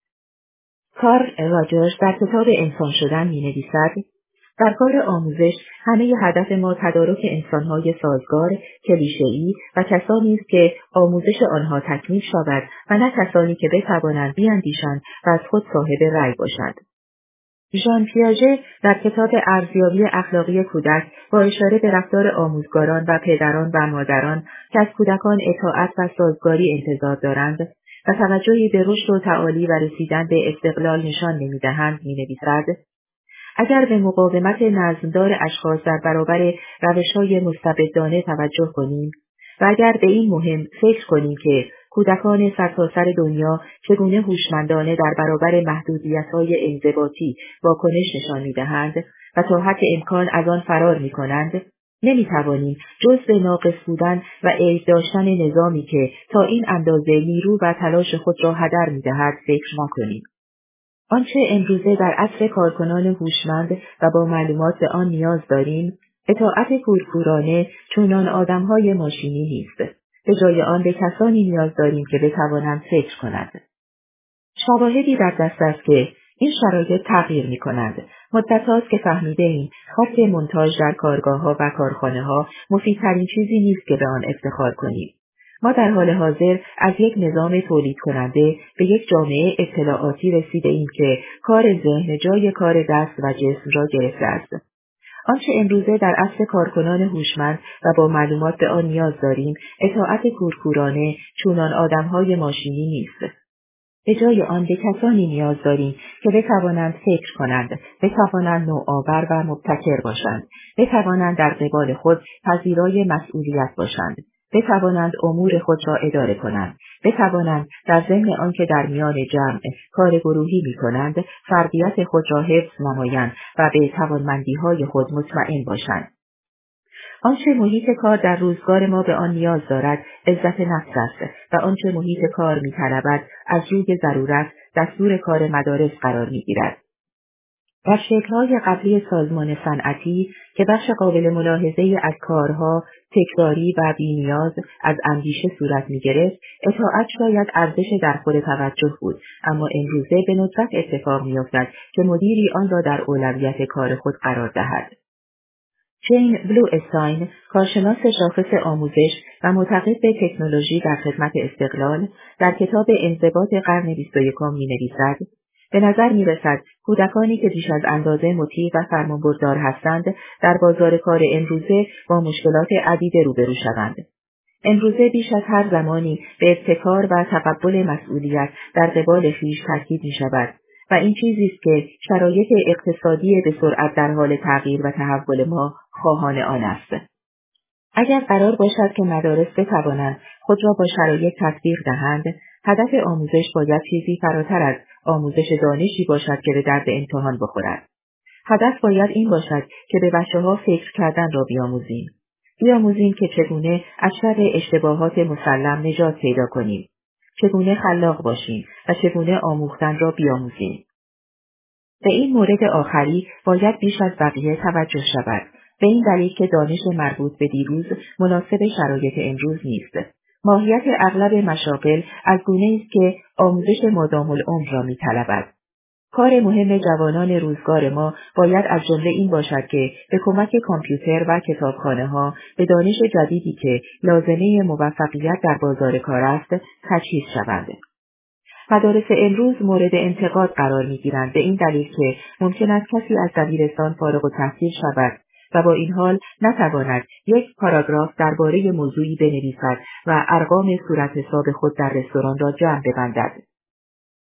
کارل راجرز در کتاب انسان شدن می‌نویسد: در کار آموزش همه هدف ما تدارک انسان‌های سازگار، کلیشه‌ای و کسانی است که آموزش آنها تکمیل شود و نه کسانی که بتوانند بیاندیشند و از خود صاحب رأی باشند. ژان پیاژه در کتاب ارزیابی اخلاقی کودک با اشاره به رفتار آموزگاران و پدران و مادران که از کودکان اطاعت و سازگاری انتظار دارند و توجهی به رشد و تعالی و رسیدن به استقلال نشان نمی‌دهند می‌نویسد: اگر به مقاومت نظمدار اشخاص در برابر روش‌های مستبدانه توجه کنیم و اگر به این مهم فکر کنیم که کودکان سرتاسر دنیا چگونه هوشمندانه در برابر محدودیت‌های انضباطی واکنش نشان می‌دهند و تا حد امکان از آن فرار می‌کنند، نمی‌توانیم جز به ناقص بودن و عیب داشتن نظامی که تا این اندازه نیرو و تلاش خود را هدر می‌دهد فکر نکنیم. آنچه امروزه در عصر کارکنان هوشمند و با معلومات به آن نیاز داریم، اطاعت کورکورانه چونان آدم‌های ماشینی نیست. به جای آن به کسانی نیاز داریم که بتوانند فکر کنند. شواهدی در دست است که این شرایط تغییر می‌کنند. مدت هاست که فهمیده‌ایم خط مونتاژ در کارگاه‌ها و کارخانه‌ها مفیدترین چیزی نیست که به آن افتخار کنیم. ما در حال حاضر از یک نظام تولید کننده به یک جامعه اطلاعاتی رسیده‌ایم که کار ذهن جای کار دست و جسم را گرفته است. آنچه امروزه در عصر کارکنان هوشمند و با معلومات به آن نیاز داریم، اطاعت کورکورانه چونان آدم‌های ماشینی نیست. به جای آن به کسانی نیاز داریم که بتوانند فکر کنند، بتوانند نوآور و مبتکر باشند، بتوانند در قبال خود پذیرای مسئولیت باشند، بتوانند امور خود را اداره کنند، بتوانند در ضمن آنکه در میان جمع کار گروهی می‌کنند، فردیت خود را حفظ نمایند و به توانمندی‌های خود مطمئن باشند. آنچه محیط کار در روزگار ما به آن نیاز دارد، عزت نفس است و آنچه محیط کار می‌طلبد، از روی ضرورت دستور کار مدارس قرار می‌گیرد. در شکل‌های قبلی سازمان صنعتی که بخش قابل ملاحظه‌ای از کارها تکراری و بی‌نیاز از اندیشه صورت می‌گرفت، اطاعت شاید ارزش درخور توجه بود، اما امروزه به ندرت اتفاق می‌افتد که مدیری آن را در اولویت کار خود قرار دهد. جین بلو استاین، کارشناس شاخص آموزش و معتقد به تکنولوژی در خدمت استقلال، در کتاب انضباط قرن 21 می‌نویسد: به نظر می‌رسد کودکانی که بیش از اندازه مطیع و فرمانبردار هستند، در بازار کار امروزه با مشکلات عدیده روبرو شوند. امروزه بیش از هر زمانی به ابتکار و تقبل مسئولیت در قبال خویش تاکید می‌شود و این چیزی است که شرایط اقتصادی به سرعت در حال تغییر و تحول ما خواهان آن است. اگر قرار باشد که مدارس بتوانند خود را با شرایط تطبیق دهند، هدف آموزش باید چیزی فراتر از آموزش دانشی باشد که به درد امتحان بخورد. هدف باید این باشد که به بچه‌ها فکر کردن را بیاموزیم که چگونه از شر اشتباهات مسلم نجات پیدا کنیم، چگونه خلاق باشیم و چگونه آموختن را بیاموزیم. به این مورد آخری باید بیش از بقیه توجه شود، به این دلیل که دانش مربوط به دیروز مناسب شرایط امروز نیست. ماهیت اغلب مشاغل از گونه‌ای است که آموزش مادام العمر را می‌طلبد. کار مهم جوانان روزگار ما باید از جمله این باشد که به کمک کامپیوتر و کتابخانه‌ها به دانش جدیدی که لازمه موفقیت در بازار کار است تجهیز شوند. مدارس امروز مورد انتقاد قرار می‌گیرند به این دلیل که ممکن است کسی از دبیرستان فارغ التحصیل شود و با این حال نتواند یک پاراگراف درباره موضوعی بنویسد و ارقام صورتحساب خود در رستوران را جمع ببندد.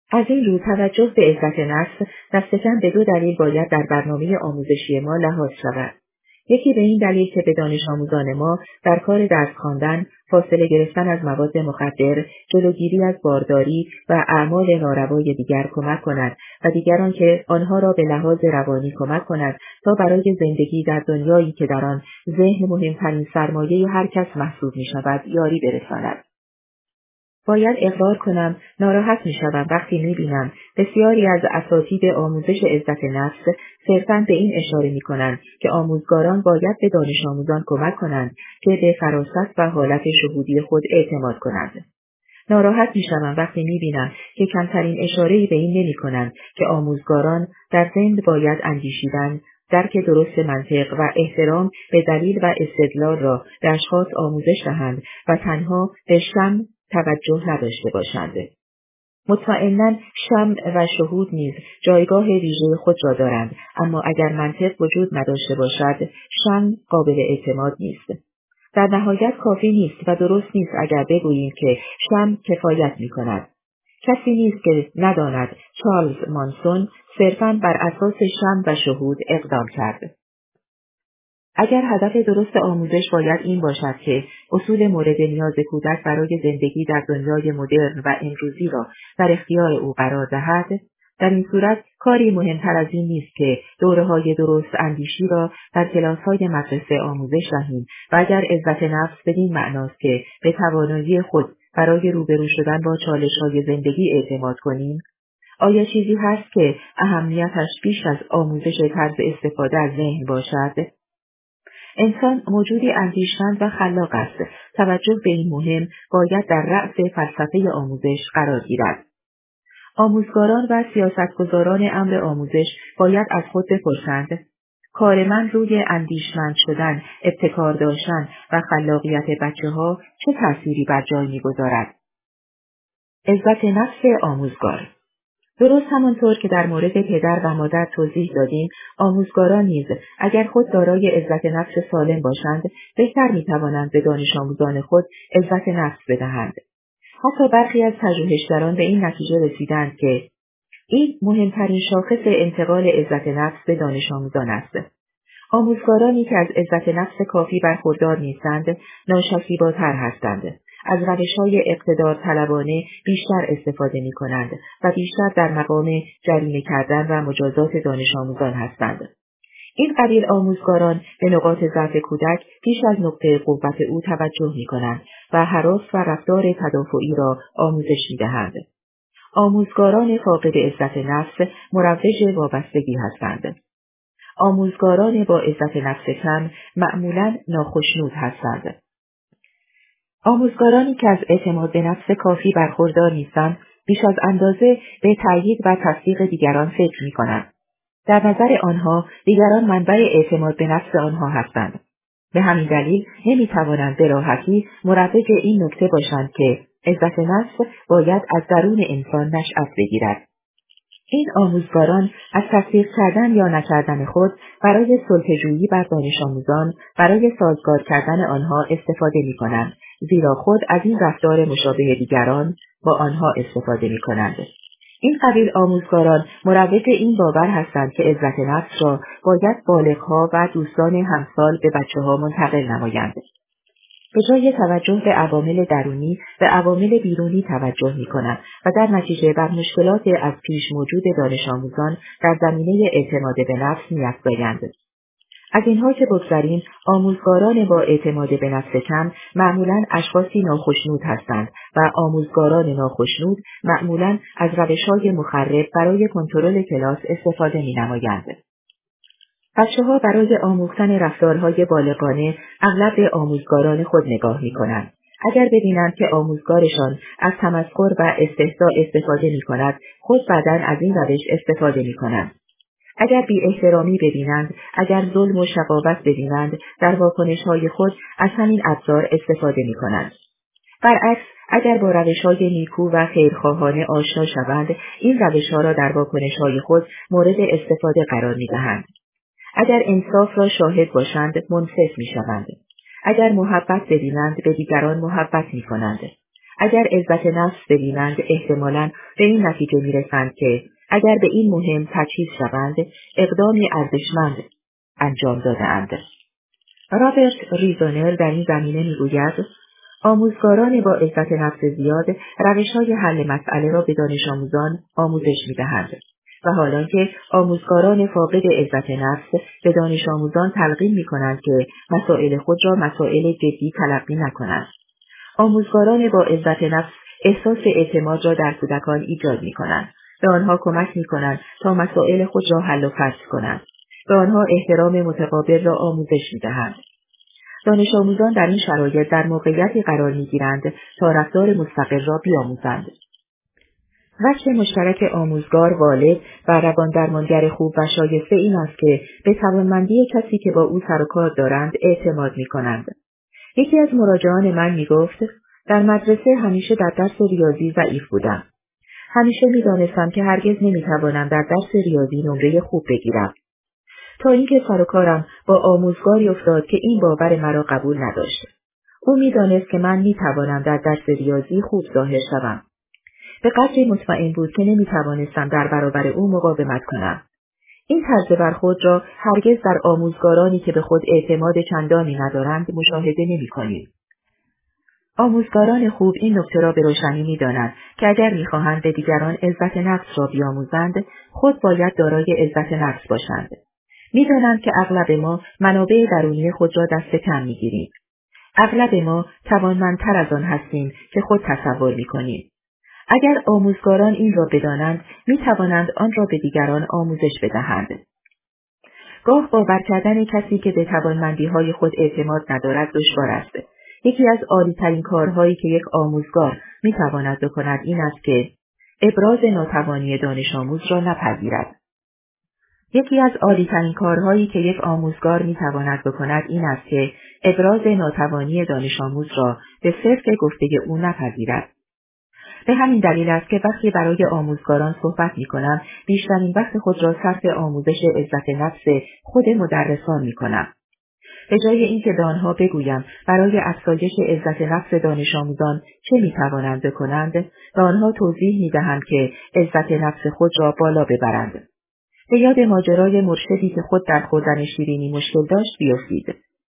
از این رو توجه به عزت نفس دست کم به 2 دلیل باید در برنامه آموزشی ما لحاظ شود. یکی به این دلیل که به دانش آموزان ما در کار درس خواندن، فاصله گرفتن از مواد مخدر، جلوگیری از بارداری و اعمال ناروای دیگر کمک کند و دیگران که آنها را به لحاظ روانی کمک کند تا برای زندگی در دنیایی که در آن ذهن مهمترین سرمایه هر کس محسوب می شود یاری برساند. باید اقرار کنم ناراحت می‌شوم وقتی می‌بینم بسیاری از اساتید آموزش عزت نفس صرفاً به این اشاره می‌کنند که آموزگاران باید به دانش آموزان کمک کنند که به فراست و حالت شهودی خود اعتماد کنند. ناراحت می‌شوم وقتی می‌بینم که کمترین اشاره‌ای به این نمی‌کنند که آموزگاران در ضمن باید اندیشیدن، درک درست منطق و احترام به دلیل و استدلال را به اشخاص آموزش دهند و تنها به شم توجه نداشته باشند. مطمئناً شمع و شهود نیز جایگاه ویژه خود را دارند، اما اگر منطق وجود نداشته باشد، شمع قابل اعتماد نیست. در نهایت کافی نیست و درست نیست اگر بگوییم که شمع کفایت می‌کند. کسی نیست که نداند چارلز مانسون صرفاً بر اساس شمع و شهود اقدام کرد. اگر هدف درست آموزش باید این باشد که اصول مورد نیاز کودک برای زندگی در دنیای مدرن و امروزی را در اختیار او قرار دهد، در این صورت کاری مهمتر از این نیست که دوره‌های درست اندیشی را در کلاس‌های مدرسه آموزش دهیم و اگر عزت نفس بدین معناست که به توانایی خود برای روبرو شدن با چالش‌های زندگی اعتماد کنیم، آیا چیزی هست که اهمیتش بیش از آموزش طرز استفاده از ذهن باشد؟ انسان موجودی اندیشمند و خلاق است. توجه به این مهم باید در رأس فلسفه آموزش قرار گیرد. آموزگاران و سیاستگزاران امر آموزش باید از خود بپرسند: کار من روی اندیشمند شدن، ابتکار داشتن و خلاقیت بچه‌ها چه تأثیری بر جای می‌گذارد؟ عزت نفس آموزگار. درست همانطور که در مورد پدر و مادر توضیح دادیم، آموزگاران نیز اگر خود دارای عزت نفس سالم باشند، بهتر می‌توانند به دانش آموزان خود عزت نفس بدهند. حتی برخی از پژوهشگران به این نتیجه رسیدند که این مهمترین شاخص انتقال عزت نفس به دانش آموزان است. آموزگارانی که از عزت نفس کافی برخوردار نیستند، ناشکیباتر هستند. از روش‌های اقتدار طلبانه بیشتر استفاده می‌کنند و بیشتر در مقام جریمه کردن و مجازات دانش آموزان هستند. این قبیل آموزگاران به نقاط ضعف کودک بیش از نقطه قوت او توجه می‌کنند و هراس و رفتار تدافعی را آموزش می‌دهند. آموزگاران فاقد عزت نفس مروج وابستگی هستند. آموزگاران با عزت نفس کم معمولاً ناخشنود هستند. آموزگارانی که از اعتماد به نفس کافی برخوردار نیستند، بیش از اندازه به تأیید و تصدیق دیگران فکر می‌کنند. در نظر آنها دیگران منبع اعتماد به نفس آنها هستند. به همین دلیل نمی‌توانند به راحتی مروج این نکته باشند که عزت نفس باید از درون انسان نشأت بگیرد. این آموزگاران از تصدیق کردن یا نکردن خود برای سلطه‌جویی بر دانش آموزان، برای سازگار کردن آنها استفاده می‌کنند، زیرا خود از این رفتار مشابه دیگران با آنها استفاده می‌کنند. این قبیل آموزگاران مروج این باور هستند که عزت نفس را باید بالغ‌ها و دوستان همسال به بچه‌ها منتقل نمایند. به جای توجه به عوامل درونی به عوامل بیرونی توجه می‌کنند و در نتیجه بر مشکلات از پیش موجود دانش آموزان در زمینه اعتماد به نفس می‌افزایند. از اینها که بگذریم، آموزگاران با اعتماد به نفس کم معمولاً اشخاصی ناخشنود هستند و آموزگاران ناخشنود معمولاً از روش‌های مخرب برای کنترل کلاس استفاده می‌نمایند. بچه‌ها برای آموختن رفتارهای بالغانه اغلب به آموزگاران خود نگاه می‌کنند. اگر ببینند که آموزگارشان از تمسخر و استهزاء استفاده می‌کند، خود بعداً از این روش استفاده می‌کنند. اگر بی‌احترامی ببینند، اگر ظلم و شقاوت ببینند، در واکنش‌های خود از همین ابزار استفاده می‌کنند. برعکس، اگر با روش‌های نیکو و خیرخواهانه آشنا شوند، این روش‌ها را در واکنش‌های خود مورد استفاده قرار می‌دهند. اگر انصاف را شاهد باشند، منصف می‌شوند. اگر محبت ببینند، به دیگران محبت می‌کنند. اگر عزت نفس ببینند احتمالاً به این نتیجه میرسند که اگر به این مهم تجهیز شوند اقدامی ارزشمند انجام داده‌اند. رابرت ریزونر در این زمینه میگوید آموزگاران با عزت نفس زیاد روش‌های حل مسئله را به دانش آموزان آموزش می‌دهند و حالان که آموزگاران فاقد عزت نفس به دانش آموزان تلقین می‌کنند که مسائل خود را مسائل جدی تلقی نکنند. آموزگاران با عزت نفس احساس اعتماد را در کودکان ایجاد می‌کنند. به آنها کمک می‌کنند تا مسائل خود را حل و فصل کنند. به آنها احترام متقابل را آموزش می‌دهند. دانش آموزان در این شرایط در موقعیتی قرار می‌گیرند تا رفتار مستقل را بیاموزند. وجه مشترک آموزگار، والد و رواندرمانگر خوب و شایسته این است که به توانمندی کسی که با او سر و کار دارند اعتماد می‌کنند. یکی از مراجعان من می‌گفت در مدرسه همیشه در درس ریاضی ضعیف بودم. همیشه می‌دانستم که هرگز نمی‌توانم در درس ریاضی نمره خوب بگیرم. تا اینکه سر و کارم با آموزگاری افتاد که این باور مرا قبول نداشت. او می‌دانست که من می‌توانم در درس ریاضی خوب ظاهر شوم. به قدری مطمئن بود که نمی‌توانستم در برابر او مقاومت کنم. این طرز برخورد را هرگز در آموزگارانی که به خود اعتماد چندانی ندارند مشاهده نمی‌کنیم. آموزگاران خوب این نکته را به روشنی می‌دانند که اگر می‌خواهند به دیگران عزت نفس را بیاموزند، خود باید دارای عزت نفس باشند. می‌دانند که اغلب ما منابع درونی خود را دست کم می‌گیریم. اغلب ما توانمندتر از آن هستیم که خود تصور می‌کنیم. اگر آموزگاران این را بدانند، می‌توانند آن را به دیگران آموزش بدهند. گاه باور کردن کسی که به توانمندی‌های خود اعتماد ندارد دشوار است. یکی از عالی‌ترین کارهایی که یک آموزگار می‌تواند بکند این است که ابراز ناتوانی دانش آموز را نپذیرد. یکی از عالی‌ترین کارهایی که یک آموزگار می‌تواند بکند این است که ابراز ناتوانی دانش آموز را به صرف گفته او نپذیرد. به همین دلیل است که وقتی برای آموزگاران صحبت می‌کنم، بیشترین وقت خود را صرف آموزش عزت نفس خود مدرسان می‌کنم. به جای اینکه به آنها بگویم برای افزایش عزت نفس دانش آموزان چه می‌توانند بکنند، به آنها توضیح می‌دهم که عزت نفس خود را بالا ببرند. به یاد ماجرای مرشدی که خود در خوردن شیرینی مشکل داشت بیفتید.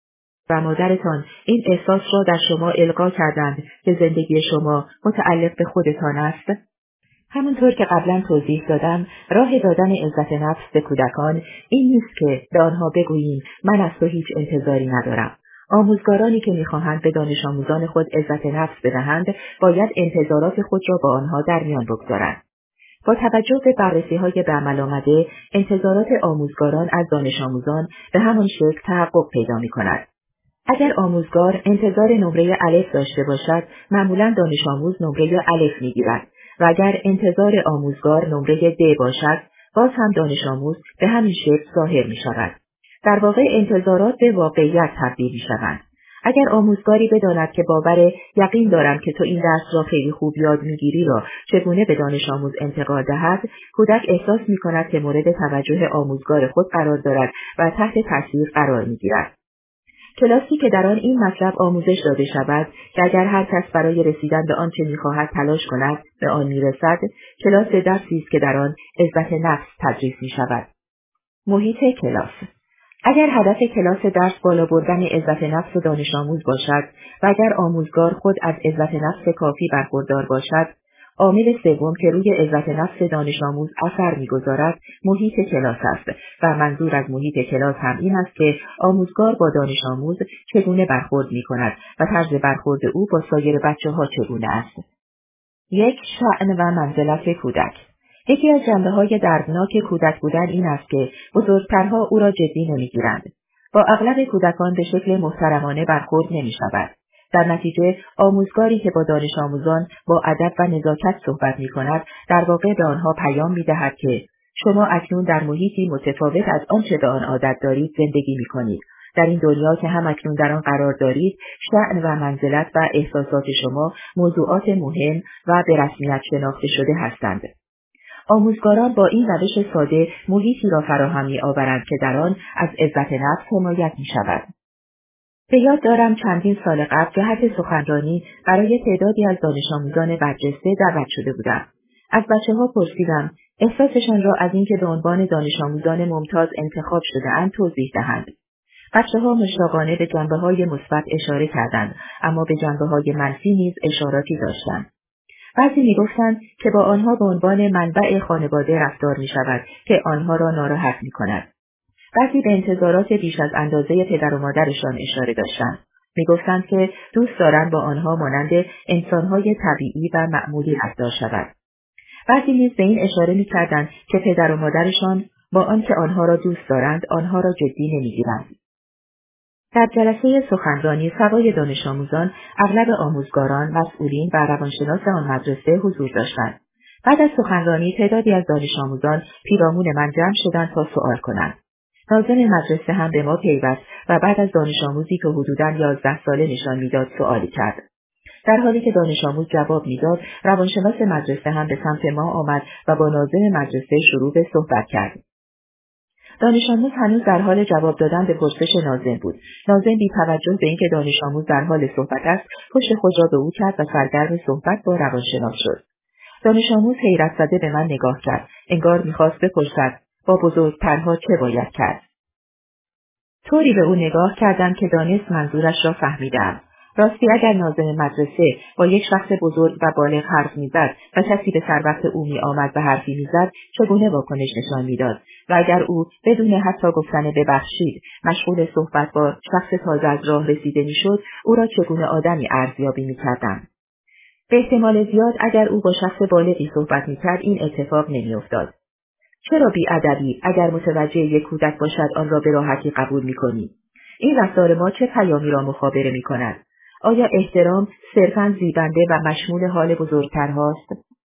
و مادرتان این احساس را در شما القا کردند که زندگی شما متعلق به خودتان است؟ همونطور که قبلا توضیح دادم، راه دادن عزت نفس به کودکان این نیست که به آنها بگوییم من از تو هیچ انتظاری ندارم. آموزگارانی که می‌خواهند به دانش آموزان خود عزت نفس بدهند، باید انتظارات خود را با آنها در میان بگذارند. با توجه به بررسی‌های به عمل آمده، انتظارات آموزگاران از دانش آموزان به همان شکل تحقق پیدا می‌کند. اگر آموزگار انتظار نمره الف داشته باشد، معمولاً دانش آموز نمره الف می‌گیرد و اگر انتظار آموزگار نمره د باشد، باز هم دانش آموز به همین شکل ظاهر می‌شود. در واقع انتظارات به واقعیت تبدیل می‌شوند. اگر آموزگاری بداند که باور یقین دارم که تو این درس را خیلی خوب یاد می‌گیری را چگونه به دانش آموز انتقال دهد، کودک احساس می‌کند که مورد توجه آموزگار خود قرار دارد و تحت تاثیر قرار می‌گیرد. کلاسی که در آن این مطلب آموزش داده شود که اگر هر کس برای رسیدن به آنچه می‌خواهد تلاش کند به آن می‌رسد، کلاس درسی است که در آن عزت نفس تدریس می‌شود. محیط کلاس. اگر هدف کلاس درس بالا بردن عزت نفس دانش آموز باشد و اگر آموزگار خود از عزت نفس کافی برخوردار باشد، عامل سوم که روی عزت نفس دانش آموز اثر می‌گذارد محیط کلاس است و منظور از محیط کلاس هم این است که آموزگار با دانش آموز چگونه برخورد می‌کند و طرز برخورد او با سایر بچه‌ها چگونه است. یک، شأن و منزلت کودک. یکی از جنبه‌های دردناک کودک بودن این است که بزرگترها او را جدی نمی‌گیرند. با اغلب کودکان به شکل محترمانه برخورد نمی‌شود. در نتیجه آموزگاری که با دانش آموزان با ادب و نزاکت صحبت می‌کند، در واقع به آنها پیام می‌دهد که شما اکنون در محیطی متفاوت از آنچه به آن عادت دارید زندگی می‌کنید. در این دنیا که هم اکنون در آن قرار دارید، شأن و منزلت و احساسات شما موضوعات مهم و به رسمیت شناخته شده هستند. آموزگاران با این روش ساده محیطی را فراهم می‌آورند که در آن از عزت نفس حمایت می‌شود. به یاد دارم چندین سال قبل جهت سخنرانی برای تعدادی از دانش آموزان برجسته دعوت شده بودم. از بچه‌ها پرسیدم احساسشان را از اینکه به عنوان دانش آموزان ممتاز انتخاب شده‌اند توضیح دهند. بچه‌ها مشتاقانه به جنبه‌های مثبت اشاره کردند، اما به جنبه‌های منفی نیز اشاراتی داشتند. بعضی می‌گفتند که با آنها به عنوان منبع خانواده رفتار می‌شود که آنها را ناراحت می‌کند. بعضی به انتظارات بیش از اندازه پدر و مادرشان اشاره داشتند. می‌گفتند که دوست دارند با آنها مانند انسان‌های طبیعی و معمولی رفتار شود. بعضی نیز به این اشاره می‌کردند که پدر و مادرشان با آنکه آنها را دوست دارند، آنها را جدی نمی‌گیرند. در جلسه سخنرانی سوای دانش آموزان، اغلب آموزگاران، مسئولین و روانشناس آن مدرسه حضور داشتند. بعد از سخنرانی تعدادی از دانش آموزان پیرامون من جمع شدند تا سؤال کنند. ناظم مدرسه هم به ما پیوست و بعد از دانش آموزی که حدوداً 11 ساله نشان میداد سؤالی کرد. در حالی که دانش آموز جواب میداد، روانشناس مدرسه هم به سمت ما آمد و با ناظم مدرسه شروع به صحبت کرد. دانش آموز هنوز در حال جواب دادن به پرسش ناظم بود. ناظم بی توجه به اینکه دانش آموز در حال صحبت است، پشت خود را به او کرد و سرگرم صحبت با روانشناس شد. دانش آموز حیرت زده به من نگاه کرد. انگار می‌خواست بپرسد با بزرگترها چه باید کرد. طوری به او نگاه کردم که دانست منظورش را فهمیدم. راستی اگر ناظم مدرسه با یک شخص بزرگ و بالغ حرف میزد و کسی به سر وقت او میآمد و حرفی میزد، چگونه واکنش نشان میداد؟ و اگر او بدون حتی گفتن ببخشید مشغول صحبت با شخص تازه از راه رسیده میشد، او را چگونه آدمی ارزیابی میکردم؟ به احتمال زیاد اگر او با شخص بالغی صحبت میکرد این اتفاق نمیافتاد. چرا بی‌ادبی اگر متوجه یک کودک باشد آن را به راحتی قبول می‌کنی؟ این رفتار ما چه پیامی را مخابره می‌کند؟ آیا احترام صرفاً زیبنده و مشمول حال بزرگترهاست؟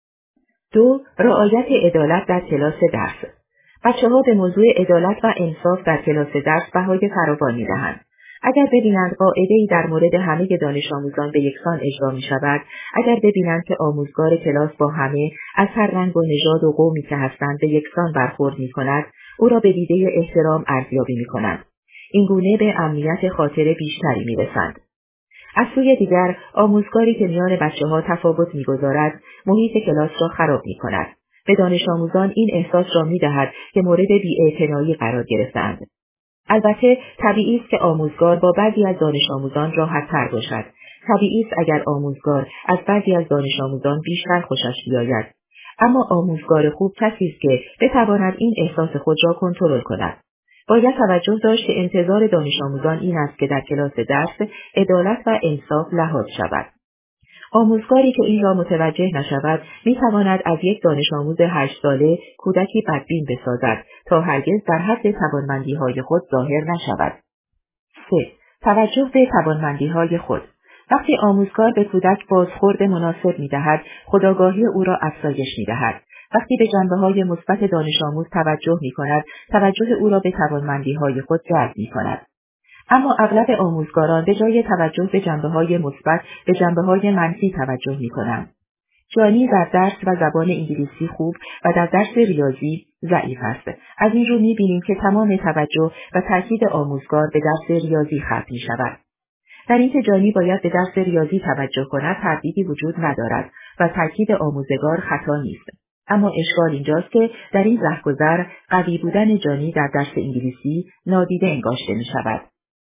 2. رعایت عدالت در کلاس درس. بچه‌ها به موضوع عدالت و انصاف در کلاس درس بهای فراوان می‌دهند. اگر ببینند قاعده‌ای در مورد همه دانش آموزان به یکسان اجرا می‌شود، اگر ببینند که آموزگار کلاس با همه از هر رنگ و نژاد و قومی که هستند به یکسان برخورد می‌کند، او را به دیده احترام ارزیابی می‌کنند. این گونه به امنیت خاطر بیشتری می‌رسند. از سوی دیگر، آموزگاری که میان بچه‌ها تفاوت می‌گذارد، محیط کلاس را خراب می‌کند. به دانش آموزان این احساس را می‌دهد که مورد بی‌اعتنایی قرار گرفته‌اند. البته طبیعی است که آموزگار با بعضی از دانش آموزان راحت‌تر باشد. طبیعی است اگر آموزگار از بعضی از دانش آموزان بیشتر خوشش بیاید. اما آموزگار خوب کسی است که بتواند این احساس خود را کنترل کند. باید توجه داشت که انتظار دانش آموزان این است که در کلاس درس عدالت و انصاف لحاظ شود. آموزگاری که این را متوجه نشود می‌تواند از یک دانش آموز 8 ساله کودکی بدبین بسازد تا هرگز در حد توانمندی‌های خود ظاهر نشود. 3. توجه به توانمندی‌های خود. وقتی آموزگار به کودک بازخورد مناسب می‌دهد، خودآگاهی او را افزایش می‌دهد. وقتی به جنبه‌های مثبت دانش آموز توجه می‌کند، توجه او را به توانمندی‌های خود جلب می‌کند. اما اغلب آموزگاران به جای توجه به جنبه‌های مثبت به جنبه‌های منفی توجه می‌کنند. جانی در درس و زبان انگلیسی خوب و در درس ریاضی ضعیف است. از این رو می‌بینیم که تمام توجه و تاکید آموزگار به درس ریاضی خرج می‌شود. در اینکه جانی باید به درس ریاضی توجه کند تردیدی وجود ندارد و تاکید آموزگار خطا نیست. اما اشکال اینجاست که در این رهگذر قوی بودن جانی در درس انگلیسی نادیده انگاشته می‌شود.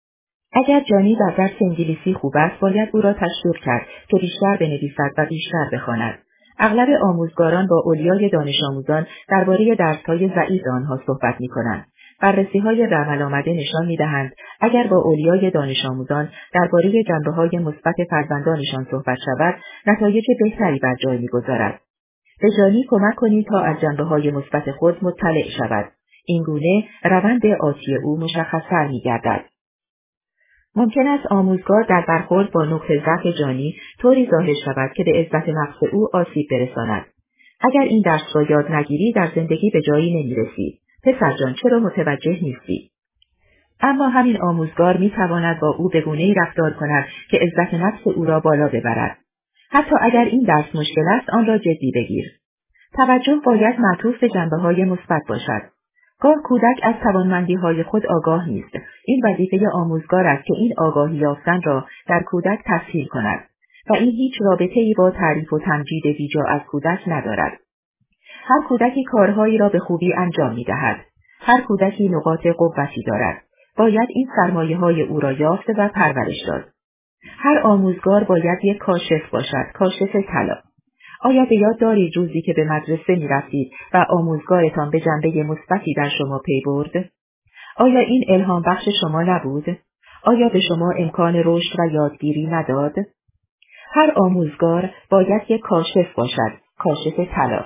اگر جانی در درس انگلیسی خوب است، باید او را تشویق کرد که بیشتر بنویسد و بیشتر بخواند. اغلب آموزگاران با اولیای دانش آموزان درباره درس‌های ضعیف آنها صحبت می‌کنند. بررسی‌های در عمل آمده نشان می‌دهند اگر با اولیای دانش آموزان درباره جنبه‌های مثبت فرزندانشان صحبت شود، نتایج بهتری بر جای می‌گذارد. به جانی کمک کنید تا از جنبه‌های مثبت خود مطلع شود. این گونه روند آتی او مشخص‌تر می‌گردد. ممکن است آموزگار در برخورد با نقطه ضعف جانی طوری ظاهر شود که به عزت نفس او آسیب برساند. اگر این درس را یاد نگیری در زندگی به جایی نمی‌رسی. پسر جان چرا متوجه نیستی؟ اما همین آموزگار می‌تواند با او به گونه‌ای رفتار کند که عزت نفس او را بالا ببرد. حتی اگر این درس مشکل است آن را جدی بگیر. توجه باید معطوف به جنبه‌های مثبت باشد. گاه کودک از توانمندی‌های خود آگاه نیست. این وظیفه آموزگار است که این آگاهی یافتن را در کودک تسهیل کند و این هیچ رابطه‌ای با تعریف و تمجید بیجا از کودک ندارد. هر کودکی کارهایی را به خوبی انجام می‌دهد. هر کودکی نقاط قوتی دارد. باید این سرمایه‌های او را یافت و پرورش داد. هر آموزگار باید یک کاشف باشد، کاشف طلا. آیا به یاد دارید روزی که به مدرسه می‌رفتید و آموزگارتان به جنبه مثبتی در شما پی برد؟ آیا این الهام بخش شما نبود؟ آیا به شما امکان رشد و یادگیری نداد؟ هر آموزگار باید یک کاشف باشد، کاشف طلا.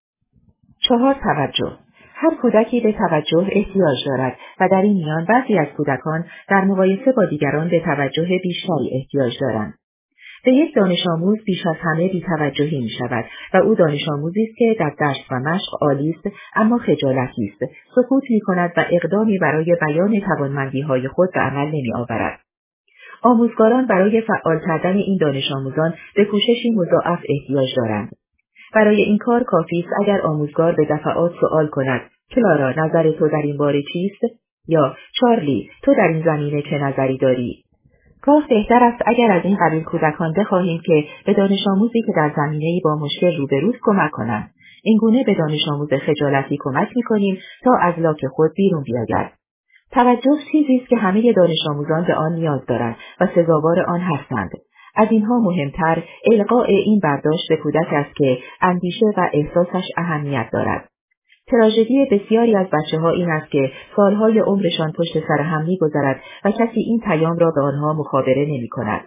4. توجه. هر کودکی به توجه احتیاج دارد و در این میان بعضی از کودکان در مقایسه با دیگران به توجه بیشتری احتیاج دارند. به یک دانش آموز بیش از همه بی‌توجهی می‌شود و او دانش آموزی است که در درس و مشق عالی است اما خجالتی است، سکوت می‌کند و اقدامی برای بیان توانمندی‌های خود به عمل نمی‌آورد. آموزگاران برای فعال کردن این دانش آموزان به کوششی مضاعف احتیاج دارند. برای این کار کافی است اگر آموزگار به دفعات سوال کند: کلارا، نظر تو در این باره چیست؟ یا چارلی، تو در این زمینه چه نظری داری؟ گاه بهتر است اگر از این قبیل کودکان بخواهیم که به دانش آموزی که در زمینه‌ای با مشکل روبروست کمک کنند. این گونه به دانش آموز خجالتی کمک می‌کنیم تا از لاک خود بیرون بیاید. توجه چیزی است که همه دانش آموزان به آن نیاز دارند و سزاوار آن هستند. از اینها مهمتر القاء این برداشت به کودک است که اندیشه و احساسش اهمیت دارد. تراژدی بسیاری از بچه‌ها این است که سالهای عمرشان پشت سر هم می‌گذرد و کسی این پیام را به آنها مخابره نمی‌کند.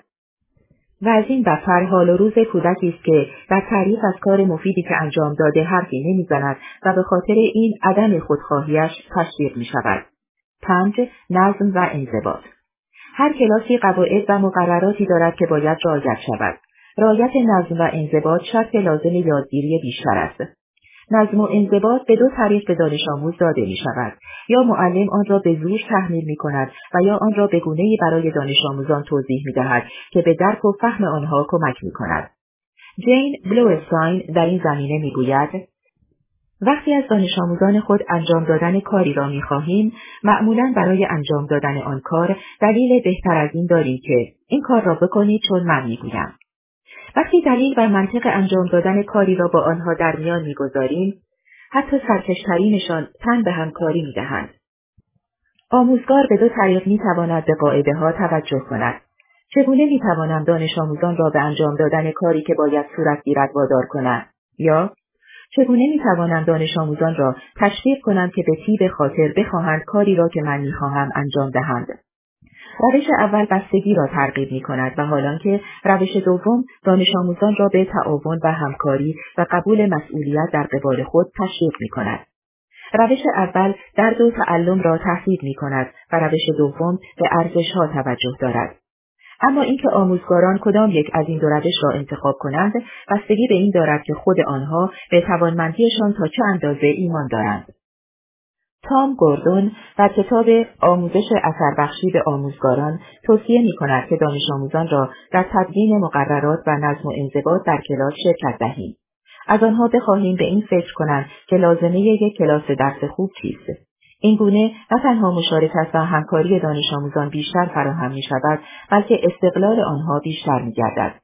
و از این بدتر حال و روز کودکی است که در تعریف از کار مفیدی که انجام داده حرفی نمی‌زند و به خاطر این عدم خودخواهیش تشویق می‌شود. 5. نظم و انضباط. هر کلاسی قواعد و مقرراتی دارد که باید رعایت شود. رعایت نظم و انضباط شرط لازم یادگیری بیشتر است. نظم و انضباط به دو طریق به دانش آموز داده می شود. یا معلم آن را به زور تحمیل می کند و یا آن را به گونه‌ای برای دانش آموزان توضیح می دهد که به درک و فهم آنها کمک می کند. جین بلوستاین در این زمینه می گوید: وقتی از دانش آموزان خود انجام دادن کاری را می خواهیم، معمولاً برای انجام دادن آن کار دلیل بهتر از این داریم که این کار را بکنید چون من می گویم. وقتی دلیل و منطق انجام دادن کاری را با آنها در میان می‌گذاریم، حتی سرکشترینشان تن به همکاری می‌دهند. آموزگار به دو طریق می‌تواند به قاعده‌ها توجه کند. چگونه می‌توانم دانش آموزان را به انجام دادن کاری که باید صورت گیرد وادار کنم؟ یا چگونه می‌توانم دانش آموزان را تشویق کنم که به طیب خاطر بخواهند کاری را که من می‌خواهم انجام دهند؟ روش اول بستگی را ترغیب می کند و حالان که روش دوم دانش آموزان را به تعاون و همکاری و قبول مسئولیت در قبال خود تشویق می کند. روش اول درد و تعلم را تهدید می کند و روش دوم به ارزش‌ها توجه دارد. اما اینکه آموزگاران کدام یک از این دو روش را انتخاب کنند بستگی به این دارد که خود آنها به توانمندیشان تا چه اندازه ایمان دارند. تام گوردون در کتاب آموزش اثربخشی به آموزگاران توصیه می‌کند که دانش آموزان را در تدوین مقررات و نظم و انضباط در کلاس شرکت دهیم. از آنها بخواهیم به این فکر کنند که لازمه یک کلاس درس خوب چیست. این گونه نه تنها مشارکت و همکاری دانش آموزان بیشتر فراهم می‌شود، بلکه استقلال آنها بیشتر می‌گردد.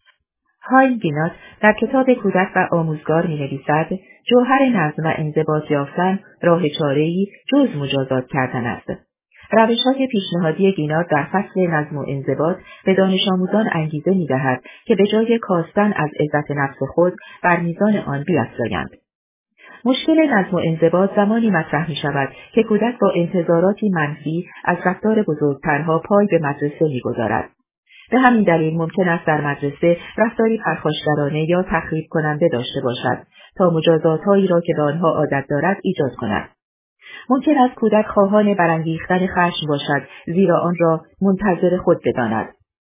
هایم گینات در کتاب کودک و آموزگار می‌نویسد: جوهر نظم و انضباط یافتن راه چاره‌ای جز مجازات کردن است. روش‌های پیشنهادی گینات در فصل نظم و انضباط به دانش آموزان انگیزه می‌دهد که به جای کاستن از عزت نفس خود بر میزان آن بیفزایند. مشکل نظم و انضباط زمانی مطرح می‌شود که کودک با انتظاراتی منفی از رفتار بزرگترها پای به مدرسه می‌گذارد. به همین دلیل ممکن است در مدرسه رفتاری پرخاشگرانه یا تخریب کننده داشته باشد تا مجازات‌هایی را که به آنها عادت دارد ایجاد کند. ممکن است کودک خواهان برانگیختن خشم باشد زیرا آن را منتظر خود بداند.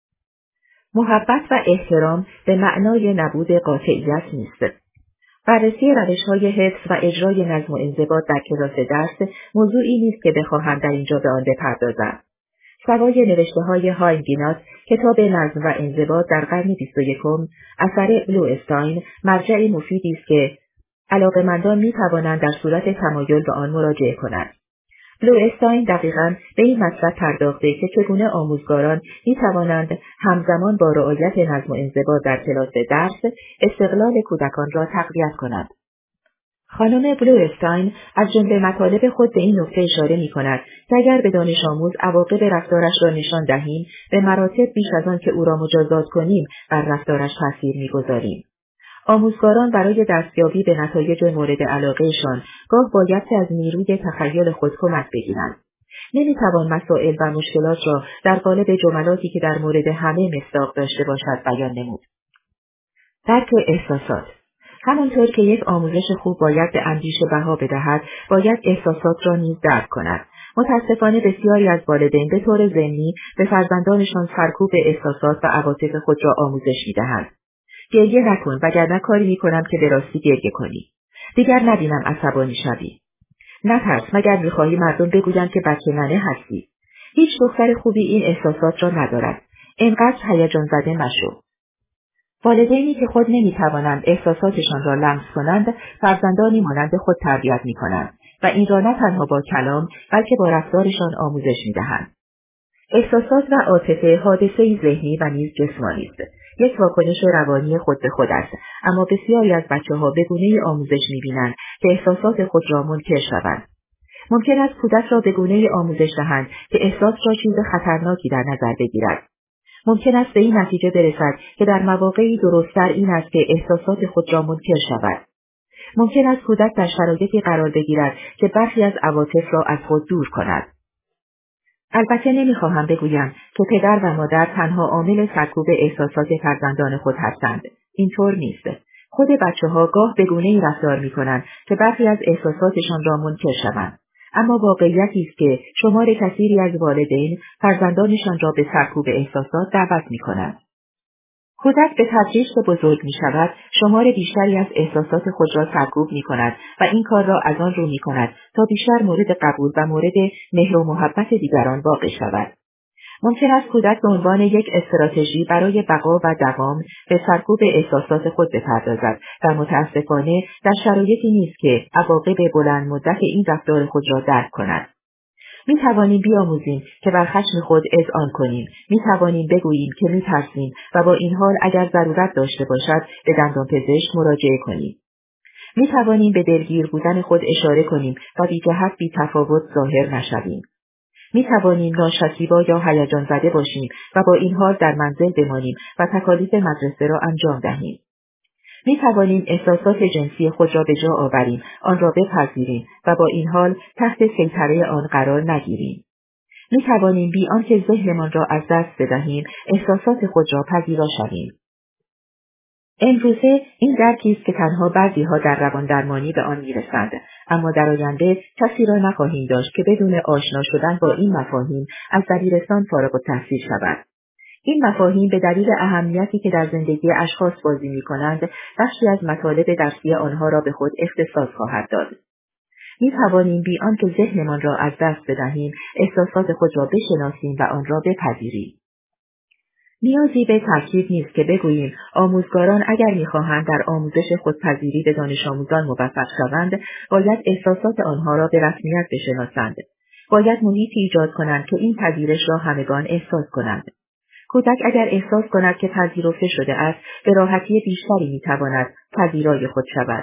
محبت و احترام به معنای نبود قاطعیت نیست. بررسی روش‌های حفظ و اجرای نظم و انضباط در کلاس درس موضوعی نیست که بخواهم در اینجا به آن بپردازم. سوای نوشته‌های هایم گینات، کتاب نظم و انضباط در قرن 21 اثر بلوستاین مرجع مفیدی است که علاقه‌مندان می‌توانند در صورت تمایل به آن مراجعه کنند. بلوستاین دقیقاً به این مطلب پرداخته که چگونه آموزگاران می‌توانند همزمان با رعایت نظم و انضباط در کلاس درس استقلال کودکان را تقویت کنند. خانم بلوستاین از جمله مطالب خود به این نکته اشاره می‌کند که اگر به دانش آموز عواقب رفتارش را نشان دهیم، به مراتب بیش از آن که او را مجازات کنیم، بر رفتارش تأثیر می‌گذاریم. آموزگاران برای دستیابی به نتایج مورد علاقهشان گاه باید که از نیروی تخیل خود کمک بگیرند. نمیتوان مسائل و مشکلات را در قالب جملاتی که در مورد همه مصداق داشته باشد بیان نمود. درک احساسات. همانطور که یک آموزش خوب باید به اندیشه بها بدهد، باید احساسات را نیز درک کند. متاسفانه بسیاری از والدین به طور ضمنی به فرزندانشان سرکوب احساسات و عواطف خود را آموزش می‌دهند. گریه نکن وگرنه کاری می‌کنم که به راستی گریه کنی. دیگر نبینم عصبانی شوی. نترس مگر می‌خواهی مردم بگویند که بچه ننه هستی. هیچ دختر خوبی این احساسات را ندارد. اینقدر هیجان زده مشو. والدینی که خود نمی‌توانند احساساتشان را لمس کنند، فرزندانی مانند خود تربیت می‌کنند و این را نه تنها با کلام بلکه با رفتارشان آموزش می‌دهند. احساسات و عاطفه حادثه‌ای ذهنی و نیز جسمانی است. یک واکنش روانی خود به خود است، اما بسیاری از بچه‌ها به گونه‌ای آموزش می‌بینند که احساسات خود را منکر شوند. ممکن است کودک را به گونه‌ای آموزش دهند که احساس را چیز خطرناکی در نظر بگیرد. ممکن است به این نتیجه برسد که در مواقعی درست‌تر این است که احساسات خود را منکر شود. ممکن است کودک در شرایطی قرار بگیرد که برخی از عواطف را از خود دور کند. البته نمیخواهم بگویم که پدر و مادر تنها عامل سرکوب احساسات فرزندان خود هستند. اینطور نیست. خود بچه‌ها گاه به گونه‌ای رفتار می‌کنند که برخی از احساساتشان را منکر شوند. اما واقعیتی است که شمار کثیری از والدین فرزندانشان را به سرکوب احساسات دعوت می‌کنند. کودک به تدریج که بزرگ می‌شود، شمار بیشتری از احساسات خود را سرکوب می‌کند و این کار را از آن رو می‌کند تا بیشتر مورد قبول و مورد مهر و محبت دیگران واقع شود. ممکن است کودک به عنوان یک استراتژی برای بقا و دوام به سرکوب احساسات خود بپردازد و متأسفانه در شرایطی نیست که عواقب بلند مدت این رفتار خود را درک کند. می توانیم بیاموزیم که بر خشم خود اذعان کنیم. می توانیم بگوییم که می ترسیم و با این حال اگر ضرورت داشته باشد به دندانپزشک مراجعه کنیم. می توانیم به دلگیر بودن خود اشاره کنیم و بی جهت بی تفاوت ظاهر نشویم. می توانیم ناشکیبا یا هیجان زده باشیم و با این حال در منزل بمانیم و تکالیف مدرسه را انجام دهیم. می توانیم احساسات جنسی خود را به جا آوریم، آن را بپذیریم و با این حال تحت سیطره آن قرار نگیریم. می توانیم بی آنکه ذهنمان را از دست بدهیم، احساسات خود را پذیرا شویم. امروزه این درکی است که تنها بعضی‌ها در رواندرمانی به آن می‌رسند، اما در آینده کسی را نخواهیم داشت که بدون آشنا شدن با این مفاهیم از دبیرستان فارغ التحصیل شود. این مفاهیم به دلیل اهمیتی که در زندگی اشخاص بازی می‌کنند، بخشی از مطالب درسی آنها را به خود اختصاص خواهد داد. می‌توانیم بی آنکه ذهنمان را از دست بدهیم، احساسات خود را بشناسیم و آن را بپذیریم. نیازی به تاکید نیست که بگوییم آموزگاران اگر می‌خواهند در آموزش خودپذیری به دانش آموزان موفق شوند، باید احساسات آنها را به رسمیت بشناسند. باید محیطی ایجاد کنند که این پذیرش را همگان احساس کنند. کودک اگر احساس کند که پذیرفته شده است، به راحتی بیشتری می‌تواند پذیرای خود شود.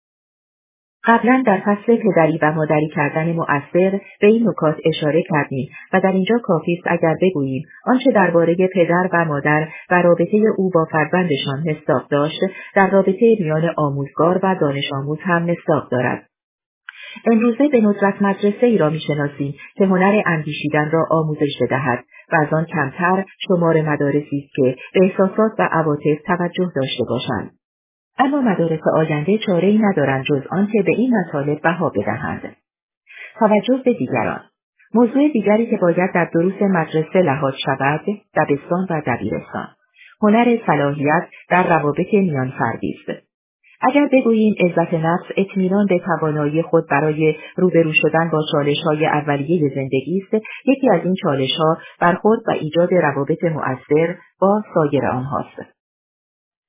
قبلا در فصل پدری و مادری کردن مؤثر به این نکات اشاره کردیم و در اینجا کافی است اگر بگوییم آنچه درباره پدر و مادر و رابطه او با فرزندشان مصداق داشت، در رابطه میان آموزگار و دانش آموز هم مصداق دارد. امروزه به ندرت مدرسه ای را می‌شناسیم که هنر اندیشیدن را آموزش بدهد و از آن کمتر شمار مدارسی است که به احساسات و عواطف توجه داشته باشند. اما مدارس آینده چاره‌ای ندارند جز آنکه به این مطالب بها بدهند. توجه به دیگران. موضوع دیگری که باید در دروس مدرسه لحاظ شود، دبستان و دبیرستان. هنر صلاحیت در روابط میان فردی است. اگر بگوییم عزت نفس اطمینان به توانایی خود برای روبرو شدن با چالش‌های اولیه زندگی است، یکی از این چالش‌ها برخورد و ایجاد روابط مؤثر با سایر آنهاست.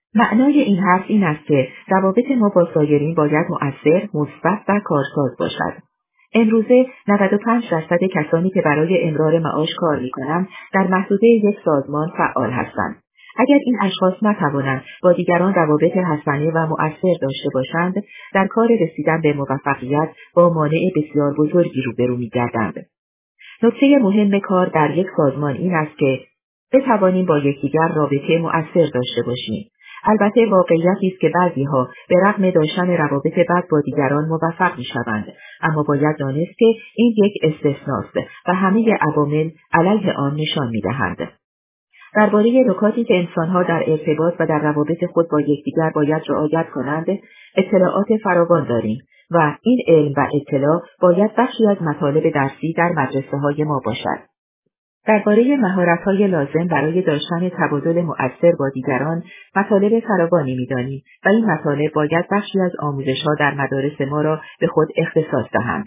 معنای این حرف این است که روابط ما با سایرین باید مؤثر، مثبت و کارساز باشد. امروزه 95% کسانی که برای امرار معاش کار می‌کنند در محدوده یک سازمان فعال هستند. اگر این اشخاص نتوانند با دیگران روابط حسنه و مؤثر داشته باشند، در کار رسیدن به موفقیت با مانع بسیار بزرگی روبرو می‌گردند. نکته مهم کار در یک سازمان این است که بتوانیم با یکدیگر رابطه مؤثر داشته باشیم. البته واقعیتی است که بعضی‌ها به رغم داشتن روابط بد با دیگران موفق می‌شوند، اما باید دانست که این یک استثناست و همه عوامل علیه آن نشان می‌دهند. درباره نکاتی که انسان‌ها در ارتباط و در روابط خود با یکدیگر باید رعایت کنند، اطلاعات فراوان داریم و این علم و اطلاع باید بخشی از مطالب درسی در مدرسه‌های ما باشد. درباره مهارت‌های لازم برای داشتن تبادل مؤثر با دیگران مطالب فراوانی می‌دانیم و این مطالب باید بخشی از آموزش‌ها در مدارس ما را به خود اختصاص دهند.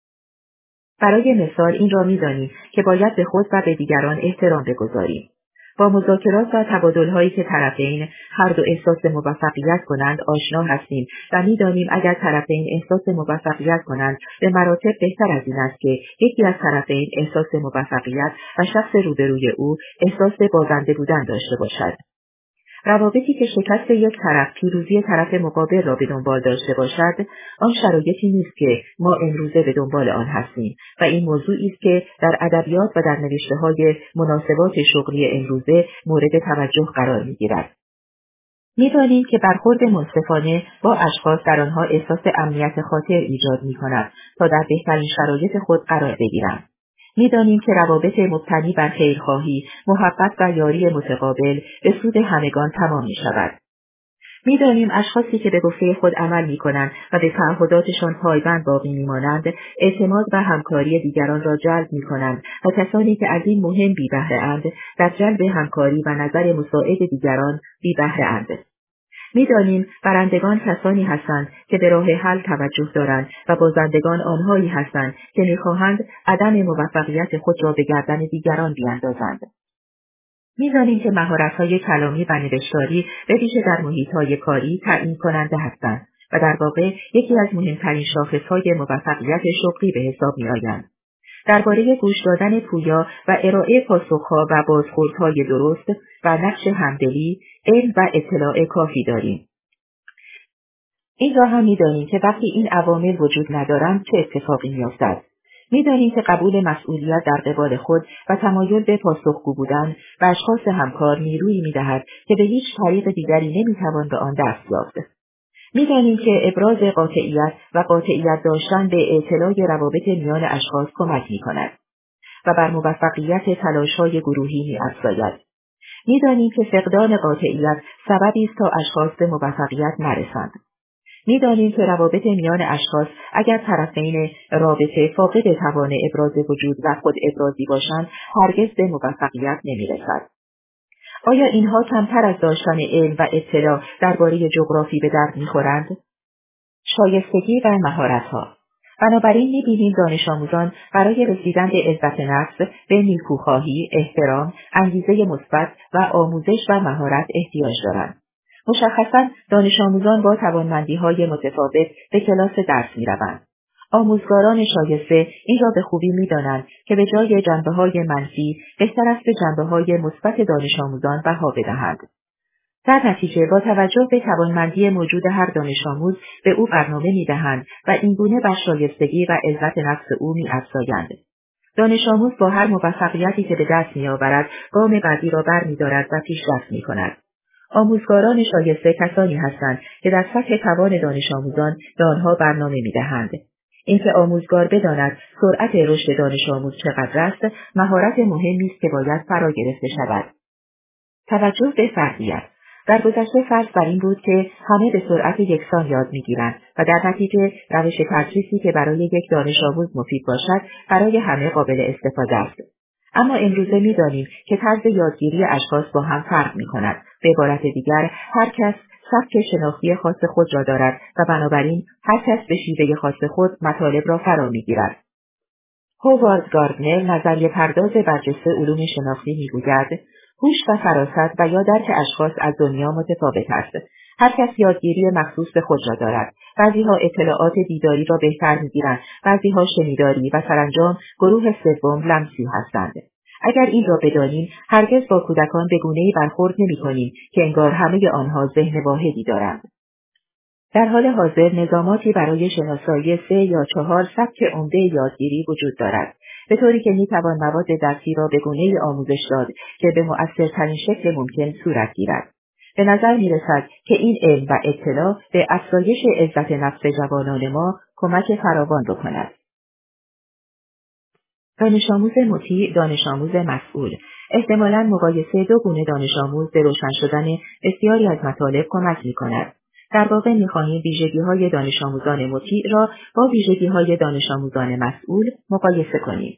برای مثال این را می‌دانیم که باید به خود و به دیگران احترام بگذاریم. با مذاکرات و تبادل‌هایی که طرفین هر دو احساس موفقیت کنند آشنا هستیم و می‌دانیم اگر طرفین احساس موفقیت کنند به مراتب بهتر از این است که یکی از طرفین احساس موفقیت و شخص روبروی او احساس بازنده بودن داشته باشد. روابطی که شکست یک طرف پیروزی طرف مقابل را به دنبال داشته باشد، آن شرایطی نیست که ما امروزه به دنبال آن هستیم و این موضوعی است که در ادبیات و در نوشته‌های مناسبات شغلی امروزه مورد توجه قرار می‌گیرد. می‌دانیم که برخورد منصفانه با اشخاص در آنها احساس امنیت خاطر ایجاد می‌کند تا در بهترین شرایط خود قرار بگیرند. می‌دانیم که روابط مبتنی بر خیرخواهی، محبت و یاری متقابل به سود همگان تمام می‌شود. می‌دانیم اشخاصی که به گفته خود عمل می‌کنند و به تعهداتشان پایبند باقی می‌مانند، اعتماد و همکاری دیگران را جلب می‌کنند و کسانی که از این مهم بی‌بهره‌اند، در جلب همکاری و نظر مساعد دیگران بی‌بهره‌اند. می‌دانیم برندگان کسانی هستند که به راه حل توجه دارند و بازندگان آنهایی هستند که می‌خواهند عدم موفقیت خود را به گردن دیگران بیاندازند. می‌دانیم که مهارت‌های کلامی و نوشتاری به ویژه در محیط‌های کاری تعیین کننده هستند و در واقع یکی از مهمترین شاخص‌های موفقیت شغلی به حساب می‌آیند. درباره گوش دادن پویا و ارائه پاسخ‌ها و بازخوردهای درست و نقش همدلی، علم و اطلاع کافی داریم. این را هم می‌دانیم که وقتی این عوامل وجود ندارند چه اتفاقی می‌افتد. می‌دانیم که قبول مسئولیت در قبال خود و تمایل به پاسخگو بودن و اشخاص همکار نیرویی می‌دهد که به هیچ طریق دیگری نمی‌توان به آن دست یافت. می‌دانیم که ابراز قاطعیت و قاطعیت داشتن به اطلاع روابط میان اشخاص کمک می‌کند و بر موفقیت تلاش‌های گروهی می‌افزاید. می‌دانیم که فقدان قاطعیت سببی است تا اشخاص به موفقیت نرسند. می‌دانیم که روابط میان اشخاص اگر طرفین رابطه فاقد توان ابراز وجود و خود ابرازی باشند هرگز به موفقیت نمی‌رسد. آیا اینها کمتر از داشتن علم و اطلاع درباره جغرافی به درد می‌خورند؟ شایستگی و مهارت‌ها. بنابراین می‌بینیم دانش آموزان برای رسیدن به عزت نفس، به نیکوخواهی، احترام، انگیزه مثبت و آموزش و مهارت احتیاج دارند. مشخصاً دانش آموزان با توانمندی‌های متفاوت به کلاس درس می‌روند. آموزگاران شایسته این را به خوبی می‌دانند که به جای جنبه‌های منفی بهتر است به جنبه‌های مثبت دانش آموزان بها بدهند. در نتیجه با توجه به توانمندی موجود هر دانش آموز به او برنامه می‌دهند و اینگونه بر شایستگی و عزت نفس او می‌افزایند. دانش آموز با هر موفقیتی که به دست می‌آورد گام بعدی را برمی‌دارد و پیشرفت می‌کند. آموزگاران شایسته کسانی هستند که در سطح توان دانش آموزان به آنها برنامه می‌دهند. اینکه آموزگار بداند سرعت رشد دانش آموز چقدر است، مهارت مهمی است که باید فرا گرفته شود. توجه به فردیت. در گذشته فرض بر این بود که همه به سرعت یکسان یاد می‌گیرند و در نتیجه روش تدریسی که برای یک دانش آموز مفید باشد برای همه قابل استفاده است. اما امروزه می‌دانیم که طرز یادگیری اشخاص با هم فرق می‌کند. به عبارت دیگر هر کس سبک شناختی خاص خود را دارد و بنابراین هر کس به شیوه خاص خود مطالب را فرا می‌گیرد. هووارد گاردنر نظریه پرداز برجسته علوم شناختی می‌گوید هوش و فراست و یا درک اشخاص از دنیا متفاوت است. هر کس یادگیری مخصوص به خود را دارد. بعضی‌ها اطلاعات دیداری را بهتر می‌گیرند، بعضی‌ها شنیداری و سرانجام گروه سوم لمسی هستند. اگر این را بدانیم، هرگز با کودکان به گونه‌ای برخورد نمی‌کنیم که انگار همه آنها ذهن واحدی دارند. در حال حاضر نظاماتی برای شناسایی 3 یا 4 سبک عمده یادگیری وجود دارد، به طوری که میتوان مواد درسی را به گونه‌ای آموزش داد که به مؤثرترین شکل ممکن صورت گیرد. به نظر می‌رسد که این علم و اطلاع به افزایش عزت نفس جوانان ما کمک فراوان بکند. دانش آموز مطیع، دانش آموز مسئول. احتمالاً مقایسه دو گونه دانش آموز به روشن شدن بسیاری از مطالب کمک می‌کند. در واقع می‌خواهیم ویژگی‌های دانش آموزان مطیع را با ویژگی‌های دانش آموزان مسئول مقایسه کنیم.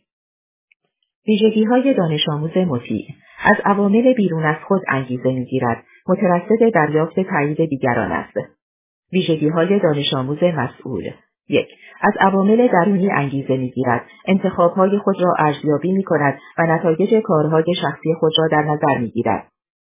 ویژگی‌های دانش آموز مطیع از عوامل بیرون از خود انگیزه می‌گیرد، مترصد دریافت تایید دیگران است. ویژگی‌های دانش آموز مسئول: 1. از عوامل درونی انگیزه می‌گیرد، انتخاب‌های خود را ارزیابی می‌کند و نتایج کارهای شخصی خود را در نظر می‌گیرد.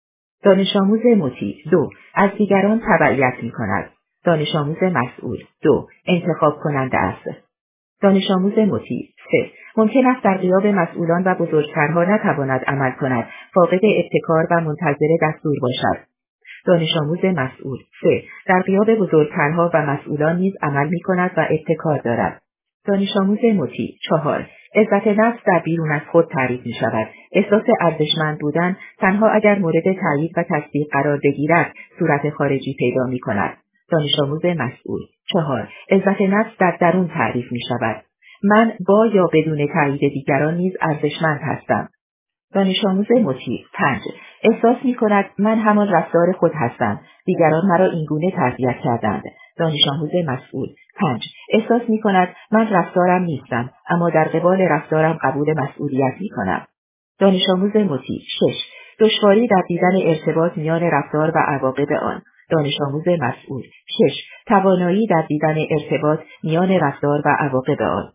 دانش آموز مطیع: 2. از دیگران تبعیت می‌کند. دانش آموز مسئول: 2. انتخاب کننده است. دانش آموز مطیع: 3. ممکن است در غیاب مسئولان و بزرگترها نتواند عمل کند، فاقد ابتکار و منتظر دستور باشد. دانش آموز مسئول: 3. در غیاب بزرگترها و مسئولان نیز عمل می‌کند و ابتکار دارد. دانش آموز مطیع: 4. عزت نفس در بیرون از خود تعریف می‌شود. احساس ارزشمند بودن تنها اگر مورد تایید و تصدیق قرار بگیرد صورت خارجی پیدا می‌کند. دانش آموز مسئول: 4. عزت نفس در درون تعریف می‌شود. من با یا بدون تایید دیگران نیز ارزشمند هستم. دانش آموز مطیع: 5. احساس می‌کند من همان رفتار خود هستم. دیگران مرا اینگونه تربیت کردند. دانش آموز مسئول: 5. احساس می‌کند من رفتارم نیستم، اما در قبال رفتارم قبول مسئولیت می‌کنم. دانش آموز مطیع: 6. دشواری در دیدن ارتباط میان رفتار و عواقب آن. دانش آموز مسئول: 6. توانایی در دیدن ارتباط میان رفتار و عواقب آن.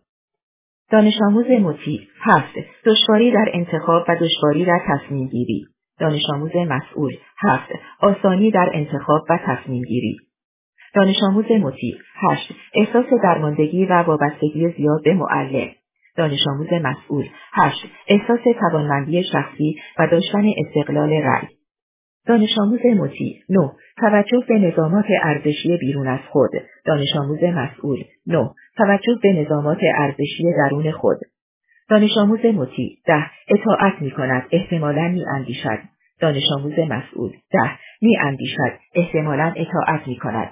دانش آموز مطیع: 7. دشواری در انتخاب و دشواری در تصمیم گیری. دانش آموز مسئول: 7. آسانی در انتخاب و تصمیم گیری. دانش آموز مطیع: 8. احساس درماندگی و وابستگی زیاد به معلم. دانش آموز مسئول: 8. احساس توانمندی شخصی و داشتن استقلال رأی. دانش آموز مطیع: 9. توجه به نظامات ارزشی بیرون از خود. دانش آموز مسئول: 9. توجه به نظامات ارزشی درون خود. دانش آموز مطیع: 10. اطاعت می‌کند، احتمالاً می‌اندیشد. دانش آموز مسئول: 10. می‌اندیشد، احتمالاً اطاعت می‌کند.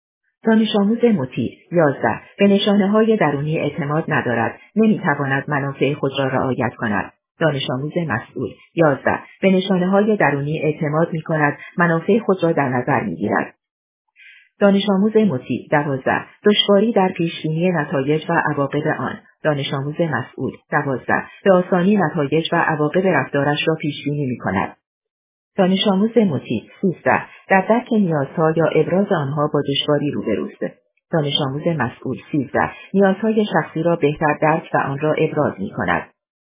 دانش آموز مطیع: 11. به نشانه‌های درونی اعتماد ندارد، نمی‌تواند منافع خود را رعایت کند. دانش آموز مسئول: 11. به نشانه‌های درونی اعتماد می‌کند، منافع خود را در نظر می‌گیرد. دانش آموز مطیع: 12. دشواری در پیش‌بینی نتایج و عواقب آن. دانش آموز مسئول: 12. به آسانی نتایج و عواقب رفتارش را پیش‌بینی می‌کند. دانش آموز مطیع: 13. در درک نیازها یا ابراز آنها با دشواری روبروست. دانش آموز مسئول: 13. نیازهای شخصی را بهتر درک و آن را ابراز می‌کند.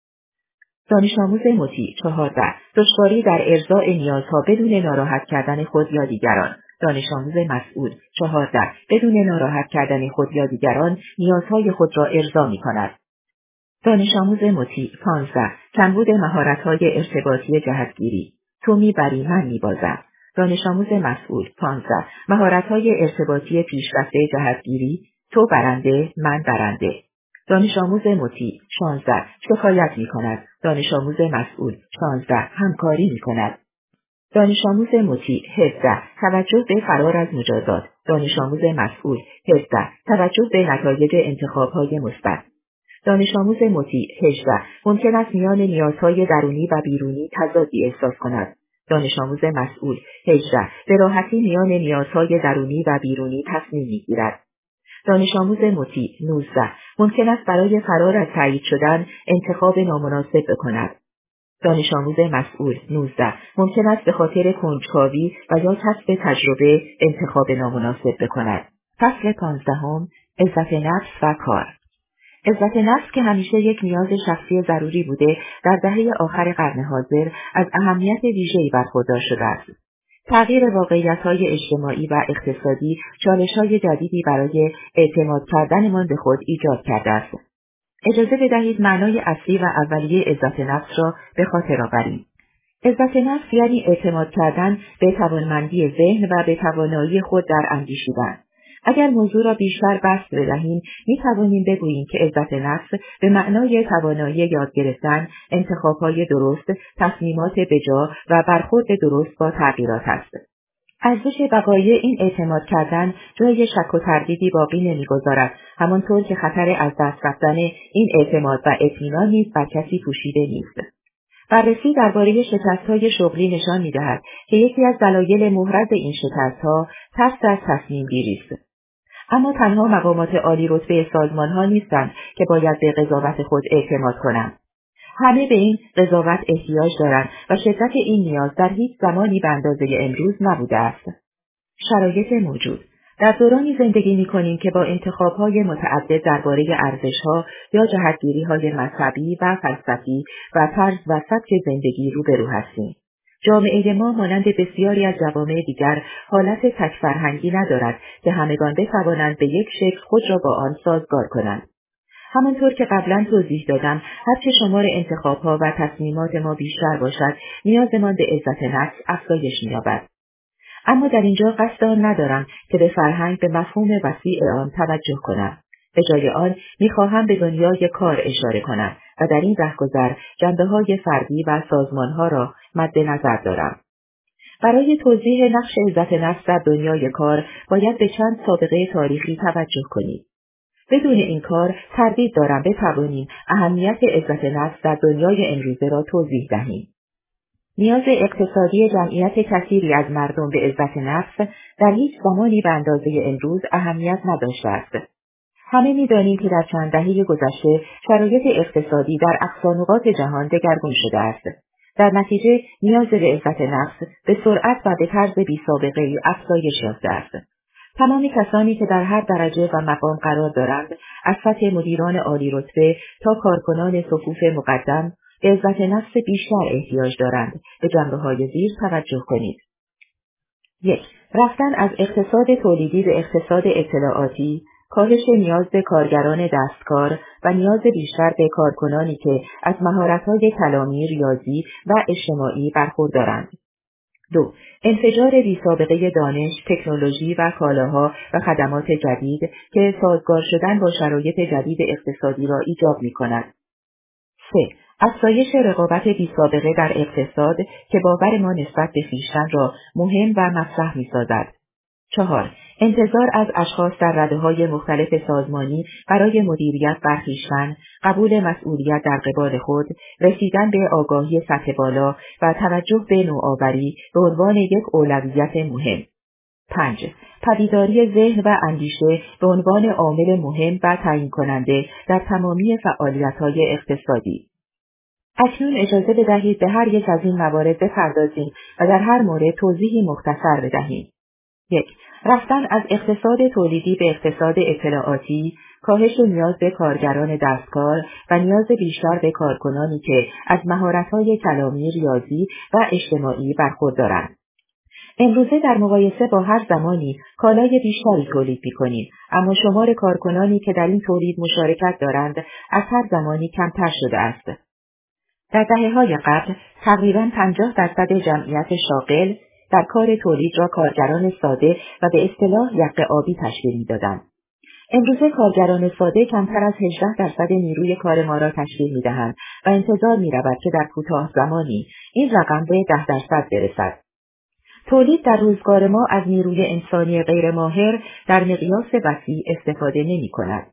دانش آموز مطیع: 14. دشواری در ارضاء نیازها بدون ناراحت کردن خود یا دیگران. دانش آموز مسئول: 14. بدون ناراحت کردن خود یا دیگران نیازهای خود را ارضا می‌کند. دانش آموز مطیع: 15. کمبود مهارت‌های ارتباطی جهتگیری. تو میبری من میبازم. دانش آموز مسئول: 15. مهارت‌های ارتباطی پیشرفته جهتگیری. تو برنده، من برنده. دانش آموز مطیع: 16. شکایت می‌کند. دانش آموز مسئول: 16. همکاری می‌کند. دانش آموز مطیع: 17. توجه به فرار از مجازات. دانش آموز مسئول: 17. توجه به نتایج انتخاب‌های مثبت. دانش آموز مطیع: 18. ممکن است میان نیازهای درونی و بیرونی تضادی احساس کند. دانش آموز مسئول: 18. به راحتی میان نیازهای درونی و بیرونی تصمیم می‌گیرد. دانش آموز مطیع: 19. ممکن است برای فرار از تایید شدن انتخاب نامناسب بکند. دانش آموز مسئول: 19. ممکن است به خاطر کنجکاوی و یا کسب تجربه انتخاب نامناسب بکند. فصل 15: عزت نفس و کار. عزت نفس که همیشه یک نیاز شخصی ضروری بوده، در دهه آخر قرن حاضر از اهمیت ویژه‌ای برخوردار شده است. تغییر واقعیت‌های اجتماعی و اقتصادی چالش‌های جدیدی برای اعتماد کردنمان به خود ایجاد کرده است. اجازه بدهید معنای اصلی و اولیه عزت نفس را به خاطر آوریم. عزت نفس یعنی اعتماد کردن به توانمندی ذهن و به توانایی خود در اندیشیدن. اگر موضوع را بیشتر بسط بدهیم، می‌توانیم بگوییم که عزت نفس به معنای توانایی یاد گرفتن، انتخاب‌های درست، تصمیمات بجا و برخورد درست با تغییرات است. ارزش بقایی این اعتماد کردن جای شک و تردیدی باقی نمی‌گذارد، همانطور که خطر از دست رفتن این اعتماد و اطمینان نیز بر کسی پوشیده نیست. بررسی درباره شکست‌های شغلی نشان می‌دهد که یکی از دلایل محرز این شکست‌ها ترس از تصمیم گیری است. اما تنها مقامات عالی رتبه سازمان‌ها نیستند که باید به قضاوت خود اعتماد کنند. همه به این قضاوت احتیاج دارند و شدت این نیاز در هیچ زمانی به اندازه امروز نبوده است. شرایط موجود در دورانی زندگی می‌کنیم که با انتخاب‌های متعدد درباره ارزش‌ها یا جهت‌گیری‌های مذهبی و فلسفی و طرز و سبک زندگی روبرو هستیم. جامعه ما مانند بسیاری از جوامع دیگر حالت تک فرهنگی ندارد که همگان بتوانند به یک شکل خود را با آن سازگار کنند. همانطور که قبلا توضیح دادم، هرچه شمار انتخاب‌ها و تصمیمات ما بیشتر باشد، نیازمان به عزت نفس افزایش می‌یابد. اما در اینجا قصد آن ندارم که به فرهنگ به مفهوم وسیع آن توجه کنم. به جای آن می‌خواهم به دنیای کار اشاره کنم و در این رهگذر جنبه‌های فردی و سازمان‌ها را مد نظر دارم. برای توضیح نقش عزت نفس در دنیای کار باید به چند سابقه تاریخی توجه کنید. بدون این کار تردید دارم بتوانیم اهمیت عزت نفس در دنیای امروزه را توضیح دهیم. نیاز اقتصادی جمعیت کثیری از مردم به عزت نفس در هیچ زمانی به اندازه امروز اهمیت نداشته است. همه می‌دانیم که در چند دهه گذشته شرایط اقتصادی در اقصا نقاط جهان دگرگون شده است. در نتیجه نیاز به عزت نفس به سرعت و به طرز بی‌سابقه‌ای افزایش یافته است. تمام کسانی که در هر درجه و مقام قرار دارند، از سطح مدیران عالی رتبه تا کارکنان صفوف مقدم، به عزت نفس بیشتر احتیاج دارند. به جنبه‌های زیر توجه کنید. 1. رفتن از اقتصاد تولیدی به اقتصاد اطلاعاتی، کاهش نیاز به کارگران دستکار و نیاز بیشتر به کارکنانی که از مهارت‌های کلامی، ریاضی و اجتماعی برخوردارند. 2. انفجار بی‌سابقه دانش، تکنولوژی و کالاها و خدمات جدید که سازگار شدن با شرایط جدید اقتصادی را ایجاب می‌کند. 3. افزایش رقابت بی‌سابقه در اقتصاد که باور ما نسبت به خویشتن را مهم و مطرح می‌سازد. 4. انتظار از اشخاص در رده‌های مختلف سازمانی برای مدیریت بر خویشتن، قبول مسئولیت در قبال خود، رسیدن به آگاهی سطح بالا و توجه به نوآوری به عنوان یک اولویت مهم. 5. پدیداری ذهن و اندیشه به عنوان عامل مهم و تعیین کننده در تمامی فعالیت‌های اقتصادی. اکنون اجازه بدهید به هر یک از این موارد بپردازیم و در هر مورد توضیحی مختصر بدهیم. 1. رفتن از اقتصاد تولیدی به اقتصاد اطلاعاتی، کاهش نیاز به کارگران دستکار و نیاز بیشتر به کارکنانی که از مهارت‌های کلامی، ریاضی و اجتماعی برخوردارند. امروزه در مقایسه با هر زمانی کالای بیشتری تولید می‌کنیم، اما شمار کارکنانی که در این تولید مشارکت دارند از هر زمانی کمتر شده است. در دهه‌های قبل تقریباً 50% جمعیت شاغل در کار تولید را کارگران ساده و به اصطلاح یقه آبی تشکیل می‌دادند. امروزه کارگران ساده کمتر از 18% نیروی کار ما را تشکیل می‌دهند و انتظار می‌رود که در کوتاه زمانی این رقم به 10% برسد. تولید در روزگار ما از نیروی انسانی غیر ماهر در مقیاس وسیع استفاده نمی‌کند.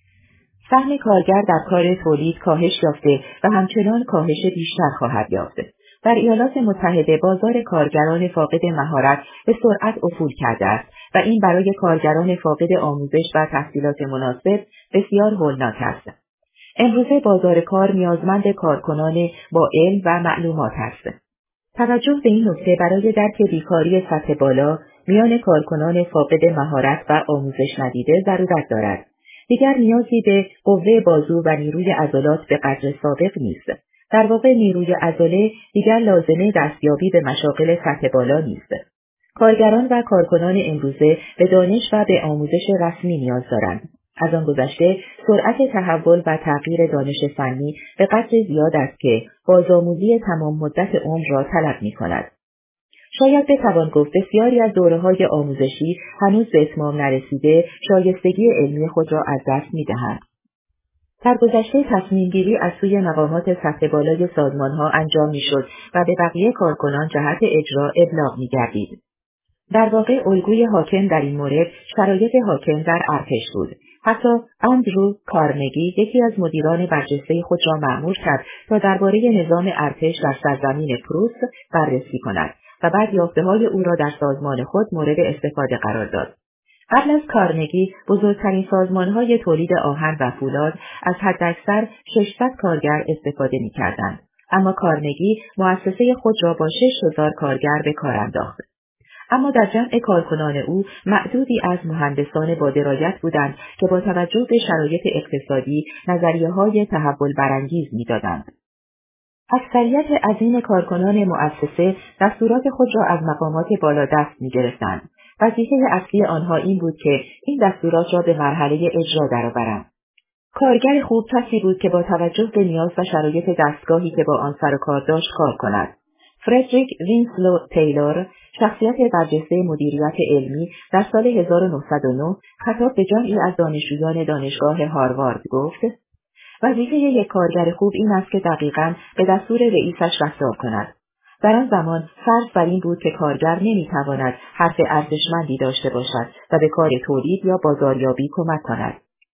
سهم کارگر در کار تولید کاهش یافته و همچنان کاهش بیشتر خواهد یافت. در ایالات متحده بازار کارگران فاقد مهارت به سرعت افول کرده است و این برای کارگران فاقد آموزش و تحصیلات مناسب بسیار هولناک است. امروزه بازار کار نیازمند کارکنان با علم و معلومات است. توجه به این نکته برای درک بیکاری سطح بالا میان کارکنان فاقد مهارت و آموزش ندیده ضرورت دارد. دیگر نیازی به قوه بازو و نیروی عضلات به قدر سابق نیست. در واقع نیروی عضله دیگر لازمه دستیابی به مشاغل سطح بالا نیست. کارگران و کارکنان امروزه به دانش و به آموزش رسمی نیاز دارند. از آن گذشته سرعت تحول و تغییر دانش فنی به قدر زیاد است که بازآموزی تمام مدت عمر را طلب می‌کند. شاید بتوان گفت بسیاری از دوره‌های آموزشی هنوز به اتمام نرسیده شایستگی علمی خود را از دست می‌دهند. در گذشته تصمیم‌گیری از سوی مقامات سطح بالای سازمان‌ها انجام می‌شد و به بقیه کارکنان جهت اجرا ابلاغ می‌گردید. در واقع الگوی حاکم در این مورد شرایط حاکم در ارتش بود. حتی اندرو کارنگی یکی از مدیران برجسته خود را مأمور کرد تا درباره نظام ارتش در سرزمین پروس بررسی کند و بعد یافته‌های او را در سازمان خود مورد استفاده قرار داد. قبل از کارنگی بزرگترین سازمان‌های تولید آهن و فولاد از حداکثر 600 کارگر استفاده می‌کردند، اما کارنگی مؤسسه خود را با 6000 کارگر به کار انداخت. اما در جمع کارکنان او معدودی از مهندسان با درایت بودند که با توجه به شرایط اقتصادی نظریه‌های تحول برانگیز می‌دادند. اکثریت عظیم کارکنان مؤسسه دستورات خود را از مقامات بالا دست می‌گرفتند. وظیفه اصلی آنها این بود که این دستورات را به مرحله اجرا درآورند. کارگر خوب کسی بود که با توجه به نیاز و شرایط دستگاهی که با آن سر و کار داشت کار کند. فردریک وینسلو تیلور، شخصیت برجسته مدیریت علمی، در سال 1909 خطاب به جمعی از دانشجویان دانشگاه هاروارد گفت: وظیفه یک کارگر خوب این است که دقیقاً به دستور رئیسش رفتار کند. در آن زمان فرض بر این بود که کارگر نمیتواند حرف ارزشمندی داشته باشد و به کار تولید یا بازاریابی کمک کند.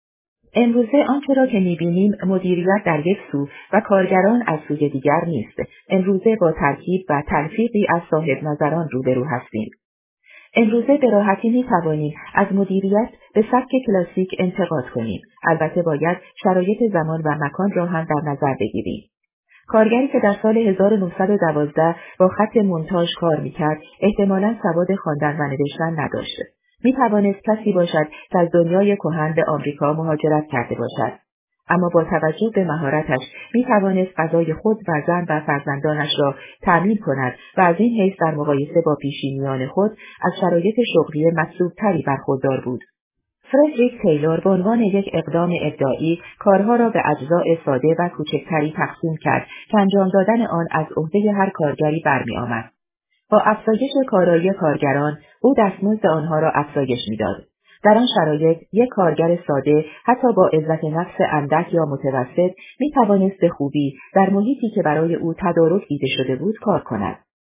امروزه آنچه را که می‌بینیم مدیریت در یک سو و کارگران از سوی دیگر نیست. امروزه با ترکیب و تلفیقی از صاحب نظران روبرو هستیم. امروزه به راحتی می‌توانیم از مدیریت به سبک کلاسیک انتقاد کنیم. البته باید شرایط زمان و مکان را هم در نظر بگیریم. کارگری که در سال 1912 با خط مونتاژ کار می‌کرد، احتمالاً سواد خواندن و نوشتن نداشت. می‌توانست کسی باشد که از دنیای کهن به آمریکا مهاجرت کرده باشد. اما با توجه به مهارتش می‌توانست غذای خود و زن و فرزندانش را تأمین کند و از این حیث در مقایسه با پیشینیان خود از شرایط شغلی مطلوب‌تری برخوردار بود. فردریک تیلور به عنوان یک اقدام ابداعی کارها را به اجزاء ساده و کوچکتری تقسیم کرد که انجام دادن آن از عهده هر کارگری برمی‌آمد. با افزایش کارایی کارگران، او دستمزد آنها را افزایش می‌داد. در آن شرایط، یک کارگر ساده حتی با عزت نفس اندک یا متوسط می‌توانست به خوبی در محیطی که برای او تدارک دیده شده بود کار کند.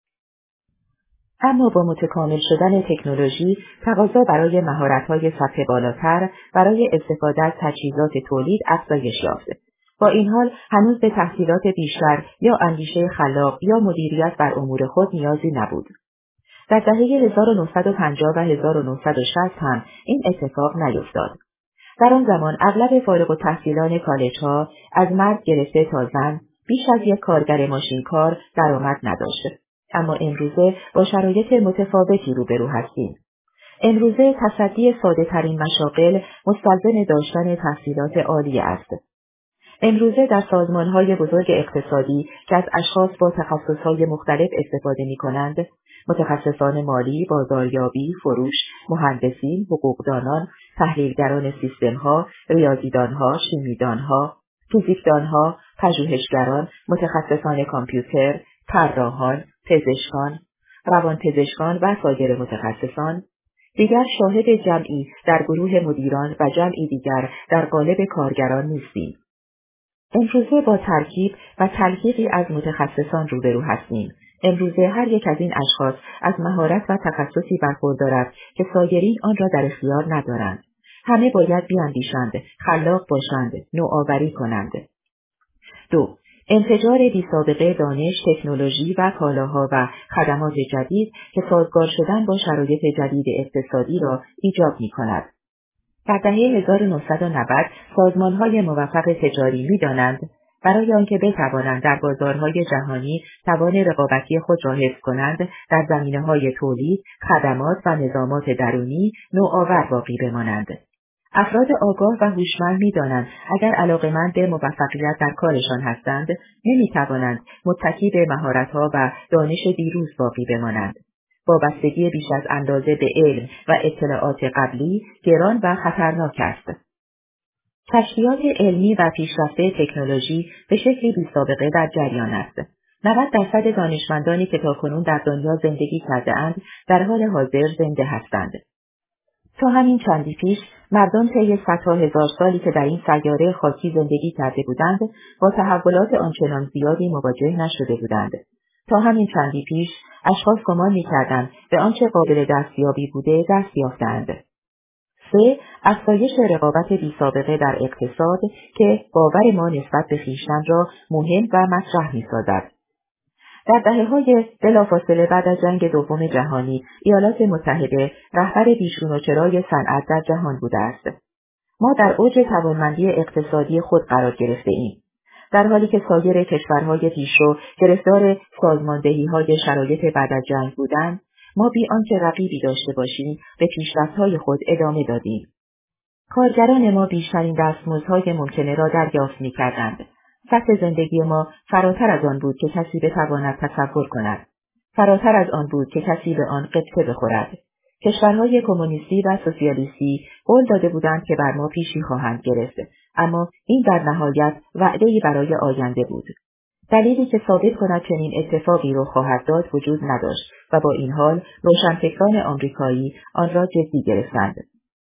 اما با متکامل شدن تکنولوژی، تقاضا برای مهارت‌های سطح بالاتر برای استفاده از تجهیزات تولید افزایش یافت. با این حال هنوز به تحصیلات بیشتر یا اندیشه خلاق یا مدیریت بر امور خود نیازی نبود. در دهه 1950 و 1960 هم این اتفاق نیفتاد. در آن زمان اغلب فارغ التحصیلان کالج‌ها از مرد گرفته تا زن بیش از یک کارگر ماشینکار درآمد نداشت. اما امروزه با شرایط متفاوتی روبرو هستیم. امروزه تصدی ساده‌ترین مشاغل مستلزم داشتن تحصیلات عالی است. امروزه در سازمان‌های بزرگ اقتصادی که از اشخاص با تخصص‌های مختلف استفاده می‌کنند، متخصصان مالی، بازاریابی، فروش، مهندسین، حقوقدانان، تحلیلگران سیستم‌ها، ریاضیدان‌ها، شیمیدان‌ها، فیزیکدان‌ها، پژوهشگران، متخصصان کامپیوتر، طراحان، پزشکان، روانپزشکان و سایر متخصصان، دیگر شاهد جمعی در گروه مدیران و جمعی دیگر در قالب کارگران نیستیم. امروزه با ترکیب و تلحیقی از متخصصان روبرو هستیم. امروزه هر یک از این اشخاص از مهارت و تخصصی برخوردار است که سایرین آن را در اختیار ندارند. همه باید بیاندیشند، خلاق باشند، نوآوری کنند. 2. انفجار بی‌سابقه دانش، تکنولوژی و کالاها و خدمات جدید که سازگار شدن با شرایط جدید اقتصادی را ایجاب می‌کند. در دهه 1990 سازمان‌های موفق تجاری می‌دانند برای آنکه بتوانند در بازارهای جهانی توان رقابتی خود را حفظ کنند، در زمینه‌های تولید، خدمات و نظامات درونی نوآور باقی بمانند. افراد آگاه و هوشمند می‌دانند اگر علاقه‌مند به موفقیت در کارشان هستند، نمی‌توانند متکی به مهارت‌ها و دانش دیروز باقی بمانند. وابستگی بیش از اندازه به علم و اطلاعات قبلی گران و خطرناک است. کشفیات علمی و پیشرفت تکنولوژی به شکلی بی‌سابقه در جریان است. 90% دانشمندانی که تاکنون در دنیا زندگی کرده‌اند، در حال حاضر زنده هستند. تا همین چندی پیش، مردم طی صدها هزار سالی که در این سیاره خاکی زندگی کرده بودند، با تحولات آنچنان زیادی مواجه نشده بودند. تا همین چندی پیش، اشخاص گمان می‌کردند به آنچه قابل دستیابی بوده دست یافته‌اند. 3. افزایش رقابت بی‌سابقه در اقتصاد که باور ما نسبت به خویشتن را مهم و مطرح می‌سازد. در دهه‌های بلافاصله بعد از جنگ دوم جهانی، ایالات متحده رهبر بیش‌چرای صنعت در جهان بوده است. ما در اوج توانمندی اقتصادی خود قرار گرفته‌ایم، در حالی که سایر کشورهای پیشرو گرفتار سازماندهی‌های شرایط بعد از جنگ بودند. ما بی آنکه رقیبی داشته باشیم به پیشرفت‌های خود ادامه دادیم. کارگران ما بیشترین دستمزدهای ممکنه را دریافت می‌کردند. سطح زندگی ما فراتر از آن بود که کسی بتواند تصور کند. فراتر از آن بود که کسی به آن قبطه بخورد. کشورهای کمونیستی و سوسیالیستی قول داده بودند که بر ما پیشی خواهند گرفت، اما این در نهایت وعده‌ای برای آینده بود. دلیلی که ثابت کند چنین اتفاقی رخ خواهد داد وجود نداشت و با این حال روشنفکران آمریکایی آن را جدی گرفتند.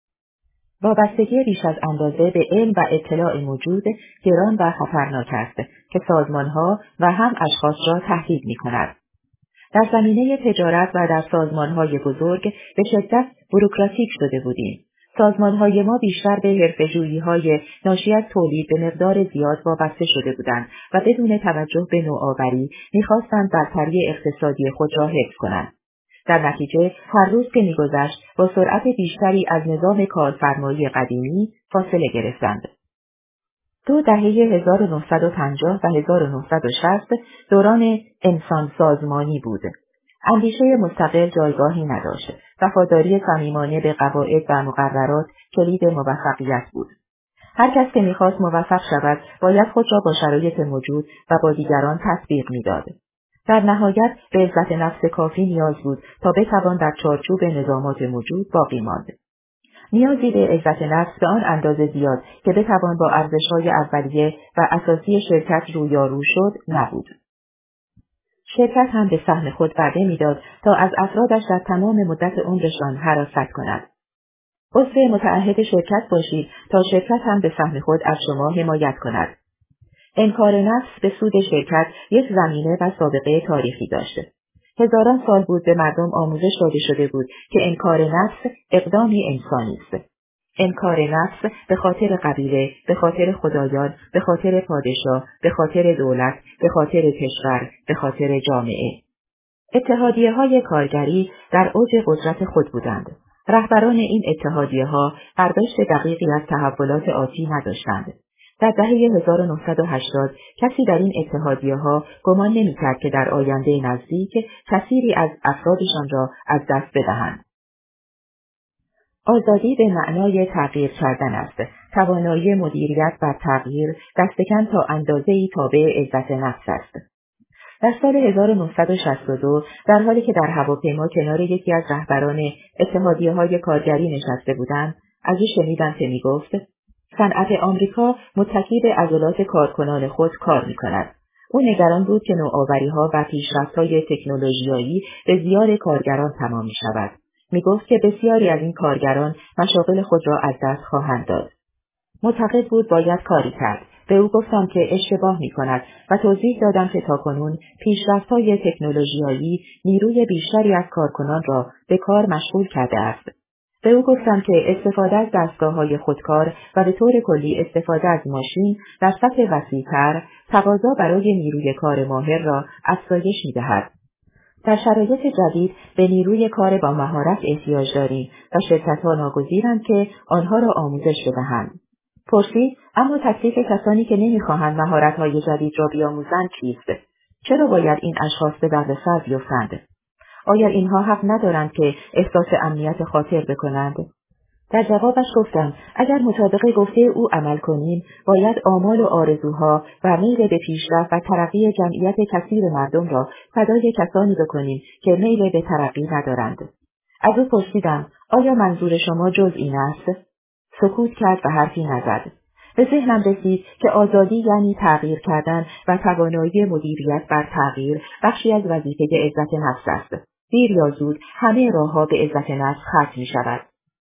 وابستگی بیش از اندازه به علم و اطلاع موجود گران و خطرناک است که سازمانها و هم اشخاص را تهدید می‌کند. در زمینه تجارت و در سازمانهای بزرگ به شدت بوروکراتیک شده بودیم. سازمانهای ما بیشتر به حرفه‌جویی‌های ناشی از تولید به مقدار زیاد وابسته شده بودند و بدون توجه به نوآوری می‌خواستند برتری اقتصادی خود را حفظ کنند. در نتیجه هر روز که می‌گذشت با سرعت بیشتری از نظام کارفرمایی قدیمی فاصله گرفتند. 2 دهه 1950 و 1960 دوران انسان سازمانی بود. اندیشه مستقل جایگاهی نداشت. وفاداری صمیمانه به قواعد و مقررات کلید موفقیت بود. هر کس که می‌خواست موفق شود باید خود را با شرایط موجود و با دیگران تطبیق می‌داد. در نهایت به عزت نفس کافی نیاز بود تا بتوان در چارچوب نظامات موجود باقی ماند. نیازی به عزت نفس به آن اندازه زیاد که بتوان با ارزش‌های اولیه و اساسی شرکت رویارو شد نبود. شرکت هم به سهم خود وعده می‌داد تا از افرادش در تمام مدت عمرشان حراست کند. عضو متعهد شرکت باشید تا شرکت هم به سهم خود از شما حمایت کند. انکار نفس به سود شرکت یک زمینه و سابقه تاریخی داشته. هزاران سال بود به مردم آموزش داده شده بود که انکار نفس اقدامی انسانی است. انکار نفس به خاطر قبیله، به خاطر خدایان، به خاطر پادشاه، به خاطر دولت، به خاطر کشور، به خاطر جامعه. اتحادیه‌های کارگری در اوج قدرت خود بودند. رهبران این اتحادیه‌ها برداشت دقیقی از تحولات آتی نداشتند. در دهه 1980 کسی در این اتحادیه‌ها گمان نمی‌کرد که در آینده نزدیک کثیری از افرادشان را از دست بدهند. آزادی به معنای تغییر کردن است. توانایی مدیریت بر تغییر دستکم تا اندازه‌ای تابع عزت نفس است. در سال 1962 در حالی که در هواپیما کنار یکی از رهبران اتحادیه‌های کارگری نشسته بودند، از او شنیدم که می‌گفت صنعت آمریکا متکی به عضلات کارکنان خود کار می‌کند. او نگران بود که نوآوری‌ها و پیشرفت‌های تکنولوژیایی به زیان کارگران تمام می‌شود. می‌گفت که بسیاری از این کارگران مشاغل خود را از دست خواهند داد. معتقد بود باید کاری کرد. به او گفتم که اشتباه می‌کند و توضیح دادم که تاکنون پیشرفت‌های تکنولوژیایی نیروی بیشتری از کارکنان را به کار مشغول کرده است. به او گفتم که استفاده از دستگاه‌های خودکار و به طور کلی استفاده از ماشین در سطح وسیع‌تر تقاضا برای نیروی کار ماهر را افزایش می‌دهد. در شرایط جدید به نیروی کار با مهارت احتیاج داریم و شرکت‌ها ناگزیرند که آنها را آموزش بدهند. پرسید اما تکلیف کسانی که نمی‌خواهند مهارت‌های جدید را بیاموزند چیست؟ چرا باید این اشخاص به دردسر بیفتند؟ آیا اینها حق ندارند که احساس امنیت خاطر بکنند؟ در جوابش گفتم اگر مطابق گفته او عمل کنیم باید آمال و آرزوها و میل به پیشرفت و ترقی جمعیت کثیر مردم را فدای کسانی بکنیم که میل به ترقی ندارند. از او پرسیدم آیا منظور شما جز این است؟ سکوت کرد و حرفی نزد. به ذهنم رسید که آزادی یعنی تغییر کردن و توانایی مدیریت بر تغییر بخشی از وظیفه عزت نفس است. دیر یا زود همه راهها به عزت نفس ختم می شود.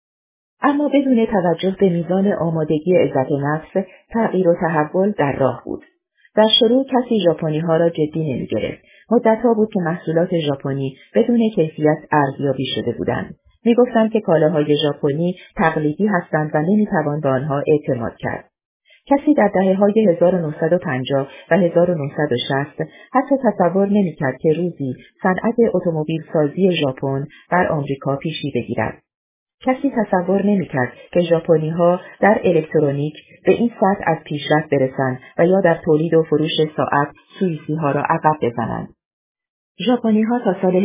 اما بدون توجه به میزان آمادگی عزت نفس، تغییر و تحول در راه بود. در شروع کسی ژاپنی‌ها را جدی نمی‌گرفت. مدت‌ها بود که محصولات ژاپنی بدون کیفیت ارزیابی شده بودند. می‌گفتند که کالاهای ژاپنی تقلیدی هستند و نمی‌توان به آنها اعتماد کرد. کسی در دهه‌های 1950 و 1960 حتی تصور نمی‌کرد که روزی صنعت اتومبیل سازی ژاپن بر آمریکا پیشی بگیرد. کسی تصور نمی‌کرد که ژاپنی‌ها در الکترونیک به این سطح از پیشرفت برسند و یا در تولید و فروش ساعت سوئیسی‌ها را عقب بزنند. ژاپنی‌ها تا سال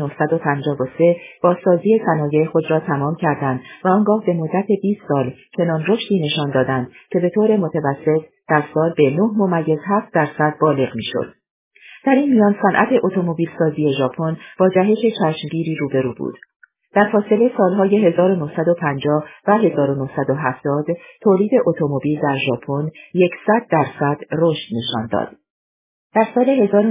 1953 بازسازی صنایع خود را تمام کردند و آنگاه به مدت 20 سال چنان رشدی نشان دادند که به طور متوسط در سال به 9.7% بالغ می‌شد. در این میان صنعت اتومبیل سازی ژاپن با جهش چشمگیری روبرو بود. در فاصله سالهای 1950 و 1970 تولید اتومبیل در ژاپن 100% رشد نشان داد. در سال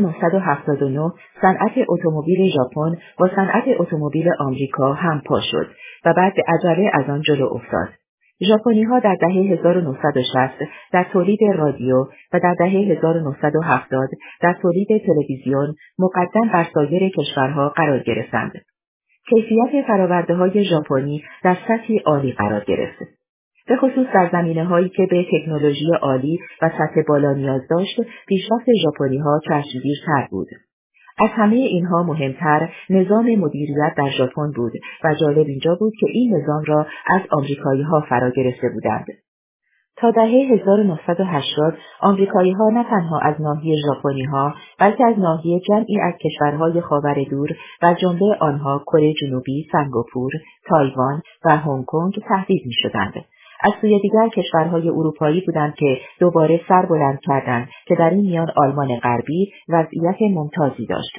1979 صنعت اتومبیل ژاپن با صنعت اتومبیل آمریکا همپا شد و بعد به عجله از آن جلو افتاد. ژاپنی‌ها در دهه 1960 در تولید رادیو و در دهه 1970 در تولید تلویزیون مقدم بر سایر کشورها قرار گرفتند. کیفیت فرآورده‌های ژاپنی در سطحی عالی قرار گرفت. به خصوص در زمینه‌هایی که به تکنولوژی عالی و سطح بالا نیاز داشت، پیشرفت ژاپنی‌ها چشمگیرتر بود. از همه اینها مهمتر نظام مدیریت در ژاپن بود و جالب اینجا بود که این نظام را از آمریکایی‌ها فرا گرفته بودند. تا دهه 1980 آمریکایی‌ها نه تنها از ناحیه ژاپنی‌ها بلکه از ناحیه جمعی از کشورهای خاور دور و جمله آنها کره جنوبی، سنگاپور، تایوان و هنگ کنگ تهدید می‌شدند. از سوی دیگر کشورهای اروپایی بودند که دوباره سر بلند کردند که در این میان آلمان غربی وضعیت ممتازی داشت.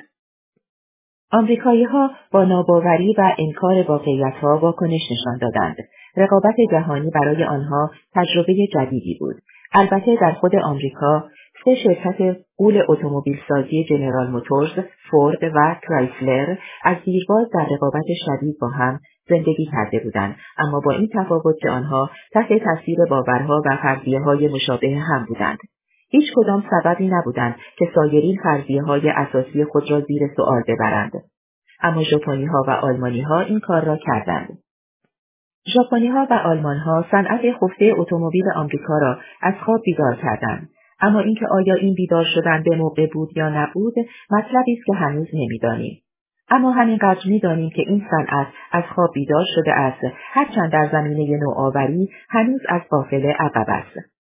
آمریکایی‌ها با ناباوری و انکار واقعیت‌ها واکنش نشان دادند. رقابت جهانی برای آنها تجربه جدیدی بود. البته در خود آمریکا 3 شرکت غول اتومبیل سازی جنرال موتورز، فورد و کرایسلر از دیرباز در رقابت شدید با هم زندگی کرده بودند، اما با این تفاوت که آنها تحت تاثیر باورها و فرضیه‌های مشابه هم بودند. هیچ کدام سببی نبودند که سایرین فرضیه‌های اساسی خود را زیر سؤال ببرند. اما ژاپنی‌ها و آلمانی‌ها این کار را کردند. ژاپنی‌ها و آلمان‌ها صنعت خفته اتومبیل آمریکا را از خواب بیدار کردند. اما اینکه آیا این بیدار شدن به موقع بود یا نبود، مطلبی است که هنوز نمی‌دانیم. اما همینقدر می‌دانیم که این صنعت از خواب بیدار شده است، هرچند در زمینه نوآوری هنوز از قافله عقب است.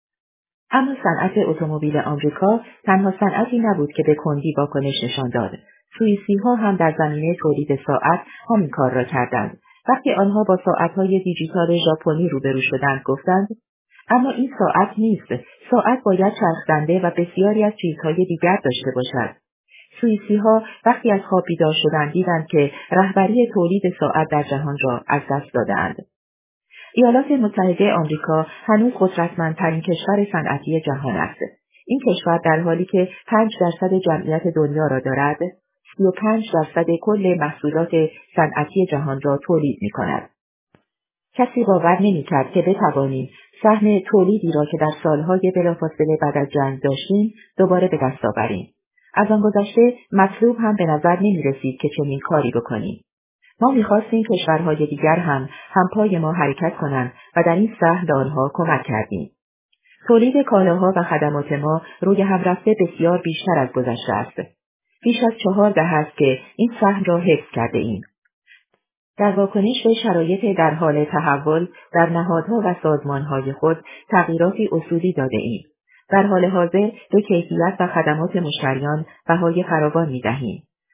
اما صنعت اتومبیل آمریکا تنها صنعتی نبود که به کندی واکنش نشان داد. سوئیسی‌ها هم در زمینه تولید ساعت همین کار را کردند. وقتی آنها با ساعت‌های دیجیتال ژاپنی روبرو شدند گفتند اما این ساعت نیست. ساعت باید چرخ‌دنده و بسیاری از چیزهای دیگر داشته باشد. سوئیسی‌ها وقتی از خواب بیدار شدند دیدند که رهبری تولید ساعت در جهان را از دست داده‌اند. ایالات متحده آمریکا هنوز قدرتمندترین کشور صنعتی جهان است. این کشور در حالی که 5% جمعیت دنیا را دارد، 35% کل محصولات صنعتی جهان را تولید می‌کند. کسی باور نمی‌کرد که بتوانیم سهم تولیدی را که در سالهای بلافاصله بعد از جنگ داشتیم دوباره به دست آوریم. از آن گذشته مطلوب هم به نظر نمی‌رسید که چنین کاری بکنیم. ما می‌خواستیم کشورهای دیگر هم همپای ما حرکت کنند و در این سهم به آنها کمک کردیم. تولید کالاها و خدمات ما روی هم رفته بسیار بیشتر از گذشته است. بیش از 4 دهه است که این سهم را حفظ کرده ایم. در واکنش به شرایط در حال تحول در نهادها و سازمانهای خود تغییراتی اصولی داده ایم. در حال حاضر به کیفیت و خدمات مشتریان بهای فراوان می‌دهیم.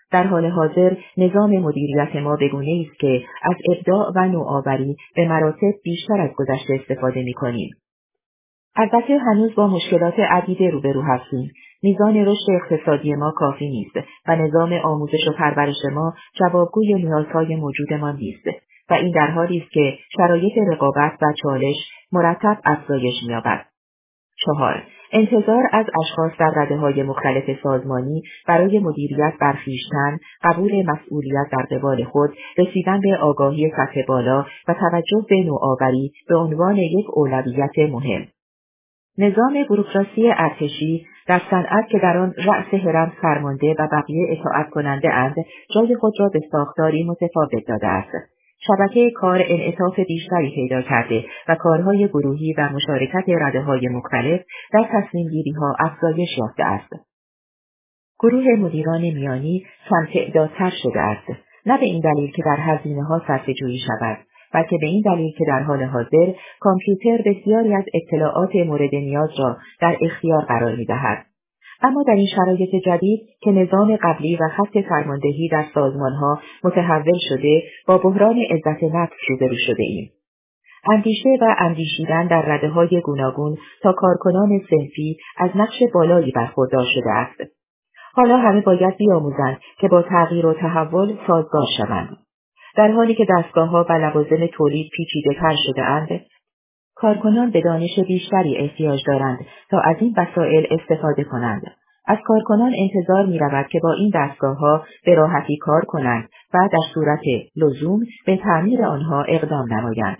در حال حاضر نظام مدیریت ما به گونه‌ای است که از ابداع و نوآوری به مراتب بیشتر از گذشته استفاده می‌کنیم. البته هنوز با مشکلات عدیده روبرو هستیم. میزان رشد اقتصادی ما کافی نیست و نظام آموزش و پرورش ما جوابگوی نیازهای موجودمان نیست و این در حالی است که شرایط رقابت و چالش مرتب افزایش می‌یابد. 4. انتظار از اشخاص در رده‌های مختلف سازمانی برای مدیریت بر خویشتن، قبول مسئولیت در قبال خود، رسیدن به آگاهی سطح بالا و توجه به نوآوری به عنوان یک اولویت مهم. نظام بوروکراسی ارتشی در صنعت که در آن رأس هرم فرمانده و بقیه اطاعت کننده اند، جای خود را به ساختاری متفاوت داده است. شبکه کار انعطاف بیشتری پیدا کرده و کارهای گروهی و مشارکت رده‌های مختلف در تصمیم‌گیری‌ها افزایش یافته است. گروه مدیران میانی کم تعدادتر شده است، نه به این دلیل که در هزینه‌ها صرفه‌جویی شود، بلکه به این دلیل که در حال حاضر کامپیوتر بسیاری از اطلاعات مورد نیاز را در اختیار قرار می‌دهد. اما در این شرایط جدید که نظام قبلی و خط فرماندهی در سازمانها متحول شده، با بحران عزت نفس روبرو شده ایم. اندیشه و اندیشیدن در رده‌های گوناگون تا کارکنان صنفی از نقش بالایی برخوردار شده است. حالا همه باید بیاموزند که با تغییر و تحول سازگار شوند. در حالی که دستگاه‌ها و لوازم تولید پیچیده‌تر شده‌اند، کارکنان به دانش بیشتری احتیاج دارند تا از این وسایل استفاده کنند. از کارکنان انتظار می‌رود که با این دستگاه‌ها به راحتی کار کنند و در صورت لزوم به تعمیر آنها اقدام نمایند.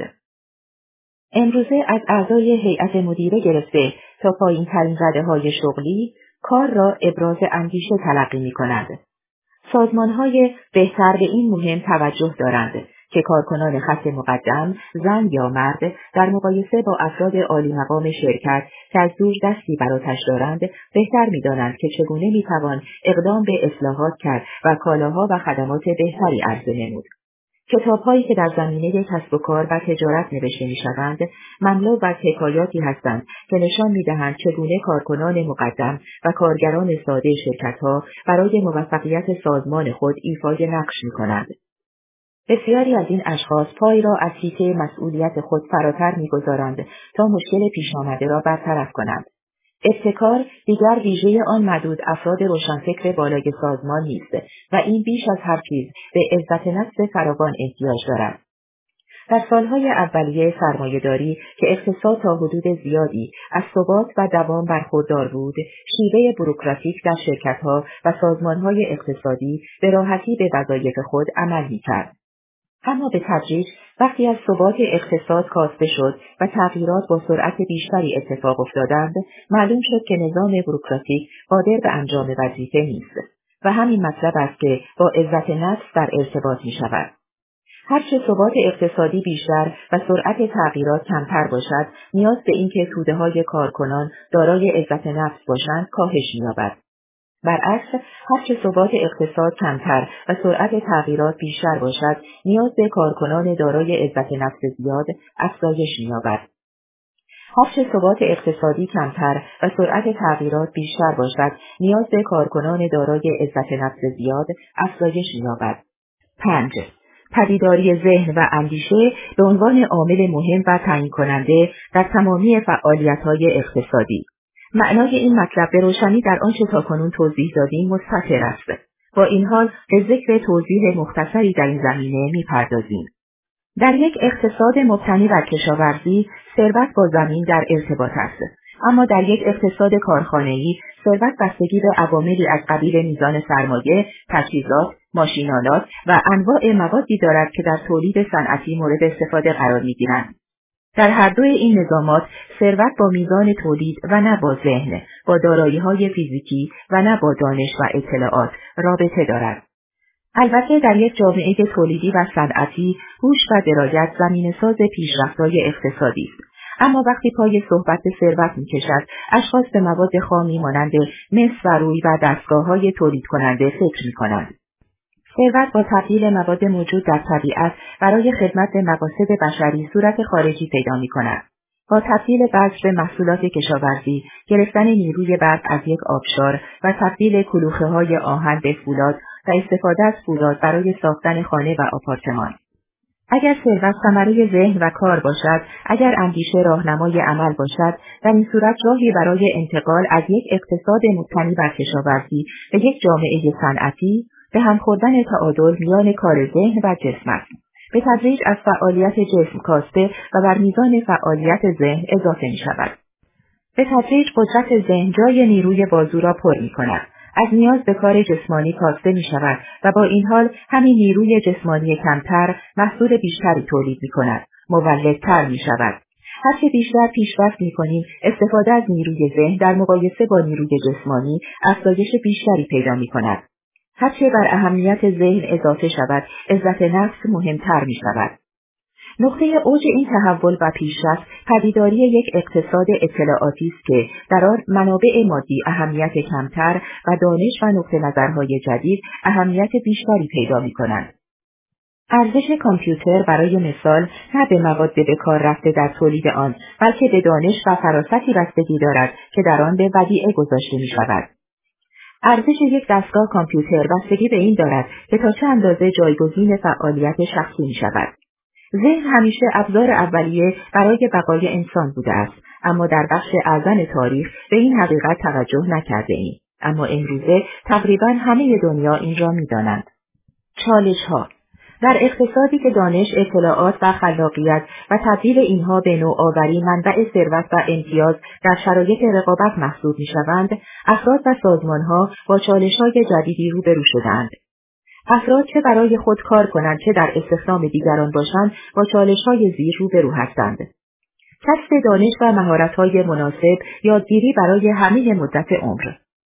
امروزه از اعضای هیئت مدیره گرفته تا پایین‌ترین رده‌های شغلی کار را ابراز اندیشه تلقی می‌کنند. سازمان‌های بهتر به این مهم توجه دارند که کارکنان خط مقدم، زن یا مرد، در مقایسه با افراد عالی مقام شرکت که از دور دستی بر آتش دارند، بهتر می‌دانند که چگونه می‌توان اقدام به اصلاحات کرد و کالاها و خدمات بهتری عرضه نمود. کتاب‌هایی که در زمینه کسب و کار و تجارت نوشته می‌شوند، مملو از حکایاتی هستند که نشان می‌دهند چگونه کارکنان مقدم و کارگران ساده شرکت‌ها برای موفقیت سازمان خود ایفای نقش می‌کنند. بسیاری از این اشخاص پای را از حیطه مسئولیت خود فراتر می‌گذارند تا مشکل پیش آمده را برطرف کنند. ابتکار دیگر ویژه آن معدود افراد روشنفکر بالای سازمان نیست و این بیش از هر چیز به عزت نفس فراوان احتیاج دارد. در سالهای اولیه سرمایه‌داری که اقتصاد تا حدود زیادی از ثبات و دوام برخوردار بود، شیوه بوروکراتیک در شرکت‌ها و سازمان‌های اقتصادی به راحتی به وظایف خود عمل می‌کرد. اما به تدریج وقتی از ثبات اقتصاد کاسته شد و تغییرات با سرعت بیشتری اتفاق افتادند، معلوم شد که نظام بوروکراتیک قادر به انجام وظیفه نیست و همین مطلب است که با عزت نفس در ارتباط می شود. هرچه ثبات اقتصادی بیشتر و سرعت تغییرات کمتر باشد، نیاز به اینکه توده‌های کارکنان دارای عزت نفس باشند کاهش می‌یابد. برعکس، هرچه ثبات اقتصاد کمتر و سرعت تغییرات بیشتر باشد، نیاز به کارکنان دارای عزت نفس زیاد افزایش می‌یابد. هرچه ثبات اقتصادی کمتر و سرعت تغییرات بیشتر باشد، نیاز به کارکنان دارای عزت نفس زیاد افزایش می‌یابد. 5. پدیداری ذهن و اندیشه به عنوان عامل مهم و تعیین کننده در تمامی فعالیت‌های اقتصادی. معنای این مطلب به روشنی در آنچه تاکنون توضیح دادیم مستطر است. با این حال به ذکر توضیح مختصری در این زمینه می‌پردازیم. در یک اقتصاد مبتنی بر کشاورزی، ثروت با زمین در ارتباط است. اما در یک اقتصاد کارخانه‌ای، ثروت بستگی به عواملی از قبیل میزان سرمایه، تجهیزات، ماشین‌آلات و انواع موادی دارد که در تولید صنعتی مورد استفاده قرار می‌گیرند. در هر دوی این نظامات، ثروت با میزان تولید و نه با ذهن، با دارایی‌های فیزیکی و نه با دانش و اطلاعات رابطه دارد. البته در یک جامعه تولیدی و صنعتی، هوش و درایت زمینه‌ساز پیشرفت‌های اقتصادی است. اما وقتی پای صحبت به ثروت می‌کشد، اشخاص به مواد خامی مانند مس و روی و دستگاه‌های تولید کننده فکر می‌کنند. ثروت با تبدیل مواد موجود در طبیعت برای خدمت به مقاصد بشری صورت خارجی پیدا می‌کند. با تبدیل بذر به محصولات کشاورزی، گرفتن نیروی برق از یک آبشار و تبدیل کلوخه‌های آهن به فولاد و استفاده از فولاد برای ساختن خانه و آپارتمان. اگر ثروت ثمره ذهن و کار باشد، اگر اندیشه راهنمای عمل باشد، در این صورت راهی برای انتقال از یک اقتصاد مبتنی بر کشاورزی به یک جامعه صنعتی، به هم خوردن تعادل میان کار ذهن و جسم است. به تدریج از فعالیت جسم کاسته و بر میزان فعالیت ذهن اضافه می شود. به تدریج قدرت ذهن جای نیروی بازو را پر می کند. از نیاز به کار جسمانی کاسته می شود و با این حال همین نیروی جسمانی کمتر محصول بیشتری تولید می کند. مولدتر می شود. هرچه بیشتر پیشرفت می کنیم، استفاده از نیروی ذهن در مقایسه با نیروی جسمانی افزایش بیشتری پیدا می کند. هرچه بر اهمیت ذهن اضافه شود، عزت نفس مهمتر می شود. نقطه اوج این تحول و پیشرفت پدیداری یک اقتصاد اطلاعاتی است که در آن منابع مادی اهمیت کمتر و دانش و نقطه نظرهای جدید اهمیت بیشتری پیدا می‌کنند. ارزش کامپیوتر برای مثال نه به مواد به کار رفته در تولید آن، بلکه به دانش و فراستی بستگی دارد که در آن به ودیعه گذاشته می‌شود. ارزش یک دستگاه کامپیوتر بستگی به این دارد که تا چه اندازه جایگزین فعالیت شخصی می‌شود. ذهن همیشه ابزار اولیه برای بقای انسان بوده است، اما در بخش اعظم تاریخ به این حقیقت توجه نکرده ایم. اما امروزه تقریبا همه دنیا این را می‌دانند. چالش‌ها در اقتصادی که دانش، اطلاعات و خلاقیت و تبدیل اینها به نوآوری منبع ثروت و امتیاز در شرایط رقابت محسوب می‌شوند، افراد و سازمان‌ها با چالش‌های جدیدی روبرو شده‌اند. افراد چه برای خود کار کنند چه در استخدام دیگران باشند با چالش‌های زیر روبرو هستند. کسب دانش و مهارت‌های مناسب، یادگیری برای همه مدت عمر.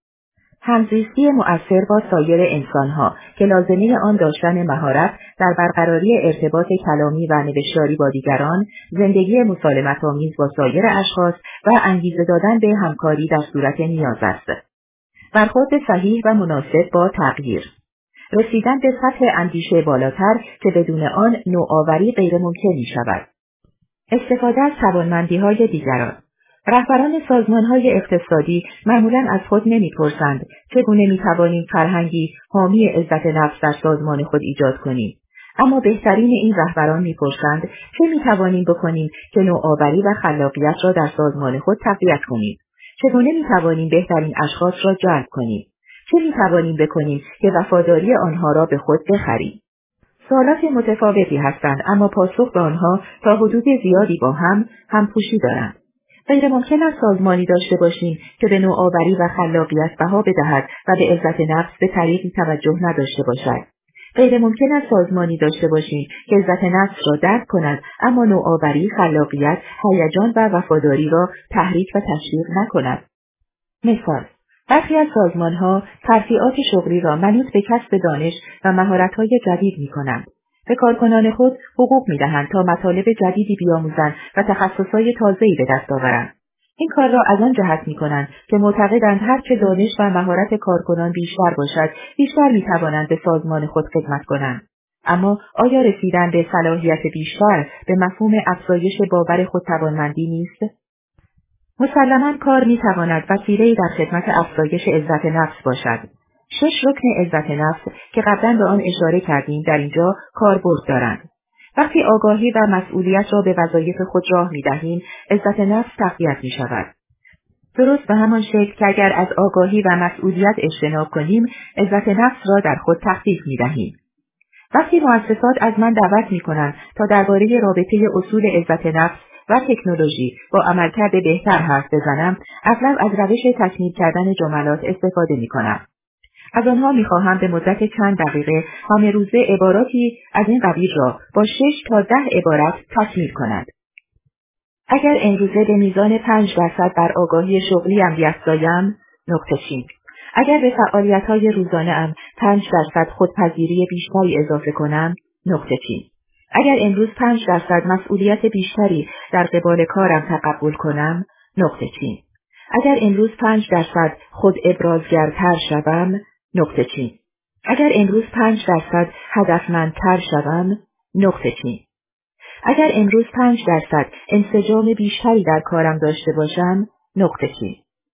همزیستی مؤثر با سایر انسان‌ها که لازمه آن داشتن مهارت در برقراری ارتباط کلامی و نوشتاری با دیگران، زندگی مسالمت‌آمیز با سایر اشخاص و انگیزه دادن به همکاری در صورت نیاز است. برخورد صحیح و مناسب با تغییر. رسیدن به سطح اندیشه بالاتر که بدون آن نوآوری غیر ممکن می شود. استفاده از توانمندی‌های دیگران. رهبران سازمان‌های اقتصادی معمولاً از خود نمی‌پرسند چگونه می‌توانیم فرهنگی حامی عزت نفس در سازمان خود ایجاد کنیم. اما بهترین این رهبران می‌پرسند چه می‌توانیم بکنیم که نوآوری و خلاقیت را در سازمان خود تقویت کنیم. چگونه می‌توانیم بهترین اشخاص را جلب کنیم. چه می‌توانیم بکنیم که وفاداری آنها را به خود بخریم؟ سوالات متفاوتی هستند اما پاسخ به آنها تا حدود زیادی با همپوشی دارند. غیر ممکن است سازمانی داشته باشیم که به نوآوری و خلاقیت بها بدهد و به عزت نفس به طریقی توجه نداشته باشد. غیر ممکن است سازمانی داشته باشیم که عزت نفس را درک کند اما نوآوری، خلاقیت، هیجان و وفاداری را تحریک و تشویق نکند. مثال: برخی از سازمان‌ها ترفیعات شغلی را منوط به کسب دانش و مهارت‌های جدید می‌کنند. به کارکنان خود حقوق می‌دهند تا مطالب جدیدی بیاموزند و تخصصهای تازه‌ای به دست آورند. این کار را از آن جهت می‌کنند که معتقدند هرچه دانش و مهارت کارکنان بیشتر باشد، بیشتر می‌توانند به سازمان خود خدمت کنند. اما آیا رسیدن به صلاحیت بیشتر به مفهوم افزایش باور خودتوانمندی نیست؟ مسلماً کار می‌تواند وسیله‌ای در خدمت افزایش عزت نفس باشد. 6 رکن عزت نفس که قبلا به آن اشاره کردیم در اینجا کاربرد دارند. وقتی آگاهی و مسئولیت را به وظایف خود راه می‌دهیم، عزت نفس تقویت می‌شود. درست به همان شکل که اگر از آگاهی و مسئولیت اجتناب کنیم، عزت نفس را در خود تخفیف می‌دهیم. وقتی مؤسسات از من دعوت می‌کنند تا درباره رابطه اصول عزت نفس و تکنولوژی با عملکرد بهتر حرف بزنم، اغلب از روش تکمیل کردن جملات استفاده می‌کنم. از آنها می‌خواهم به مدت چند دقیقه همه روزه عباراتی از این قبیل را با 6 تا 10 عبارت تکمیل کنند. اگر امروزه به میزان 5% بر آگاهی شغلیم بیفزایم، نقطه چین. اگر به فعالیت‌های روزانه‌ام 5% خودپذیری بیشتری اضافه کنم، نقطه چین. اگر امروز 5% مسئولیت بیشتری در قبال کارم تقبل کنم، نقطه چین. اگر امروز 5% خود ابرازگرتر شوم، نقطه چین. اگر امروز 5% هدفمندتر شوم، نقطه چین. اگر امروز 5% انسجام بیشتری در کارم داشته باشم، نقطه چین.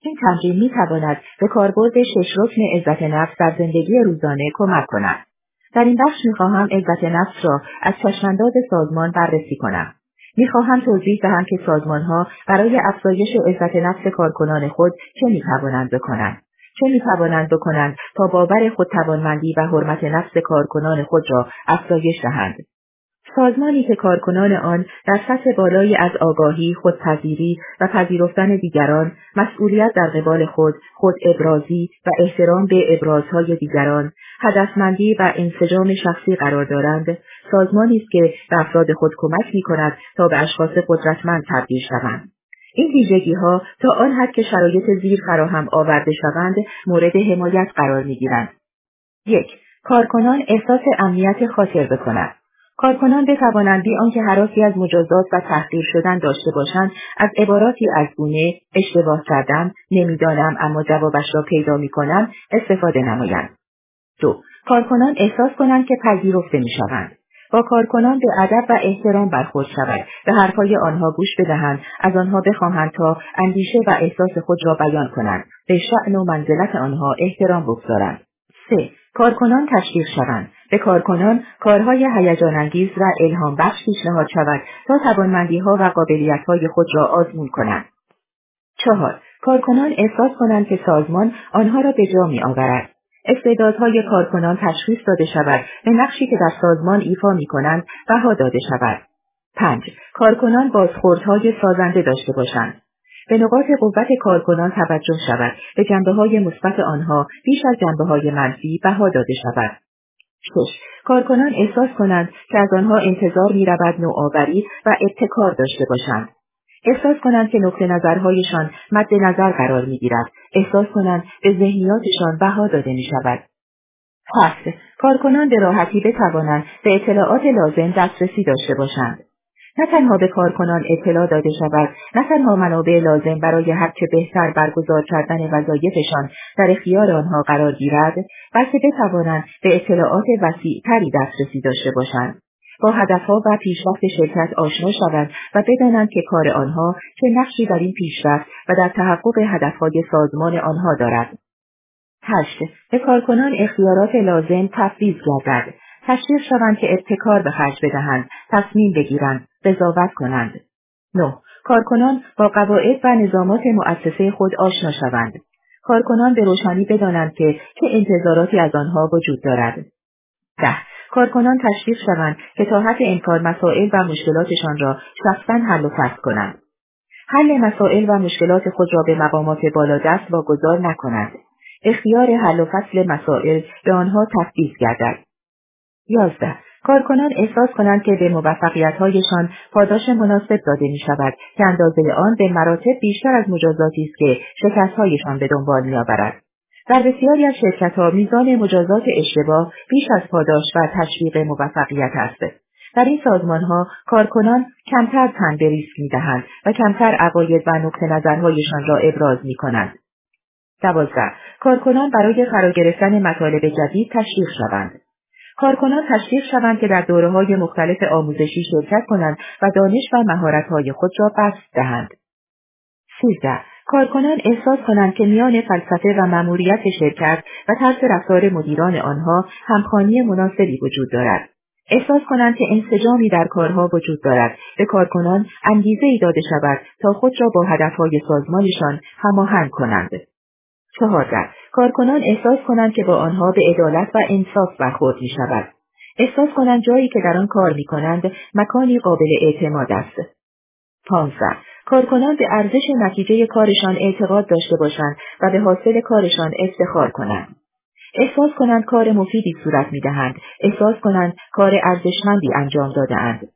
این تمرین می‌تواند به کاربرد 6 رکن عزت نفس در زندگی روزانه کمک کند. در این بخش می‌خواهم عزت نفس را از چشمانداز سازمان بررسی کنم. می‌خواهم توضیح دهم که سازمان‌ها برای افزایش عزت نفس کارکنان خود چه می‌توانند بکنند. چه می‌توانند بکنند تا باور خودتوانمندی و حرمت نفس کارکنان خود را افزایش دهند. سازمانی که کارکنان آن در سطح بالایی از آگاهی، خودپذیری و پذیرفتن دیگران، مسئولیت در قبال خود ابرازی و احترام به ابرازهای دیگران، هدفمندی و انسجام شخصی قرار دارند، سازمانی است که به افراد خود کمک می‌کند تا به اشخاص قدرتمند تبدیل شوند. این ویژگی‌ها تا آن حد که شرایط زیر فراهم آورده شوند، مورد حمایت قرار می‌گیرند. 1. کارکنان احساس امنیت خاطر بکنند. کارکنان بتوانند بی آنکه هراسی از مجازات و تحقیر شدن داشته باشند، از عباراتی از گونه اشتباه کردم، نمیدانم اما جوابش را پیدا می‌کنم استفاده نمایند. 2. کارکنان احساس کنند که پذیرفته می‌شوند. با کارکنان به ادب و احترام برخورد شود، به حرفهای آنها گوش بدهند، از آنها بخواهند تا اندیشه و احساس خود را بیان کنند، به شأن و منزلت آنها احترام بگذارند. 3. کارکنان تشویق شوند. به کارکنان کارهای هیجان انگیز و الهام بخش پیشنهاد شود تا توانمندی‌ها و قابلیت‌های خود را آزمون کنند. 4. کارکنان احساس کنند که سازمان آنها را به جا می‌آورد. استعدادهای کارکنان تشخیص داده شود، به نقشی که در سازمان ایفا می‌کنند بها داده شود. 5. کارکنان بازخوردهای سازنده داشته باشند. به نقاط قوت کارکنان توجه شود، به جنبه‌های مثبت آنها بیش از جنبه‌های منفی بها داده شود. 6. کارکنان احساس کنند که از آنها انتظار می‌رود نوآوری و ابتکار داشته باشند. احساس کنند که نقطه نظرهایشان مد نظر قرار می‌گیرد. احساس کنند به ذهنیاتشان بها داده می‌شود. 7. کارکنان به راحتی بتوانند به اطلاعات لازم دسترسی داشته باشند. نه تنها به کارکنان اطلاع داده شود، نه تنها منابع لازم برای هرچه بهتر برگزار کردن وظایفشان در اختیار آنها قرار گیرد، بلکه بتوانند به اطلاعات وسیع‌تری دسترسی داشته باشند. با هدفها و پیشرفت شرکت آشنا شوند و بدانند که کار آنها چه نقشی در این پیشرفت و در تحقق هدفهای سازمان آنها دارد. 8. به کارکنان اختیارات لازم تفویض گردد. تشویق شوند که ابتکار به خرج بدهند، تصمیم بگیرند، قضاوت کنند. 9. کارکنان با قواعد و نظامات مؤسسه خود آشنا شوند. کارکنان به روشنی بدانند که چه انتظاراتی از آنها وجود دارد. 10. کارکنان تشویق شوند که تا حد امکان مسائل و مشکلاتشان را شخصاً حل و فصل کنند. حل مسائل و مشکلات خود را به مقامات بالادست واگذار نکنند. اختیار حل و فصل مسائل به آنها تفویض گردد. 11. کارکنان احساس کنند که به موفقیت‌هایشان پاداش مناسب داده می‌شود که اندازه آن به مراتب بیشتر از مجازاتی است که شکست‌هایشان به دنبال می‌آورد. در بسیاری از شرکت‌ها میزان مجازات اشتباه بیش از پاداش و تشویق موفقیت است. در این سازمان‌ها کارکنان کمتر تن به ریسک می‌دهند و کمتر عقاید و نقطه نظرهایشان را ابراز می‌کنند. 12. کارکنان برای فرا گرفتن مطالب جدید تشویق شوند. کارکنان تشویق شوند که در دوره‌های مختلف آموزشی شرکت کنند و دانش و مهارت‌های خود را بسط دهند. 13. کارکنان احساس کنند که میان فلسفه و مأموریت شرکت و طرز رفتار مدیران آنها همخوانی مناسبی وجود دارد. احساس کنند که انسجامی در کارها وجود دارد. به کارکنان انگیزه‌ای داده شود تا خود را با هدفهای سازمانشان هماهنگ کنند. 14. کارکنان احساس کنند که با آنها به عدالت و انصاف برخورد می شود. احساس کنند جایی که در آن کار می کنند مکانی قابل اعتماد است. 15. کارکنان به ارزش نتیجه کارشان اعتقاد داشته باشند و به حاصل کارشان افتخار کنند. احساس کنند کار مفیدی صورت می دهند. احساس کنند کار ارزشمندی انجام داده اند.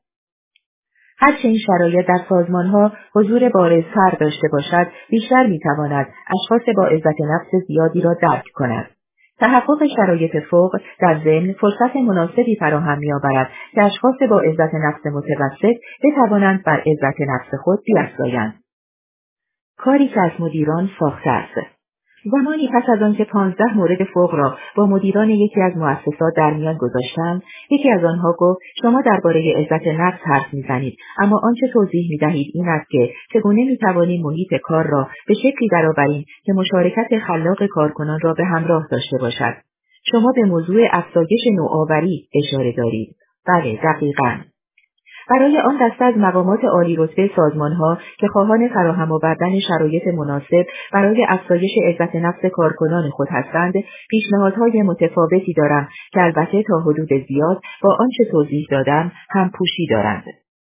هرچه این شرایط در سازمانها حضور بارزتر داشته باشد، بیشتر میتواند اشخاص با عزت نفس زیادی را درک کند. تحقق شرایط فوق در ضمن فرصت مناسبی فراهم می‌آورد که اشخاص با عزت نفس متوسط بتوانند بر عزت نفس خود بیفزایند. کاری که از مدیران ساخته است. زمانی پس از آنکه 15 مورد فوق را با مدیران یکی از مؤسسات در میان گذاشتند، یکی از آنها گفت شما درباره عزت نفس حرف میزنید، اما آنچه توضیح میدهید این است که چگونه میتوانیم محیط کار را به شکلی درآوریم که مشارکت خلاق کارکنان را به همراه داشته باشد. شما به موضوع افزایش نوآوری اشاره دارید. بله، دقیقاً. برای آن دسته از مقامات عالی رتبه سازمان‌ها که خواهان فراهم آوردن شرایط مناسب برای افزایش عزت نفس کارکنان خود هستند، پیشنهادهای متفاوتی دارم که البته تا حدود زیاد با آنچه توضیح دادم هم پوشی دارند.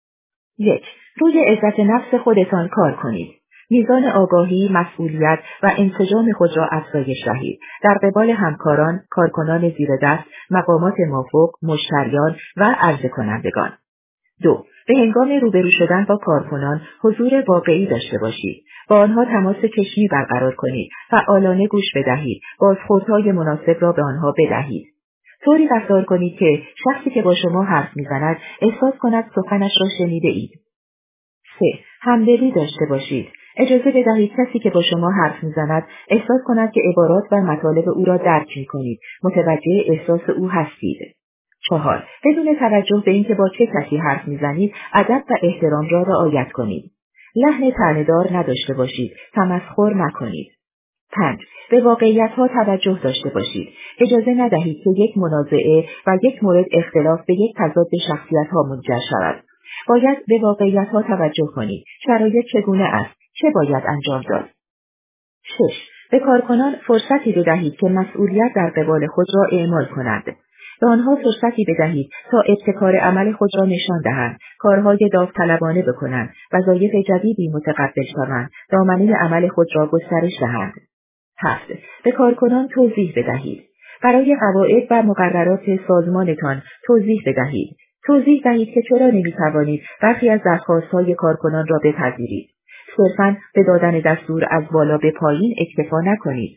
1. روی عزت نفس خودتان کار کنید. میزان آگاهی، مسئولیت و انسجام خود را افزایش دهید. در قبال همکاران، کارکنان زیر دست، مقامات مافوق، مشتریان و عرضه کنندگان. 2. به هنگام روبرو شدن با کارکنان حضور واقعی داشته باشید. با آنها تماس چشمی برقرار کنید، فعالانه گوش بدهید، بازخوردهای مناسب را به آنها بدهید. طوری رفتار کنید که شخصی که با شما حرف میزند احساس کند سخنش را شنیده اید. 3. همدلی داشته باشید. اجازه بدهید کسی که با شما حرف میزند احساس کند که عبارات و مطالب او را درک میکنید، متوجه احساس او هستید. 4. بدون توجه به اینکه با چه کسی حرف میزنید، ادب و احترام را رعایت کنید. لحن طعنه‌دار نداشته باشید، تمسخر نکنید. 5. به واقعیت‌ها توجه داشته باشید. اجازه ندهید که یک منازعه و یک مورد اختلاف به یک تضاد شخصیت‌ها منجر شود. باید به واقعیت‌ها توجه کنید. شرایط چگونه است؟ چه باید انجام داد؟ 6. به کارکنان فرصتی بدهید که مسئولیت در قبال خود را اعمال کنند. به آنها فرصتی بدهید تا ابتکار عمل خود را نشان دهند، کارهای داوطلبانه بکنند، وظایف جدیدی متقبل شوند، دامنه عمل خود را گسترش دهند. 7. به کارکنان توضیح بدهید. برای قواعد و مقررات سازمانتان توضیح بدهید. توضیح دهید که چرا نمی‌توانید برخی از درخواست‌های کارکنان را بپذیرید. صرفاً به دادن دستور از بالا به پایین اکتفا نکنید.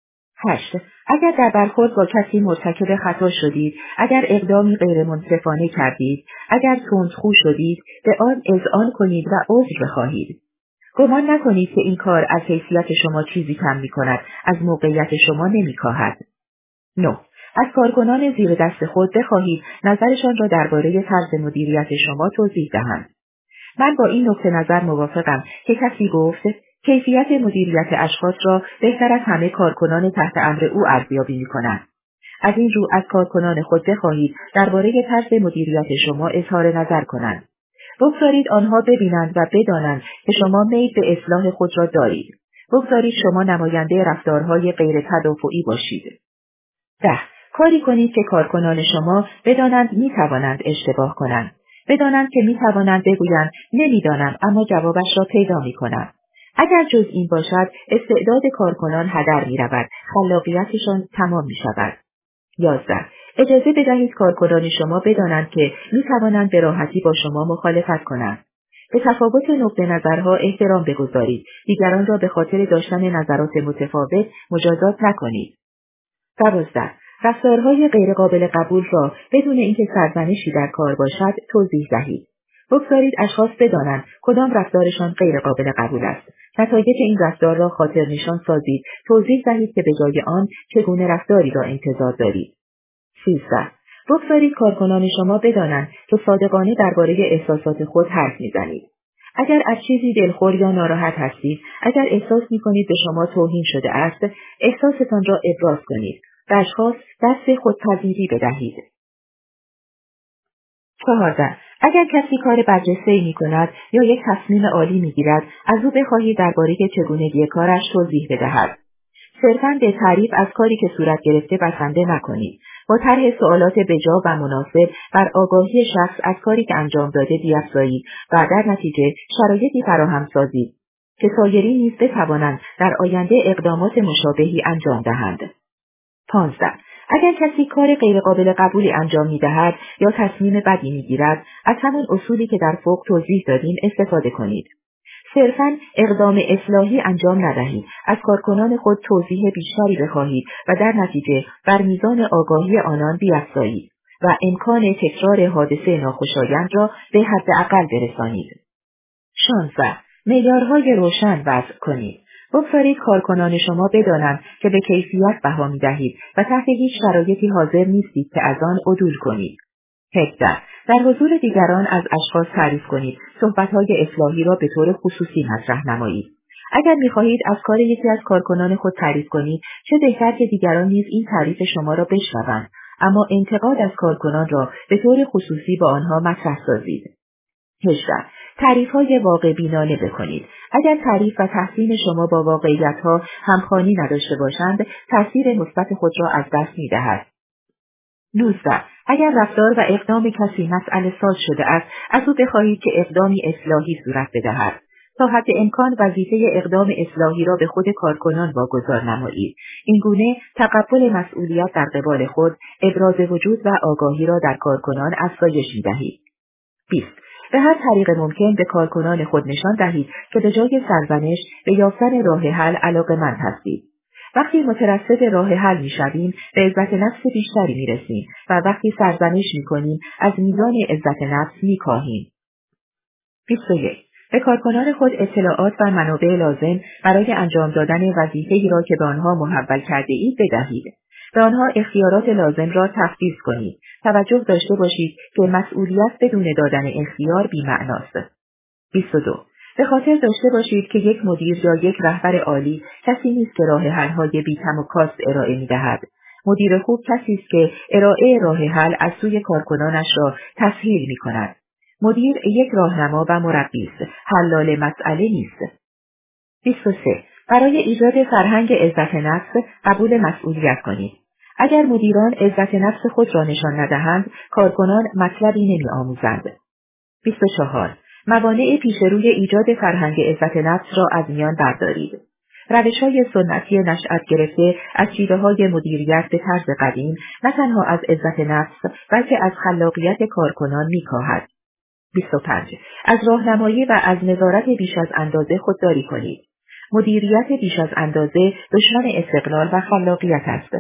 8. اگر در برخورد با کسی مرتکب خطا شدید، اگر اقدامی غیرمنصفانه کردید، اگر تندخو شدید، به آن اذعان کنید و عذر بخواهید. گمان نکنید که این کار از حیثیت شما چیزی کم می‌کند، از موقعیت شما نمی‌کاهد. 9. از کارکنان زیر دست خود بخواهید نظرشان را درباره طرز مدیریت شما توضیح دهند. من با این نقطه نظر موافقم که کسی گفت کیفیت مدیریت اشخاص را بهتر از همه کارکنان تحت امر او ارزیابی می‌کنند. از این رو از کارکنان خود بخواهید درباره طرز مدیریت شما اظهار نظر کنند. بگذارید آنها ببینند و بدانند که شما میل به اصلاح خود را دارید. بگذارید شما نماینده رفتارهای غیر تدافعی باشید. 10. کاری کنید که کارکنان شما بدانند می‌توانند اشتباه کنند. بدانند که می‌توانند بگویند نمی‌دانم اما جوابش را پیدا می‌کنم. اگر جز این باشد استعداد کارکنان هدر می‌رود، خلاقیتشان تمام می‌شود. 11. اجازه بدهید کارکنان شما بدانند که می‌توانند به راحتی با شما مخالفت کنند. به تفاوت نقطه نظرها احترام بگذارید. دیگران را به خاطر داشتن نظرات متفاوت مجازات نکنید. 12. رفتارهای غیرقابل قبول را بدون اینکه سرزنشی در کار باشد توضیح دهید. بگذارید اشخاص بدانند کدام رفتارشان غیرقابل قبول است. نتایج این رفتار را خاطر نشان سازید. توضیح دهید که به جای آن چگونه رفتاری را انتظار دارید. 13. بگذارید کارکنان شما بدانند که صادقانه درباره احساسات خود حرف میزنید. اگر از چیزی دلخور یا ناراحت هستید، اگر احساس می‌کنید به شما توهین شده است، احساستان را ابراز کنید. به اشخاص دست خودپذیری بدهید. 14. اگر کسی کار برجسته‌ای می‌کند یا یک تصمیم عالی می‌گیرد، از او بخواهید درباره چگونگی کارش توضیح بدهد. صرفاً به تعریف از کاری که صورت گرفته بسنده نکنید. با طرح سوالات بجا و مناسب بر آگاهی شخص از کاری که انجام داده بیفزایید و در نتیجه شرایطی فراهم سازید که سایرین نیز بتوانند در آینده اقدامات مشابهی انجام دهند. 15. اگر کسی کار غیرقابل قبولی انجام می‌دهد یا تصمیم بدی می‌گیرد، از همان اصولی که در فوق توضیح دادیم استفاده کنید. صرفاً اقدام اصلاحی انجام ندهید. از کارکنان خود توضیح بیشتری بخواهید و در نتیجه بر میزان آگاهی آنان بیفزایید و امکان تکرار حادثه ناخوشایند را به حداقل برسانید. 16. معیارهای روشن وضع کنید. بگذارید کارکنان شما بدانند که به کیفیت بها می‌دهید و تحت هیچ شرایطی حاضر نیستید که از آن عدول کنید. 17. در حضور دیگران از اشخاص تعریف کنید. صحبت‌های اصلاحی را به طور خصوصی مطرح نمایید. اگر می‌خواهید از کار یکی از کارکنان خود تعریف کنید، چه بهتر که دیگران نیز این تعریف شما را بشنوند، اما انتقاد از کارکنان را به طور خصوصی با آنها مطرح سازید. 18. تعریف‌های واقع بینانه بکنید. اگر تعریف و تحسین شما با واقعیت‌ها همخوانی نداشته باشند، تاثیر مثبت خود را از دست می‌دهد. 19. اگر رفتار و اقدام کسی مسئله ساز شده است، از او بخواهید که اقدامی اصلاحی صورت بدهد. تا حد امکان وظیفه اقدام اصلاحی را به خود کارکنان واگذار نمایید. این گونه تقبل مسئولیت در قبال خود، ابراز وجود و آگاهی را در کارکنان افزایش می‌دهید. 20. به هر طریق ممکن به کارکنان خود نشان دهید که به جای سرزنش به یافتن راه حل علاقه‌مند هستید. وقتی مترصد راه حل می‌شویم، به عزت نفس بیشتری می‌رسیم و وقتی سرزنش می‌کنیم، از میزان عزت نفس می‌کاهیم. 21. به کارکنان خود اطلاعات و منابع لازم برای انجام دادن وظیفه‌ای را که به آنها محول کرده اید بدهید. به آنها اختیارات لازم را تفویض کنید. توجه داشته باشید که مسئولیت بدون دادن اختیار بی‌معناست. 22. به خاطر داشته باشید که یک مدیر یا یک رهبر عالی کسی نیست که راه حل‌های بی‌کم و کاست ارائه می‌دهد. مدیر خوب کسی است که ارائه راه حل از سوی کارکنانش را تسهیل می‌کند. مدیر یک راهنما و مربی است، حلال مسئله نیست. 23. برای ایجاد فرهنگ عزت نفس قبول مسئولیت کنید. اگر مدیران عزت نفس خود را نشان ندهند، کارکنان مطلبی نمی‌آموزند. 24. موانع پیش روی ایجاد فرهنگ عزت نفس را از میان بردارید. روش‌های سنتی نشأت گرفته از شیوه‌های مدیریت به طرز قدیم نه تنها از عزت نفس بلکه از خلاقیت کارکنان می‌کاهد. 25. از راهنمایی و از نظارت بیش از اندازه خودداری کنید. مدیریت بیش از اندازه دشمن استقلال و خلاقیت است.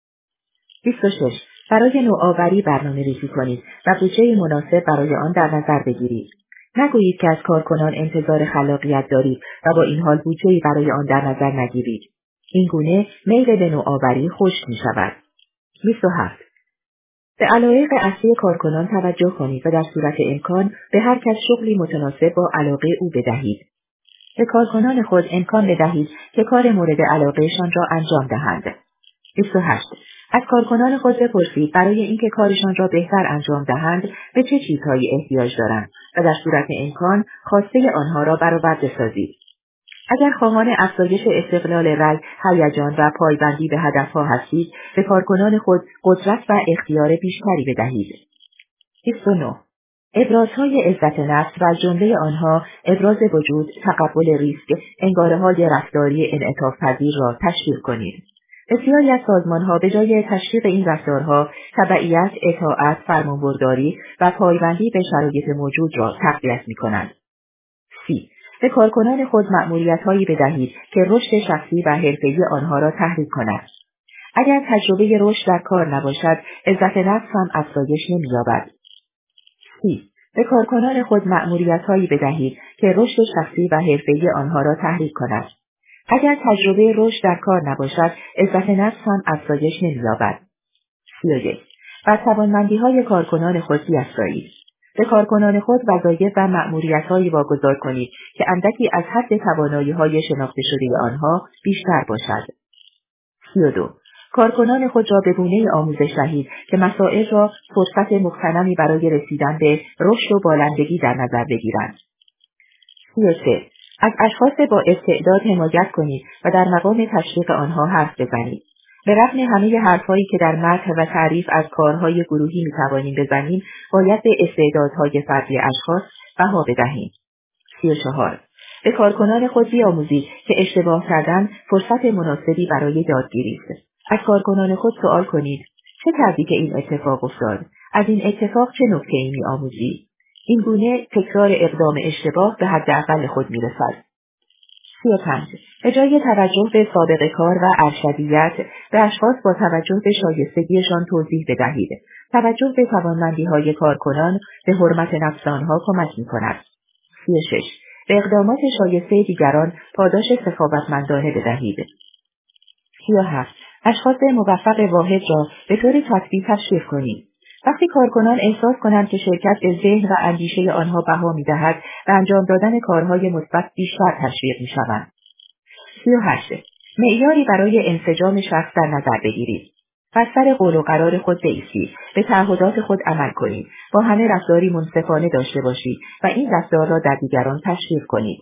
26. برای نوآوری برنامه‌ریزی کنید و بودجه مناسب برای آن در نظر بگیرید. نگویید که از کارکنان انتظار خلاقیت دارید و با این حال بودجه‌ای برای آن در نظر نگیرید. این گونه میل به نوآوری خشک می‌شود. 27. به علایق اصلی کارکنان توجه کنید و در صورت امکان به هر کس شغلی متناسب با علاقه او بدهید. به کارکنان خود امکان بدهید که کار مورد علاقهشان را انجام دهند. 28. از کارکنان خود بپرسید برای اینکه کارشان را بهتر انجام دهند به چه چیزهایی احتیاج دارند و در صورت امکان خواسته آنها را برآورده سازید. اگر خواهان افزایش استقلال رأی، هیجان و پایبندی به هدفها هستید، به کارکنان خود قدرت و اختیار بیشتری بدهید. 29. ابرازهای عزت نفس و از جمله آنها ابراز وجود، تقبل ریسک، انگاره‌های رفتاری انعطاف پذیر را تشویق کنید. بسیاری از سازمان‌ها به جای تشویق این رفتارها، تبعیت، اطاعت، فرمانبرداری و پایبندی به شرایط موجود را تقویت می‌کنند. 30. به کارکنان خود مأموریت‌هایی بدهید که رشد شخصی و حرفه‌ای آنها را تحریک کند. اگر تجربه رشد در کار نباشد، عزت نفس هم افزایش نمی‌یابد. 30. به کارکنان خود مأموریت‌هایی بدهید که رشد شخصی و حرفه‌ای آنها را تحریک کند. اگر تجربه رشد در کار نباشد، عزت نفس هم افزایش نمی‌یابد. 31. بر توانمندی‌های کارکنان خود بیفزایید. به کارکنان خود وظایف و مأموریت‌هایی واگذار کنید که اندکی از حد توانایی‌های شناخته شده آنها بیشتر باشد. 32. کارکنان خود را به گونه‌ای آموزش دهید که مسائل را فرصت مغتنمی برای رسیدن به رشد و بالندگی در نظر بگیرند. 33. از اشخاص با استعداد حمایت کنید و در مقام تشویق آنها حرف بزنید. به رغم همه حرفهایی که در مدح و تعریف از کارهای گروهی می‌توانیم بزنیم، باید به استعدادهای فردی اشخاص بها بدهیم. 34. به کارکنان خود بیاموزید که اشتباه کردن فرصت مناسبی برای یادگیری است. از کارکنان خود سوال کنید: چه کردی که این اتفاق افتاد؟ از این اتفاق چه نکته‌ای می‌آموزی؟ این گونه تکرار اقدام اشتباه به حداقل خود می‌رسد. 35. به جای توجه به سابقه کار و ارشدیت، به اشخاص با توجه به شایستگیشان توضیح بدهید. توجه به توانمندی‌های کارکنان به حرمت نفس آنها کمک می‌کند. 36. به اقدامات شایسته دیگران پاداش سخاوتمندانه بدهید. 37. اشخاص موفق واحد را به طور تطبیقی تشویق کنید. وقتی کارکنان احساس کنند که شرکت به ذهن و اندیشه آنها بها می‌دهد و انجام دادن کارهای مثبت بیشتر تشویق می‌شوند. 38. معیاری برای انسجام شخص در نظر بگیرید. بر سر قول و قرار خود بایستید، به تعهدات خود عمل کنید، با همه رفتاری منصفانه داشته باشید و این رفتار را در دیگران تشویق کنید.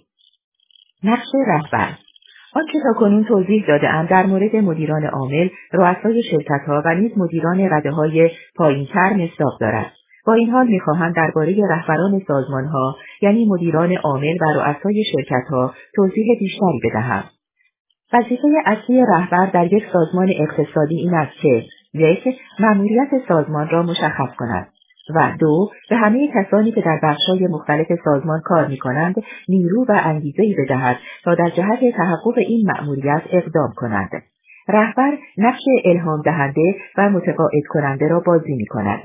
نقش رهبر. آنچه تاکنون توضیح داده‌ام در مورد مدیران عامل، رؤسای شرکت‌ها و نیز مدیران رده‌های پایین‌تر مصداق دارد. با این حال می‌خواهم درباره رهبران سازمان‌ها، یعنی مدیران عامل و رؤسای شرکت‌ها، توضیح بیشتری بدهم. وظیفه اصلی رهبر در یک سازمان اقتصادی این است که 1. مأموریت سازمان را مشخص کند و 2. به همه کسانی که در بخش‌های مختلف سازمان کار می‌کنند نیرو و انگیزه‌ای بدهد تا در جهت تحقق این مأموریت اقدام کنند. رهبر نقش الهام دهنده و متقاعد کننده را بازی می‌کند.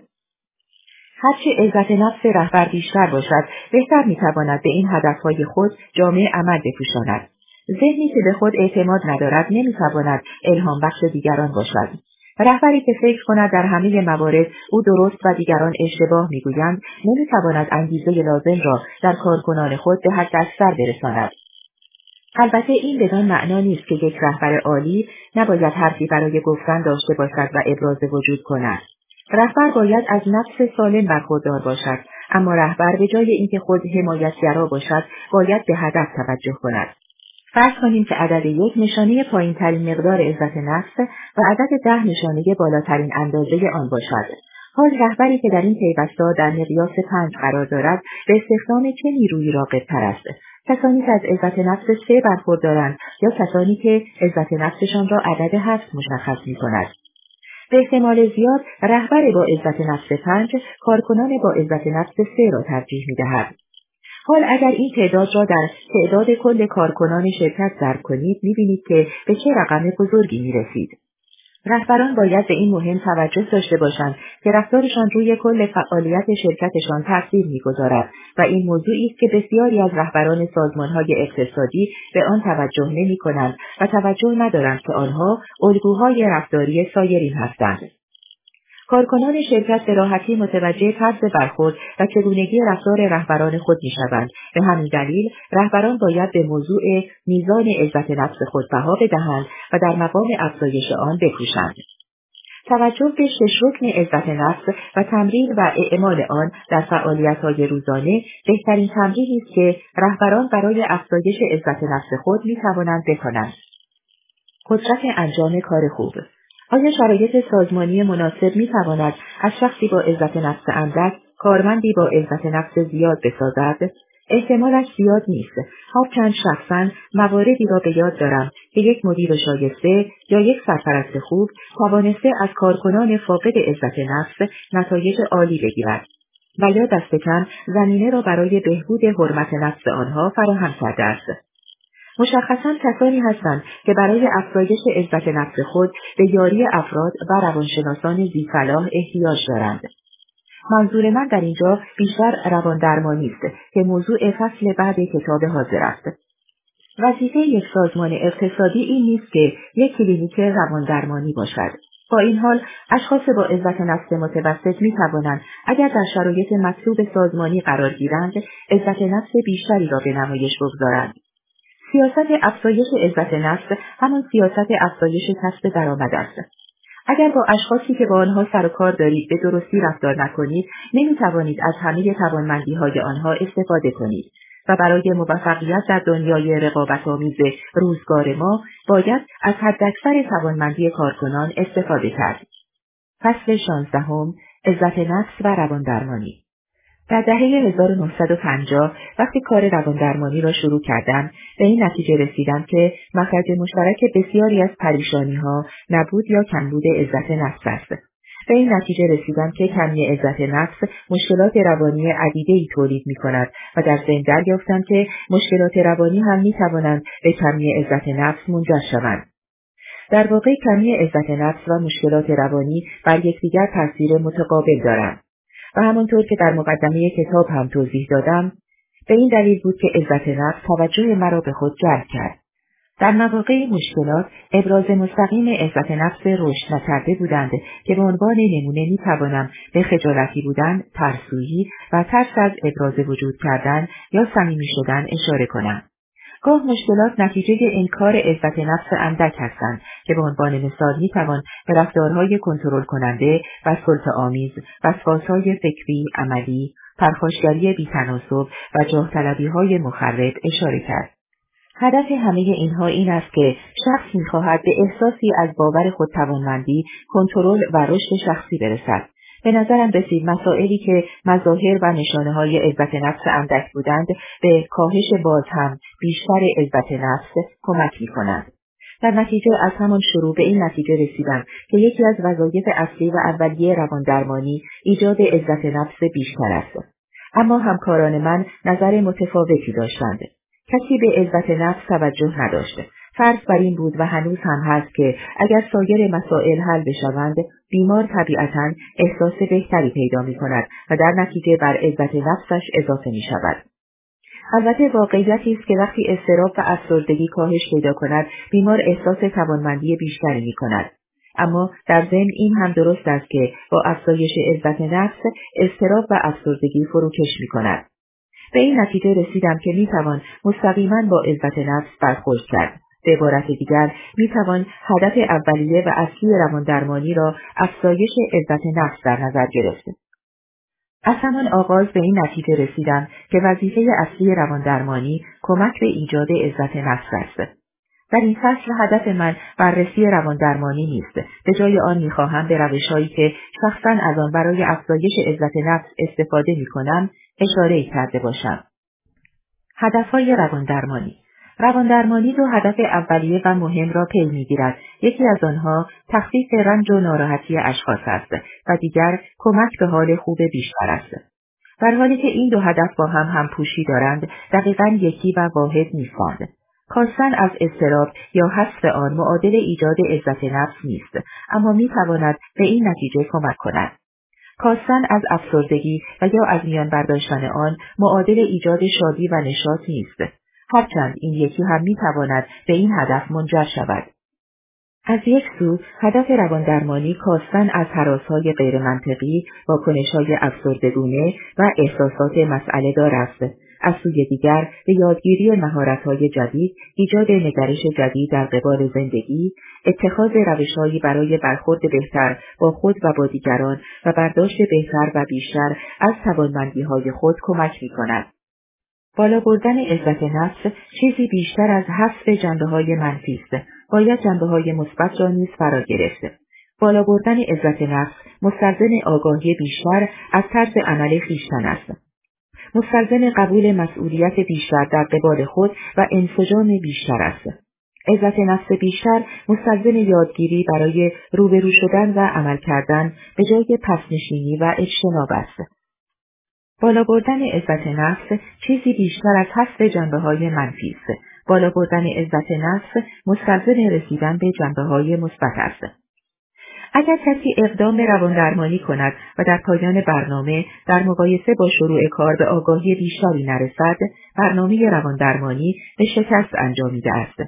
هرچه عزت نفس رهبر بیشتر باشد، بهتر می‌تواند به این هدف‌های خود جامع عمل بپوشاند. ذهنی که به خود اعتماد ندارد نمی‌تواند الهام بخش دیگران باشد. رهبری که فکر کند در همه موارد او درست و دیگران اشتباه می‌گویند، نمی‌تواند انگیزه لازم را در کارکنان خود به حداکثر برساند. البته این بدان معنا نیست که یک رهبر عالی نباید حرفی برای گفتن داشته باشد و ابراز وجود کند. رهبر باید از نفس سالم برخوردار باشد، اما رهبر به جای اینکه خود حمایتگرا باشد، باید به هدف توجه کند. فرض کنیم که عدد 1 نشانه پایین‌ترین مقدار عزت نفس و عدد 10 نشانه بالاترین اندازه آن باشد. حال رهبری که در این پیوستا در مقیاس 5 قرار دارد، به استخدام چه نیرویی راغب‌تر است؟ کسانی که از عزت نفس 3 برخوردارند یا کسانی که عزت نفسشان را عدد 7 مشخص می‌کند؟ به احتمال زیاد رهبر با عزت نفس 5 کارکنان با عزت نفس 3 را ترجیح می‌دهد. حال اگر این تعداد را در تعداد کل کارکنان شرکت ضرب کنید، می‌بینید که به چه رقم بزرگی می‌رسید. رهبران باید به این مهم توجه داشته باشند که رفتارشان روی کل فعالیت شرکتشان تاثیر می‌گذارد و این موضوعی است که بسیاری از رهبران سازمان‌های اقتصادی به آن توجه نمی‌کنند و توجه ندارند که آنها الگوهای رفتاری سایرین هستند. کارکنان شرکت به راحتی متوجه طرز برخورد و چگونگی رفتار رهبران خود می‌شوند. به همین دلیل رهبران باید به موضوع میزان عزت نفس خود بها بدهند و در مقام افزایش آن بکوشند. توجه به 6 رکن عزت نفس و تمرین و اعمال آن در فعالیت‌های روزانه بهترین تمرینی است که رهبران برای افزایش عزت نفس خود می‌توانند بکنند. قدرت انجام کار خوب. آیا شرایط سازمانی مناسب می‌تواند از شخصی با عزت نفس اندک کارمندی با عزت نفس زیاد بسازد؟ احتمالش زیاد نیست، هرچند شخصاً مواردی را به یاد دارم که یک مدیر شایسته یا یک سرپرست خوب توانسته از کارکنان فاقد عزت نفس نتایج عالی بگیرد و یا دست کم زمینه را برای بهبود حرمت نفس آنها فراهم کرده است. مشخصاً کسانی هستند که برای افزایش عزت نفس خود به یاری افراد و روانشناسان ذی‌صلاح احتیاج دارند. منظور من در اینجا بیشتر رواندرمانی است که موضوع فصل بعد کتاب حاضر است. وظیفه یک سازمان اقتصادی این نیست که یک کلینیک رواندرمانی باشد. با این حال اشخاص با عزت نفس متوسط می توانند اگر در شرایط مطلوب سازمانی قرار گیرند عزت نفس بیشتری را به نمایش بگذارند. سیاست افزایش عزت نفس همان سیاست افزایش کسب درآمد است. اگر با اشخاصی که با آنها سر و کار دارید به درستی رفتار نکنید، نمی‌توانید از همه توانمندی‌های آنها استفاده کنید و برای موفقیت در دنیای رقابت‌آمیز روزگار ما باید از حداکثر توانمندی کارکنان استفاده کرد. فصل 16 عزت نفس و رواندرمانی. در دهه 1950 وقتی کار رواندرمانی را شروع کردم به این نتیجه رسیدم که مخرج مشترک بسیاری از پریشانی‌ها نبود یا کمبود عزت نفس است. به این نتیجه رسیدم که کمی عزت نفس مشکلات روانی عدیده‌ای تولید می‌کند و در ضمن دریافتم که مشکلات روانی هم می‌توانند به کمی عزت نفس منجر شوند. در واقع کمی عزت نفس و مشکلات روانی بر یکدیگر تاثیر متقابل دارند. و همانطور که در مقدمه کتاب هم توضیح دادم، به این دلیل بود که عزت نفس توجه مرا به خود جلب کرد. در مواقع مشکلات ابراز مستقیم عزت نفس رشد نکرده بودند که به عنوان نمونه میتوانم به خجالتی بودن، ترسویی و ترس از ابراز وجود کردن یا صمیمی شدن اشاره کنم. گاه مشکلات نتیجه انکار عزت نفس اندک هستند که به عنوان مثال میتوان به رفتارهای کنترل کننده و سلطه‌آمیز، وسواس‌های فکری، عملی، پرخاشگری بی‌تناسب و جاه طلبی‌های مخرب اشاره کرد. هدف همه اینها این است که شخص می‌خواهد به احساسی از باور خودتوانمندی، کنترل و رشد شخصی برسد. به نظرم رسید مسائلی که مظاهر و نشانه‌های عزت نفس اندک بودند به کاهش باز هم بیشتر عزت نفس کمک می‌کنند. در نتیجه از همان شروع به این نتیجه رسیدم که یکی از وظایف اصلی و اولیه رواندرمانی ایجاد عزت نفس بیشتر است. اما همکاران من نظر متفاوتی داشتند. کسی به عزت نفس توجه نداشت. فرض بر این بود و هنوز هم هست که اگر سایر مسائل حل بشوند، بیمار طبیعتاً احساس بهتری پیدا می کند و در نتیجه بر عزت نفسش اضافه می شود. البته واقعیتی است که وقتی اضطراب و افسردگی کاهش پیدا کند، بیمار احساس توانمندی بیشتری می کند. اما در ضمن این هم درست است که با افزایش عزت نفس، اضطراب و افسردگی فروکش می کند. به این نتیجه رسیدم که میتوان مستقیما با عزت نفس برخورد کرد. به عبارت دیگر میتوان هدف اولیه و اصلی رواندرمانی را افزایش عزت نفس در نظر گرفت. از همان آغاز به این نتیجه رسیدم که وظیفه اصلی رواندرمانی کمک به ایجاد عزت نفس است. در این فصل هدف من بررسی رواندرمانی نیست. به جای آن میخواهم به روش‌هایی که شخصاً از آن برای افزایش عزت نفس استفاده میکنم اشاره کرده باشم. هدفهای رواندرمانی دو هدف اولیه و مهم را پی میگیرد. یکی از آنها تخفیف رنج و ناراحتی اشخاص است و دیگر کمک به حال خوب بیشتر است. در حالی که این دو هدف با هم همپوشی دارند، دقیقاً یکی و واحد نیستند. کاستن از اضطراب یا حذف آن معادل ایجاد عزت نفس نیست، اما میتواند به این نتیجه کمک کند. کاستن از افسردگی و یا از میان برداشتن آن معادل ایجاد شادی و نشاط نیست، هرچند این یکی هم میتواند به این هدف منجر شود. از یک سو هدف رواندرمانی کاستن از هراس‌های غیرمنطقی، واکنش‌های افسردگونه و احساسات مسئله دار است. از سوی دیگر به یادگیری مهارت‌های جدید، ایجاد نگرش جدید در قبال زندگی، اتخاذ روش‌هایی برای برخورد بهتر با خود و با دیگران و برداشت بهتر و بیشتر از توانمندی‌های خود کمک می‌کند. بالا بردن عزت نفس چیزی بیشتر از حذف جنبه‌های منفی است. باید جنبه‌های مثبت را نیز فرا گرفت. بالا بردن عزت نفس مستلزم آگاهی بیشتر از طرز عمل خویشتن است. مستلزم قبول مسئولیت بیشتر در قبال خود و انسجام بیشتر است. عزت نفس بیشتر مستلزم یادگیری برای روبرو شدن و عمل کردن به جای پس‌نشینی و اجتناب است. بالا بردن عزت نفس چیزی بیشتر از حذف جنبه‌های منفی است. بالا بردن عزت نفس مستلزم رسیدن به جنبه‌های مثبت است. اگر کسی اقدام رواندرمانی کند و در پایان برنامه در مقایسه با شروع کار به آگاهی بیشتری نرسد، برنامه رواندرمانی به شکست انجامیده است.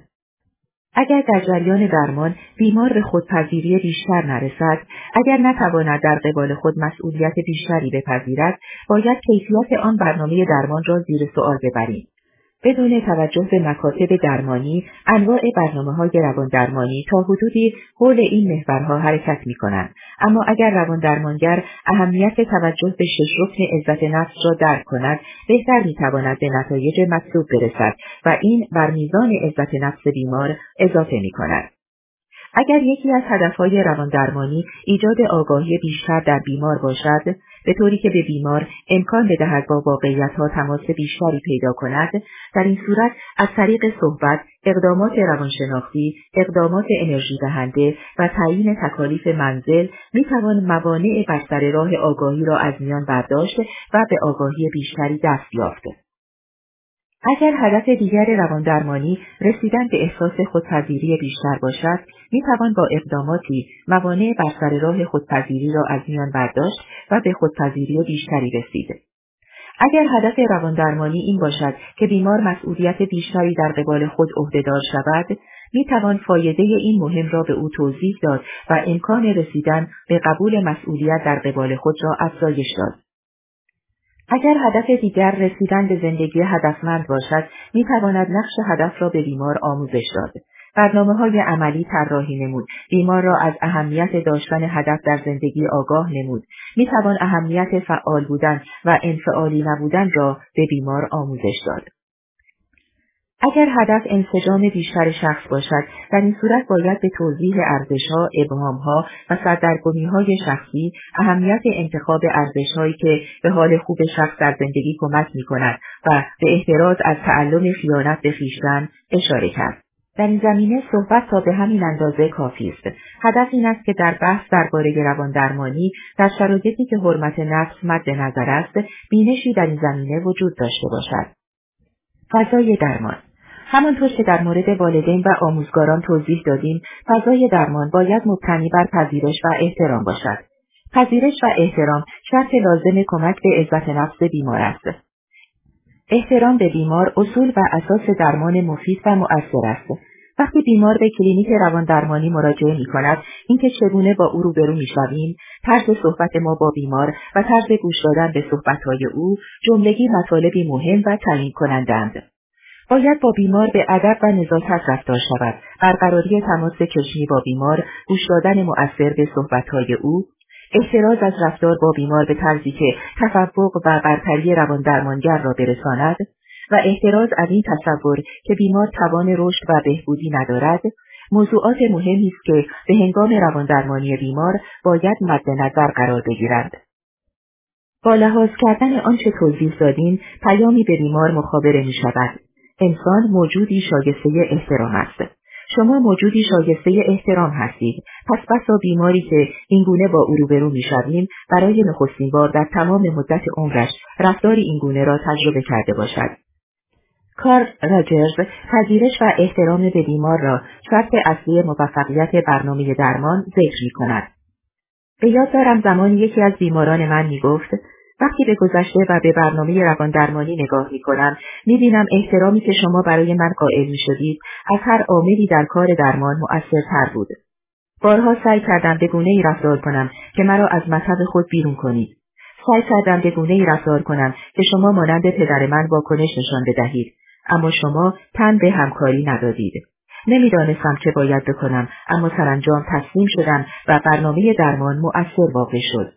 اگر در جریان درمان بیمار به خودپذیری بیشتر نرسد، اگر نتواند در قبال خود مسئولیت بیشتری بپذیرد، باید کیفیت آن برنامه درمان را زیر سؤال ببریم. بدون توجه به مکاتب درمانی، انواع برنامه‌های رواندرمانی تا حدودی حول این محورها حرکت می‌کنند. اما اگر رواندرمانگر اهمیت توجه به 6 رکن عزت نفس را درک کند، بهتر می‌تواند به نتایج مطلوب برسد و این بر میزان عزت نفس بیمار اضافه می‌کند. اگر یکی از هدفهای رواندرمانی ایجاد آگاهی بیشتر در بیمار باشد، به طوری که به بیمار امکان بدهد با واقعیت‌ها تماس بیشتری پیدا کند، در این صورت از طریق صحبت، اقدامات روانشناختی، اقدامات انرژی دهنده و تعیین تکالیف منزل می‌توان موانع بر سر راه آگاهی را از میان برداشت و به آگاهی بیشتری دست یافت. اگر هدف دیگر رواندرمانی رسیدن به احساس خودپذیری بیشتر باشد، میتوان با اقداماتی موانع بر سر راه خودپذیری را از میان برداشت و به خودپذیری بیشتری رسید. اگر هدف رواندرمانی این باشد که بیمار مسئولیت بیشتری در قبال خود عهدهدار شود، میتوان فایده این مهم را به او توضیح داد و امکان رسیدن به قبول مسئولیت در قبال خود را افزایش داد. اگر هدف دیگر رسیدن به زندگی هدفمند باشد، میتواند نقش هدف را به بیمار آموزش داد. برنامه‌های عملی طراحی نمود، بیمار را از اهمیت داشتن هدف در زندگی آگاه نمود. میتوان اهمیت فعال بودن و انفعالی نبودن را به بیمار آموزش داد. اگر هدف انسجام بیشتر شخص باشد، در این صورت باید به توضیح ارزش‌ها، ابهام‌ها و سردرگمی‌های شخصی، اهمیت انتخاب ارزش‌هایی که به حال خوب شخص در زندگی کمک می‌کند و به احتراز از تعلم خیانت به خویشتن اشاره کرد. در این زمینه صحبت تا به همین اندازه کافی است. هدف این است که در بحث درباره رواندرمانی در شرایطی که حرمت نفس مد نظر است، بینشی در این زمینه وجود داشته باشد. فضای درمان. همانطور که در مورد والدین و آموزگاران توضیح دادیم، فضای درمان باید مبتنی بر پذیرش و احترام باشد. پذیرش و احترام شرط لازم کمک به عزت نفس بیمار است. احترام به بیمار اصول و اساس درمان مفید و مؤثر است. وقتی بیمار به کلینیک رواندرمانی مراجعه می‌کند، اینکه چگونه با او روبرو می‌شویم، طرز صحبت ما با بیمار و طرز گوش دادن به صحبت‌های او، جملگی مطالبی مهم و تعیین کننده‌اند. باید با بیمار به ادب و نزاکت رفتار شود. برقراری تماس چشمی با بیمار، گوش دادن مؤثر به صحبت‌های او، احتراز از رفتار با بیمار به طرزی که تفوق و برتری رواندرمانگر را برساند و احتراز از این تصور که بیمار توان رشد و بهبودی ندارد، موضوعات مهمی است که به هنگام رواندرمانی بیمار باید مد نظر قرار بگیرند. با لحاظ کردن آنچه توضیح دادیم، پیامی به بیمار مخابره می‌شود. انسان موجودی شایسته احترام است. شما موجودی شایسته احترام هستید. پس بسا بیماری که اینگونه با او روبرو می‌شویم برای نخستین بار در تمام مدت عمرش رفتار اینگونه را تجربه کرده باشد. کارل راجرز پذیرش و احترام به بیمار را شرط اصلی موفقیت برنامه درمان ذکر می‌کند. به یاد دارم زمانی یکی از بیماران من می‌گفت: وقتی به گذشته و به برنامه رواندرمانی نگاه می‌کنم، می‌بینم احترامی که شما برای من قائل می‌شدید از هر عاملی در کار درمان مؤثرتر بود. بارها سعی کردم به گونه‌ای رفتار کنم که مرا از مطب خود بیرون کنید. سعی کردم به گونه‌ای رفتار کنم که شما مانند پدر من واکنش نشان بدهید، اما شما تن به همکاری ندادید. نمی‌دانستم چه باید بکنم، اما سرانجام تسلیم شدم و برنامه درمان مؤثر واقع شد.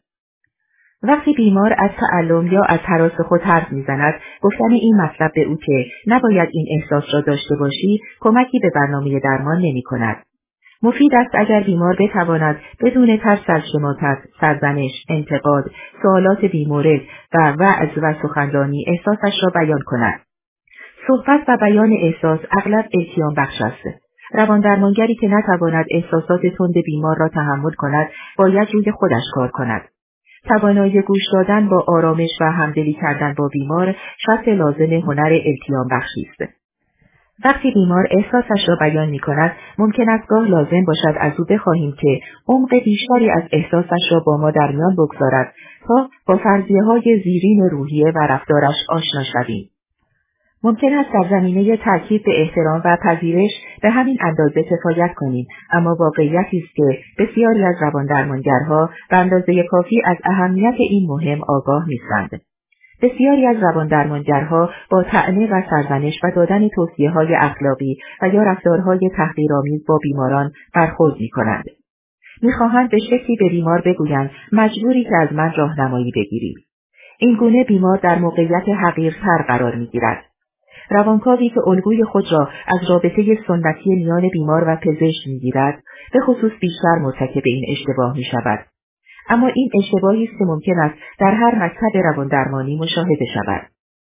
وقتی بیمار از تعلم یا از هراس خود حرف می‌زند، گفتن این مطلب به او که نباید این احساس را داشته باشی، کمکی به برنامه درمان نمی‌کند. مفید است اگر بیمار بتواند بدون ترس از شماتت، سرزنش، انتقاد، سوالات بیمورد و وعظ و سخنرانی احساسش را بیان کند. صحبت و بیان احساس اغلب التیام بخش است. رواندرمانگری که نتواند احساسات تند بیمار را تحمل کند، باید روی خودش کار کند. توانایی گوش دادن با آرامش و همدلی کردن با بیمار شرط لازم هنر التیام بخشی است. وقتی بیمار احساسش را بیان می کند، ممکن است گاه لازم باشد از او بخواهیم که عمق بیشتری از احساسش را با ما در میان بگذارد تا با فرضیه‌های زیرین روحیه و رفتارش آشنا شویم. ممکن است در زمینه تاکید به احترام و پذیرش به همین اندازه کفایت کنیم، اما واقعیتی است که بسیاری از رواندرمانگرها به اندازه کافی از اهمیت این مهم آگاه نیستند. بسیاری از رواندرمانگرها با طعنه و سرزنش و دادن توصیه‌های اخلاقی و یا رفتارهای تحقیرآمیز با بیماران برخورد می‌کنند. می‌خواهند به شکلی به بیمار بگویند مجبوری که از من راهنمایی بگیری. این گونه بیمار در موقعیت حقیرتر قرار می‌گیرد. روانکاوی که الگوی خود را از رابطه سنتی میان بیمار و پزشک می‌گیرد، به خصوص بیشتر مرتکب این اشتباه می‌شود. اما این اشتباهی است که ممکن است در هر مکتب رواندرمانی مشاهده شود.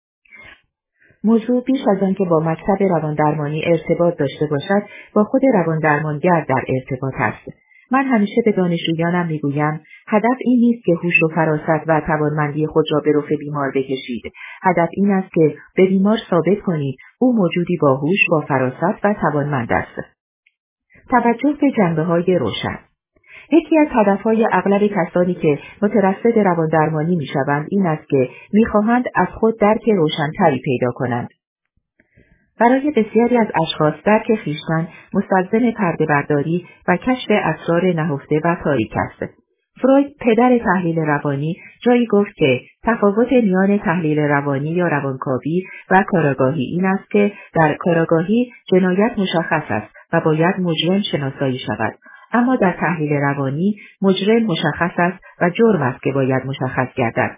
موضوع بیش از آن که با مکتب رواندرمانی ارتباط داشته باشد، با خود رواندرمانگر در ارتباط است. من همیشه به دانشجویانم میگویم هدف این نیست که هوش و فراست و توانمندی خود را به رخ بیمار بکشید. هدف این است که به بیمار ثابت کنید او موجودی با هوش، با فراست و توانمند است. توجه به جنبه‌های روشن. یکی از هدفهای اغلب کسانی که مترصد رواندرمانی میشوند این است که میخواهند از خود درک روشن‌تری پیدا کنند. برای بسیاری از اشخاص درک خویشتن مستلزم پرده‌برداری و کشف اسرار نهفته و تاریک است. فروید پدر تحلیل روانی جایی گفت که تفاوت میان تحلیل روانی یا روانکاوی و کاراگاهی این است که در کاراگاهی جنایت مشخص است و باید مجرم شناسایی شود، اما در تحلیل روانی مجرم مشخص است و جرم است که باید مشخص گردد.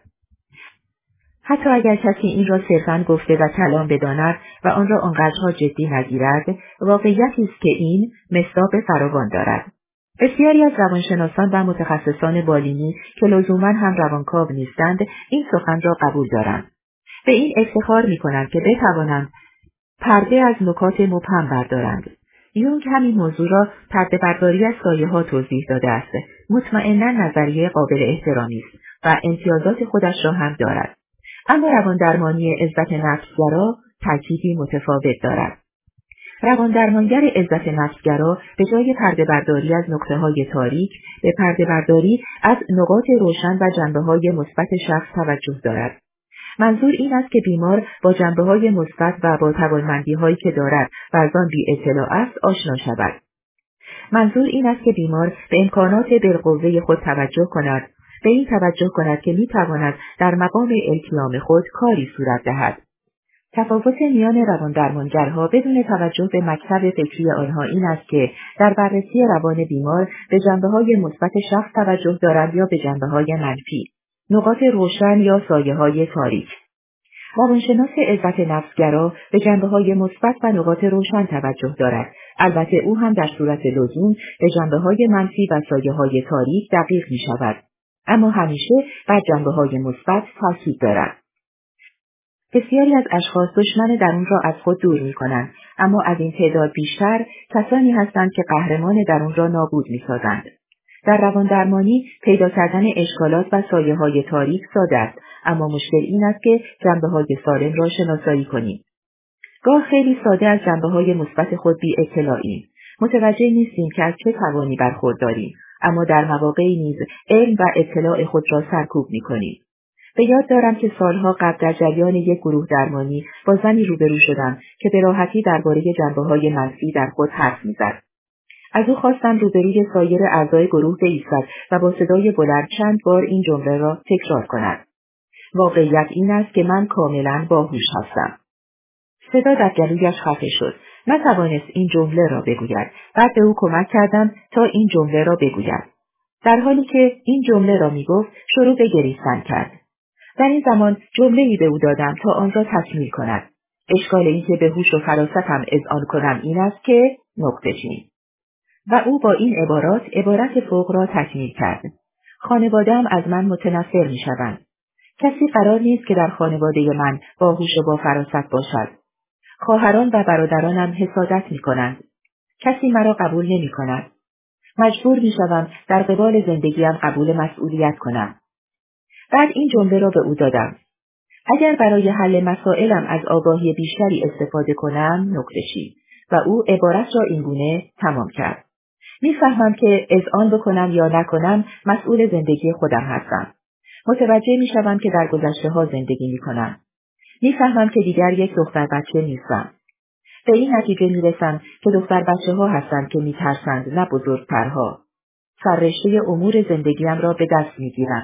حتی اگر کسی این را صرفاً گفته و کلام بداند و آن را آنقدرها جدی نگیرد، واقعیتی است که این مصداق فراوان دارد. بسیاری از روانشناسان و متخصصان بالینی که لزوماً هم روانکاو نیستند، این سخن را قبول دارند. به این افتخار می‌کنند که بتوانند پرده از نکات مبهم بردارند. یونگ همین موضوع را پرده‌برداری از سایه‌ها توضیح داده است. مطمئناً نظریه قابل احترامی است و امتیازات خودش را هم دارد. اما رواندرمانی عزت نفسگرا تأکیدی متفاوت دارد. رواندرمانگر عزت نفسگرا به جای پرده‌برداری از نقطه‌های تاریک به پرده‌برداری از نقاط روشن و جنبه‌های مثبت شخص توجه دارد. منظور این است که بیمار با جنبه‌های مثبت و با توانمندی‌هایی که دارد و از آن بی‌اطلاع است آشنا شود. منظور این است که بیمار به امکانات بالقوه خود توجه کند، به این توجه کند که می‌تواند در مقام التیام خود کاری صورت دهد. تفاوت میان رواندرمانگرها بدون توجه به مکتب فکری آنها این است که در بررسی روان بیمار به جنبه‌های مثبت شخص توجه دارند یا به جنبه‌های منفی، نقاط روشن یا سایه‌های تاریک. روانشناس عزت نفسگرا به جنبه‌های مثبت و نقاط روشن توجه دارد. البته او هم در صورت لزوم به جنبه‌های منفی و سایه‌های تاریک دقیق می‌شود، اما همیشه بر جنبه‌های مثبت تاکید دارد. بسیاری از اشخاص دشمن درون را از خود دور می‌کنند، اما از این تعداد بیشتر کسانی هستند که قهرمان درون را نابود می‌سازند. در رواندرمانی پیدا کردن اشکالات و سایه‌های تاریک ساده است، اما مشکل این است که جنبه‌های سالم را شناسایی کنیم. گاه خیلی ساده از جنبه‌های مثبت خود بی‌اطلاعیم. متوجه نیستیم که از چه توانی برخورداریم، اما در مواقعی نیز علم و اطلاع خود را سرکوب می‌کنیم. به یاد دارم که سالها قبل در جریان یک گروه درمانی با زنی روبرو شدم که به راحتی درباره جنبه‌های منفی در خود حرف می‌زد. از او خواستم روبروی سایر اعضای گروه بایستد و با صدای بلند چند بار این جمله را تکرار کند. واقعیت این است که من کاملا باهوش هستم. صدا در گلویش خفه شد. نتوانست این جمله را بگوید. بعد به او کمک کردم تا این جمله را بگوید. در حالی که این جمله را میگفت شروع به گریستن کرد. در این زمان جمله‌ای به او دادم تا آن را تکمیل کند. اشکال این که به هوش و فراستم اذعان کنم این است که نقطه چین. و او با این عبارت فوق را تکمیل کرد. خانواده‌ام از من متنفر می‌شوند. کسی قرار نیست که در خانواده من باهوش و با فراست باشد. خواهران و برادرانم حسادت می‌کنند. کسی مرا قبول نمی‌کند. مجبور می‌شوم در قبال زندگیم قبول مسئولیت کنم. بعد این جمله را به او دادم. اگر برای حل مسائلم از آگاهی بیشتری استفاده کنم نقطه‌چین. و او عبارت را اینگونه تمام کرد. می‌فهمم که اذعان بکنم یا نکنم مسئول زندگی خودم هستم. متوجه می‌شوم که در گذشته‌ها زندگی می‌کنم. می‌فهمم که دیگر یک دختر بچه نیستم. به این نتیجه می‌رسم که دختر بچه‌ها هستند که می‌ترسند نه بزرگترها. سررشته امور زندگیم را به دست می‌گیرم.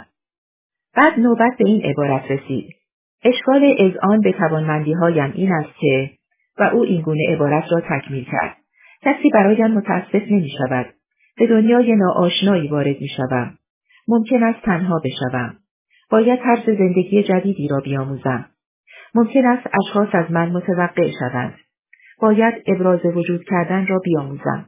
بعد نوبت به این عبارت رسید. اشکال اذعان به توانمندی‌هایم این است که و او اینگونه عبارت را تکمیل کرد. کسی برایم متاسف نمی‌شود. به دنیای ناآشنایی وارد می‌شوم. ممکن است تنها بشوم. باید طرز زندگی جدیدی را بیاموزم. ممکن است اشخاص از من متوقع شوند. باید ابراز وجود کردن را بیاموزم.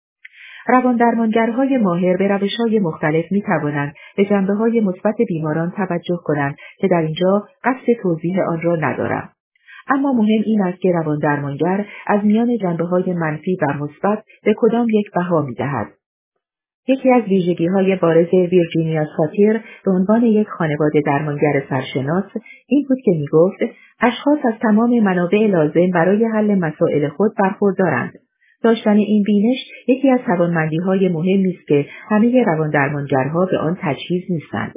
رواندرمانگرهای ماهر به روش‌های مختلف می‌توانند به جنبه‌های مثبت بیماران توجه کنند که در اینجا قصد توضیح آن را ندارم. اما مهم این است که رواندرمانگر از میان جنبه‌های منفی و مثبت به کدام یک بها می‌دهد. یکی از ویژگی‌های بارز ویرجینیا ساتیر به عنوان یک خانواده درمانگر سرشناس این بود که می‌گفت اشخاص از تمام منابع لازم برای حل مسائل خود برخوردارند. داشتن این بینش یکی از توانمندی‌های مهمی است که همه رواندرمانگرها به آن تجهیز نیستند.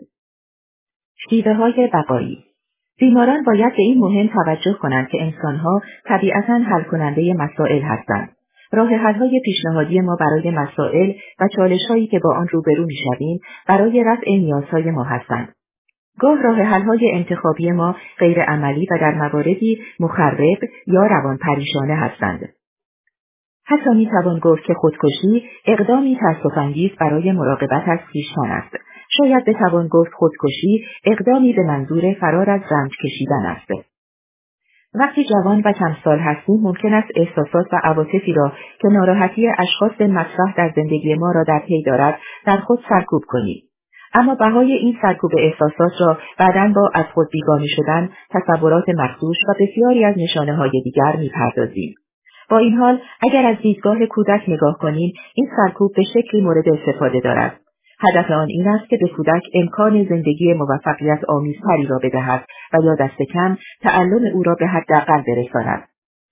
شیوه‌های بقایی. بیماران باید به این مهم توجه کنند که انسان‌ها طبیعتاً حل کننده مسائل هستند. راه حل‌های پیشنهادی ما برای مسائل و چالش‌هایی که با آن روبرو می‌شویم برای رفع نیازهای ما هستند. گاه راه حل‌های انتخابی ما غیر عملی و در مواردی مخرب یا روانپریشانه هستند. حتی می‌توان گفت که خودکشی اقدامی تأسف‌انگیز برای مراقبت از خویشتن است. شاید بتوان گفت خودکشی اقدامی به منظور فرار از رنج کشیدن است. وقتی جوان و کم سال هستیم ممکن است احساسات و عواطفی را که ناراحتی اشخاص مطرح در زندگی ما را در پی دارد در خود سرکوب کنیم. اما بهای این سرکوب احساسات را بعداً با از خود بیگانه شدن، تصورات مخدوش و بسیاری از نشانه‌های دیگر می‌پردازیم. با این حال اگر از دیدگاه کودک نگاه کنیم این سرکوب به شکلی مورد استفاده دارد. هدف آن این است که به کودک امکان زندگی موفقیت آمیزتری را بدهد و یا دست کم تعلم او را به حداقل برساند.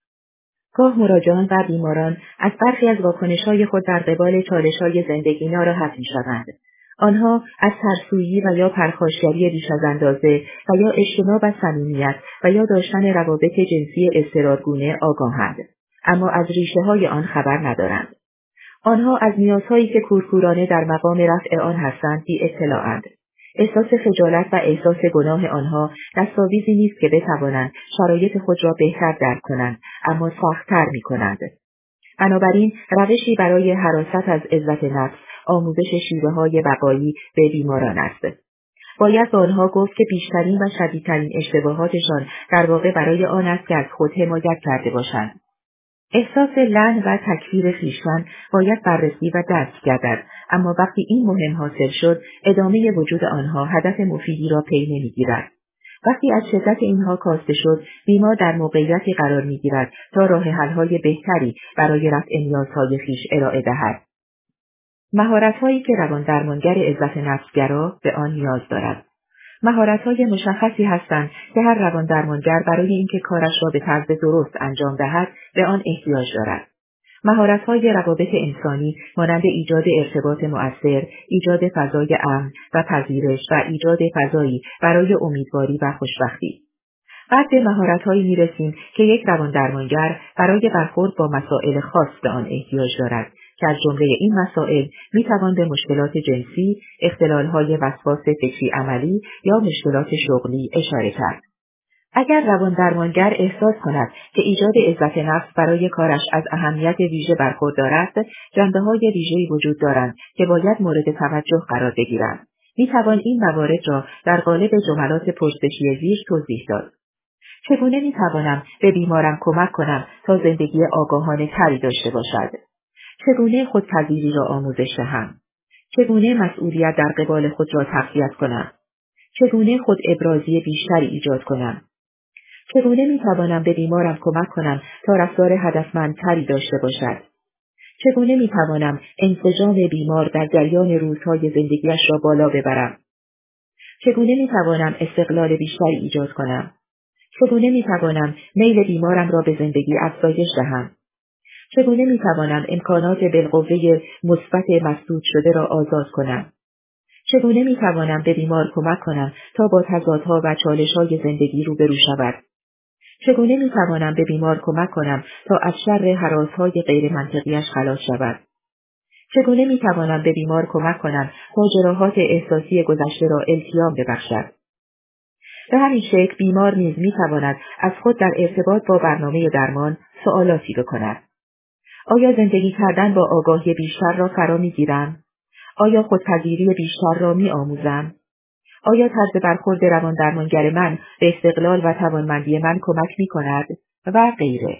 گاه مراجعان و بیماران از برخی از واکنش‌های خود در قبال چالش‌های زندگی ناراحت می‌شوند. آنها از ترسویی و یا پرخاشگری بیش از اندازه و یا اجتناب از صمیمیت و یا داشتن روابط جنسی اضطرارگونه آگاهند، اما از ریشه‌های آن خبر ندارند. آنها از نیازهایی که کورکورانه در مقام رفع آن هستند بی اطلاعند. احساس خجالت و احساس گناه آنها دستاویزی نیست که بتوانند شرایط خود را بهتر درک کنند، اما سخت‌تر می‌کنند. بنابراین روشی برای حراست از عزت نفس آموزش شیوه‌های بقایی به بیماران است. باید به آنها گفت که بیشترین و شدیدترین اشتباهاتشان در واقع برای آن است که از خود حمایت کرده باشند. احساس لعن و تکفیر خویشتن باید بررسی و درک گردد، اما وقتی این مهم حاصل شد، ادامه وجود آنها هدف مفیدی را پی نمیگیرد. وقتی از شدت اینها کاسته شد، بیمار در موقعیتی قرار میگیرد تا راه حل‌های بهتری برای رفع نیازهای خویش ارائه دهد. مهارت‌هایی که رواندرمانگر عزت نفس‌گرا به آن نیاز دارد. مهارت‌های مشخصی هستند که هر رواندرمانگر برای اینکه کارش را به طرز درست انجام دهد به آن احتیاج دارد. مهارت‌های روابط انسانی مانند ایجاد ارتباط مؤثر، ایجاد فضای امن و پذیرش و ایجاد فضایی برای امیدواری و خوشبختی. بعد به مهارت‌هایی می‌رسیم که یک رواندرمانگر برای برخورد با مسائل خاص به آن احتیاج دارد که از جمله این مسائل می‌توان به مشکلات جنسی، اختلال‌های وسواس فکری عملی یا مشکلات شغلی اشاره کرد. اگر رواندرمانگر احساس کند که ایجاد عزت نفس برای کارش از اهمیت ویژه برخوردار است، جنبه‌های ویژه‌ای وجود دارند که باید مورد توجه قرار بگیرند. می‌توان این موارد را در قالب جملات پرسشی زیر توضیح داد. چگونه می‌توانم به بیمارم کمک کنم تا زندگی آگاهانه تری داشته باشد؟ چگونه خودپذیری را آموزش دهم؟ چگونه مسئولیت در قبال خود را تقویت کنم؟ چگونه خود ابرازی بیشتری ایجاد کنم؟ چگونه می‌توانم به بیمارم کمک کنم تا رفتار هدفمندتری داشته باشد؟ چگونه می‌توانم انسجام بیمار در جریان روزهای زندگیش را بالا ببرم؟ چگونه می‌توانم استقلال بیشتری ایجاد کنم؟ چگونه می‌توانم میل بیمارم را به زندگی افزایش دهم؟ چگونه می‌توانم امکانات بالقوه مثبت مسدود شده را آزاد کنم؟ چگونه می‌توانم به بیمار کمک کنم تا با تضادها و چالش‌های زندگی روبرو شود؟ چگونه می‌توانم به بیمار کمک کنم تا از شر هراس‌های غیر منطقیش خلاص شود؟ چگونه می‌توانم به بیمار کمک کنم تا جراحات احساسی گذشته را التیام ببخشد؟ به همین شکل بیمار نیز می‌تواند از خود در ارتباط با برنامه درمان سوالاتی بکند. آیا زندگی کردن با آگاهی بیشتر را فرا می‌گیرم؟ آیا خودپذیری بیشتر را می‌آموزم؟ آیا طرز برخورد رواندرمانگر من به استقلال و توانمندی من کمک می‌کند؟ و غیره.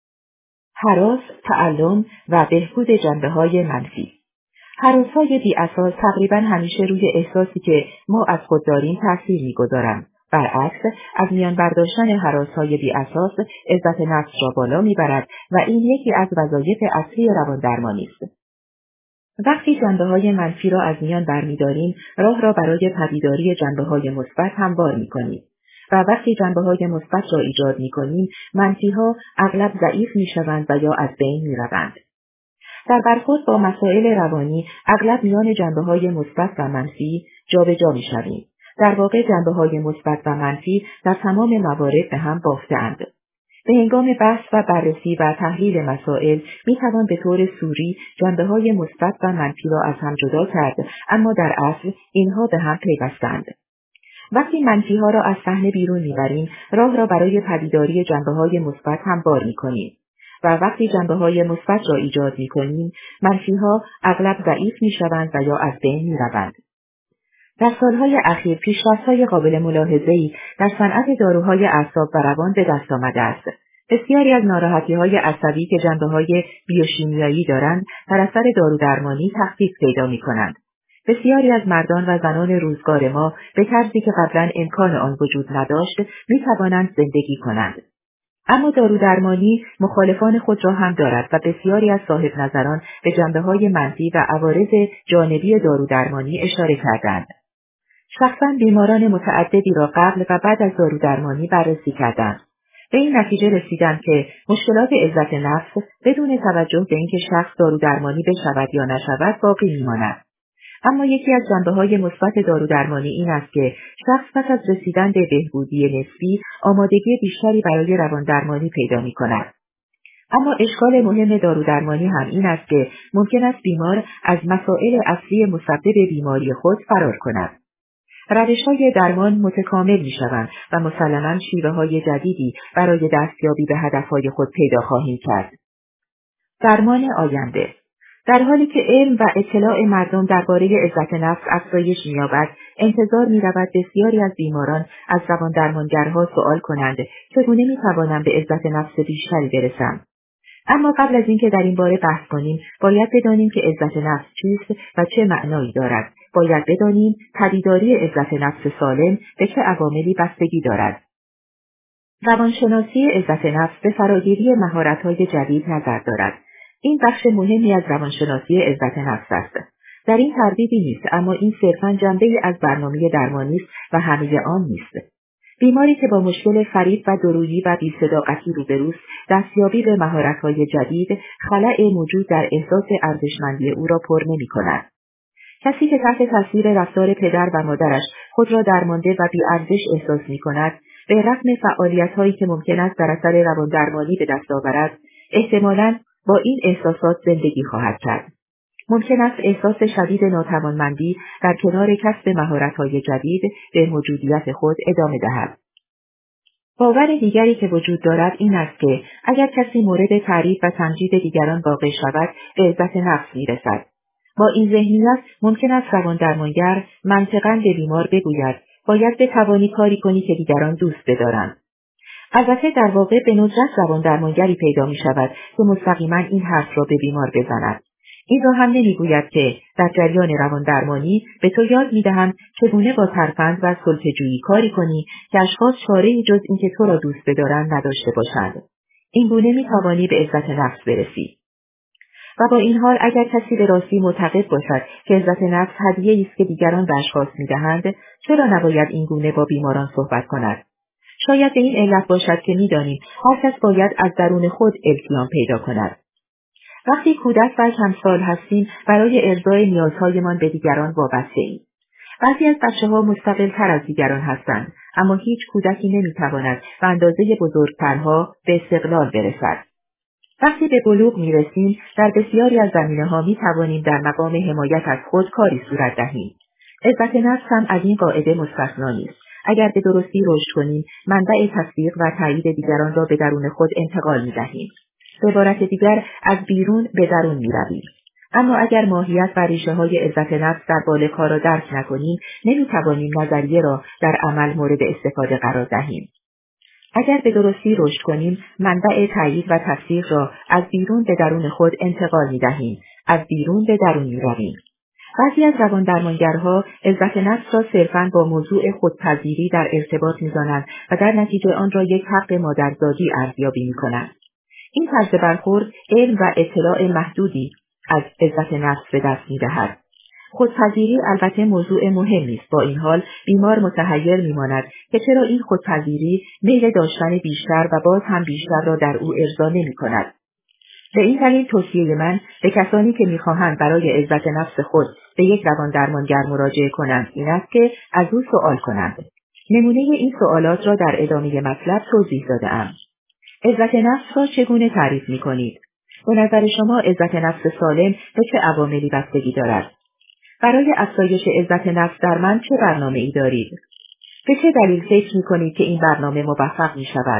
هراس، تعلم و بهبود جنبه‌های منفی. هراس‌های بی‌اساس تقریباً همیشه روی احساسی که ما از خود داریم تأثیر می‌گذارند. برعکس، از میان برداشتن هراس‌های بی‌اساس عزت نفس را بالا می‌برد و این یکی از وظایف اصلی رواندرمانی است. وقتی جنبه‌های منفی را از میان برمی‌داریم، راه را برای پدیداری جنبه‌های مثبت هموار می‌کنیم. و وقتی جنبه‌های مثبت را ایجاد می‌کنیم، منفی‌ها اغلب ضعیف می‌شوند و یا از بین می‌روند. در برخورد با مسائل روانی اغلب میان جنبه‌های مثبت و منفی جابجا می‌شویم. در واقع جنبه‌های مثبت و منفی در تمام موارد به هم بافته‌اند. به هنگام بحث و بررسی و تحلیل مسائل می‌توان به طور سوری جنبه‌های مثبت و منفی را از هم جدا کرد، اما در اصل اینها به هم پیوستند. وقتی منفی‌ها را از صحنه بیرون می‌بریم، راه را برای پدیداری جنبه‌های مثبت هموار می‌کنیم. و وقتی جنبه‌های مثبت را ایجاد می‌کنیم، منفی‌ها اغلب ضعیف می‌شوند و یا از بین می‌روند. در سالهای اخیر پیشرفت‌های قابل ملاحظه‌ای در صنعت داروهای اعصاب و روان به دست آمده است. بسیاری از ناراحتی‌های عصبی که جنبه‌های بیوشیمیایی دارند، در اثر دارودرمانی تخفیف پیدا می‌کنند. بسیاری از مردان و زنان روزگار ما به طرزی که قبلا امکان آن وجود نداشت، می‌توانند زندگی کنند. اما دارودرمانی مخالفان خود را هم دارد و بسیاری از صاحب نظران به جنبه‌های منفی و عوارض جانبی دارودرمانی اشاره کردند. شخصاً بیماران متعددی را قبل و بعد از دارودرمانی بررسی کردند. به این نتیجه رسیدند که مشکلات عزت نفس بدون توجه به اینکه شخص دارودرمانی بشود یا نشود باقی می‌ماند. اما یکی از جنبه‌های مثبت دارودرمانی این است که شخص پس از رسیدن به بهبودی نسبی آمادگی بیشتری برای رواندرمانی پیدا می‌کند. اما اشکال مهم دارودرمانی هم این است که ممکن است بیمار از مسائل اصلی مسبب بیماری خود فرار کند. روش‌های درمان متکامل می‌شوند و مسلماً شیوه‌های جدیدی برای دستیابی به هدف‌های خود پیدا خواهیم کرد. درمان آینده در حالی که علم و اطلاع مردم درباره عزت نفس افزایش می‌یابد، انتظار می‌رود بسیاری از بیماران از رواندرمانگرها سؤال کنند چگونه می‌توانم به عزت نفس بیشتری برسم. اما قبل از اینکه در این باره بحث کنیم، باید بدانیم که عزت نفس چیست و چه معنایی دارد. باید بدانیم پدیداری عزت نفس سالم به چه عواملی بستگی دارد. روانشناسی عزت نفس به فراگیری مهارت‌های جدید نظر دارد. این بخش مهمی از روانشناسی عزت نفس است. در این تردیدی نیست، اما این صرفاً جنبه‌ای از برنامه درمانی است و همه آن نیست. بیماری که با مشکل فریب و دورویی و بی‌صداقتی روبروست، دستیابی به مهارت‌های جدید خلأ موجود در احساس ارزشمندی او را پر نمی‌کند. کسی که تحت تاثیر رفتار پدر و مادرش خود را درمانده و بی‌ارزش احساس می‌کند، به رغم فعالیت‌هایی که ممکن است در اثر رواندرمانی به دست آورد، احتمالاً با این احساسات زندگی خواهد کرد. ممکن است احساس شدید ناتوانمندی در کنار کسب مهارت‌های جدید به موجودیت خود ادامه دهد. باور دیگری که وجود دارد این است که اگر کسی مورد تعریف و تمجید دیگران واقع شود، به عزت نفس می‌رسد. با این ذهنیت ممکن است رواندرمانگر منطقاً به بیمار بگوید باید بتوانی کاری کنی که دیگران دوست بدارند. البته در واقع به ندرت رواندرمانگری پیدا می‌شود که مستقیما این حرف را به بیمار بزند. این را هم نمیگوید که در جریان رواندرمانی به تو یاد می‌دهم چگونه با ترفند و سلطه‌جویی کاری کنی که اشخاص چاره‌ای جز اینکه تو را دوست بدارند نداشته باشند. این گونه می‌توانی به عزت نفس برسی. و با این حال اگر کسی به راستی معتقد باشد که عزت نفس هدیه‌ای است که دیگران به اشخاص می‌دهند، چرا نباید این گونه با بیماران صحبت کند؟ شاید به این علت باشد که می‌دانیم هر کس باید از درون خود التیام پیدا کند. وقتی کودک و کمسال هستیم برای ارضای نیازهایمان به دیگران وابسته‌ایم. بعضی از بچه‌ها مستقل‌تر از دیگران هستند، اما هیچ کودکی نمی‌تواند به اندازه بزرگترها به استقلال برسد. وقتی به بلوغ می‌رسیم، در بسیاری از زمینه‌ها می‌توانیم در مقام حمایت از خود کاری صورت دهیم. عزت نفس هم از این قاعده مستثنا نیست. اگر به درستی رشد کنیم، منبع تصدیق و تایید دیگران را به درون خود انتقال می‌دهیم. به عبارت دیگر از بیرون به درون می‌رویم. اما اگر ماهیت و ریشه‌های عزت نفس در بالغ‌ها را درک نکنیم، نمی‌توانیم نظریه را در عمل مورد استفاده قرار دهیم. اگر به درستی رشد کنیم، منبع تایید و تصدیق را از بیرون به درون خود انتقال می‌دهیم، از بیرون به درون می‌رویم. بعضی از رواندرمانگرها عزت نفس را صرفاً با موضوع خودپذیری در ارتباط می‌دانند و در نتیجه آن را یک حق مادرزادی ارزیابی می‌کنند. این طرز برخورد علم و اطلاع محدودی از عزت نفس به دست می‌دهد. خودپذیری البته موضوع مهمی است. با این حال بیمار متحیر می‌ماند که چرا این خودپذیری میل داشتن بیشتر و باز هم بیشتر را در او ارضا نمی‌کند. به این دلیل توصیه من به کسانی که می‌خواهند برای عزت نفس خود به یک روان درمانگر مراجعه کنند این است که از او سوال کنند. نمونه این سوالات را در ادامه مطلب توضیح داده‌ام. عزت نفس را چگونه تعریف می‌کنید؟ به نظر شما عزت نفس سالم به چه عواملی بستگی دارد؟ برای افزایش عزت نفس در من چه برنامه‌ای دارید؟ به چه دلیل فکر می‌کنید که این برنامه موفق می‌شود؟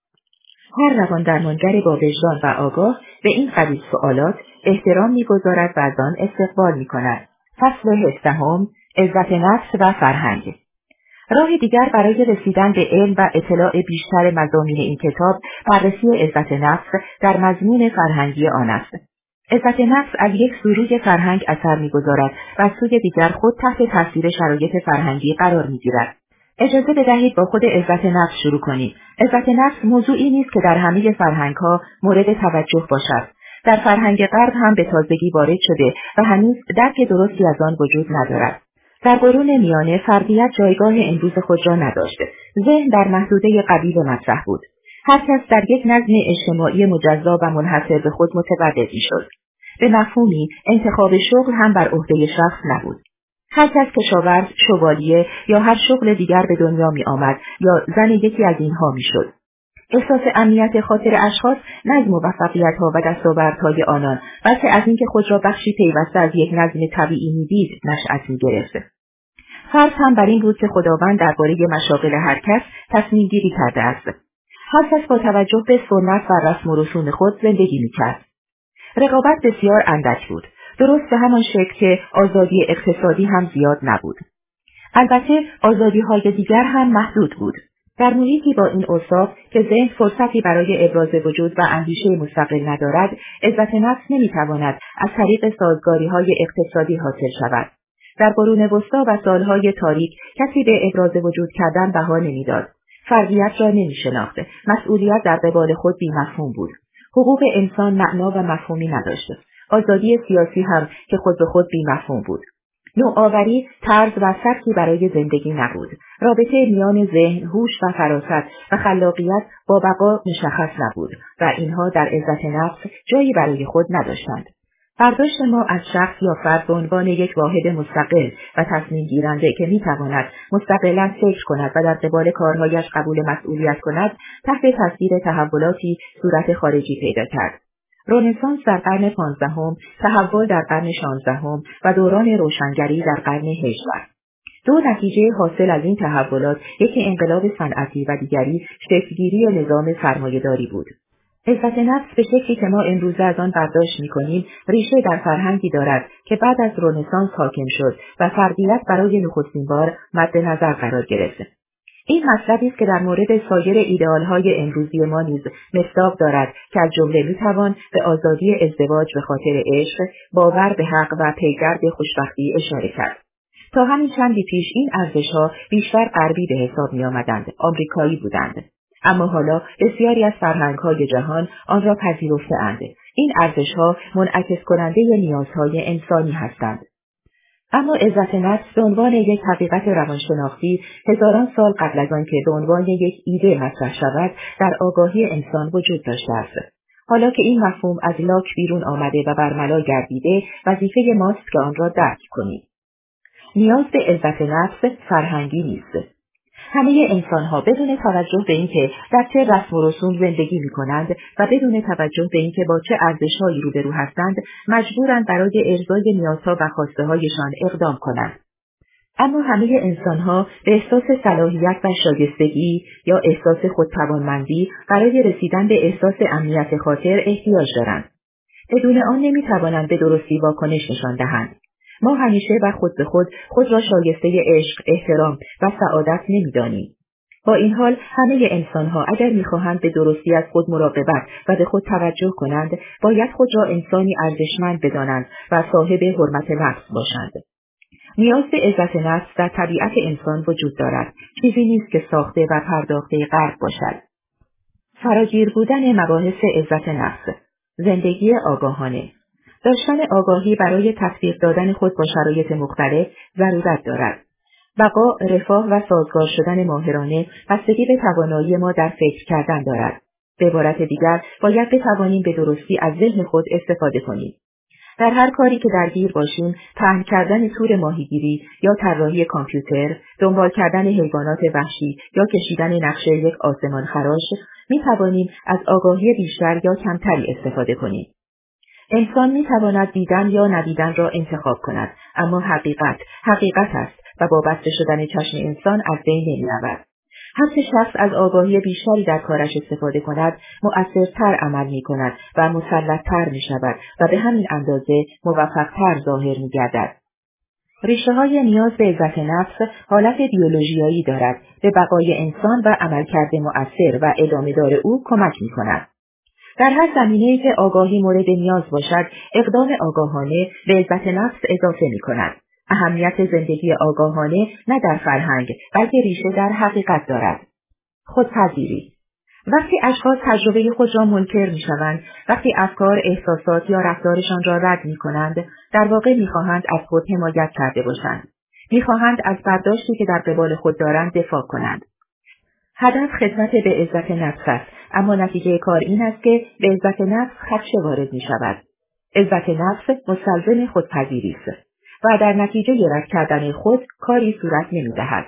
هر روان درمانگر با وجدان و آگاه به این قبیل سوالات احترام می‌گذارد و از آن استقبال می‌کند. فصل 17 عزت نفس و فرهنگ. راه دیگر برای رسیدن به علم و اطلاع بیشتر مضامین این کتاب بررسی عزت نفس در مضمون فرهنگی آن است. عزت نفس از یک سوی فرهنگ اثر می‌گذارد و از سوی دیگر خود تحت تاثیر شرایط فرهنگی قرار می‌گیرد. اجازه بدهید با خود عزت نفس شروع کنیم. عزت نفس موضوعی نیست که در همه فرهنگ‌ها مورد توجه باشد. در فرهنگ غرب هم به تازگی وارد شده و هنوز درک درستی از آن وجود ندارد. در قرون میانه فردیت جایگاه امروز خود را نداشت. ذهن در محدوده قبیل مطرح بود. هر کس در یک نظم اجتماعی مجزا و منحصر به خود متولد می‌شد. به مفهومی انتخاب شغل هم بر عهده شخص نبود. هر کس کشاورز، شوالیه یا هر شغل دیگر به دنیا می آمد یا زن یکی از اینها می شد. احساس امنیت خاطر اشخاص نه از موفقیت‌ها و دستاوردهای آنان، بلکه از اینکه خود را بخشی پیوسته از یک نظم طبیعی می‌دید نشأت می‌گرفت. فرض هم بر این بود که خداوند درباره مشاغل هر کس تصمیم گیری کرده است. هر کس با توجه به سنت و رسم و رسوم خود زندگی می‌کرد. رقابت بسیار اندک بود. درست به همان شکل که آزادی اقتصادی هم زیاد نبود. البته آزادی‌های دیگر هم محدود بود. در محیطی با این اوصاف که ذهن فرصتی برای ابراز وجود و اندیشه مستقل ندارد، عزت نفس نمی‌تواند از طریق سازگاری‌های اقتصادی حاصل شود. در قرون وسطی و سالهای تاریک کسی به ابراز وجود کردن بها نمی‌داد. فردیت را نمی‌شناخت. مسئولیت در قبال خود بی‌مفهوم بود. حقوق انسان معنا و مفهومی نداشت. آزادی سیاسی هم که خود به خود بی‌مفهوم بود. نوآوری، طرز و سبکی برای زندگی نبود. رابطه میان ذهن، هوش و فراست و خلاقیت با بقا مشخص نبود و اینها در عزت نفس جایی برای خود نداشتند. برداشت ما از شخص یا فرد به عنوان یک واحد مستقل و تصمیم گیرنده که میتواند مستقلاً فکر کند و در قبال کارهایش قبول مسئولیت کند، تحت تاثیر تحولاتی صورت خارجی پیدا کرد. رنسانس در قرن 15، تحول در قرن 16 و دوران روشنگری در قرن 18. دو نتیجه حاصل از این تحولات، یکی انقلاب صنعتی و دیگری شکل‌گیری نظام سرمایه‌داری بود. عزت نفس به شکلی که ما امروزه از آن برداشت می‌کنیم، ریشه در فرهنگی دارد که بعد از رنسانس حاکم شد و فردیت برای نخستین بار مد نظر قرار گرفت. این مطلبی است که در مورد سایر ایدئال‌های امروزی ما نیز مصداق دارد که از جمله می‌توان به آزادی ازدواج به خاطر عشق، باور به حق و پیگرد خوشبختی اشاره کرد. تا همین چندی پیش این ارزش‌ها بیشتر غربی به حساب می‌آمدند، آمریکایی بودند. اما حالا بسیاری از فرهنگ‌های جهان آن را پذیرفته‌اند. این ارزش‌ها منعکس کننده نیازهای انسانی هستند. اما عزت نفس به عنوان یک حقیقت روانشناختی هزاران سال قبل از آن که به عنوان یک ایده مطرح شود در آگاهی انسان وجود داشته است. حالا که این مفهوم از لاک بیرون آمده و برملا گردیده، وظیفه ماست که آن را درک کنیم. نیاز به عزت نفس فرهنگی نیست. همه انسان‌ها بدون توجه به اینکه در چه رسم و رسوم زندگی می‌کنند و بدون توجه به اینکه با چه ارزش‌هایی روبرو هستند، مجبورند برای ارضای نیازها و خواسته‌هایشان اقدام کنند. اما همه انسان‌ها به احساس صلاحیت و شایستگی یا احساس خودتوانمندی برای رسیدن به احساس امنیت خاطر احتیاج دارند. بدون آن نمی‌توانند به درستی واکنش نشان دهند. ما همیشه و خود به خود را شایسته عشق، احترام و سعادت نمی‌دانیم. با این حال همه انسان‌ها اگر می‌خواهند به درستی از خود مراقبت و به خود توجه کنند، باید خود را انسانی ارزشمند بدانند و صاحب حرمت نفس باشند. نیاز به عزت نفس در طبیعت انسان وجود دارد. چیزی نیست که ساخته و پرداخته غرب باشد. فراگیر بودن مباحث عزت نفس، زندگی آگاهانه. داشتن آگاهی برای تطبیق دادن خود با شرایط مختلف ضرورت دارد. بقا، رفاه و سازگار شدن ماهرانه بستگی به توانایی ما در فکر کردن دارد. به عبارت دیگر باید بتوانیم به درستی از ذهن خود استفاده کنیم. در هر کاری که درگیر باشیم، پهن کردن تور ماهیگیری یا طراحی کامپیوتر، دنبال کردن حیوانات وحشی یا کشیدن نقشه یک آسمان خراش، می‌توانیم از آگاهی بیشتر یا کمتری استفاده کنیم. انسان می‌تواند دیدن یا ندیدن را انتخاب کند، اما حقیقت است و با بسته شدن چشم انسان از بین نمی‌رود. هرچه شخص از آگاهی بیشتری در کارش استفاده کند، مؤثرتر عمل می‌کند و مسلط‌تر می‌شود و به همین اندازه موفق‌تر ظاهر می‌گردد. ریشه‌های نیاز به عزت نفس حالت بیولوژیایی دارد، به بقای انسان و عملکرد مؤثر و ادامه‌دار او کمک می‌کند. در هر زمینه‌ای که آگاهی مورد نیاز باشد، اقدام آگاهانه به عزت نفس اضافه می‌کند. اهمیت زندگی آگاهانه نه در فرهنگ، بلکه ریشه در حقیقت دارد. خودپذیری. وقتی اشخاص تجربه خود را منکر می‌شوند، وقتی افکار، احساسات یا رفتارشان را رد می‌کنند، در واقع می‌خواهند از خود حمایت کرده باشند. می‌خواهند از برداشتی که در قبال خود دارند دفاع کنند. هدف خدمت به عزت نفس است، اما نتیجه کار این است که به عزت نفس خدشه وارد می‌شود. عزت نفس مستلزم خودپذیری است و در نتیجه رد کردن خود کاری صورت نمی‌دهد.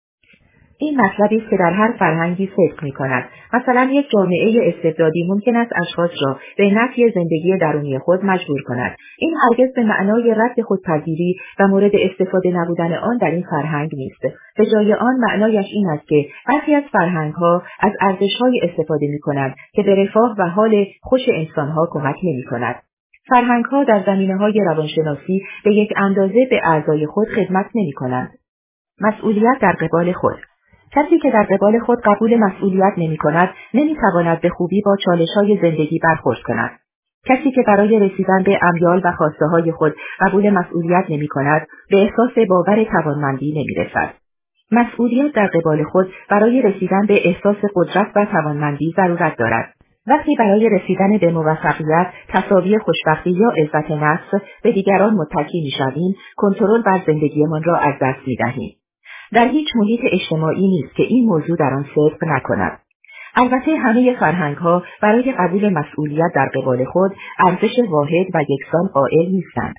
این مطلبی است که در هر فرهنگی صدق می‌کند. مثلا یک جامعه استبدادی ممکن است اشخاص را به نفی زندگی درونی خود مجبور کند. این هرگز به معنای رد خودپذیری و مورد استفاده نبودن آن در این فرهنگ نیست. به جای آن معنایش این است که برخی از فرهنگ‌ها از ارزش‌های استفاده می‌کنند که به رفاه و حال خوش انسان‌ها کمک نمی‌کند. فرهنگ‌ها در زمینه‌های روانشناسی به یک اندازه به اعضای خود خدمت نمی‌کنند. مسئولیت در قبال خود. کسی که در قبال خود قبول مسئولیت نمی‌کند، نمی‌تواند به خوبی با چالش‌های زندگی برخورد کند. کسی که برای رسیدن به امیال و خواسته‌های خود قبول مسئولیت نمی‌کند، به احساس باور توانمندی نمی‌رسد. مسئولیت در قبال خود برای رسیدن به احساس قدرت و توانمندی ضرورت دارد. وقتی برای رسیدن به موفقیت، تساوی خوشبختی یا عزت نفس به دیگران متکی می‌شویم، کنترل بر زندگیمان را از دست می‌دهیم. در هیچ محیط اجتماعی نیست که این موضوع در آن صدق نکند. البته همه فرهنگ‌ها برای قبول مسئولیت در قبال خود ارزش واحد و یکسان قائل نیستند.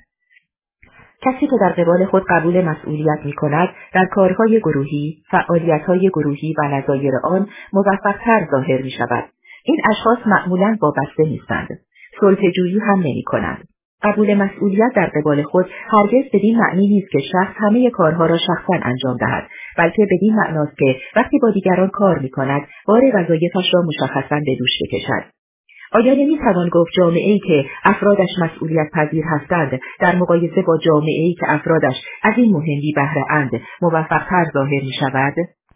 کسی که در قبال خود قبول مسئولیت می‌کند، در کارهای گروهی، فعالیت‌های گروهی و نظایر آن موفق‌تر ظاهر می‌شود. این اشخاص معمولاً وابسته نیستند. سلطه‌جویی هم نمی‌کنند. قبول مسئولیت در قبال خود هرگز بدین معنی نیست که شخص همه کارها را شخصاً انجام دهد، بلکه بدین معناست که وقتی با دیگران کار می‌کند، بار وظایفش را مشخصاً به دوش بکشد. آیا نمی‌توان گفت جامعه‌ای که افرادش مسئولیت پذیر هستند، در مقایسه با جامعه‌ای که افرادش از این مهمی بهره اند، موفق‌تر ظاهر می‌شود؟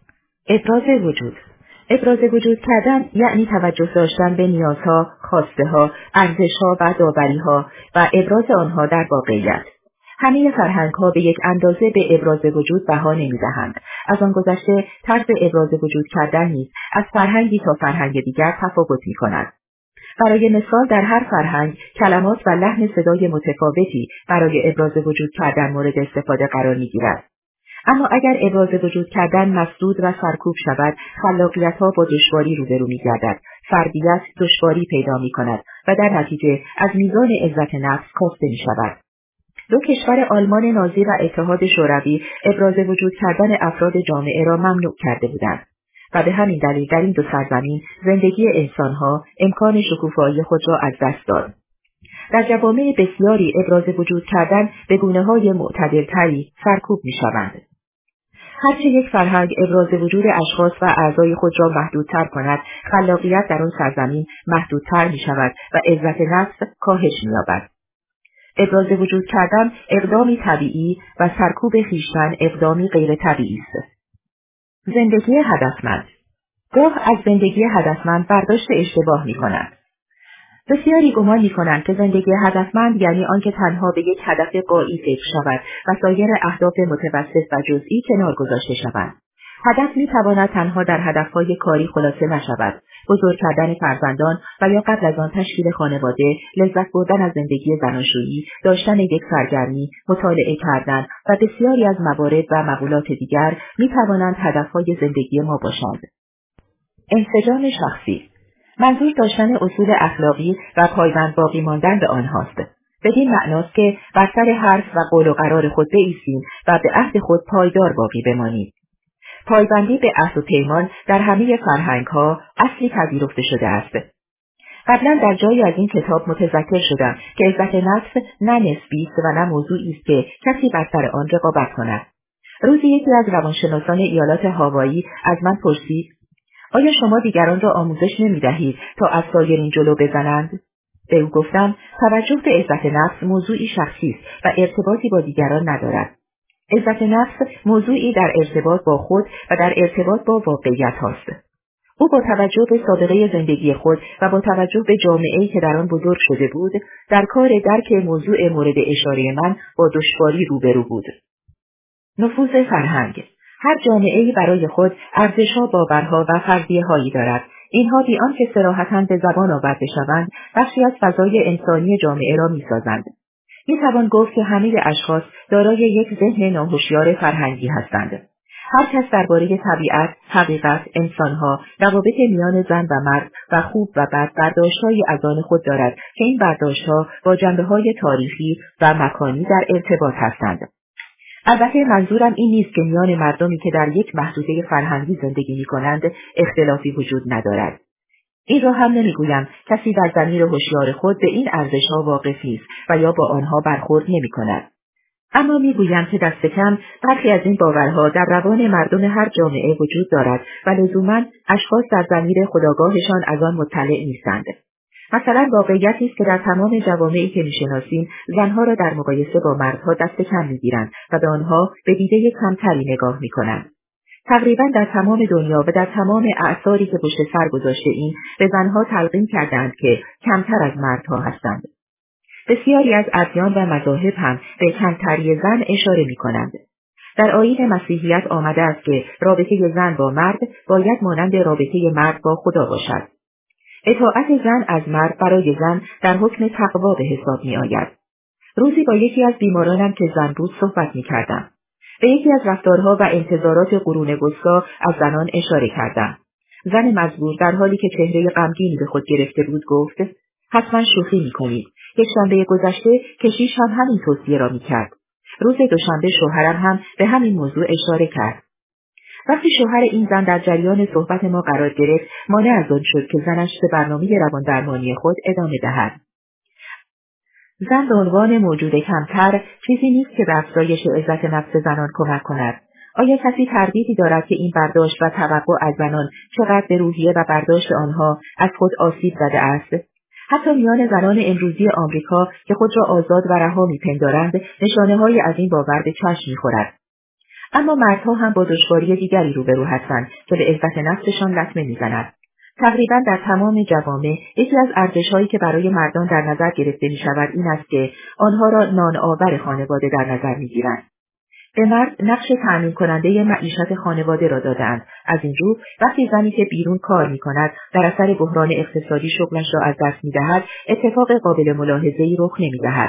ابراز وجود کردن یعنی توجه داشتن به نیازها، خواسته‌ها، ارزش‌ها و داوری‌ها و ابراز آنها در واقعیت. همه فرهنگ‌ها به یک اندازه به ابراز وجود بها نمی‌دهند. از آن گذشته طرز ابراز وجود کردن نیز از فرهنگی تا فرهنگ دیگر تفاوت می‌کند. برای مثال در هر فرهنگ کلمات و لحن صدای متفاوتی برای ابراز وجود کردن مورد استفاده قرار می‌گیرد. اما اگر ابراز وجود کردن مسدود و سرکوب شود، خلاقیت‌ها با دشواری روبرو می‌گردد، فردیت دشواری پیدا می‌کند و در نتیجه از میزان عزت نفس کاسته می‌شود. دو کشور آلمان نازی و اتحاد شوروی ابراز وجود کردن افراد جامعه را ممنوع کرده بودند و به همین دلیل در این دو سرزمین زندگی انسان‌ها امکان شکوفایی خود را از دست داد. در جوامع بسیاری ابراز وجود کردن به گونه‌های معتدل‌تری سرکوب می‌شوند. هرچه یک فرهنگ ابراز وجود اشخاص و اعضای خود را محدودتر کند، خلاقیت در آن سرزمین محدودتر می‌شود و عزت نفس کاهش می‌یابد. ابراز وجود کردن اقدامی طبیعی و سرکوب خویشتن اقدامی غیر طبیعی است. زندگی هدفمند. گاه از زندگی هدفمند برداشت اشتباه می‌کنند. بسیاری گمان می‌کنند که زندگی هدفمند یعنی آنکه تنها به یک هدف غایی فکر شود و سایر اهداف متوسط و جزئی کنار گذاشته شوند. هدف می‌تواند تنها در هدف‌های کاری خلاصه نشود. بزرگ کردن فرزندان و یا قبل از آن تشکیل خانواده، لذت بردن از زندگی زناشویی، داشتن یک سرگرمی، مطالعه کردن و بسیاری از موارد و مقولات دیگر می‌توانند هدف‌های زندگی ما باشند. انسجام شخصی. منظور داشتن اصول اخلاقی و پایبند باقی ماندن به آنهاست. بدین معناست که بر سر حرف و قول و قرار خود بایستیم و به عهد خود پایدار باقی بمانیم. پایبندی به عهد و پیمان در همه فرهنگ‌ها اصلی پذیرفته شده است. قبلا در جایی از این کتاب متذکر شدم که عزت نفس نه نسبی است و نه موضوعی است که کسی بر سر آن رقابت کند. روزی یکی از روانشناسان ایالات هاوایی از من پرسید: آیا شما دیگران را آموزش نمی‌دهید تا از سایرین جلو بزنند؟ به او گفتم توجه به عزت نفس موضوعی شخصی است و ارتباطی با دیگران ندارد. عزت نفس موضوعی در ارتباط با خود و در ارتباط با واقعیت هاست. او با توجه به سابقه زندگی خود و با توجه به جامعه‌ای که در آن بزرگ شده بود، در کار درک موضوع مورد اشاره من با دشواری روبرو بود. نفوذ فرهنگ. هر جامعه‌ای برای خود ارزش‌ها، باورها و فرضیه‌هایی دارد. اینها بی آنکه صراحتاً به زبان آورده شوند، بخشی از فضای انسانی جامعه را می‌سازند. می‌توان گفت که همه اشخاص دارای یک ذهن ناهوشیار فرهنگی هستند. هر کس درباره طبیعت، حقیقت، انسانها، روابط میان زن و مرد و خوب و بد برداشت‌هایی از آن خود دارد که این برداشت‌ها با جنبه‌های تاریخی و مکانی در ارتباط هستند. البته منظورم این نیست که میان مردمی که در یک محدوده فرهنگی زندگی می‌کنند اختلافی وجود ندارد. این را هم نمیگویم کسی در ضمیر هوشیار خود به این ارزش‌ها واقف نیست و یا با آنها برخورد نمی‌کند. اما میگویم که دست کم برخی از این باورها در روان مردم هر جامعه وجود دارد و لزوماً اشخاص در ضمیر خودآگاهشان از آن مطلع نیستند. مثلا واقعیتی است که در تمام جوامعی که میشناسیم زنها را در مقایسه با مردها دست کم میگیرند و به آنها به دیده کمتری نگاه میکنند. تقریبا در تمام دنیا و در تمام اعصاری که پشت سر گذاشته ایم به زنها تلقین کردند که کمتر از مردها هستند. بسیاری از ادیان و مذاهب هم به کمتری زن اشاره میکنند. در آیین مسیحیت آمده است که رابطه زن با مرد باید مانند رابطه مرد با خدا باشد. اطاعت زن از مرد برای زن در حکم تقوا به حساب می آید. روزی با یکی از بیمارانم که زن بود صحبت می کردم. به یکی از رفتارها و انتظارات قرون وسطی از زنان اشاره کردم. زن مزبور در حالی که چهره غمگینی به خود گرفته بود گفت: حتما شوخی می کنید. یک شنبه گذشته کشیش هم همین توصیه را می کرد. روز دوشنبه شوهرم هم به همین موضوع اشاره کرد. وقتی شوهر این زن در جریان صحبت ما قرار گرفت، مانع از آن شد که زنش به برنامه رواندرمانی خود ادامه دهد. زن به عنوان موجود کمتر چیزی نیست که به افزایش عزت نفس زنان کمک کند. آیا کسی تردیدی دارد که این برداشت و توقع از زنان چقدر به روحیه و برداشت آنها از خود آسیب زده است؟ حتی میان زنان امروزی آمریکا که خود را آزاد و رها می‌پندارند، نشانه‌هایی از این باور به چشم می‌خورد. اما مردها هم با دشواری دیگری روبرو هستند که به عزت نفسشان لطمه میزند. تقریبا در تمام جوامع یکی از ارزش‌هایی که برای مردان در نظر گرفته می‌شود این است که آنها را نان‌آور خانواده در نظر می‌گیرند. به مرد نقش تأمین کننده معیشت خانواده را دادند. از این رو وقتی زنی که بیرون کار می‌کند در اثر بحران اقتصادی شغلش را از دست می‌دهد، اتفاق قابل ملاحظه‌ای رخ نمی‌دهد.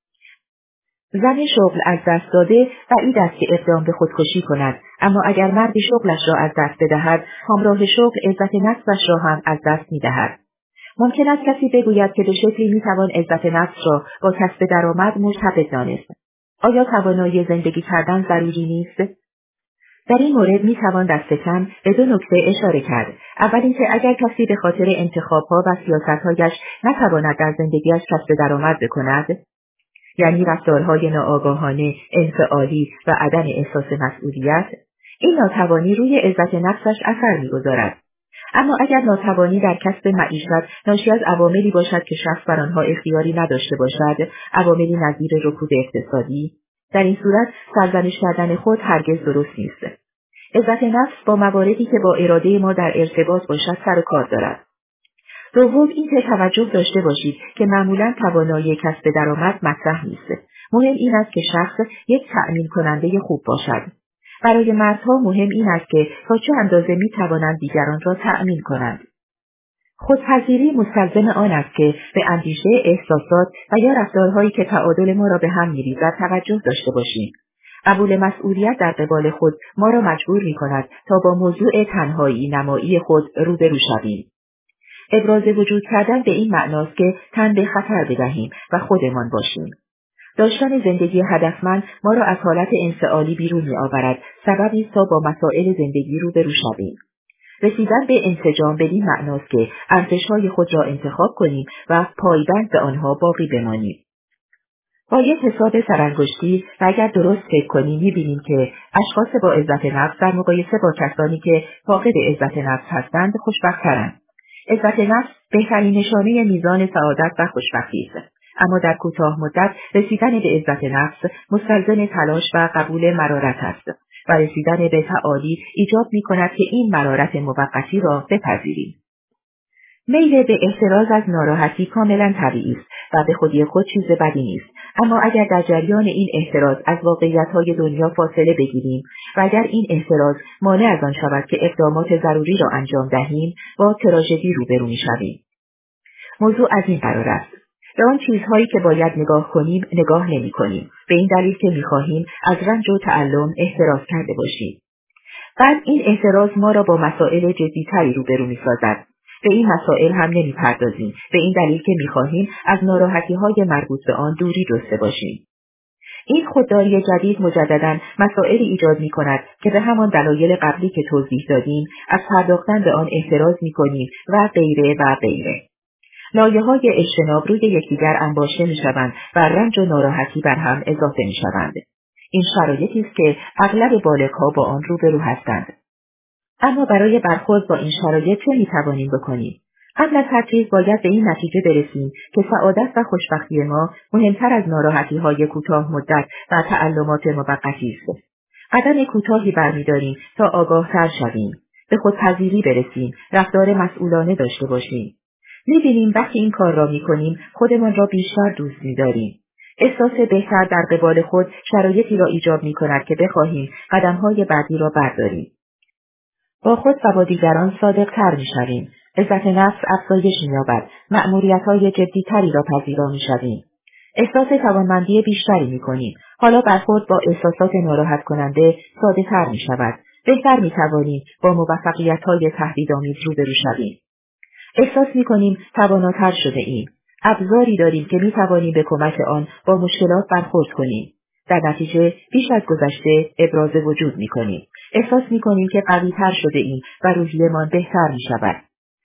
زن شغل از دست داده بعید است که اقدام به خودکشی کند، اما اگر مردی شغلش را از دست بدهد، همراه شغل عزت نفسش را هم از دست می‌دهد. ممکن است کسی بگوید که به شکلی می‌توان عزت نفس را با کسب درآمد مرتبط دانست. آیا توانایی زندگی کردن ضروری نیست؟ در این مورد می‌توان دست کم به دو نکته اشاره کرد. اول اینکه اگر کسی به خاطر انتخاب‌ها و سیاست‌هایش نتواند در زندگیش کسب درآمد بکند، یعنی رفتارهای ناآگاهانه، انفعالی و عدم احساس مسئولیت، این ناتوانی روی عزت نفسش اثر می‌گذارد. اما اگر ناتوانی در کسب معیشت ناشی از عواملی باشد که شخص بر آنها اختیاری نداشته باشد، عواملی نظیر رکود اقتصادی، در این صورت سرزنش کردن خود هرگز درست نیست. عزت نفس با مواردی که با اراده ما در ارتباط باشد سر و کار دارد. دوم اینکه توجه داشته باشید که معمولاً توانایی کسب درآمد مطرح نیست. مهم این است که شخص یک تأمین کننده خوب باشد. برای مردها مهم این است که تا چه اندازه می توانند دیگران را تأمین کنند. خودپذیری مستلزم آن است که به اندیشه، احساسات و یا رفتارهایی که تعادل ما را به هم می‌ریزد توجه داشته باشیم. قبول مسئولیت در قبال خود ما را مجبور می‌کند تا با موضوع تنهایی نمایی خود روبرو شویم. ابراز وجود کردن به این معناست که تن به خطر بدهیم و خودمان باشیم. داشتن زندگی هدفمند ما را از حالت انفعالی بیرون می‌آورد، سببی است تا با مسائل زندگی روبرو شویم. رسیدن به انسجام بدین معناست که ارزش‌های خود را انتخاب کنیم و پایبند به آنها باقی بمانیم. با یک حساب سرانگشتی و اگر درست فکر کنیم می‌بینیم که اشخاص با عزت نفس در مقایسه با کسانی که فاقد عزت نفس هستند خوشبخت‌ترند. عزت نفس بهترین نشانه میزان سعادت و خوشبختی است. اما در کوتاه مدت رسیدن به عزت نفس مستلزم تلاش و قبول مرارت است و رسیدن به تعالی ایجاب می‌کند که این مرارت موقتی را بپذیریم. میل به احتراز از ناراحتی کاملا طبیعی است و به خودی خود چیز بدی نیست، اما اگر در جریان این احتراز از واقعیت‌های دنیا فاصله بگیریم و اگر این احتراز مانع از آن شود که اقدامات ضروری را انجام دهیم، با تراژدی روبرو می‌شویم. موضوع از این قرار است: به آن چیزهایی که باید نگاه کنیم نگاه نمی‌کنیم، به این دلیل که می‌خواهیم از رنج و تعلم احتراز کرده باشیم. بعد این احتراز ما را با مسائل جدی‌تری روبرو می‌سازد. به این مسائل هم نمی‌پردازیم، به این دلیل که می‌خواهیم از ناراحتی‌های مربوط به آن دوری جسته باشیم. این خودداری جدید مجدداً مسائلی ایجاد می‌کند که به همان دلایل قبلی که توضیح دادیم از پرداختن به آن احتراز می‌کنیم و غیره و غیره. لایه‌های اجتناب روی یکدیگر انباشته می‌شوند و رنج و ناراحتی بر هم اضافه می‌شوند. این شرایطی است که اغلب بالغ‌ها با آن روبرو هستند. اما برای برخورد با این شرایط چه می‌توانیم بکنیم؟ قبل از هر چیز باید به این نتیجه برسیم که سعادت و خوشبختی ما مهمتر از ناراحتی‌های کوتاه مدت و تعلمات موقتی است. قدم کوتاهی برمی‌داریم تا آگاه‌تر شویم، به خودپذیری برسیم، رفتار مسئولانه داشته باشیم. می‌بینیم وقتی این کار را می‌کنیم خودمان را بیشتر دوست می‌داریم. احساس بهتر در قبال خود شرایطی را ایجاب می‌کند که بخواهیم قدم‌های بعدی را برداریم. با خود و با دیگران صادق‌تر می‌شویم. عزت نفس افزایش می‌یابد. مأموریت‌های جدی‌تری را پذیرا می‌شویم. احساس توانمندی بیشتری می‌کنیم. حالا برخورد با احساسات ناراحت کننده ساده‌تر می‌شود. بهتر می‌توانیم با موفقیت‌های تهدیدآمیز روبرو شویم. احساس می‌کنیم تواناتر شده ایم. ابزاری داریم که می‌توانیم به کمک آن با مشکلات برخورد کنیم. در نتیجه بیش از گذشته ابراز وجود می‌کنیم. احساس می‌کنیم که قوی‌تر شده ایم و روحیه‌مان بهتر می‌شود.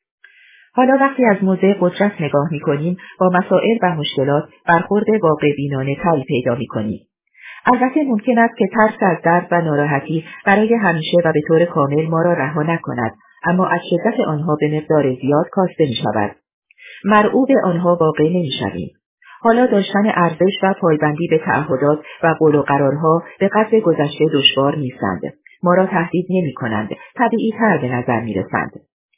حالا وقتی از موضع قدرت نگاه می‌کنیم با مسائل و مشکلات برخورد واقع‌بینانه تری پیدا می‌کنیم. البته ممکن است که ترس از درد و ناراحتی برای همیشه و به طور کامل ما را رها نکند، اما از شدت آنها به مقدار زیاد کاسته می‌شود. مرعوب آنها واقع نمی‌شویم. حالا داشتن ارزش و پایبندی به تعهدات و قول و قرارها به قدر گذشته دشوار نیستند. ما را تهدید نمی‌کنند، طبیعی‌تر به نظر می‌رسند.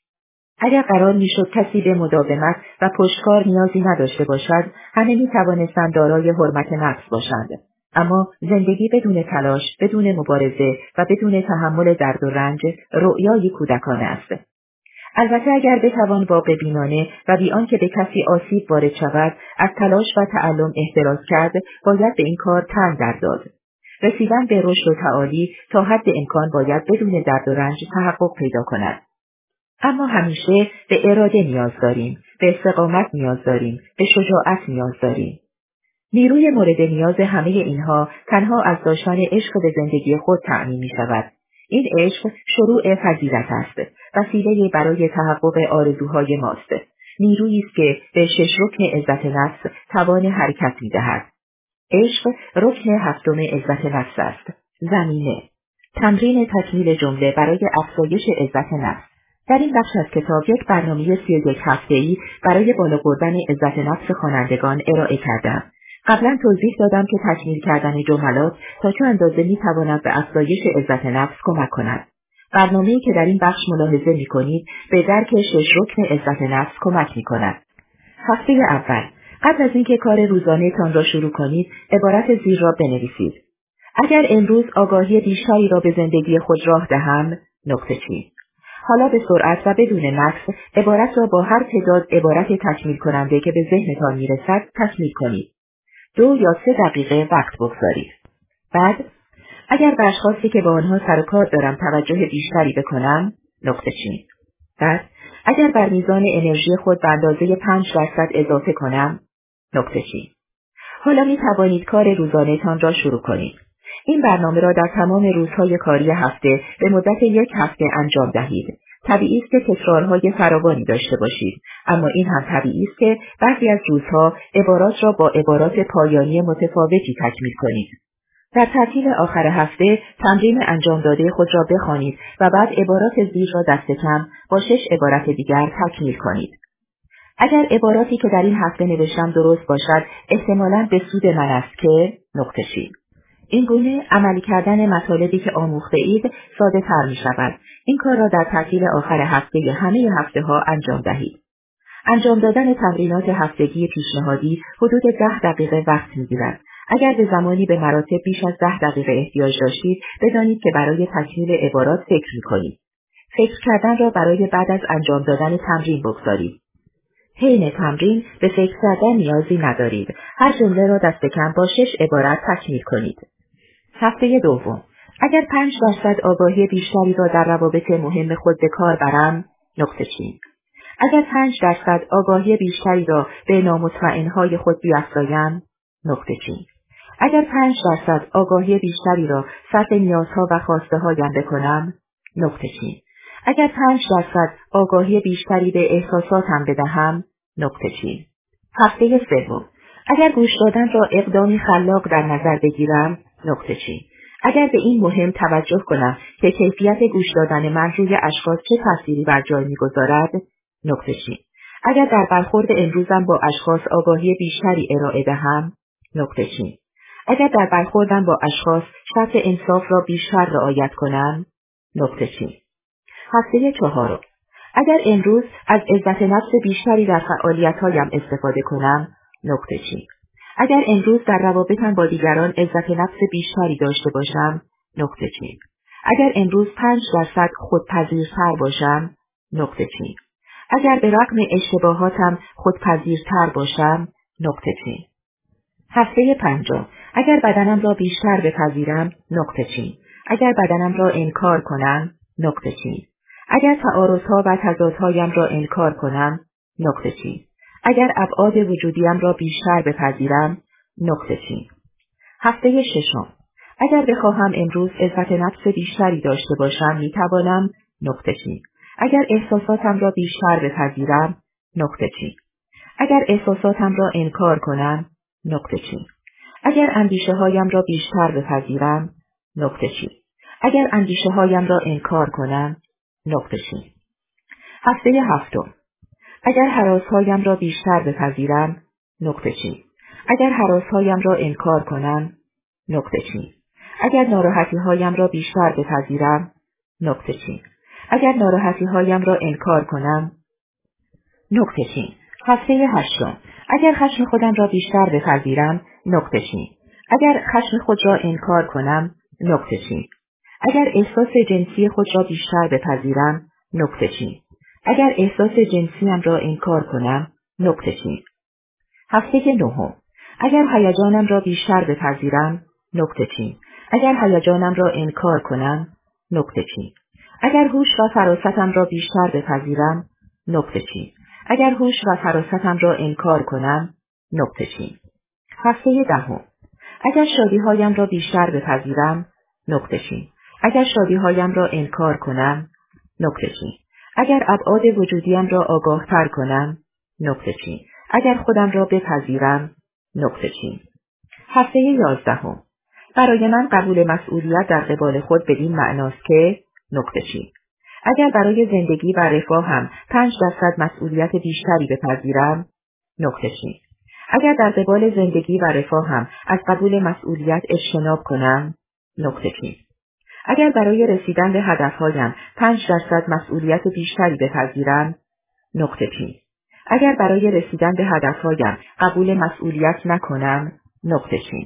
اگر قرار می‌شد کسی به مداومت و پشتکار نیازی نداشته باشد، همه می‌توانستند دارای حرمت نفس باشند. اما زندگی بدون تلاش، بدون مبارزه و بدون تحمل درد و رنج رؤیای کودکانه است. البته اگر بتوان واقع بینانه و بی آنکه به کسی آسیب وارد شود از تلاش و تعلم احتراز کرد، باید به این کار تن در داد. رسیدن به رشد و تعالی تا حد امکان باید بدون درد و رنج تحقق پیدا کند. اما همیشه به اراده نیاز داریم، به استقامت نیاز داریم، به شجاعت نیاز داریم. نیروی مورد نیاز همه اینها تنها از داشتن عشق به زندگی خود تأمین می شود. این عشق شروع فضیلت است، وسیله برای تحقق آرزوهای ماست. نیرویی است که به 6 رکن عزت نفس توان حرکت می دهد. عشق رکن 7 عزت نفس است. زمینه تمرین تکمیل جمله برای افزایش عزت نفس. در این بخش از کتاب یک برنامه 31 هفته‌ای برای بالا بردن عزت نفس خوانندگان ارائه کردم. قبلا توضیح دادم که تکمیل کردن جملات تا چه اندازه می‌تواند به افزایش عزت نفس کمک کند. برنامه‌ای که در این بخش ملاحظه می‌کنید به درک 6 رکن عزت نفس کمک می‌کند. هفته اول، قبل از اینکه کار روزانه‌تان را شروع کنید، عبارت زیر را بنویسید. اگر امروز آگاهی بیشتری را به زندگی خود راه دهم، نقطه چی. حالا به سرعت و بدون نقص عبارت را با هر تعداد عبارت تکمیل کننده که به ذهنتان می‌رسد تکمیل کنید. 2 یا 3 دقیقه وقت بگذارید. بعد اگر به اشخاصی که با آنها سر و کار دارم توجه بیشتری بکنم، نقطه چین. بعد اگر بر میزان انرژی خود به اندازه 5% اضافه کنم، نقطه چین. حالا می توانید کار روزانه‌تان را شروع کنید. این برنامه را در تمام روزهای کاری هفته به مدت 1 هفته انجام دهید. طبیعی است که تکرارهای فراوانی داشته باشید، اما این هم طبیعی است که بعضی از روزها عبارات را با عبارات پایانی متفاوتی تکمیل کنید. در تعطیل آخر هفته تمرین انجام داده خود را بخوانید و بعد عبارات زیر را دست کم با 6 عبارت دیگر تکمیل کنید. اگر عباراتی که در این هفته نوشتم درست باشد، احتمالاً به سود من است که نقطه چین. این گونه عملی کردن مطالبی که آموخته اید ساده تر می شود. این کار را در تعطیل آخر هفته همه هفته ها انجام دهید. انجام دادن تمرینات هفتگی پیشنهادی حدود 10 دقیقه وقت می گیرد. اگر به زمانی به مراتب بیش از 10 دقیقه احتیاج داشتید، بدانید که برای تکمیل عبارات فکر می کنید. فکر کردن را برای بعد از انجام دادن تمرین بگذارید. حین تمرین به فکر کردن نیازی ندارید. هر جمله را دست کم با 6 عبارت تکمیل کنید. هفته دوم. اگر 5% آگاهی بیشتری را در روابط مهم خود به کار برم، نقطه چین. اگر 5% آگاهی بیشتری را به نامطمئنهای خود بیفزایم، نقطه چین. اگر 5% آگاهی بیشتری را صرف نیازها و خواسته هایم بکنم، نقطه چین. اگر 5% آگاهی بیشتری به احساساتم بدهم، نقطه چین. هفته سوم. اگر گوش دادن را اقدامی خلاق در نظر بگیرم، نقطه چین. اگر به این مهم توجه کنم که کیفیت گوش دادن من روی اشخاص چه تأثیری بر جای می‌گذارد، نقطه چین. اگر در برخورد امروزم با اشخاص آگاهی بیشتری ارائه دهم، نقطه چین. اگر در برخوردم با اشخاص شرط انصاف را بیشتر رعایت کنم، نقطه چین. هفته چهارم. اگر امروز از عزت نفس بیشتری در فعالیت‌هایم استفاده کنم، نقطه چین. اگر امروز در روابطم با دیگران عزت نفس بیشتری داشته باشم، نقطه چین. اگر امروز 5% خودپذیرتر باشم، نقطه چین. اگر به رغم اشتباهاتم خودپذیرتر باشم، نقطه چین. هفته پنجم. اگر بدنم را بیشتر بپذیرم، نقطه چین. اگر بدنم را انکار کنم، نقطه چین. اگر تعارضها و تضادهایم را انکار کنم، نقطه چین. اگر ابعاد وجودیم را بیشتر بپذیرم، نقطه چین. هفته ششم. اگر بخواهم امروز عزت نفس بیشتری داشته باشم، میتوانم، نقطه چین. اگر احساساتم را بیشتر بپذیرم، نقطه چین. اگر احساساتم را انکار کنم، نقطه چین. اگر اندیشه هایم را بیشتر بپذیرم، نقطه چین. اگر اندیشه هایم را انکار کنم، نقطه چین. هفته هفتم. اگر هراس هایم را بیشتر بپذیرم، نقطه چین. اگر هراس هایم را انکار کنم، نقطه چین. اگر ناراحتی هایم را بیشتر بپذیرم، نقطه چین. اگر ناراحتی هایم را انکار کنم، نقطه چین. هفته هشتم. اگر خشم خودم را بیشتر بپذیرم، نقطه چین. اگر خشم خود را انکار کنم، نقطه چین. اگر احساس جنسی خود را بیشتر بپذیرم، نقطه چین. اگر احساس جنسیم را انکار کنم، نقطه چین. هفته نهم. اگر هیجانم را بیشتر بپذیرم، نقطه چین. اگر هیجانم را انکار کنم، نقطه چین. اگر هوش و فراستم را بیشتر بپذیرم، نقطه چین. اگر هوش و فراستم را انکار کنم، نقطه چین. هفته دهم. اگر شادی‌هایم را بیشتر بپذیرم، نقطه چین. اگر شادی‌هایم را انکار کنم، نقطه چین. اگر ابعاد وجودیم را آگاه‌تر کنم، نقطه چین. اگر خودم را بپذیرم، نقطه چین. هفته 11. برای من قبول مسئولیت در قبال خود بدین معناست که نقطه چین. اگر برای زندگی و رفاهم 5% مسئولیت بیشتری بپذیرم، نقطه چین. اگر در قبال زندگی و رفاهم از قبول مسئولیت اجتناب کنم، نقطه چین. اگر برای رسیدن به هدفهایم 5% مسئولیت بیشتری بپذیرم، نقطه چین. اگر برای رسیدن به هدفهایم قبول مسئولیت نکنم، نقطه چین.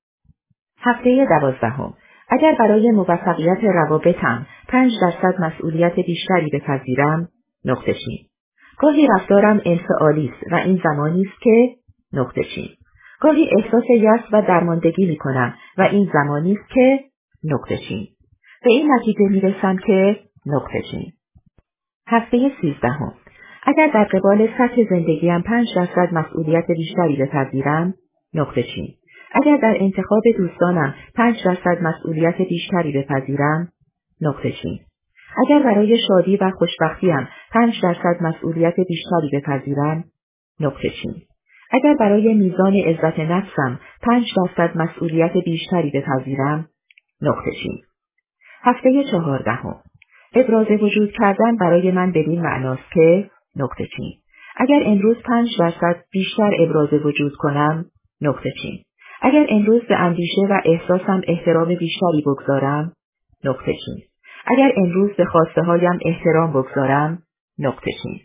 هفته 12. اگر برای موفقیت روابطم 5% مسئولیت بیشتری بپذیرم، نقطه چین. گاهی رفتارم انفعالی است و این زمانی است که نقطه چین. گاهی احساس یأس و درماندگی می‌کنم و این زمانی است که نقطه چین. به این نتیجه می‌رسم که نقطه چین. هفته 13. اگر در قبال سطح زندگیم 5% مسئولیت بیشتری بپذیرم، نقطه چین. اگر در انتخاب دوستانم 5% مسئولیت بیشتری بپذیرم، نقطه چین. اگر برای شادی و خوشبختیم 5% مسئولیت بیشتری بپذیرم، نقطه چین. اگر برای میزان عزت نفسم 5% مسئولیت بیشتری بپذیرم، نقطه چین. هفته 14. ابراز وجود کردن برای من بدین معناست که نقطه چین. اگر امروز 5% بیشتر ابراز وجود کنم، نقطه چین. اگر امروز به اندیشه و احساسم احترام بیشتری بگذارم، نقطه چین. اگر امروز به خواسته هایم احترام بگذارم، نقطه چین.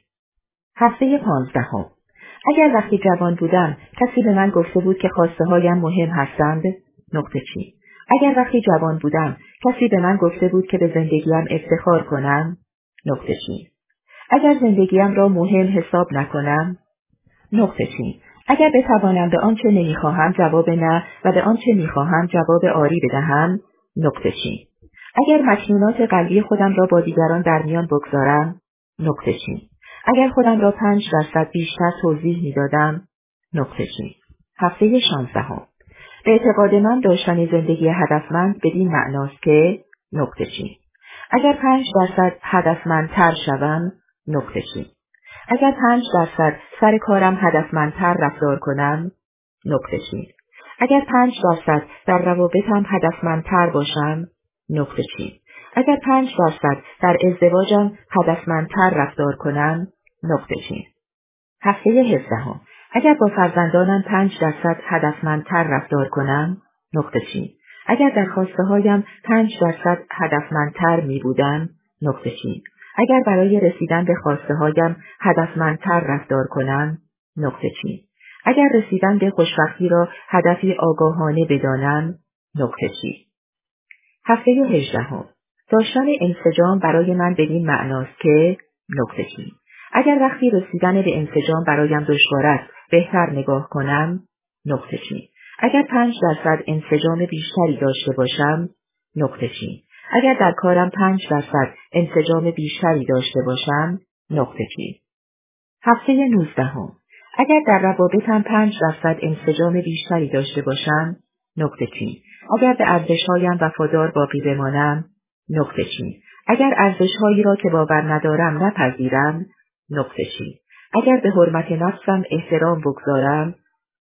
هفته 15. اگر وقتی جوان بودم کسی به من گفته بود که خواسته هایم مهم هستند، نقطه چین. اگر وقتی جوان بودم کسی به من گفته بود که به زندگیم افتخار کنم، نقطه چین. اگر زندگیم را مهم حساب نکنم، نقطه چین. اگر بتوانم به آنچه نمیخواهم جواب نه و به آنچه میخواهم جواب آری بدهم، نقطه چین. اگر مکنونات قلبی خودم را با دیگران در میان بگذارم، نقطه چین. اگر خودم را 5% بیشتر توضیح میدادم، نقطه چین. هفته 16. به اعتقاد من داشتن زندگی هدفمند بدین معناست که نقطه چین. اگر 5% هدفمندتر شوم، نقطه چین. اگر 5% سر کارم هدفمندتر رفتار کنم، نقطه چین. اگر 5% در روابطم هدفمندتر باشم، نقطه چین. اگر 5% در ازدواجم هدفمندتر رفتار کنم، نقطه چین. هفته 17. اگر با فرزندانم 5% هدفمندتر رفتار کنم، نقطه چین. اگر در خواسته هایم 5% هدفمندتر می بودم، نقطه چین. اگر برای رسیدن به خواسته هایم هدفمندتر رفتار کنم، نقطه چین. اگر رسیدن به خوشبختی را هدفی آگاهانه بدانم، نقطه چین. هفته 18. داشتن انسجام برای من بدین معناست که نقطه چین. اگر وقتی رسیدن به انسجام برایم دشوار است بهتر نگاه کنم، نقطه چین. اگر 5% انسجام بیشتری داشته باشم، نقطه چین. اگر در کارم 5% انسجام بیشتری داشته باشم، نقطه چین. هفته 19. اگر در روابطم 5% انسجام بیشتری داشته باشم، نقطه چین. اگر به ارزش‌هایم وفادار باقی بمانم، نقطه چین. اگر ارزش‌هایی را که باور ندارم نپذیرم، نقطه چین. اگر به حرمت نفسم احترام بگذارم،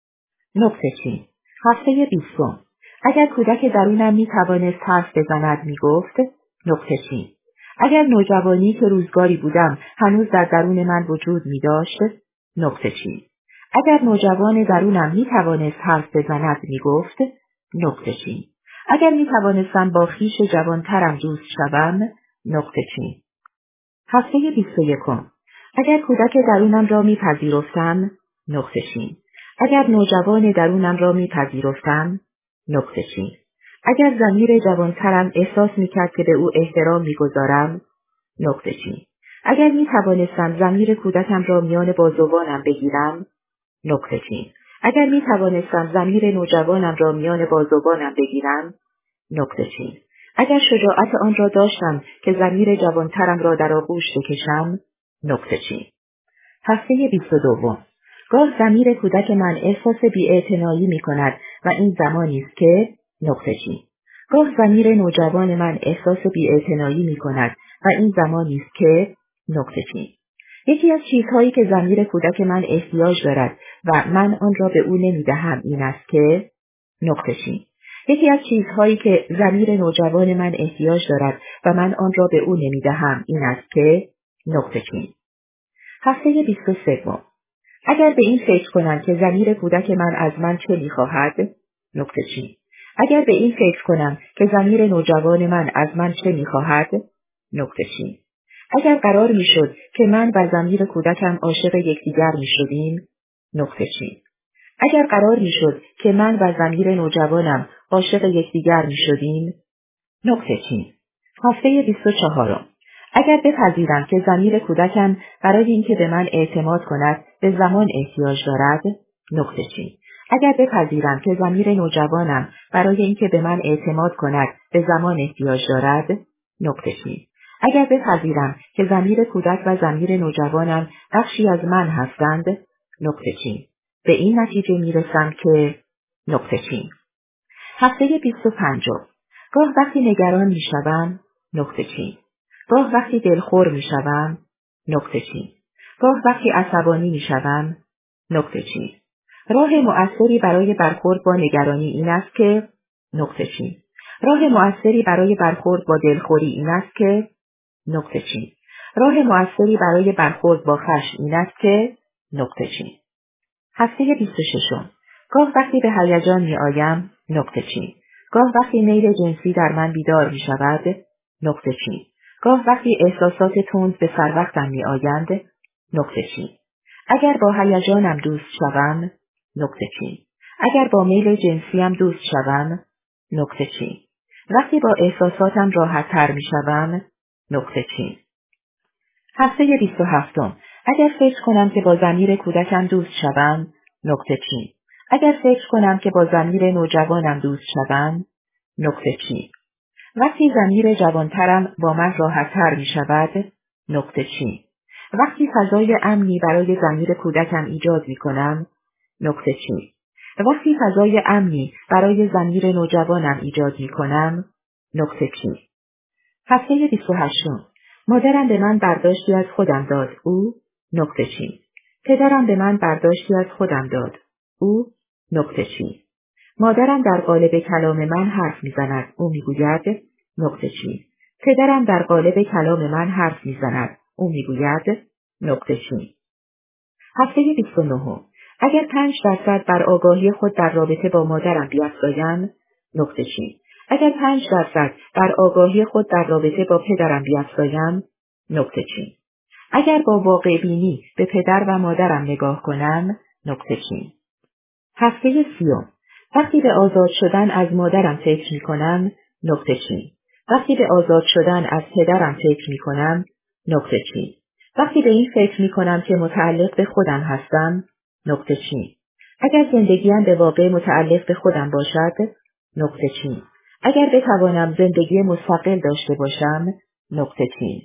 نقطه چین. هفته 20. اگر کودک درونم می توانست حرف بزند می گفت، نقطه چین. اگر نوجوانی که روزگاری بودم هنوز در درون من وجود می داشت، نقطه چین. اگر نوجوان درونم می توانست حرف بزند می گفت، نقطه چین. اگر می توانستم با خویش جوانترم دوست شوم، نقطه چین. هفته 21. اگر کودک درونم را می پذیرفتم، نقطه چین. اگر نوجوان درونم را می پذیرفتم، نقطه چین. اگر ضمیر جوانترم احساس می کرد که به او احترام می گذارم، نقطه چین. اگر می توانستم ضمیر کودکم را میان بازوانم بگیرم، نقطه چین. اگر می توانستم ضمیر نوجوانم را میان بازوانم بگیرم، نقطه چین. اگر شجاعت آن را داشتم که ضمیر جوانترم را در آغوش بکشم، نقطه چین. هفته 22. گاه ضمیر کودک من احساس بی‌اعتنایی می کند و این زمانی است که نقطه چین. گاه ضمیر نوجوان من احساس بی‌اعتنایی می کند و این زمانی است که نقطه چین. یکی از چیزهایی که ضمیر کودک من احتیاج دارد و من آن را به او نمی دهم این است که نقطه چین. یکی از چیزهایی که ضمیر نوجوان من احتیاج دارد و من آن را به او نمی دهم این است که نقطه چین. هفته 23. اگر به این فکر کنم که ضمیر کودک من از من چه می‌خواهد، نقطه چین. اگر به این فکر کنم که ضمیر نوجوان من از من چه می‌خواهد، نقطه چین. اگر قرار می‌شد که من و ضمیر کودکم عاشق یکدیگر می‌شدیم، نقطه چین. اگر قرار می‌شد که من و ضمیر نوجوانم عاشق یکدیگر می‌شدیم، نقطه چین. هفته 24. اگر بپذیرم که ضمیر کودکم برای اینکه به من اعتماد کند به زمان احتیاج دارد، نقطه چین. اگر بپذیرم که ضمیر نوجوانم برای اینکه به من اعتماد کند به زمان احتیاج دارد، نقطه چین. اگر بپذیرم که ضمیر کودک و ضمیر نوجوانم بخشی از من هستند، نقطه چین. به این نتیجه میرسم که نقطه چین. هفته 25. گاه وقتی نگران میشوم، نقطه چین. گاه وقتی دلخور میشوم، نقطه چین. گاه وقتی عصبانی میشوم، نقطه چین. راه مؤثری برای برخورد با نگرانی این است که نقطه چین. راه مؤثری برای برخورد با دلخوری این است که نقطه چین. راه مؤثری برای برخورد با خشم این است که نقطه چین. هفته 26. گاه وقتی به هیجان می آیم، نقطه چین. گاه وقتی میل جنسی در من بیدار می شود، نقطه چین. گاه وقتی احساسات تند به سر وقتم می آیند، نقطه چین. اگر با هیجانم دوست شوم، نقطه چین. اگر با میل جنسیم دوست شوم، نقطه چین. وقتی با احساساتم راحت تر می شوم، نقطه چین. هفته 27. اگر فکر کنم که با ضمیر کودکم دوست شوم، نقطه چین. اگر فکر کنم که با ضمیر نوجوانم دوست شوم، نقطه چین. وقتی ضمیر جوانترم با من راحت‌تر می شود، نقطه چین. وقتی فضای امنی برای ضمیر کودکم ایجاد می کنم، نقطه چین. وقتی فضای امنی برای ضمیر نوجوانم ایجاد می کنم، نقطه چین. هفته 28. مادرم به من برداشتی از خودم داد، او، نقطه چین. پدرم به من برداشتی از خودم داد، او، نقطه چین. مادرم در قالب کلام من حرف میزند، او میگوید، نقطه چین. پدرم در قالب کلام من حرف میزند، او میگوید، نقطه چین. هفته 29. اگر 5% بر آگاهی خود در رابطه با مادرم بیفزایم، نقطه چین. اگر 5% بر آگاهی خود در رابطه با پدرم بیفزایم، نقطه چین. اگر با واقع بینی به پدر و مادرم نگاه کنم، نقطه چین. هفته 30. وقتی به آزاد شدن از مادرم فکر می کنم، نقطه چین. وقتی به آزاد شدن از پدرم فکر می کنم، نقطه چین. وقتی به این فکر می کنم که متعلق به خودم هستم، نقطه چین. اگر زندگیم به واقع متعلق به خودم باشد، نقطه چین. اگر بتوانم زندگی مستقل داشته باشم، نقطه چین.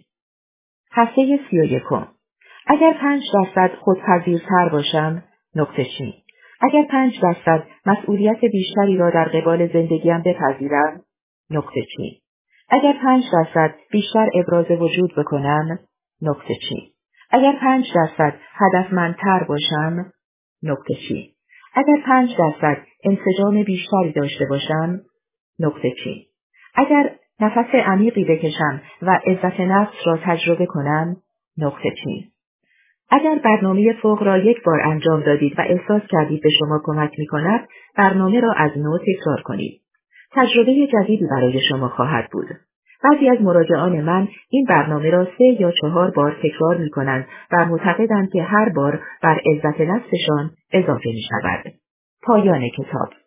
هفته 31. اگر 5% خودپذیرتر باشم، نقطه چین. اگر 5% مسئولیت بیشتری را در قبال زندگیم بپذیرم، نقطه چین. اگر 5% بیشتر ابراز وجود بکنم، نقطه چین. اگر 5% هدفمندتر باشم، نقطه چین. اگر 5% انسجام بیشتری داشته باشم، نقطه چین. اگر نفس عمیقی بکشم و عزت نفس را تجربه کنم، نقطه چین. اگر برنامه فوق را یک بار انجام دادید و احساس کردید به شما کمک می کند، برنامه را از نو تکرار کنید. تجربه جدیدی برای شما خواهد بود. بعضی از مراجعان من این برنامه را 3 یا 4 بار تکرار می کنند و معتقدند که هر بار بر عزت نفسشان اضافه می شود. پایان کتاب.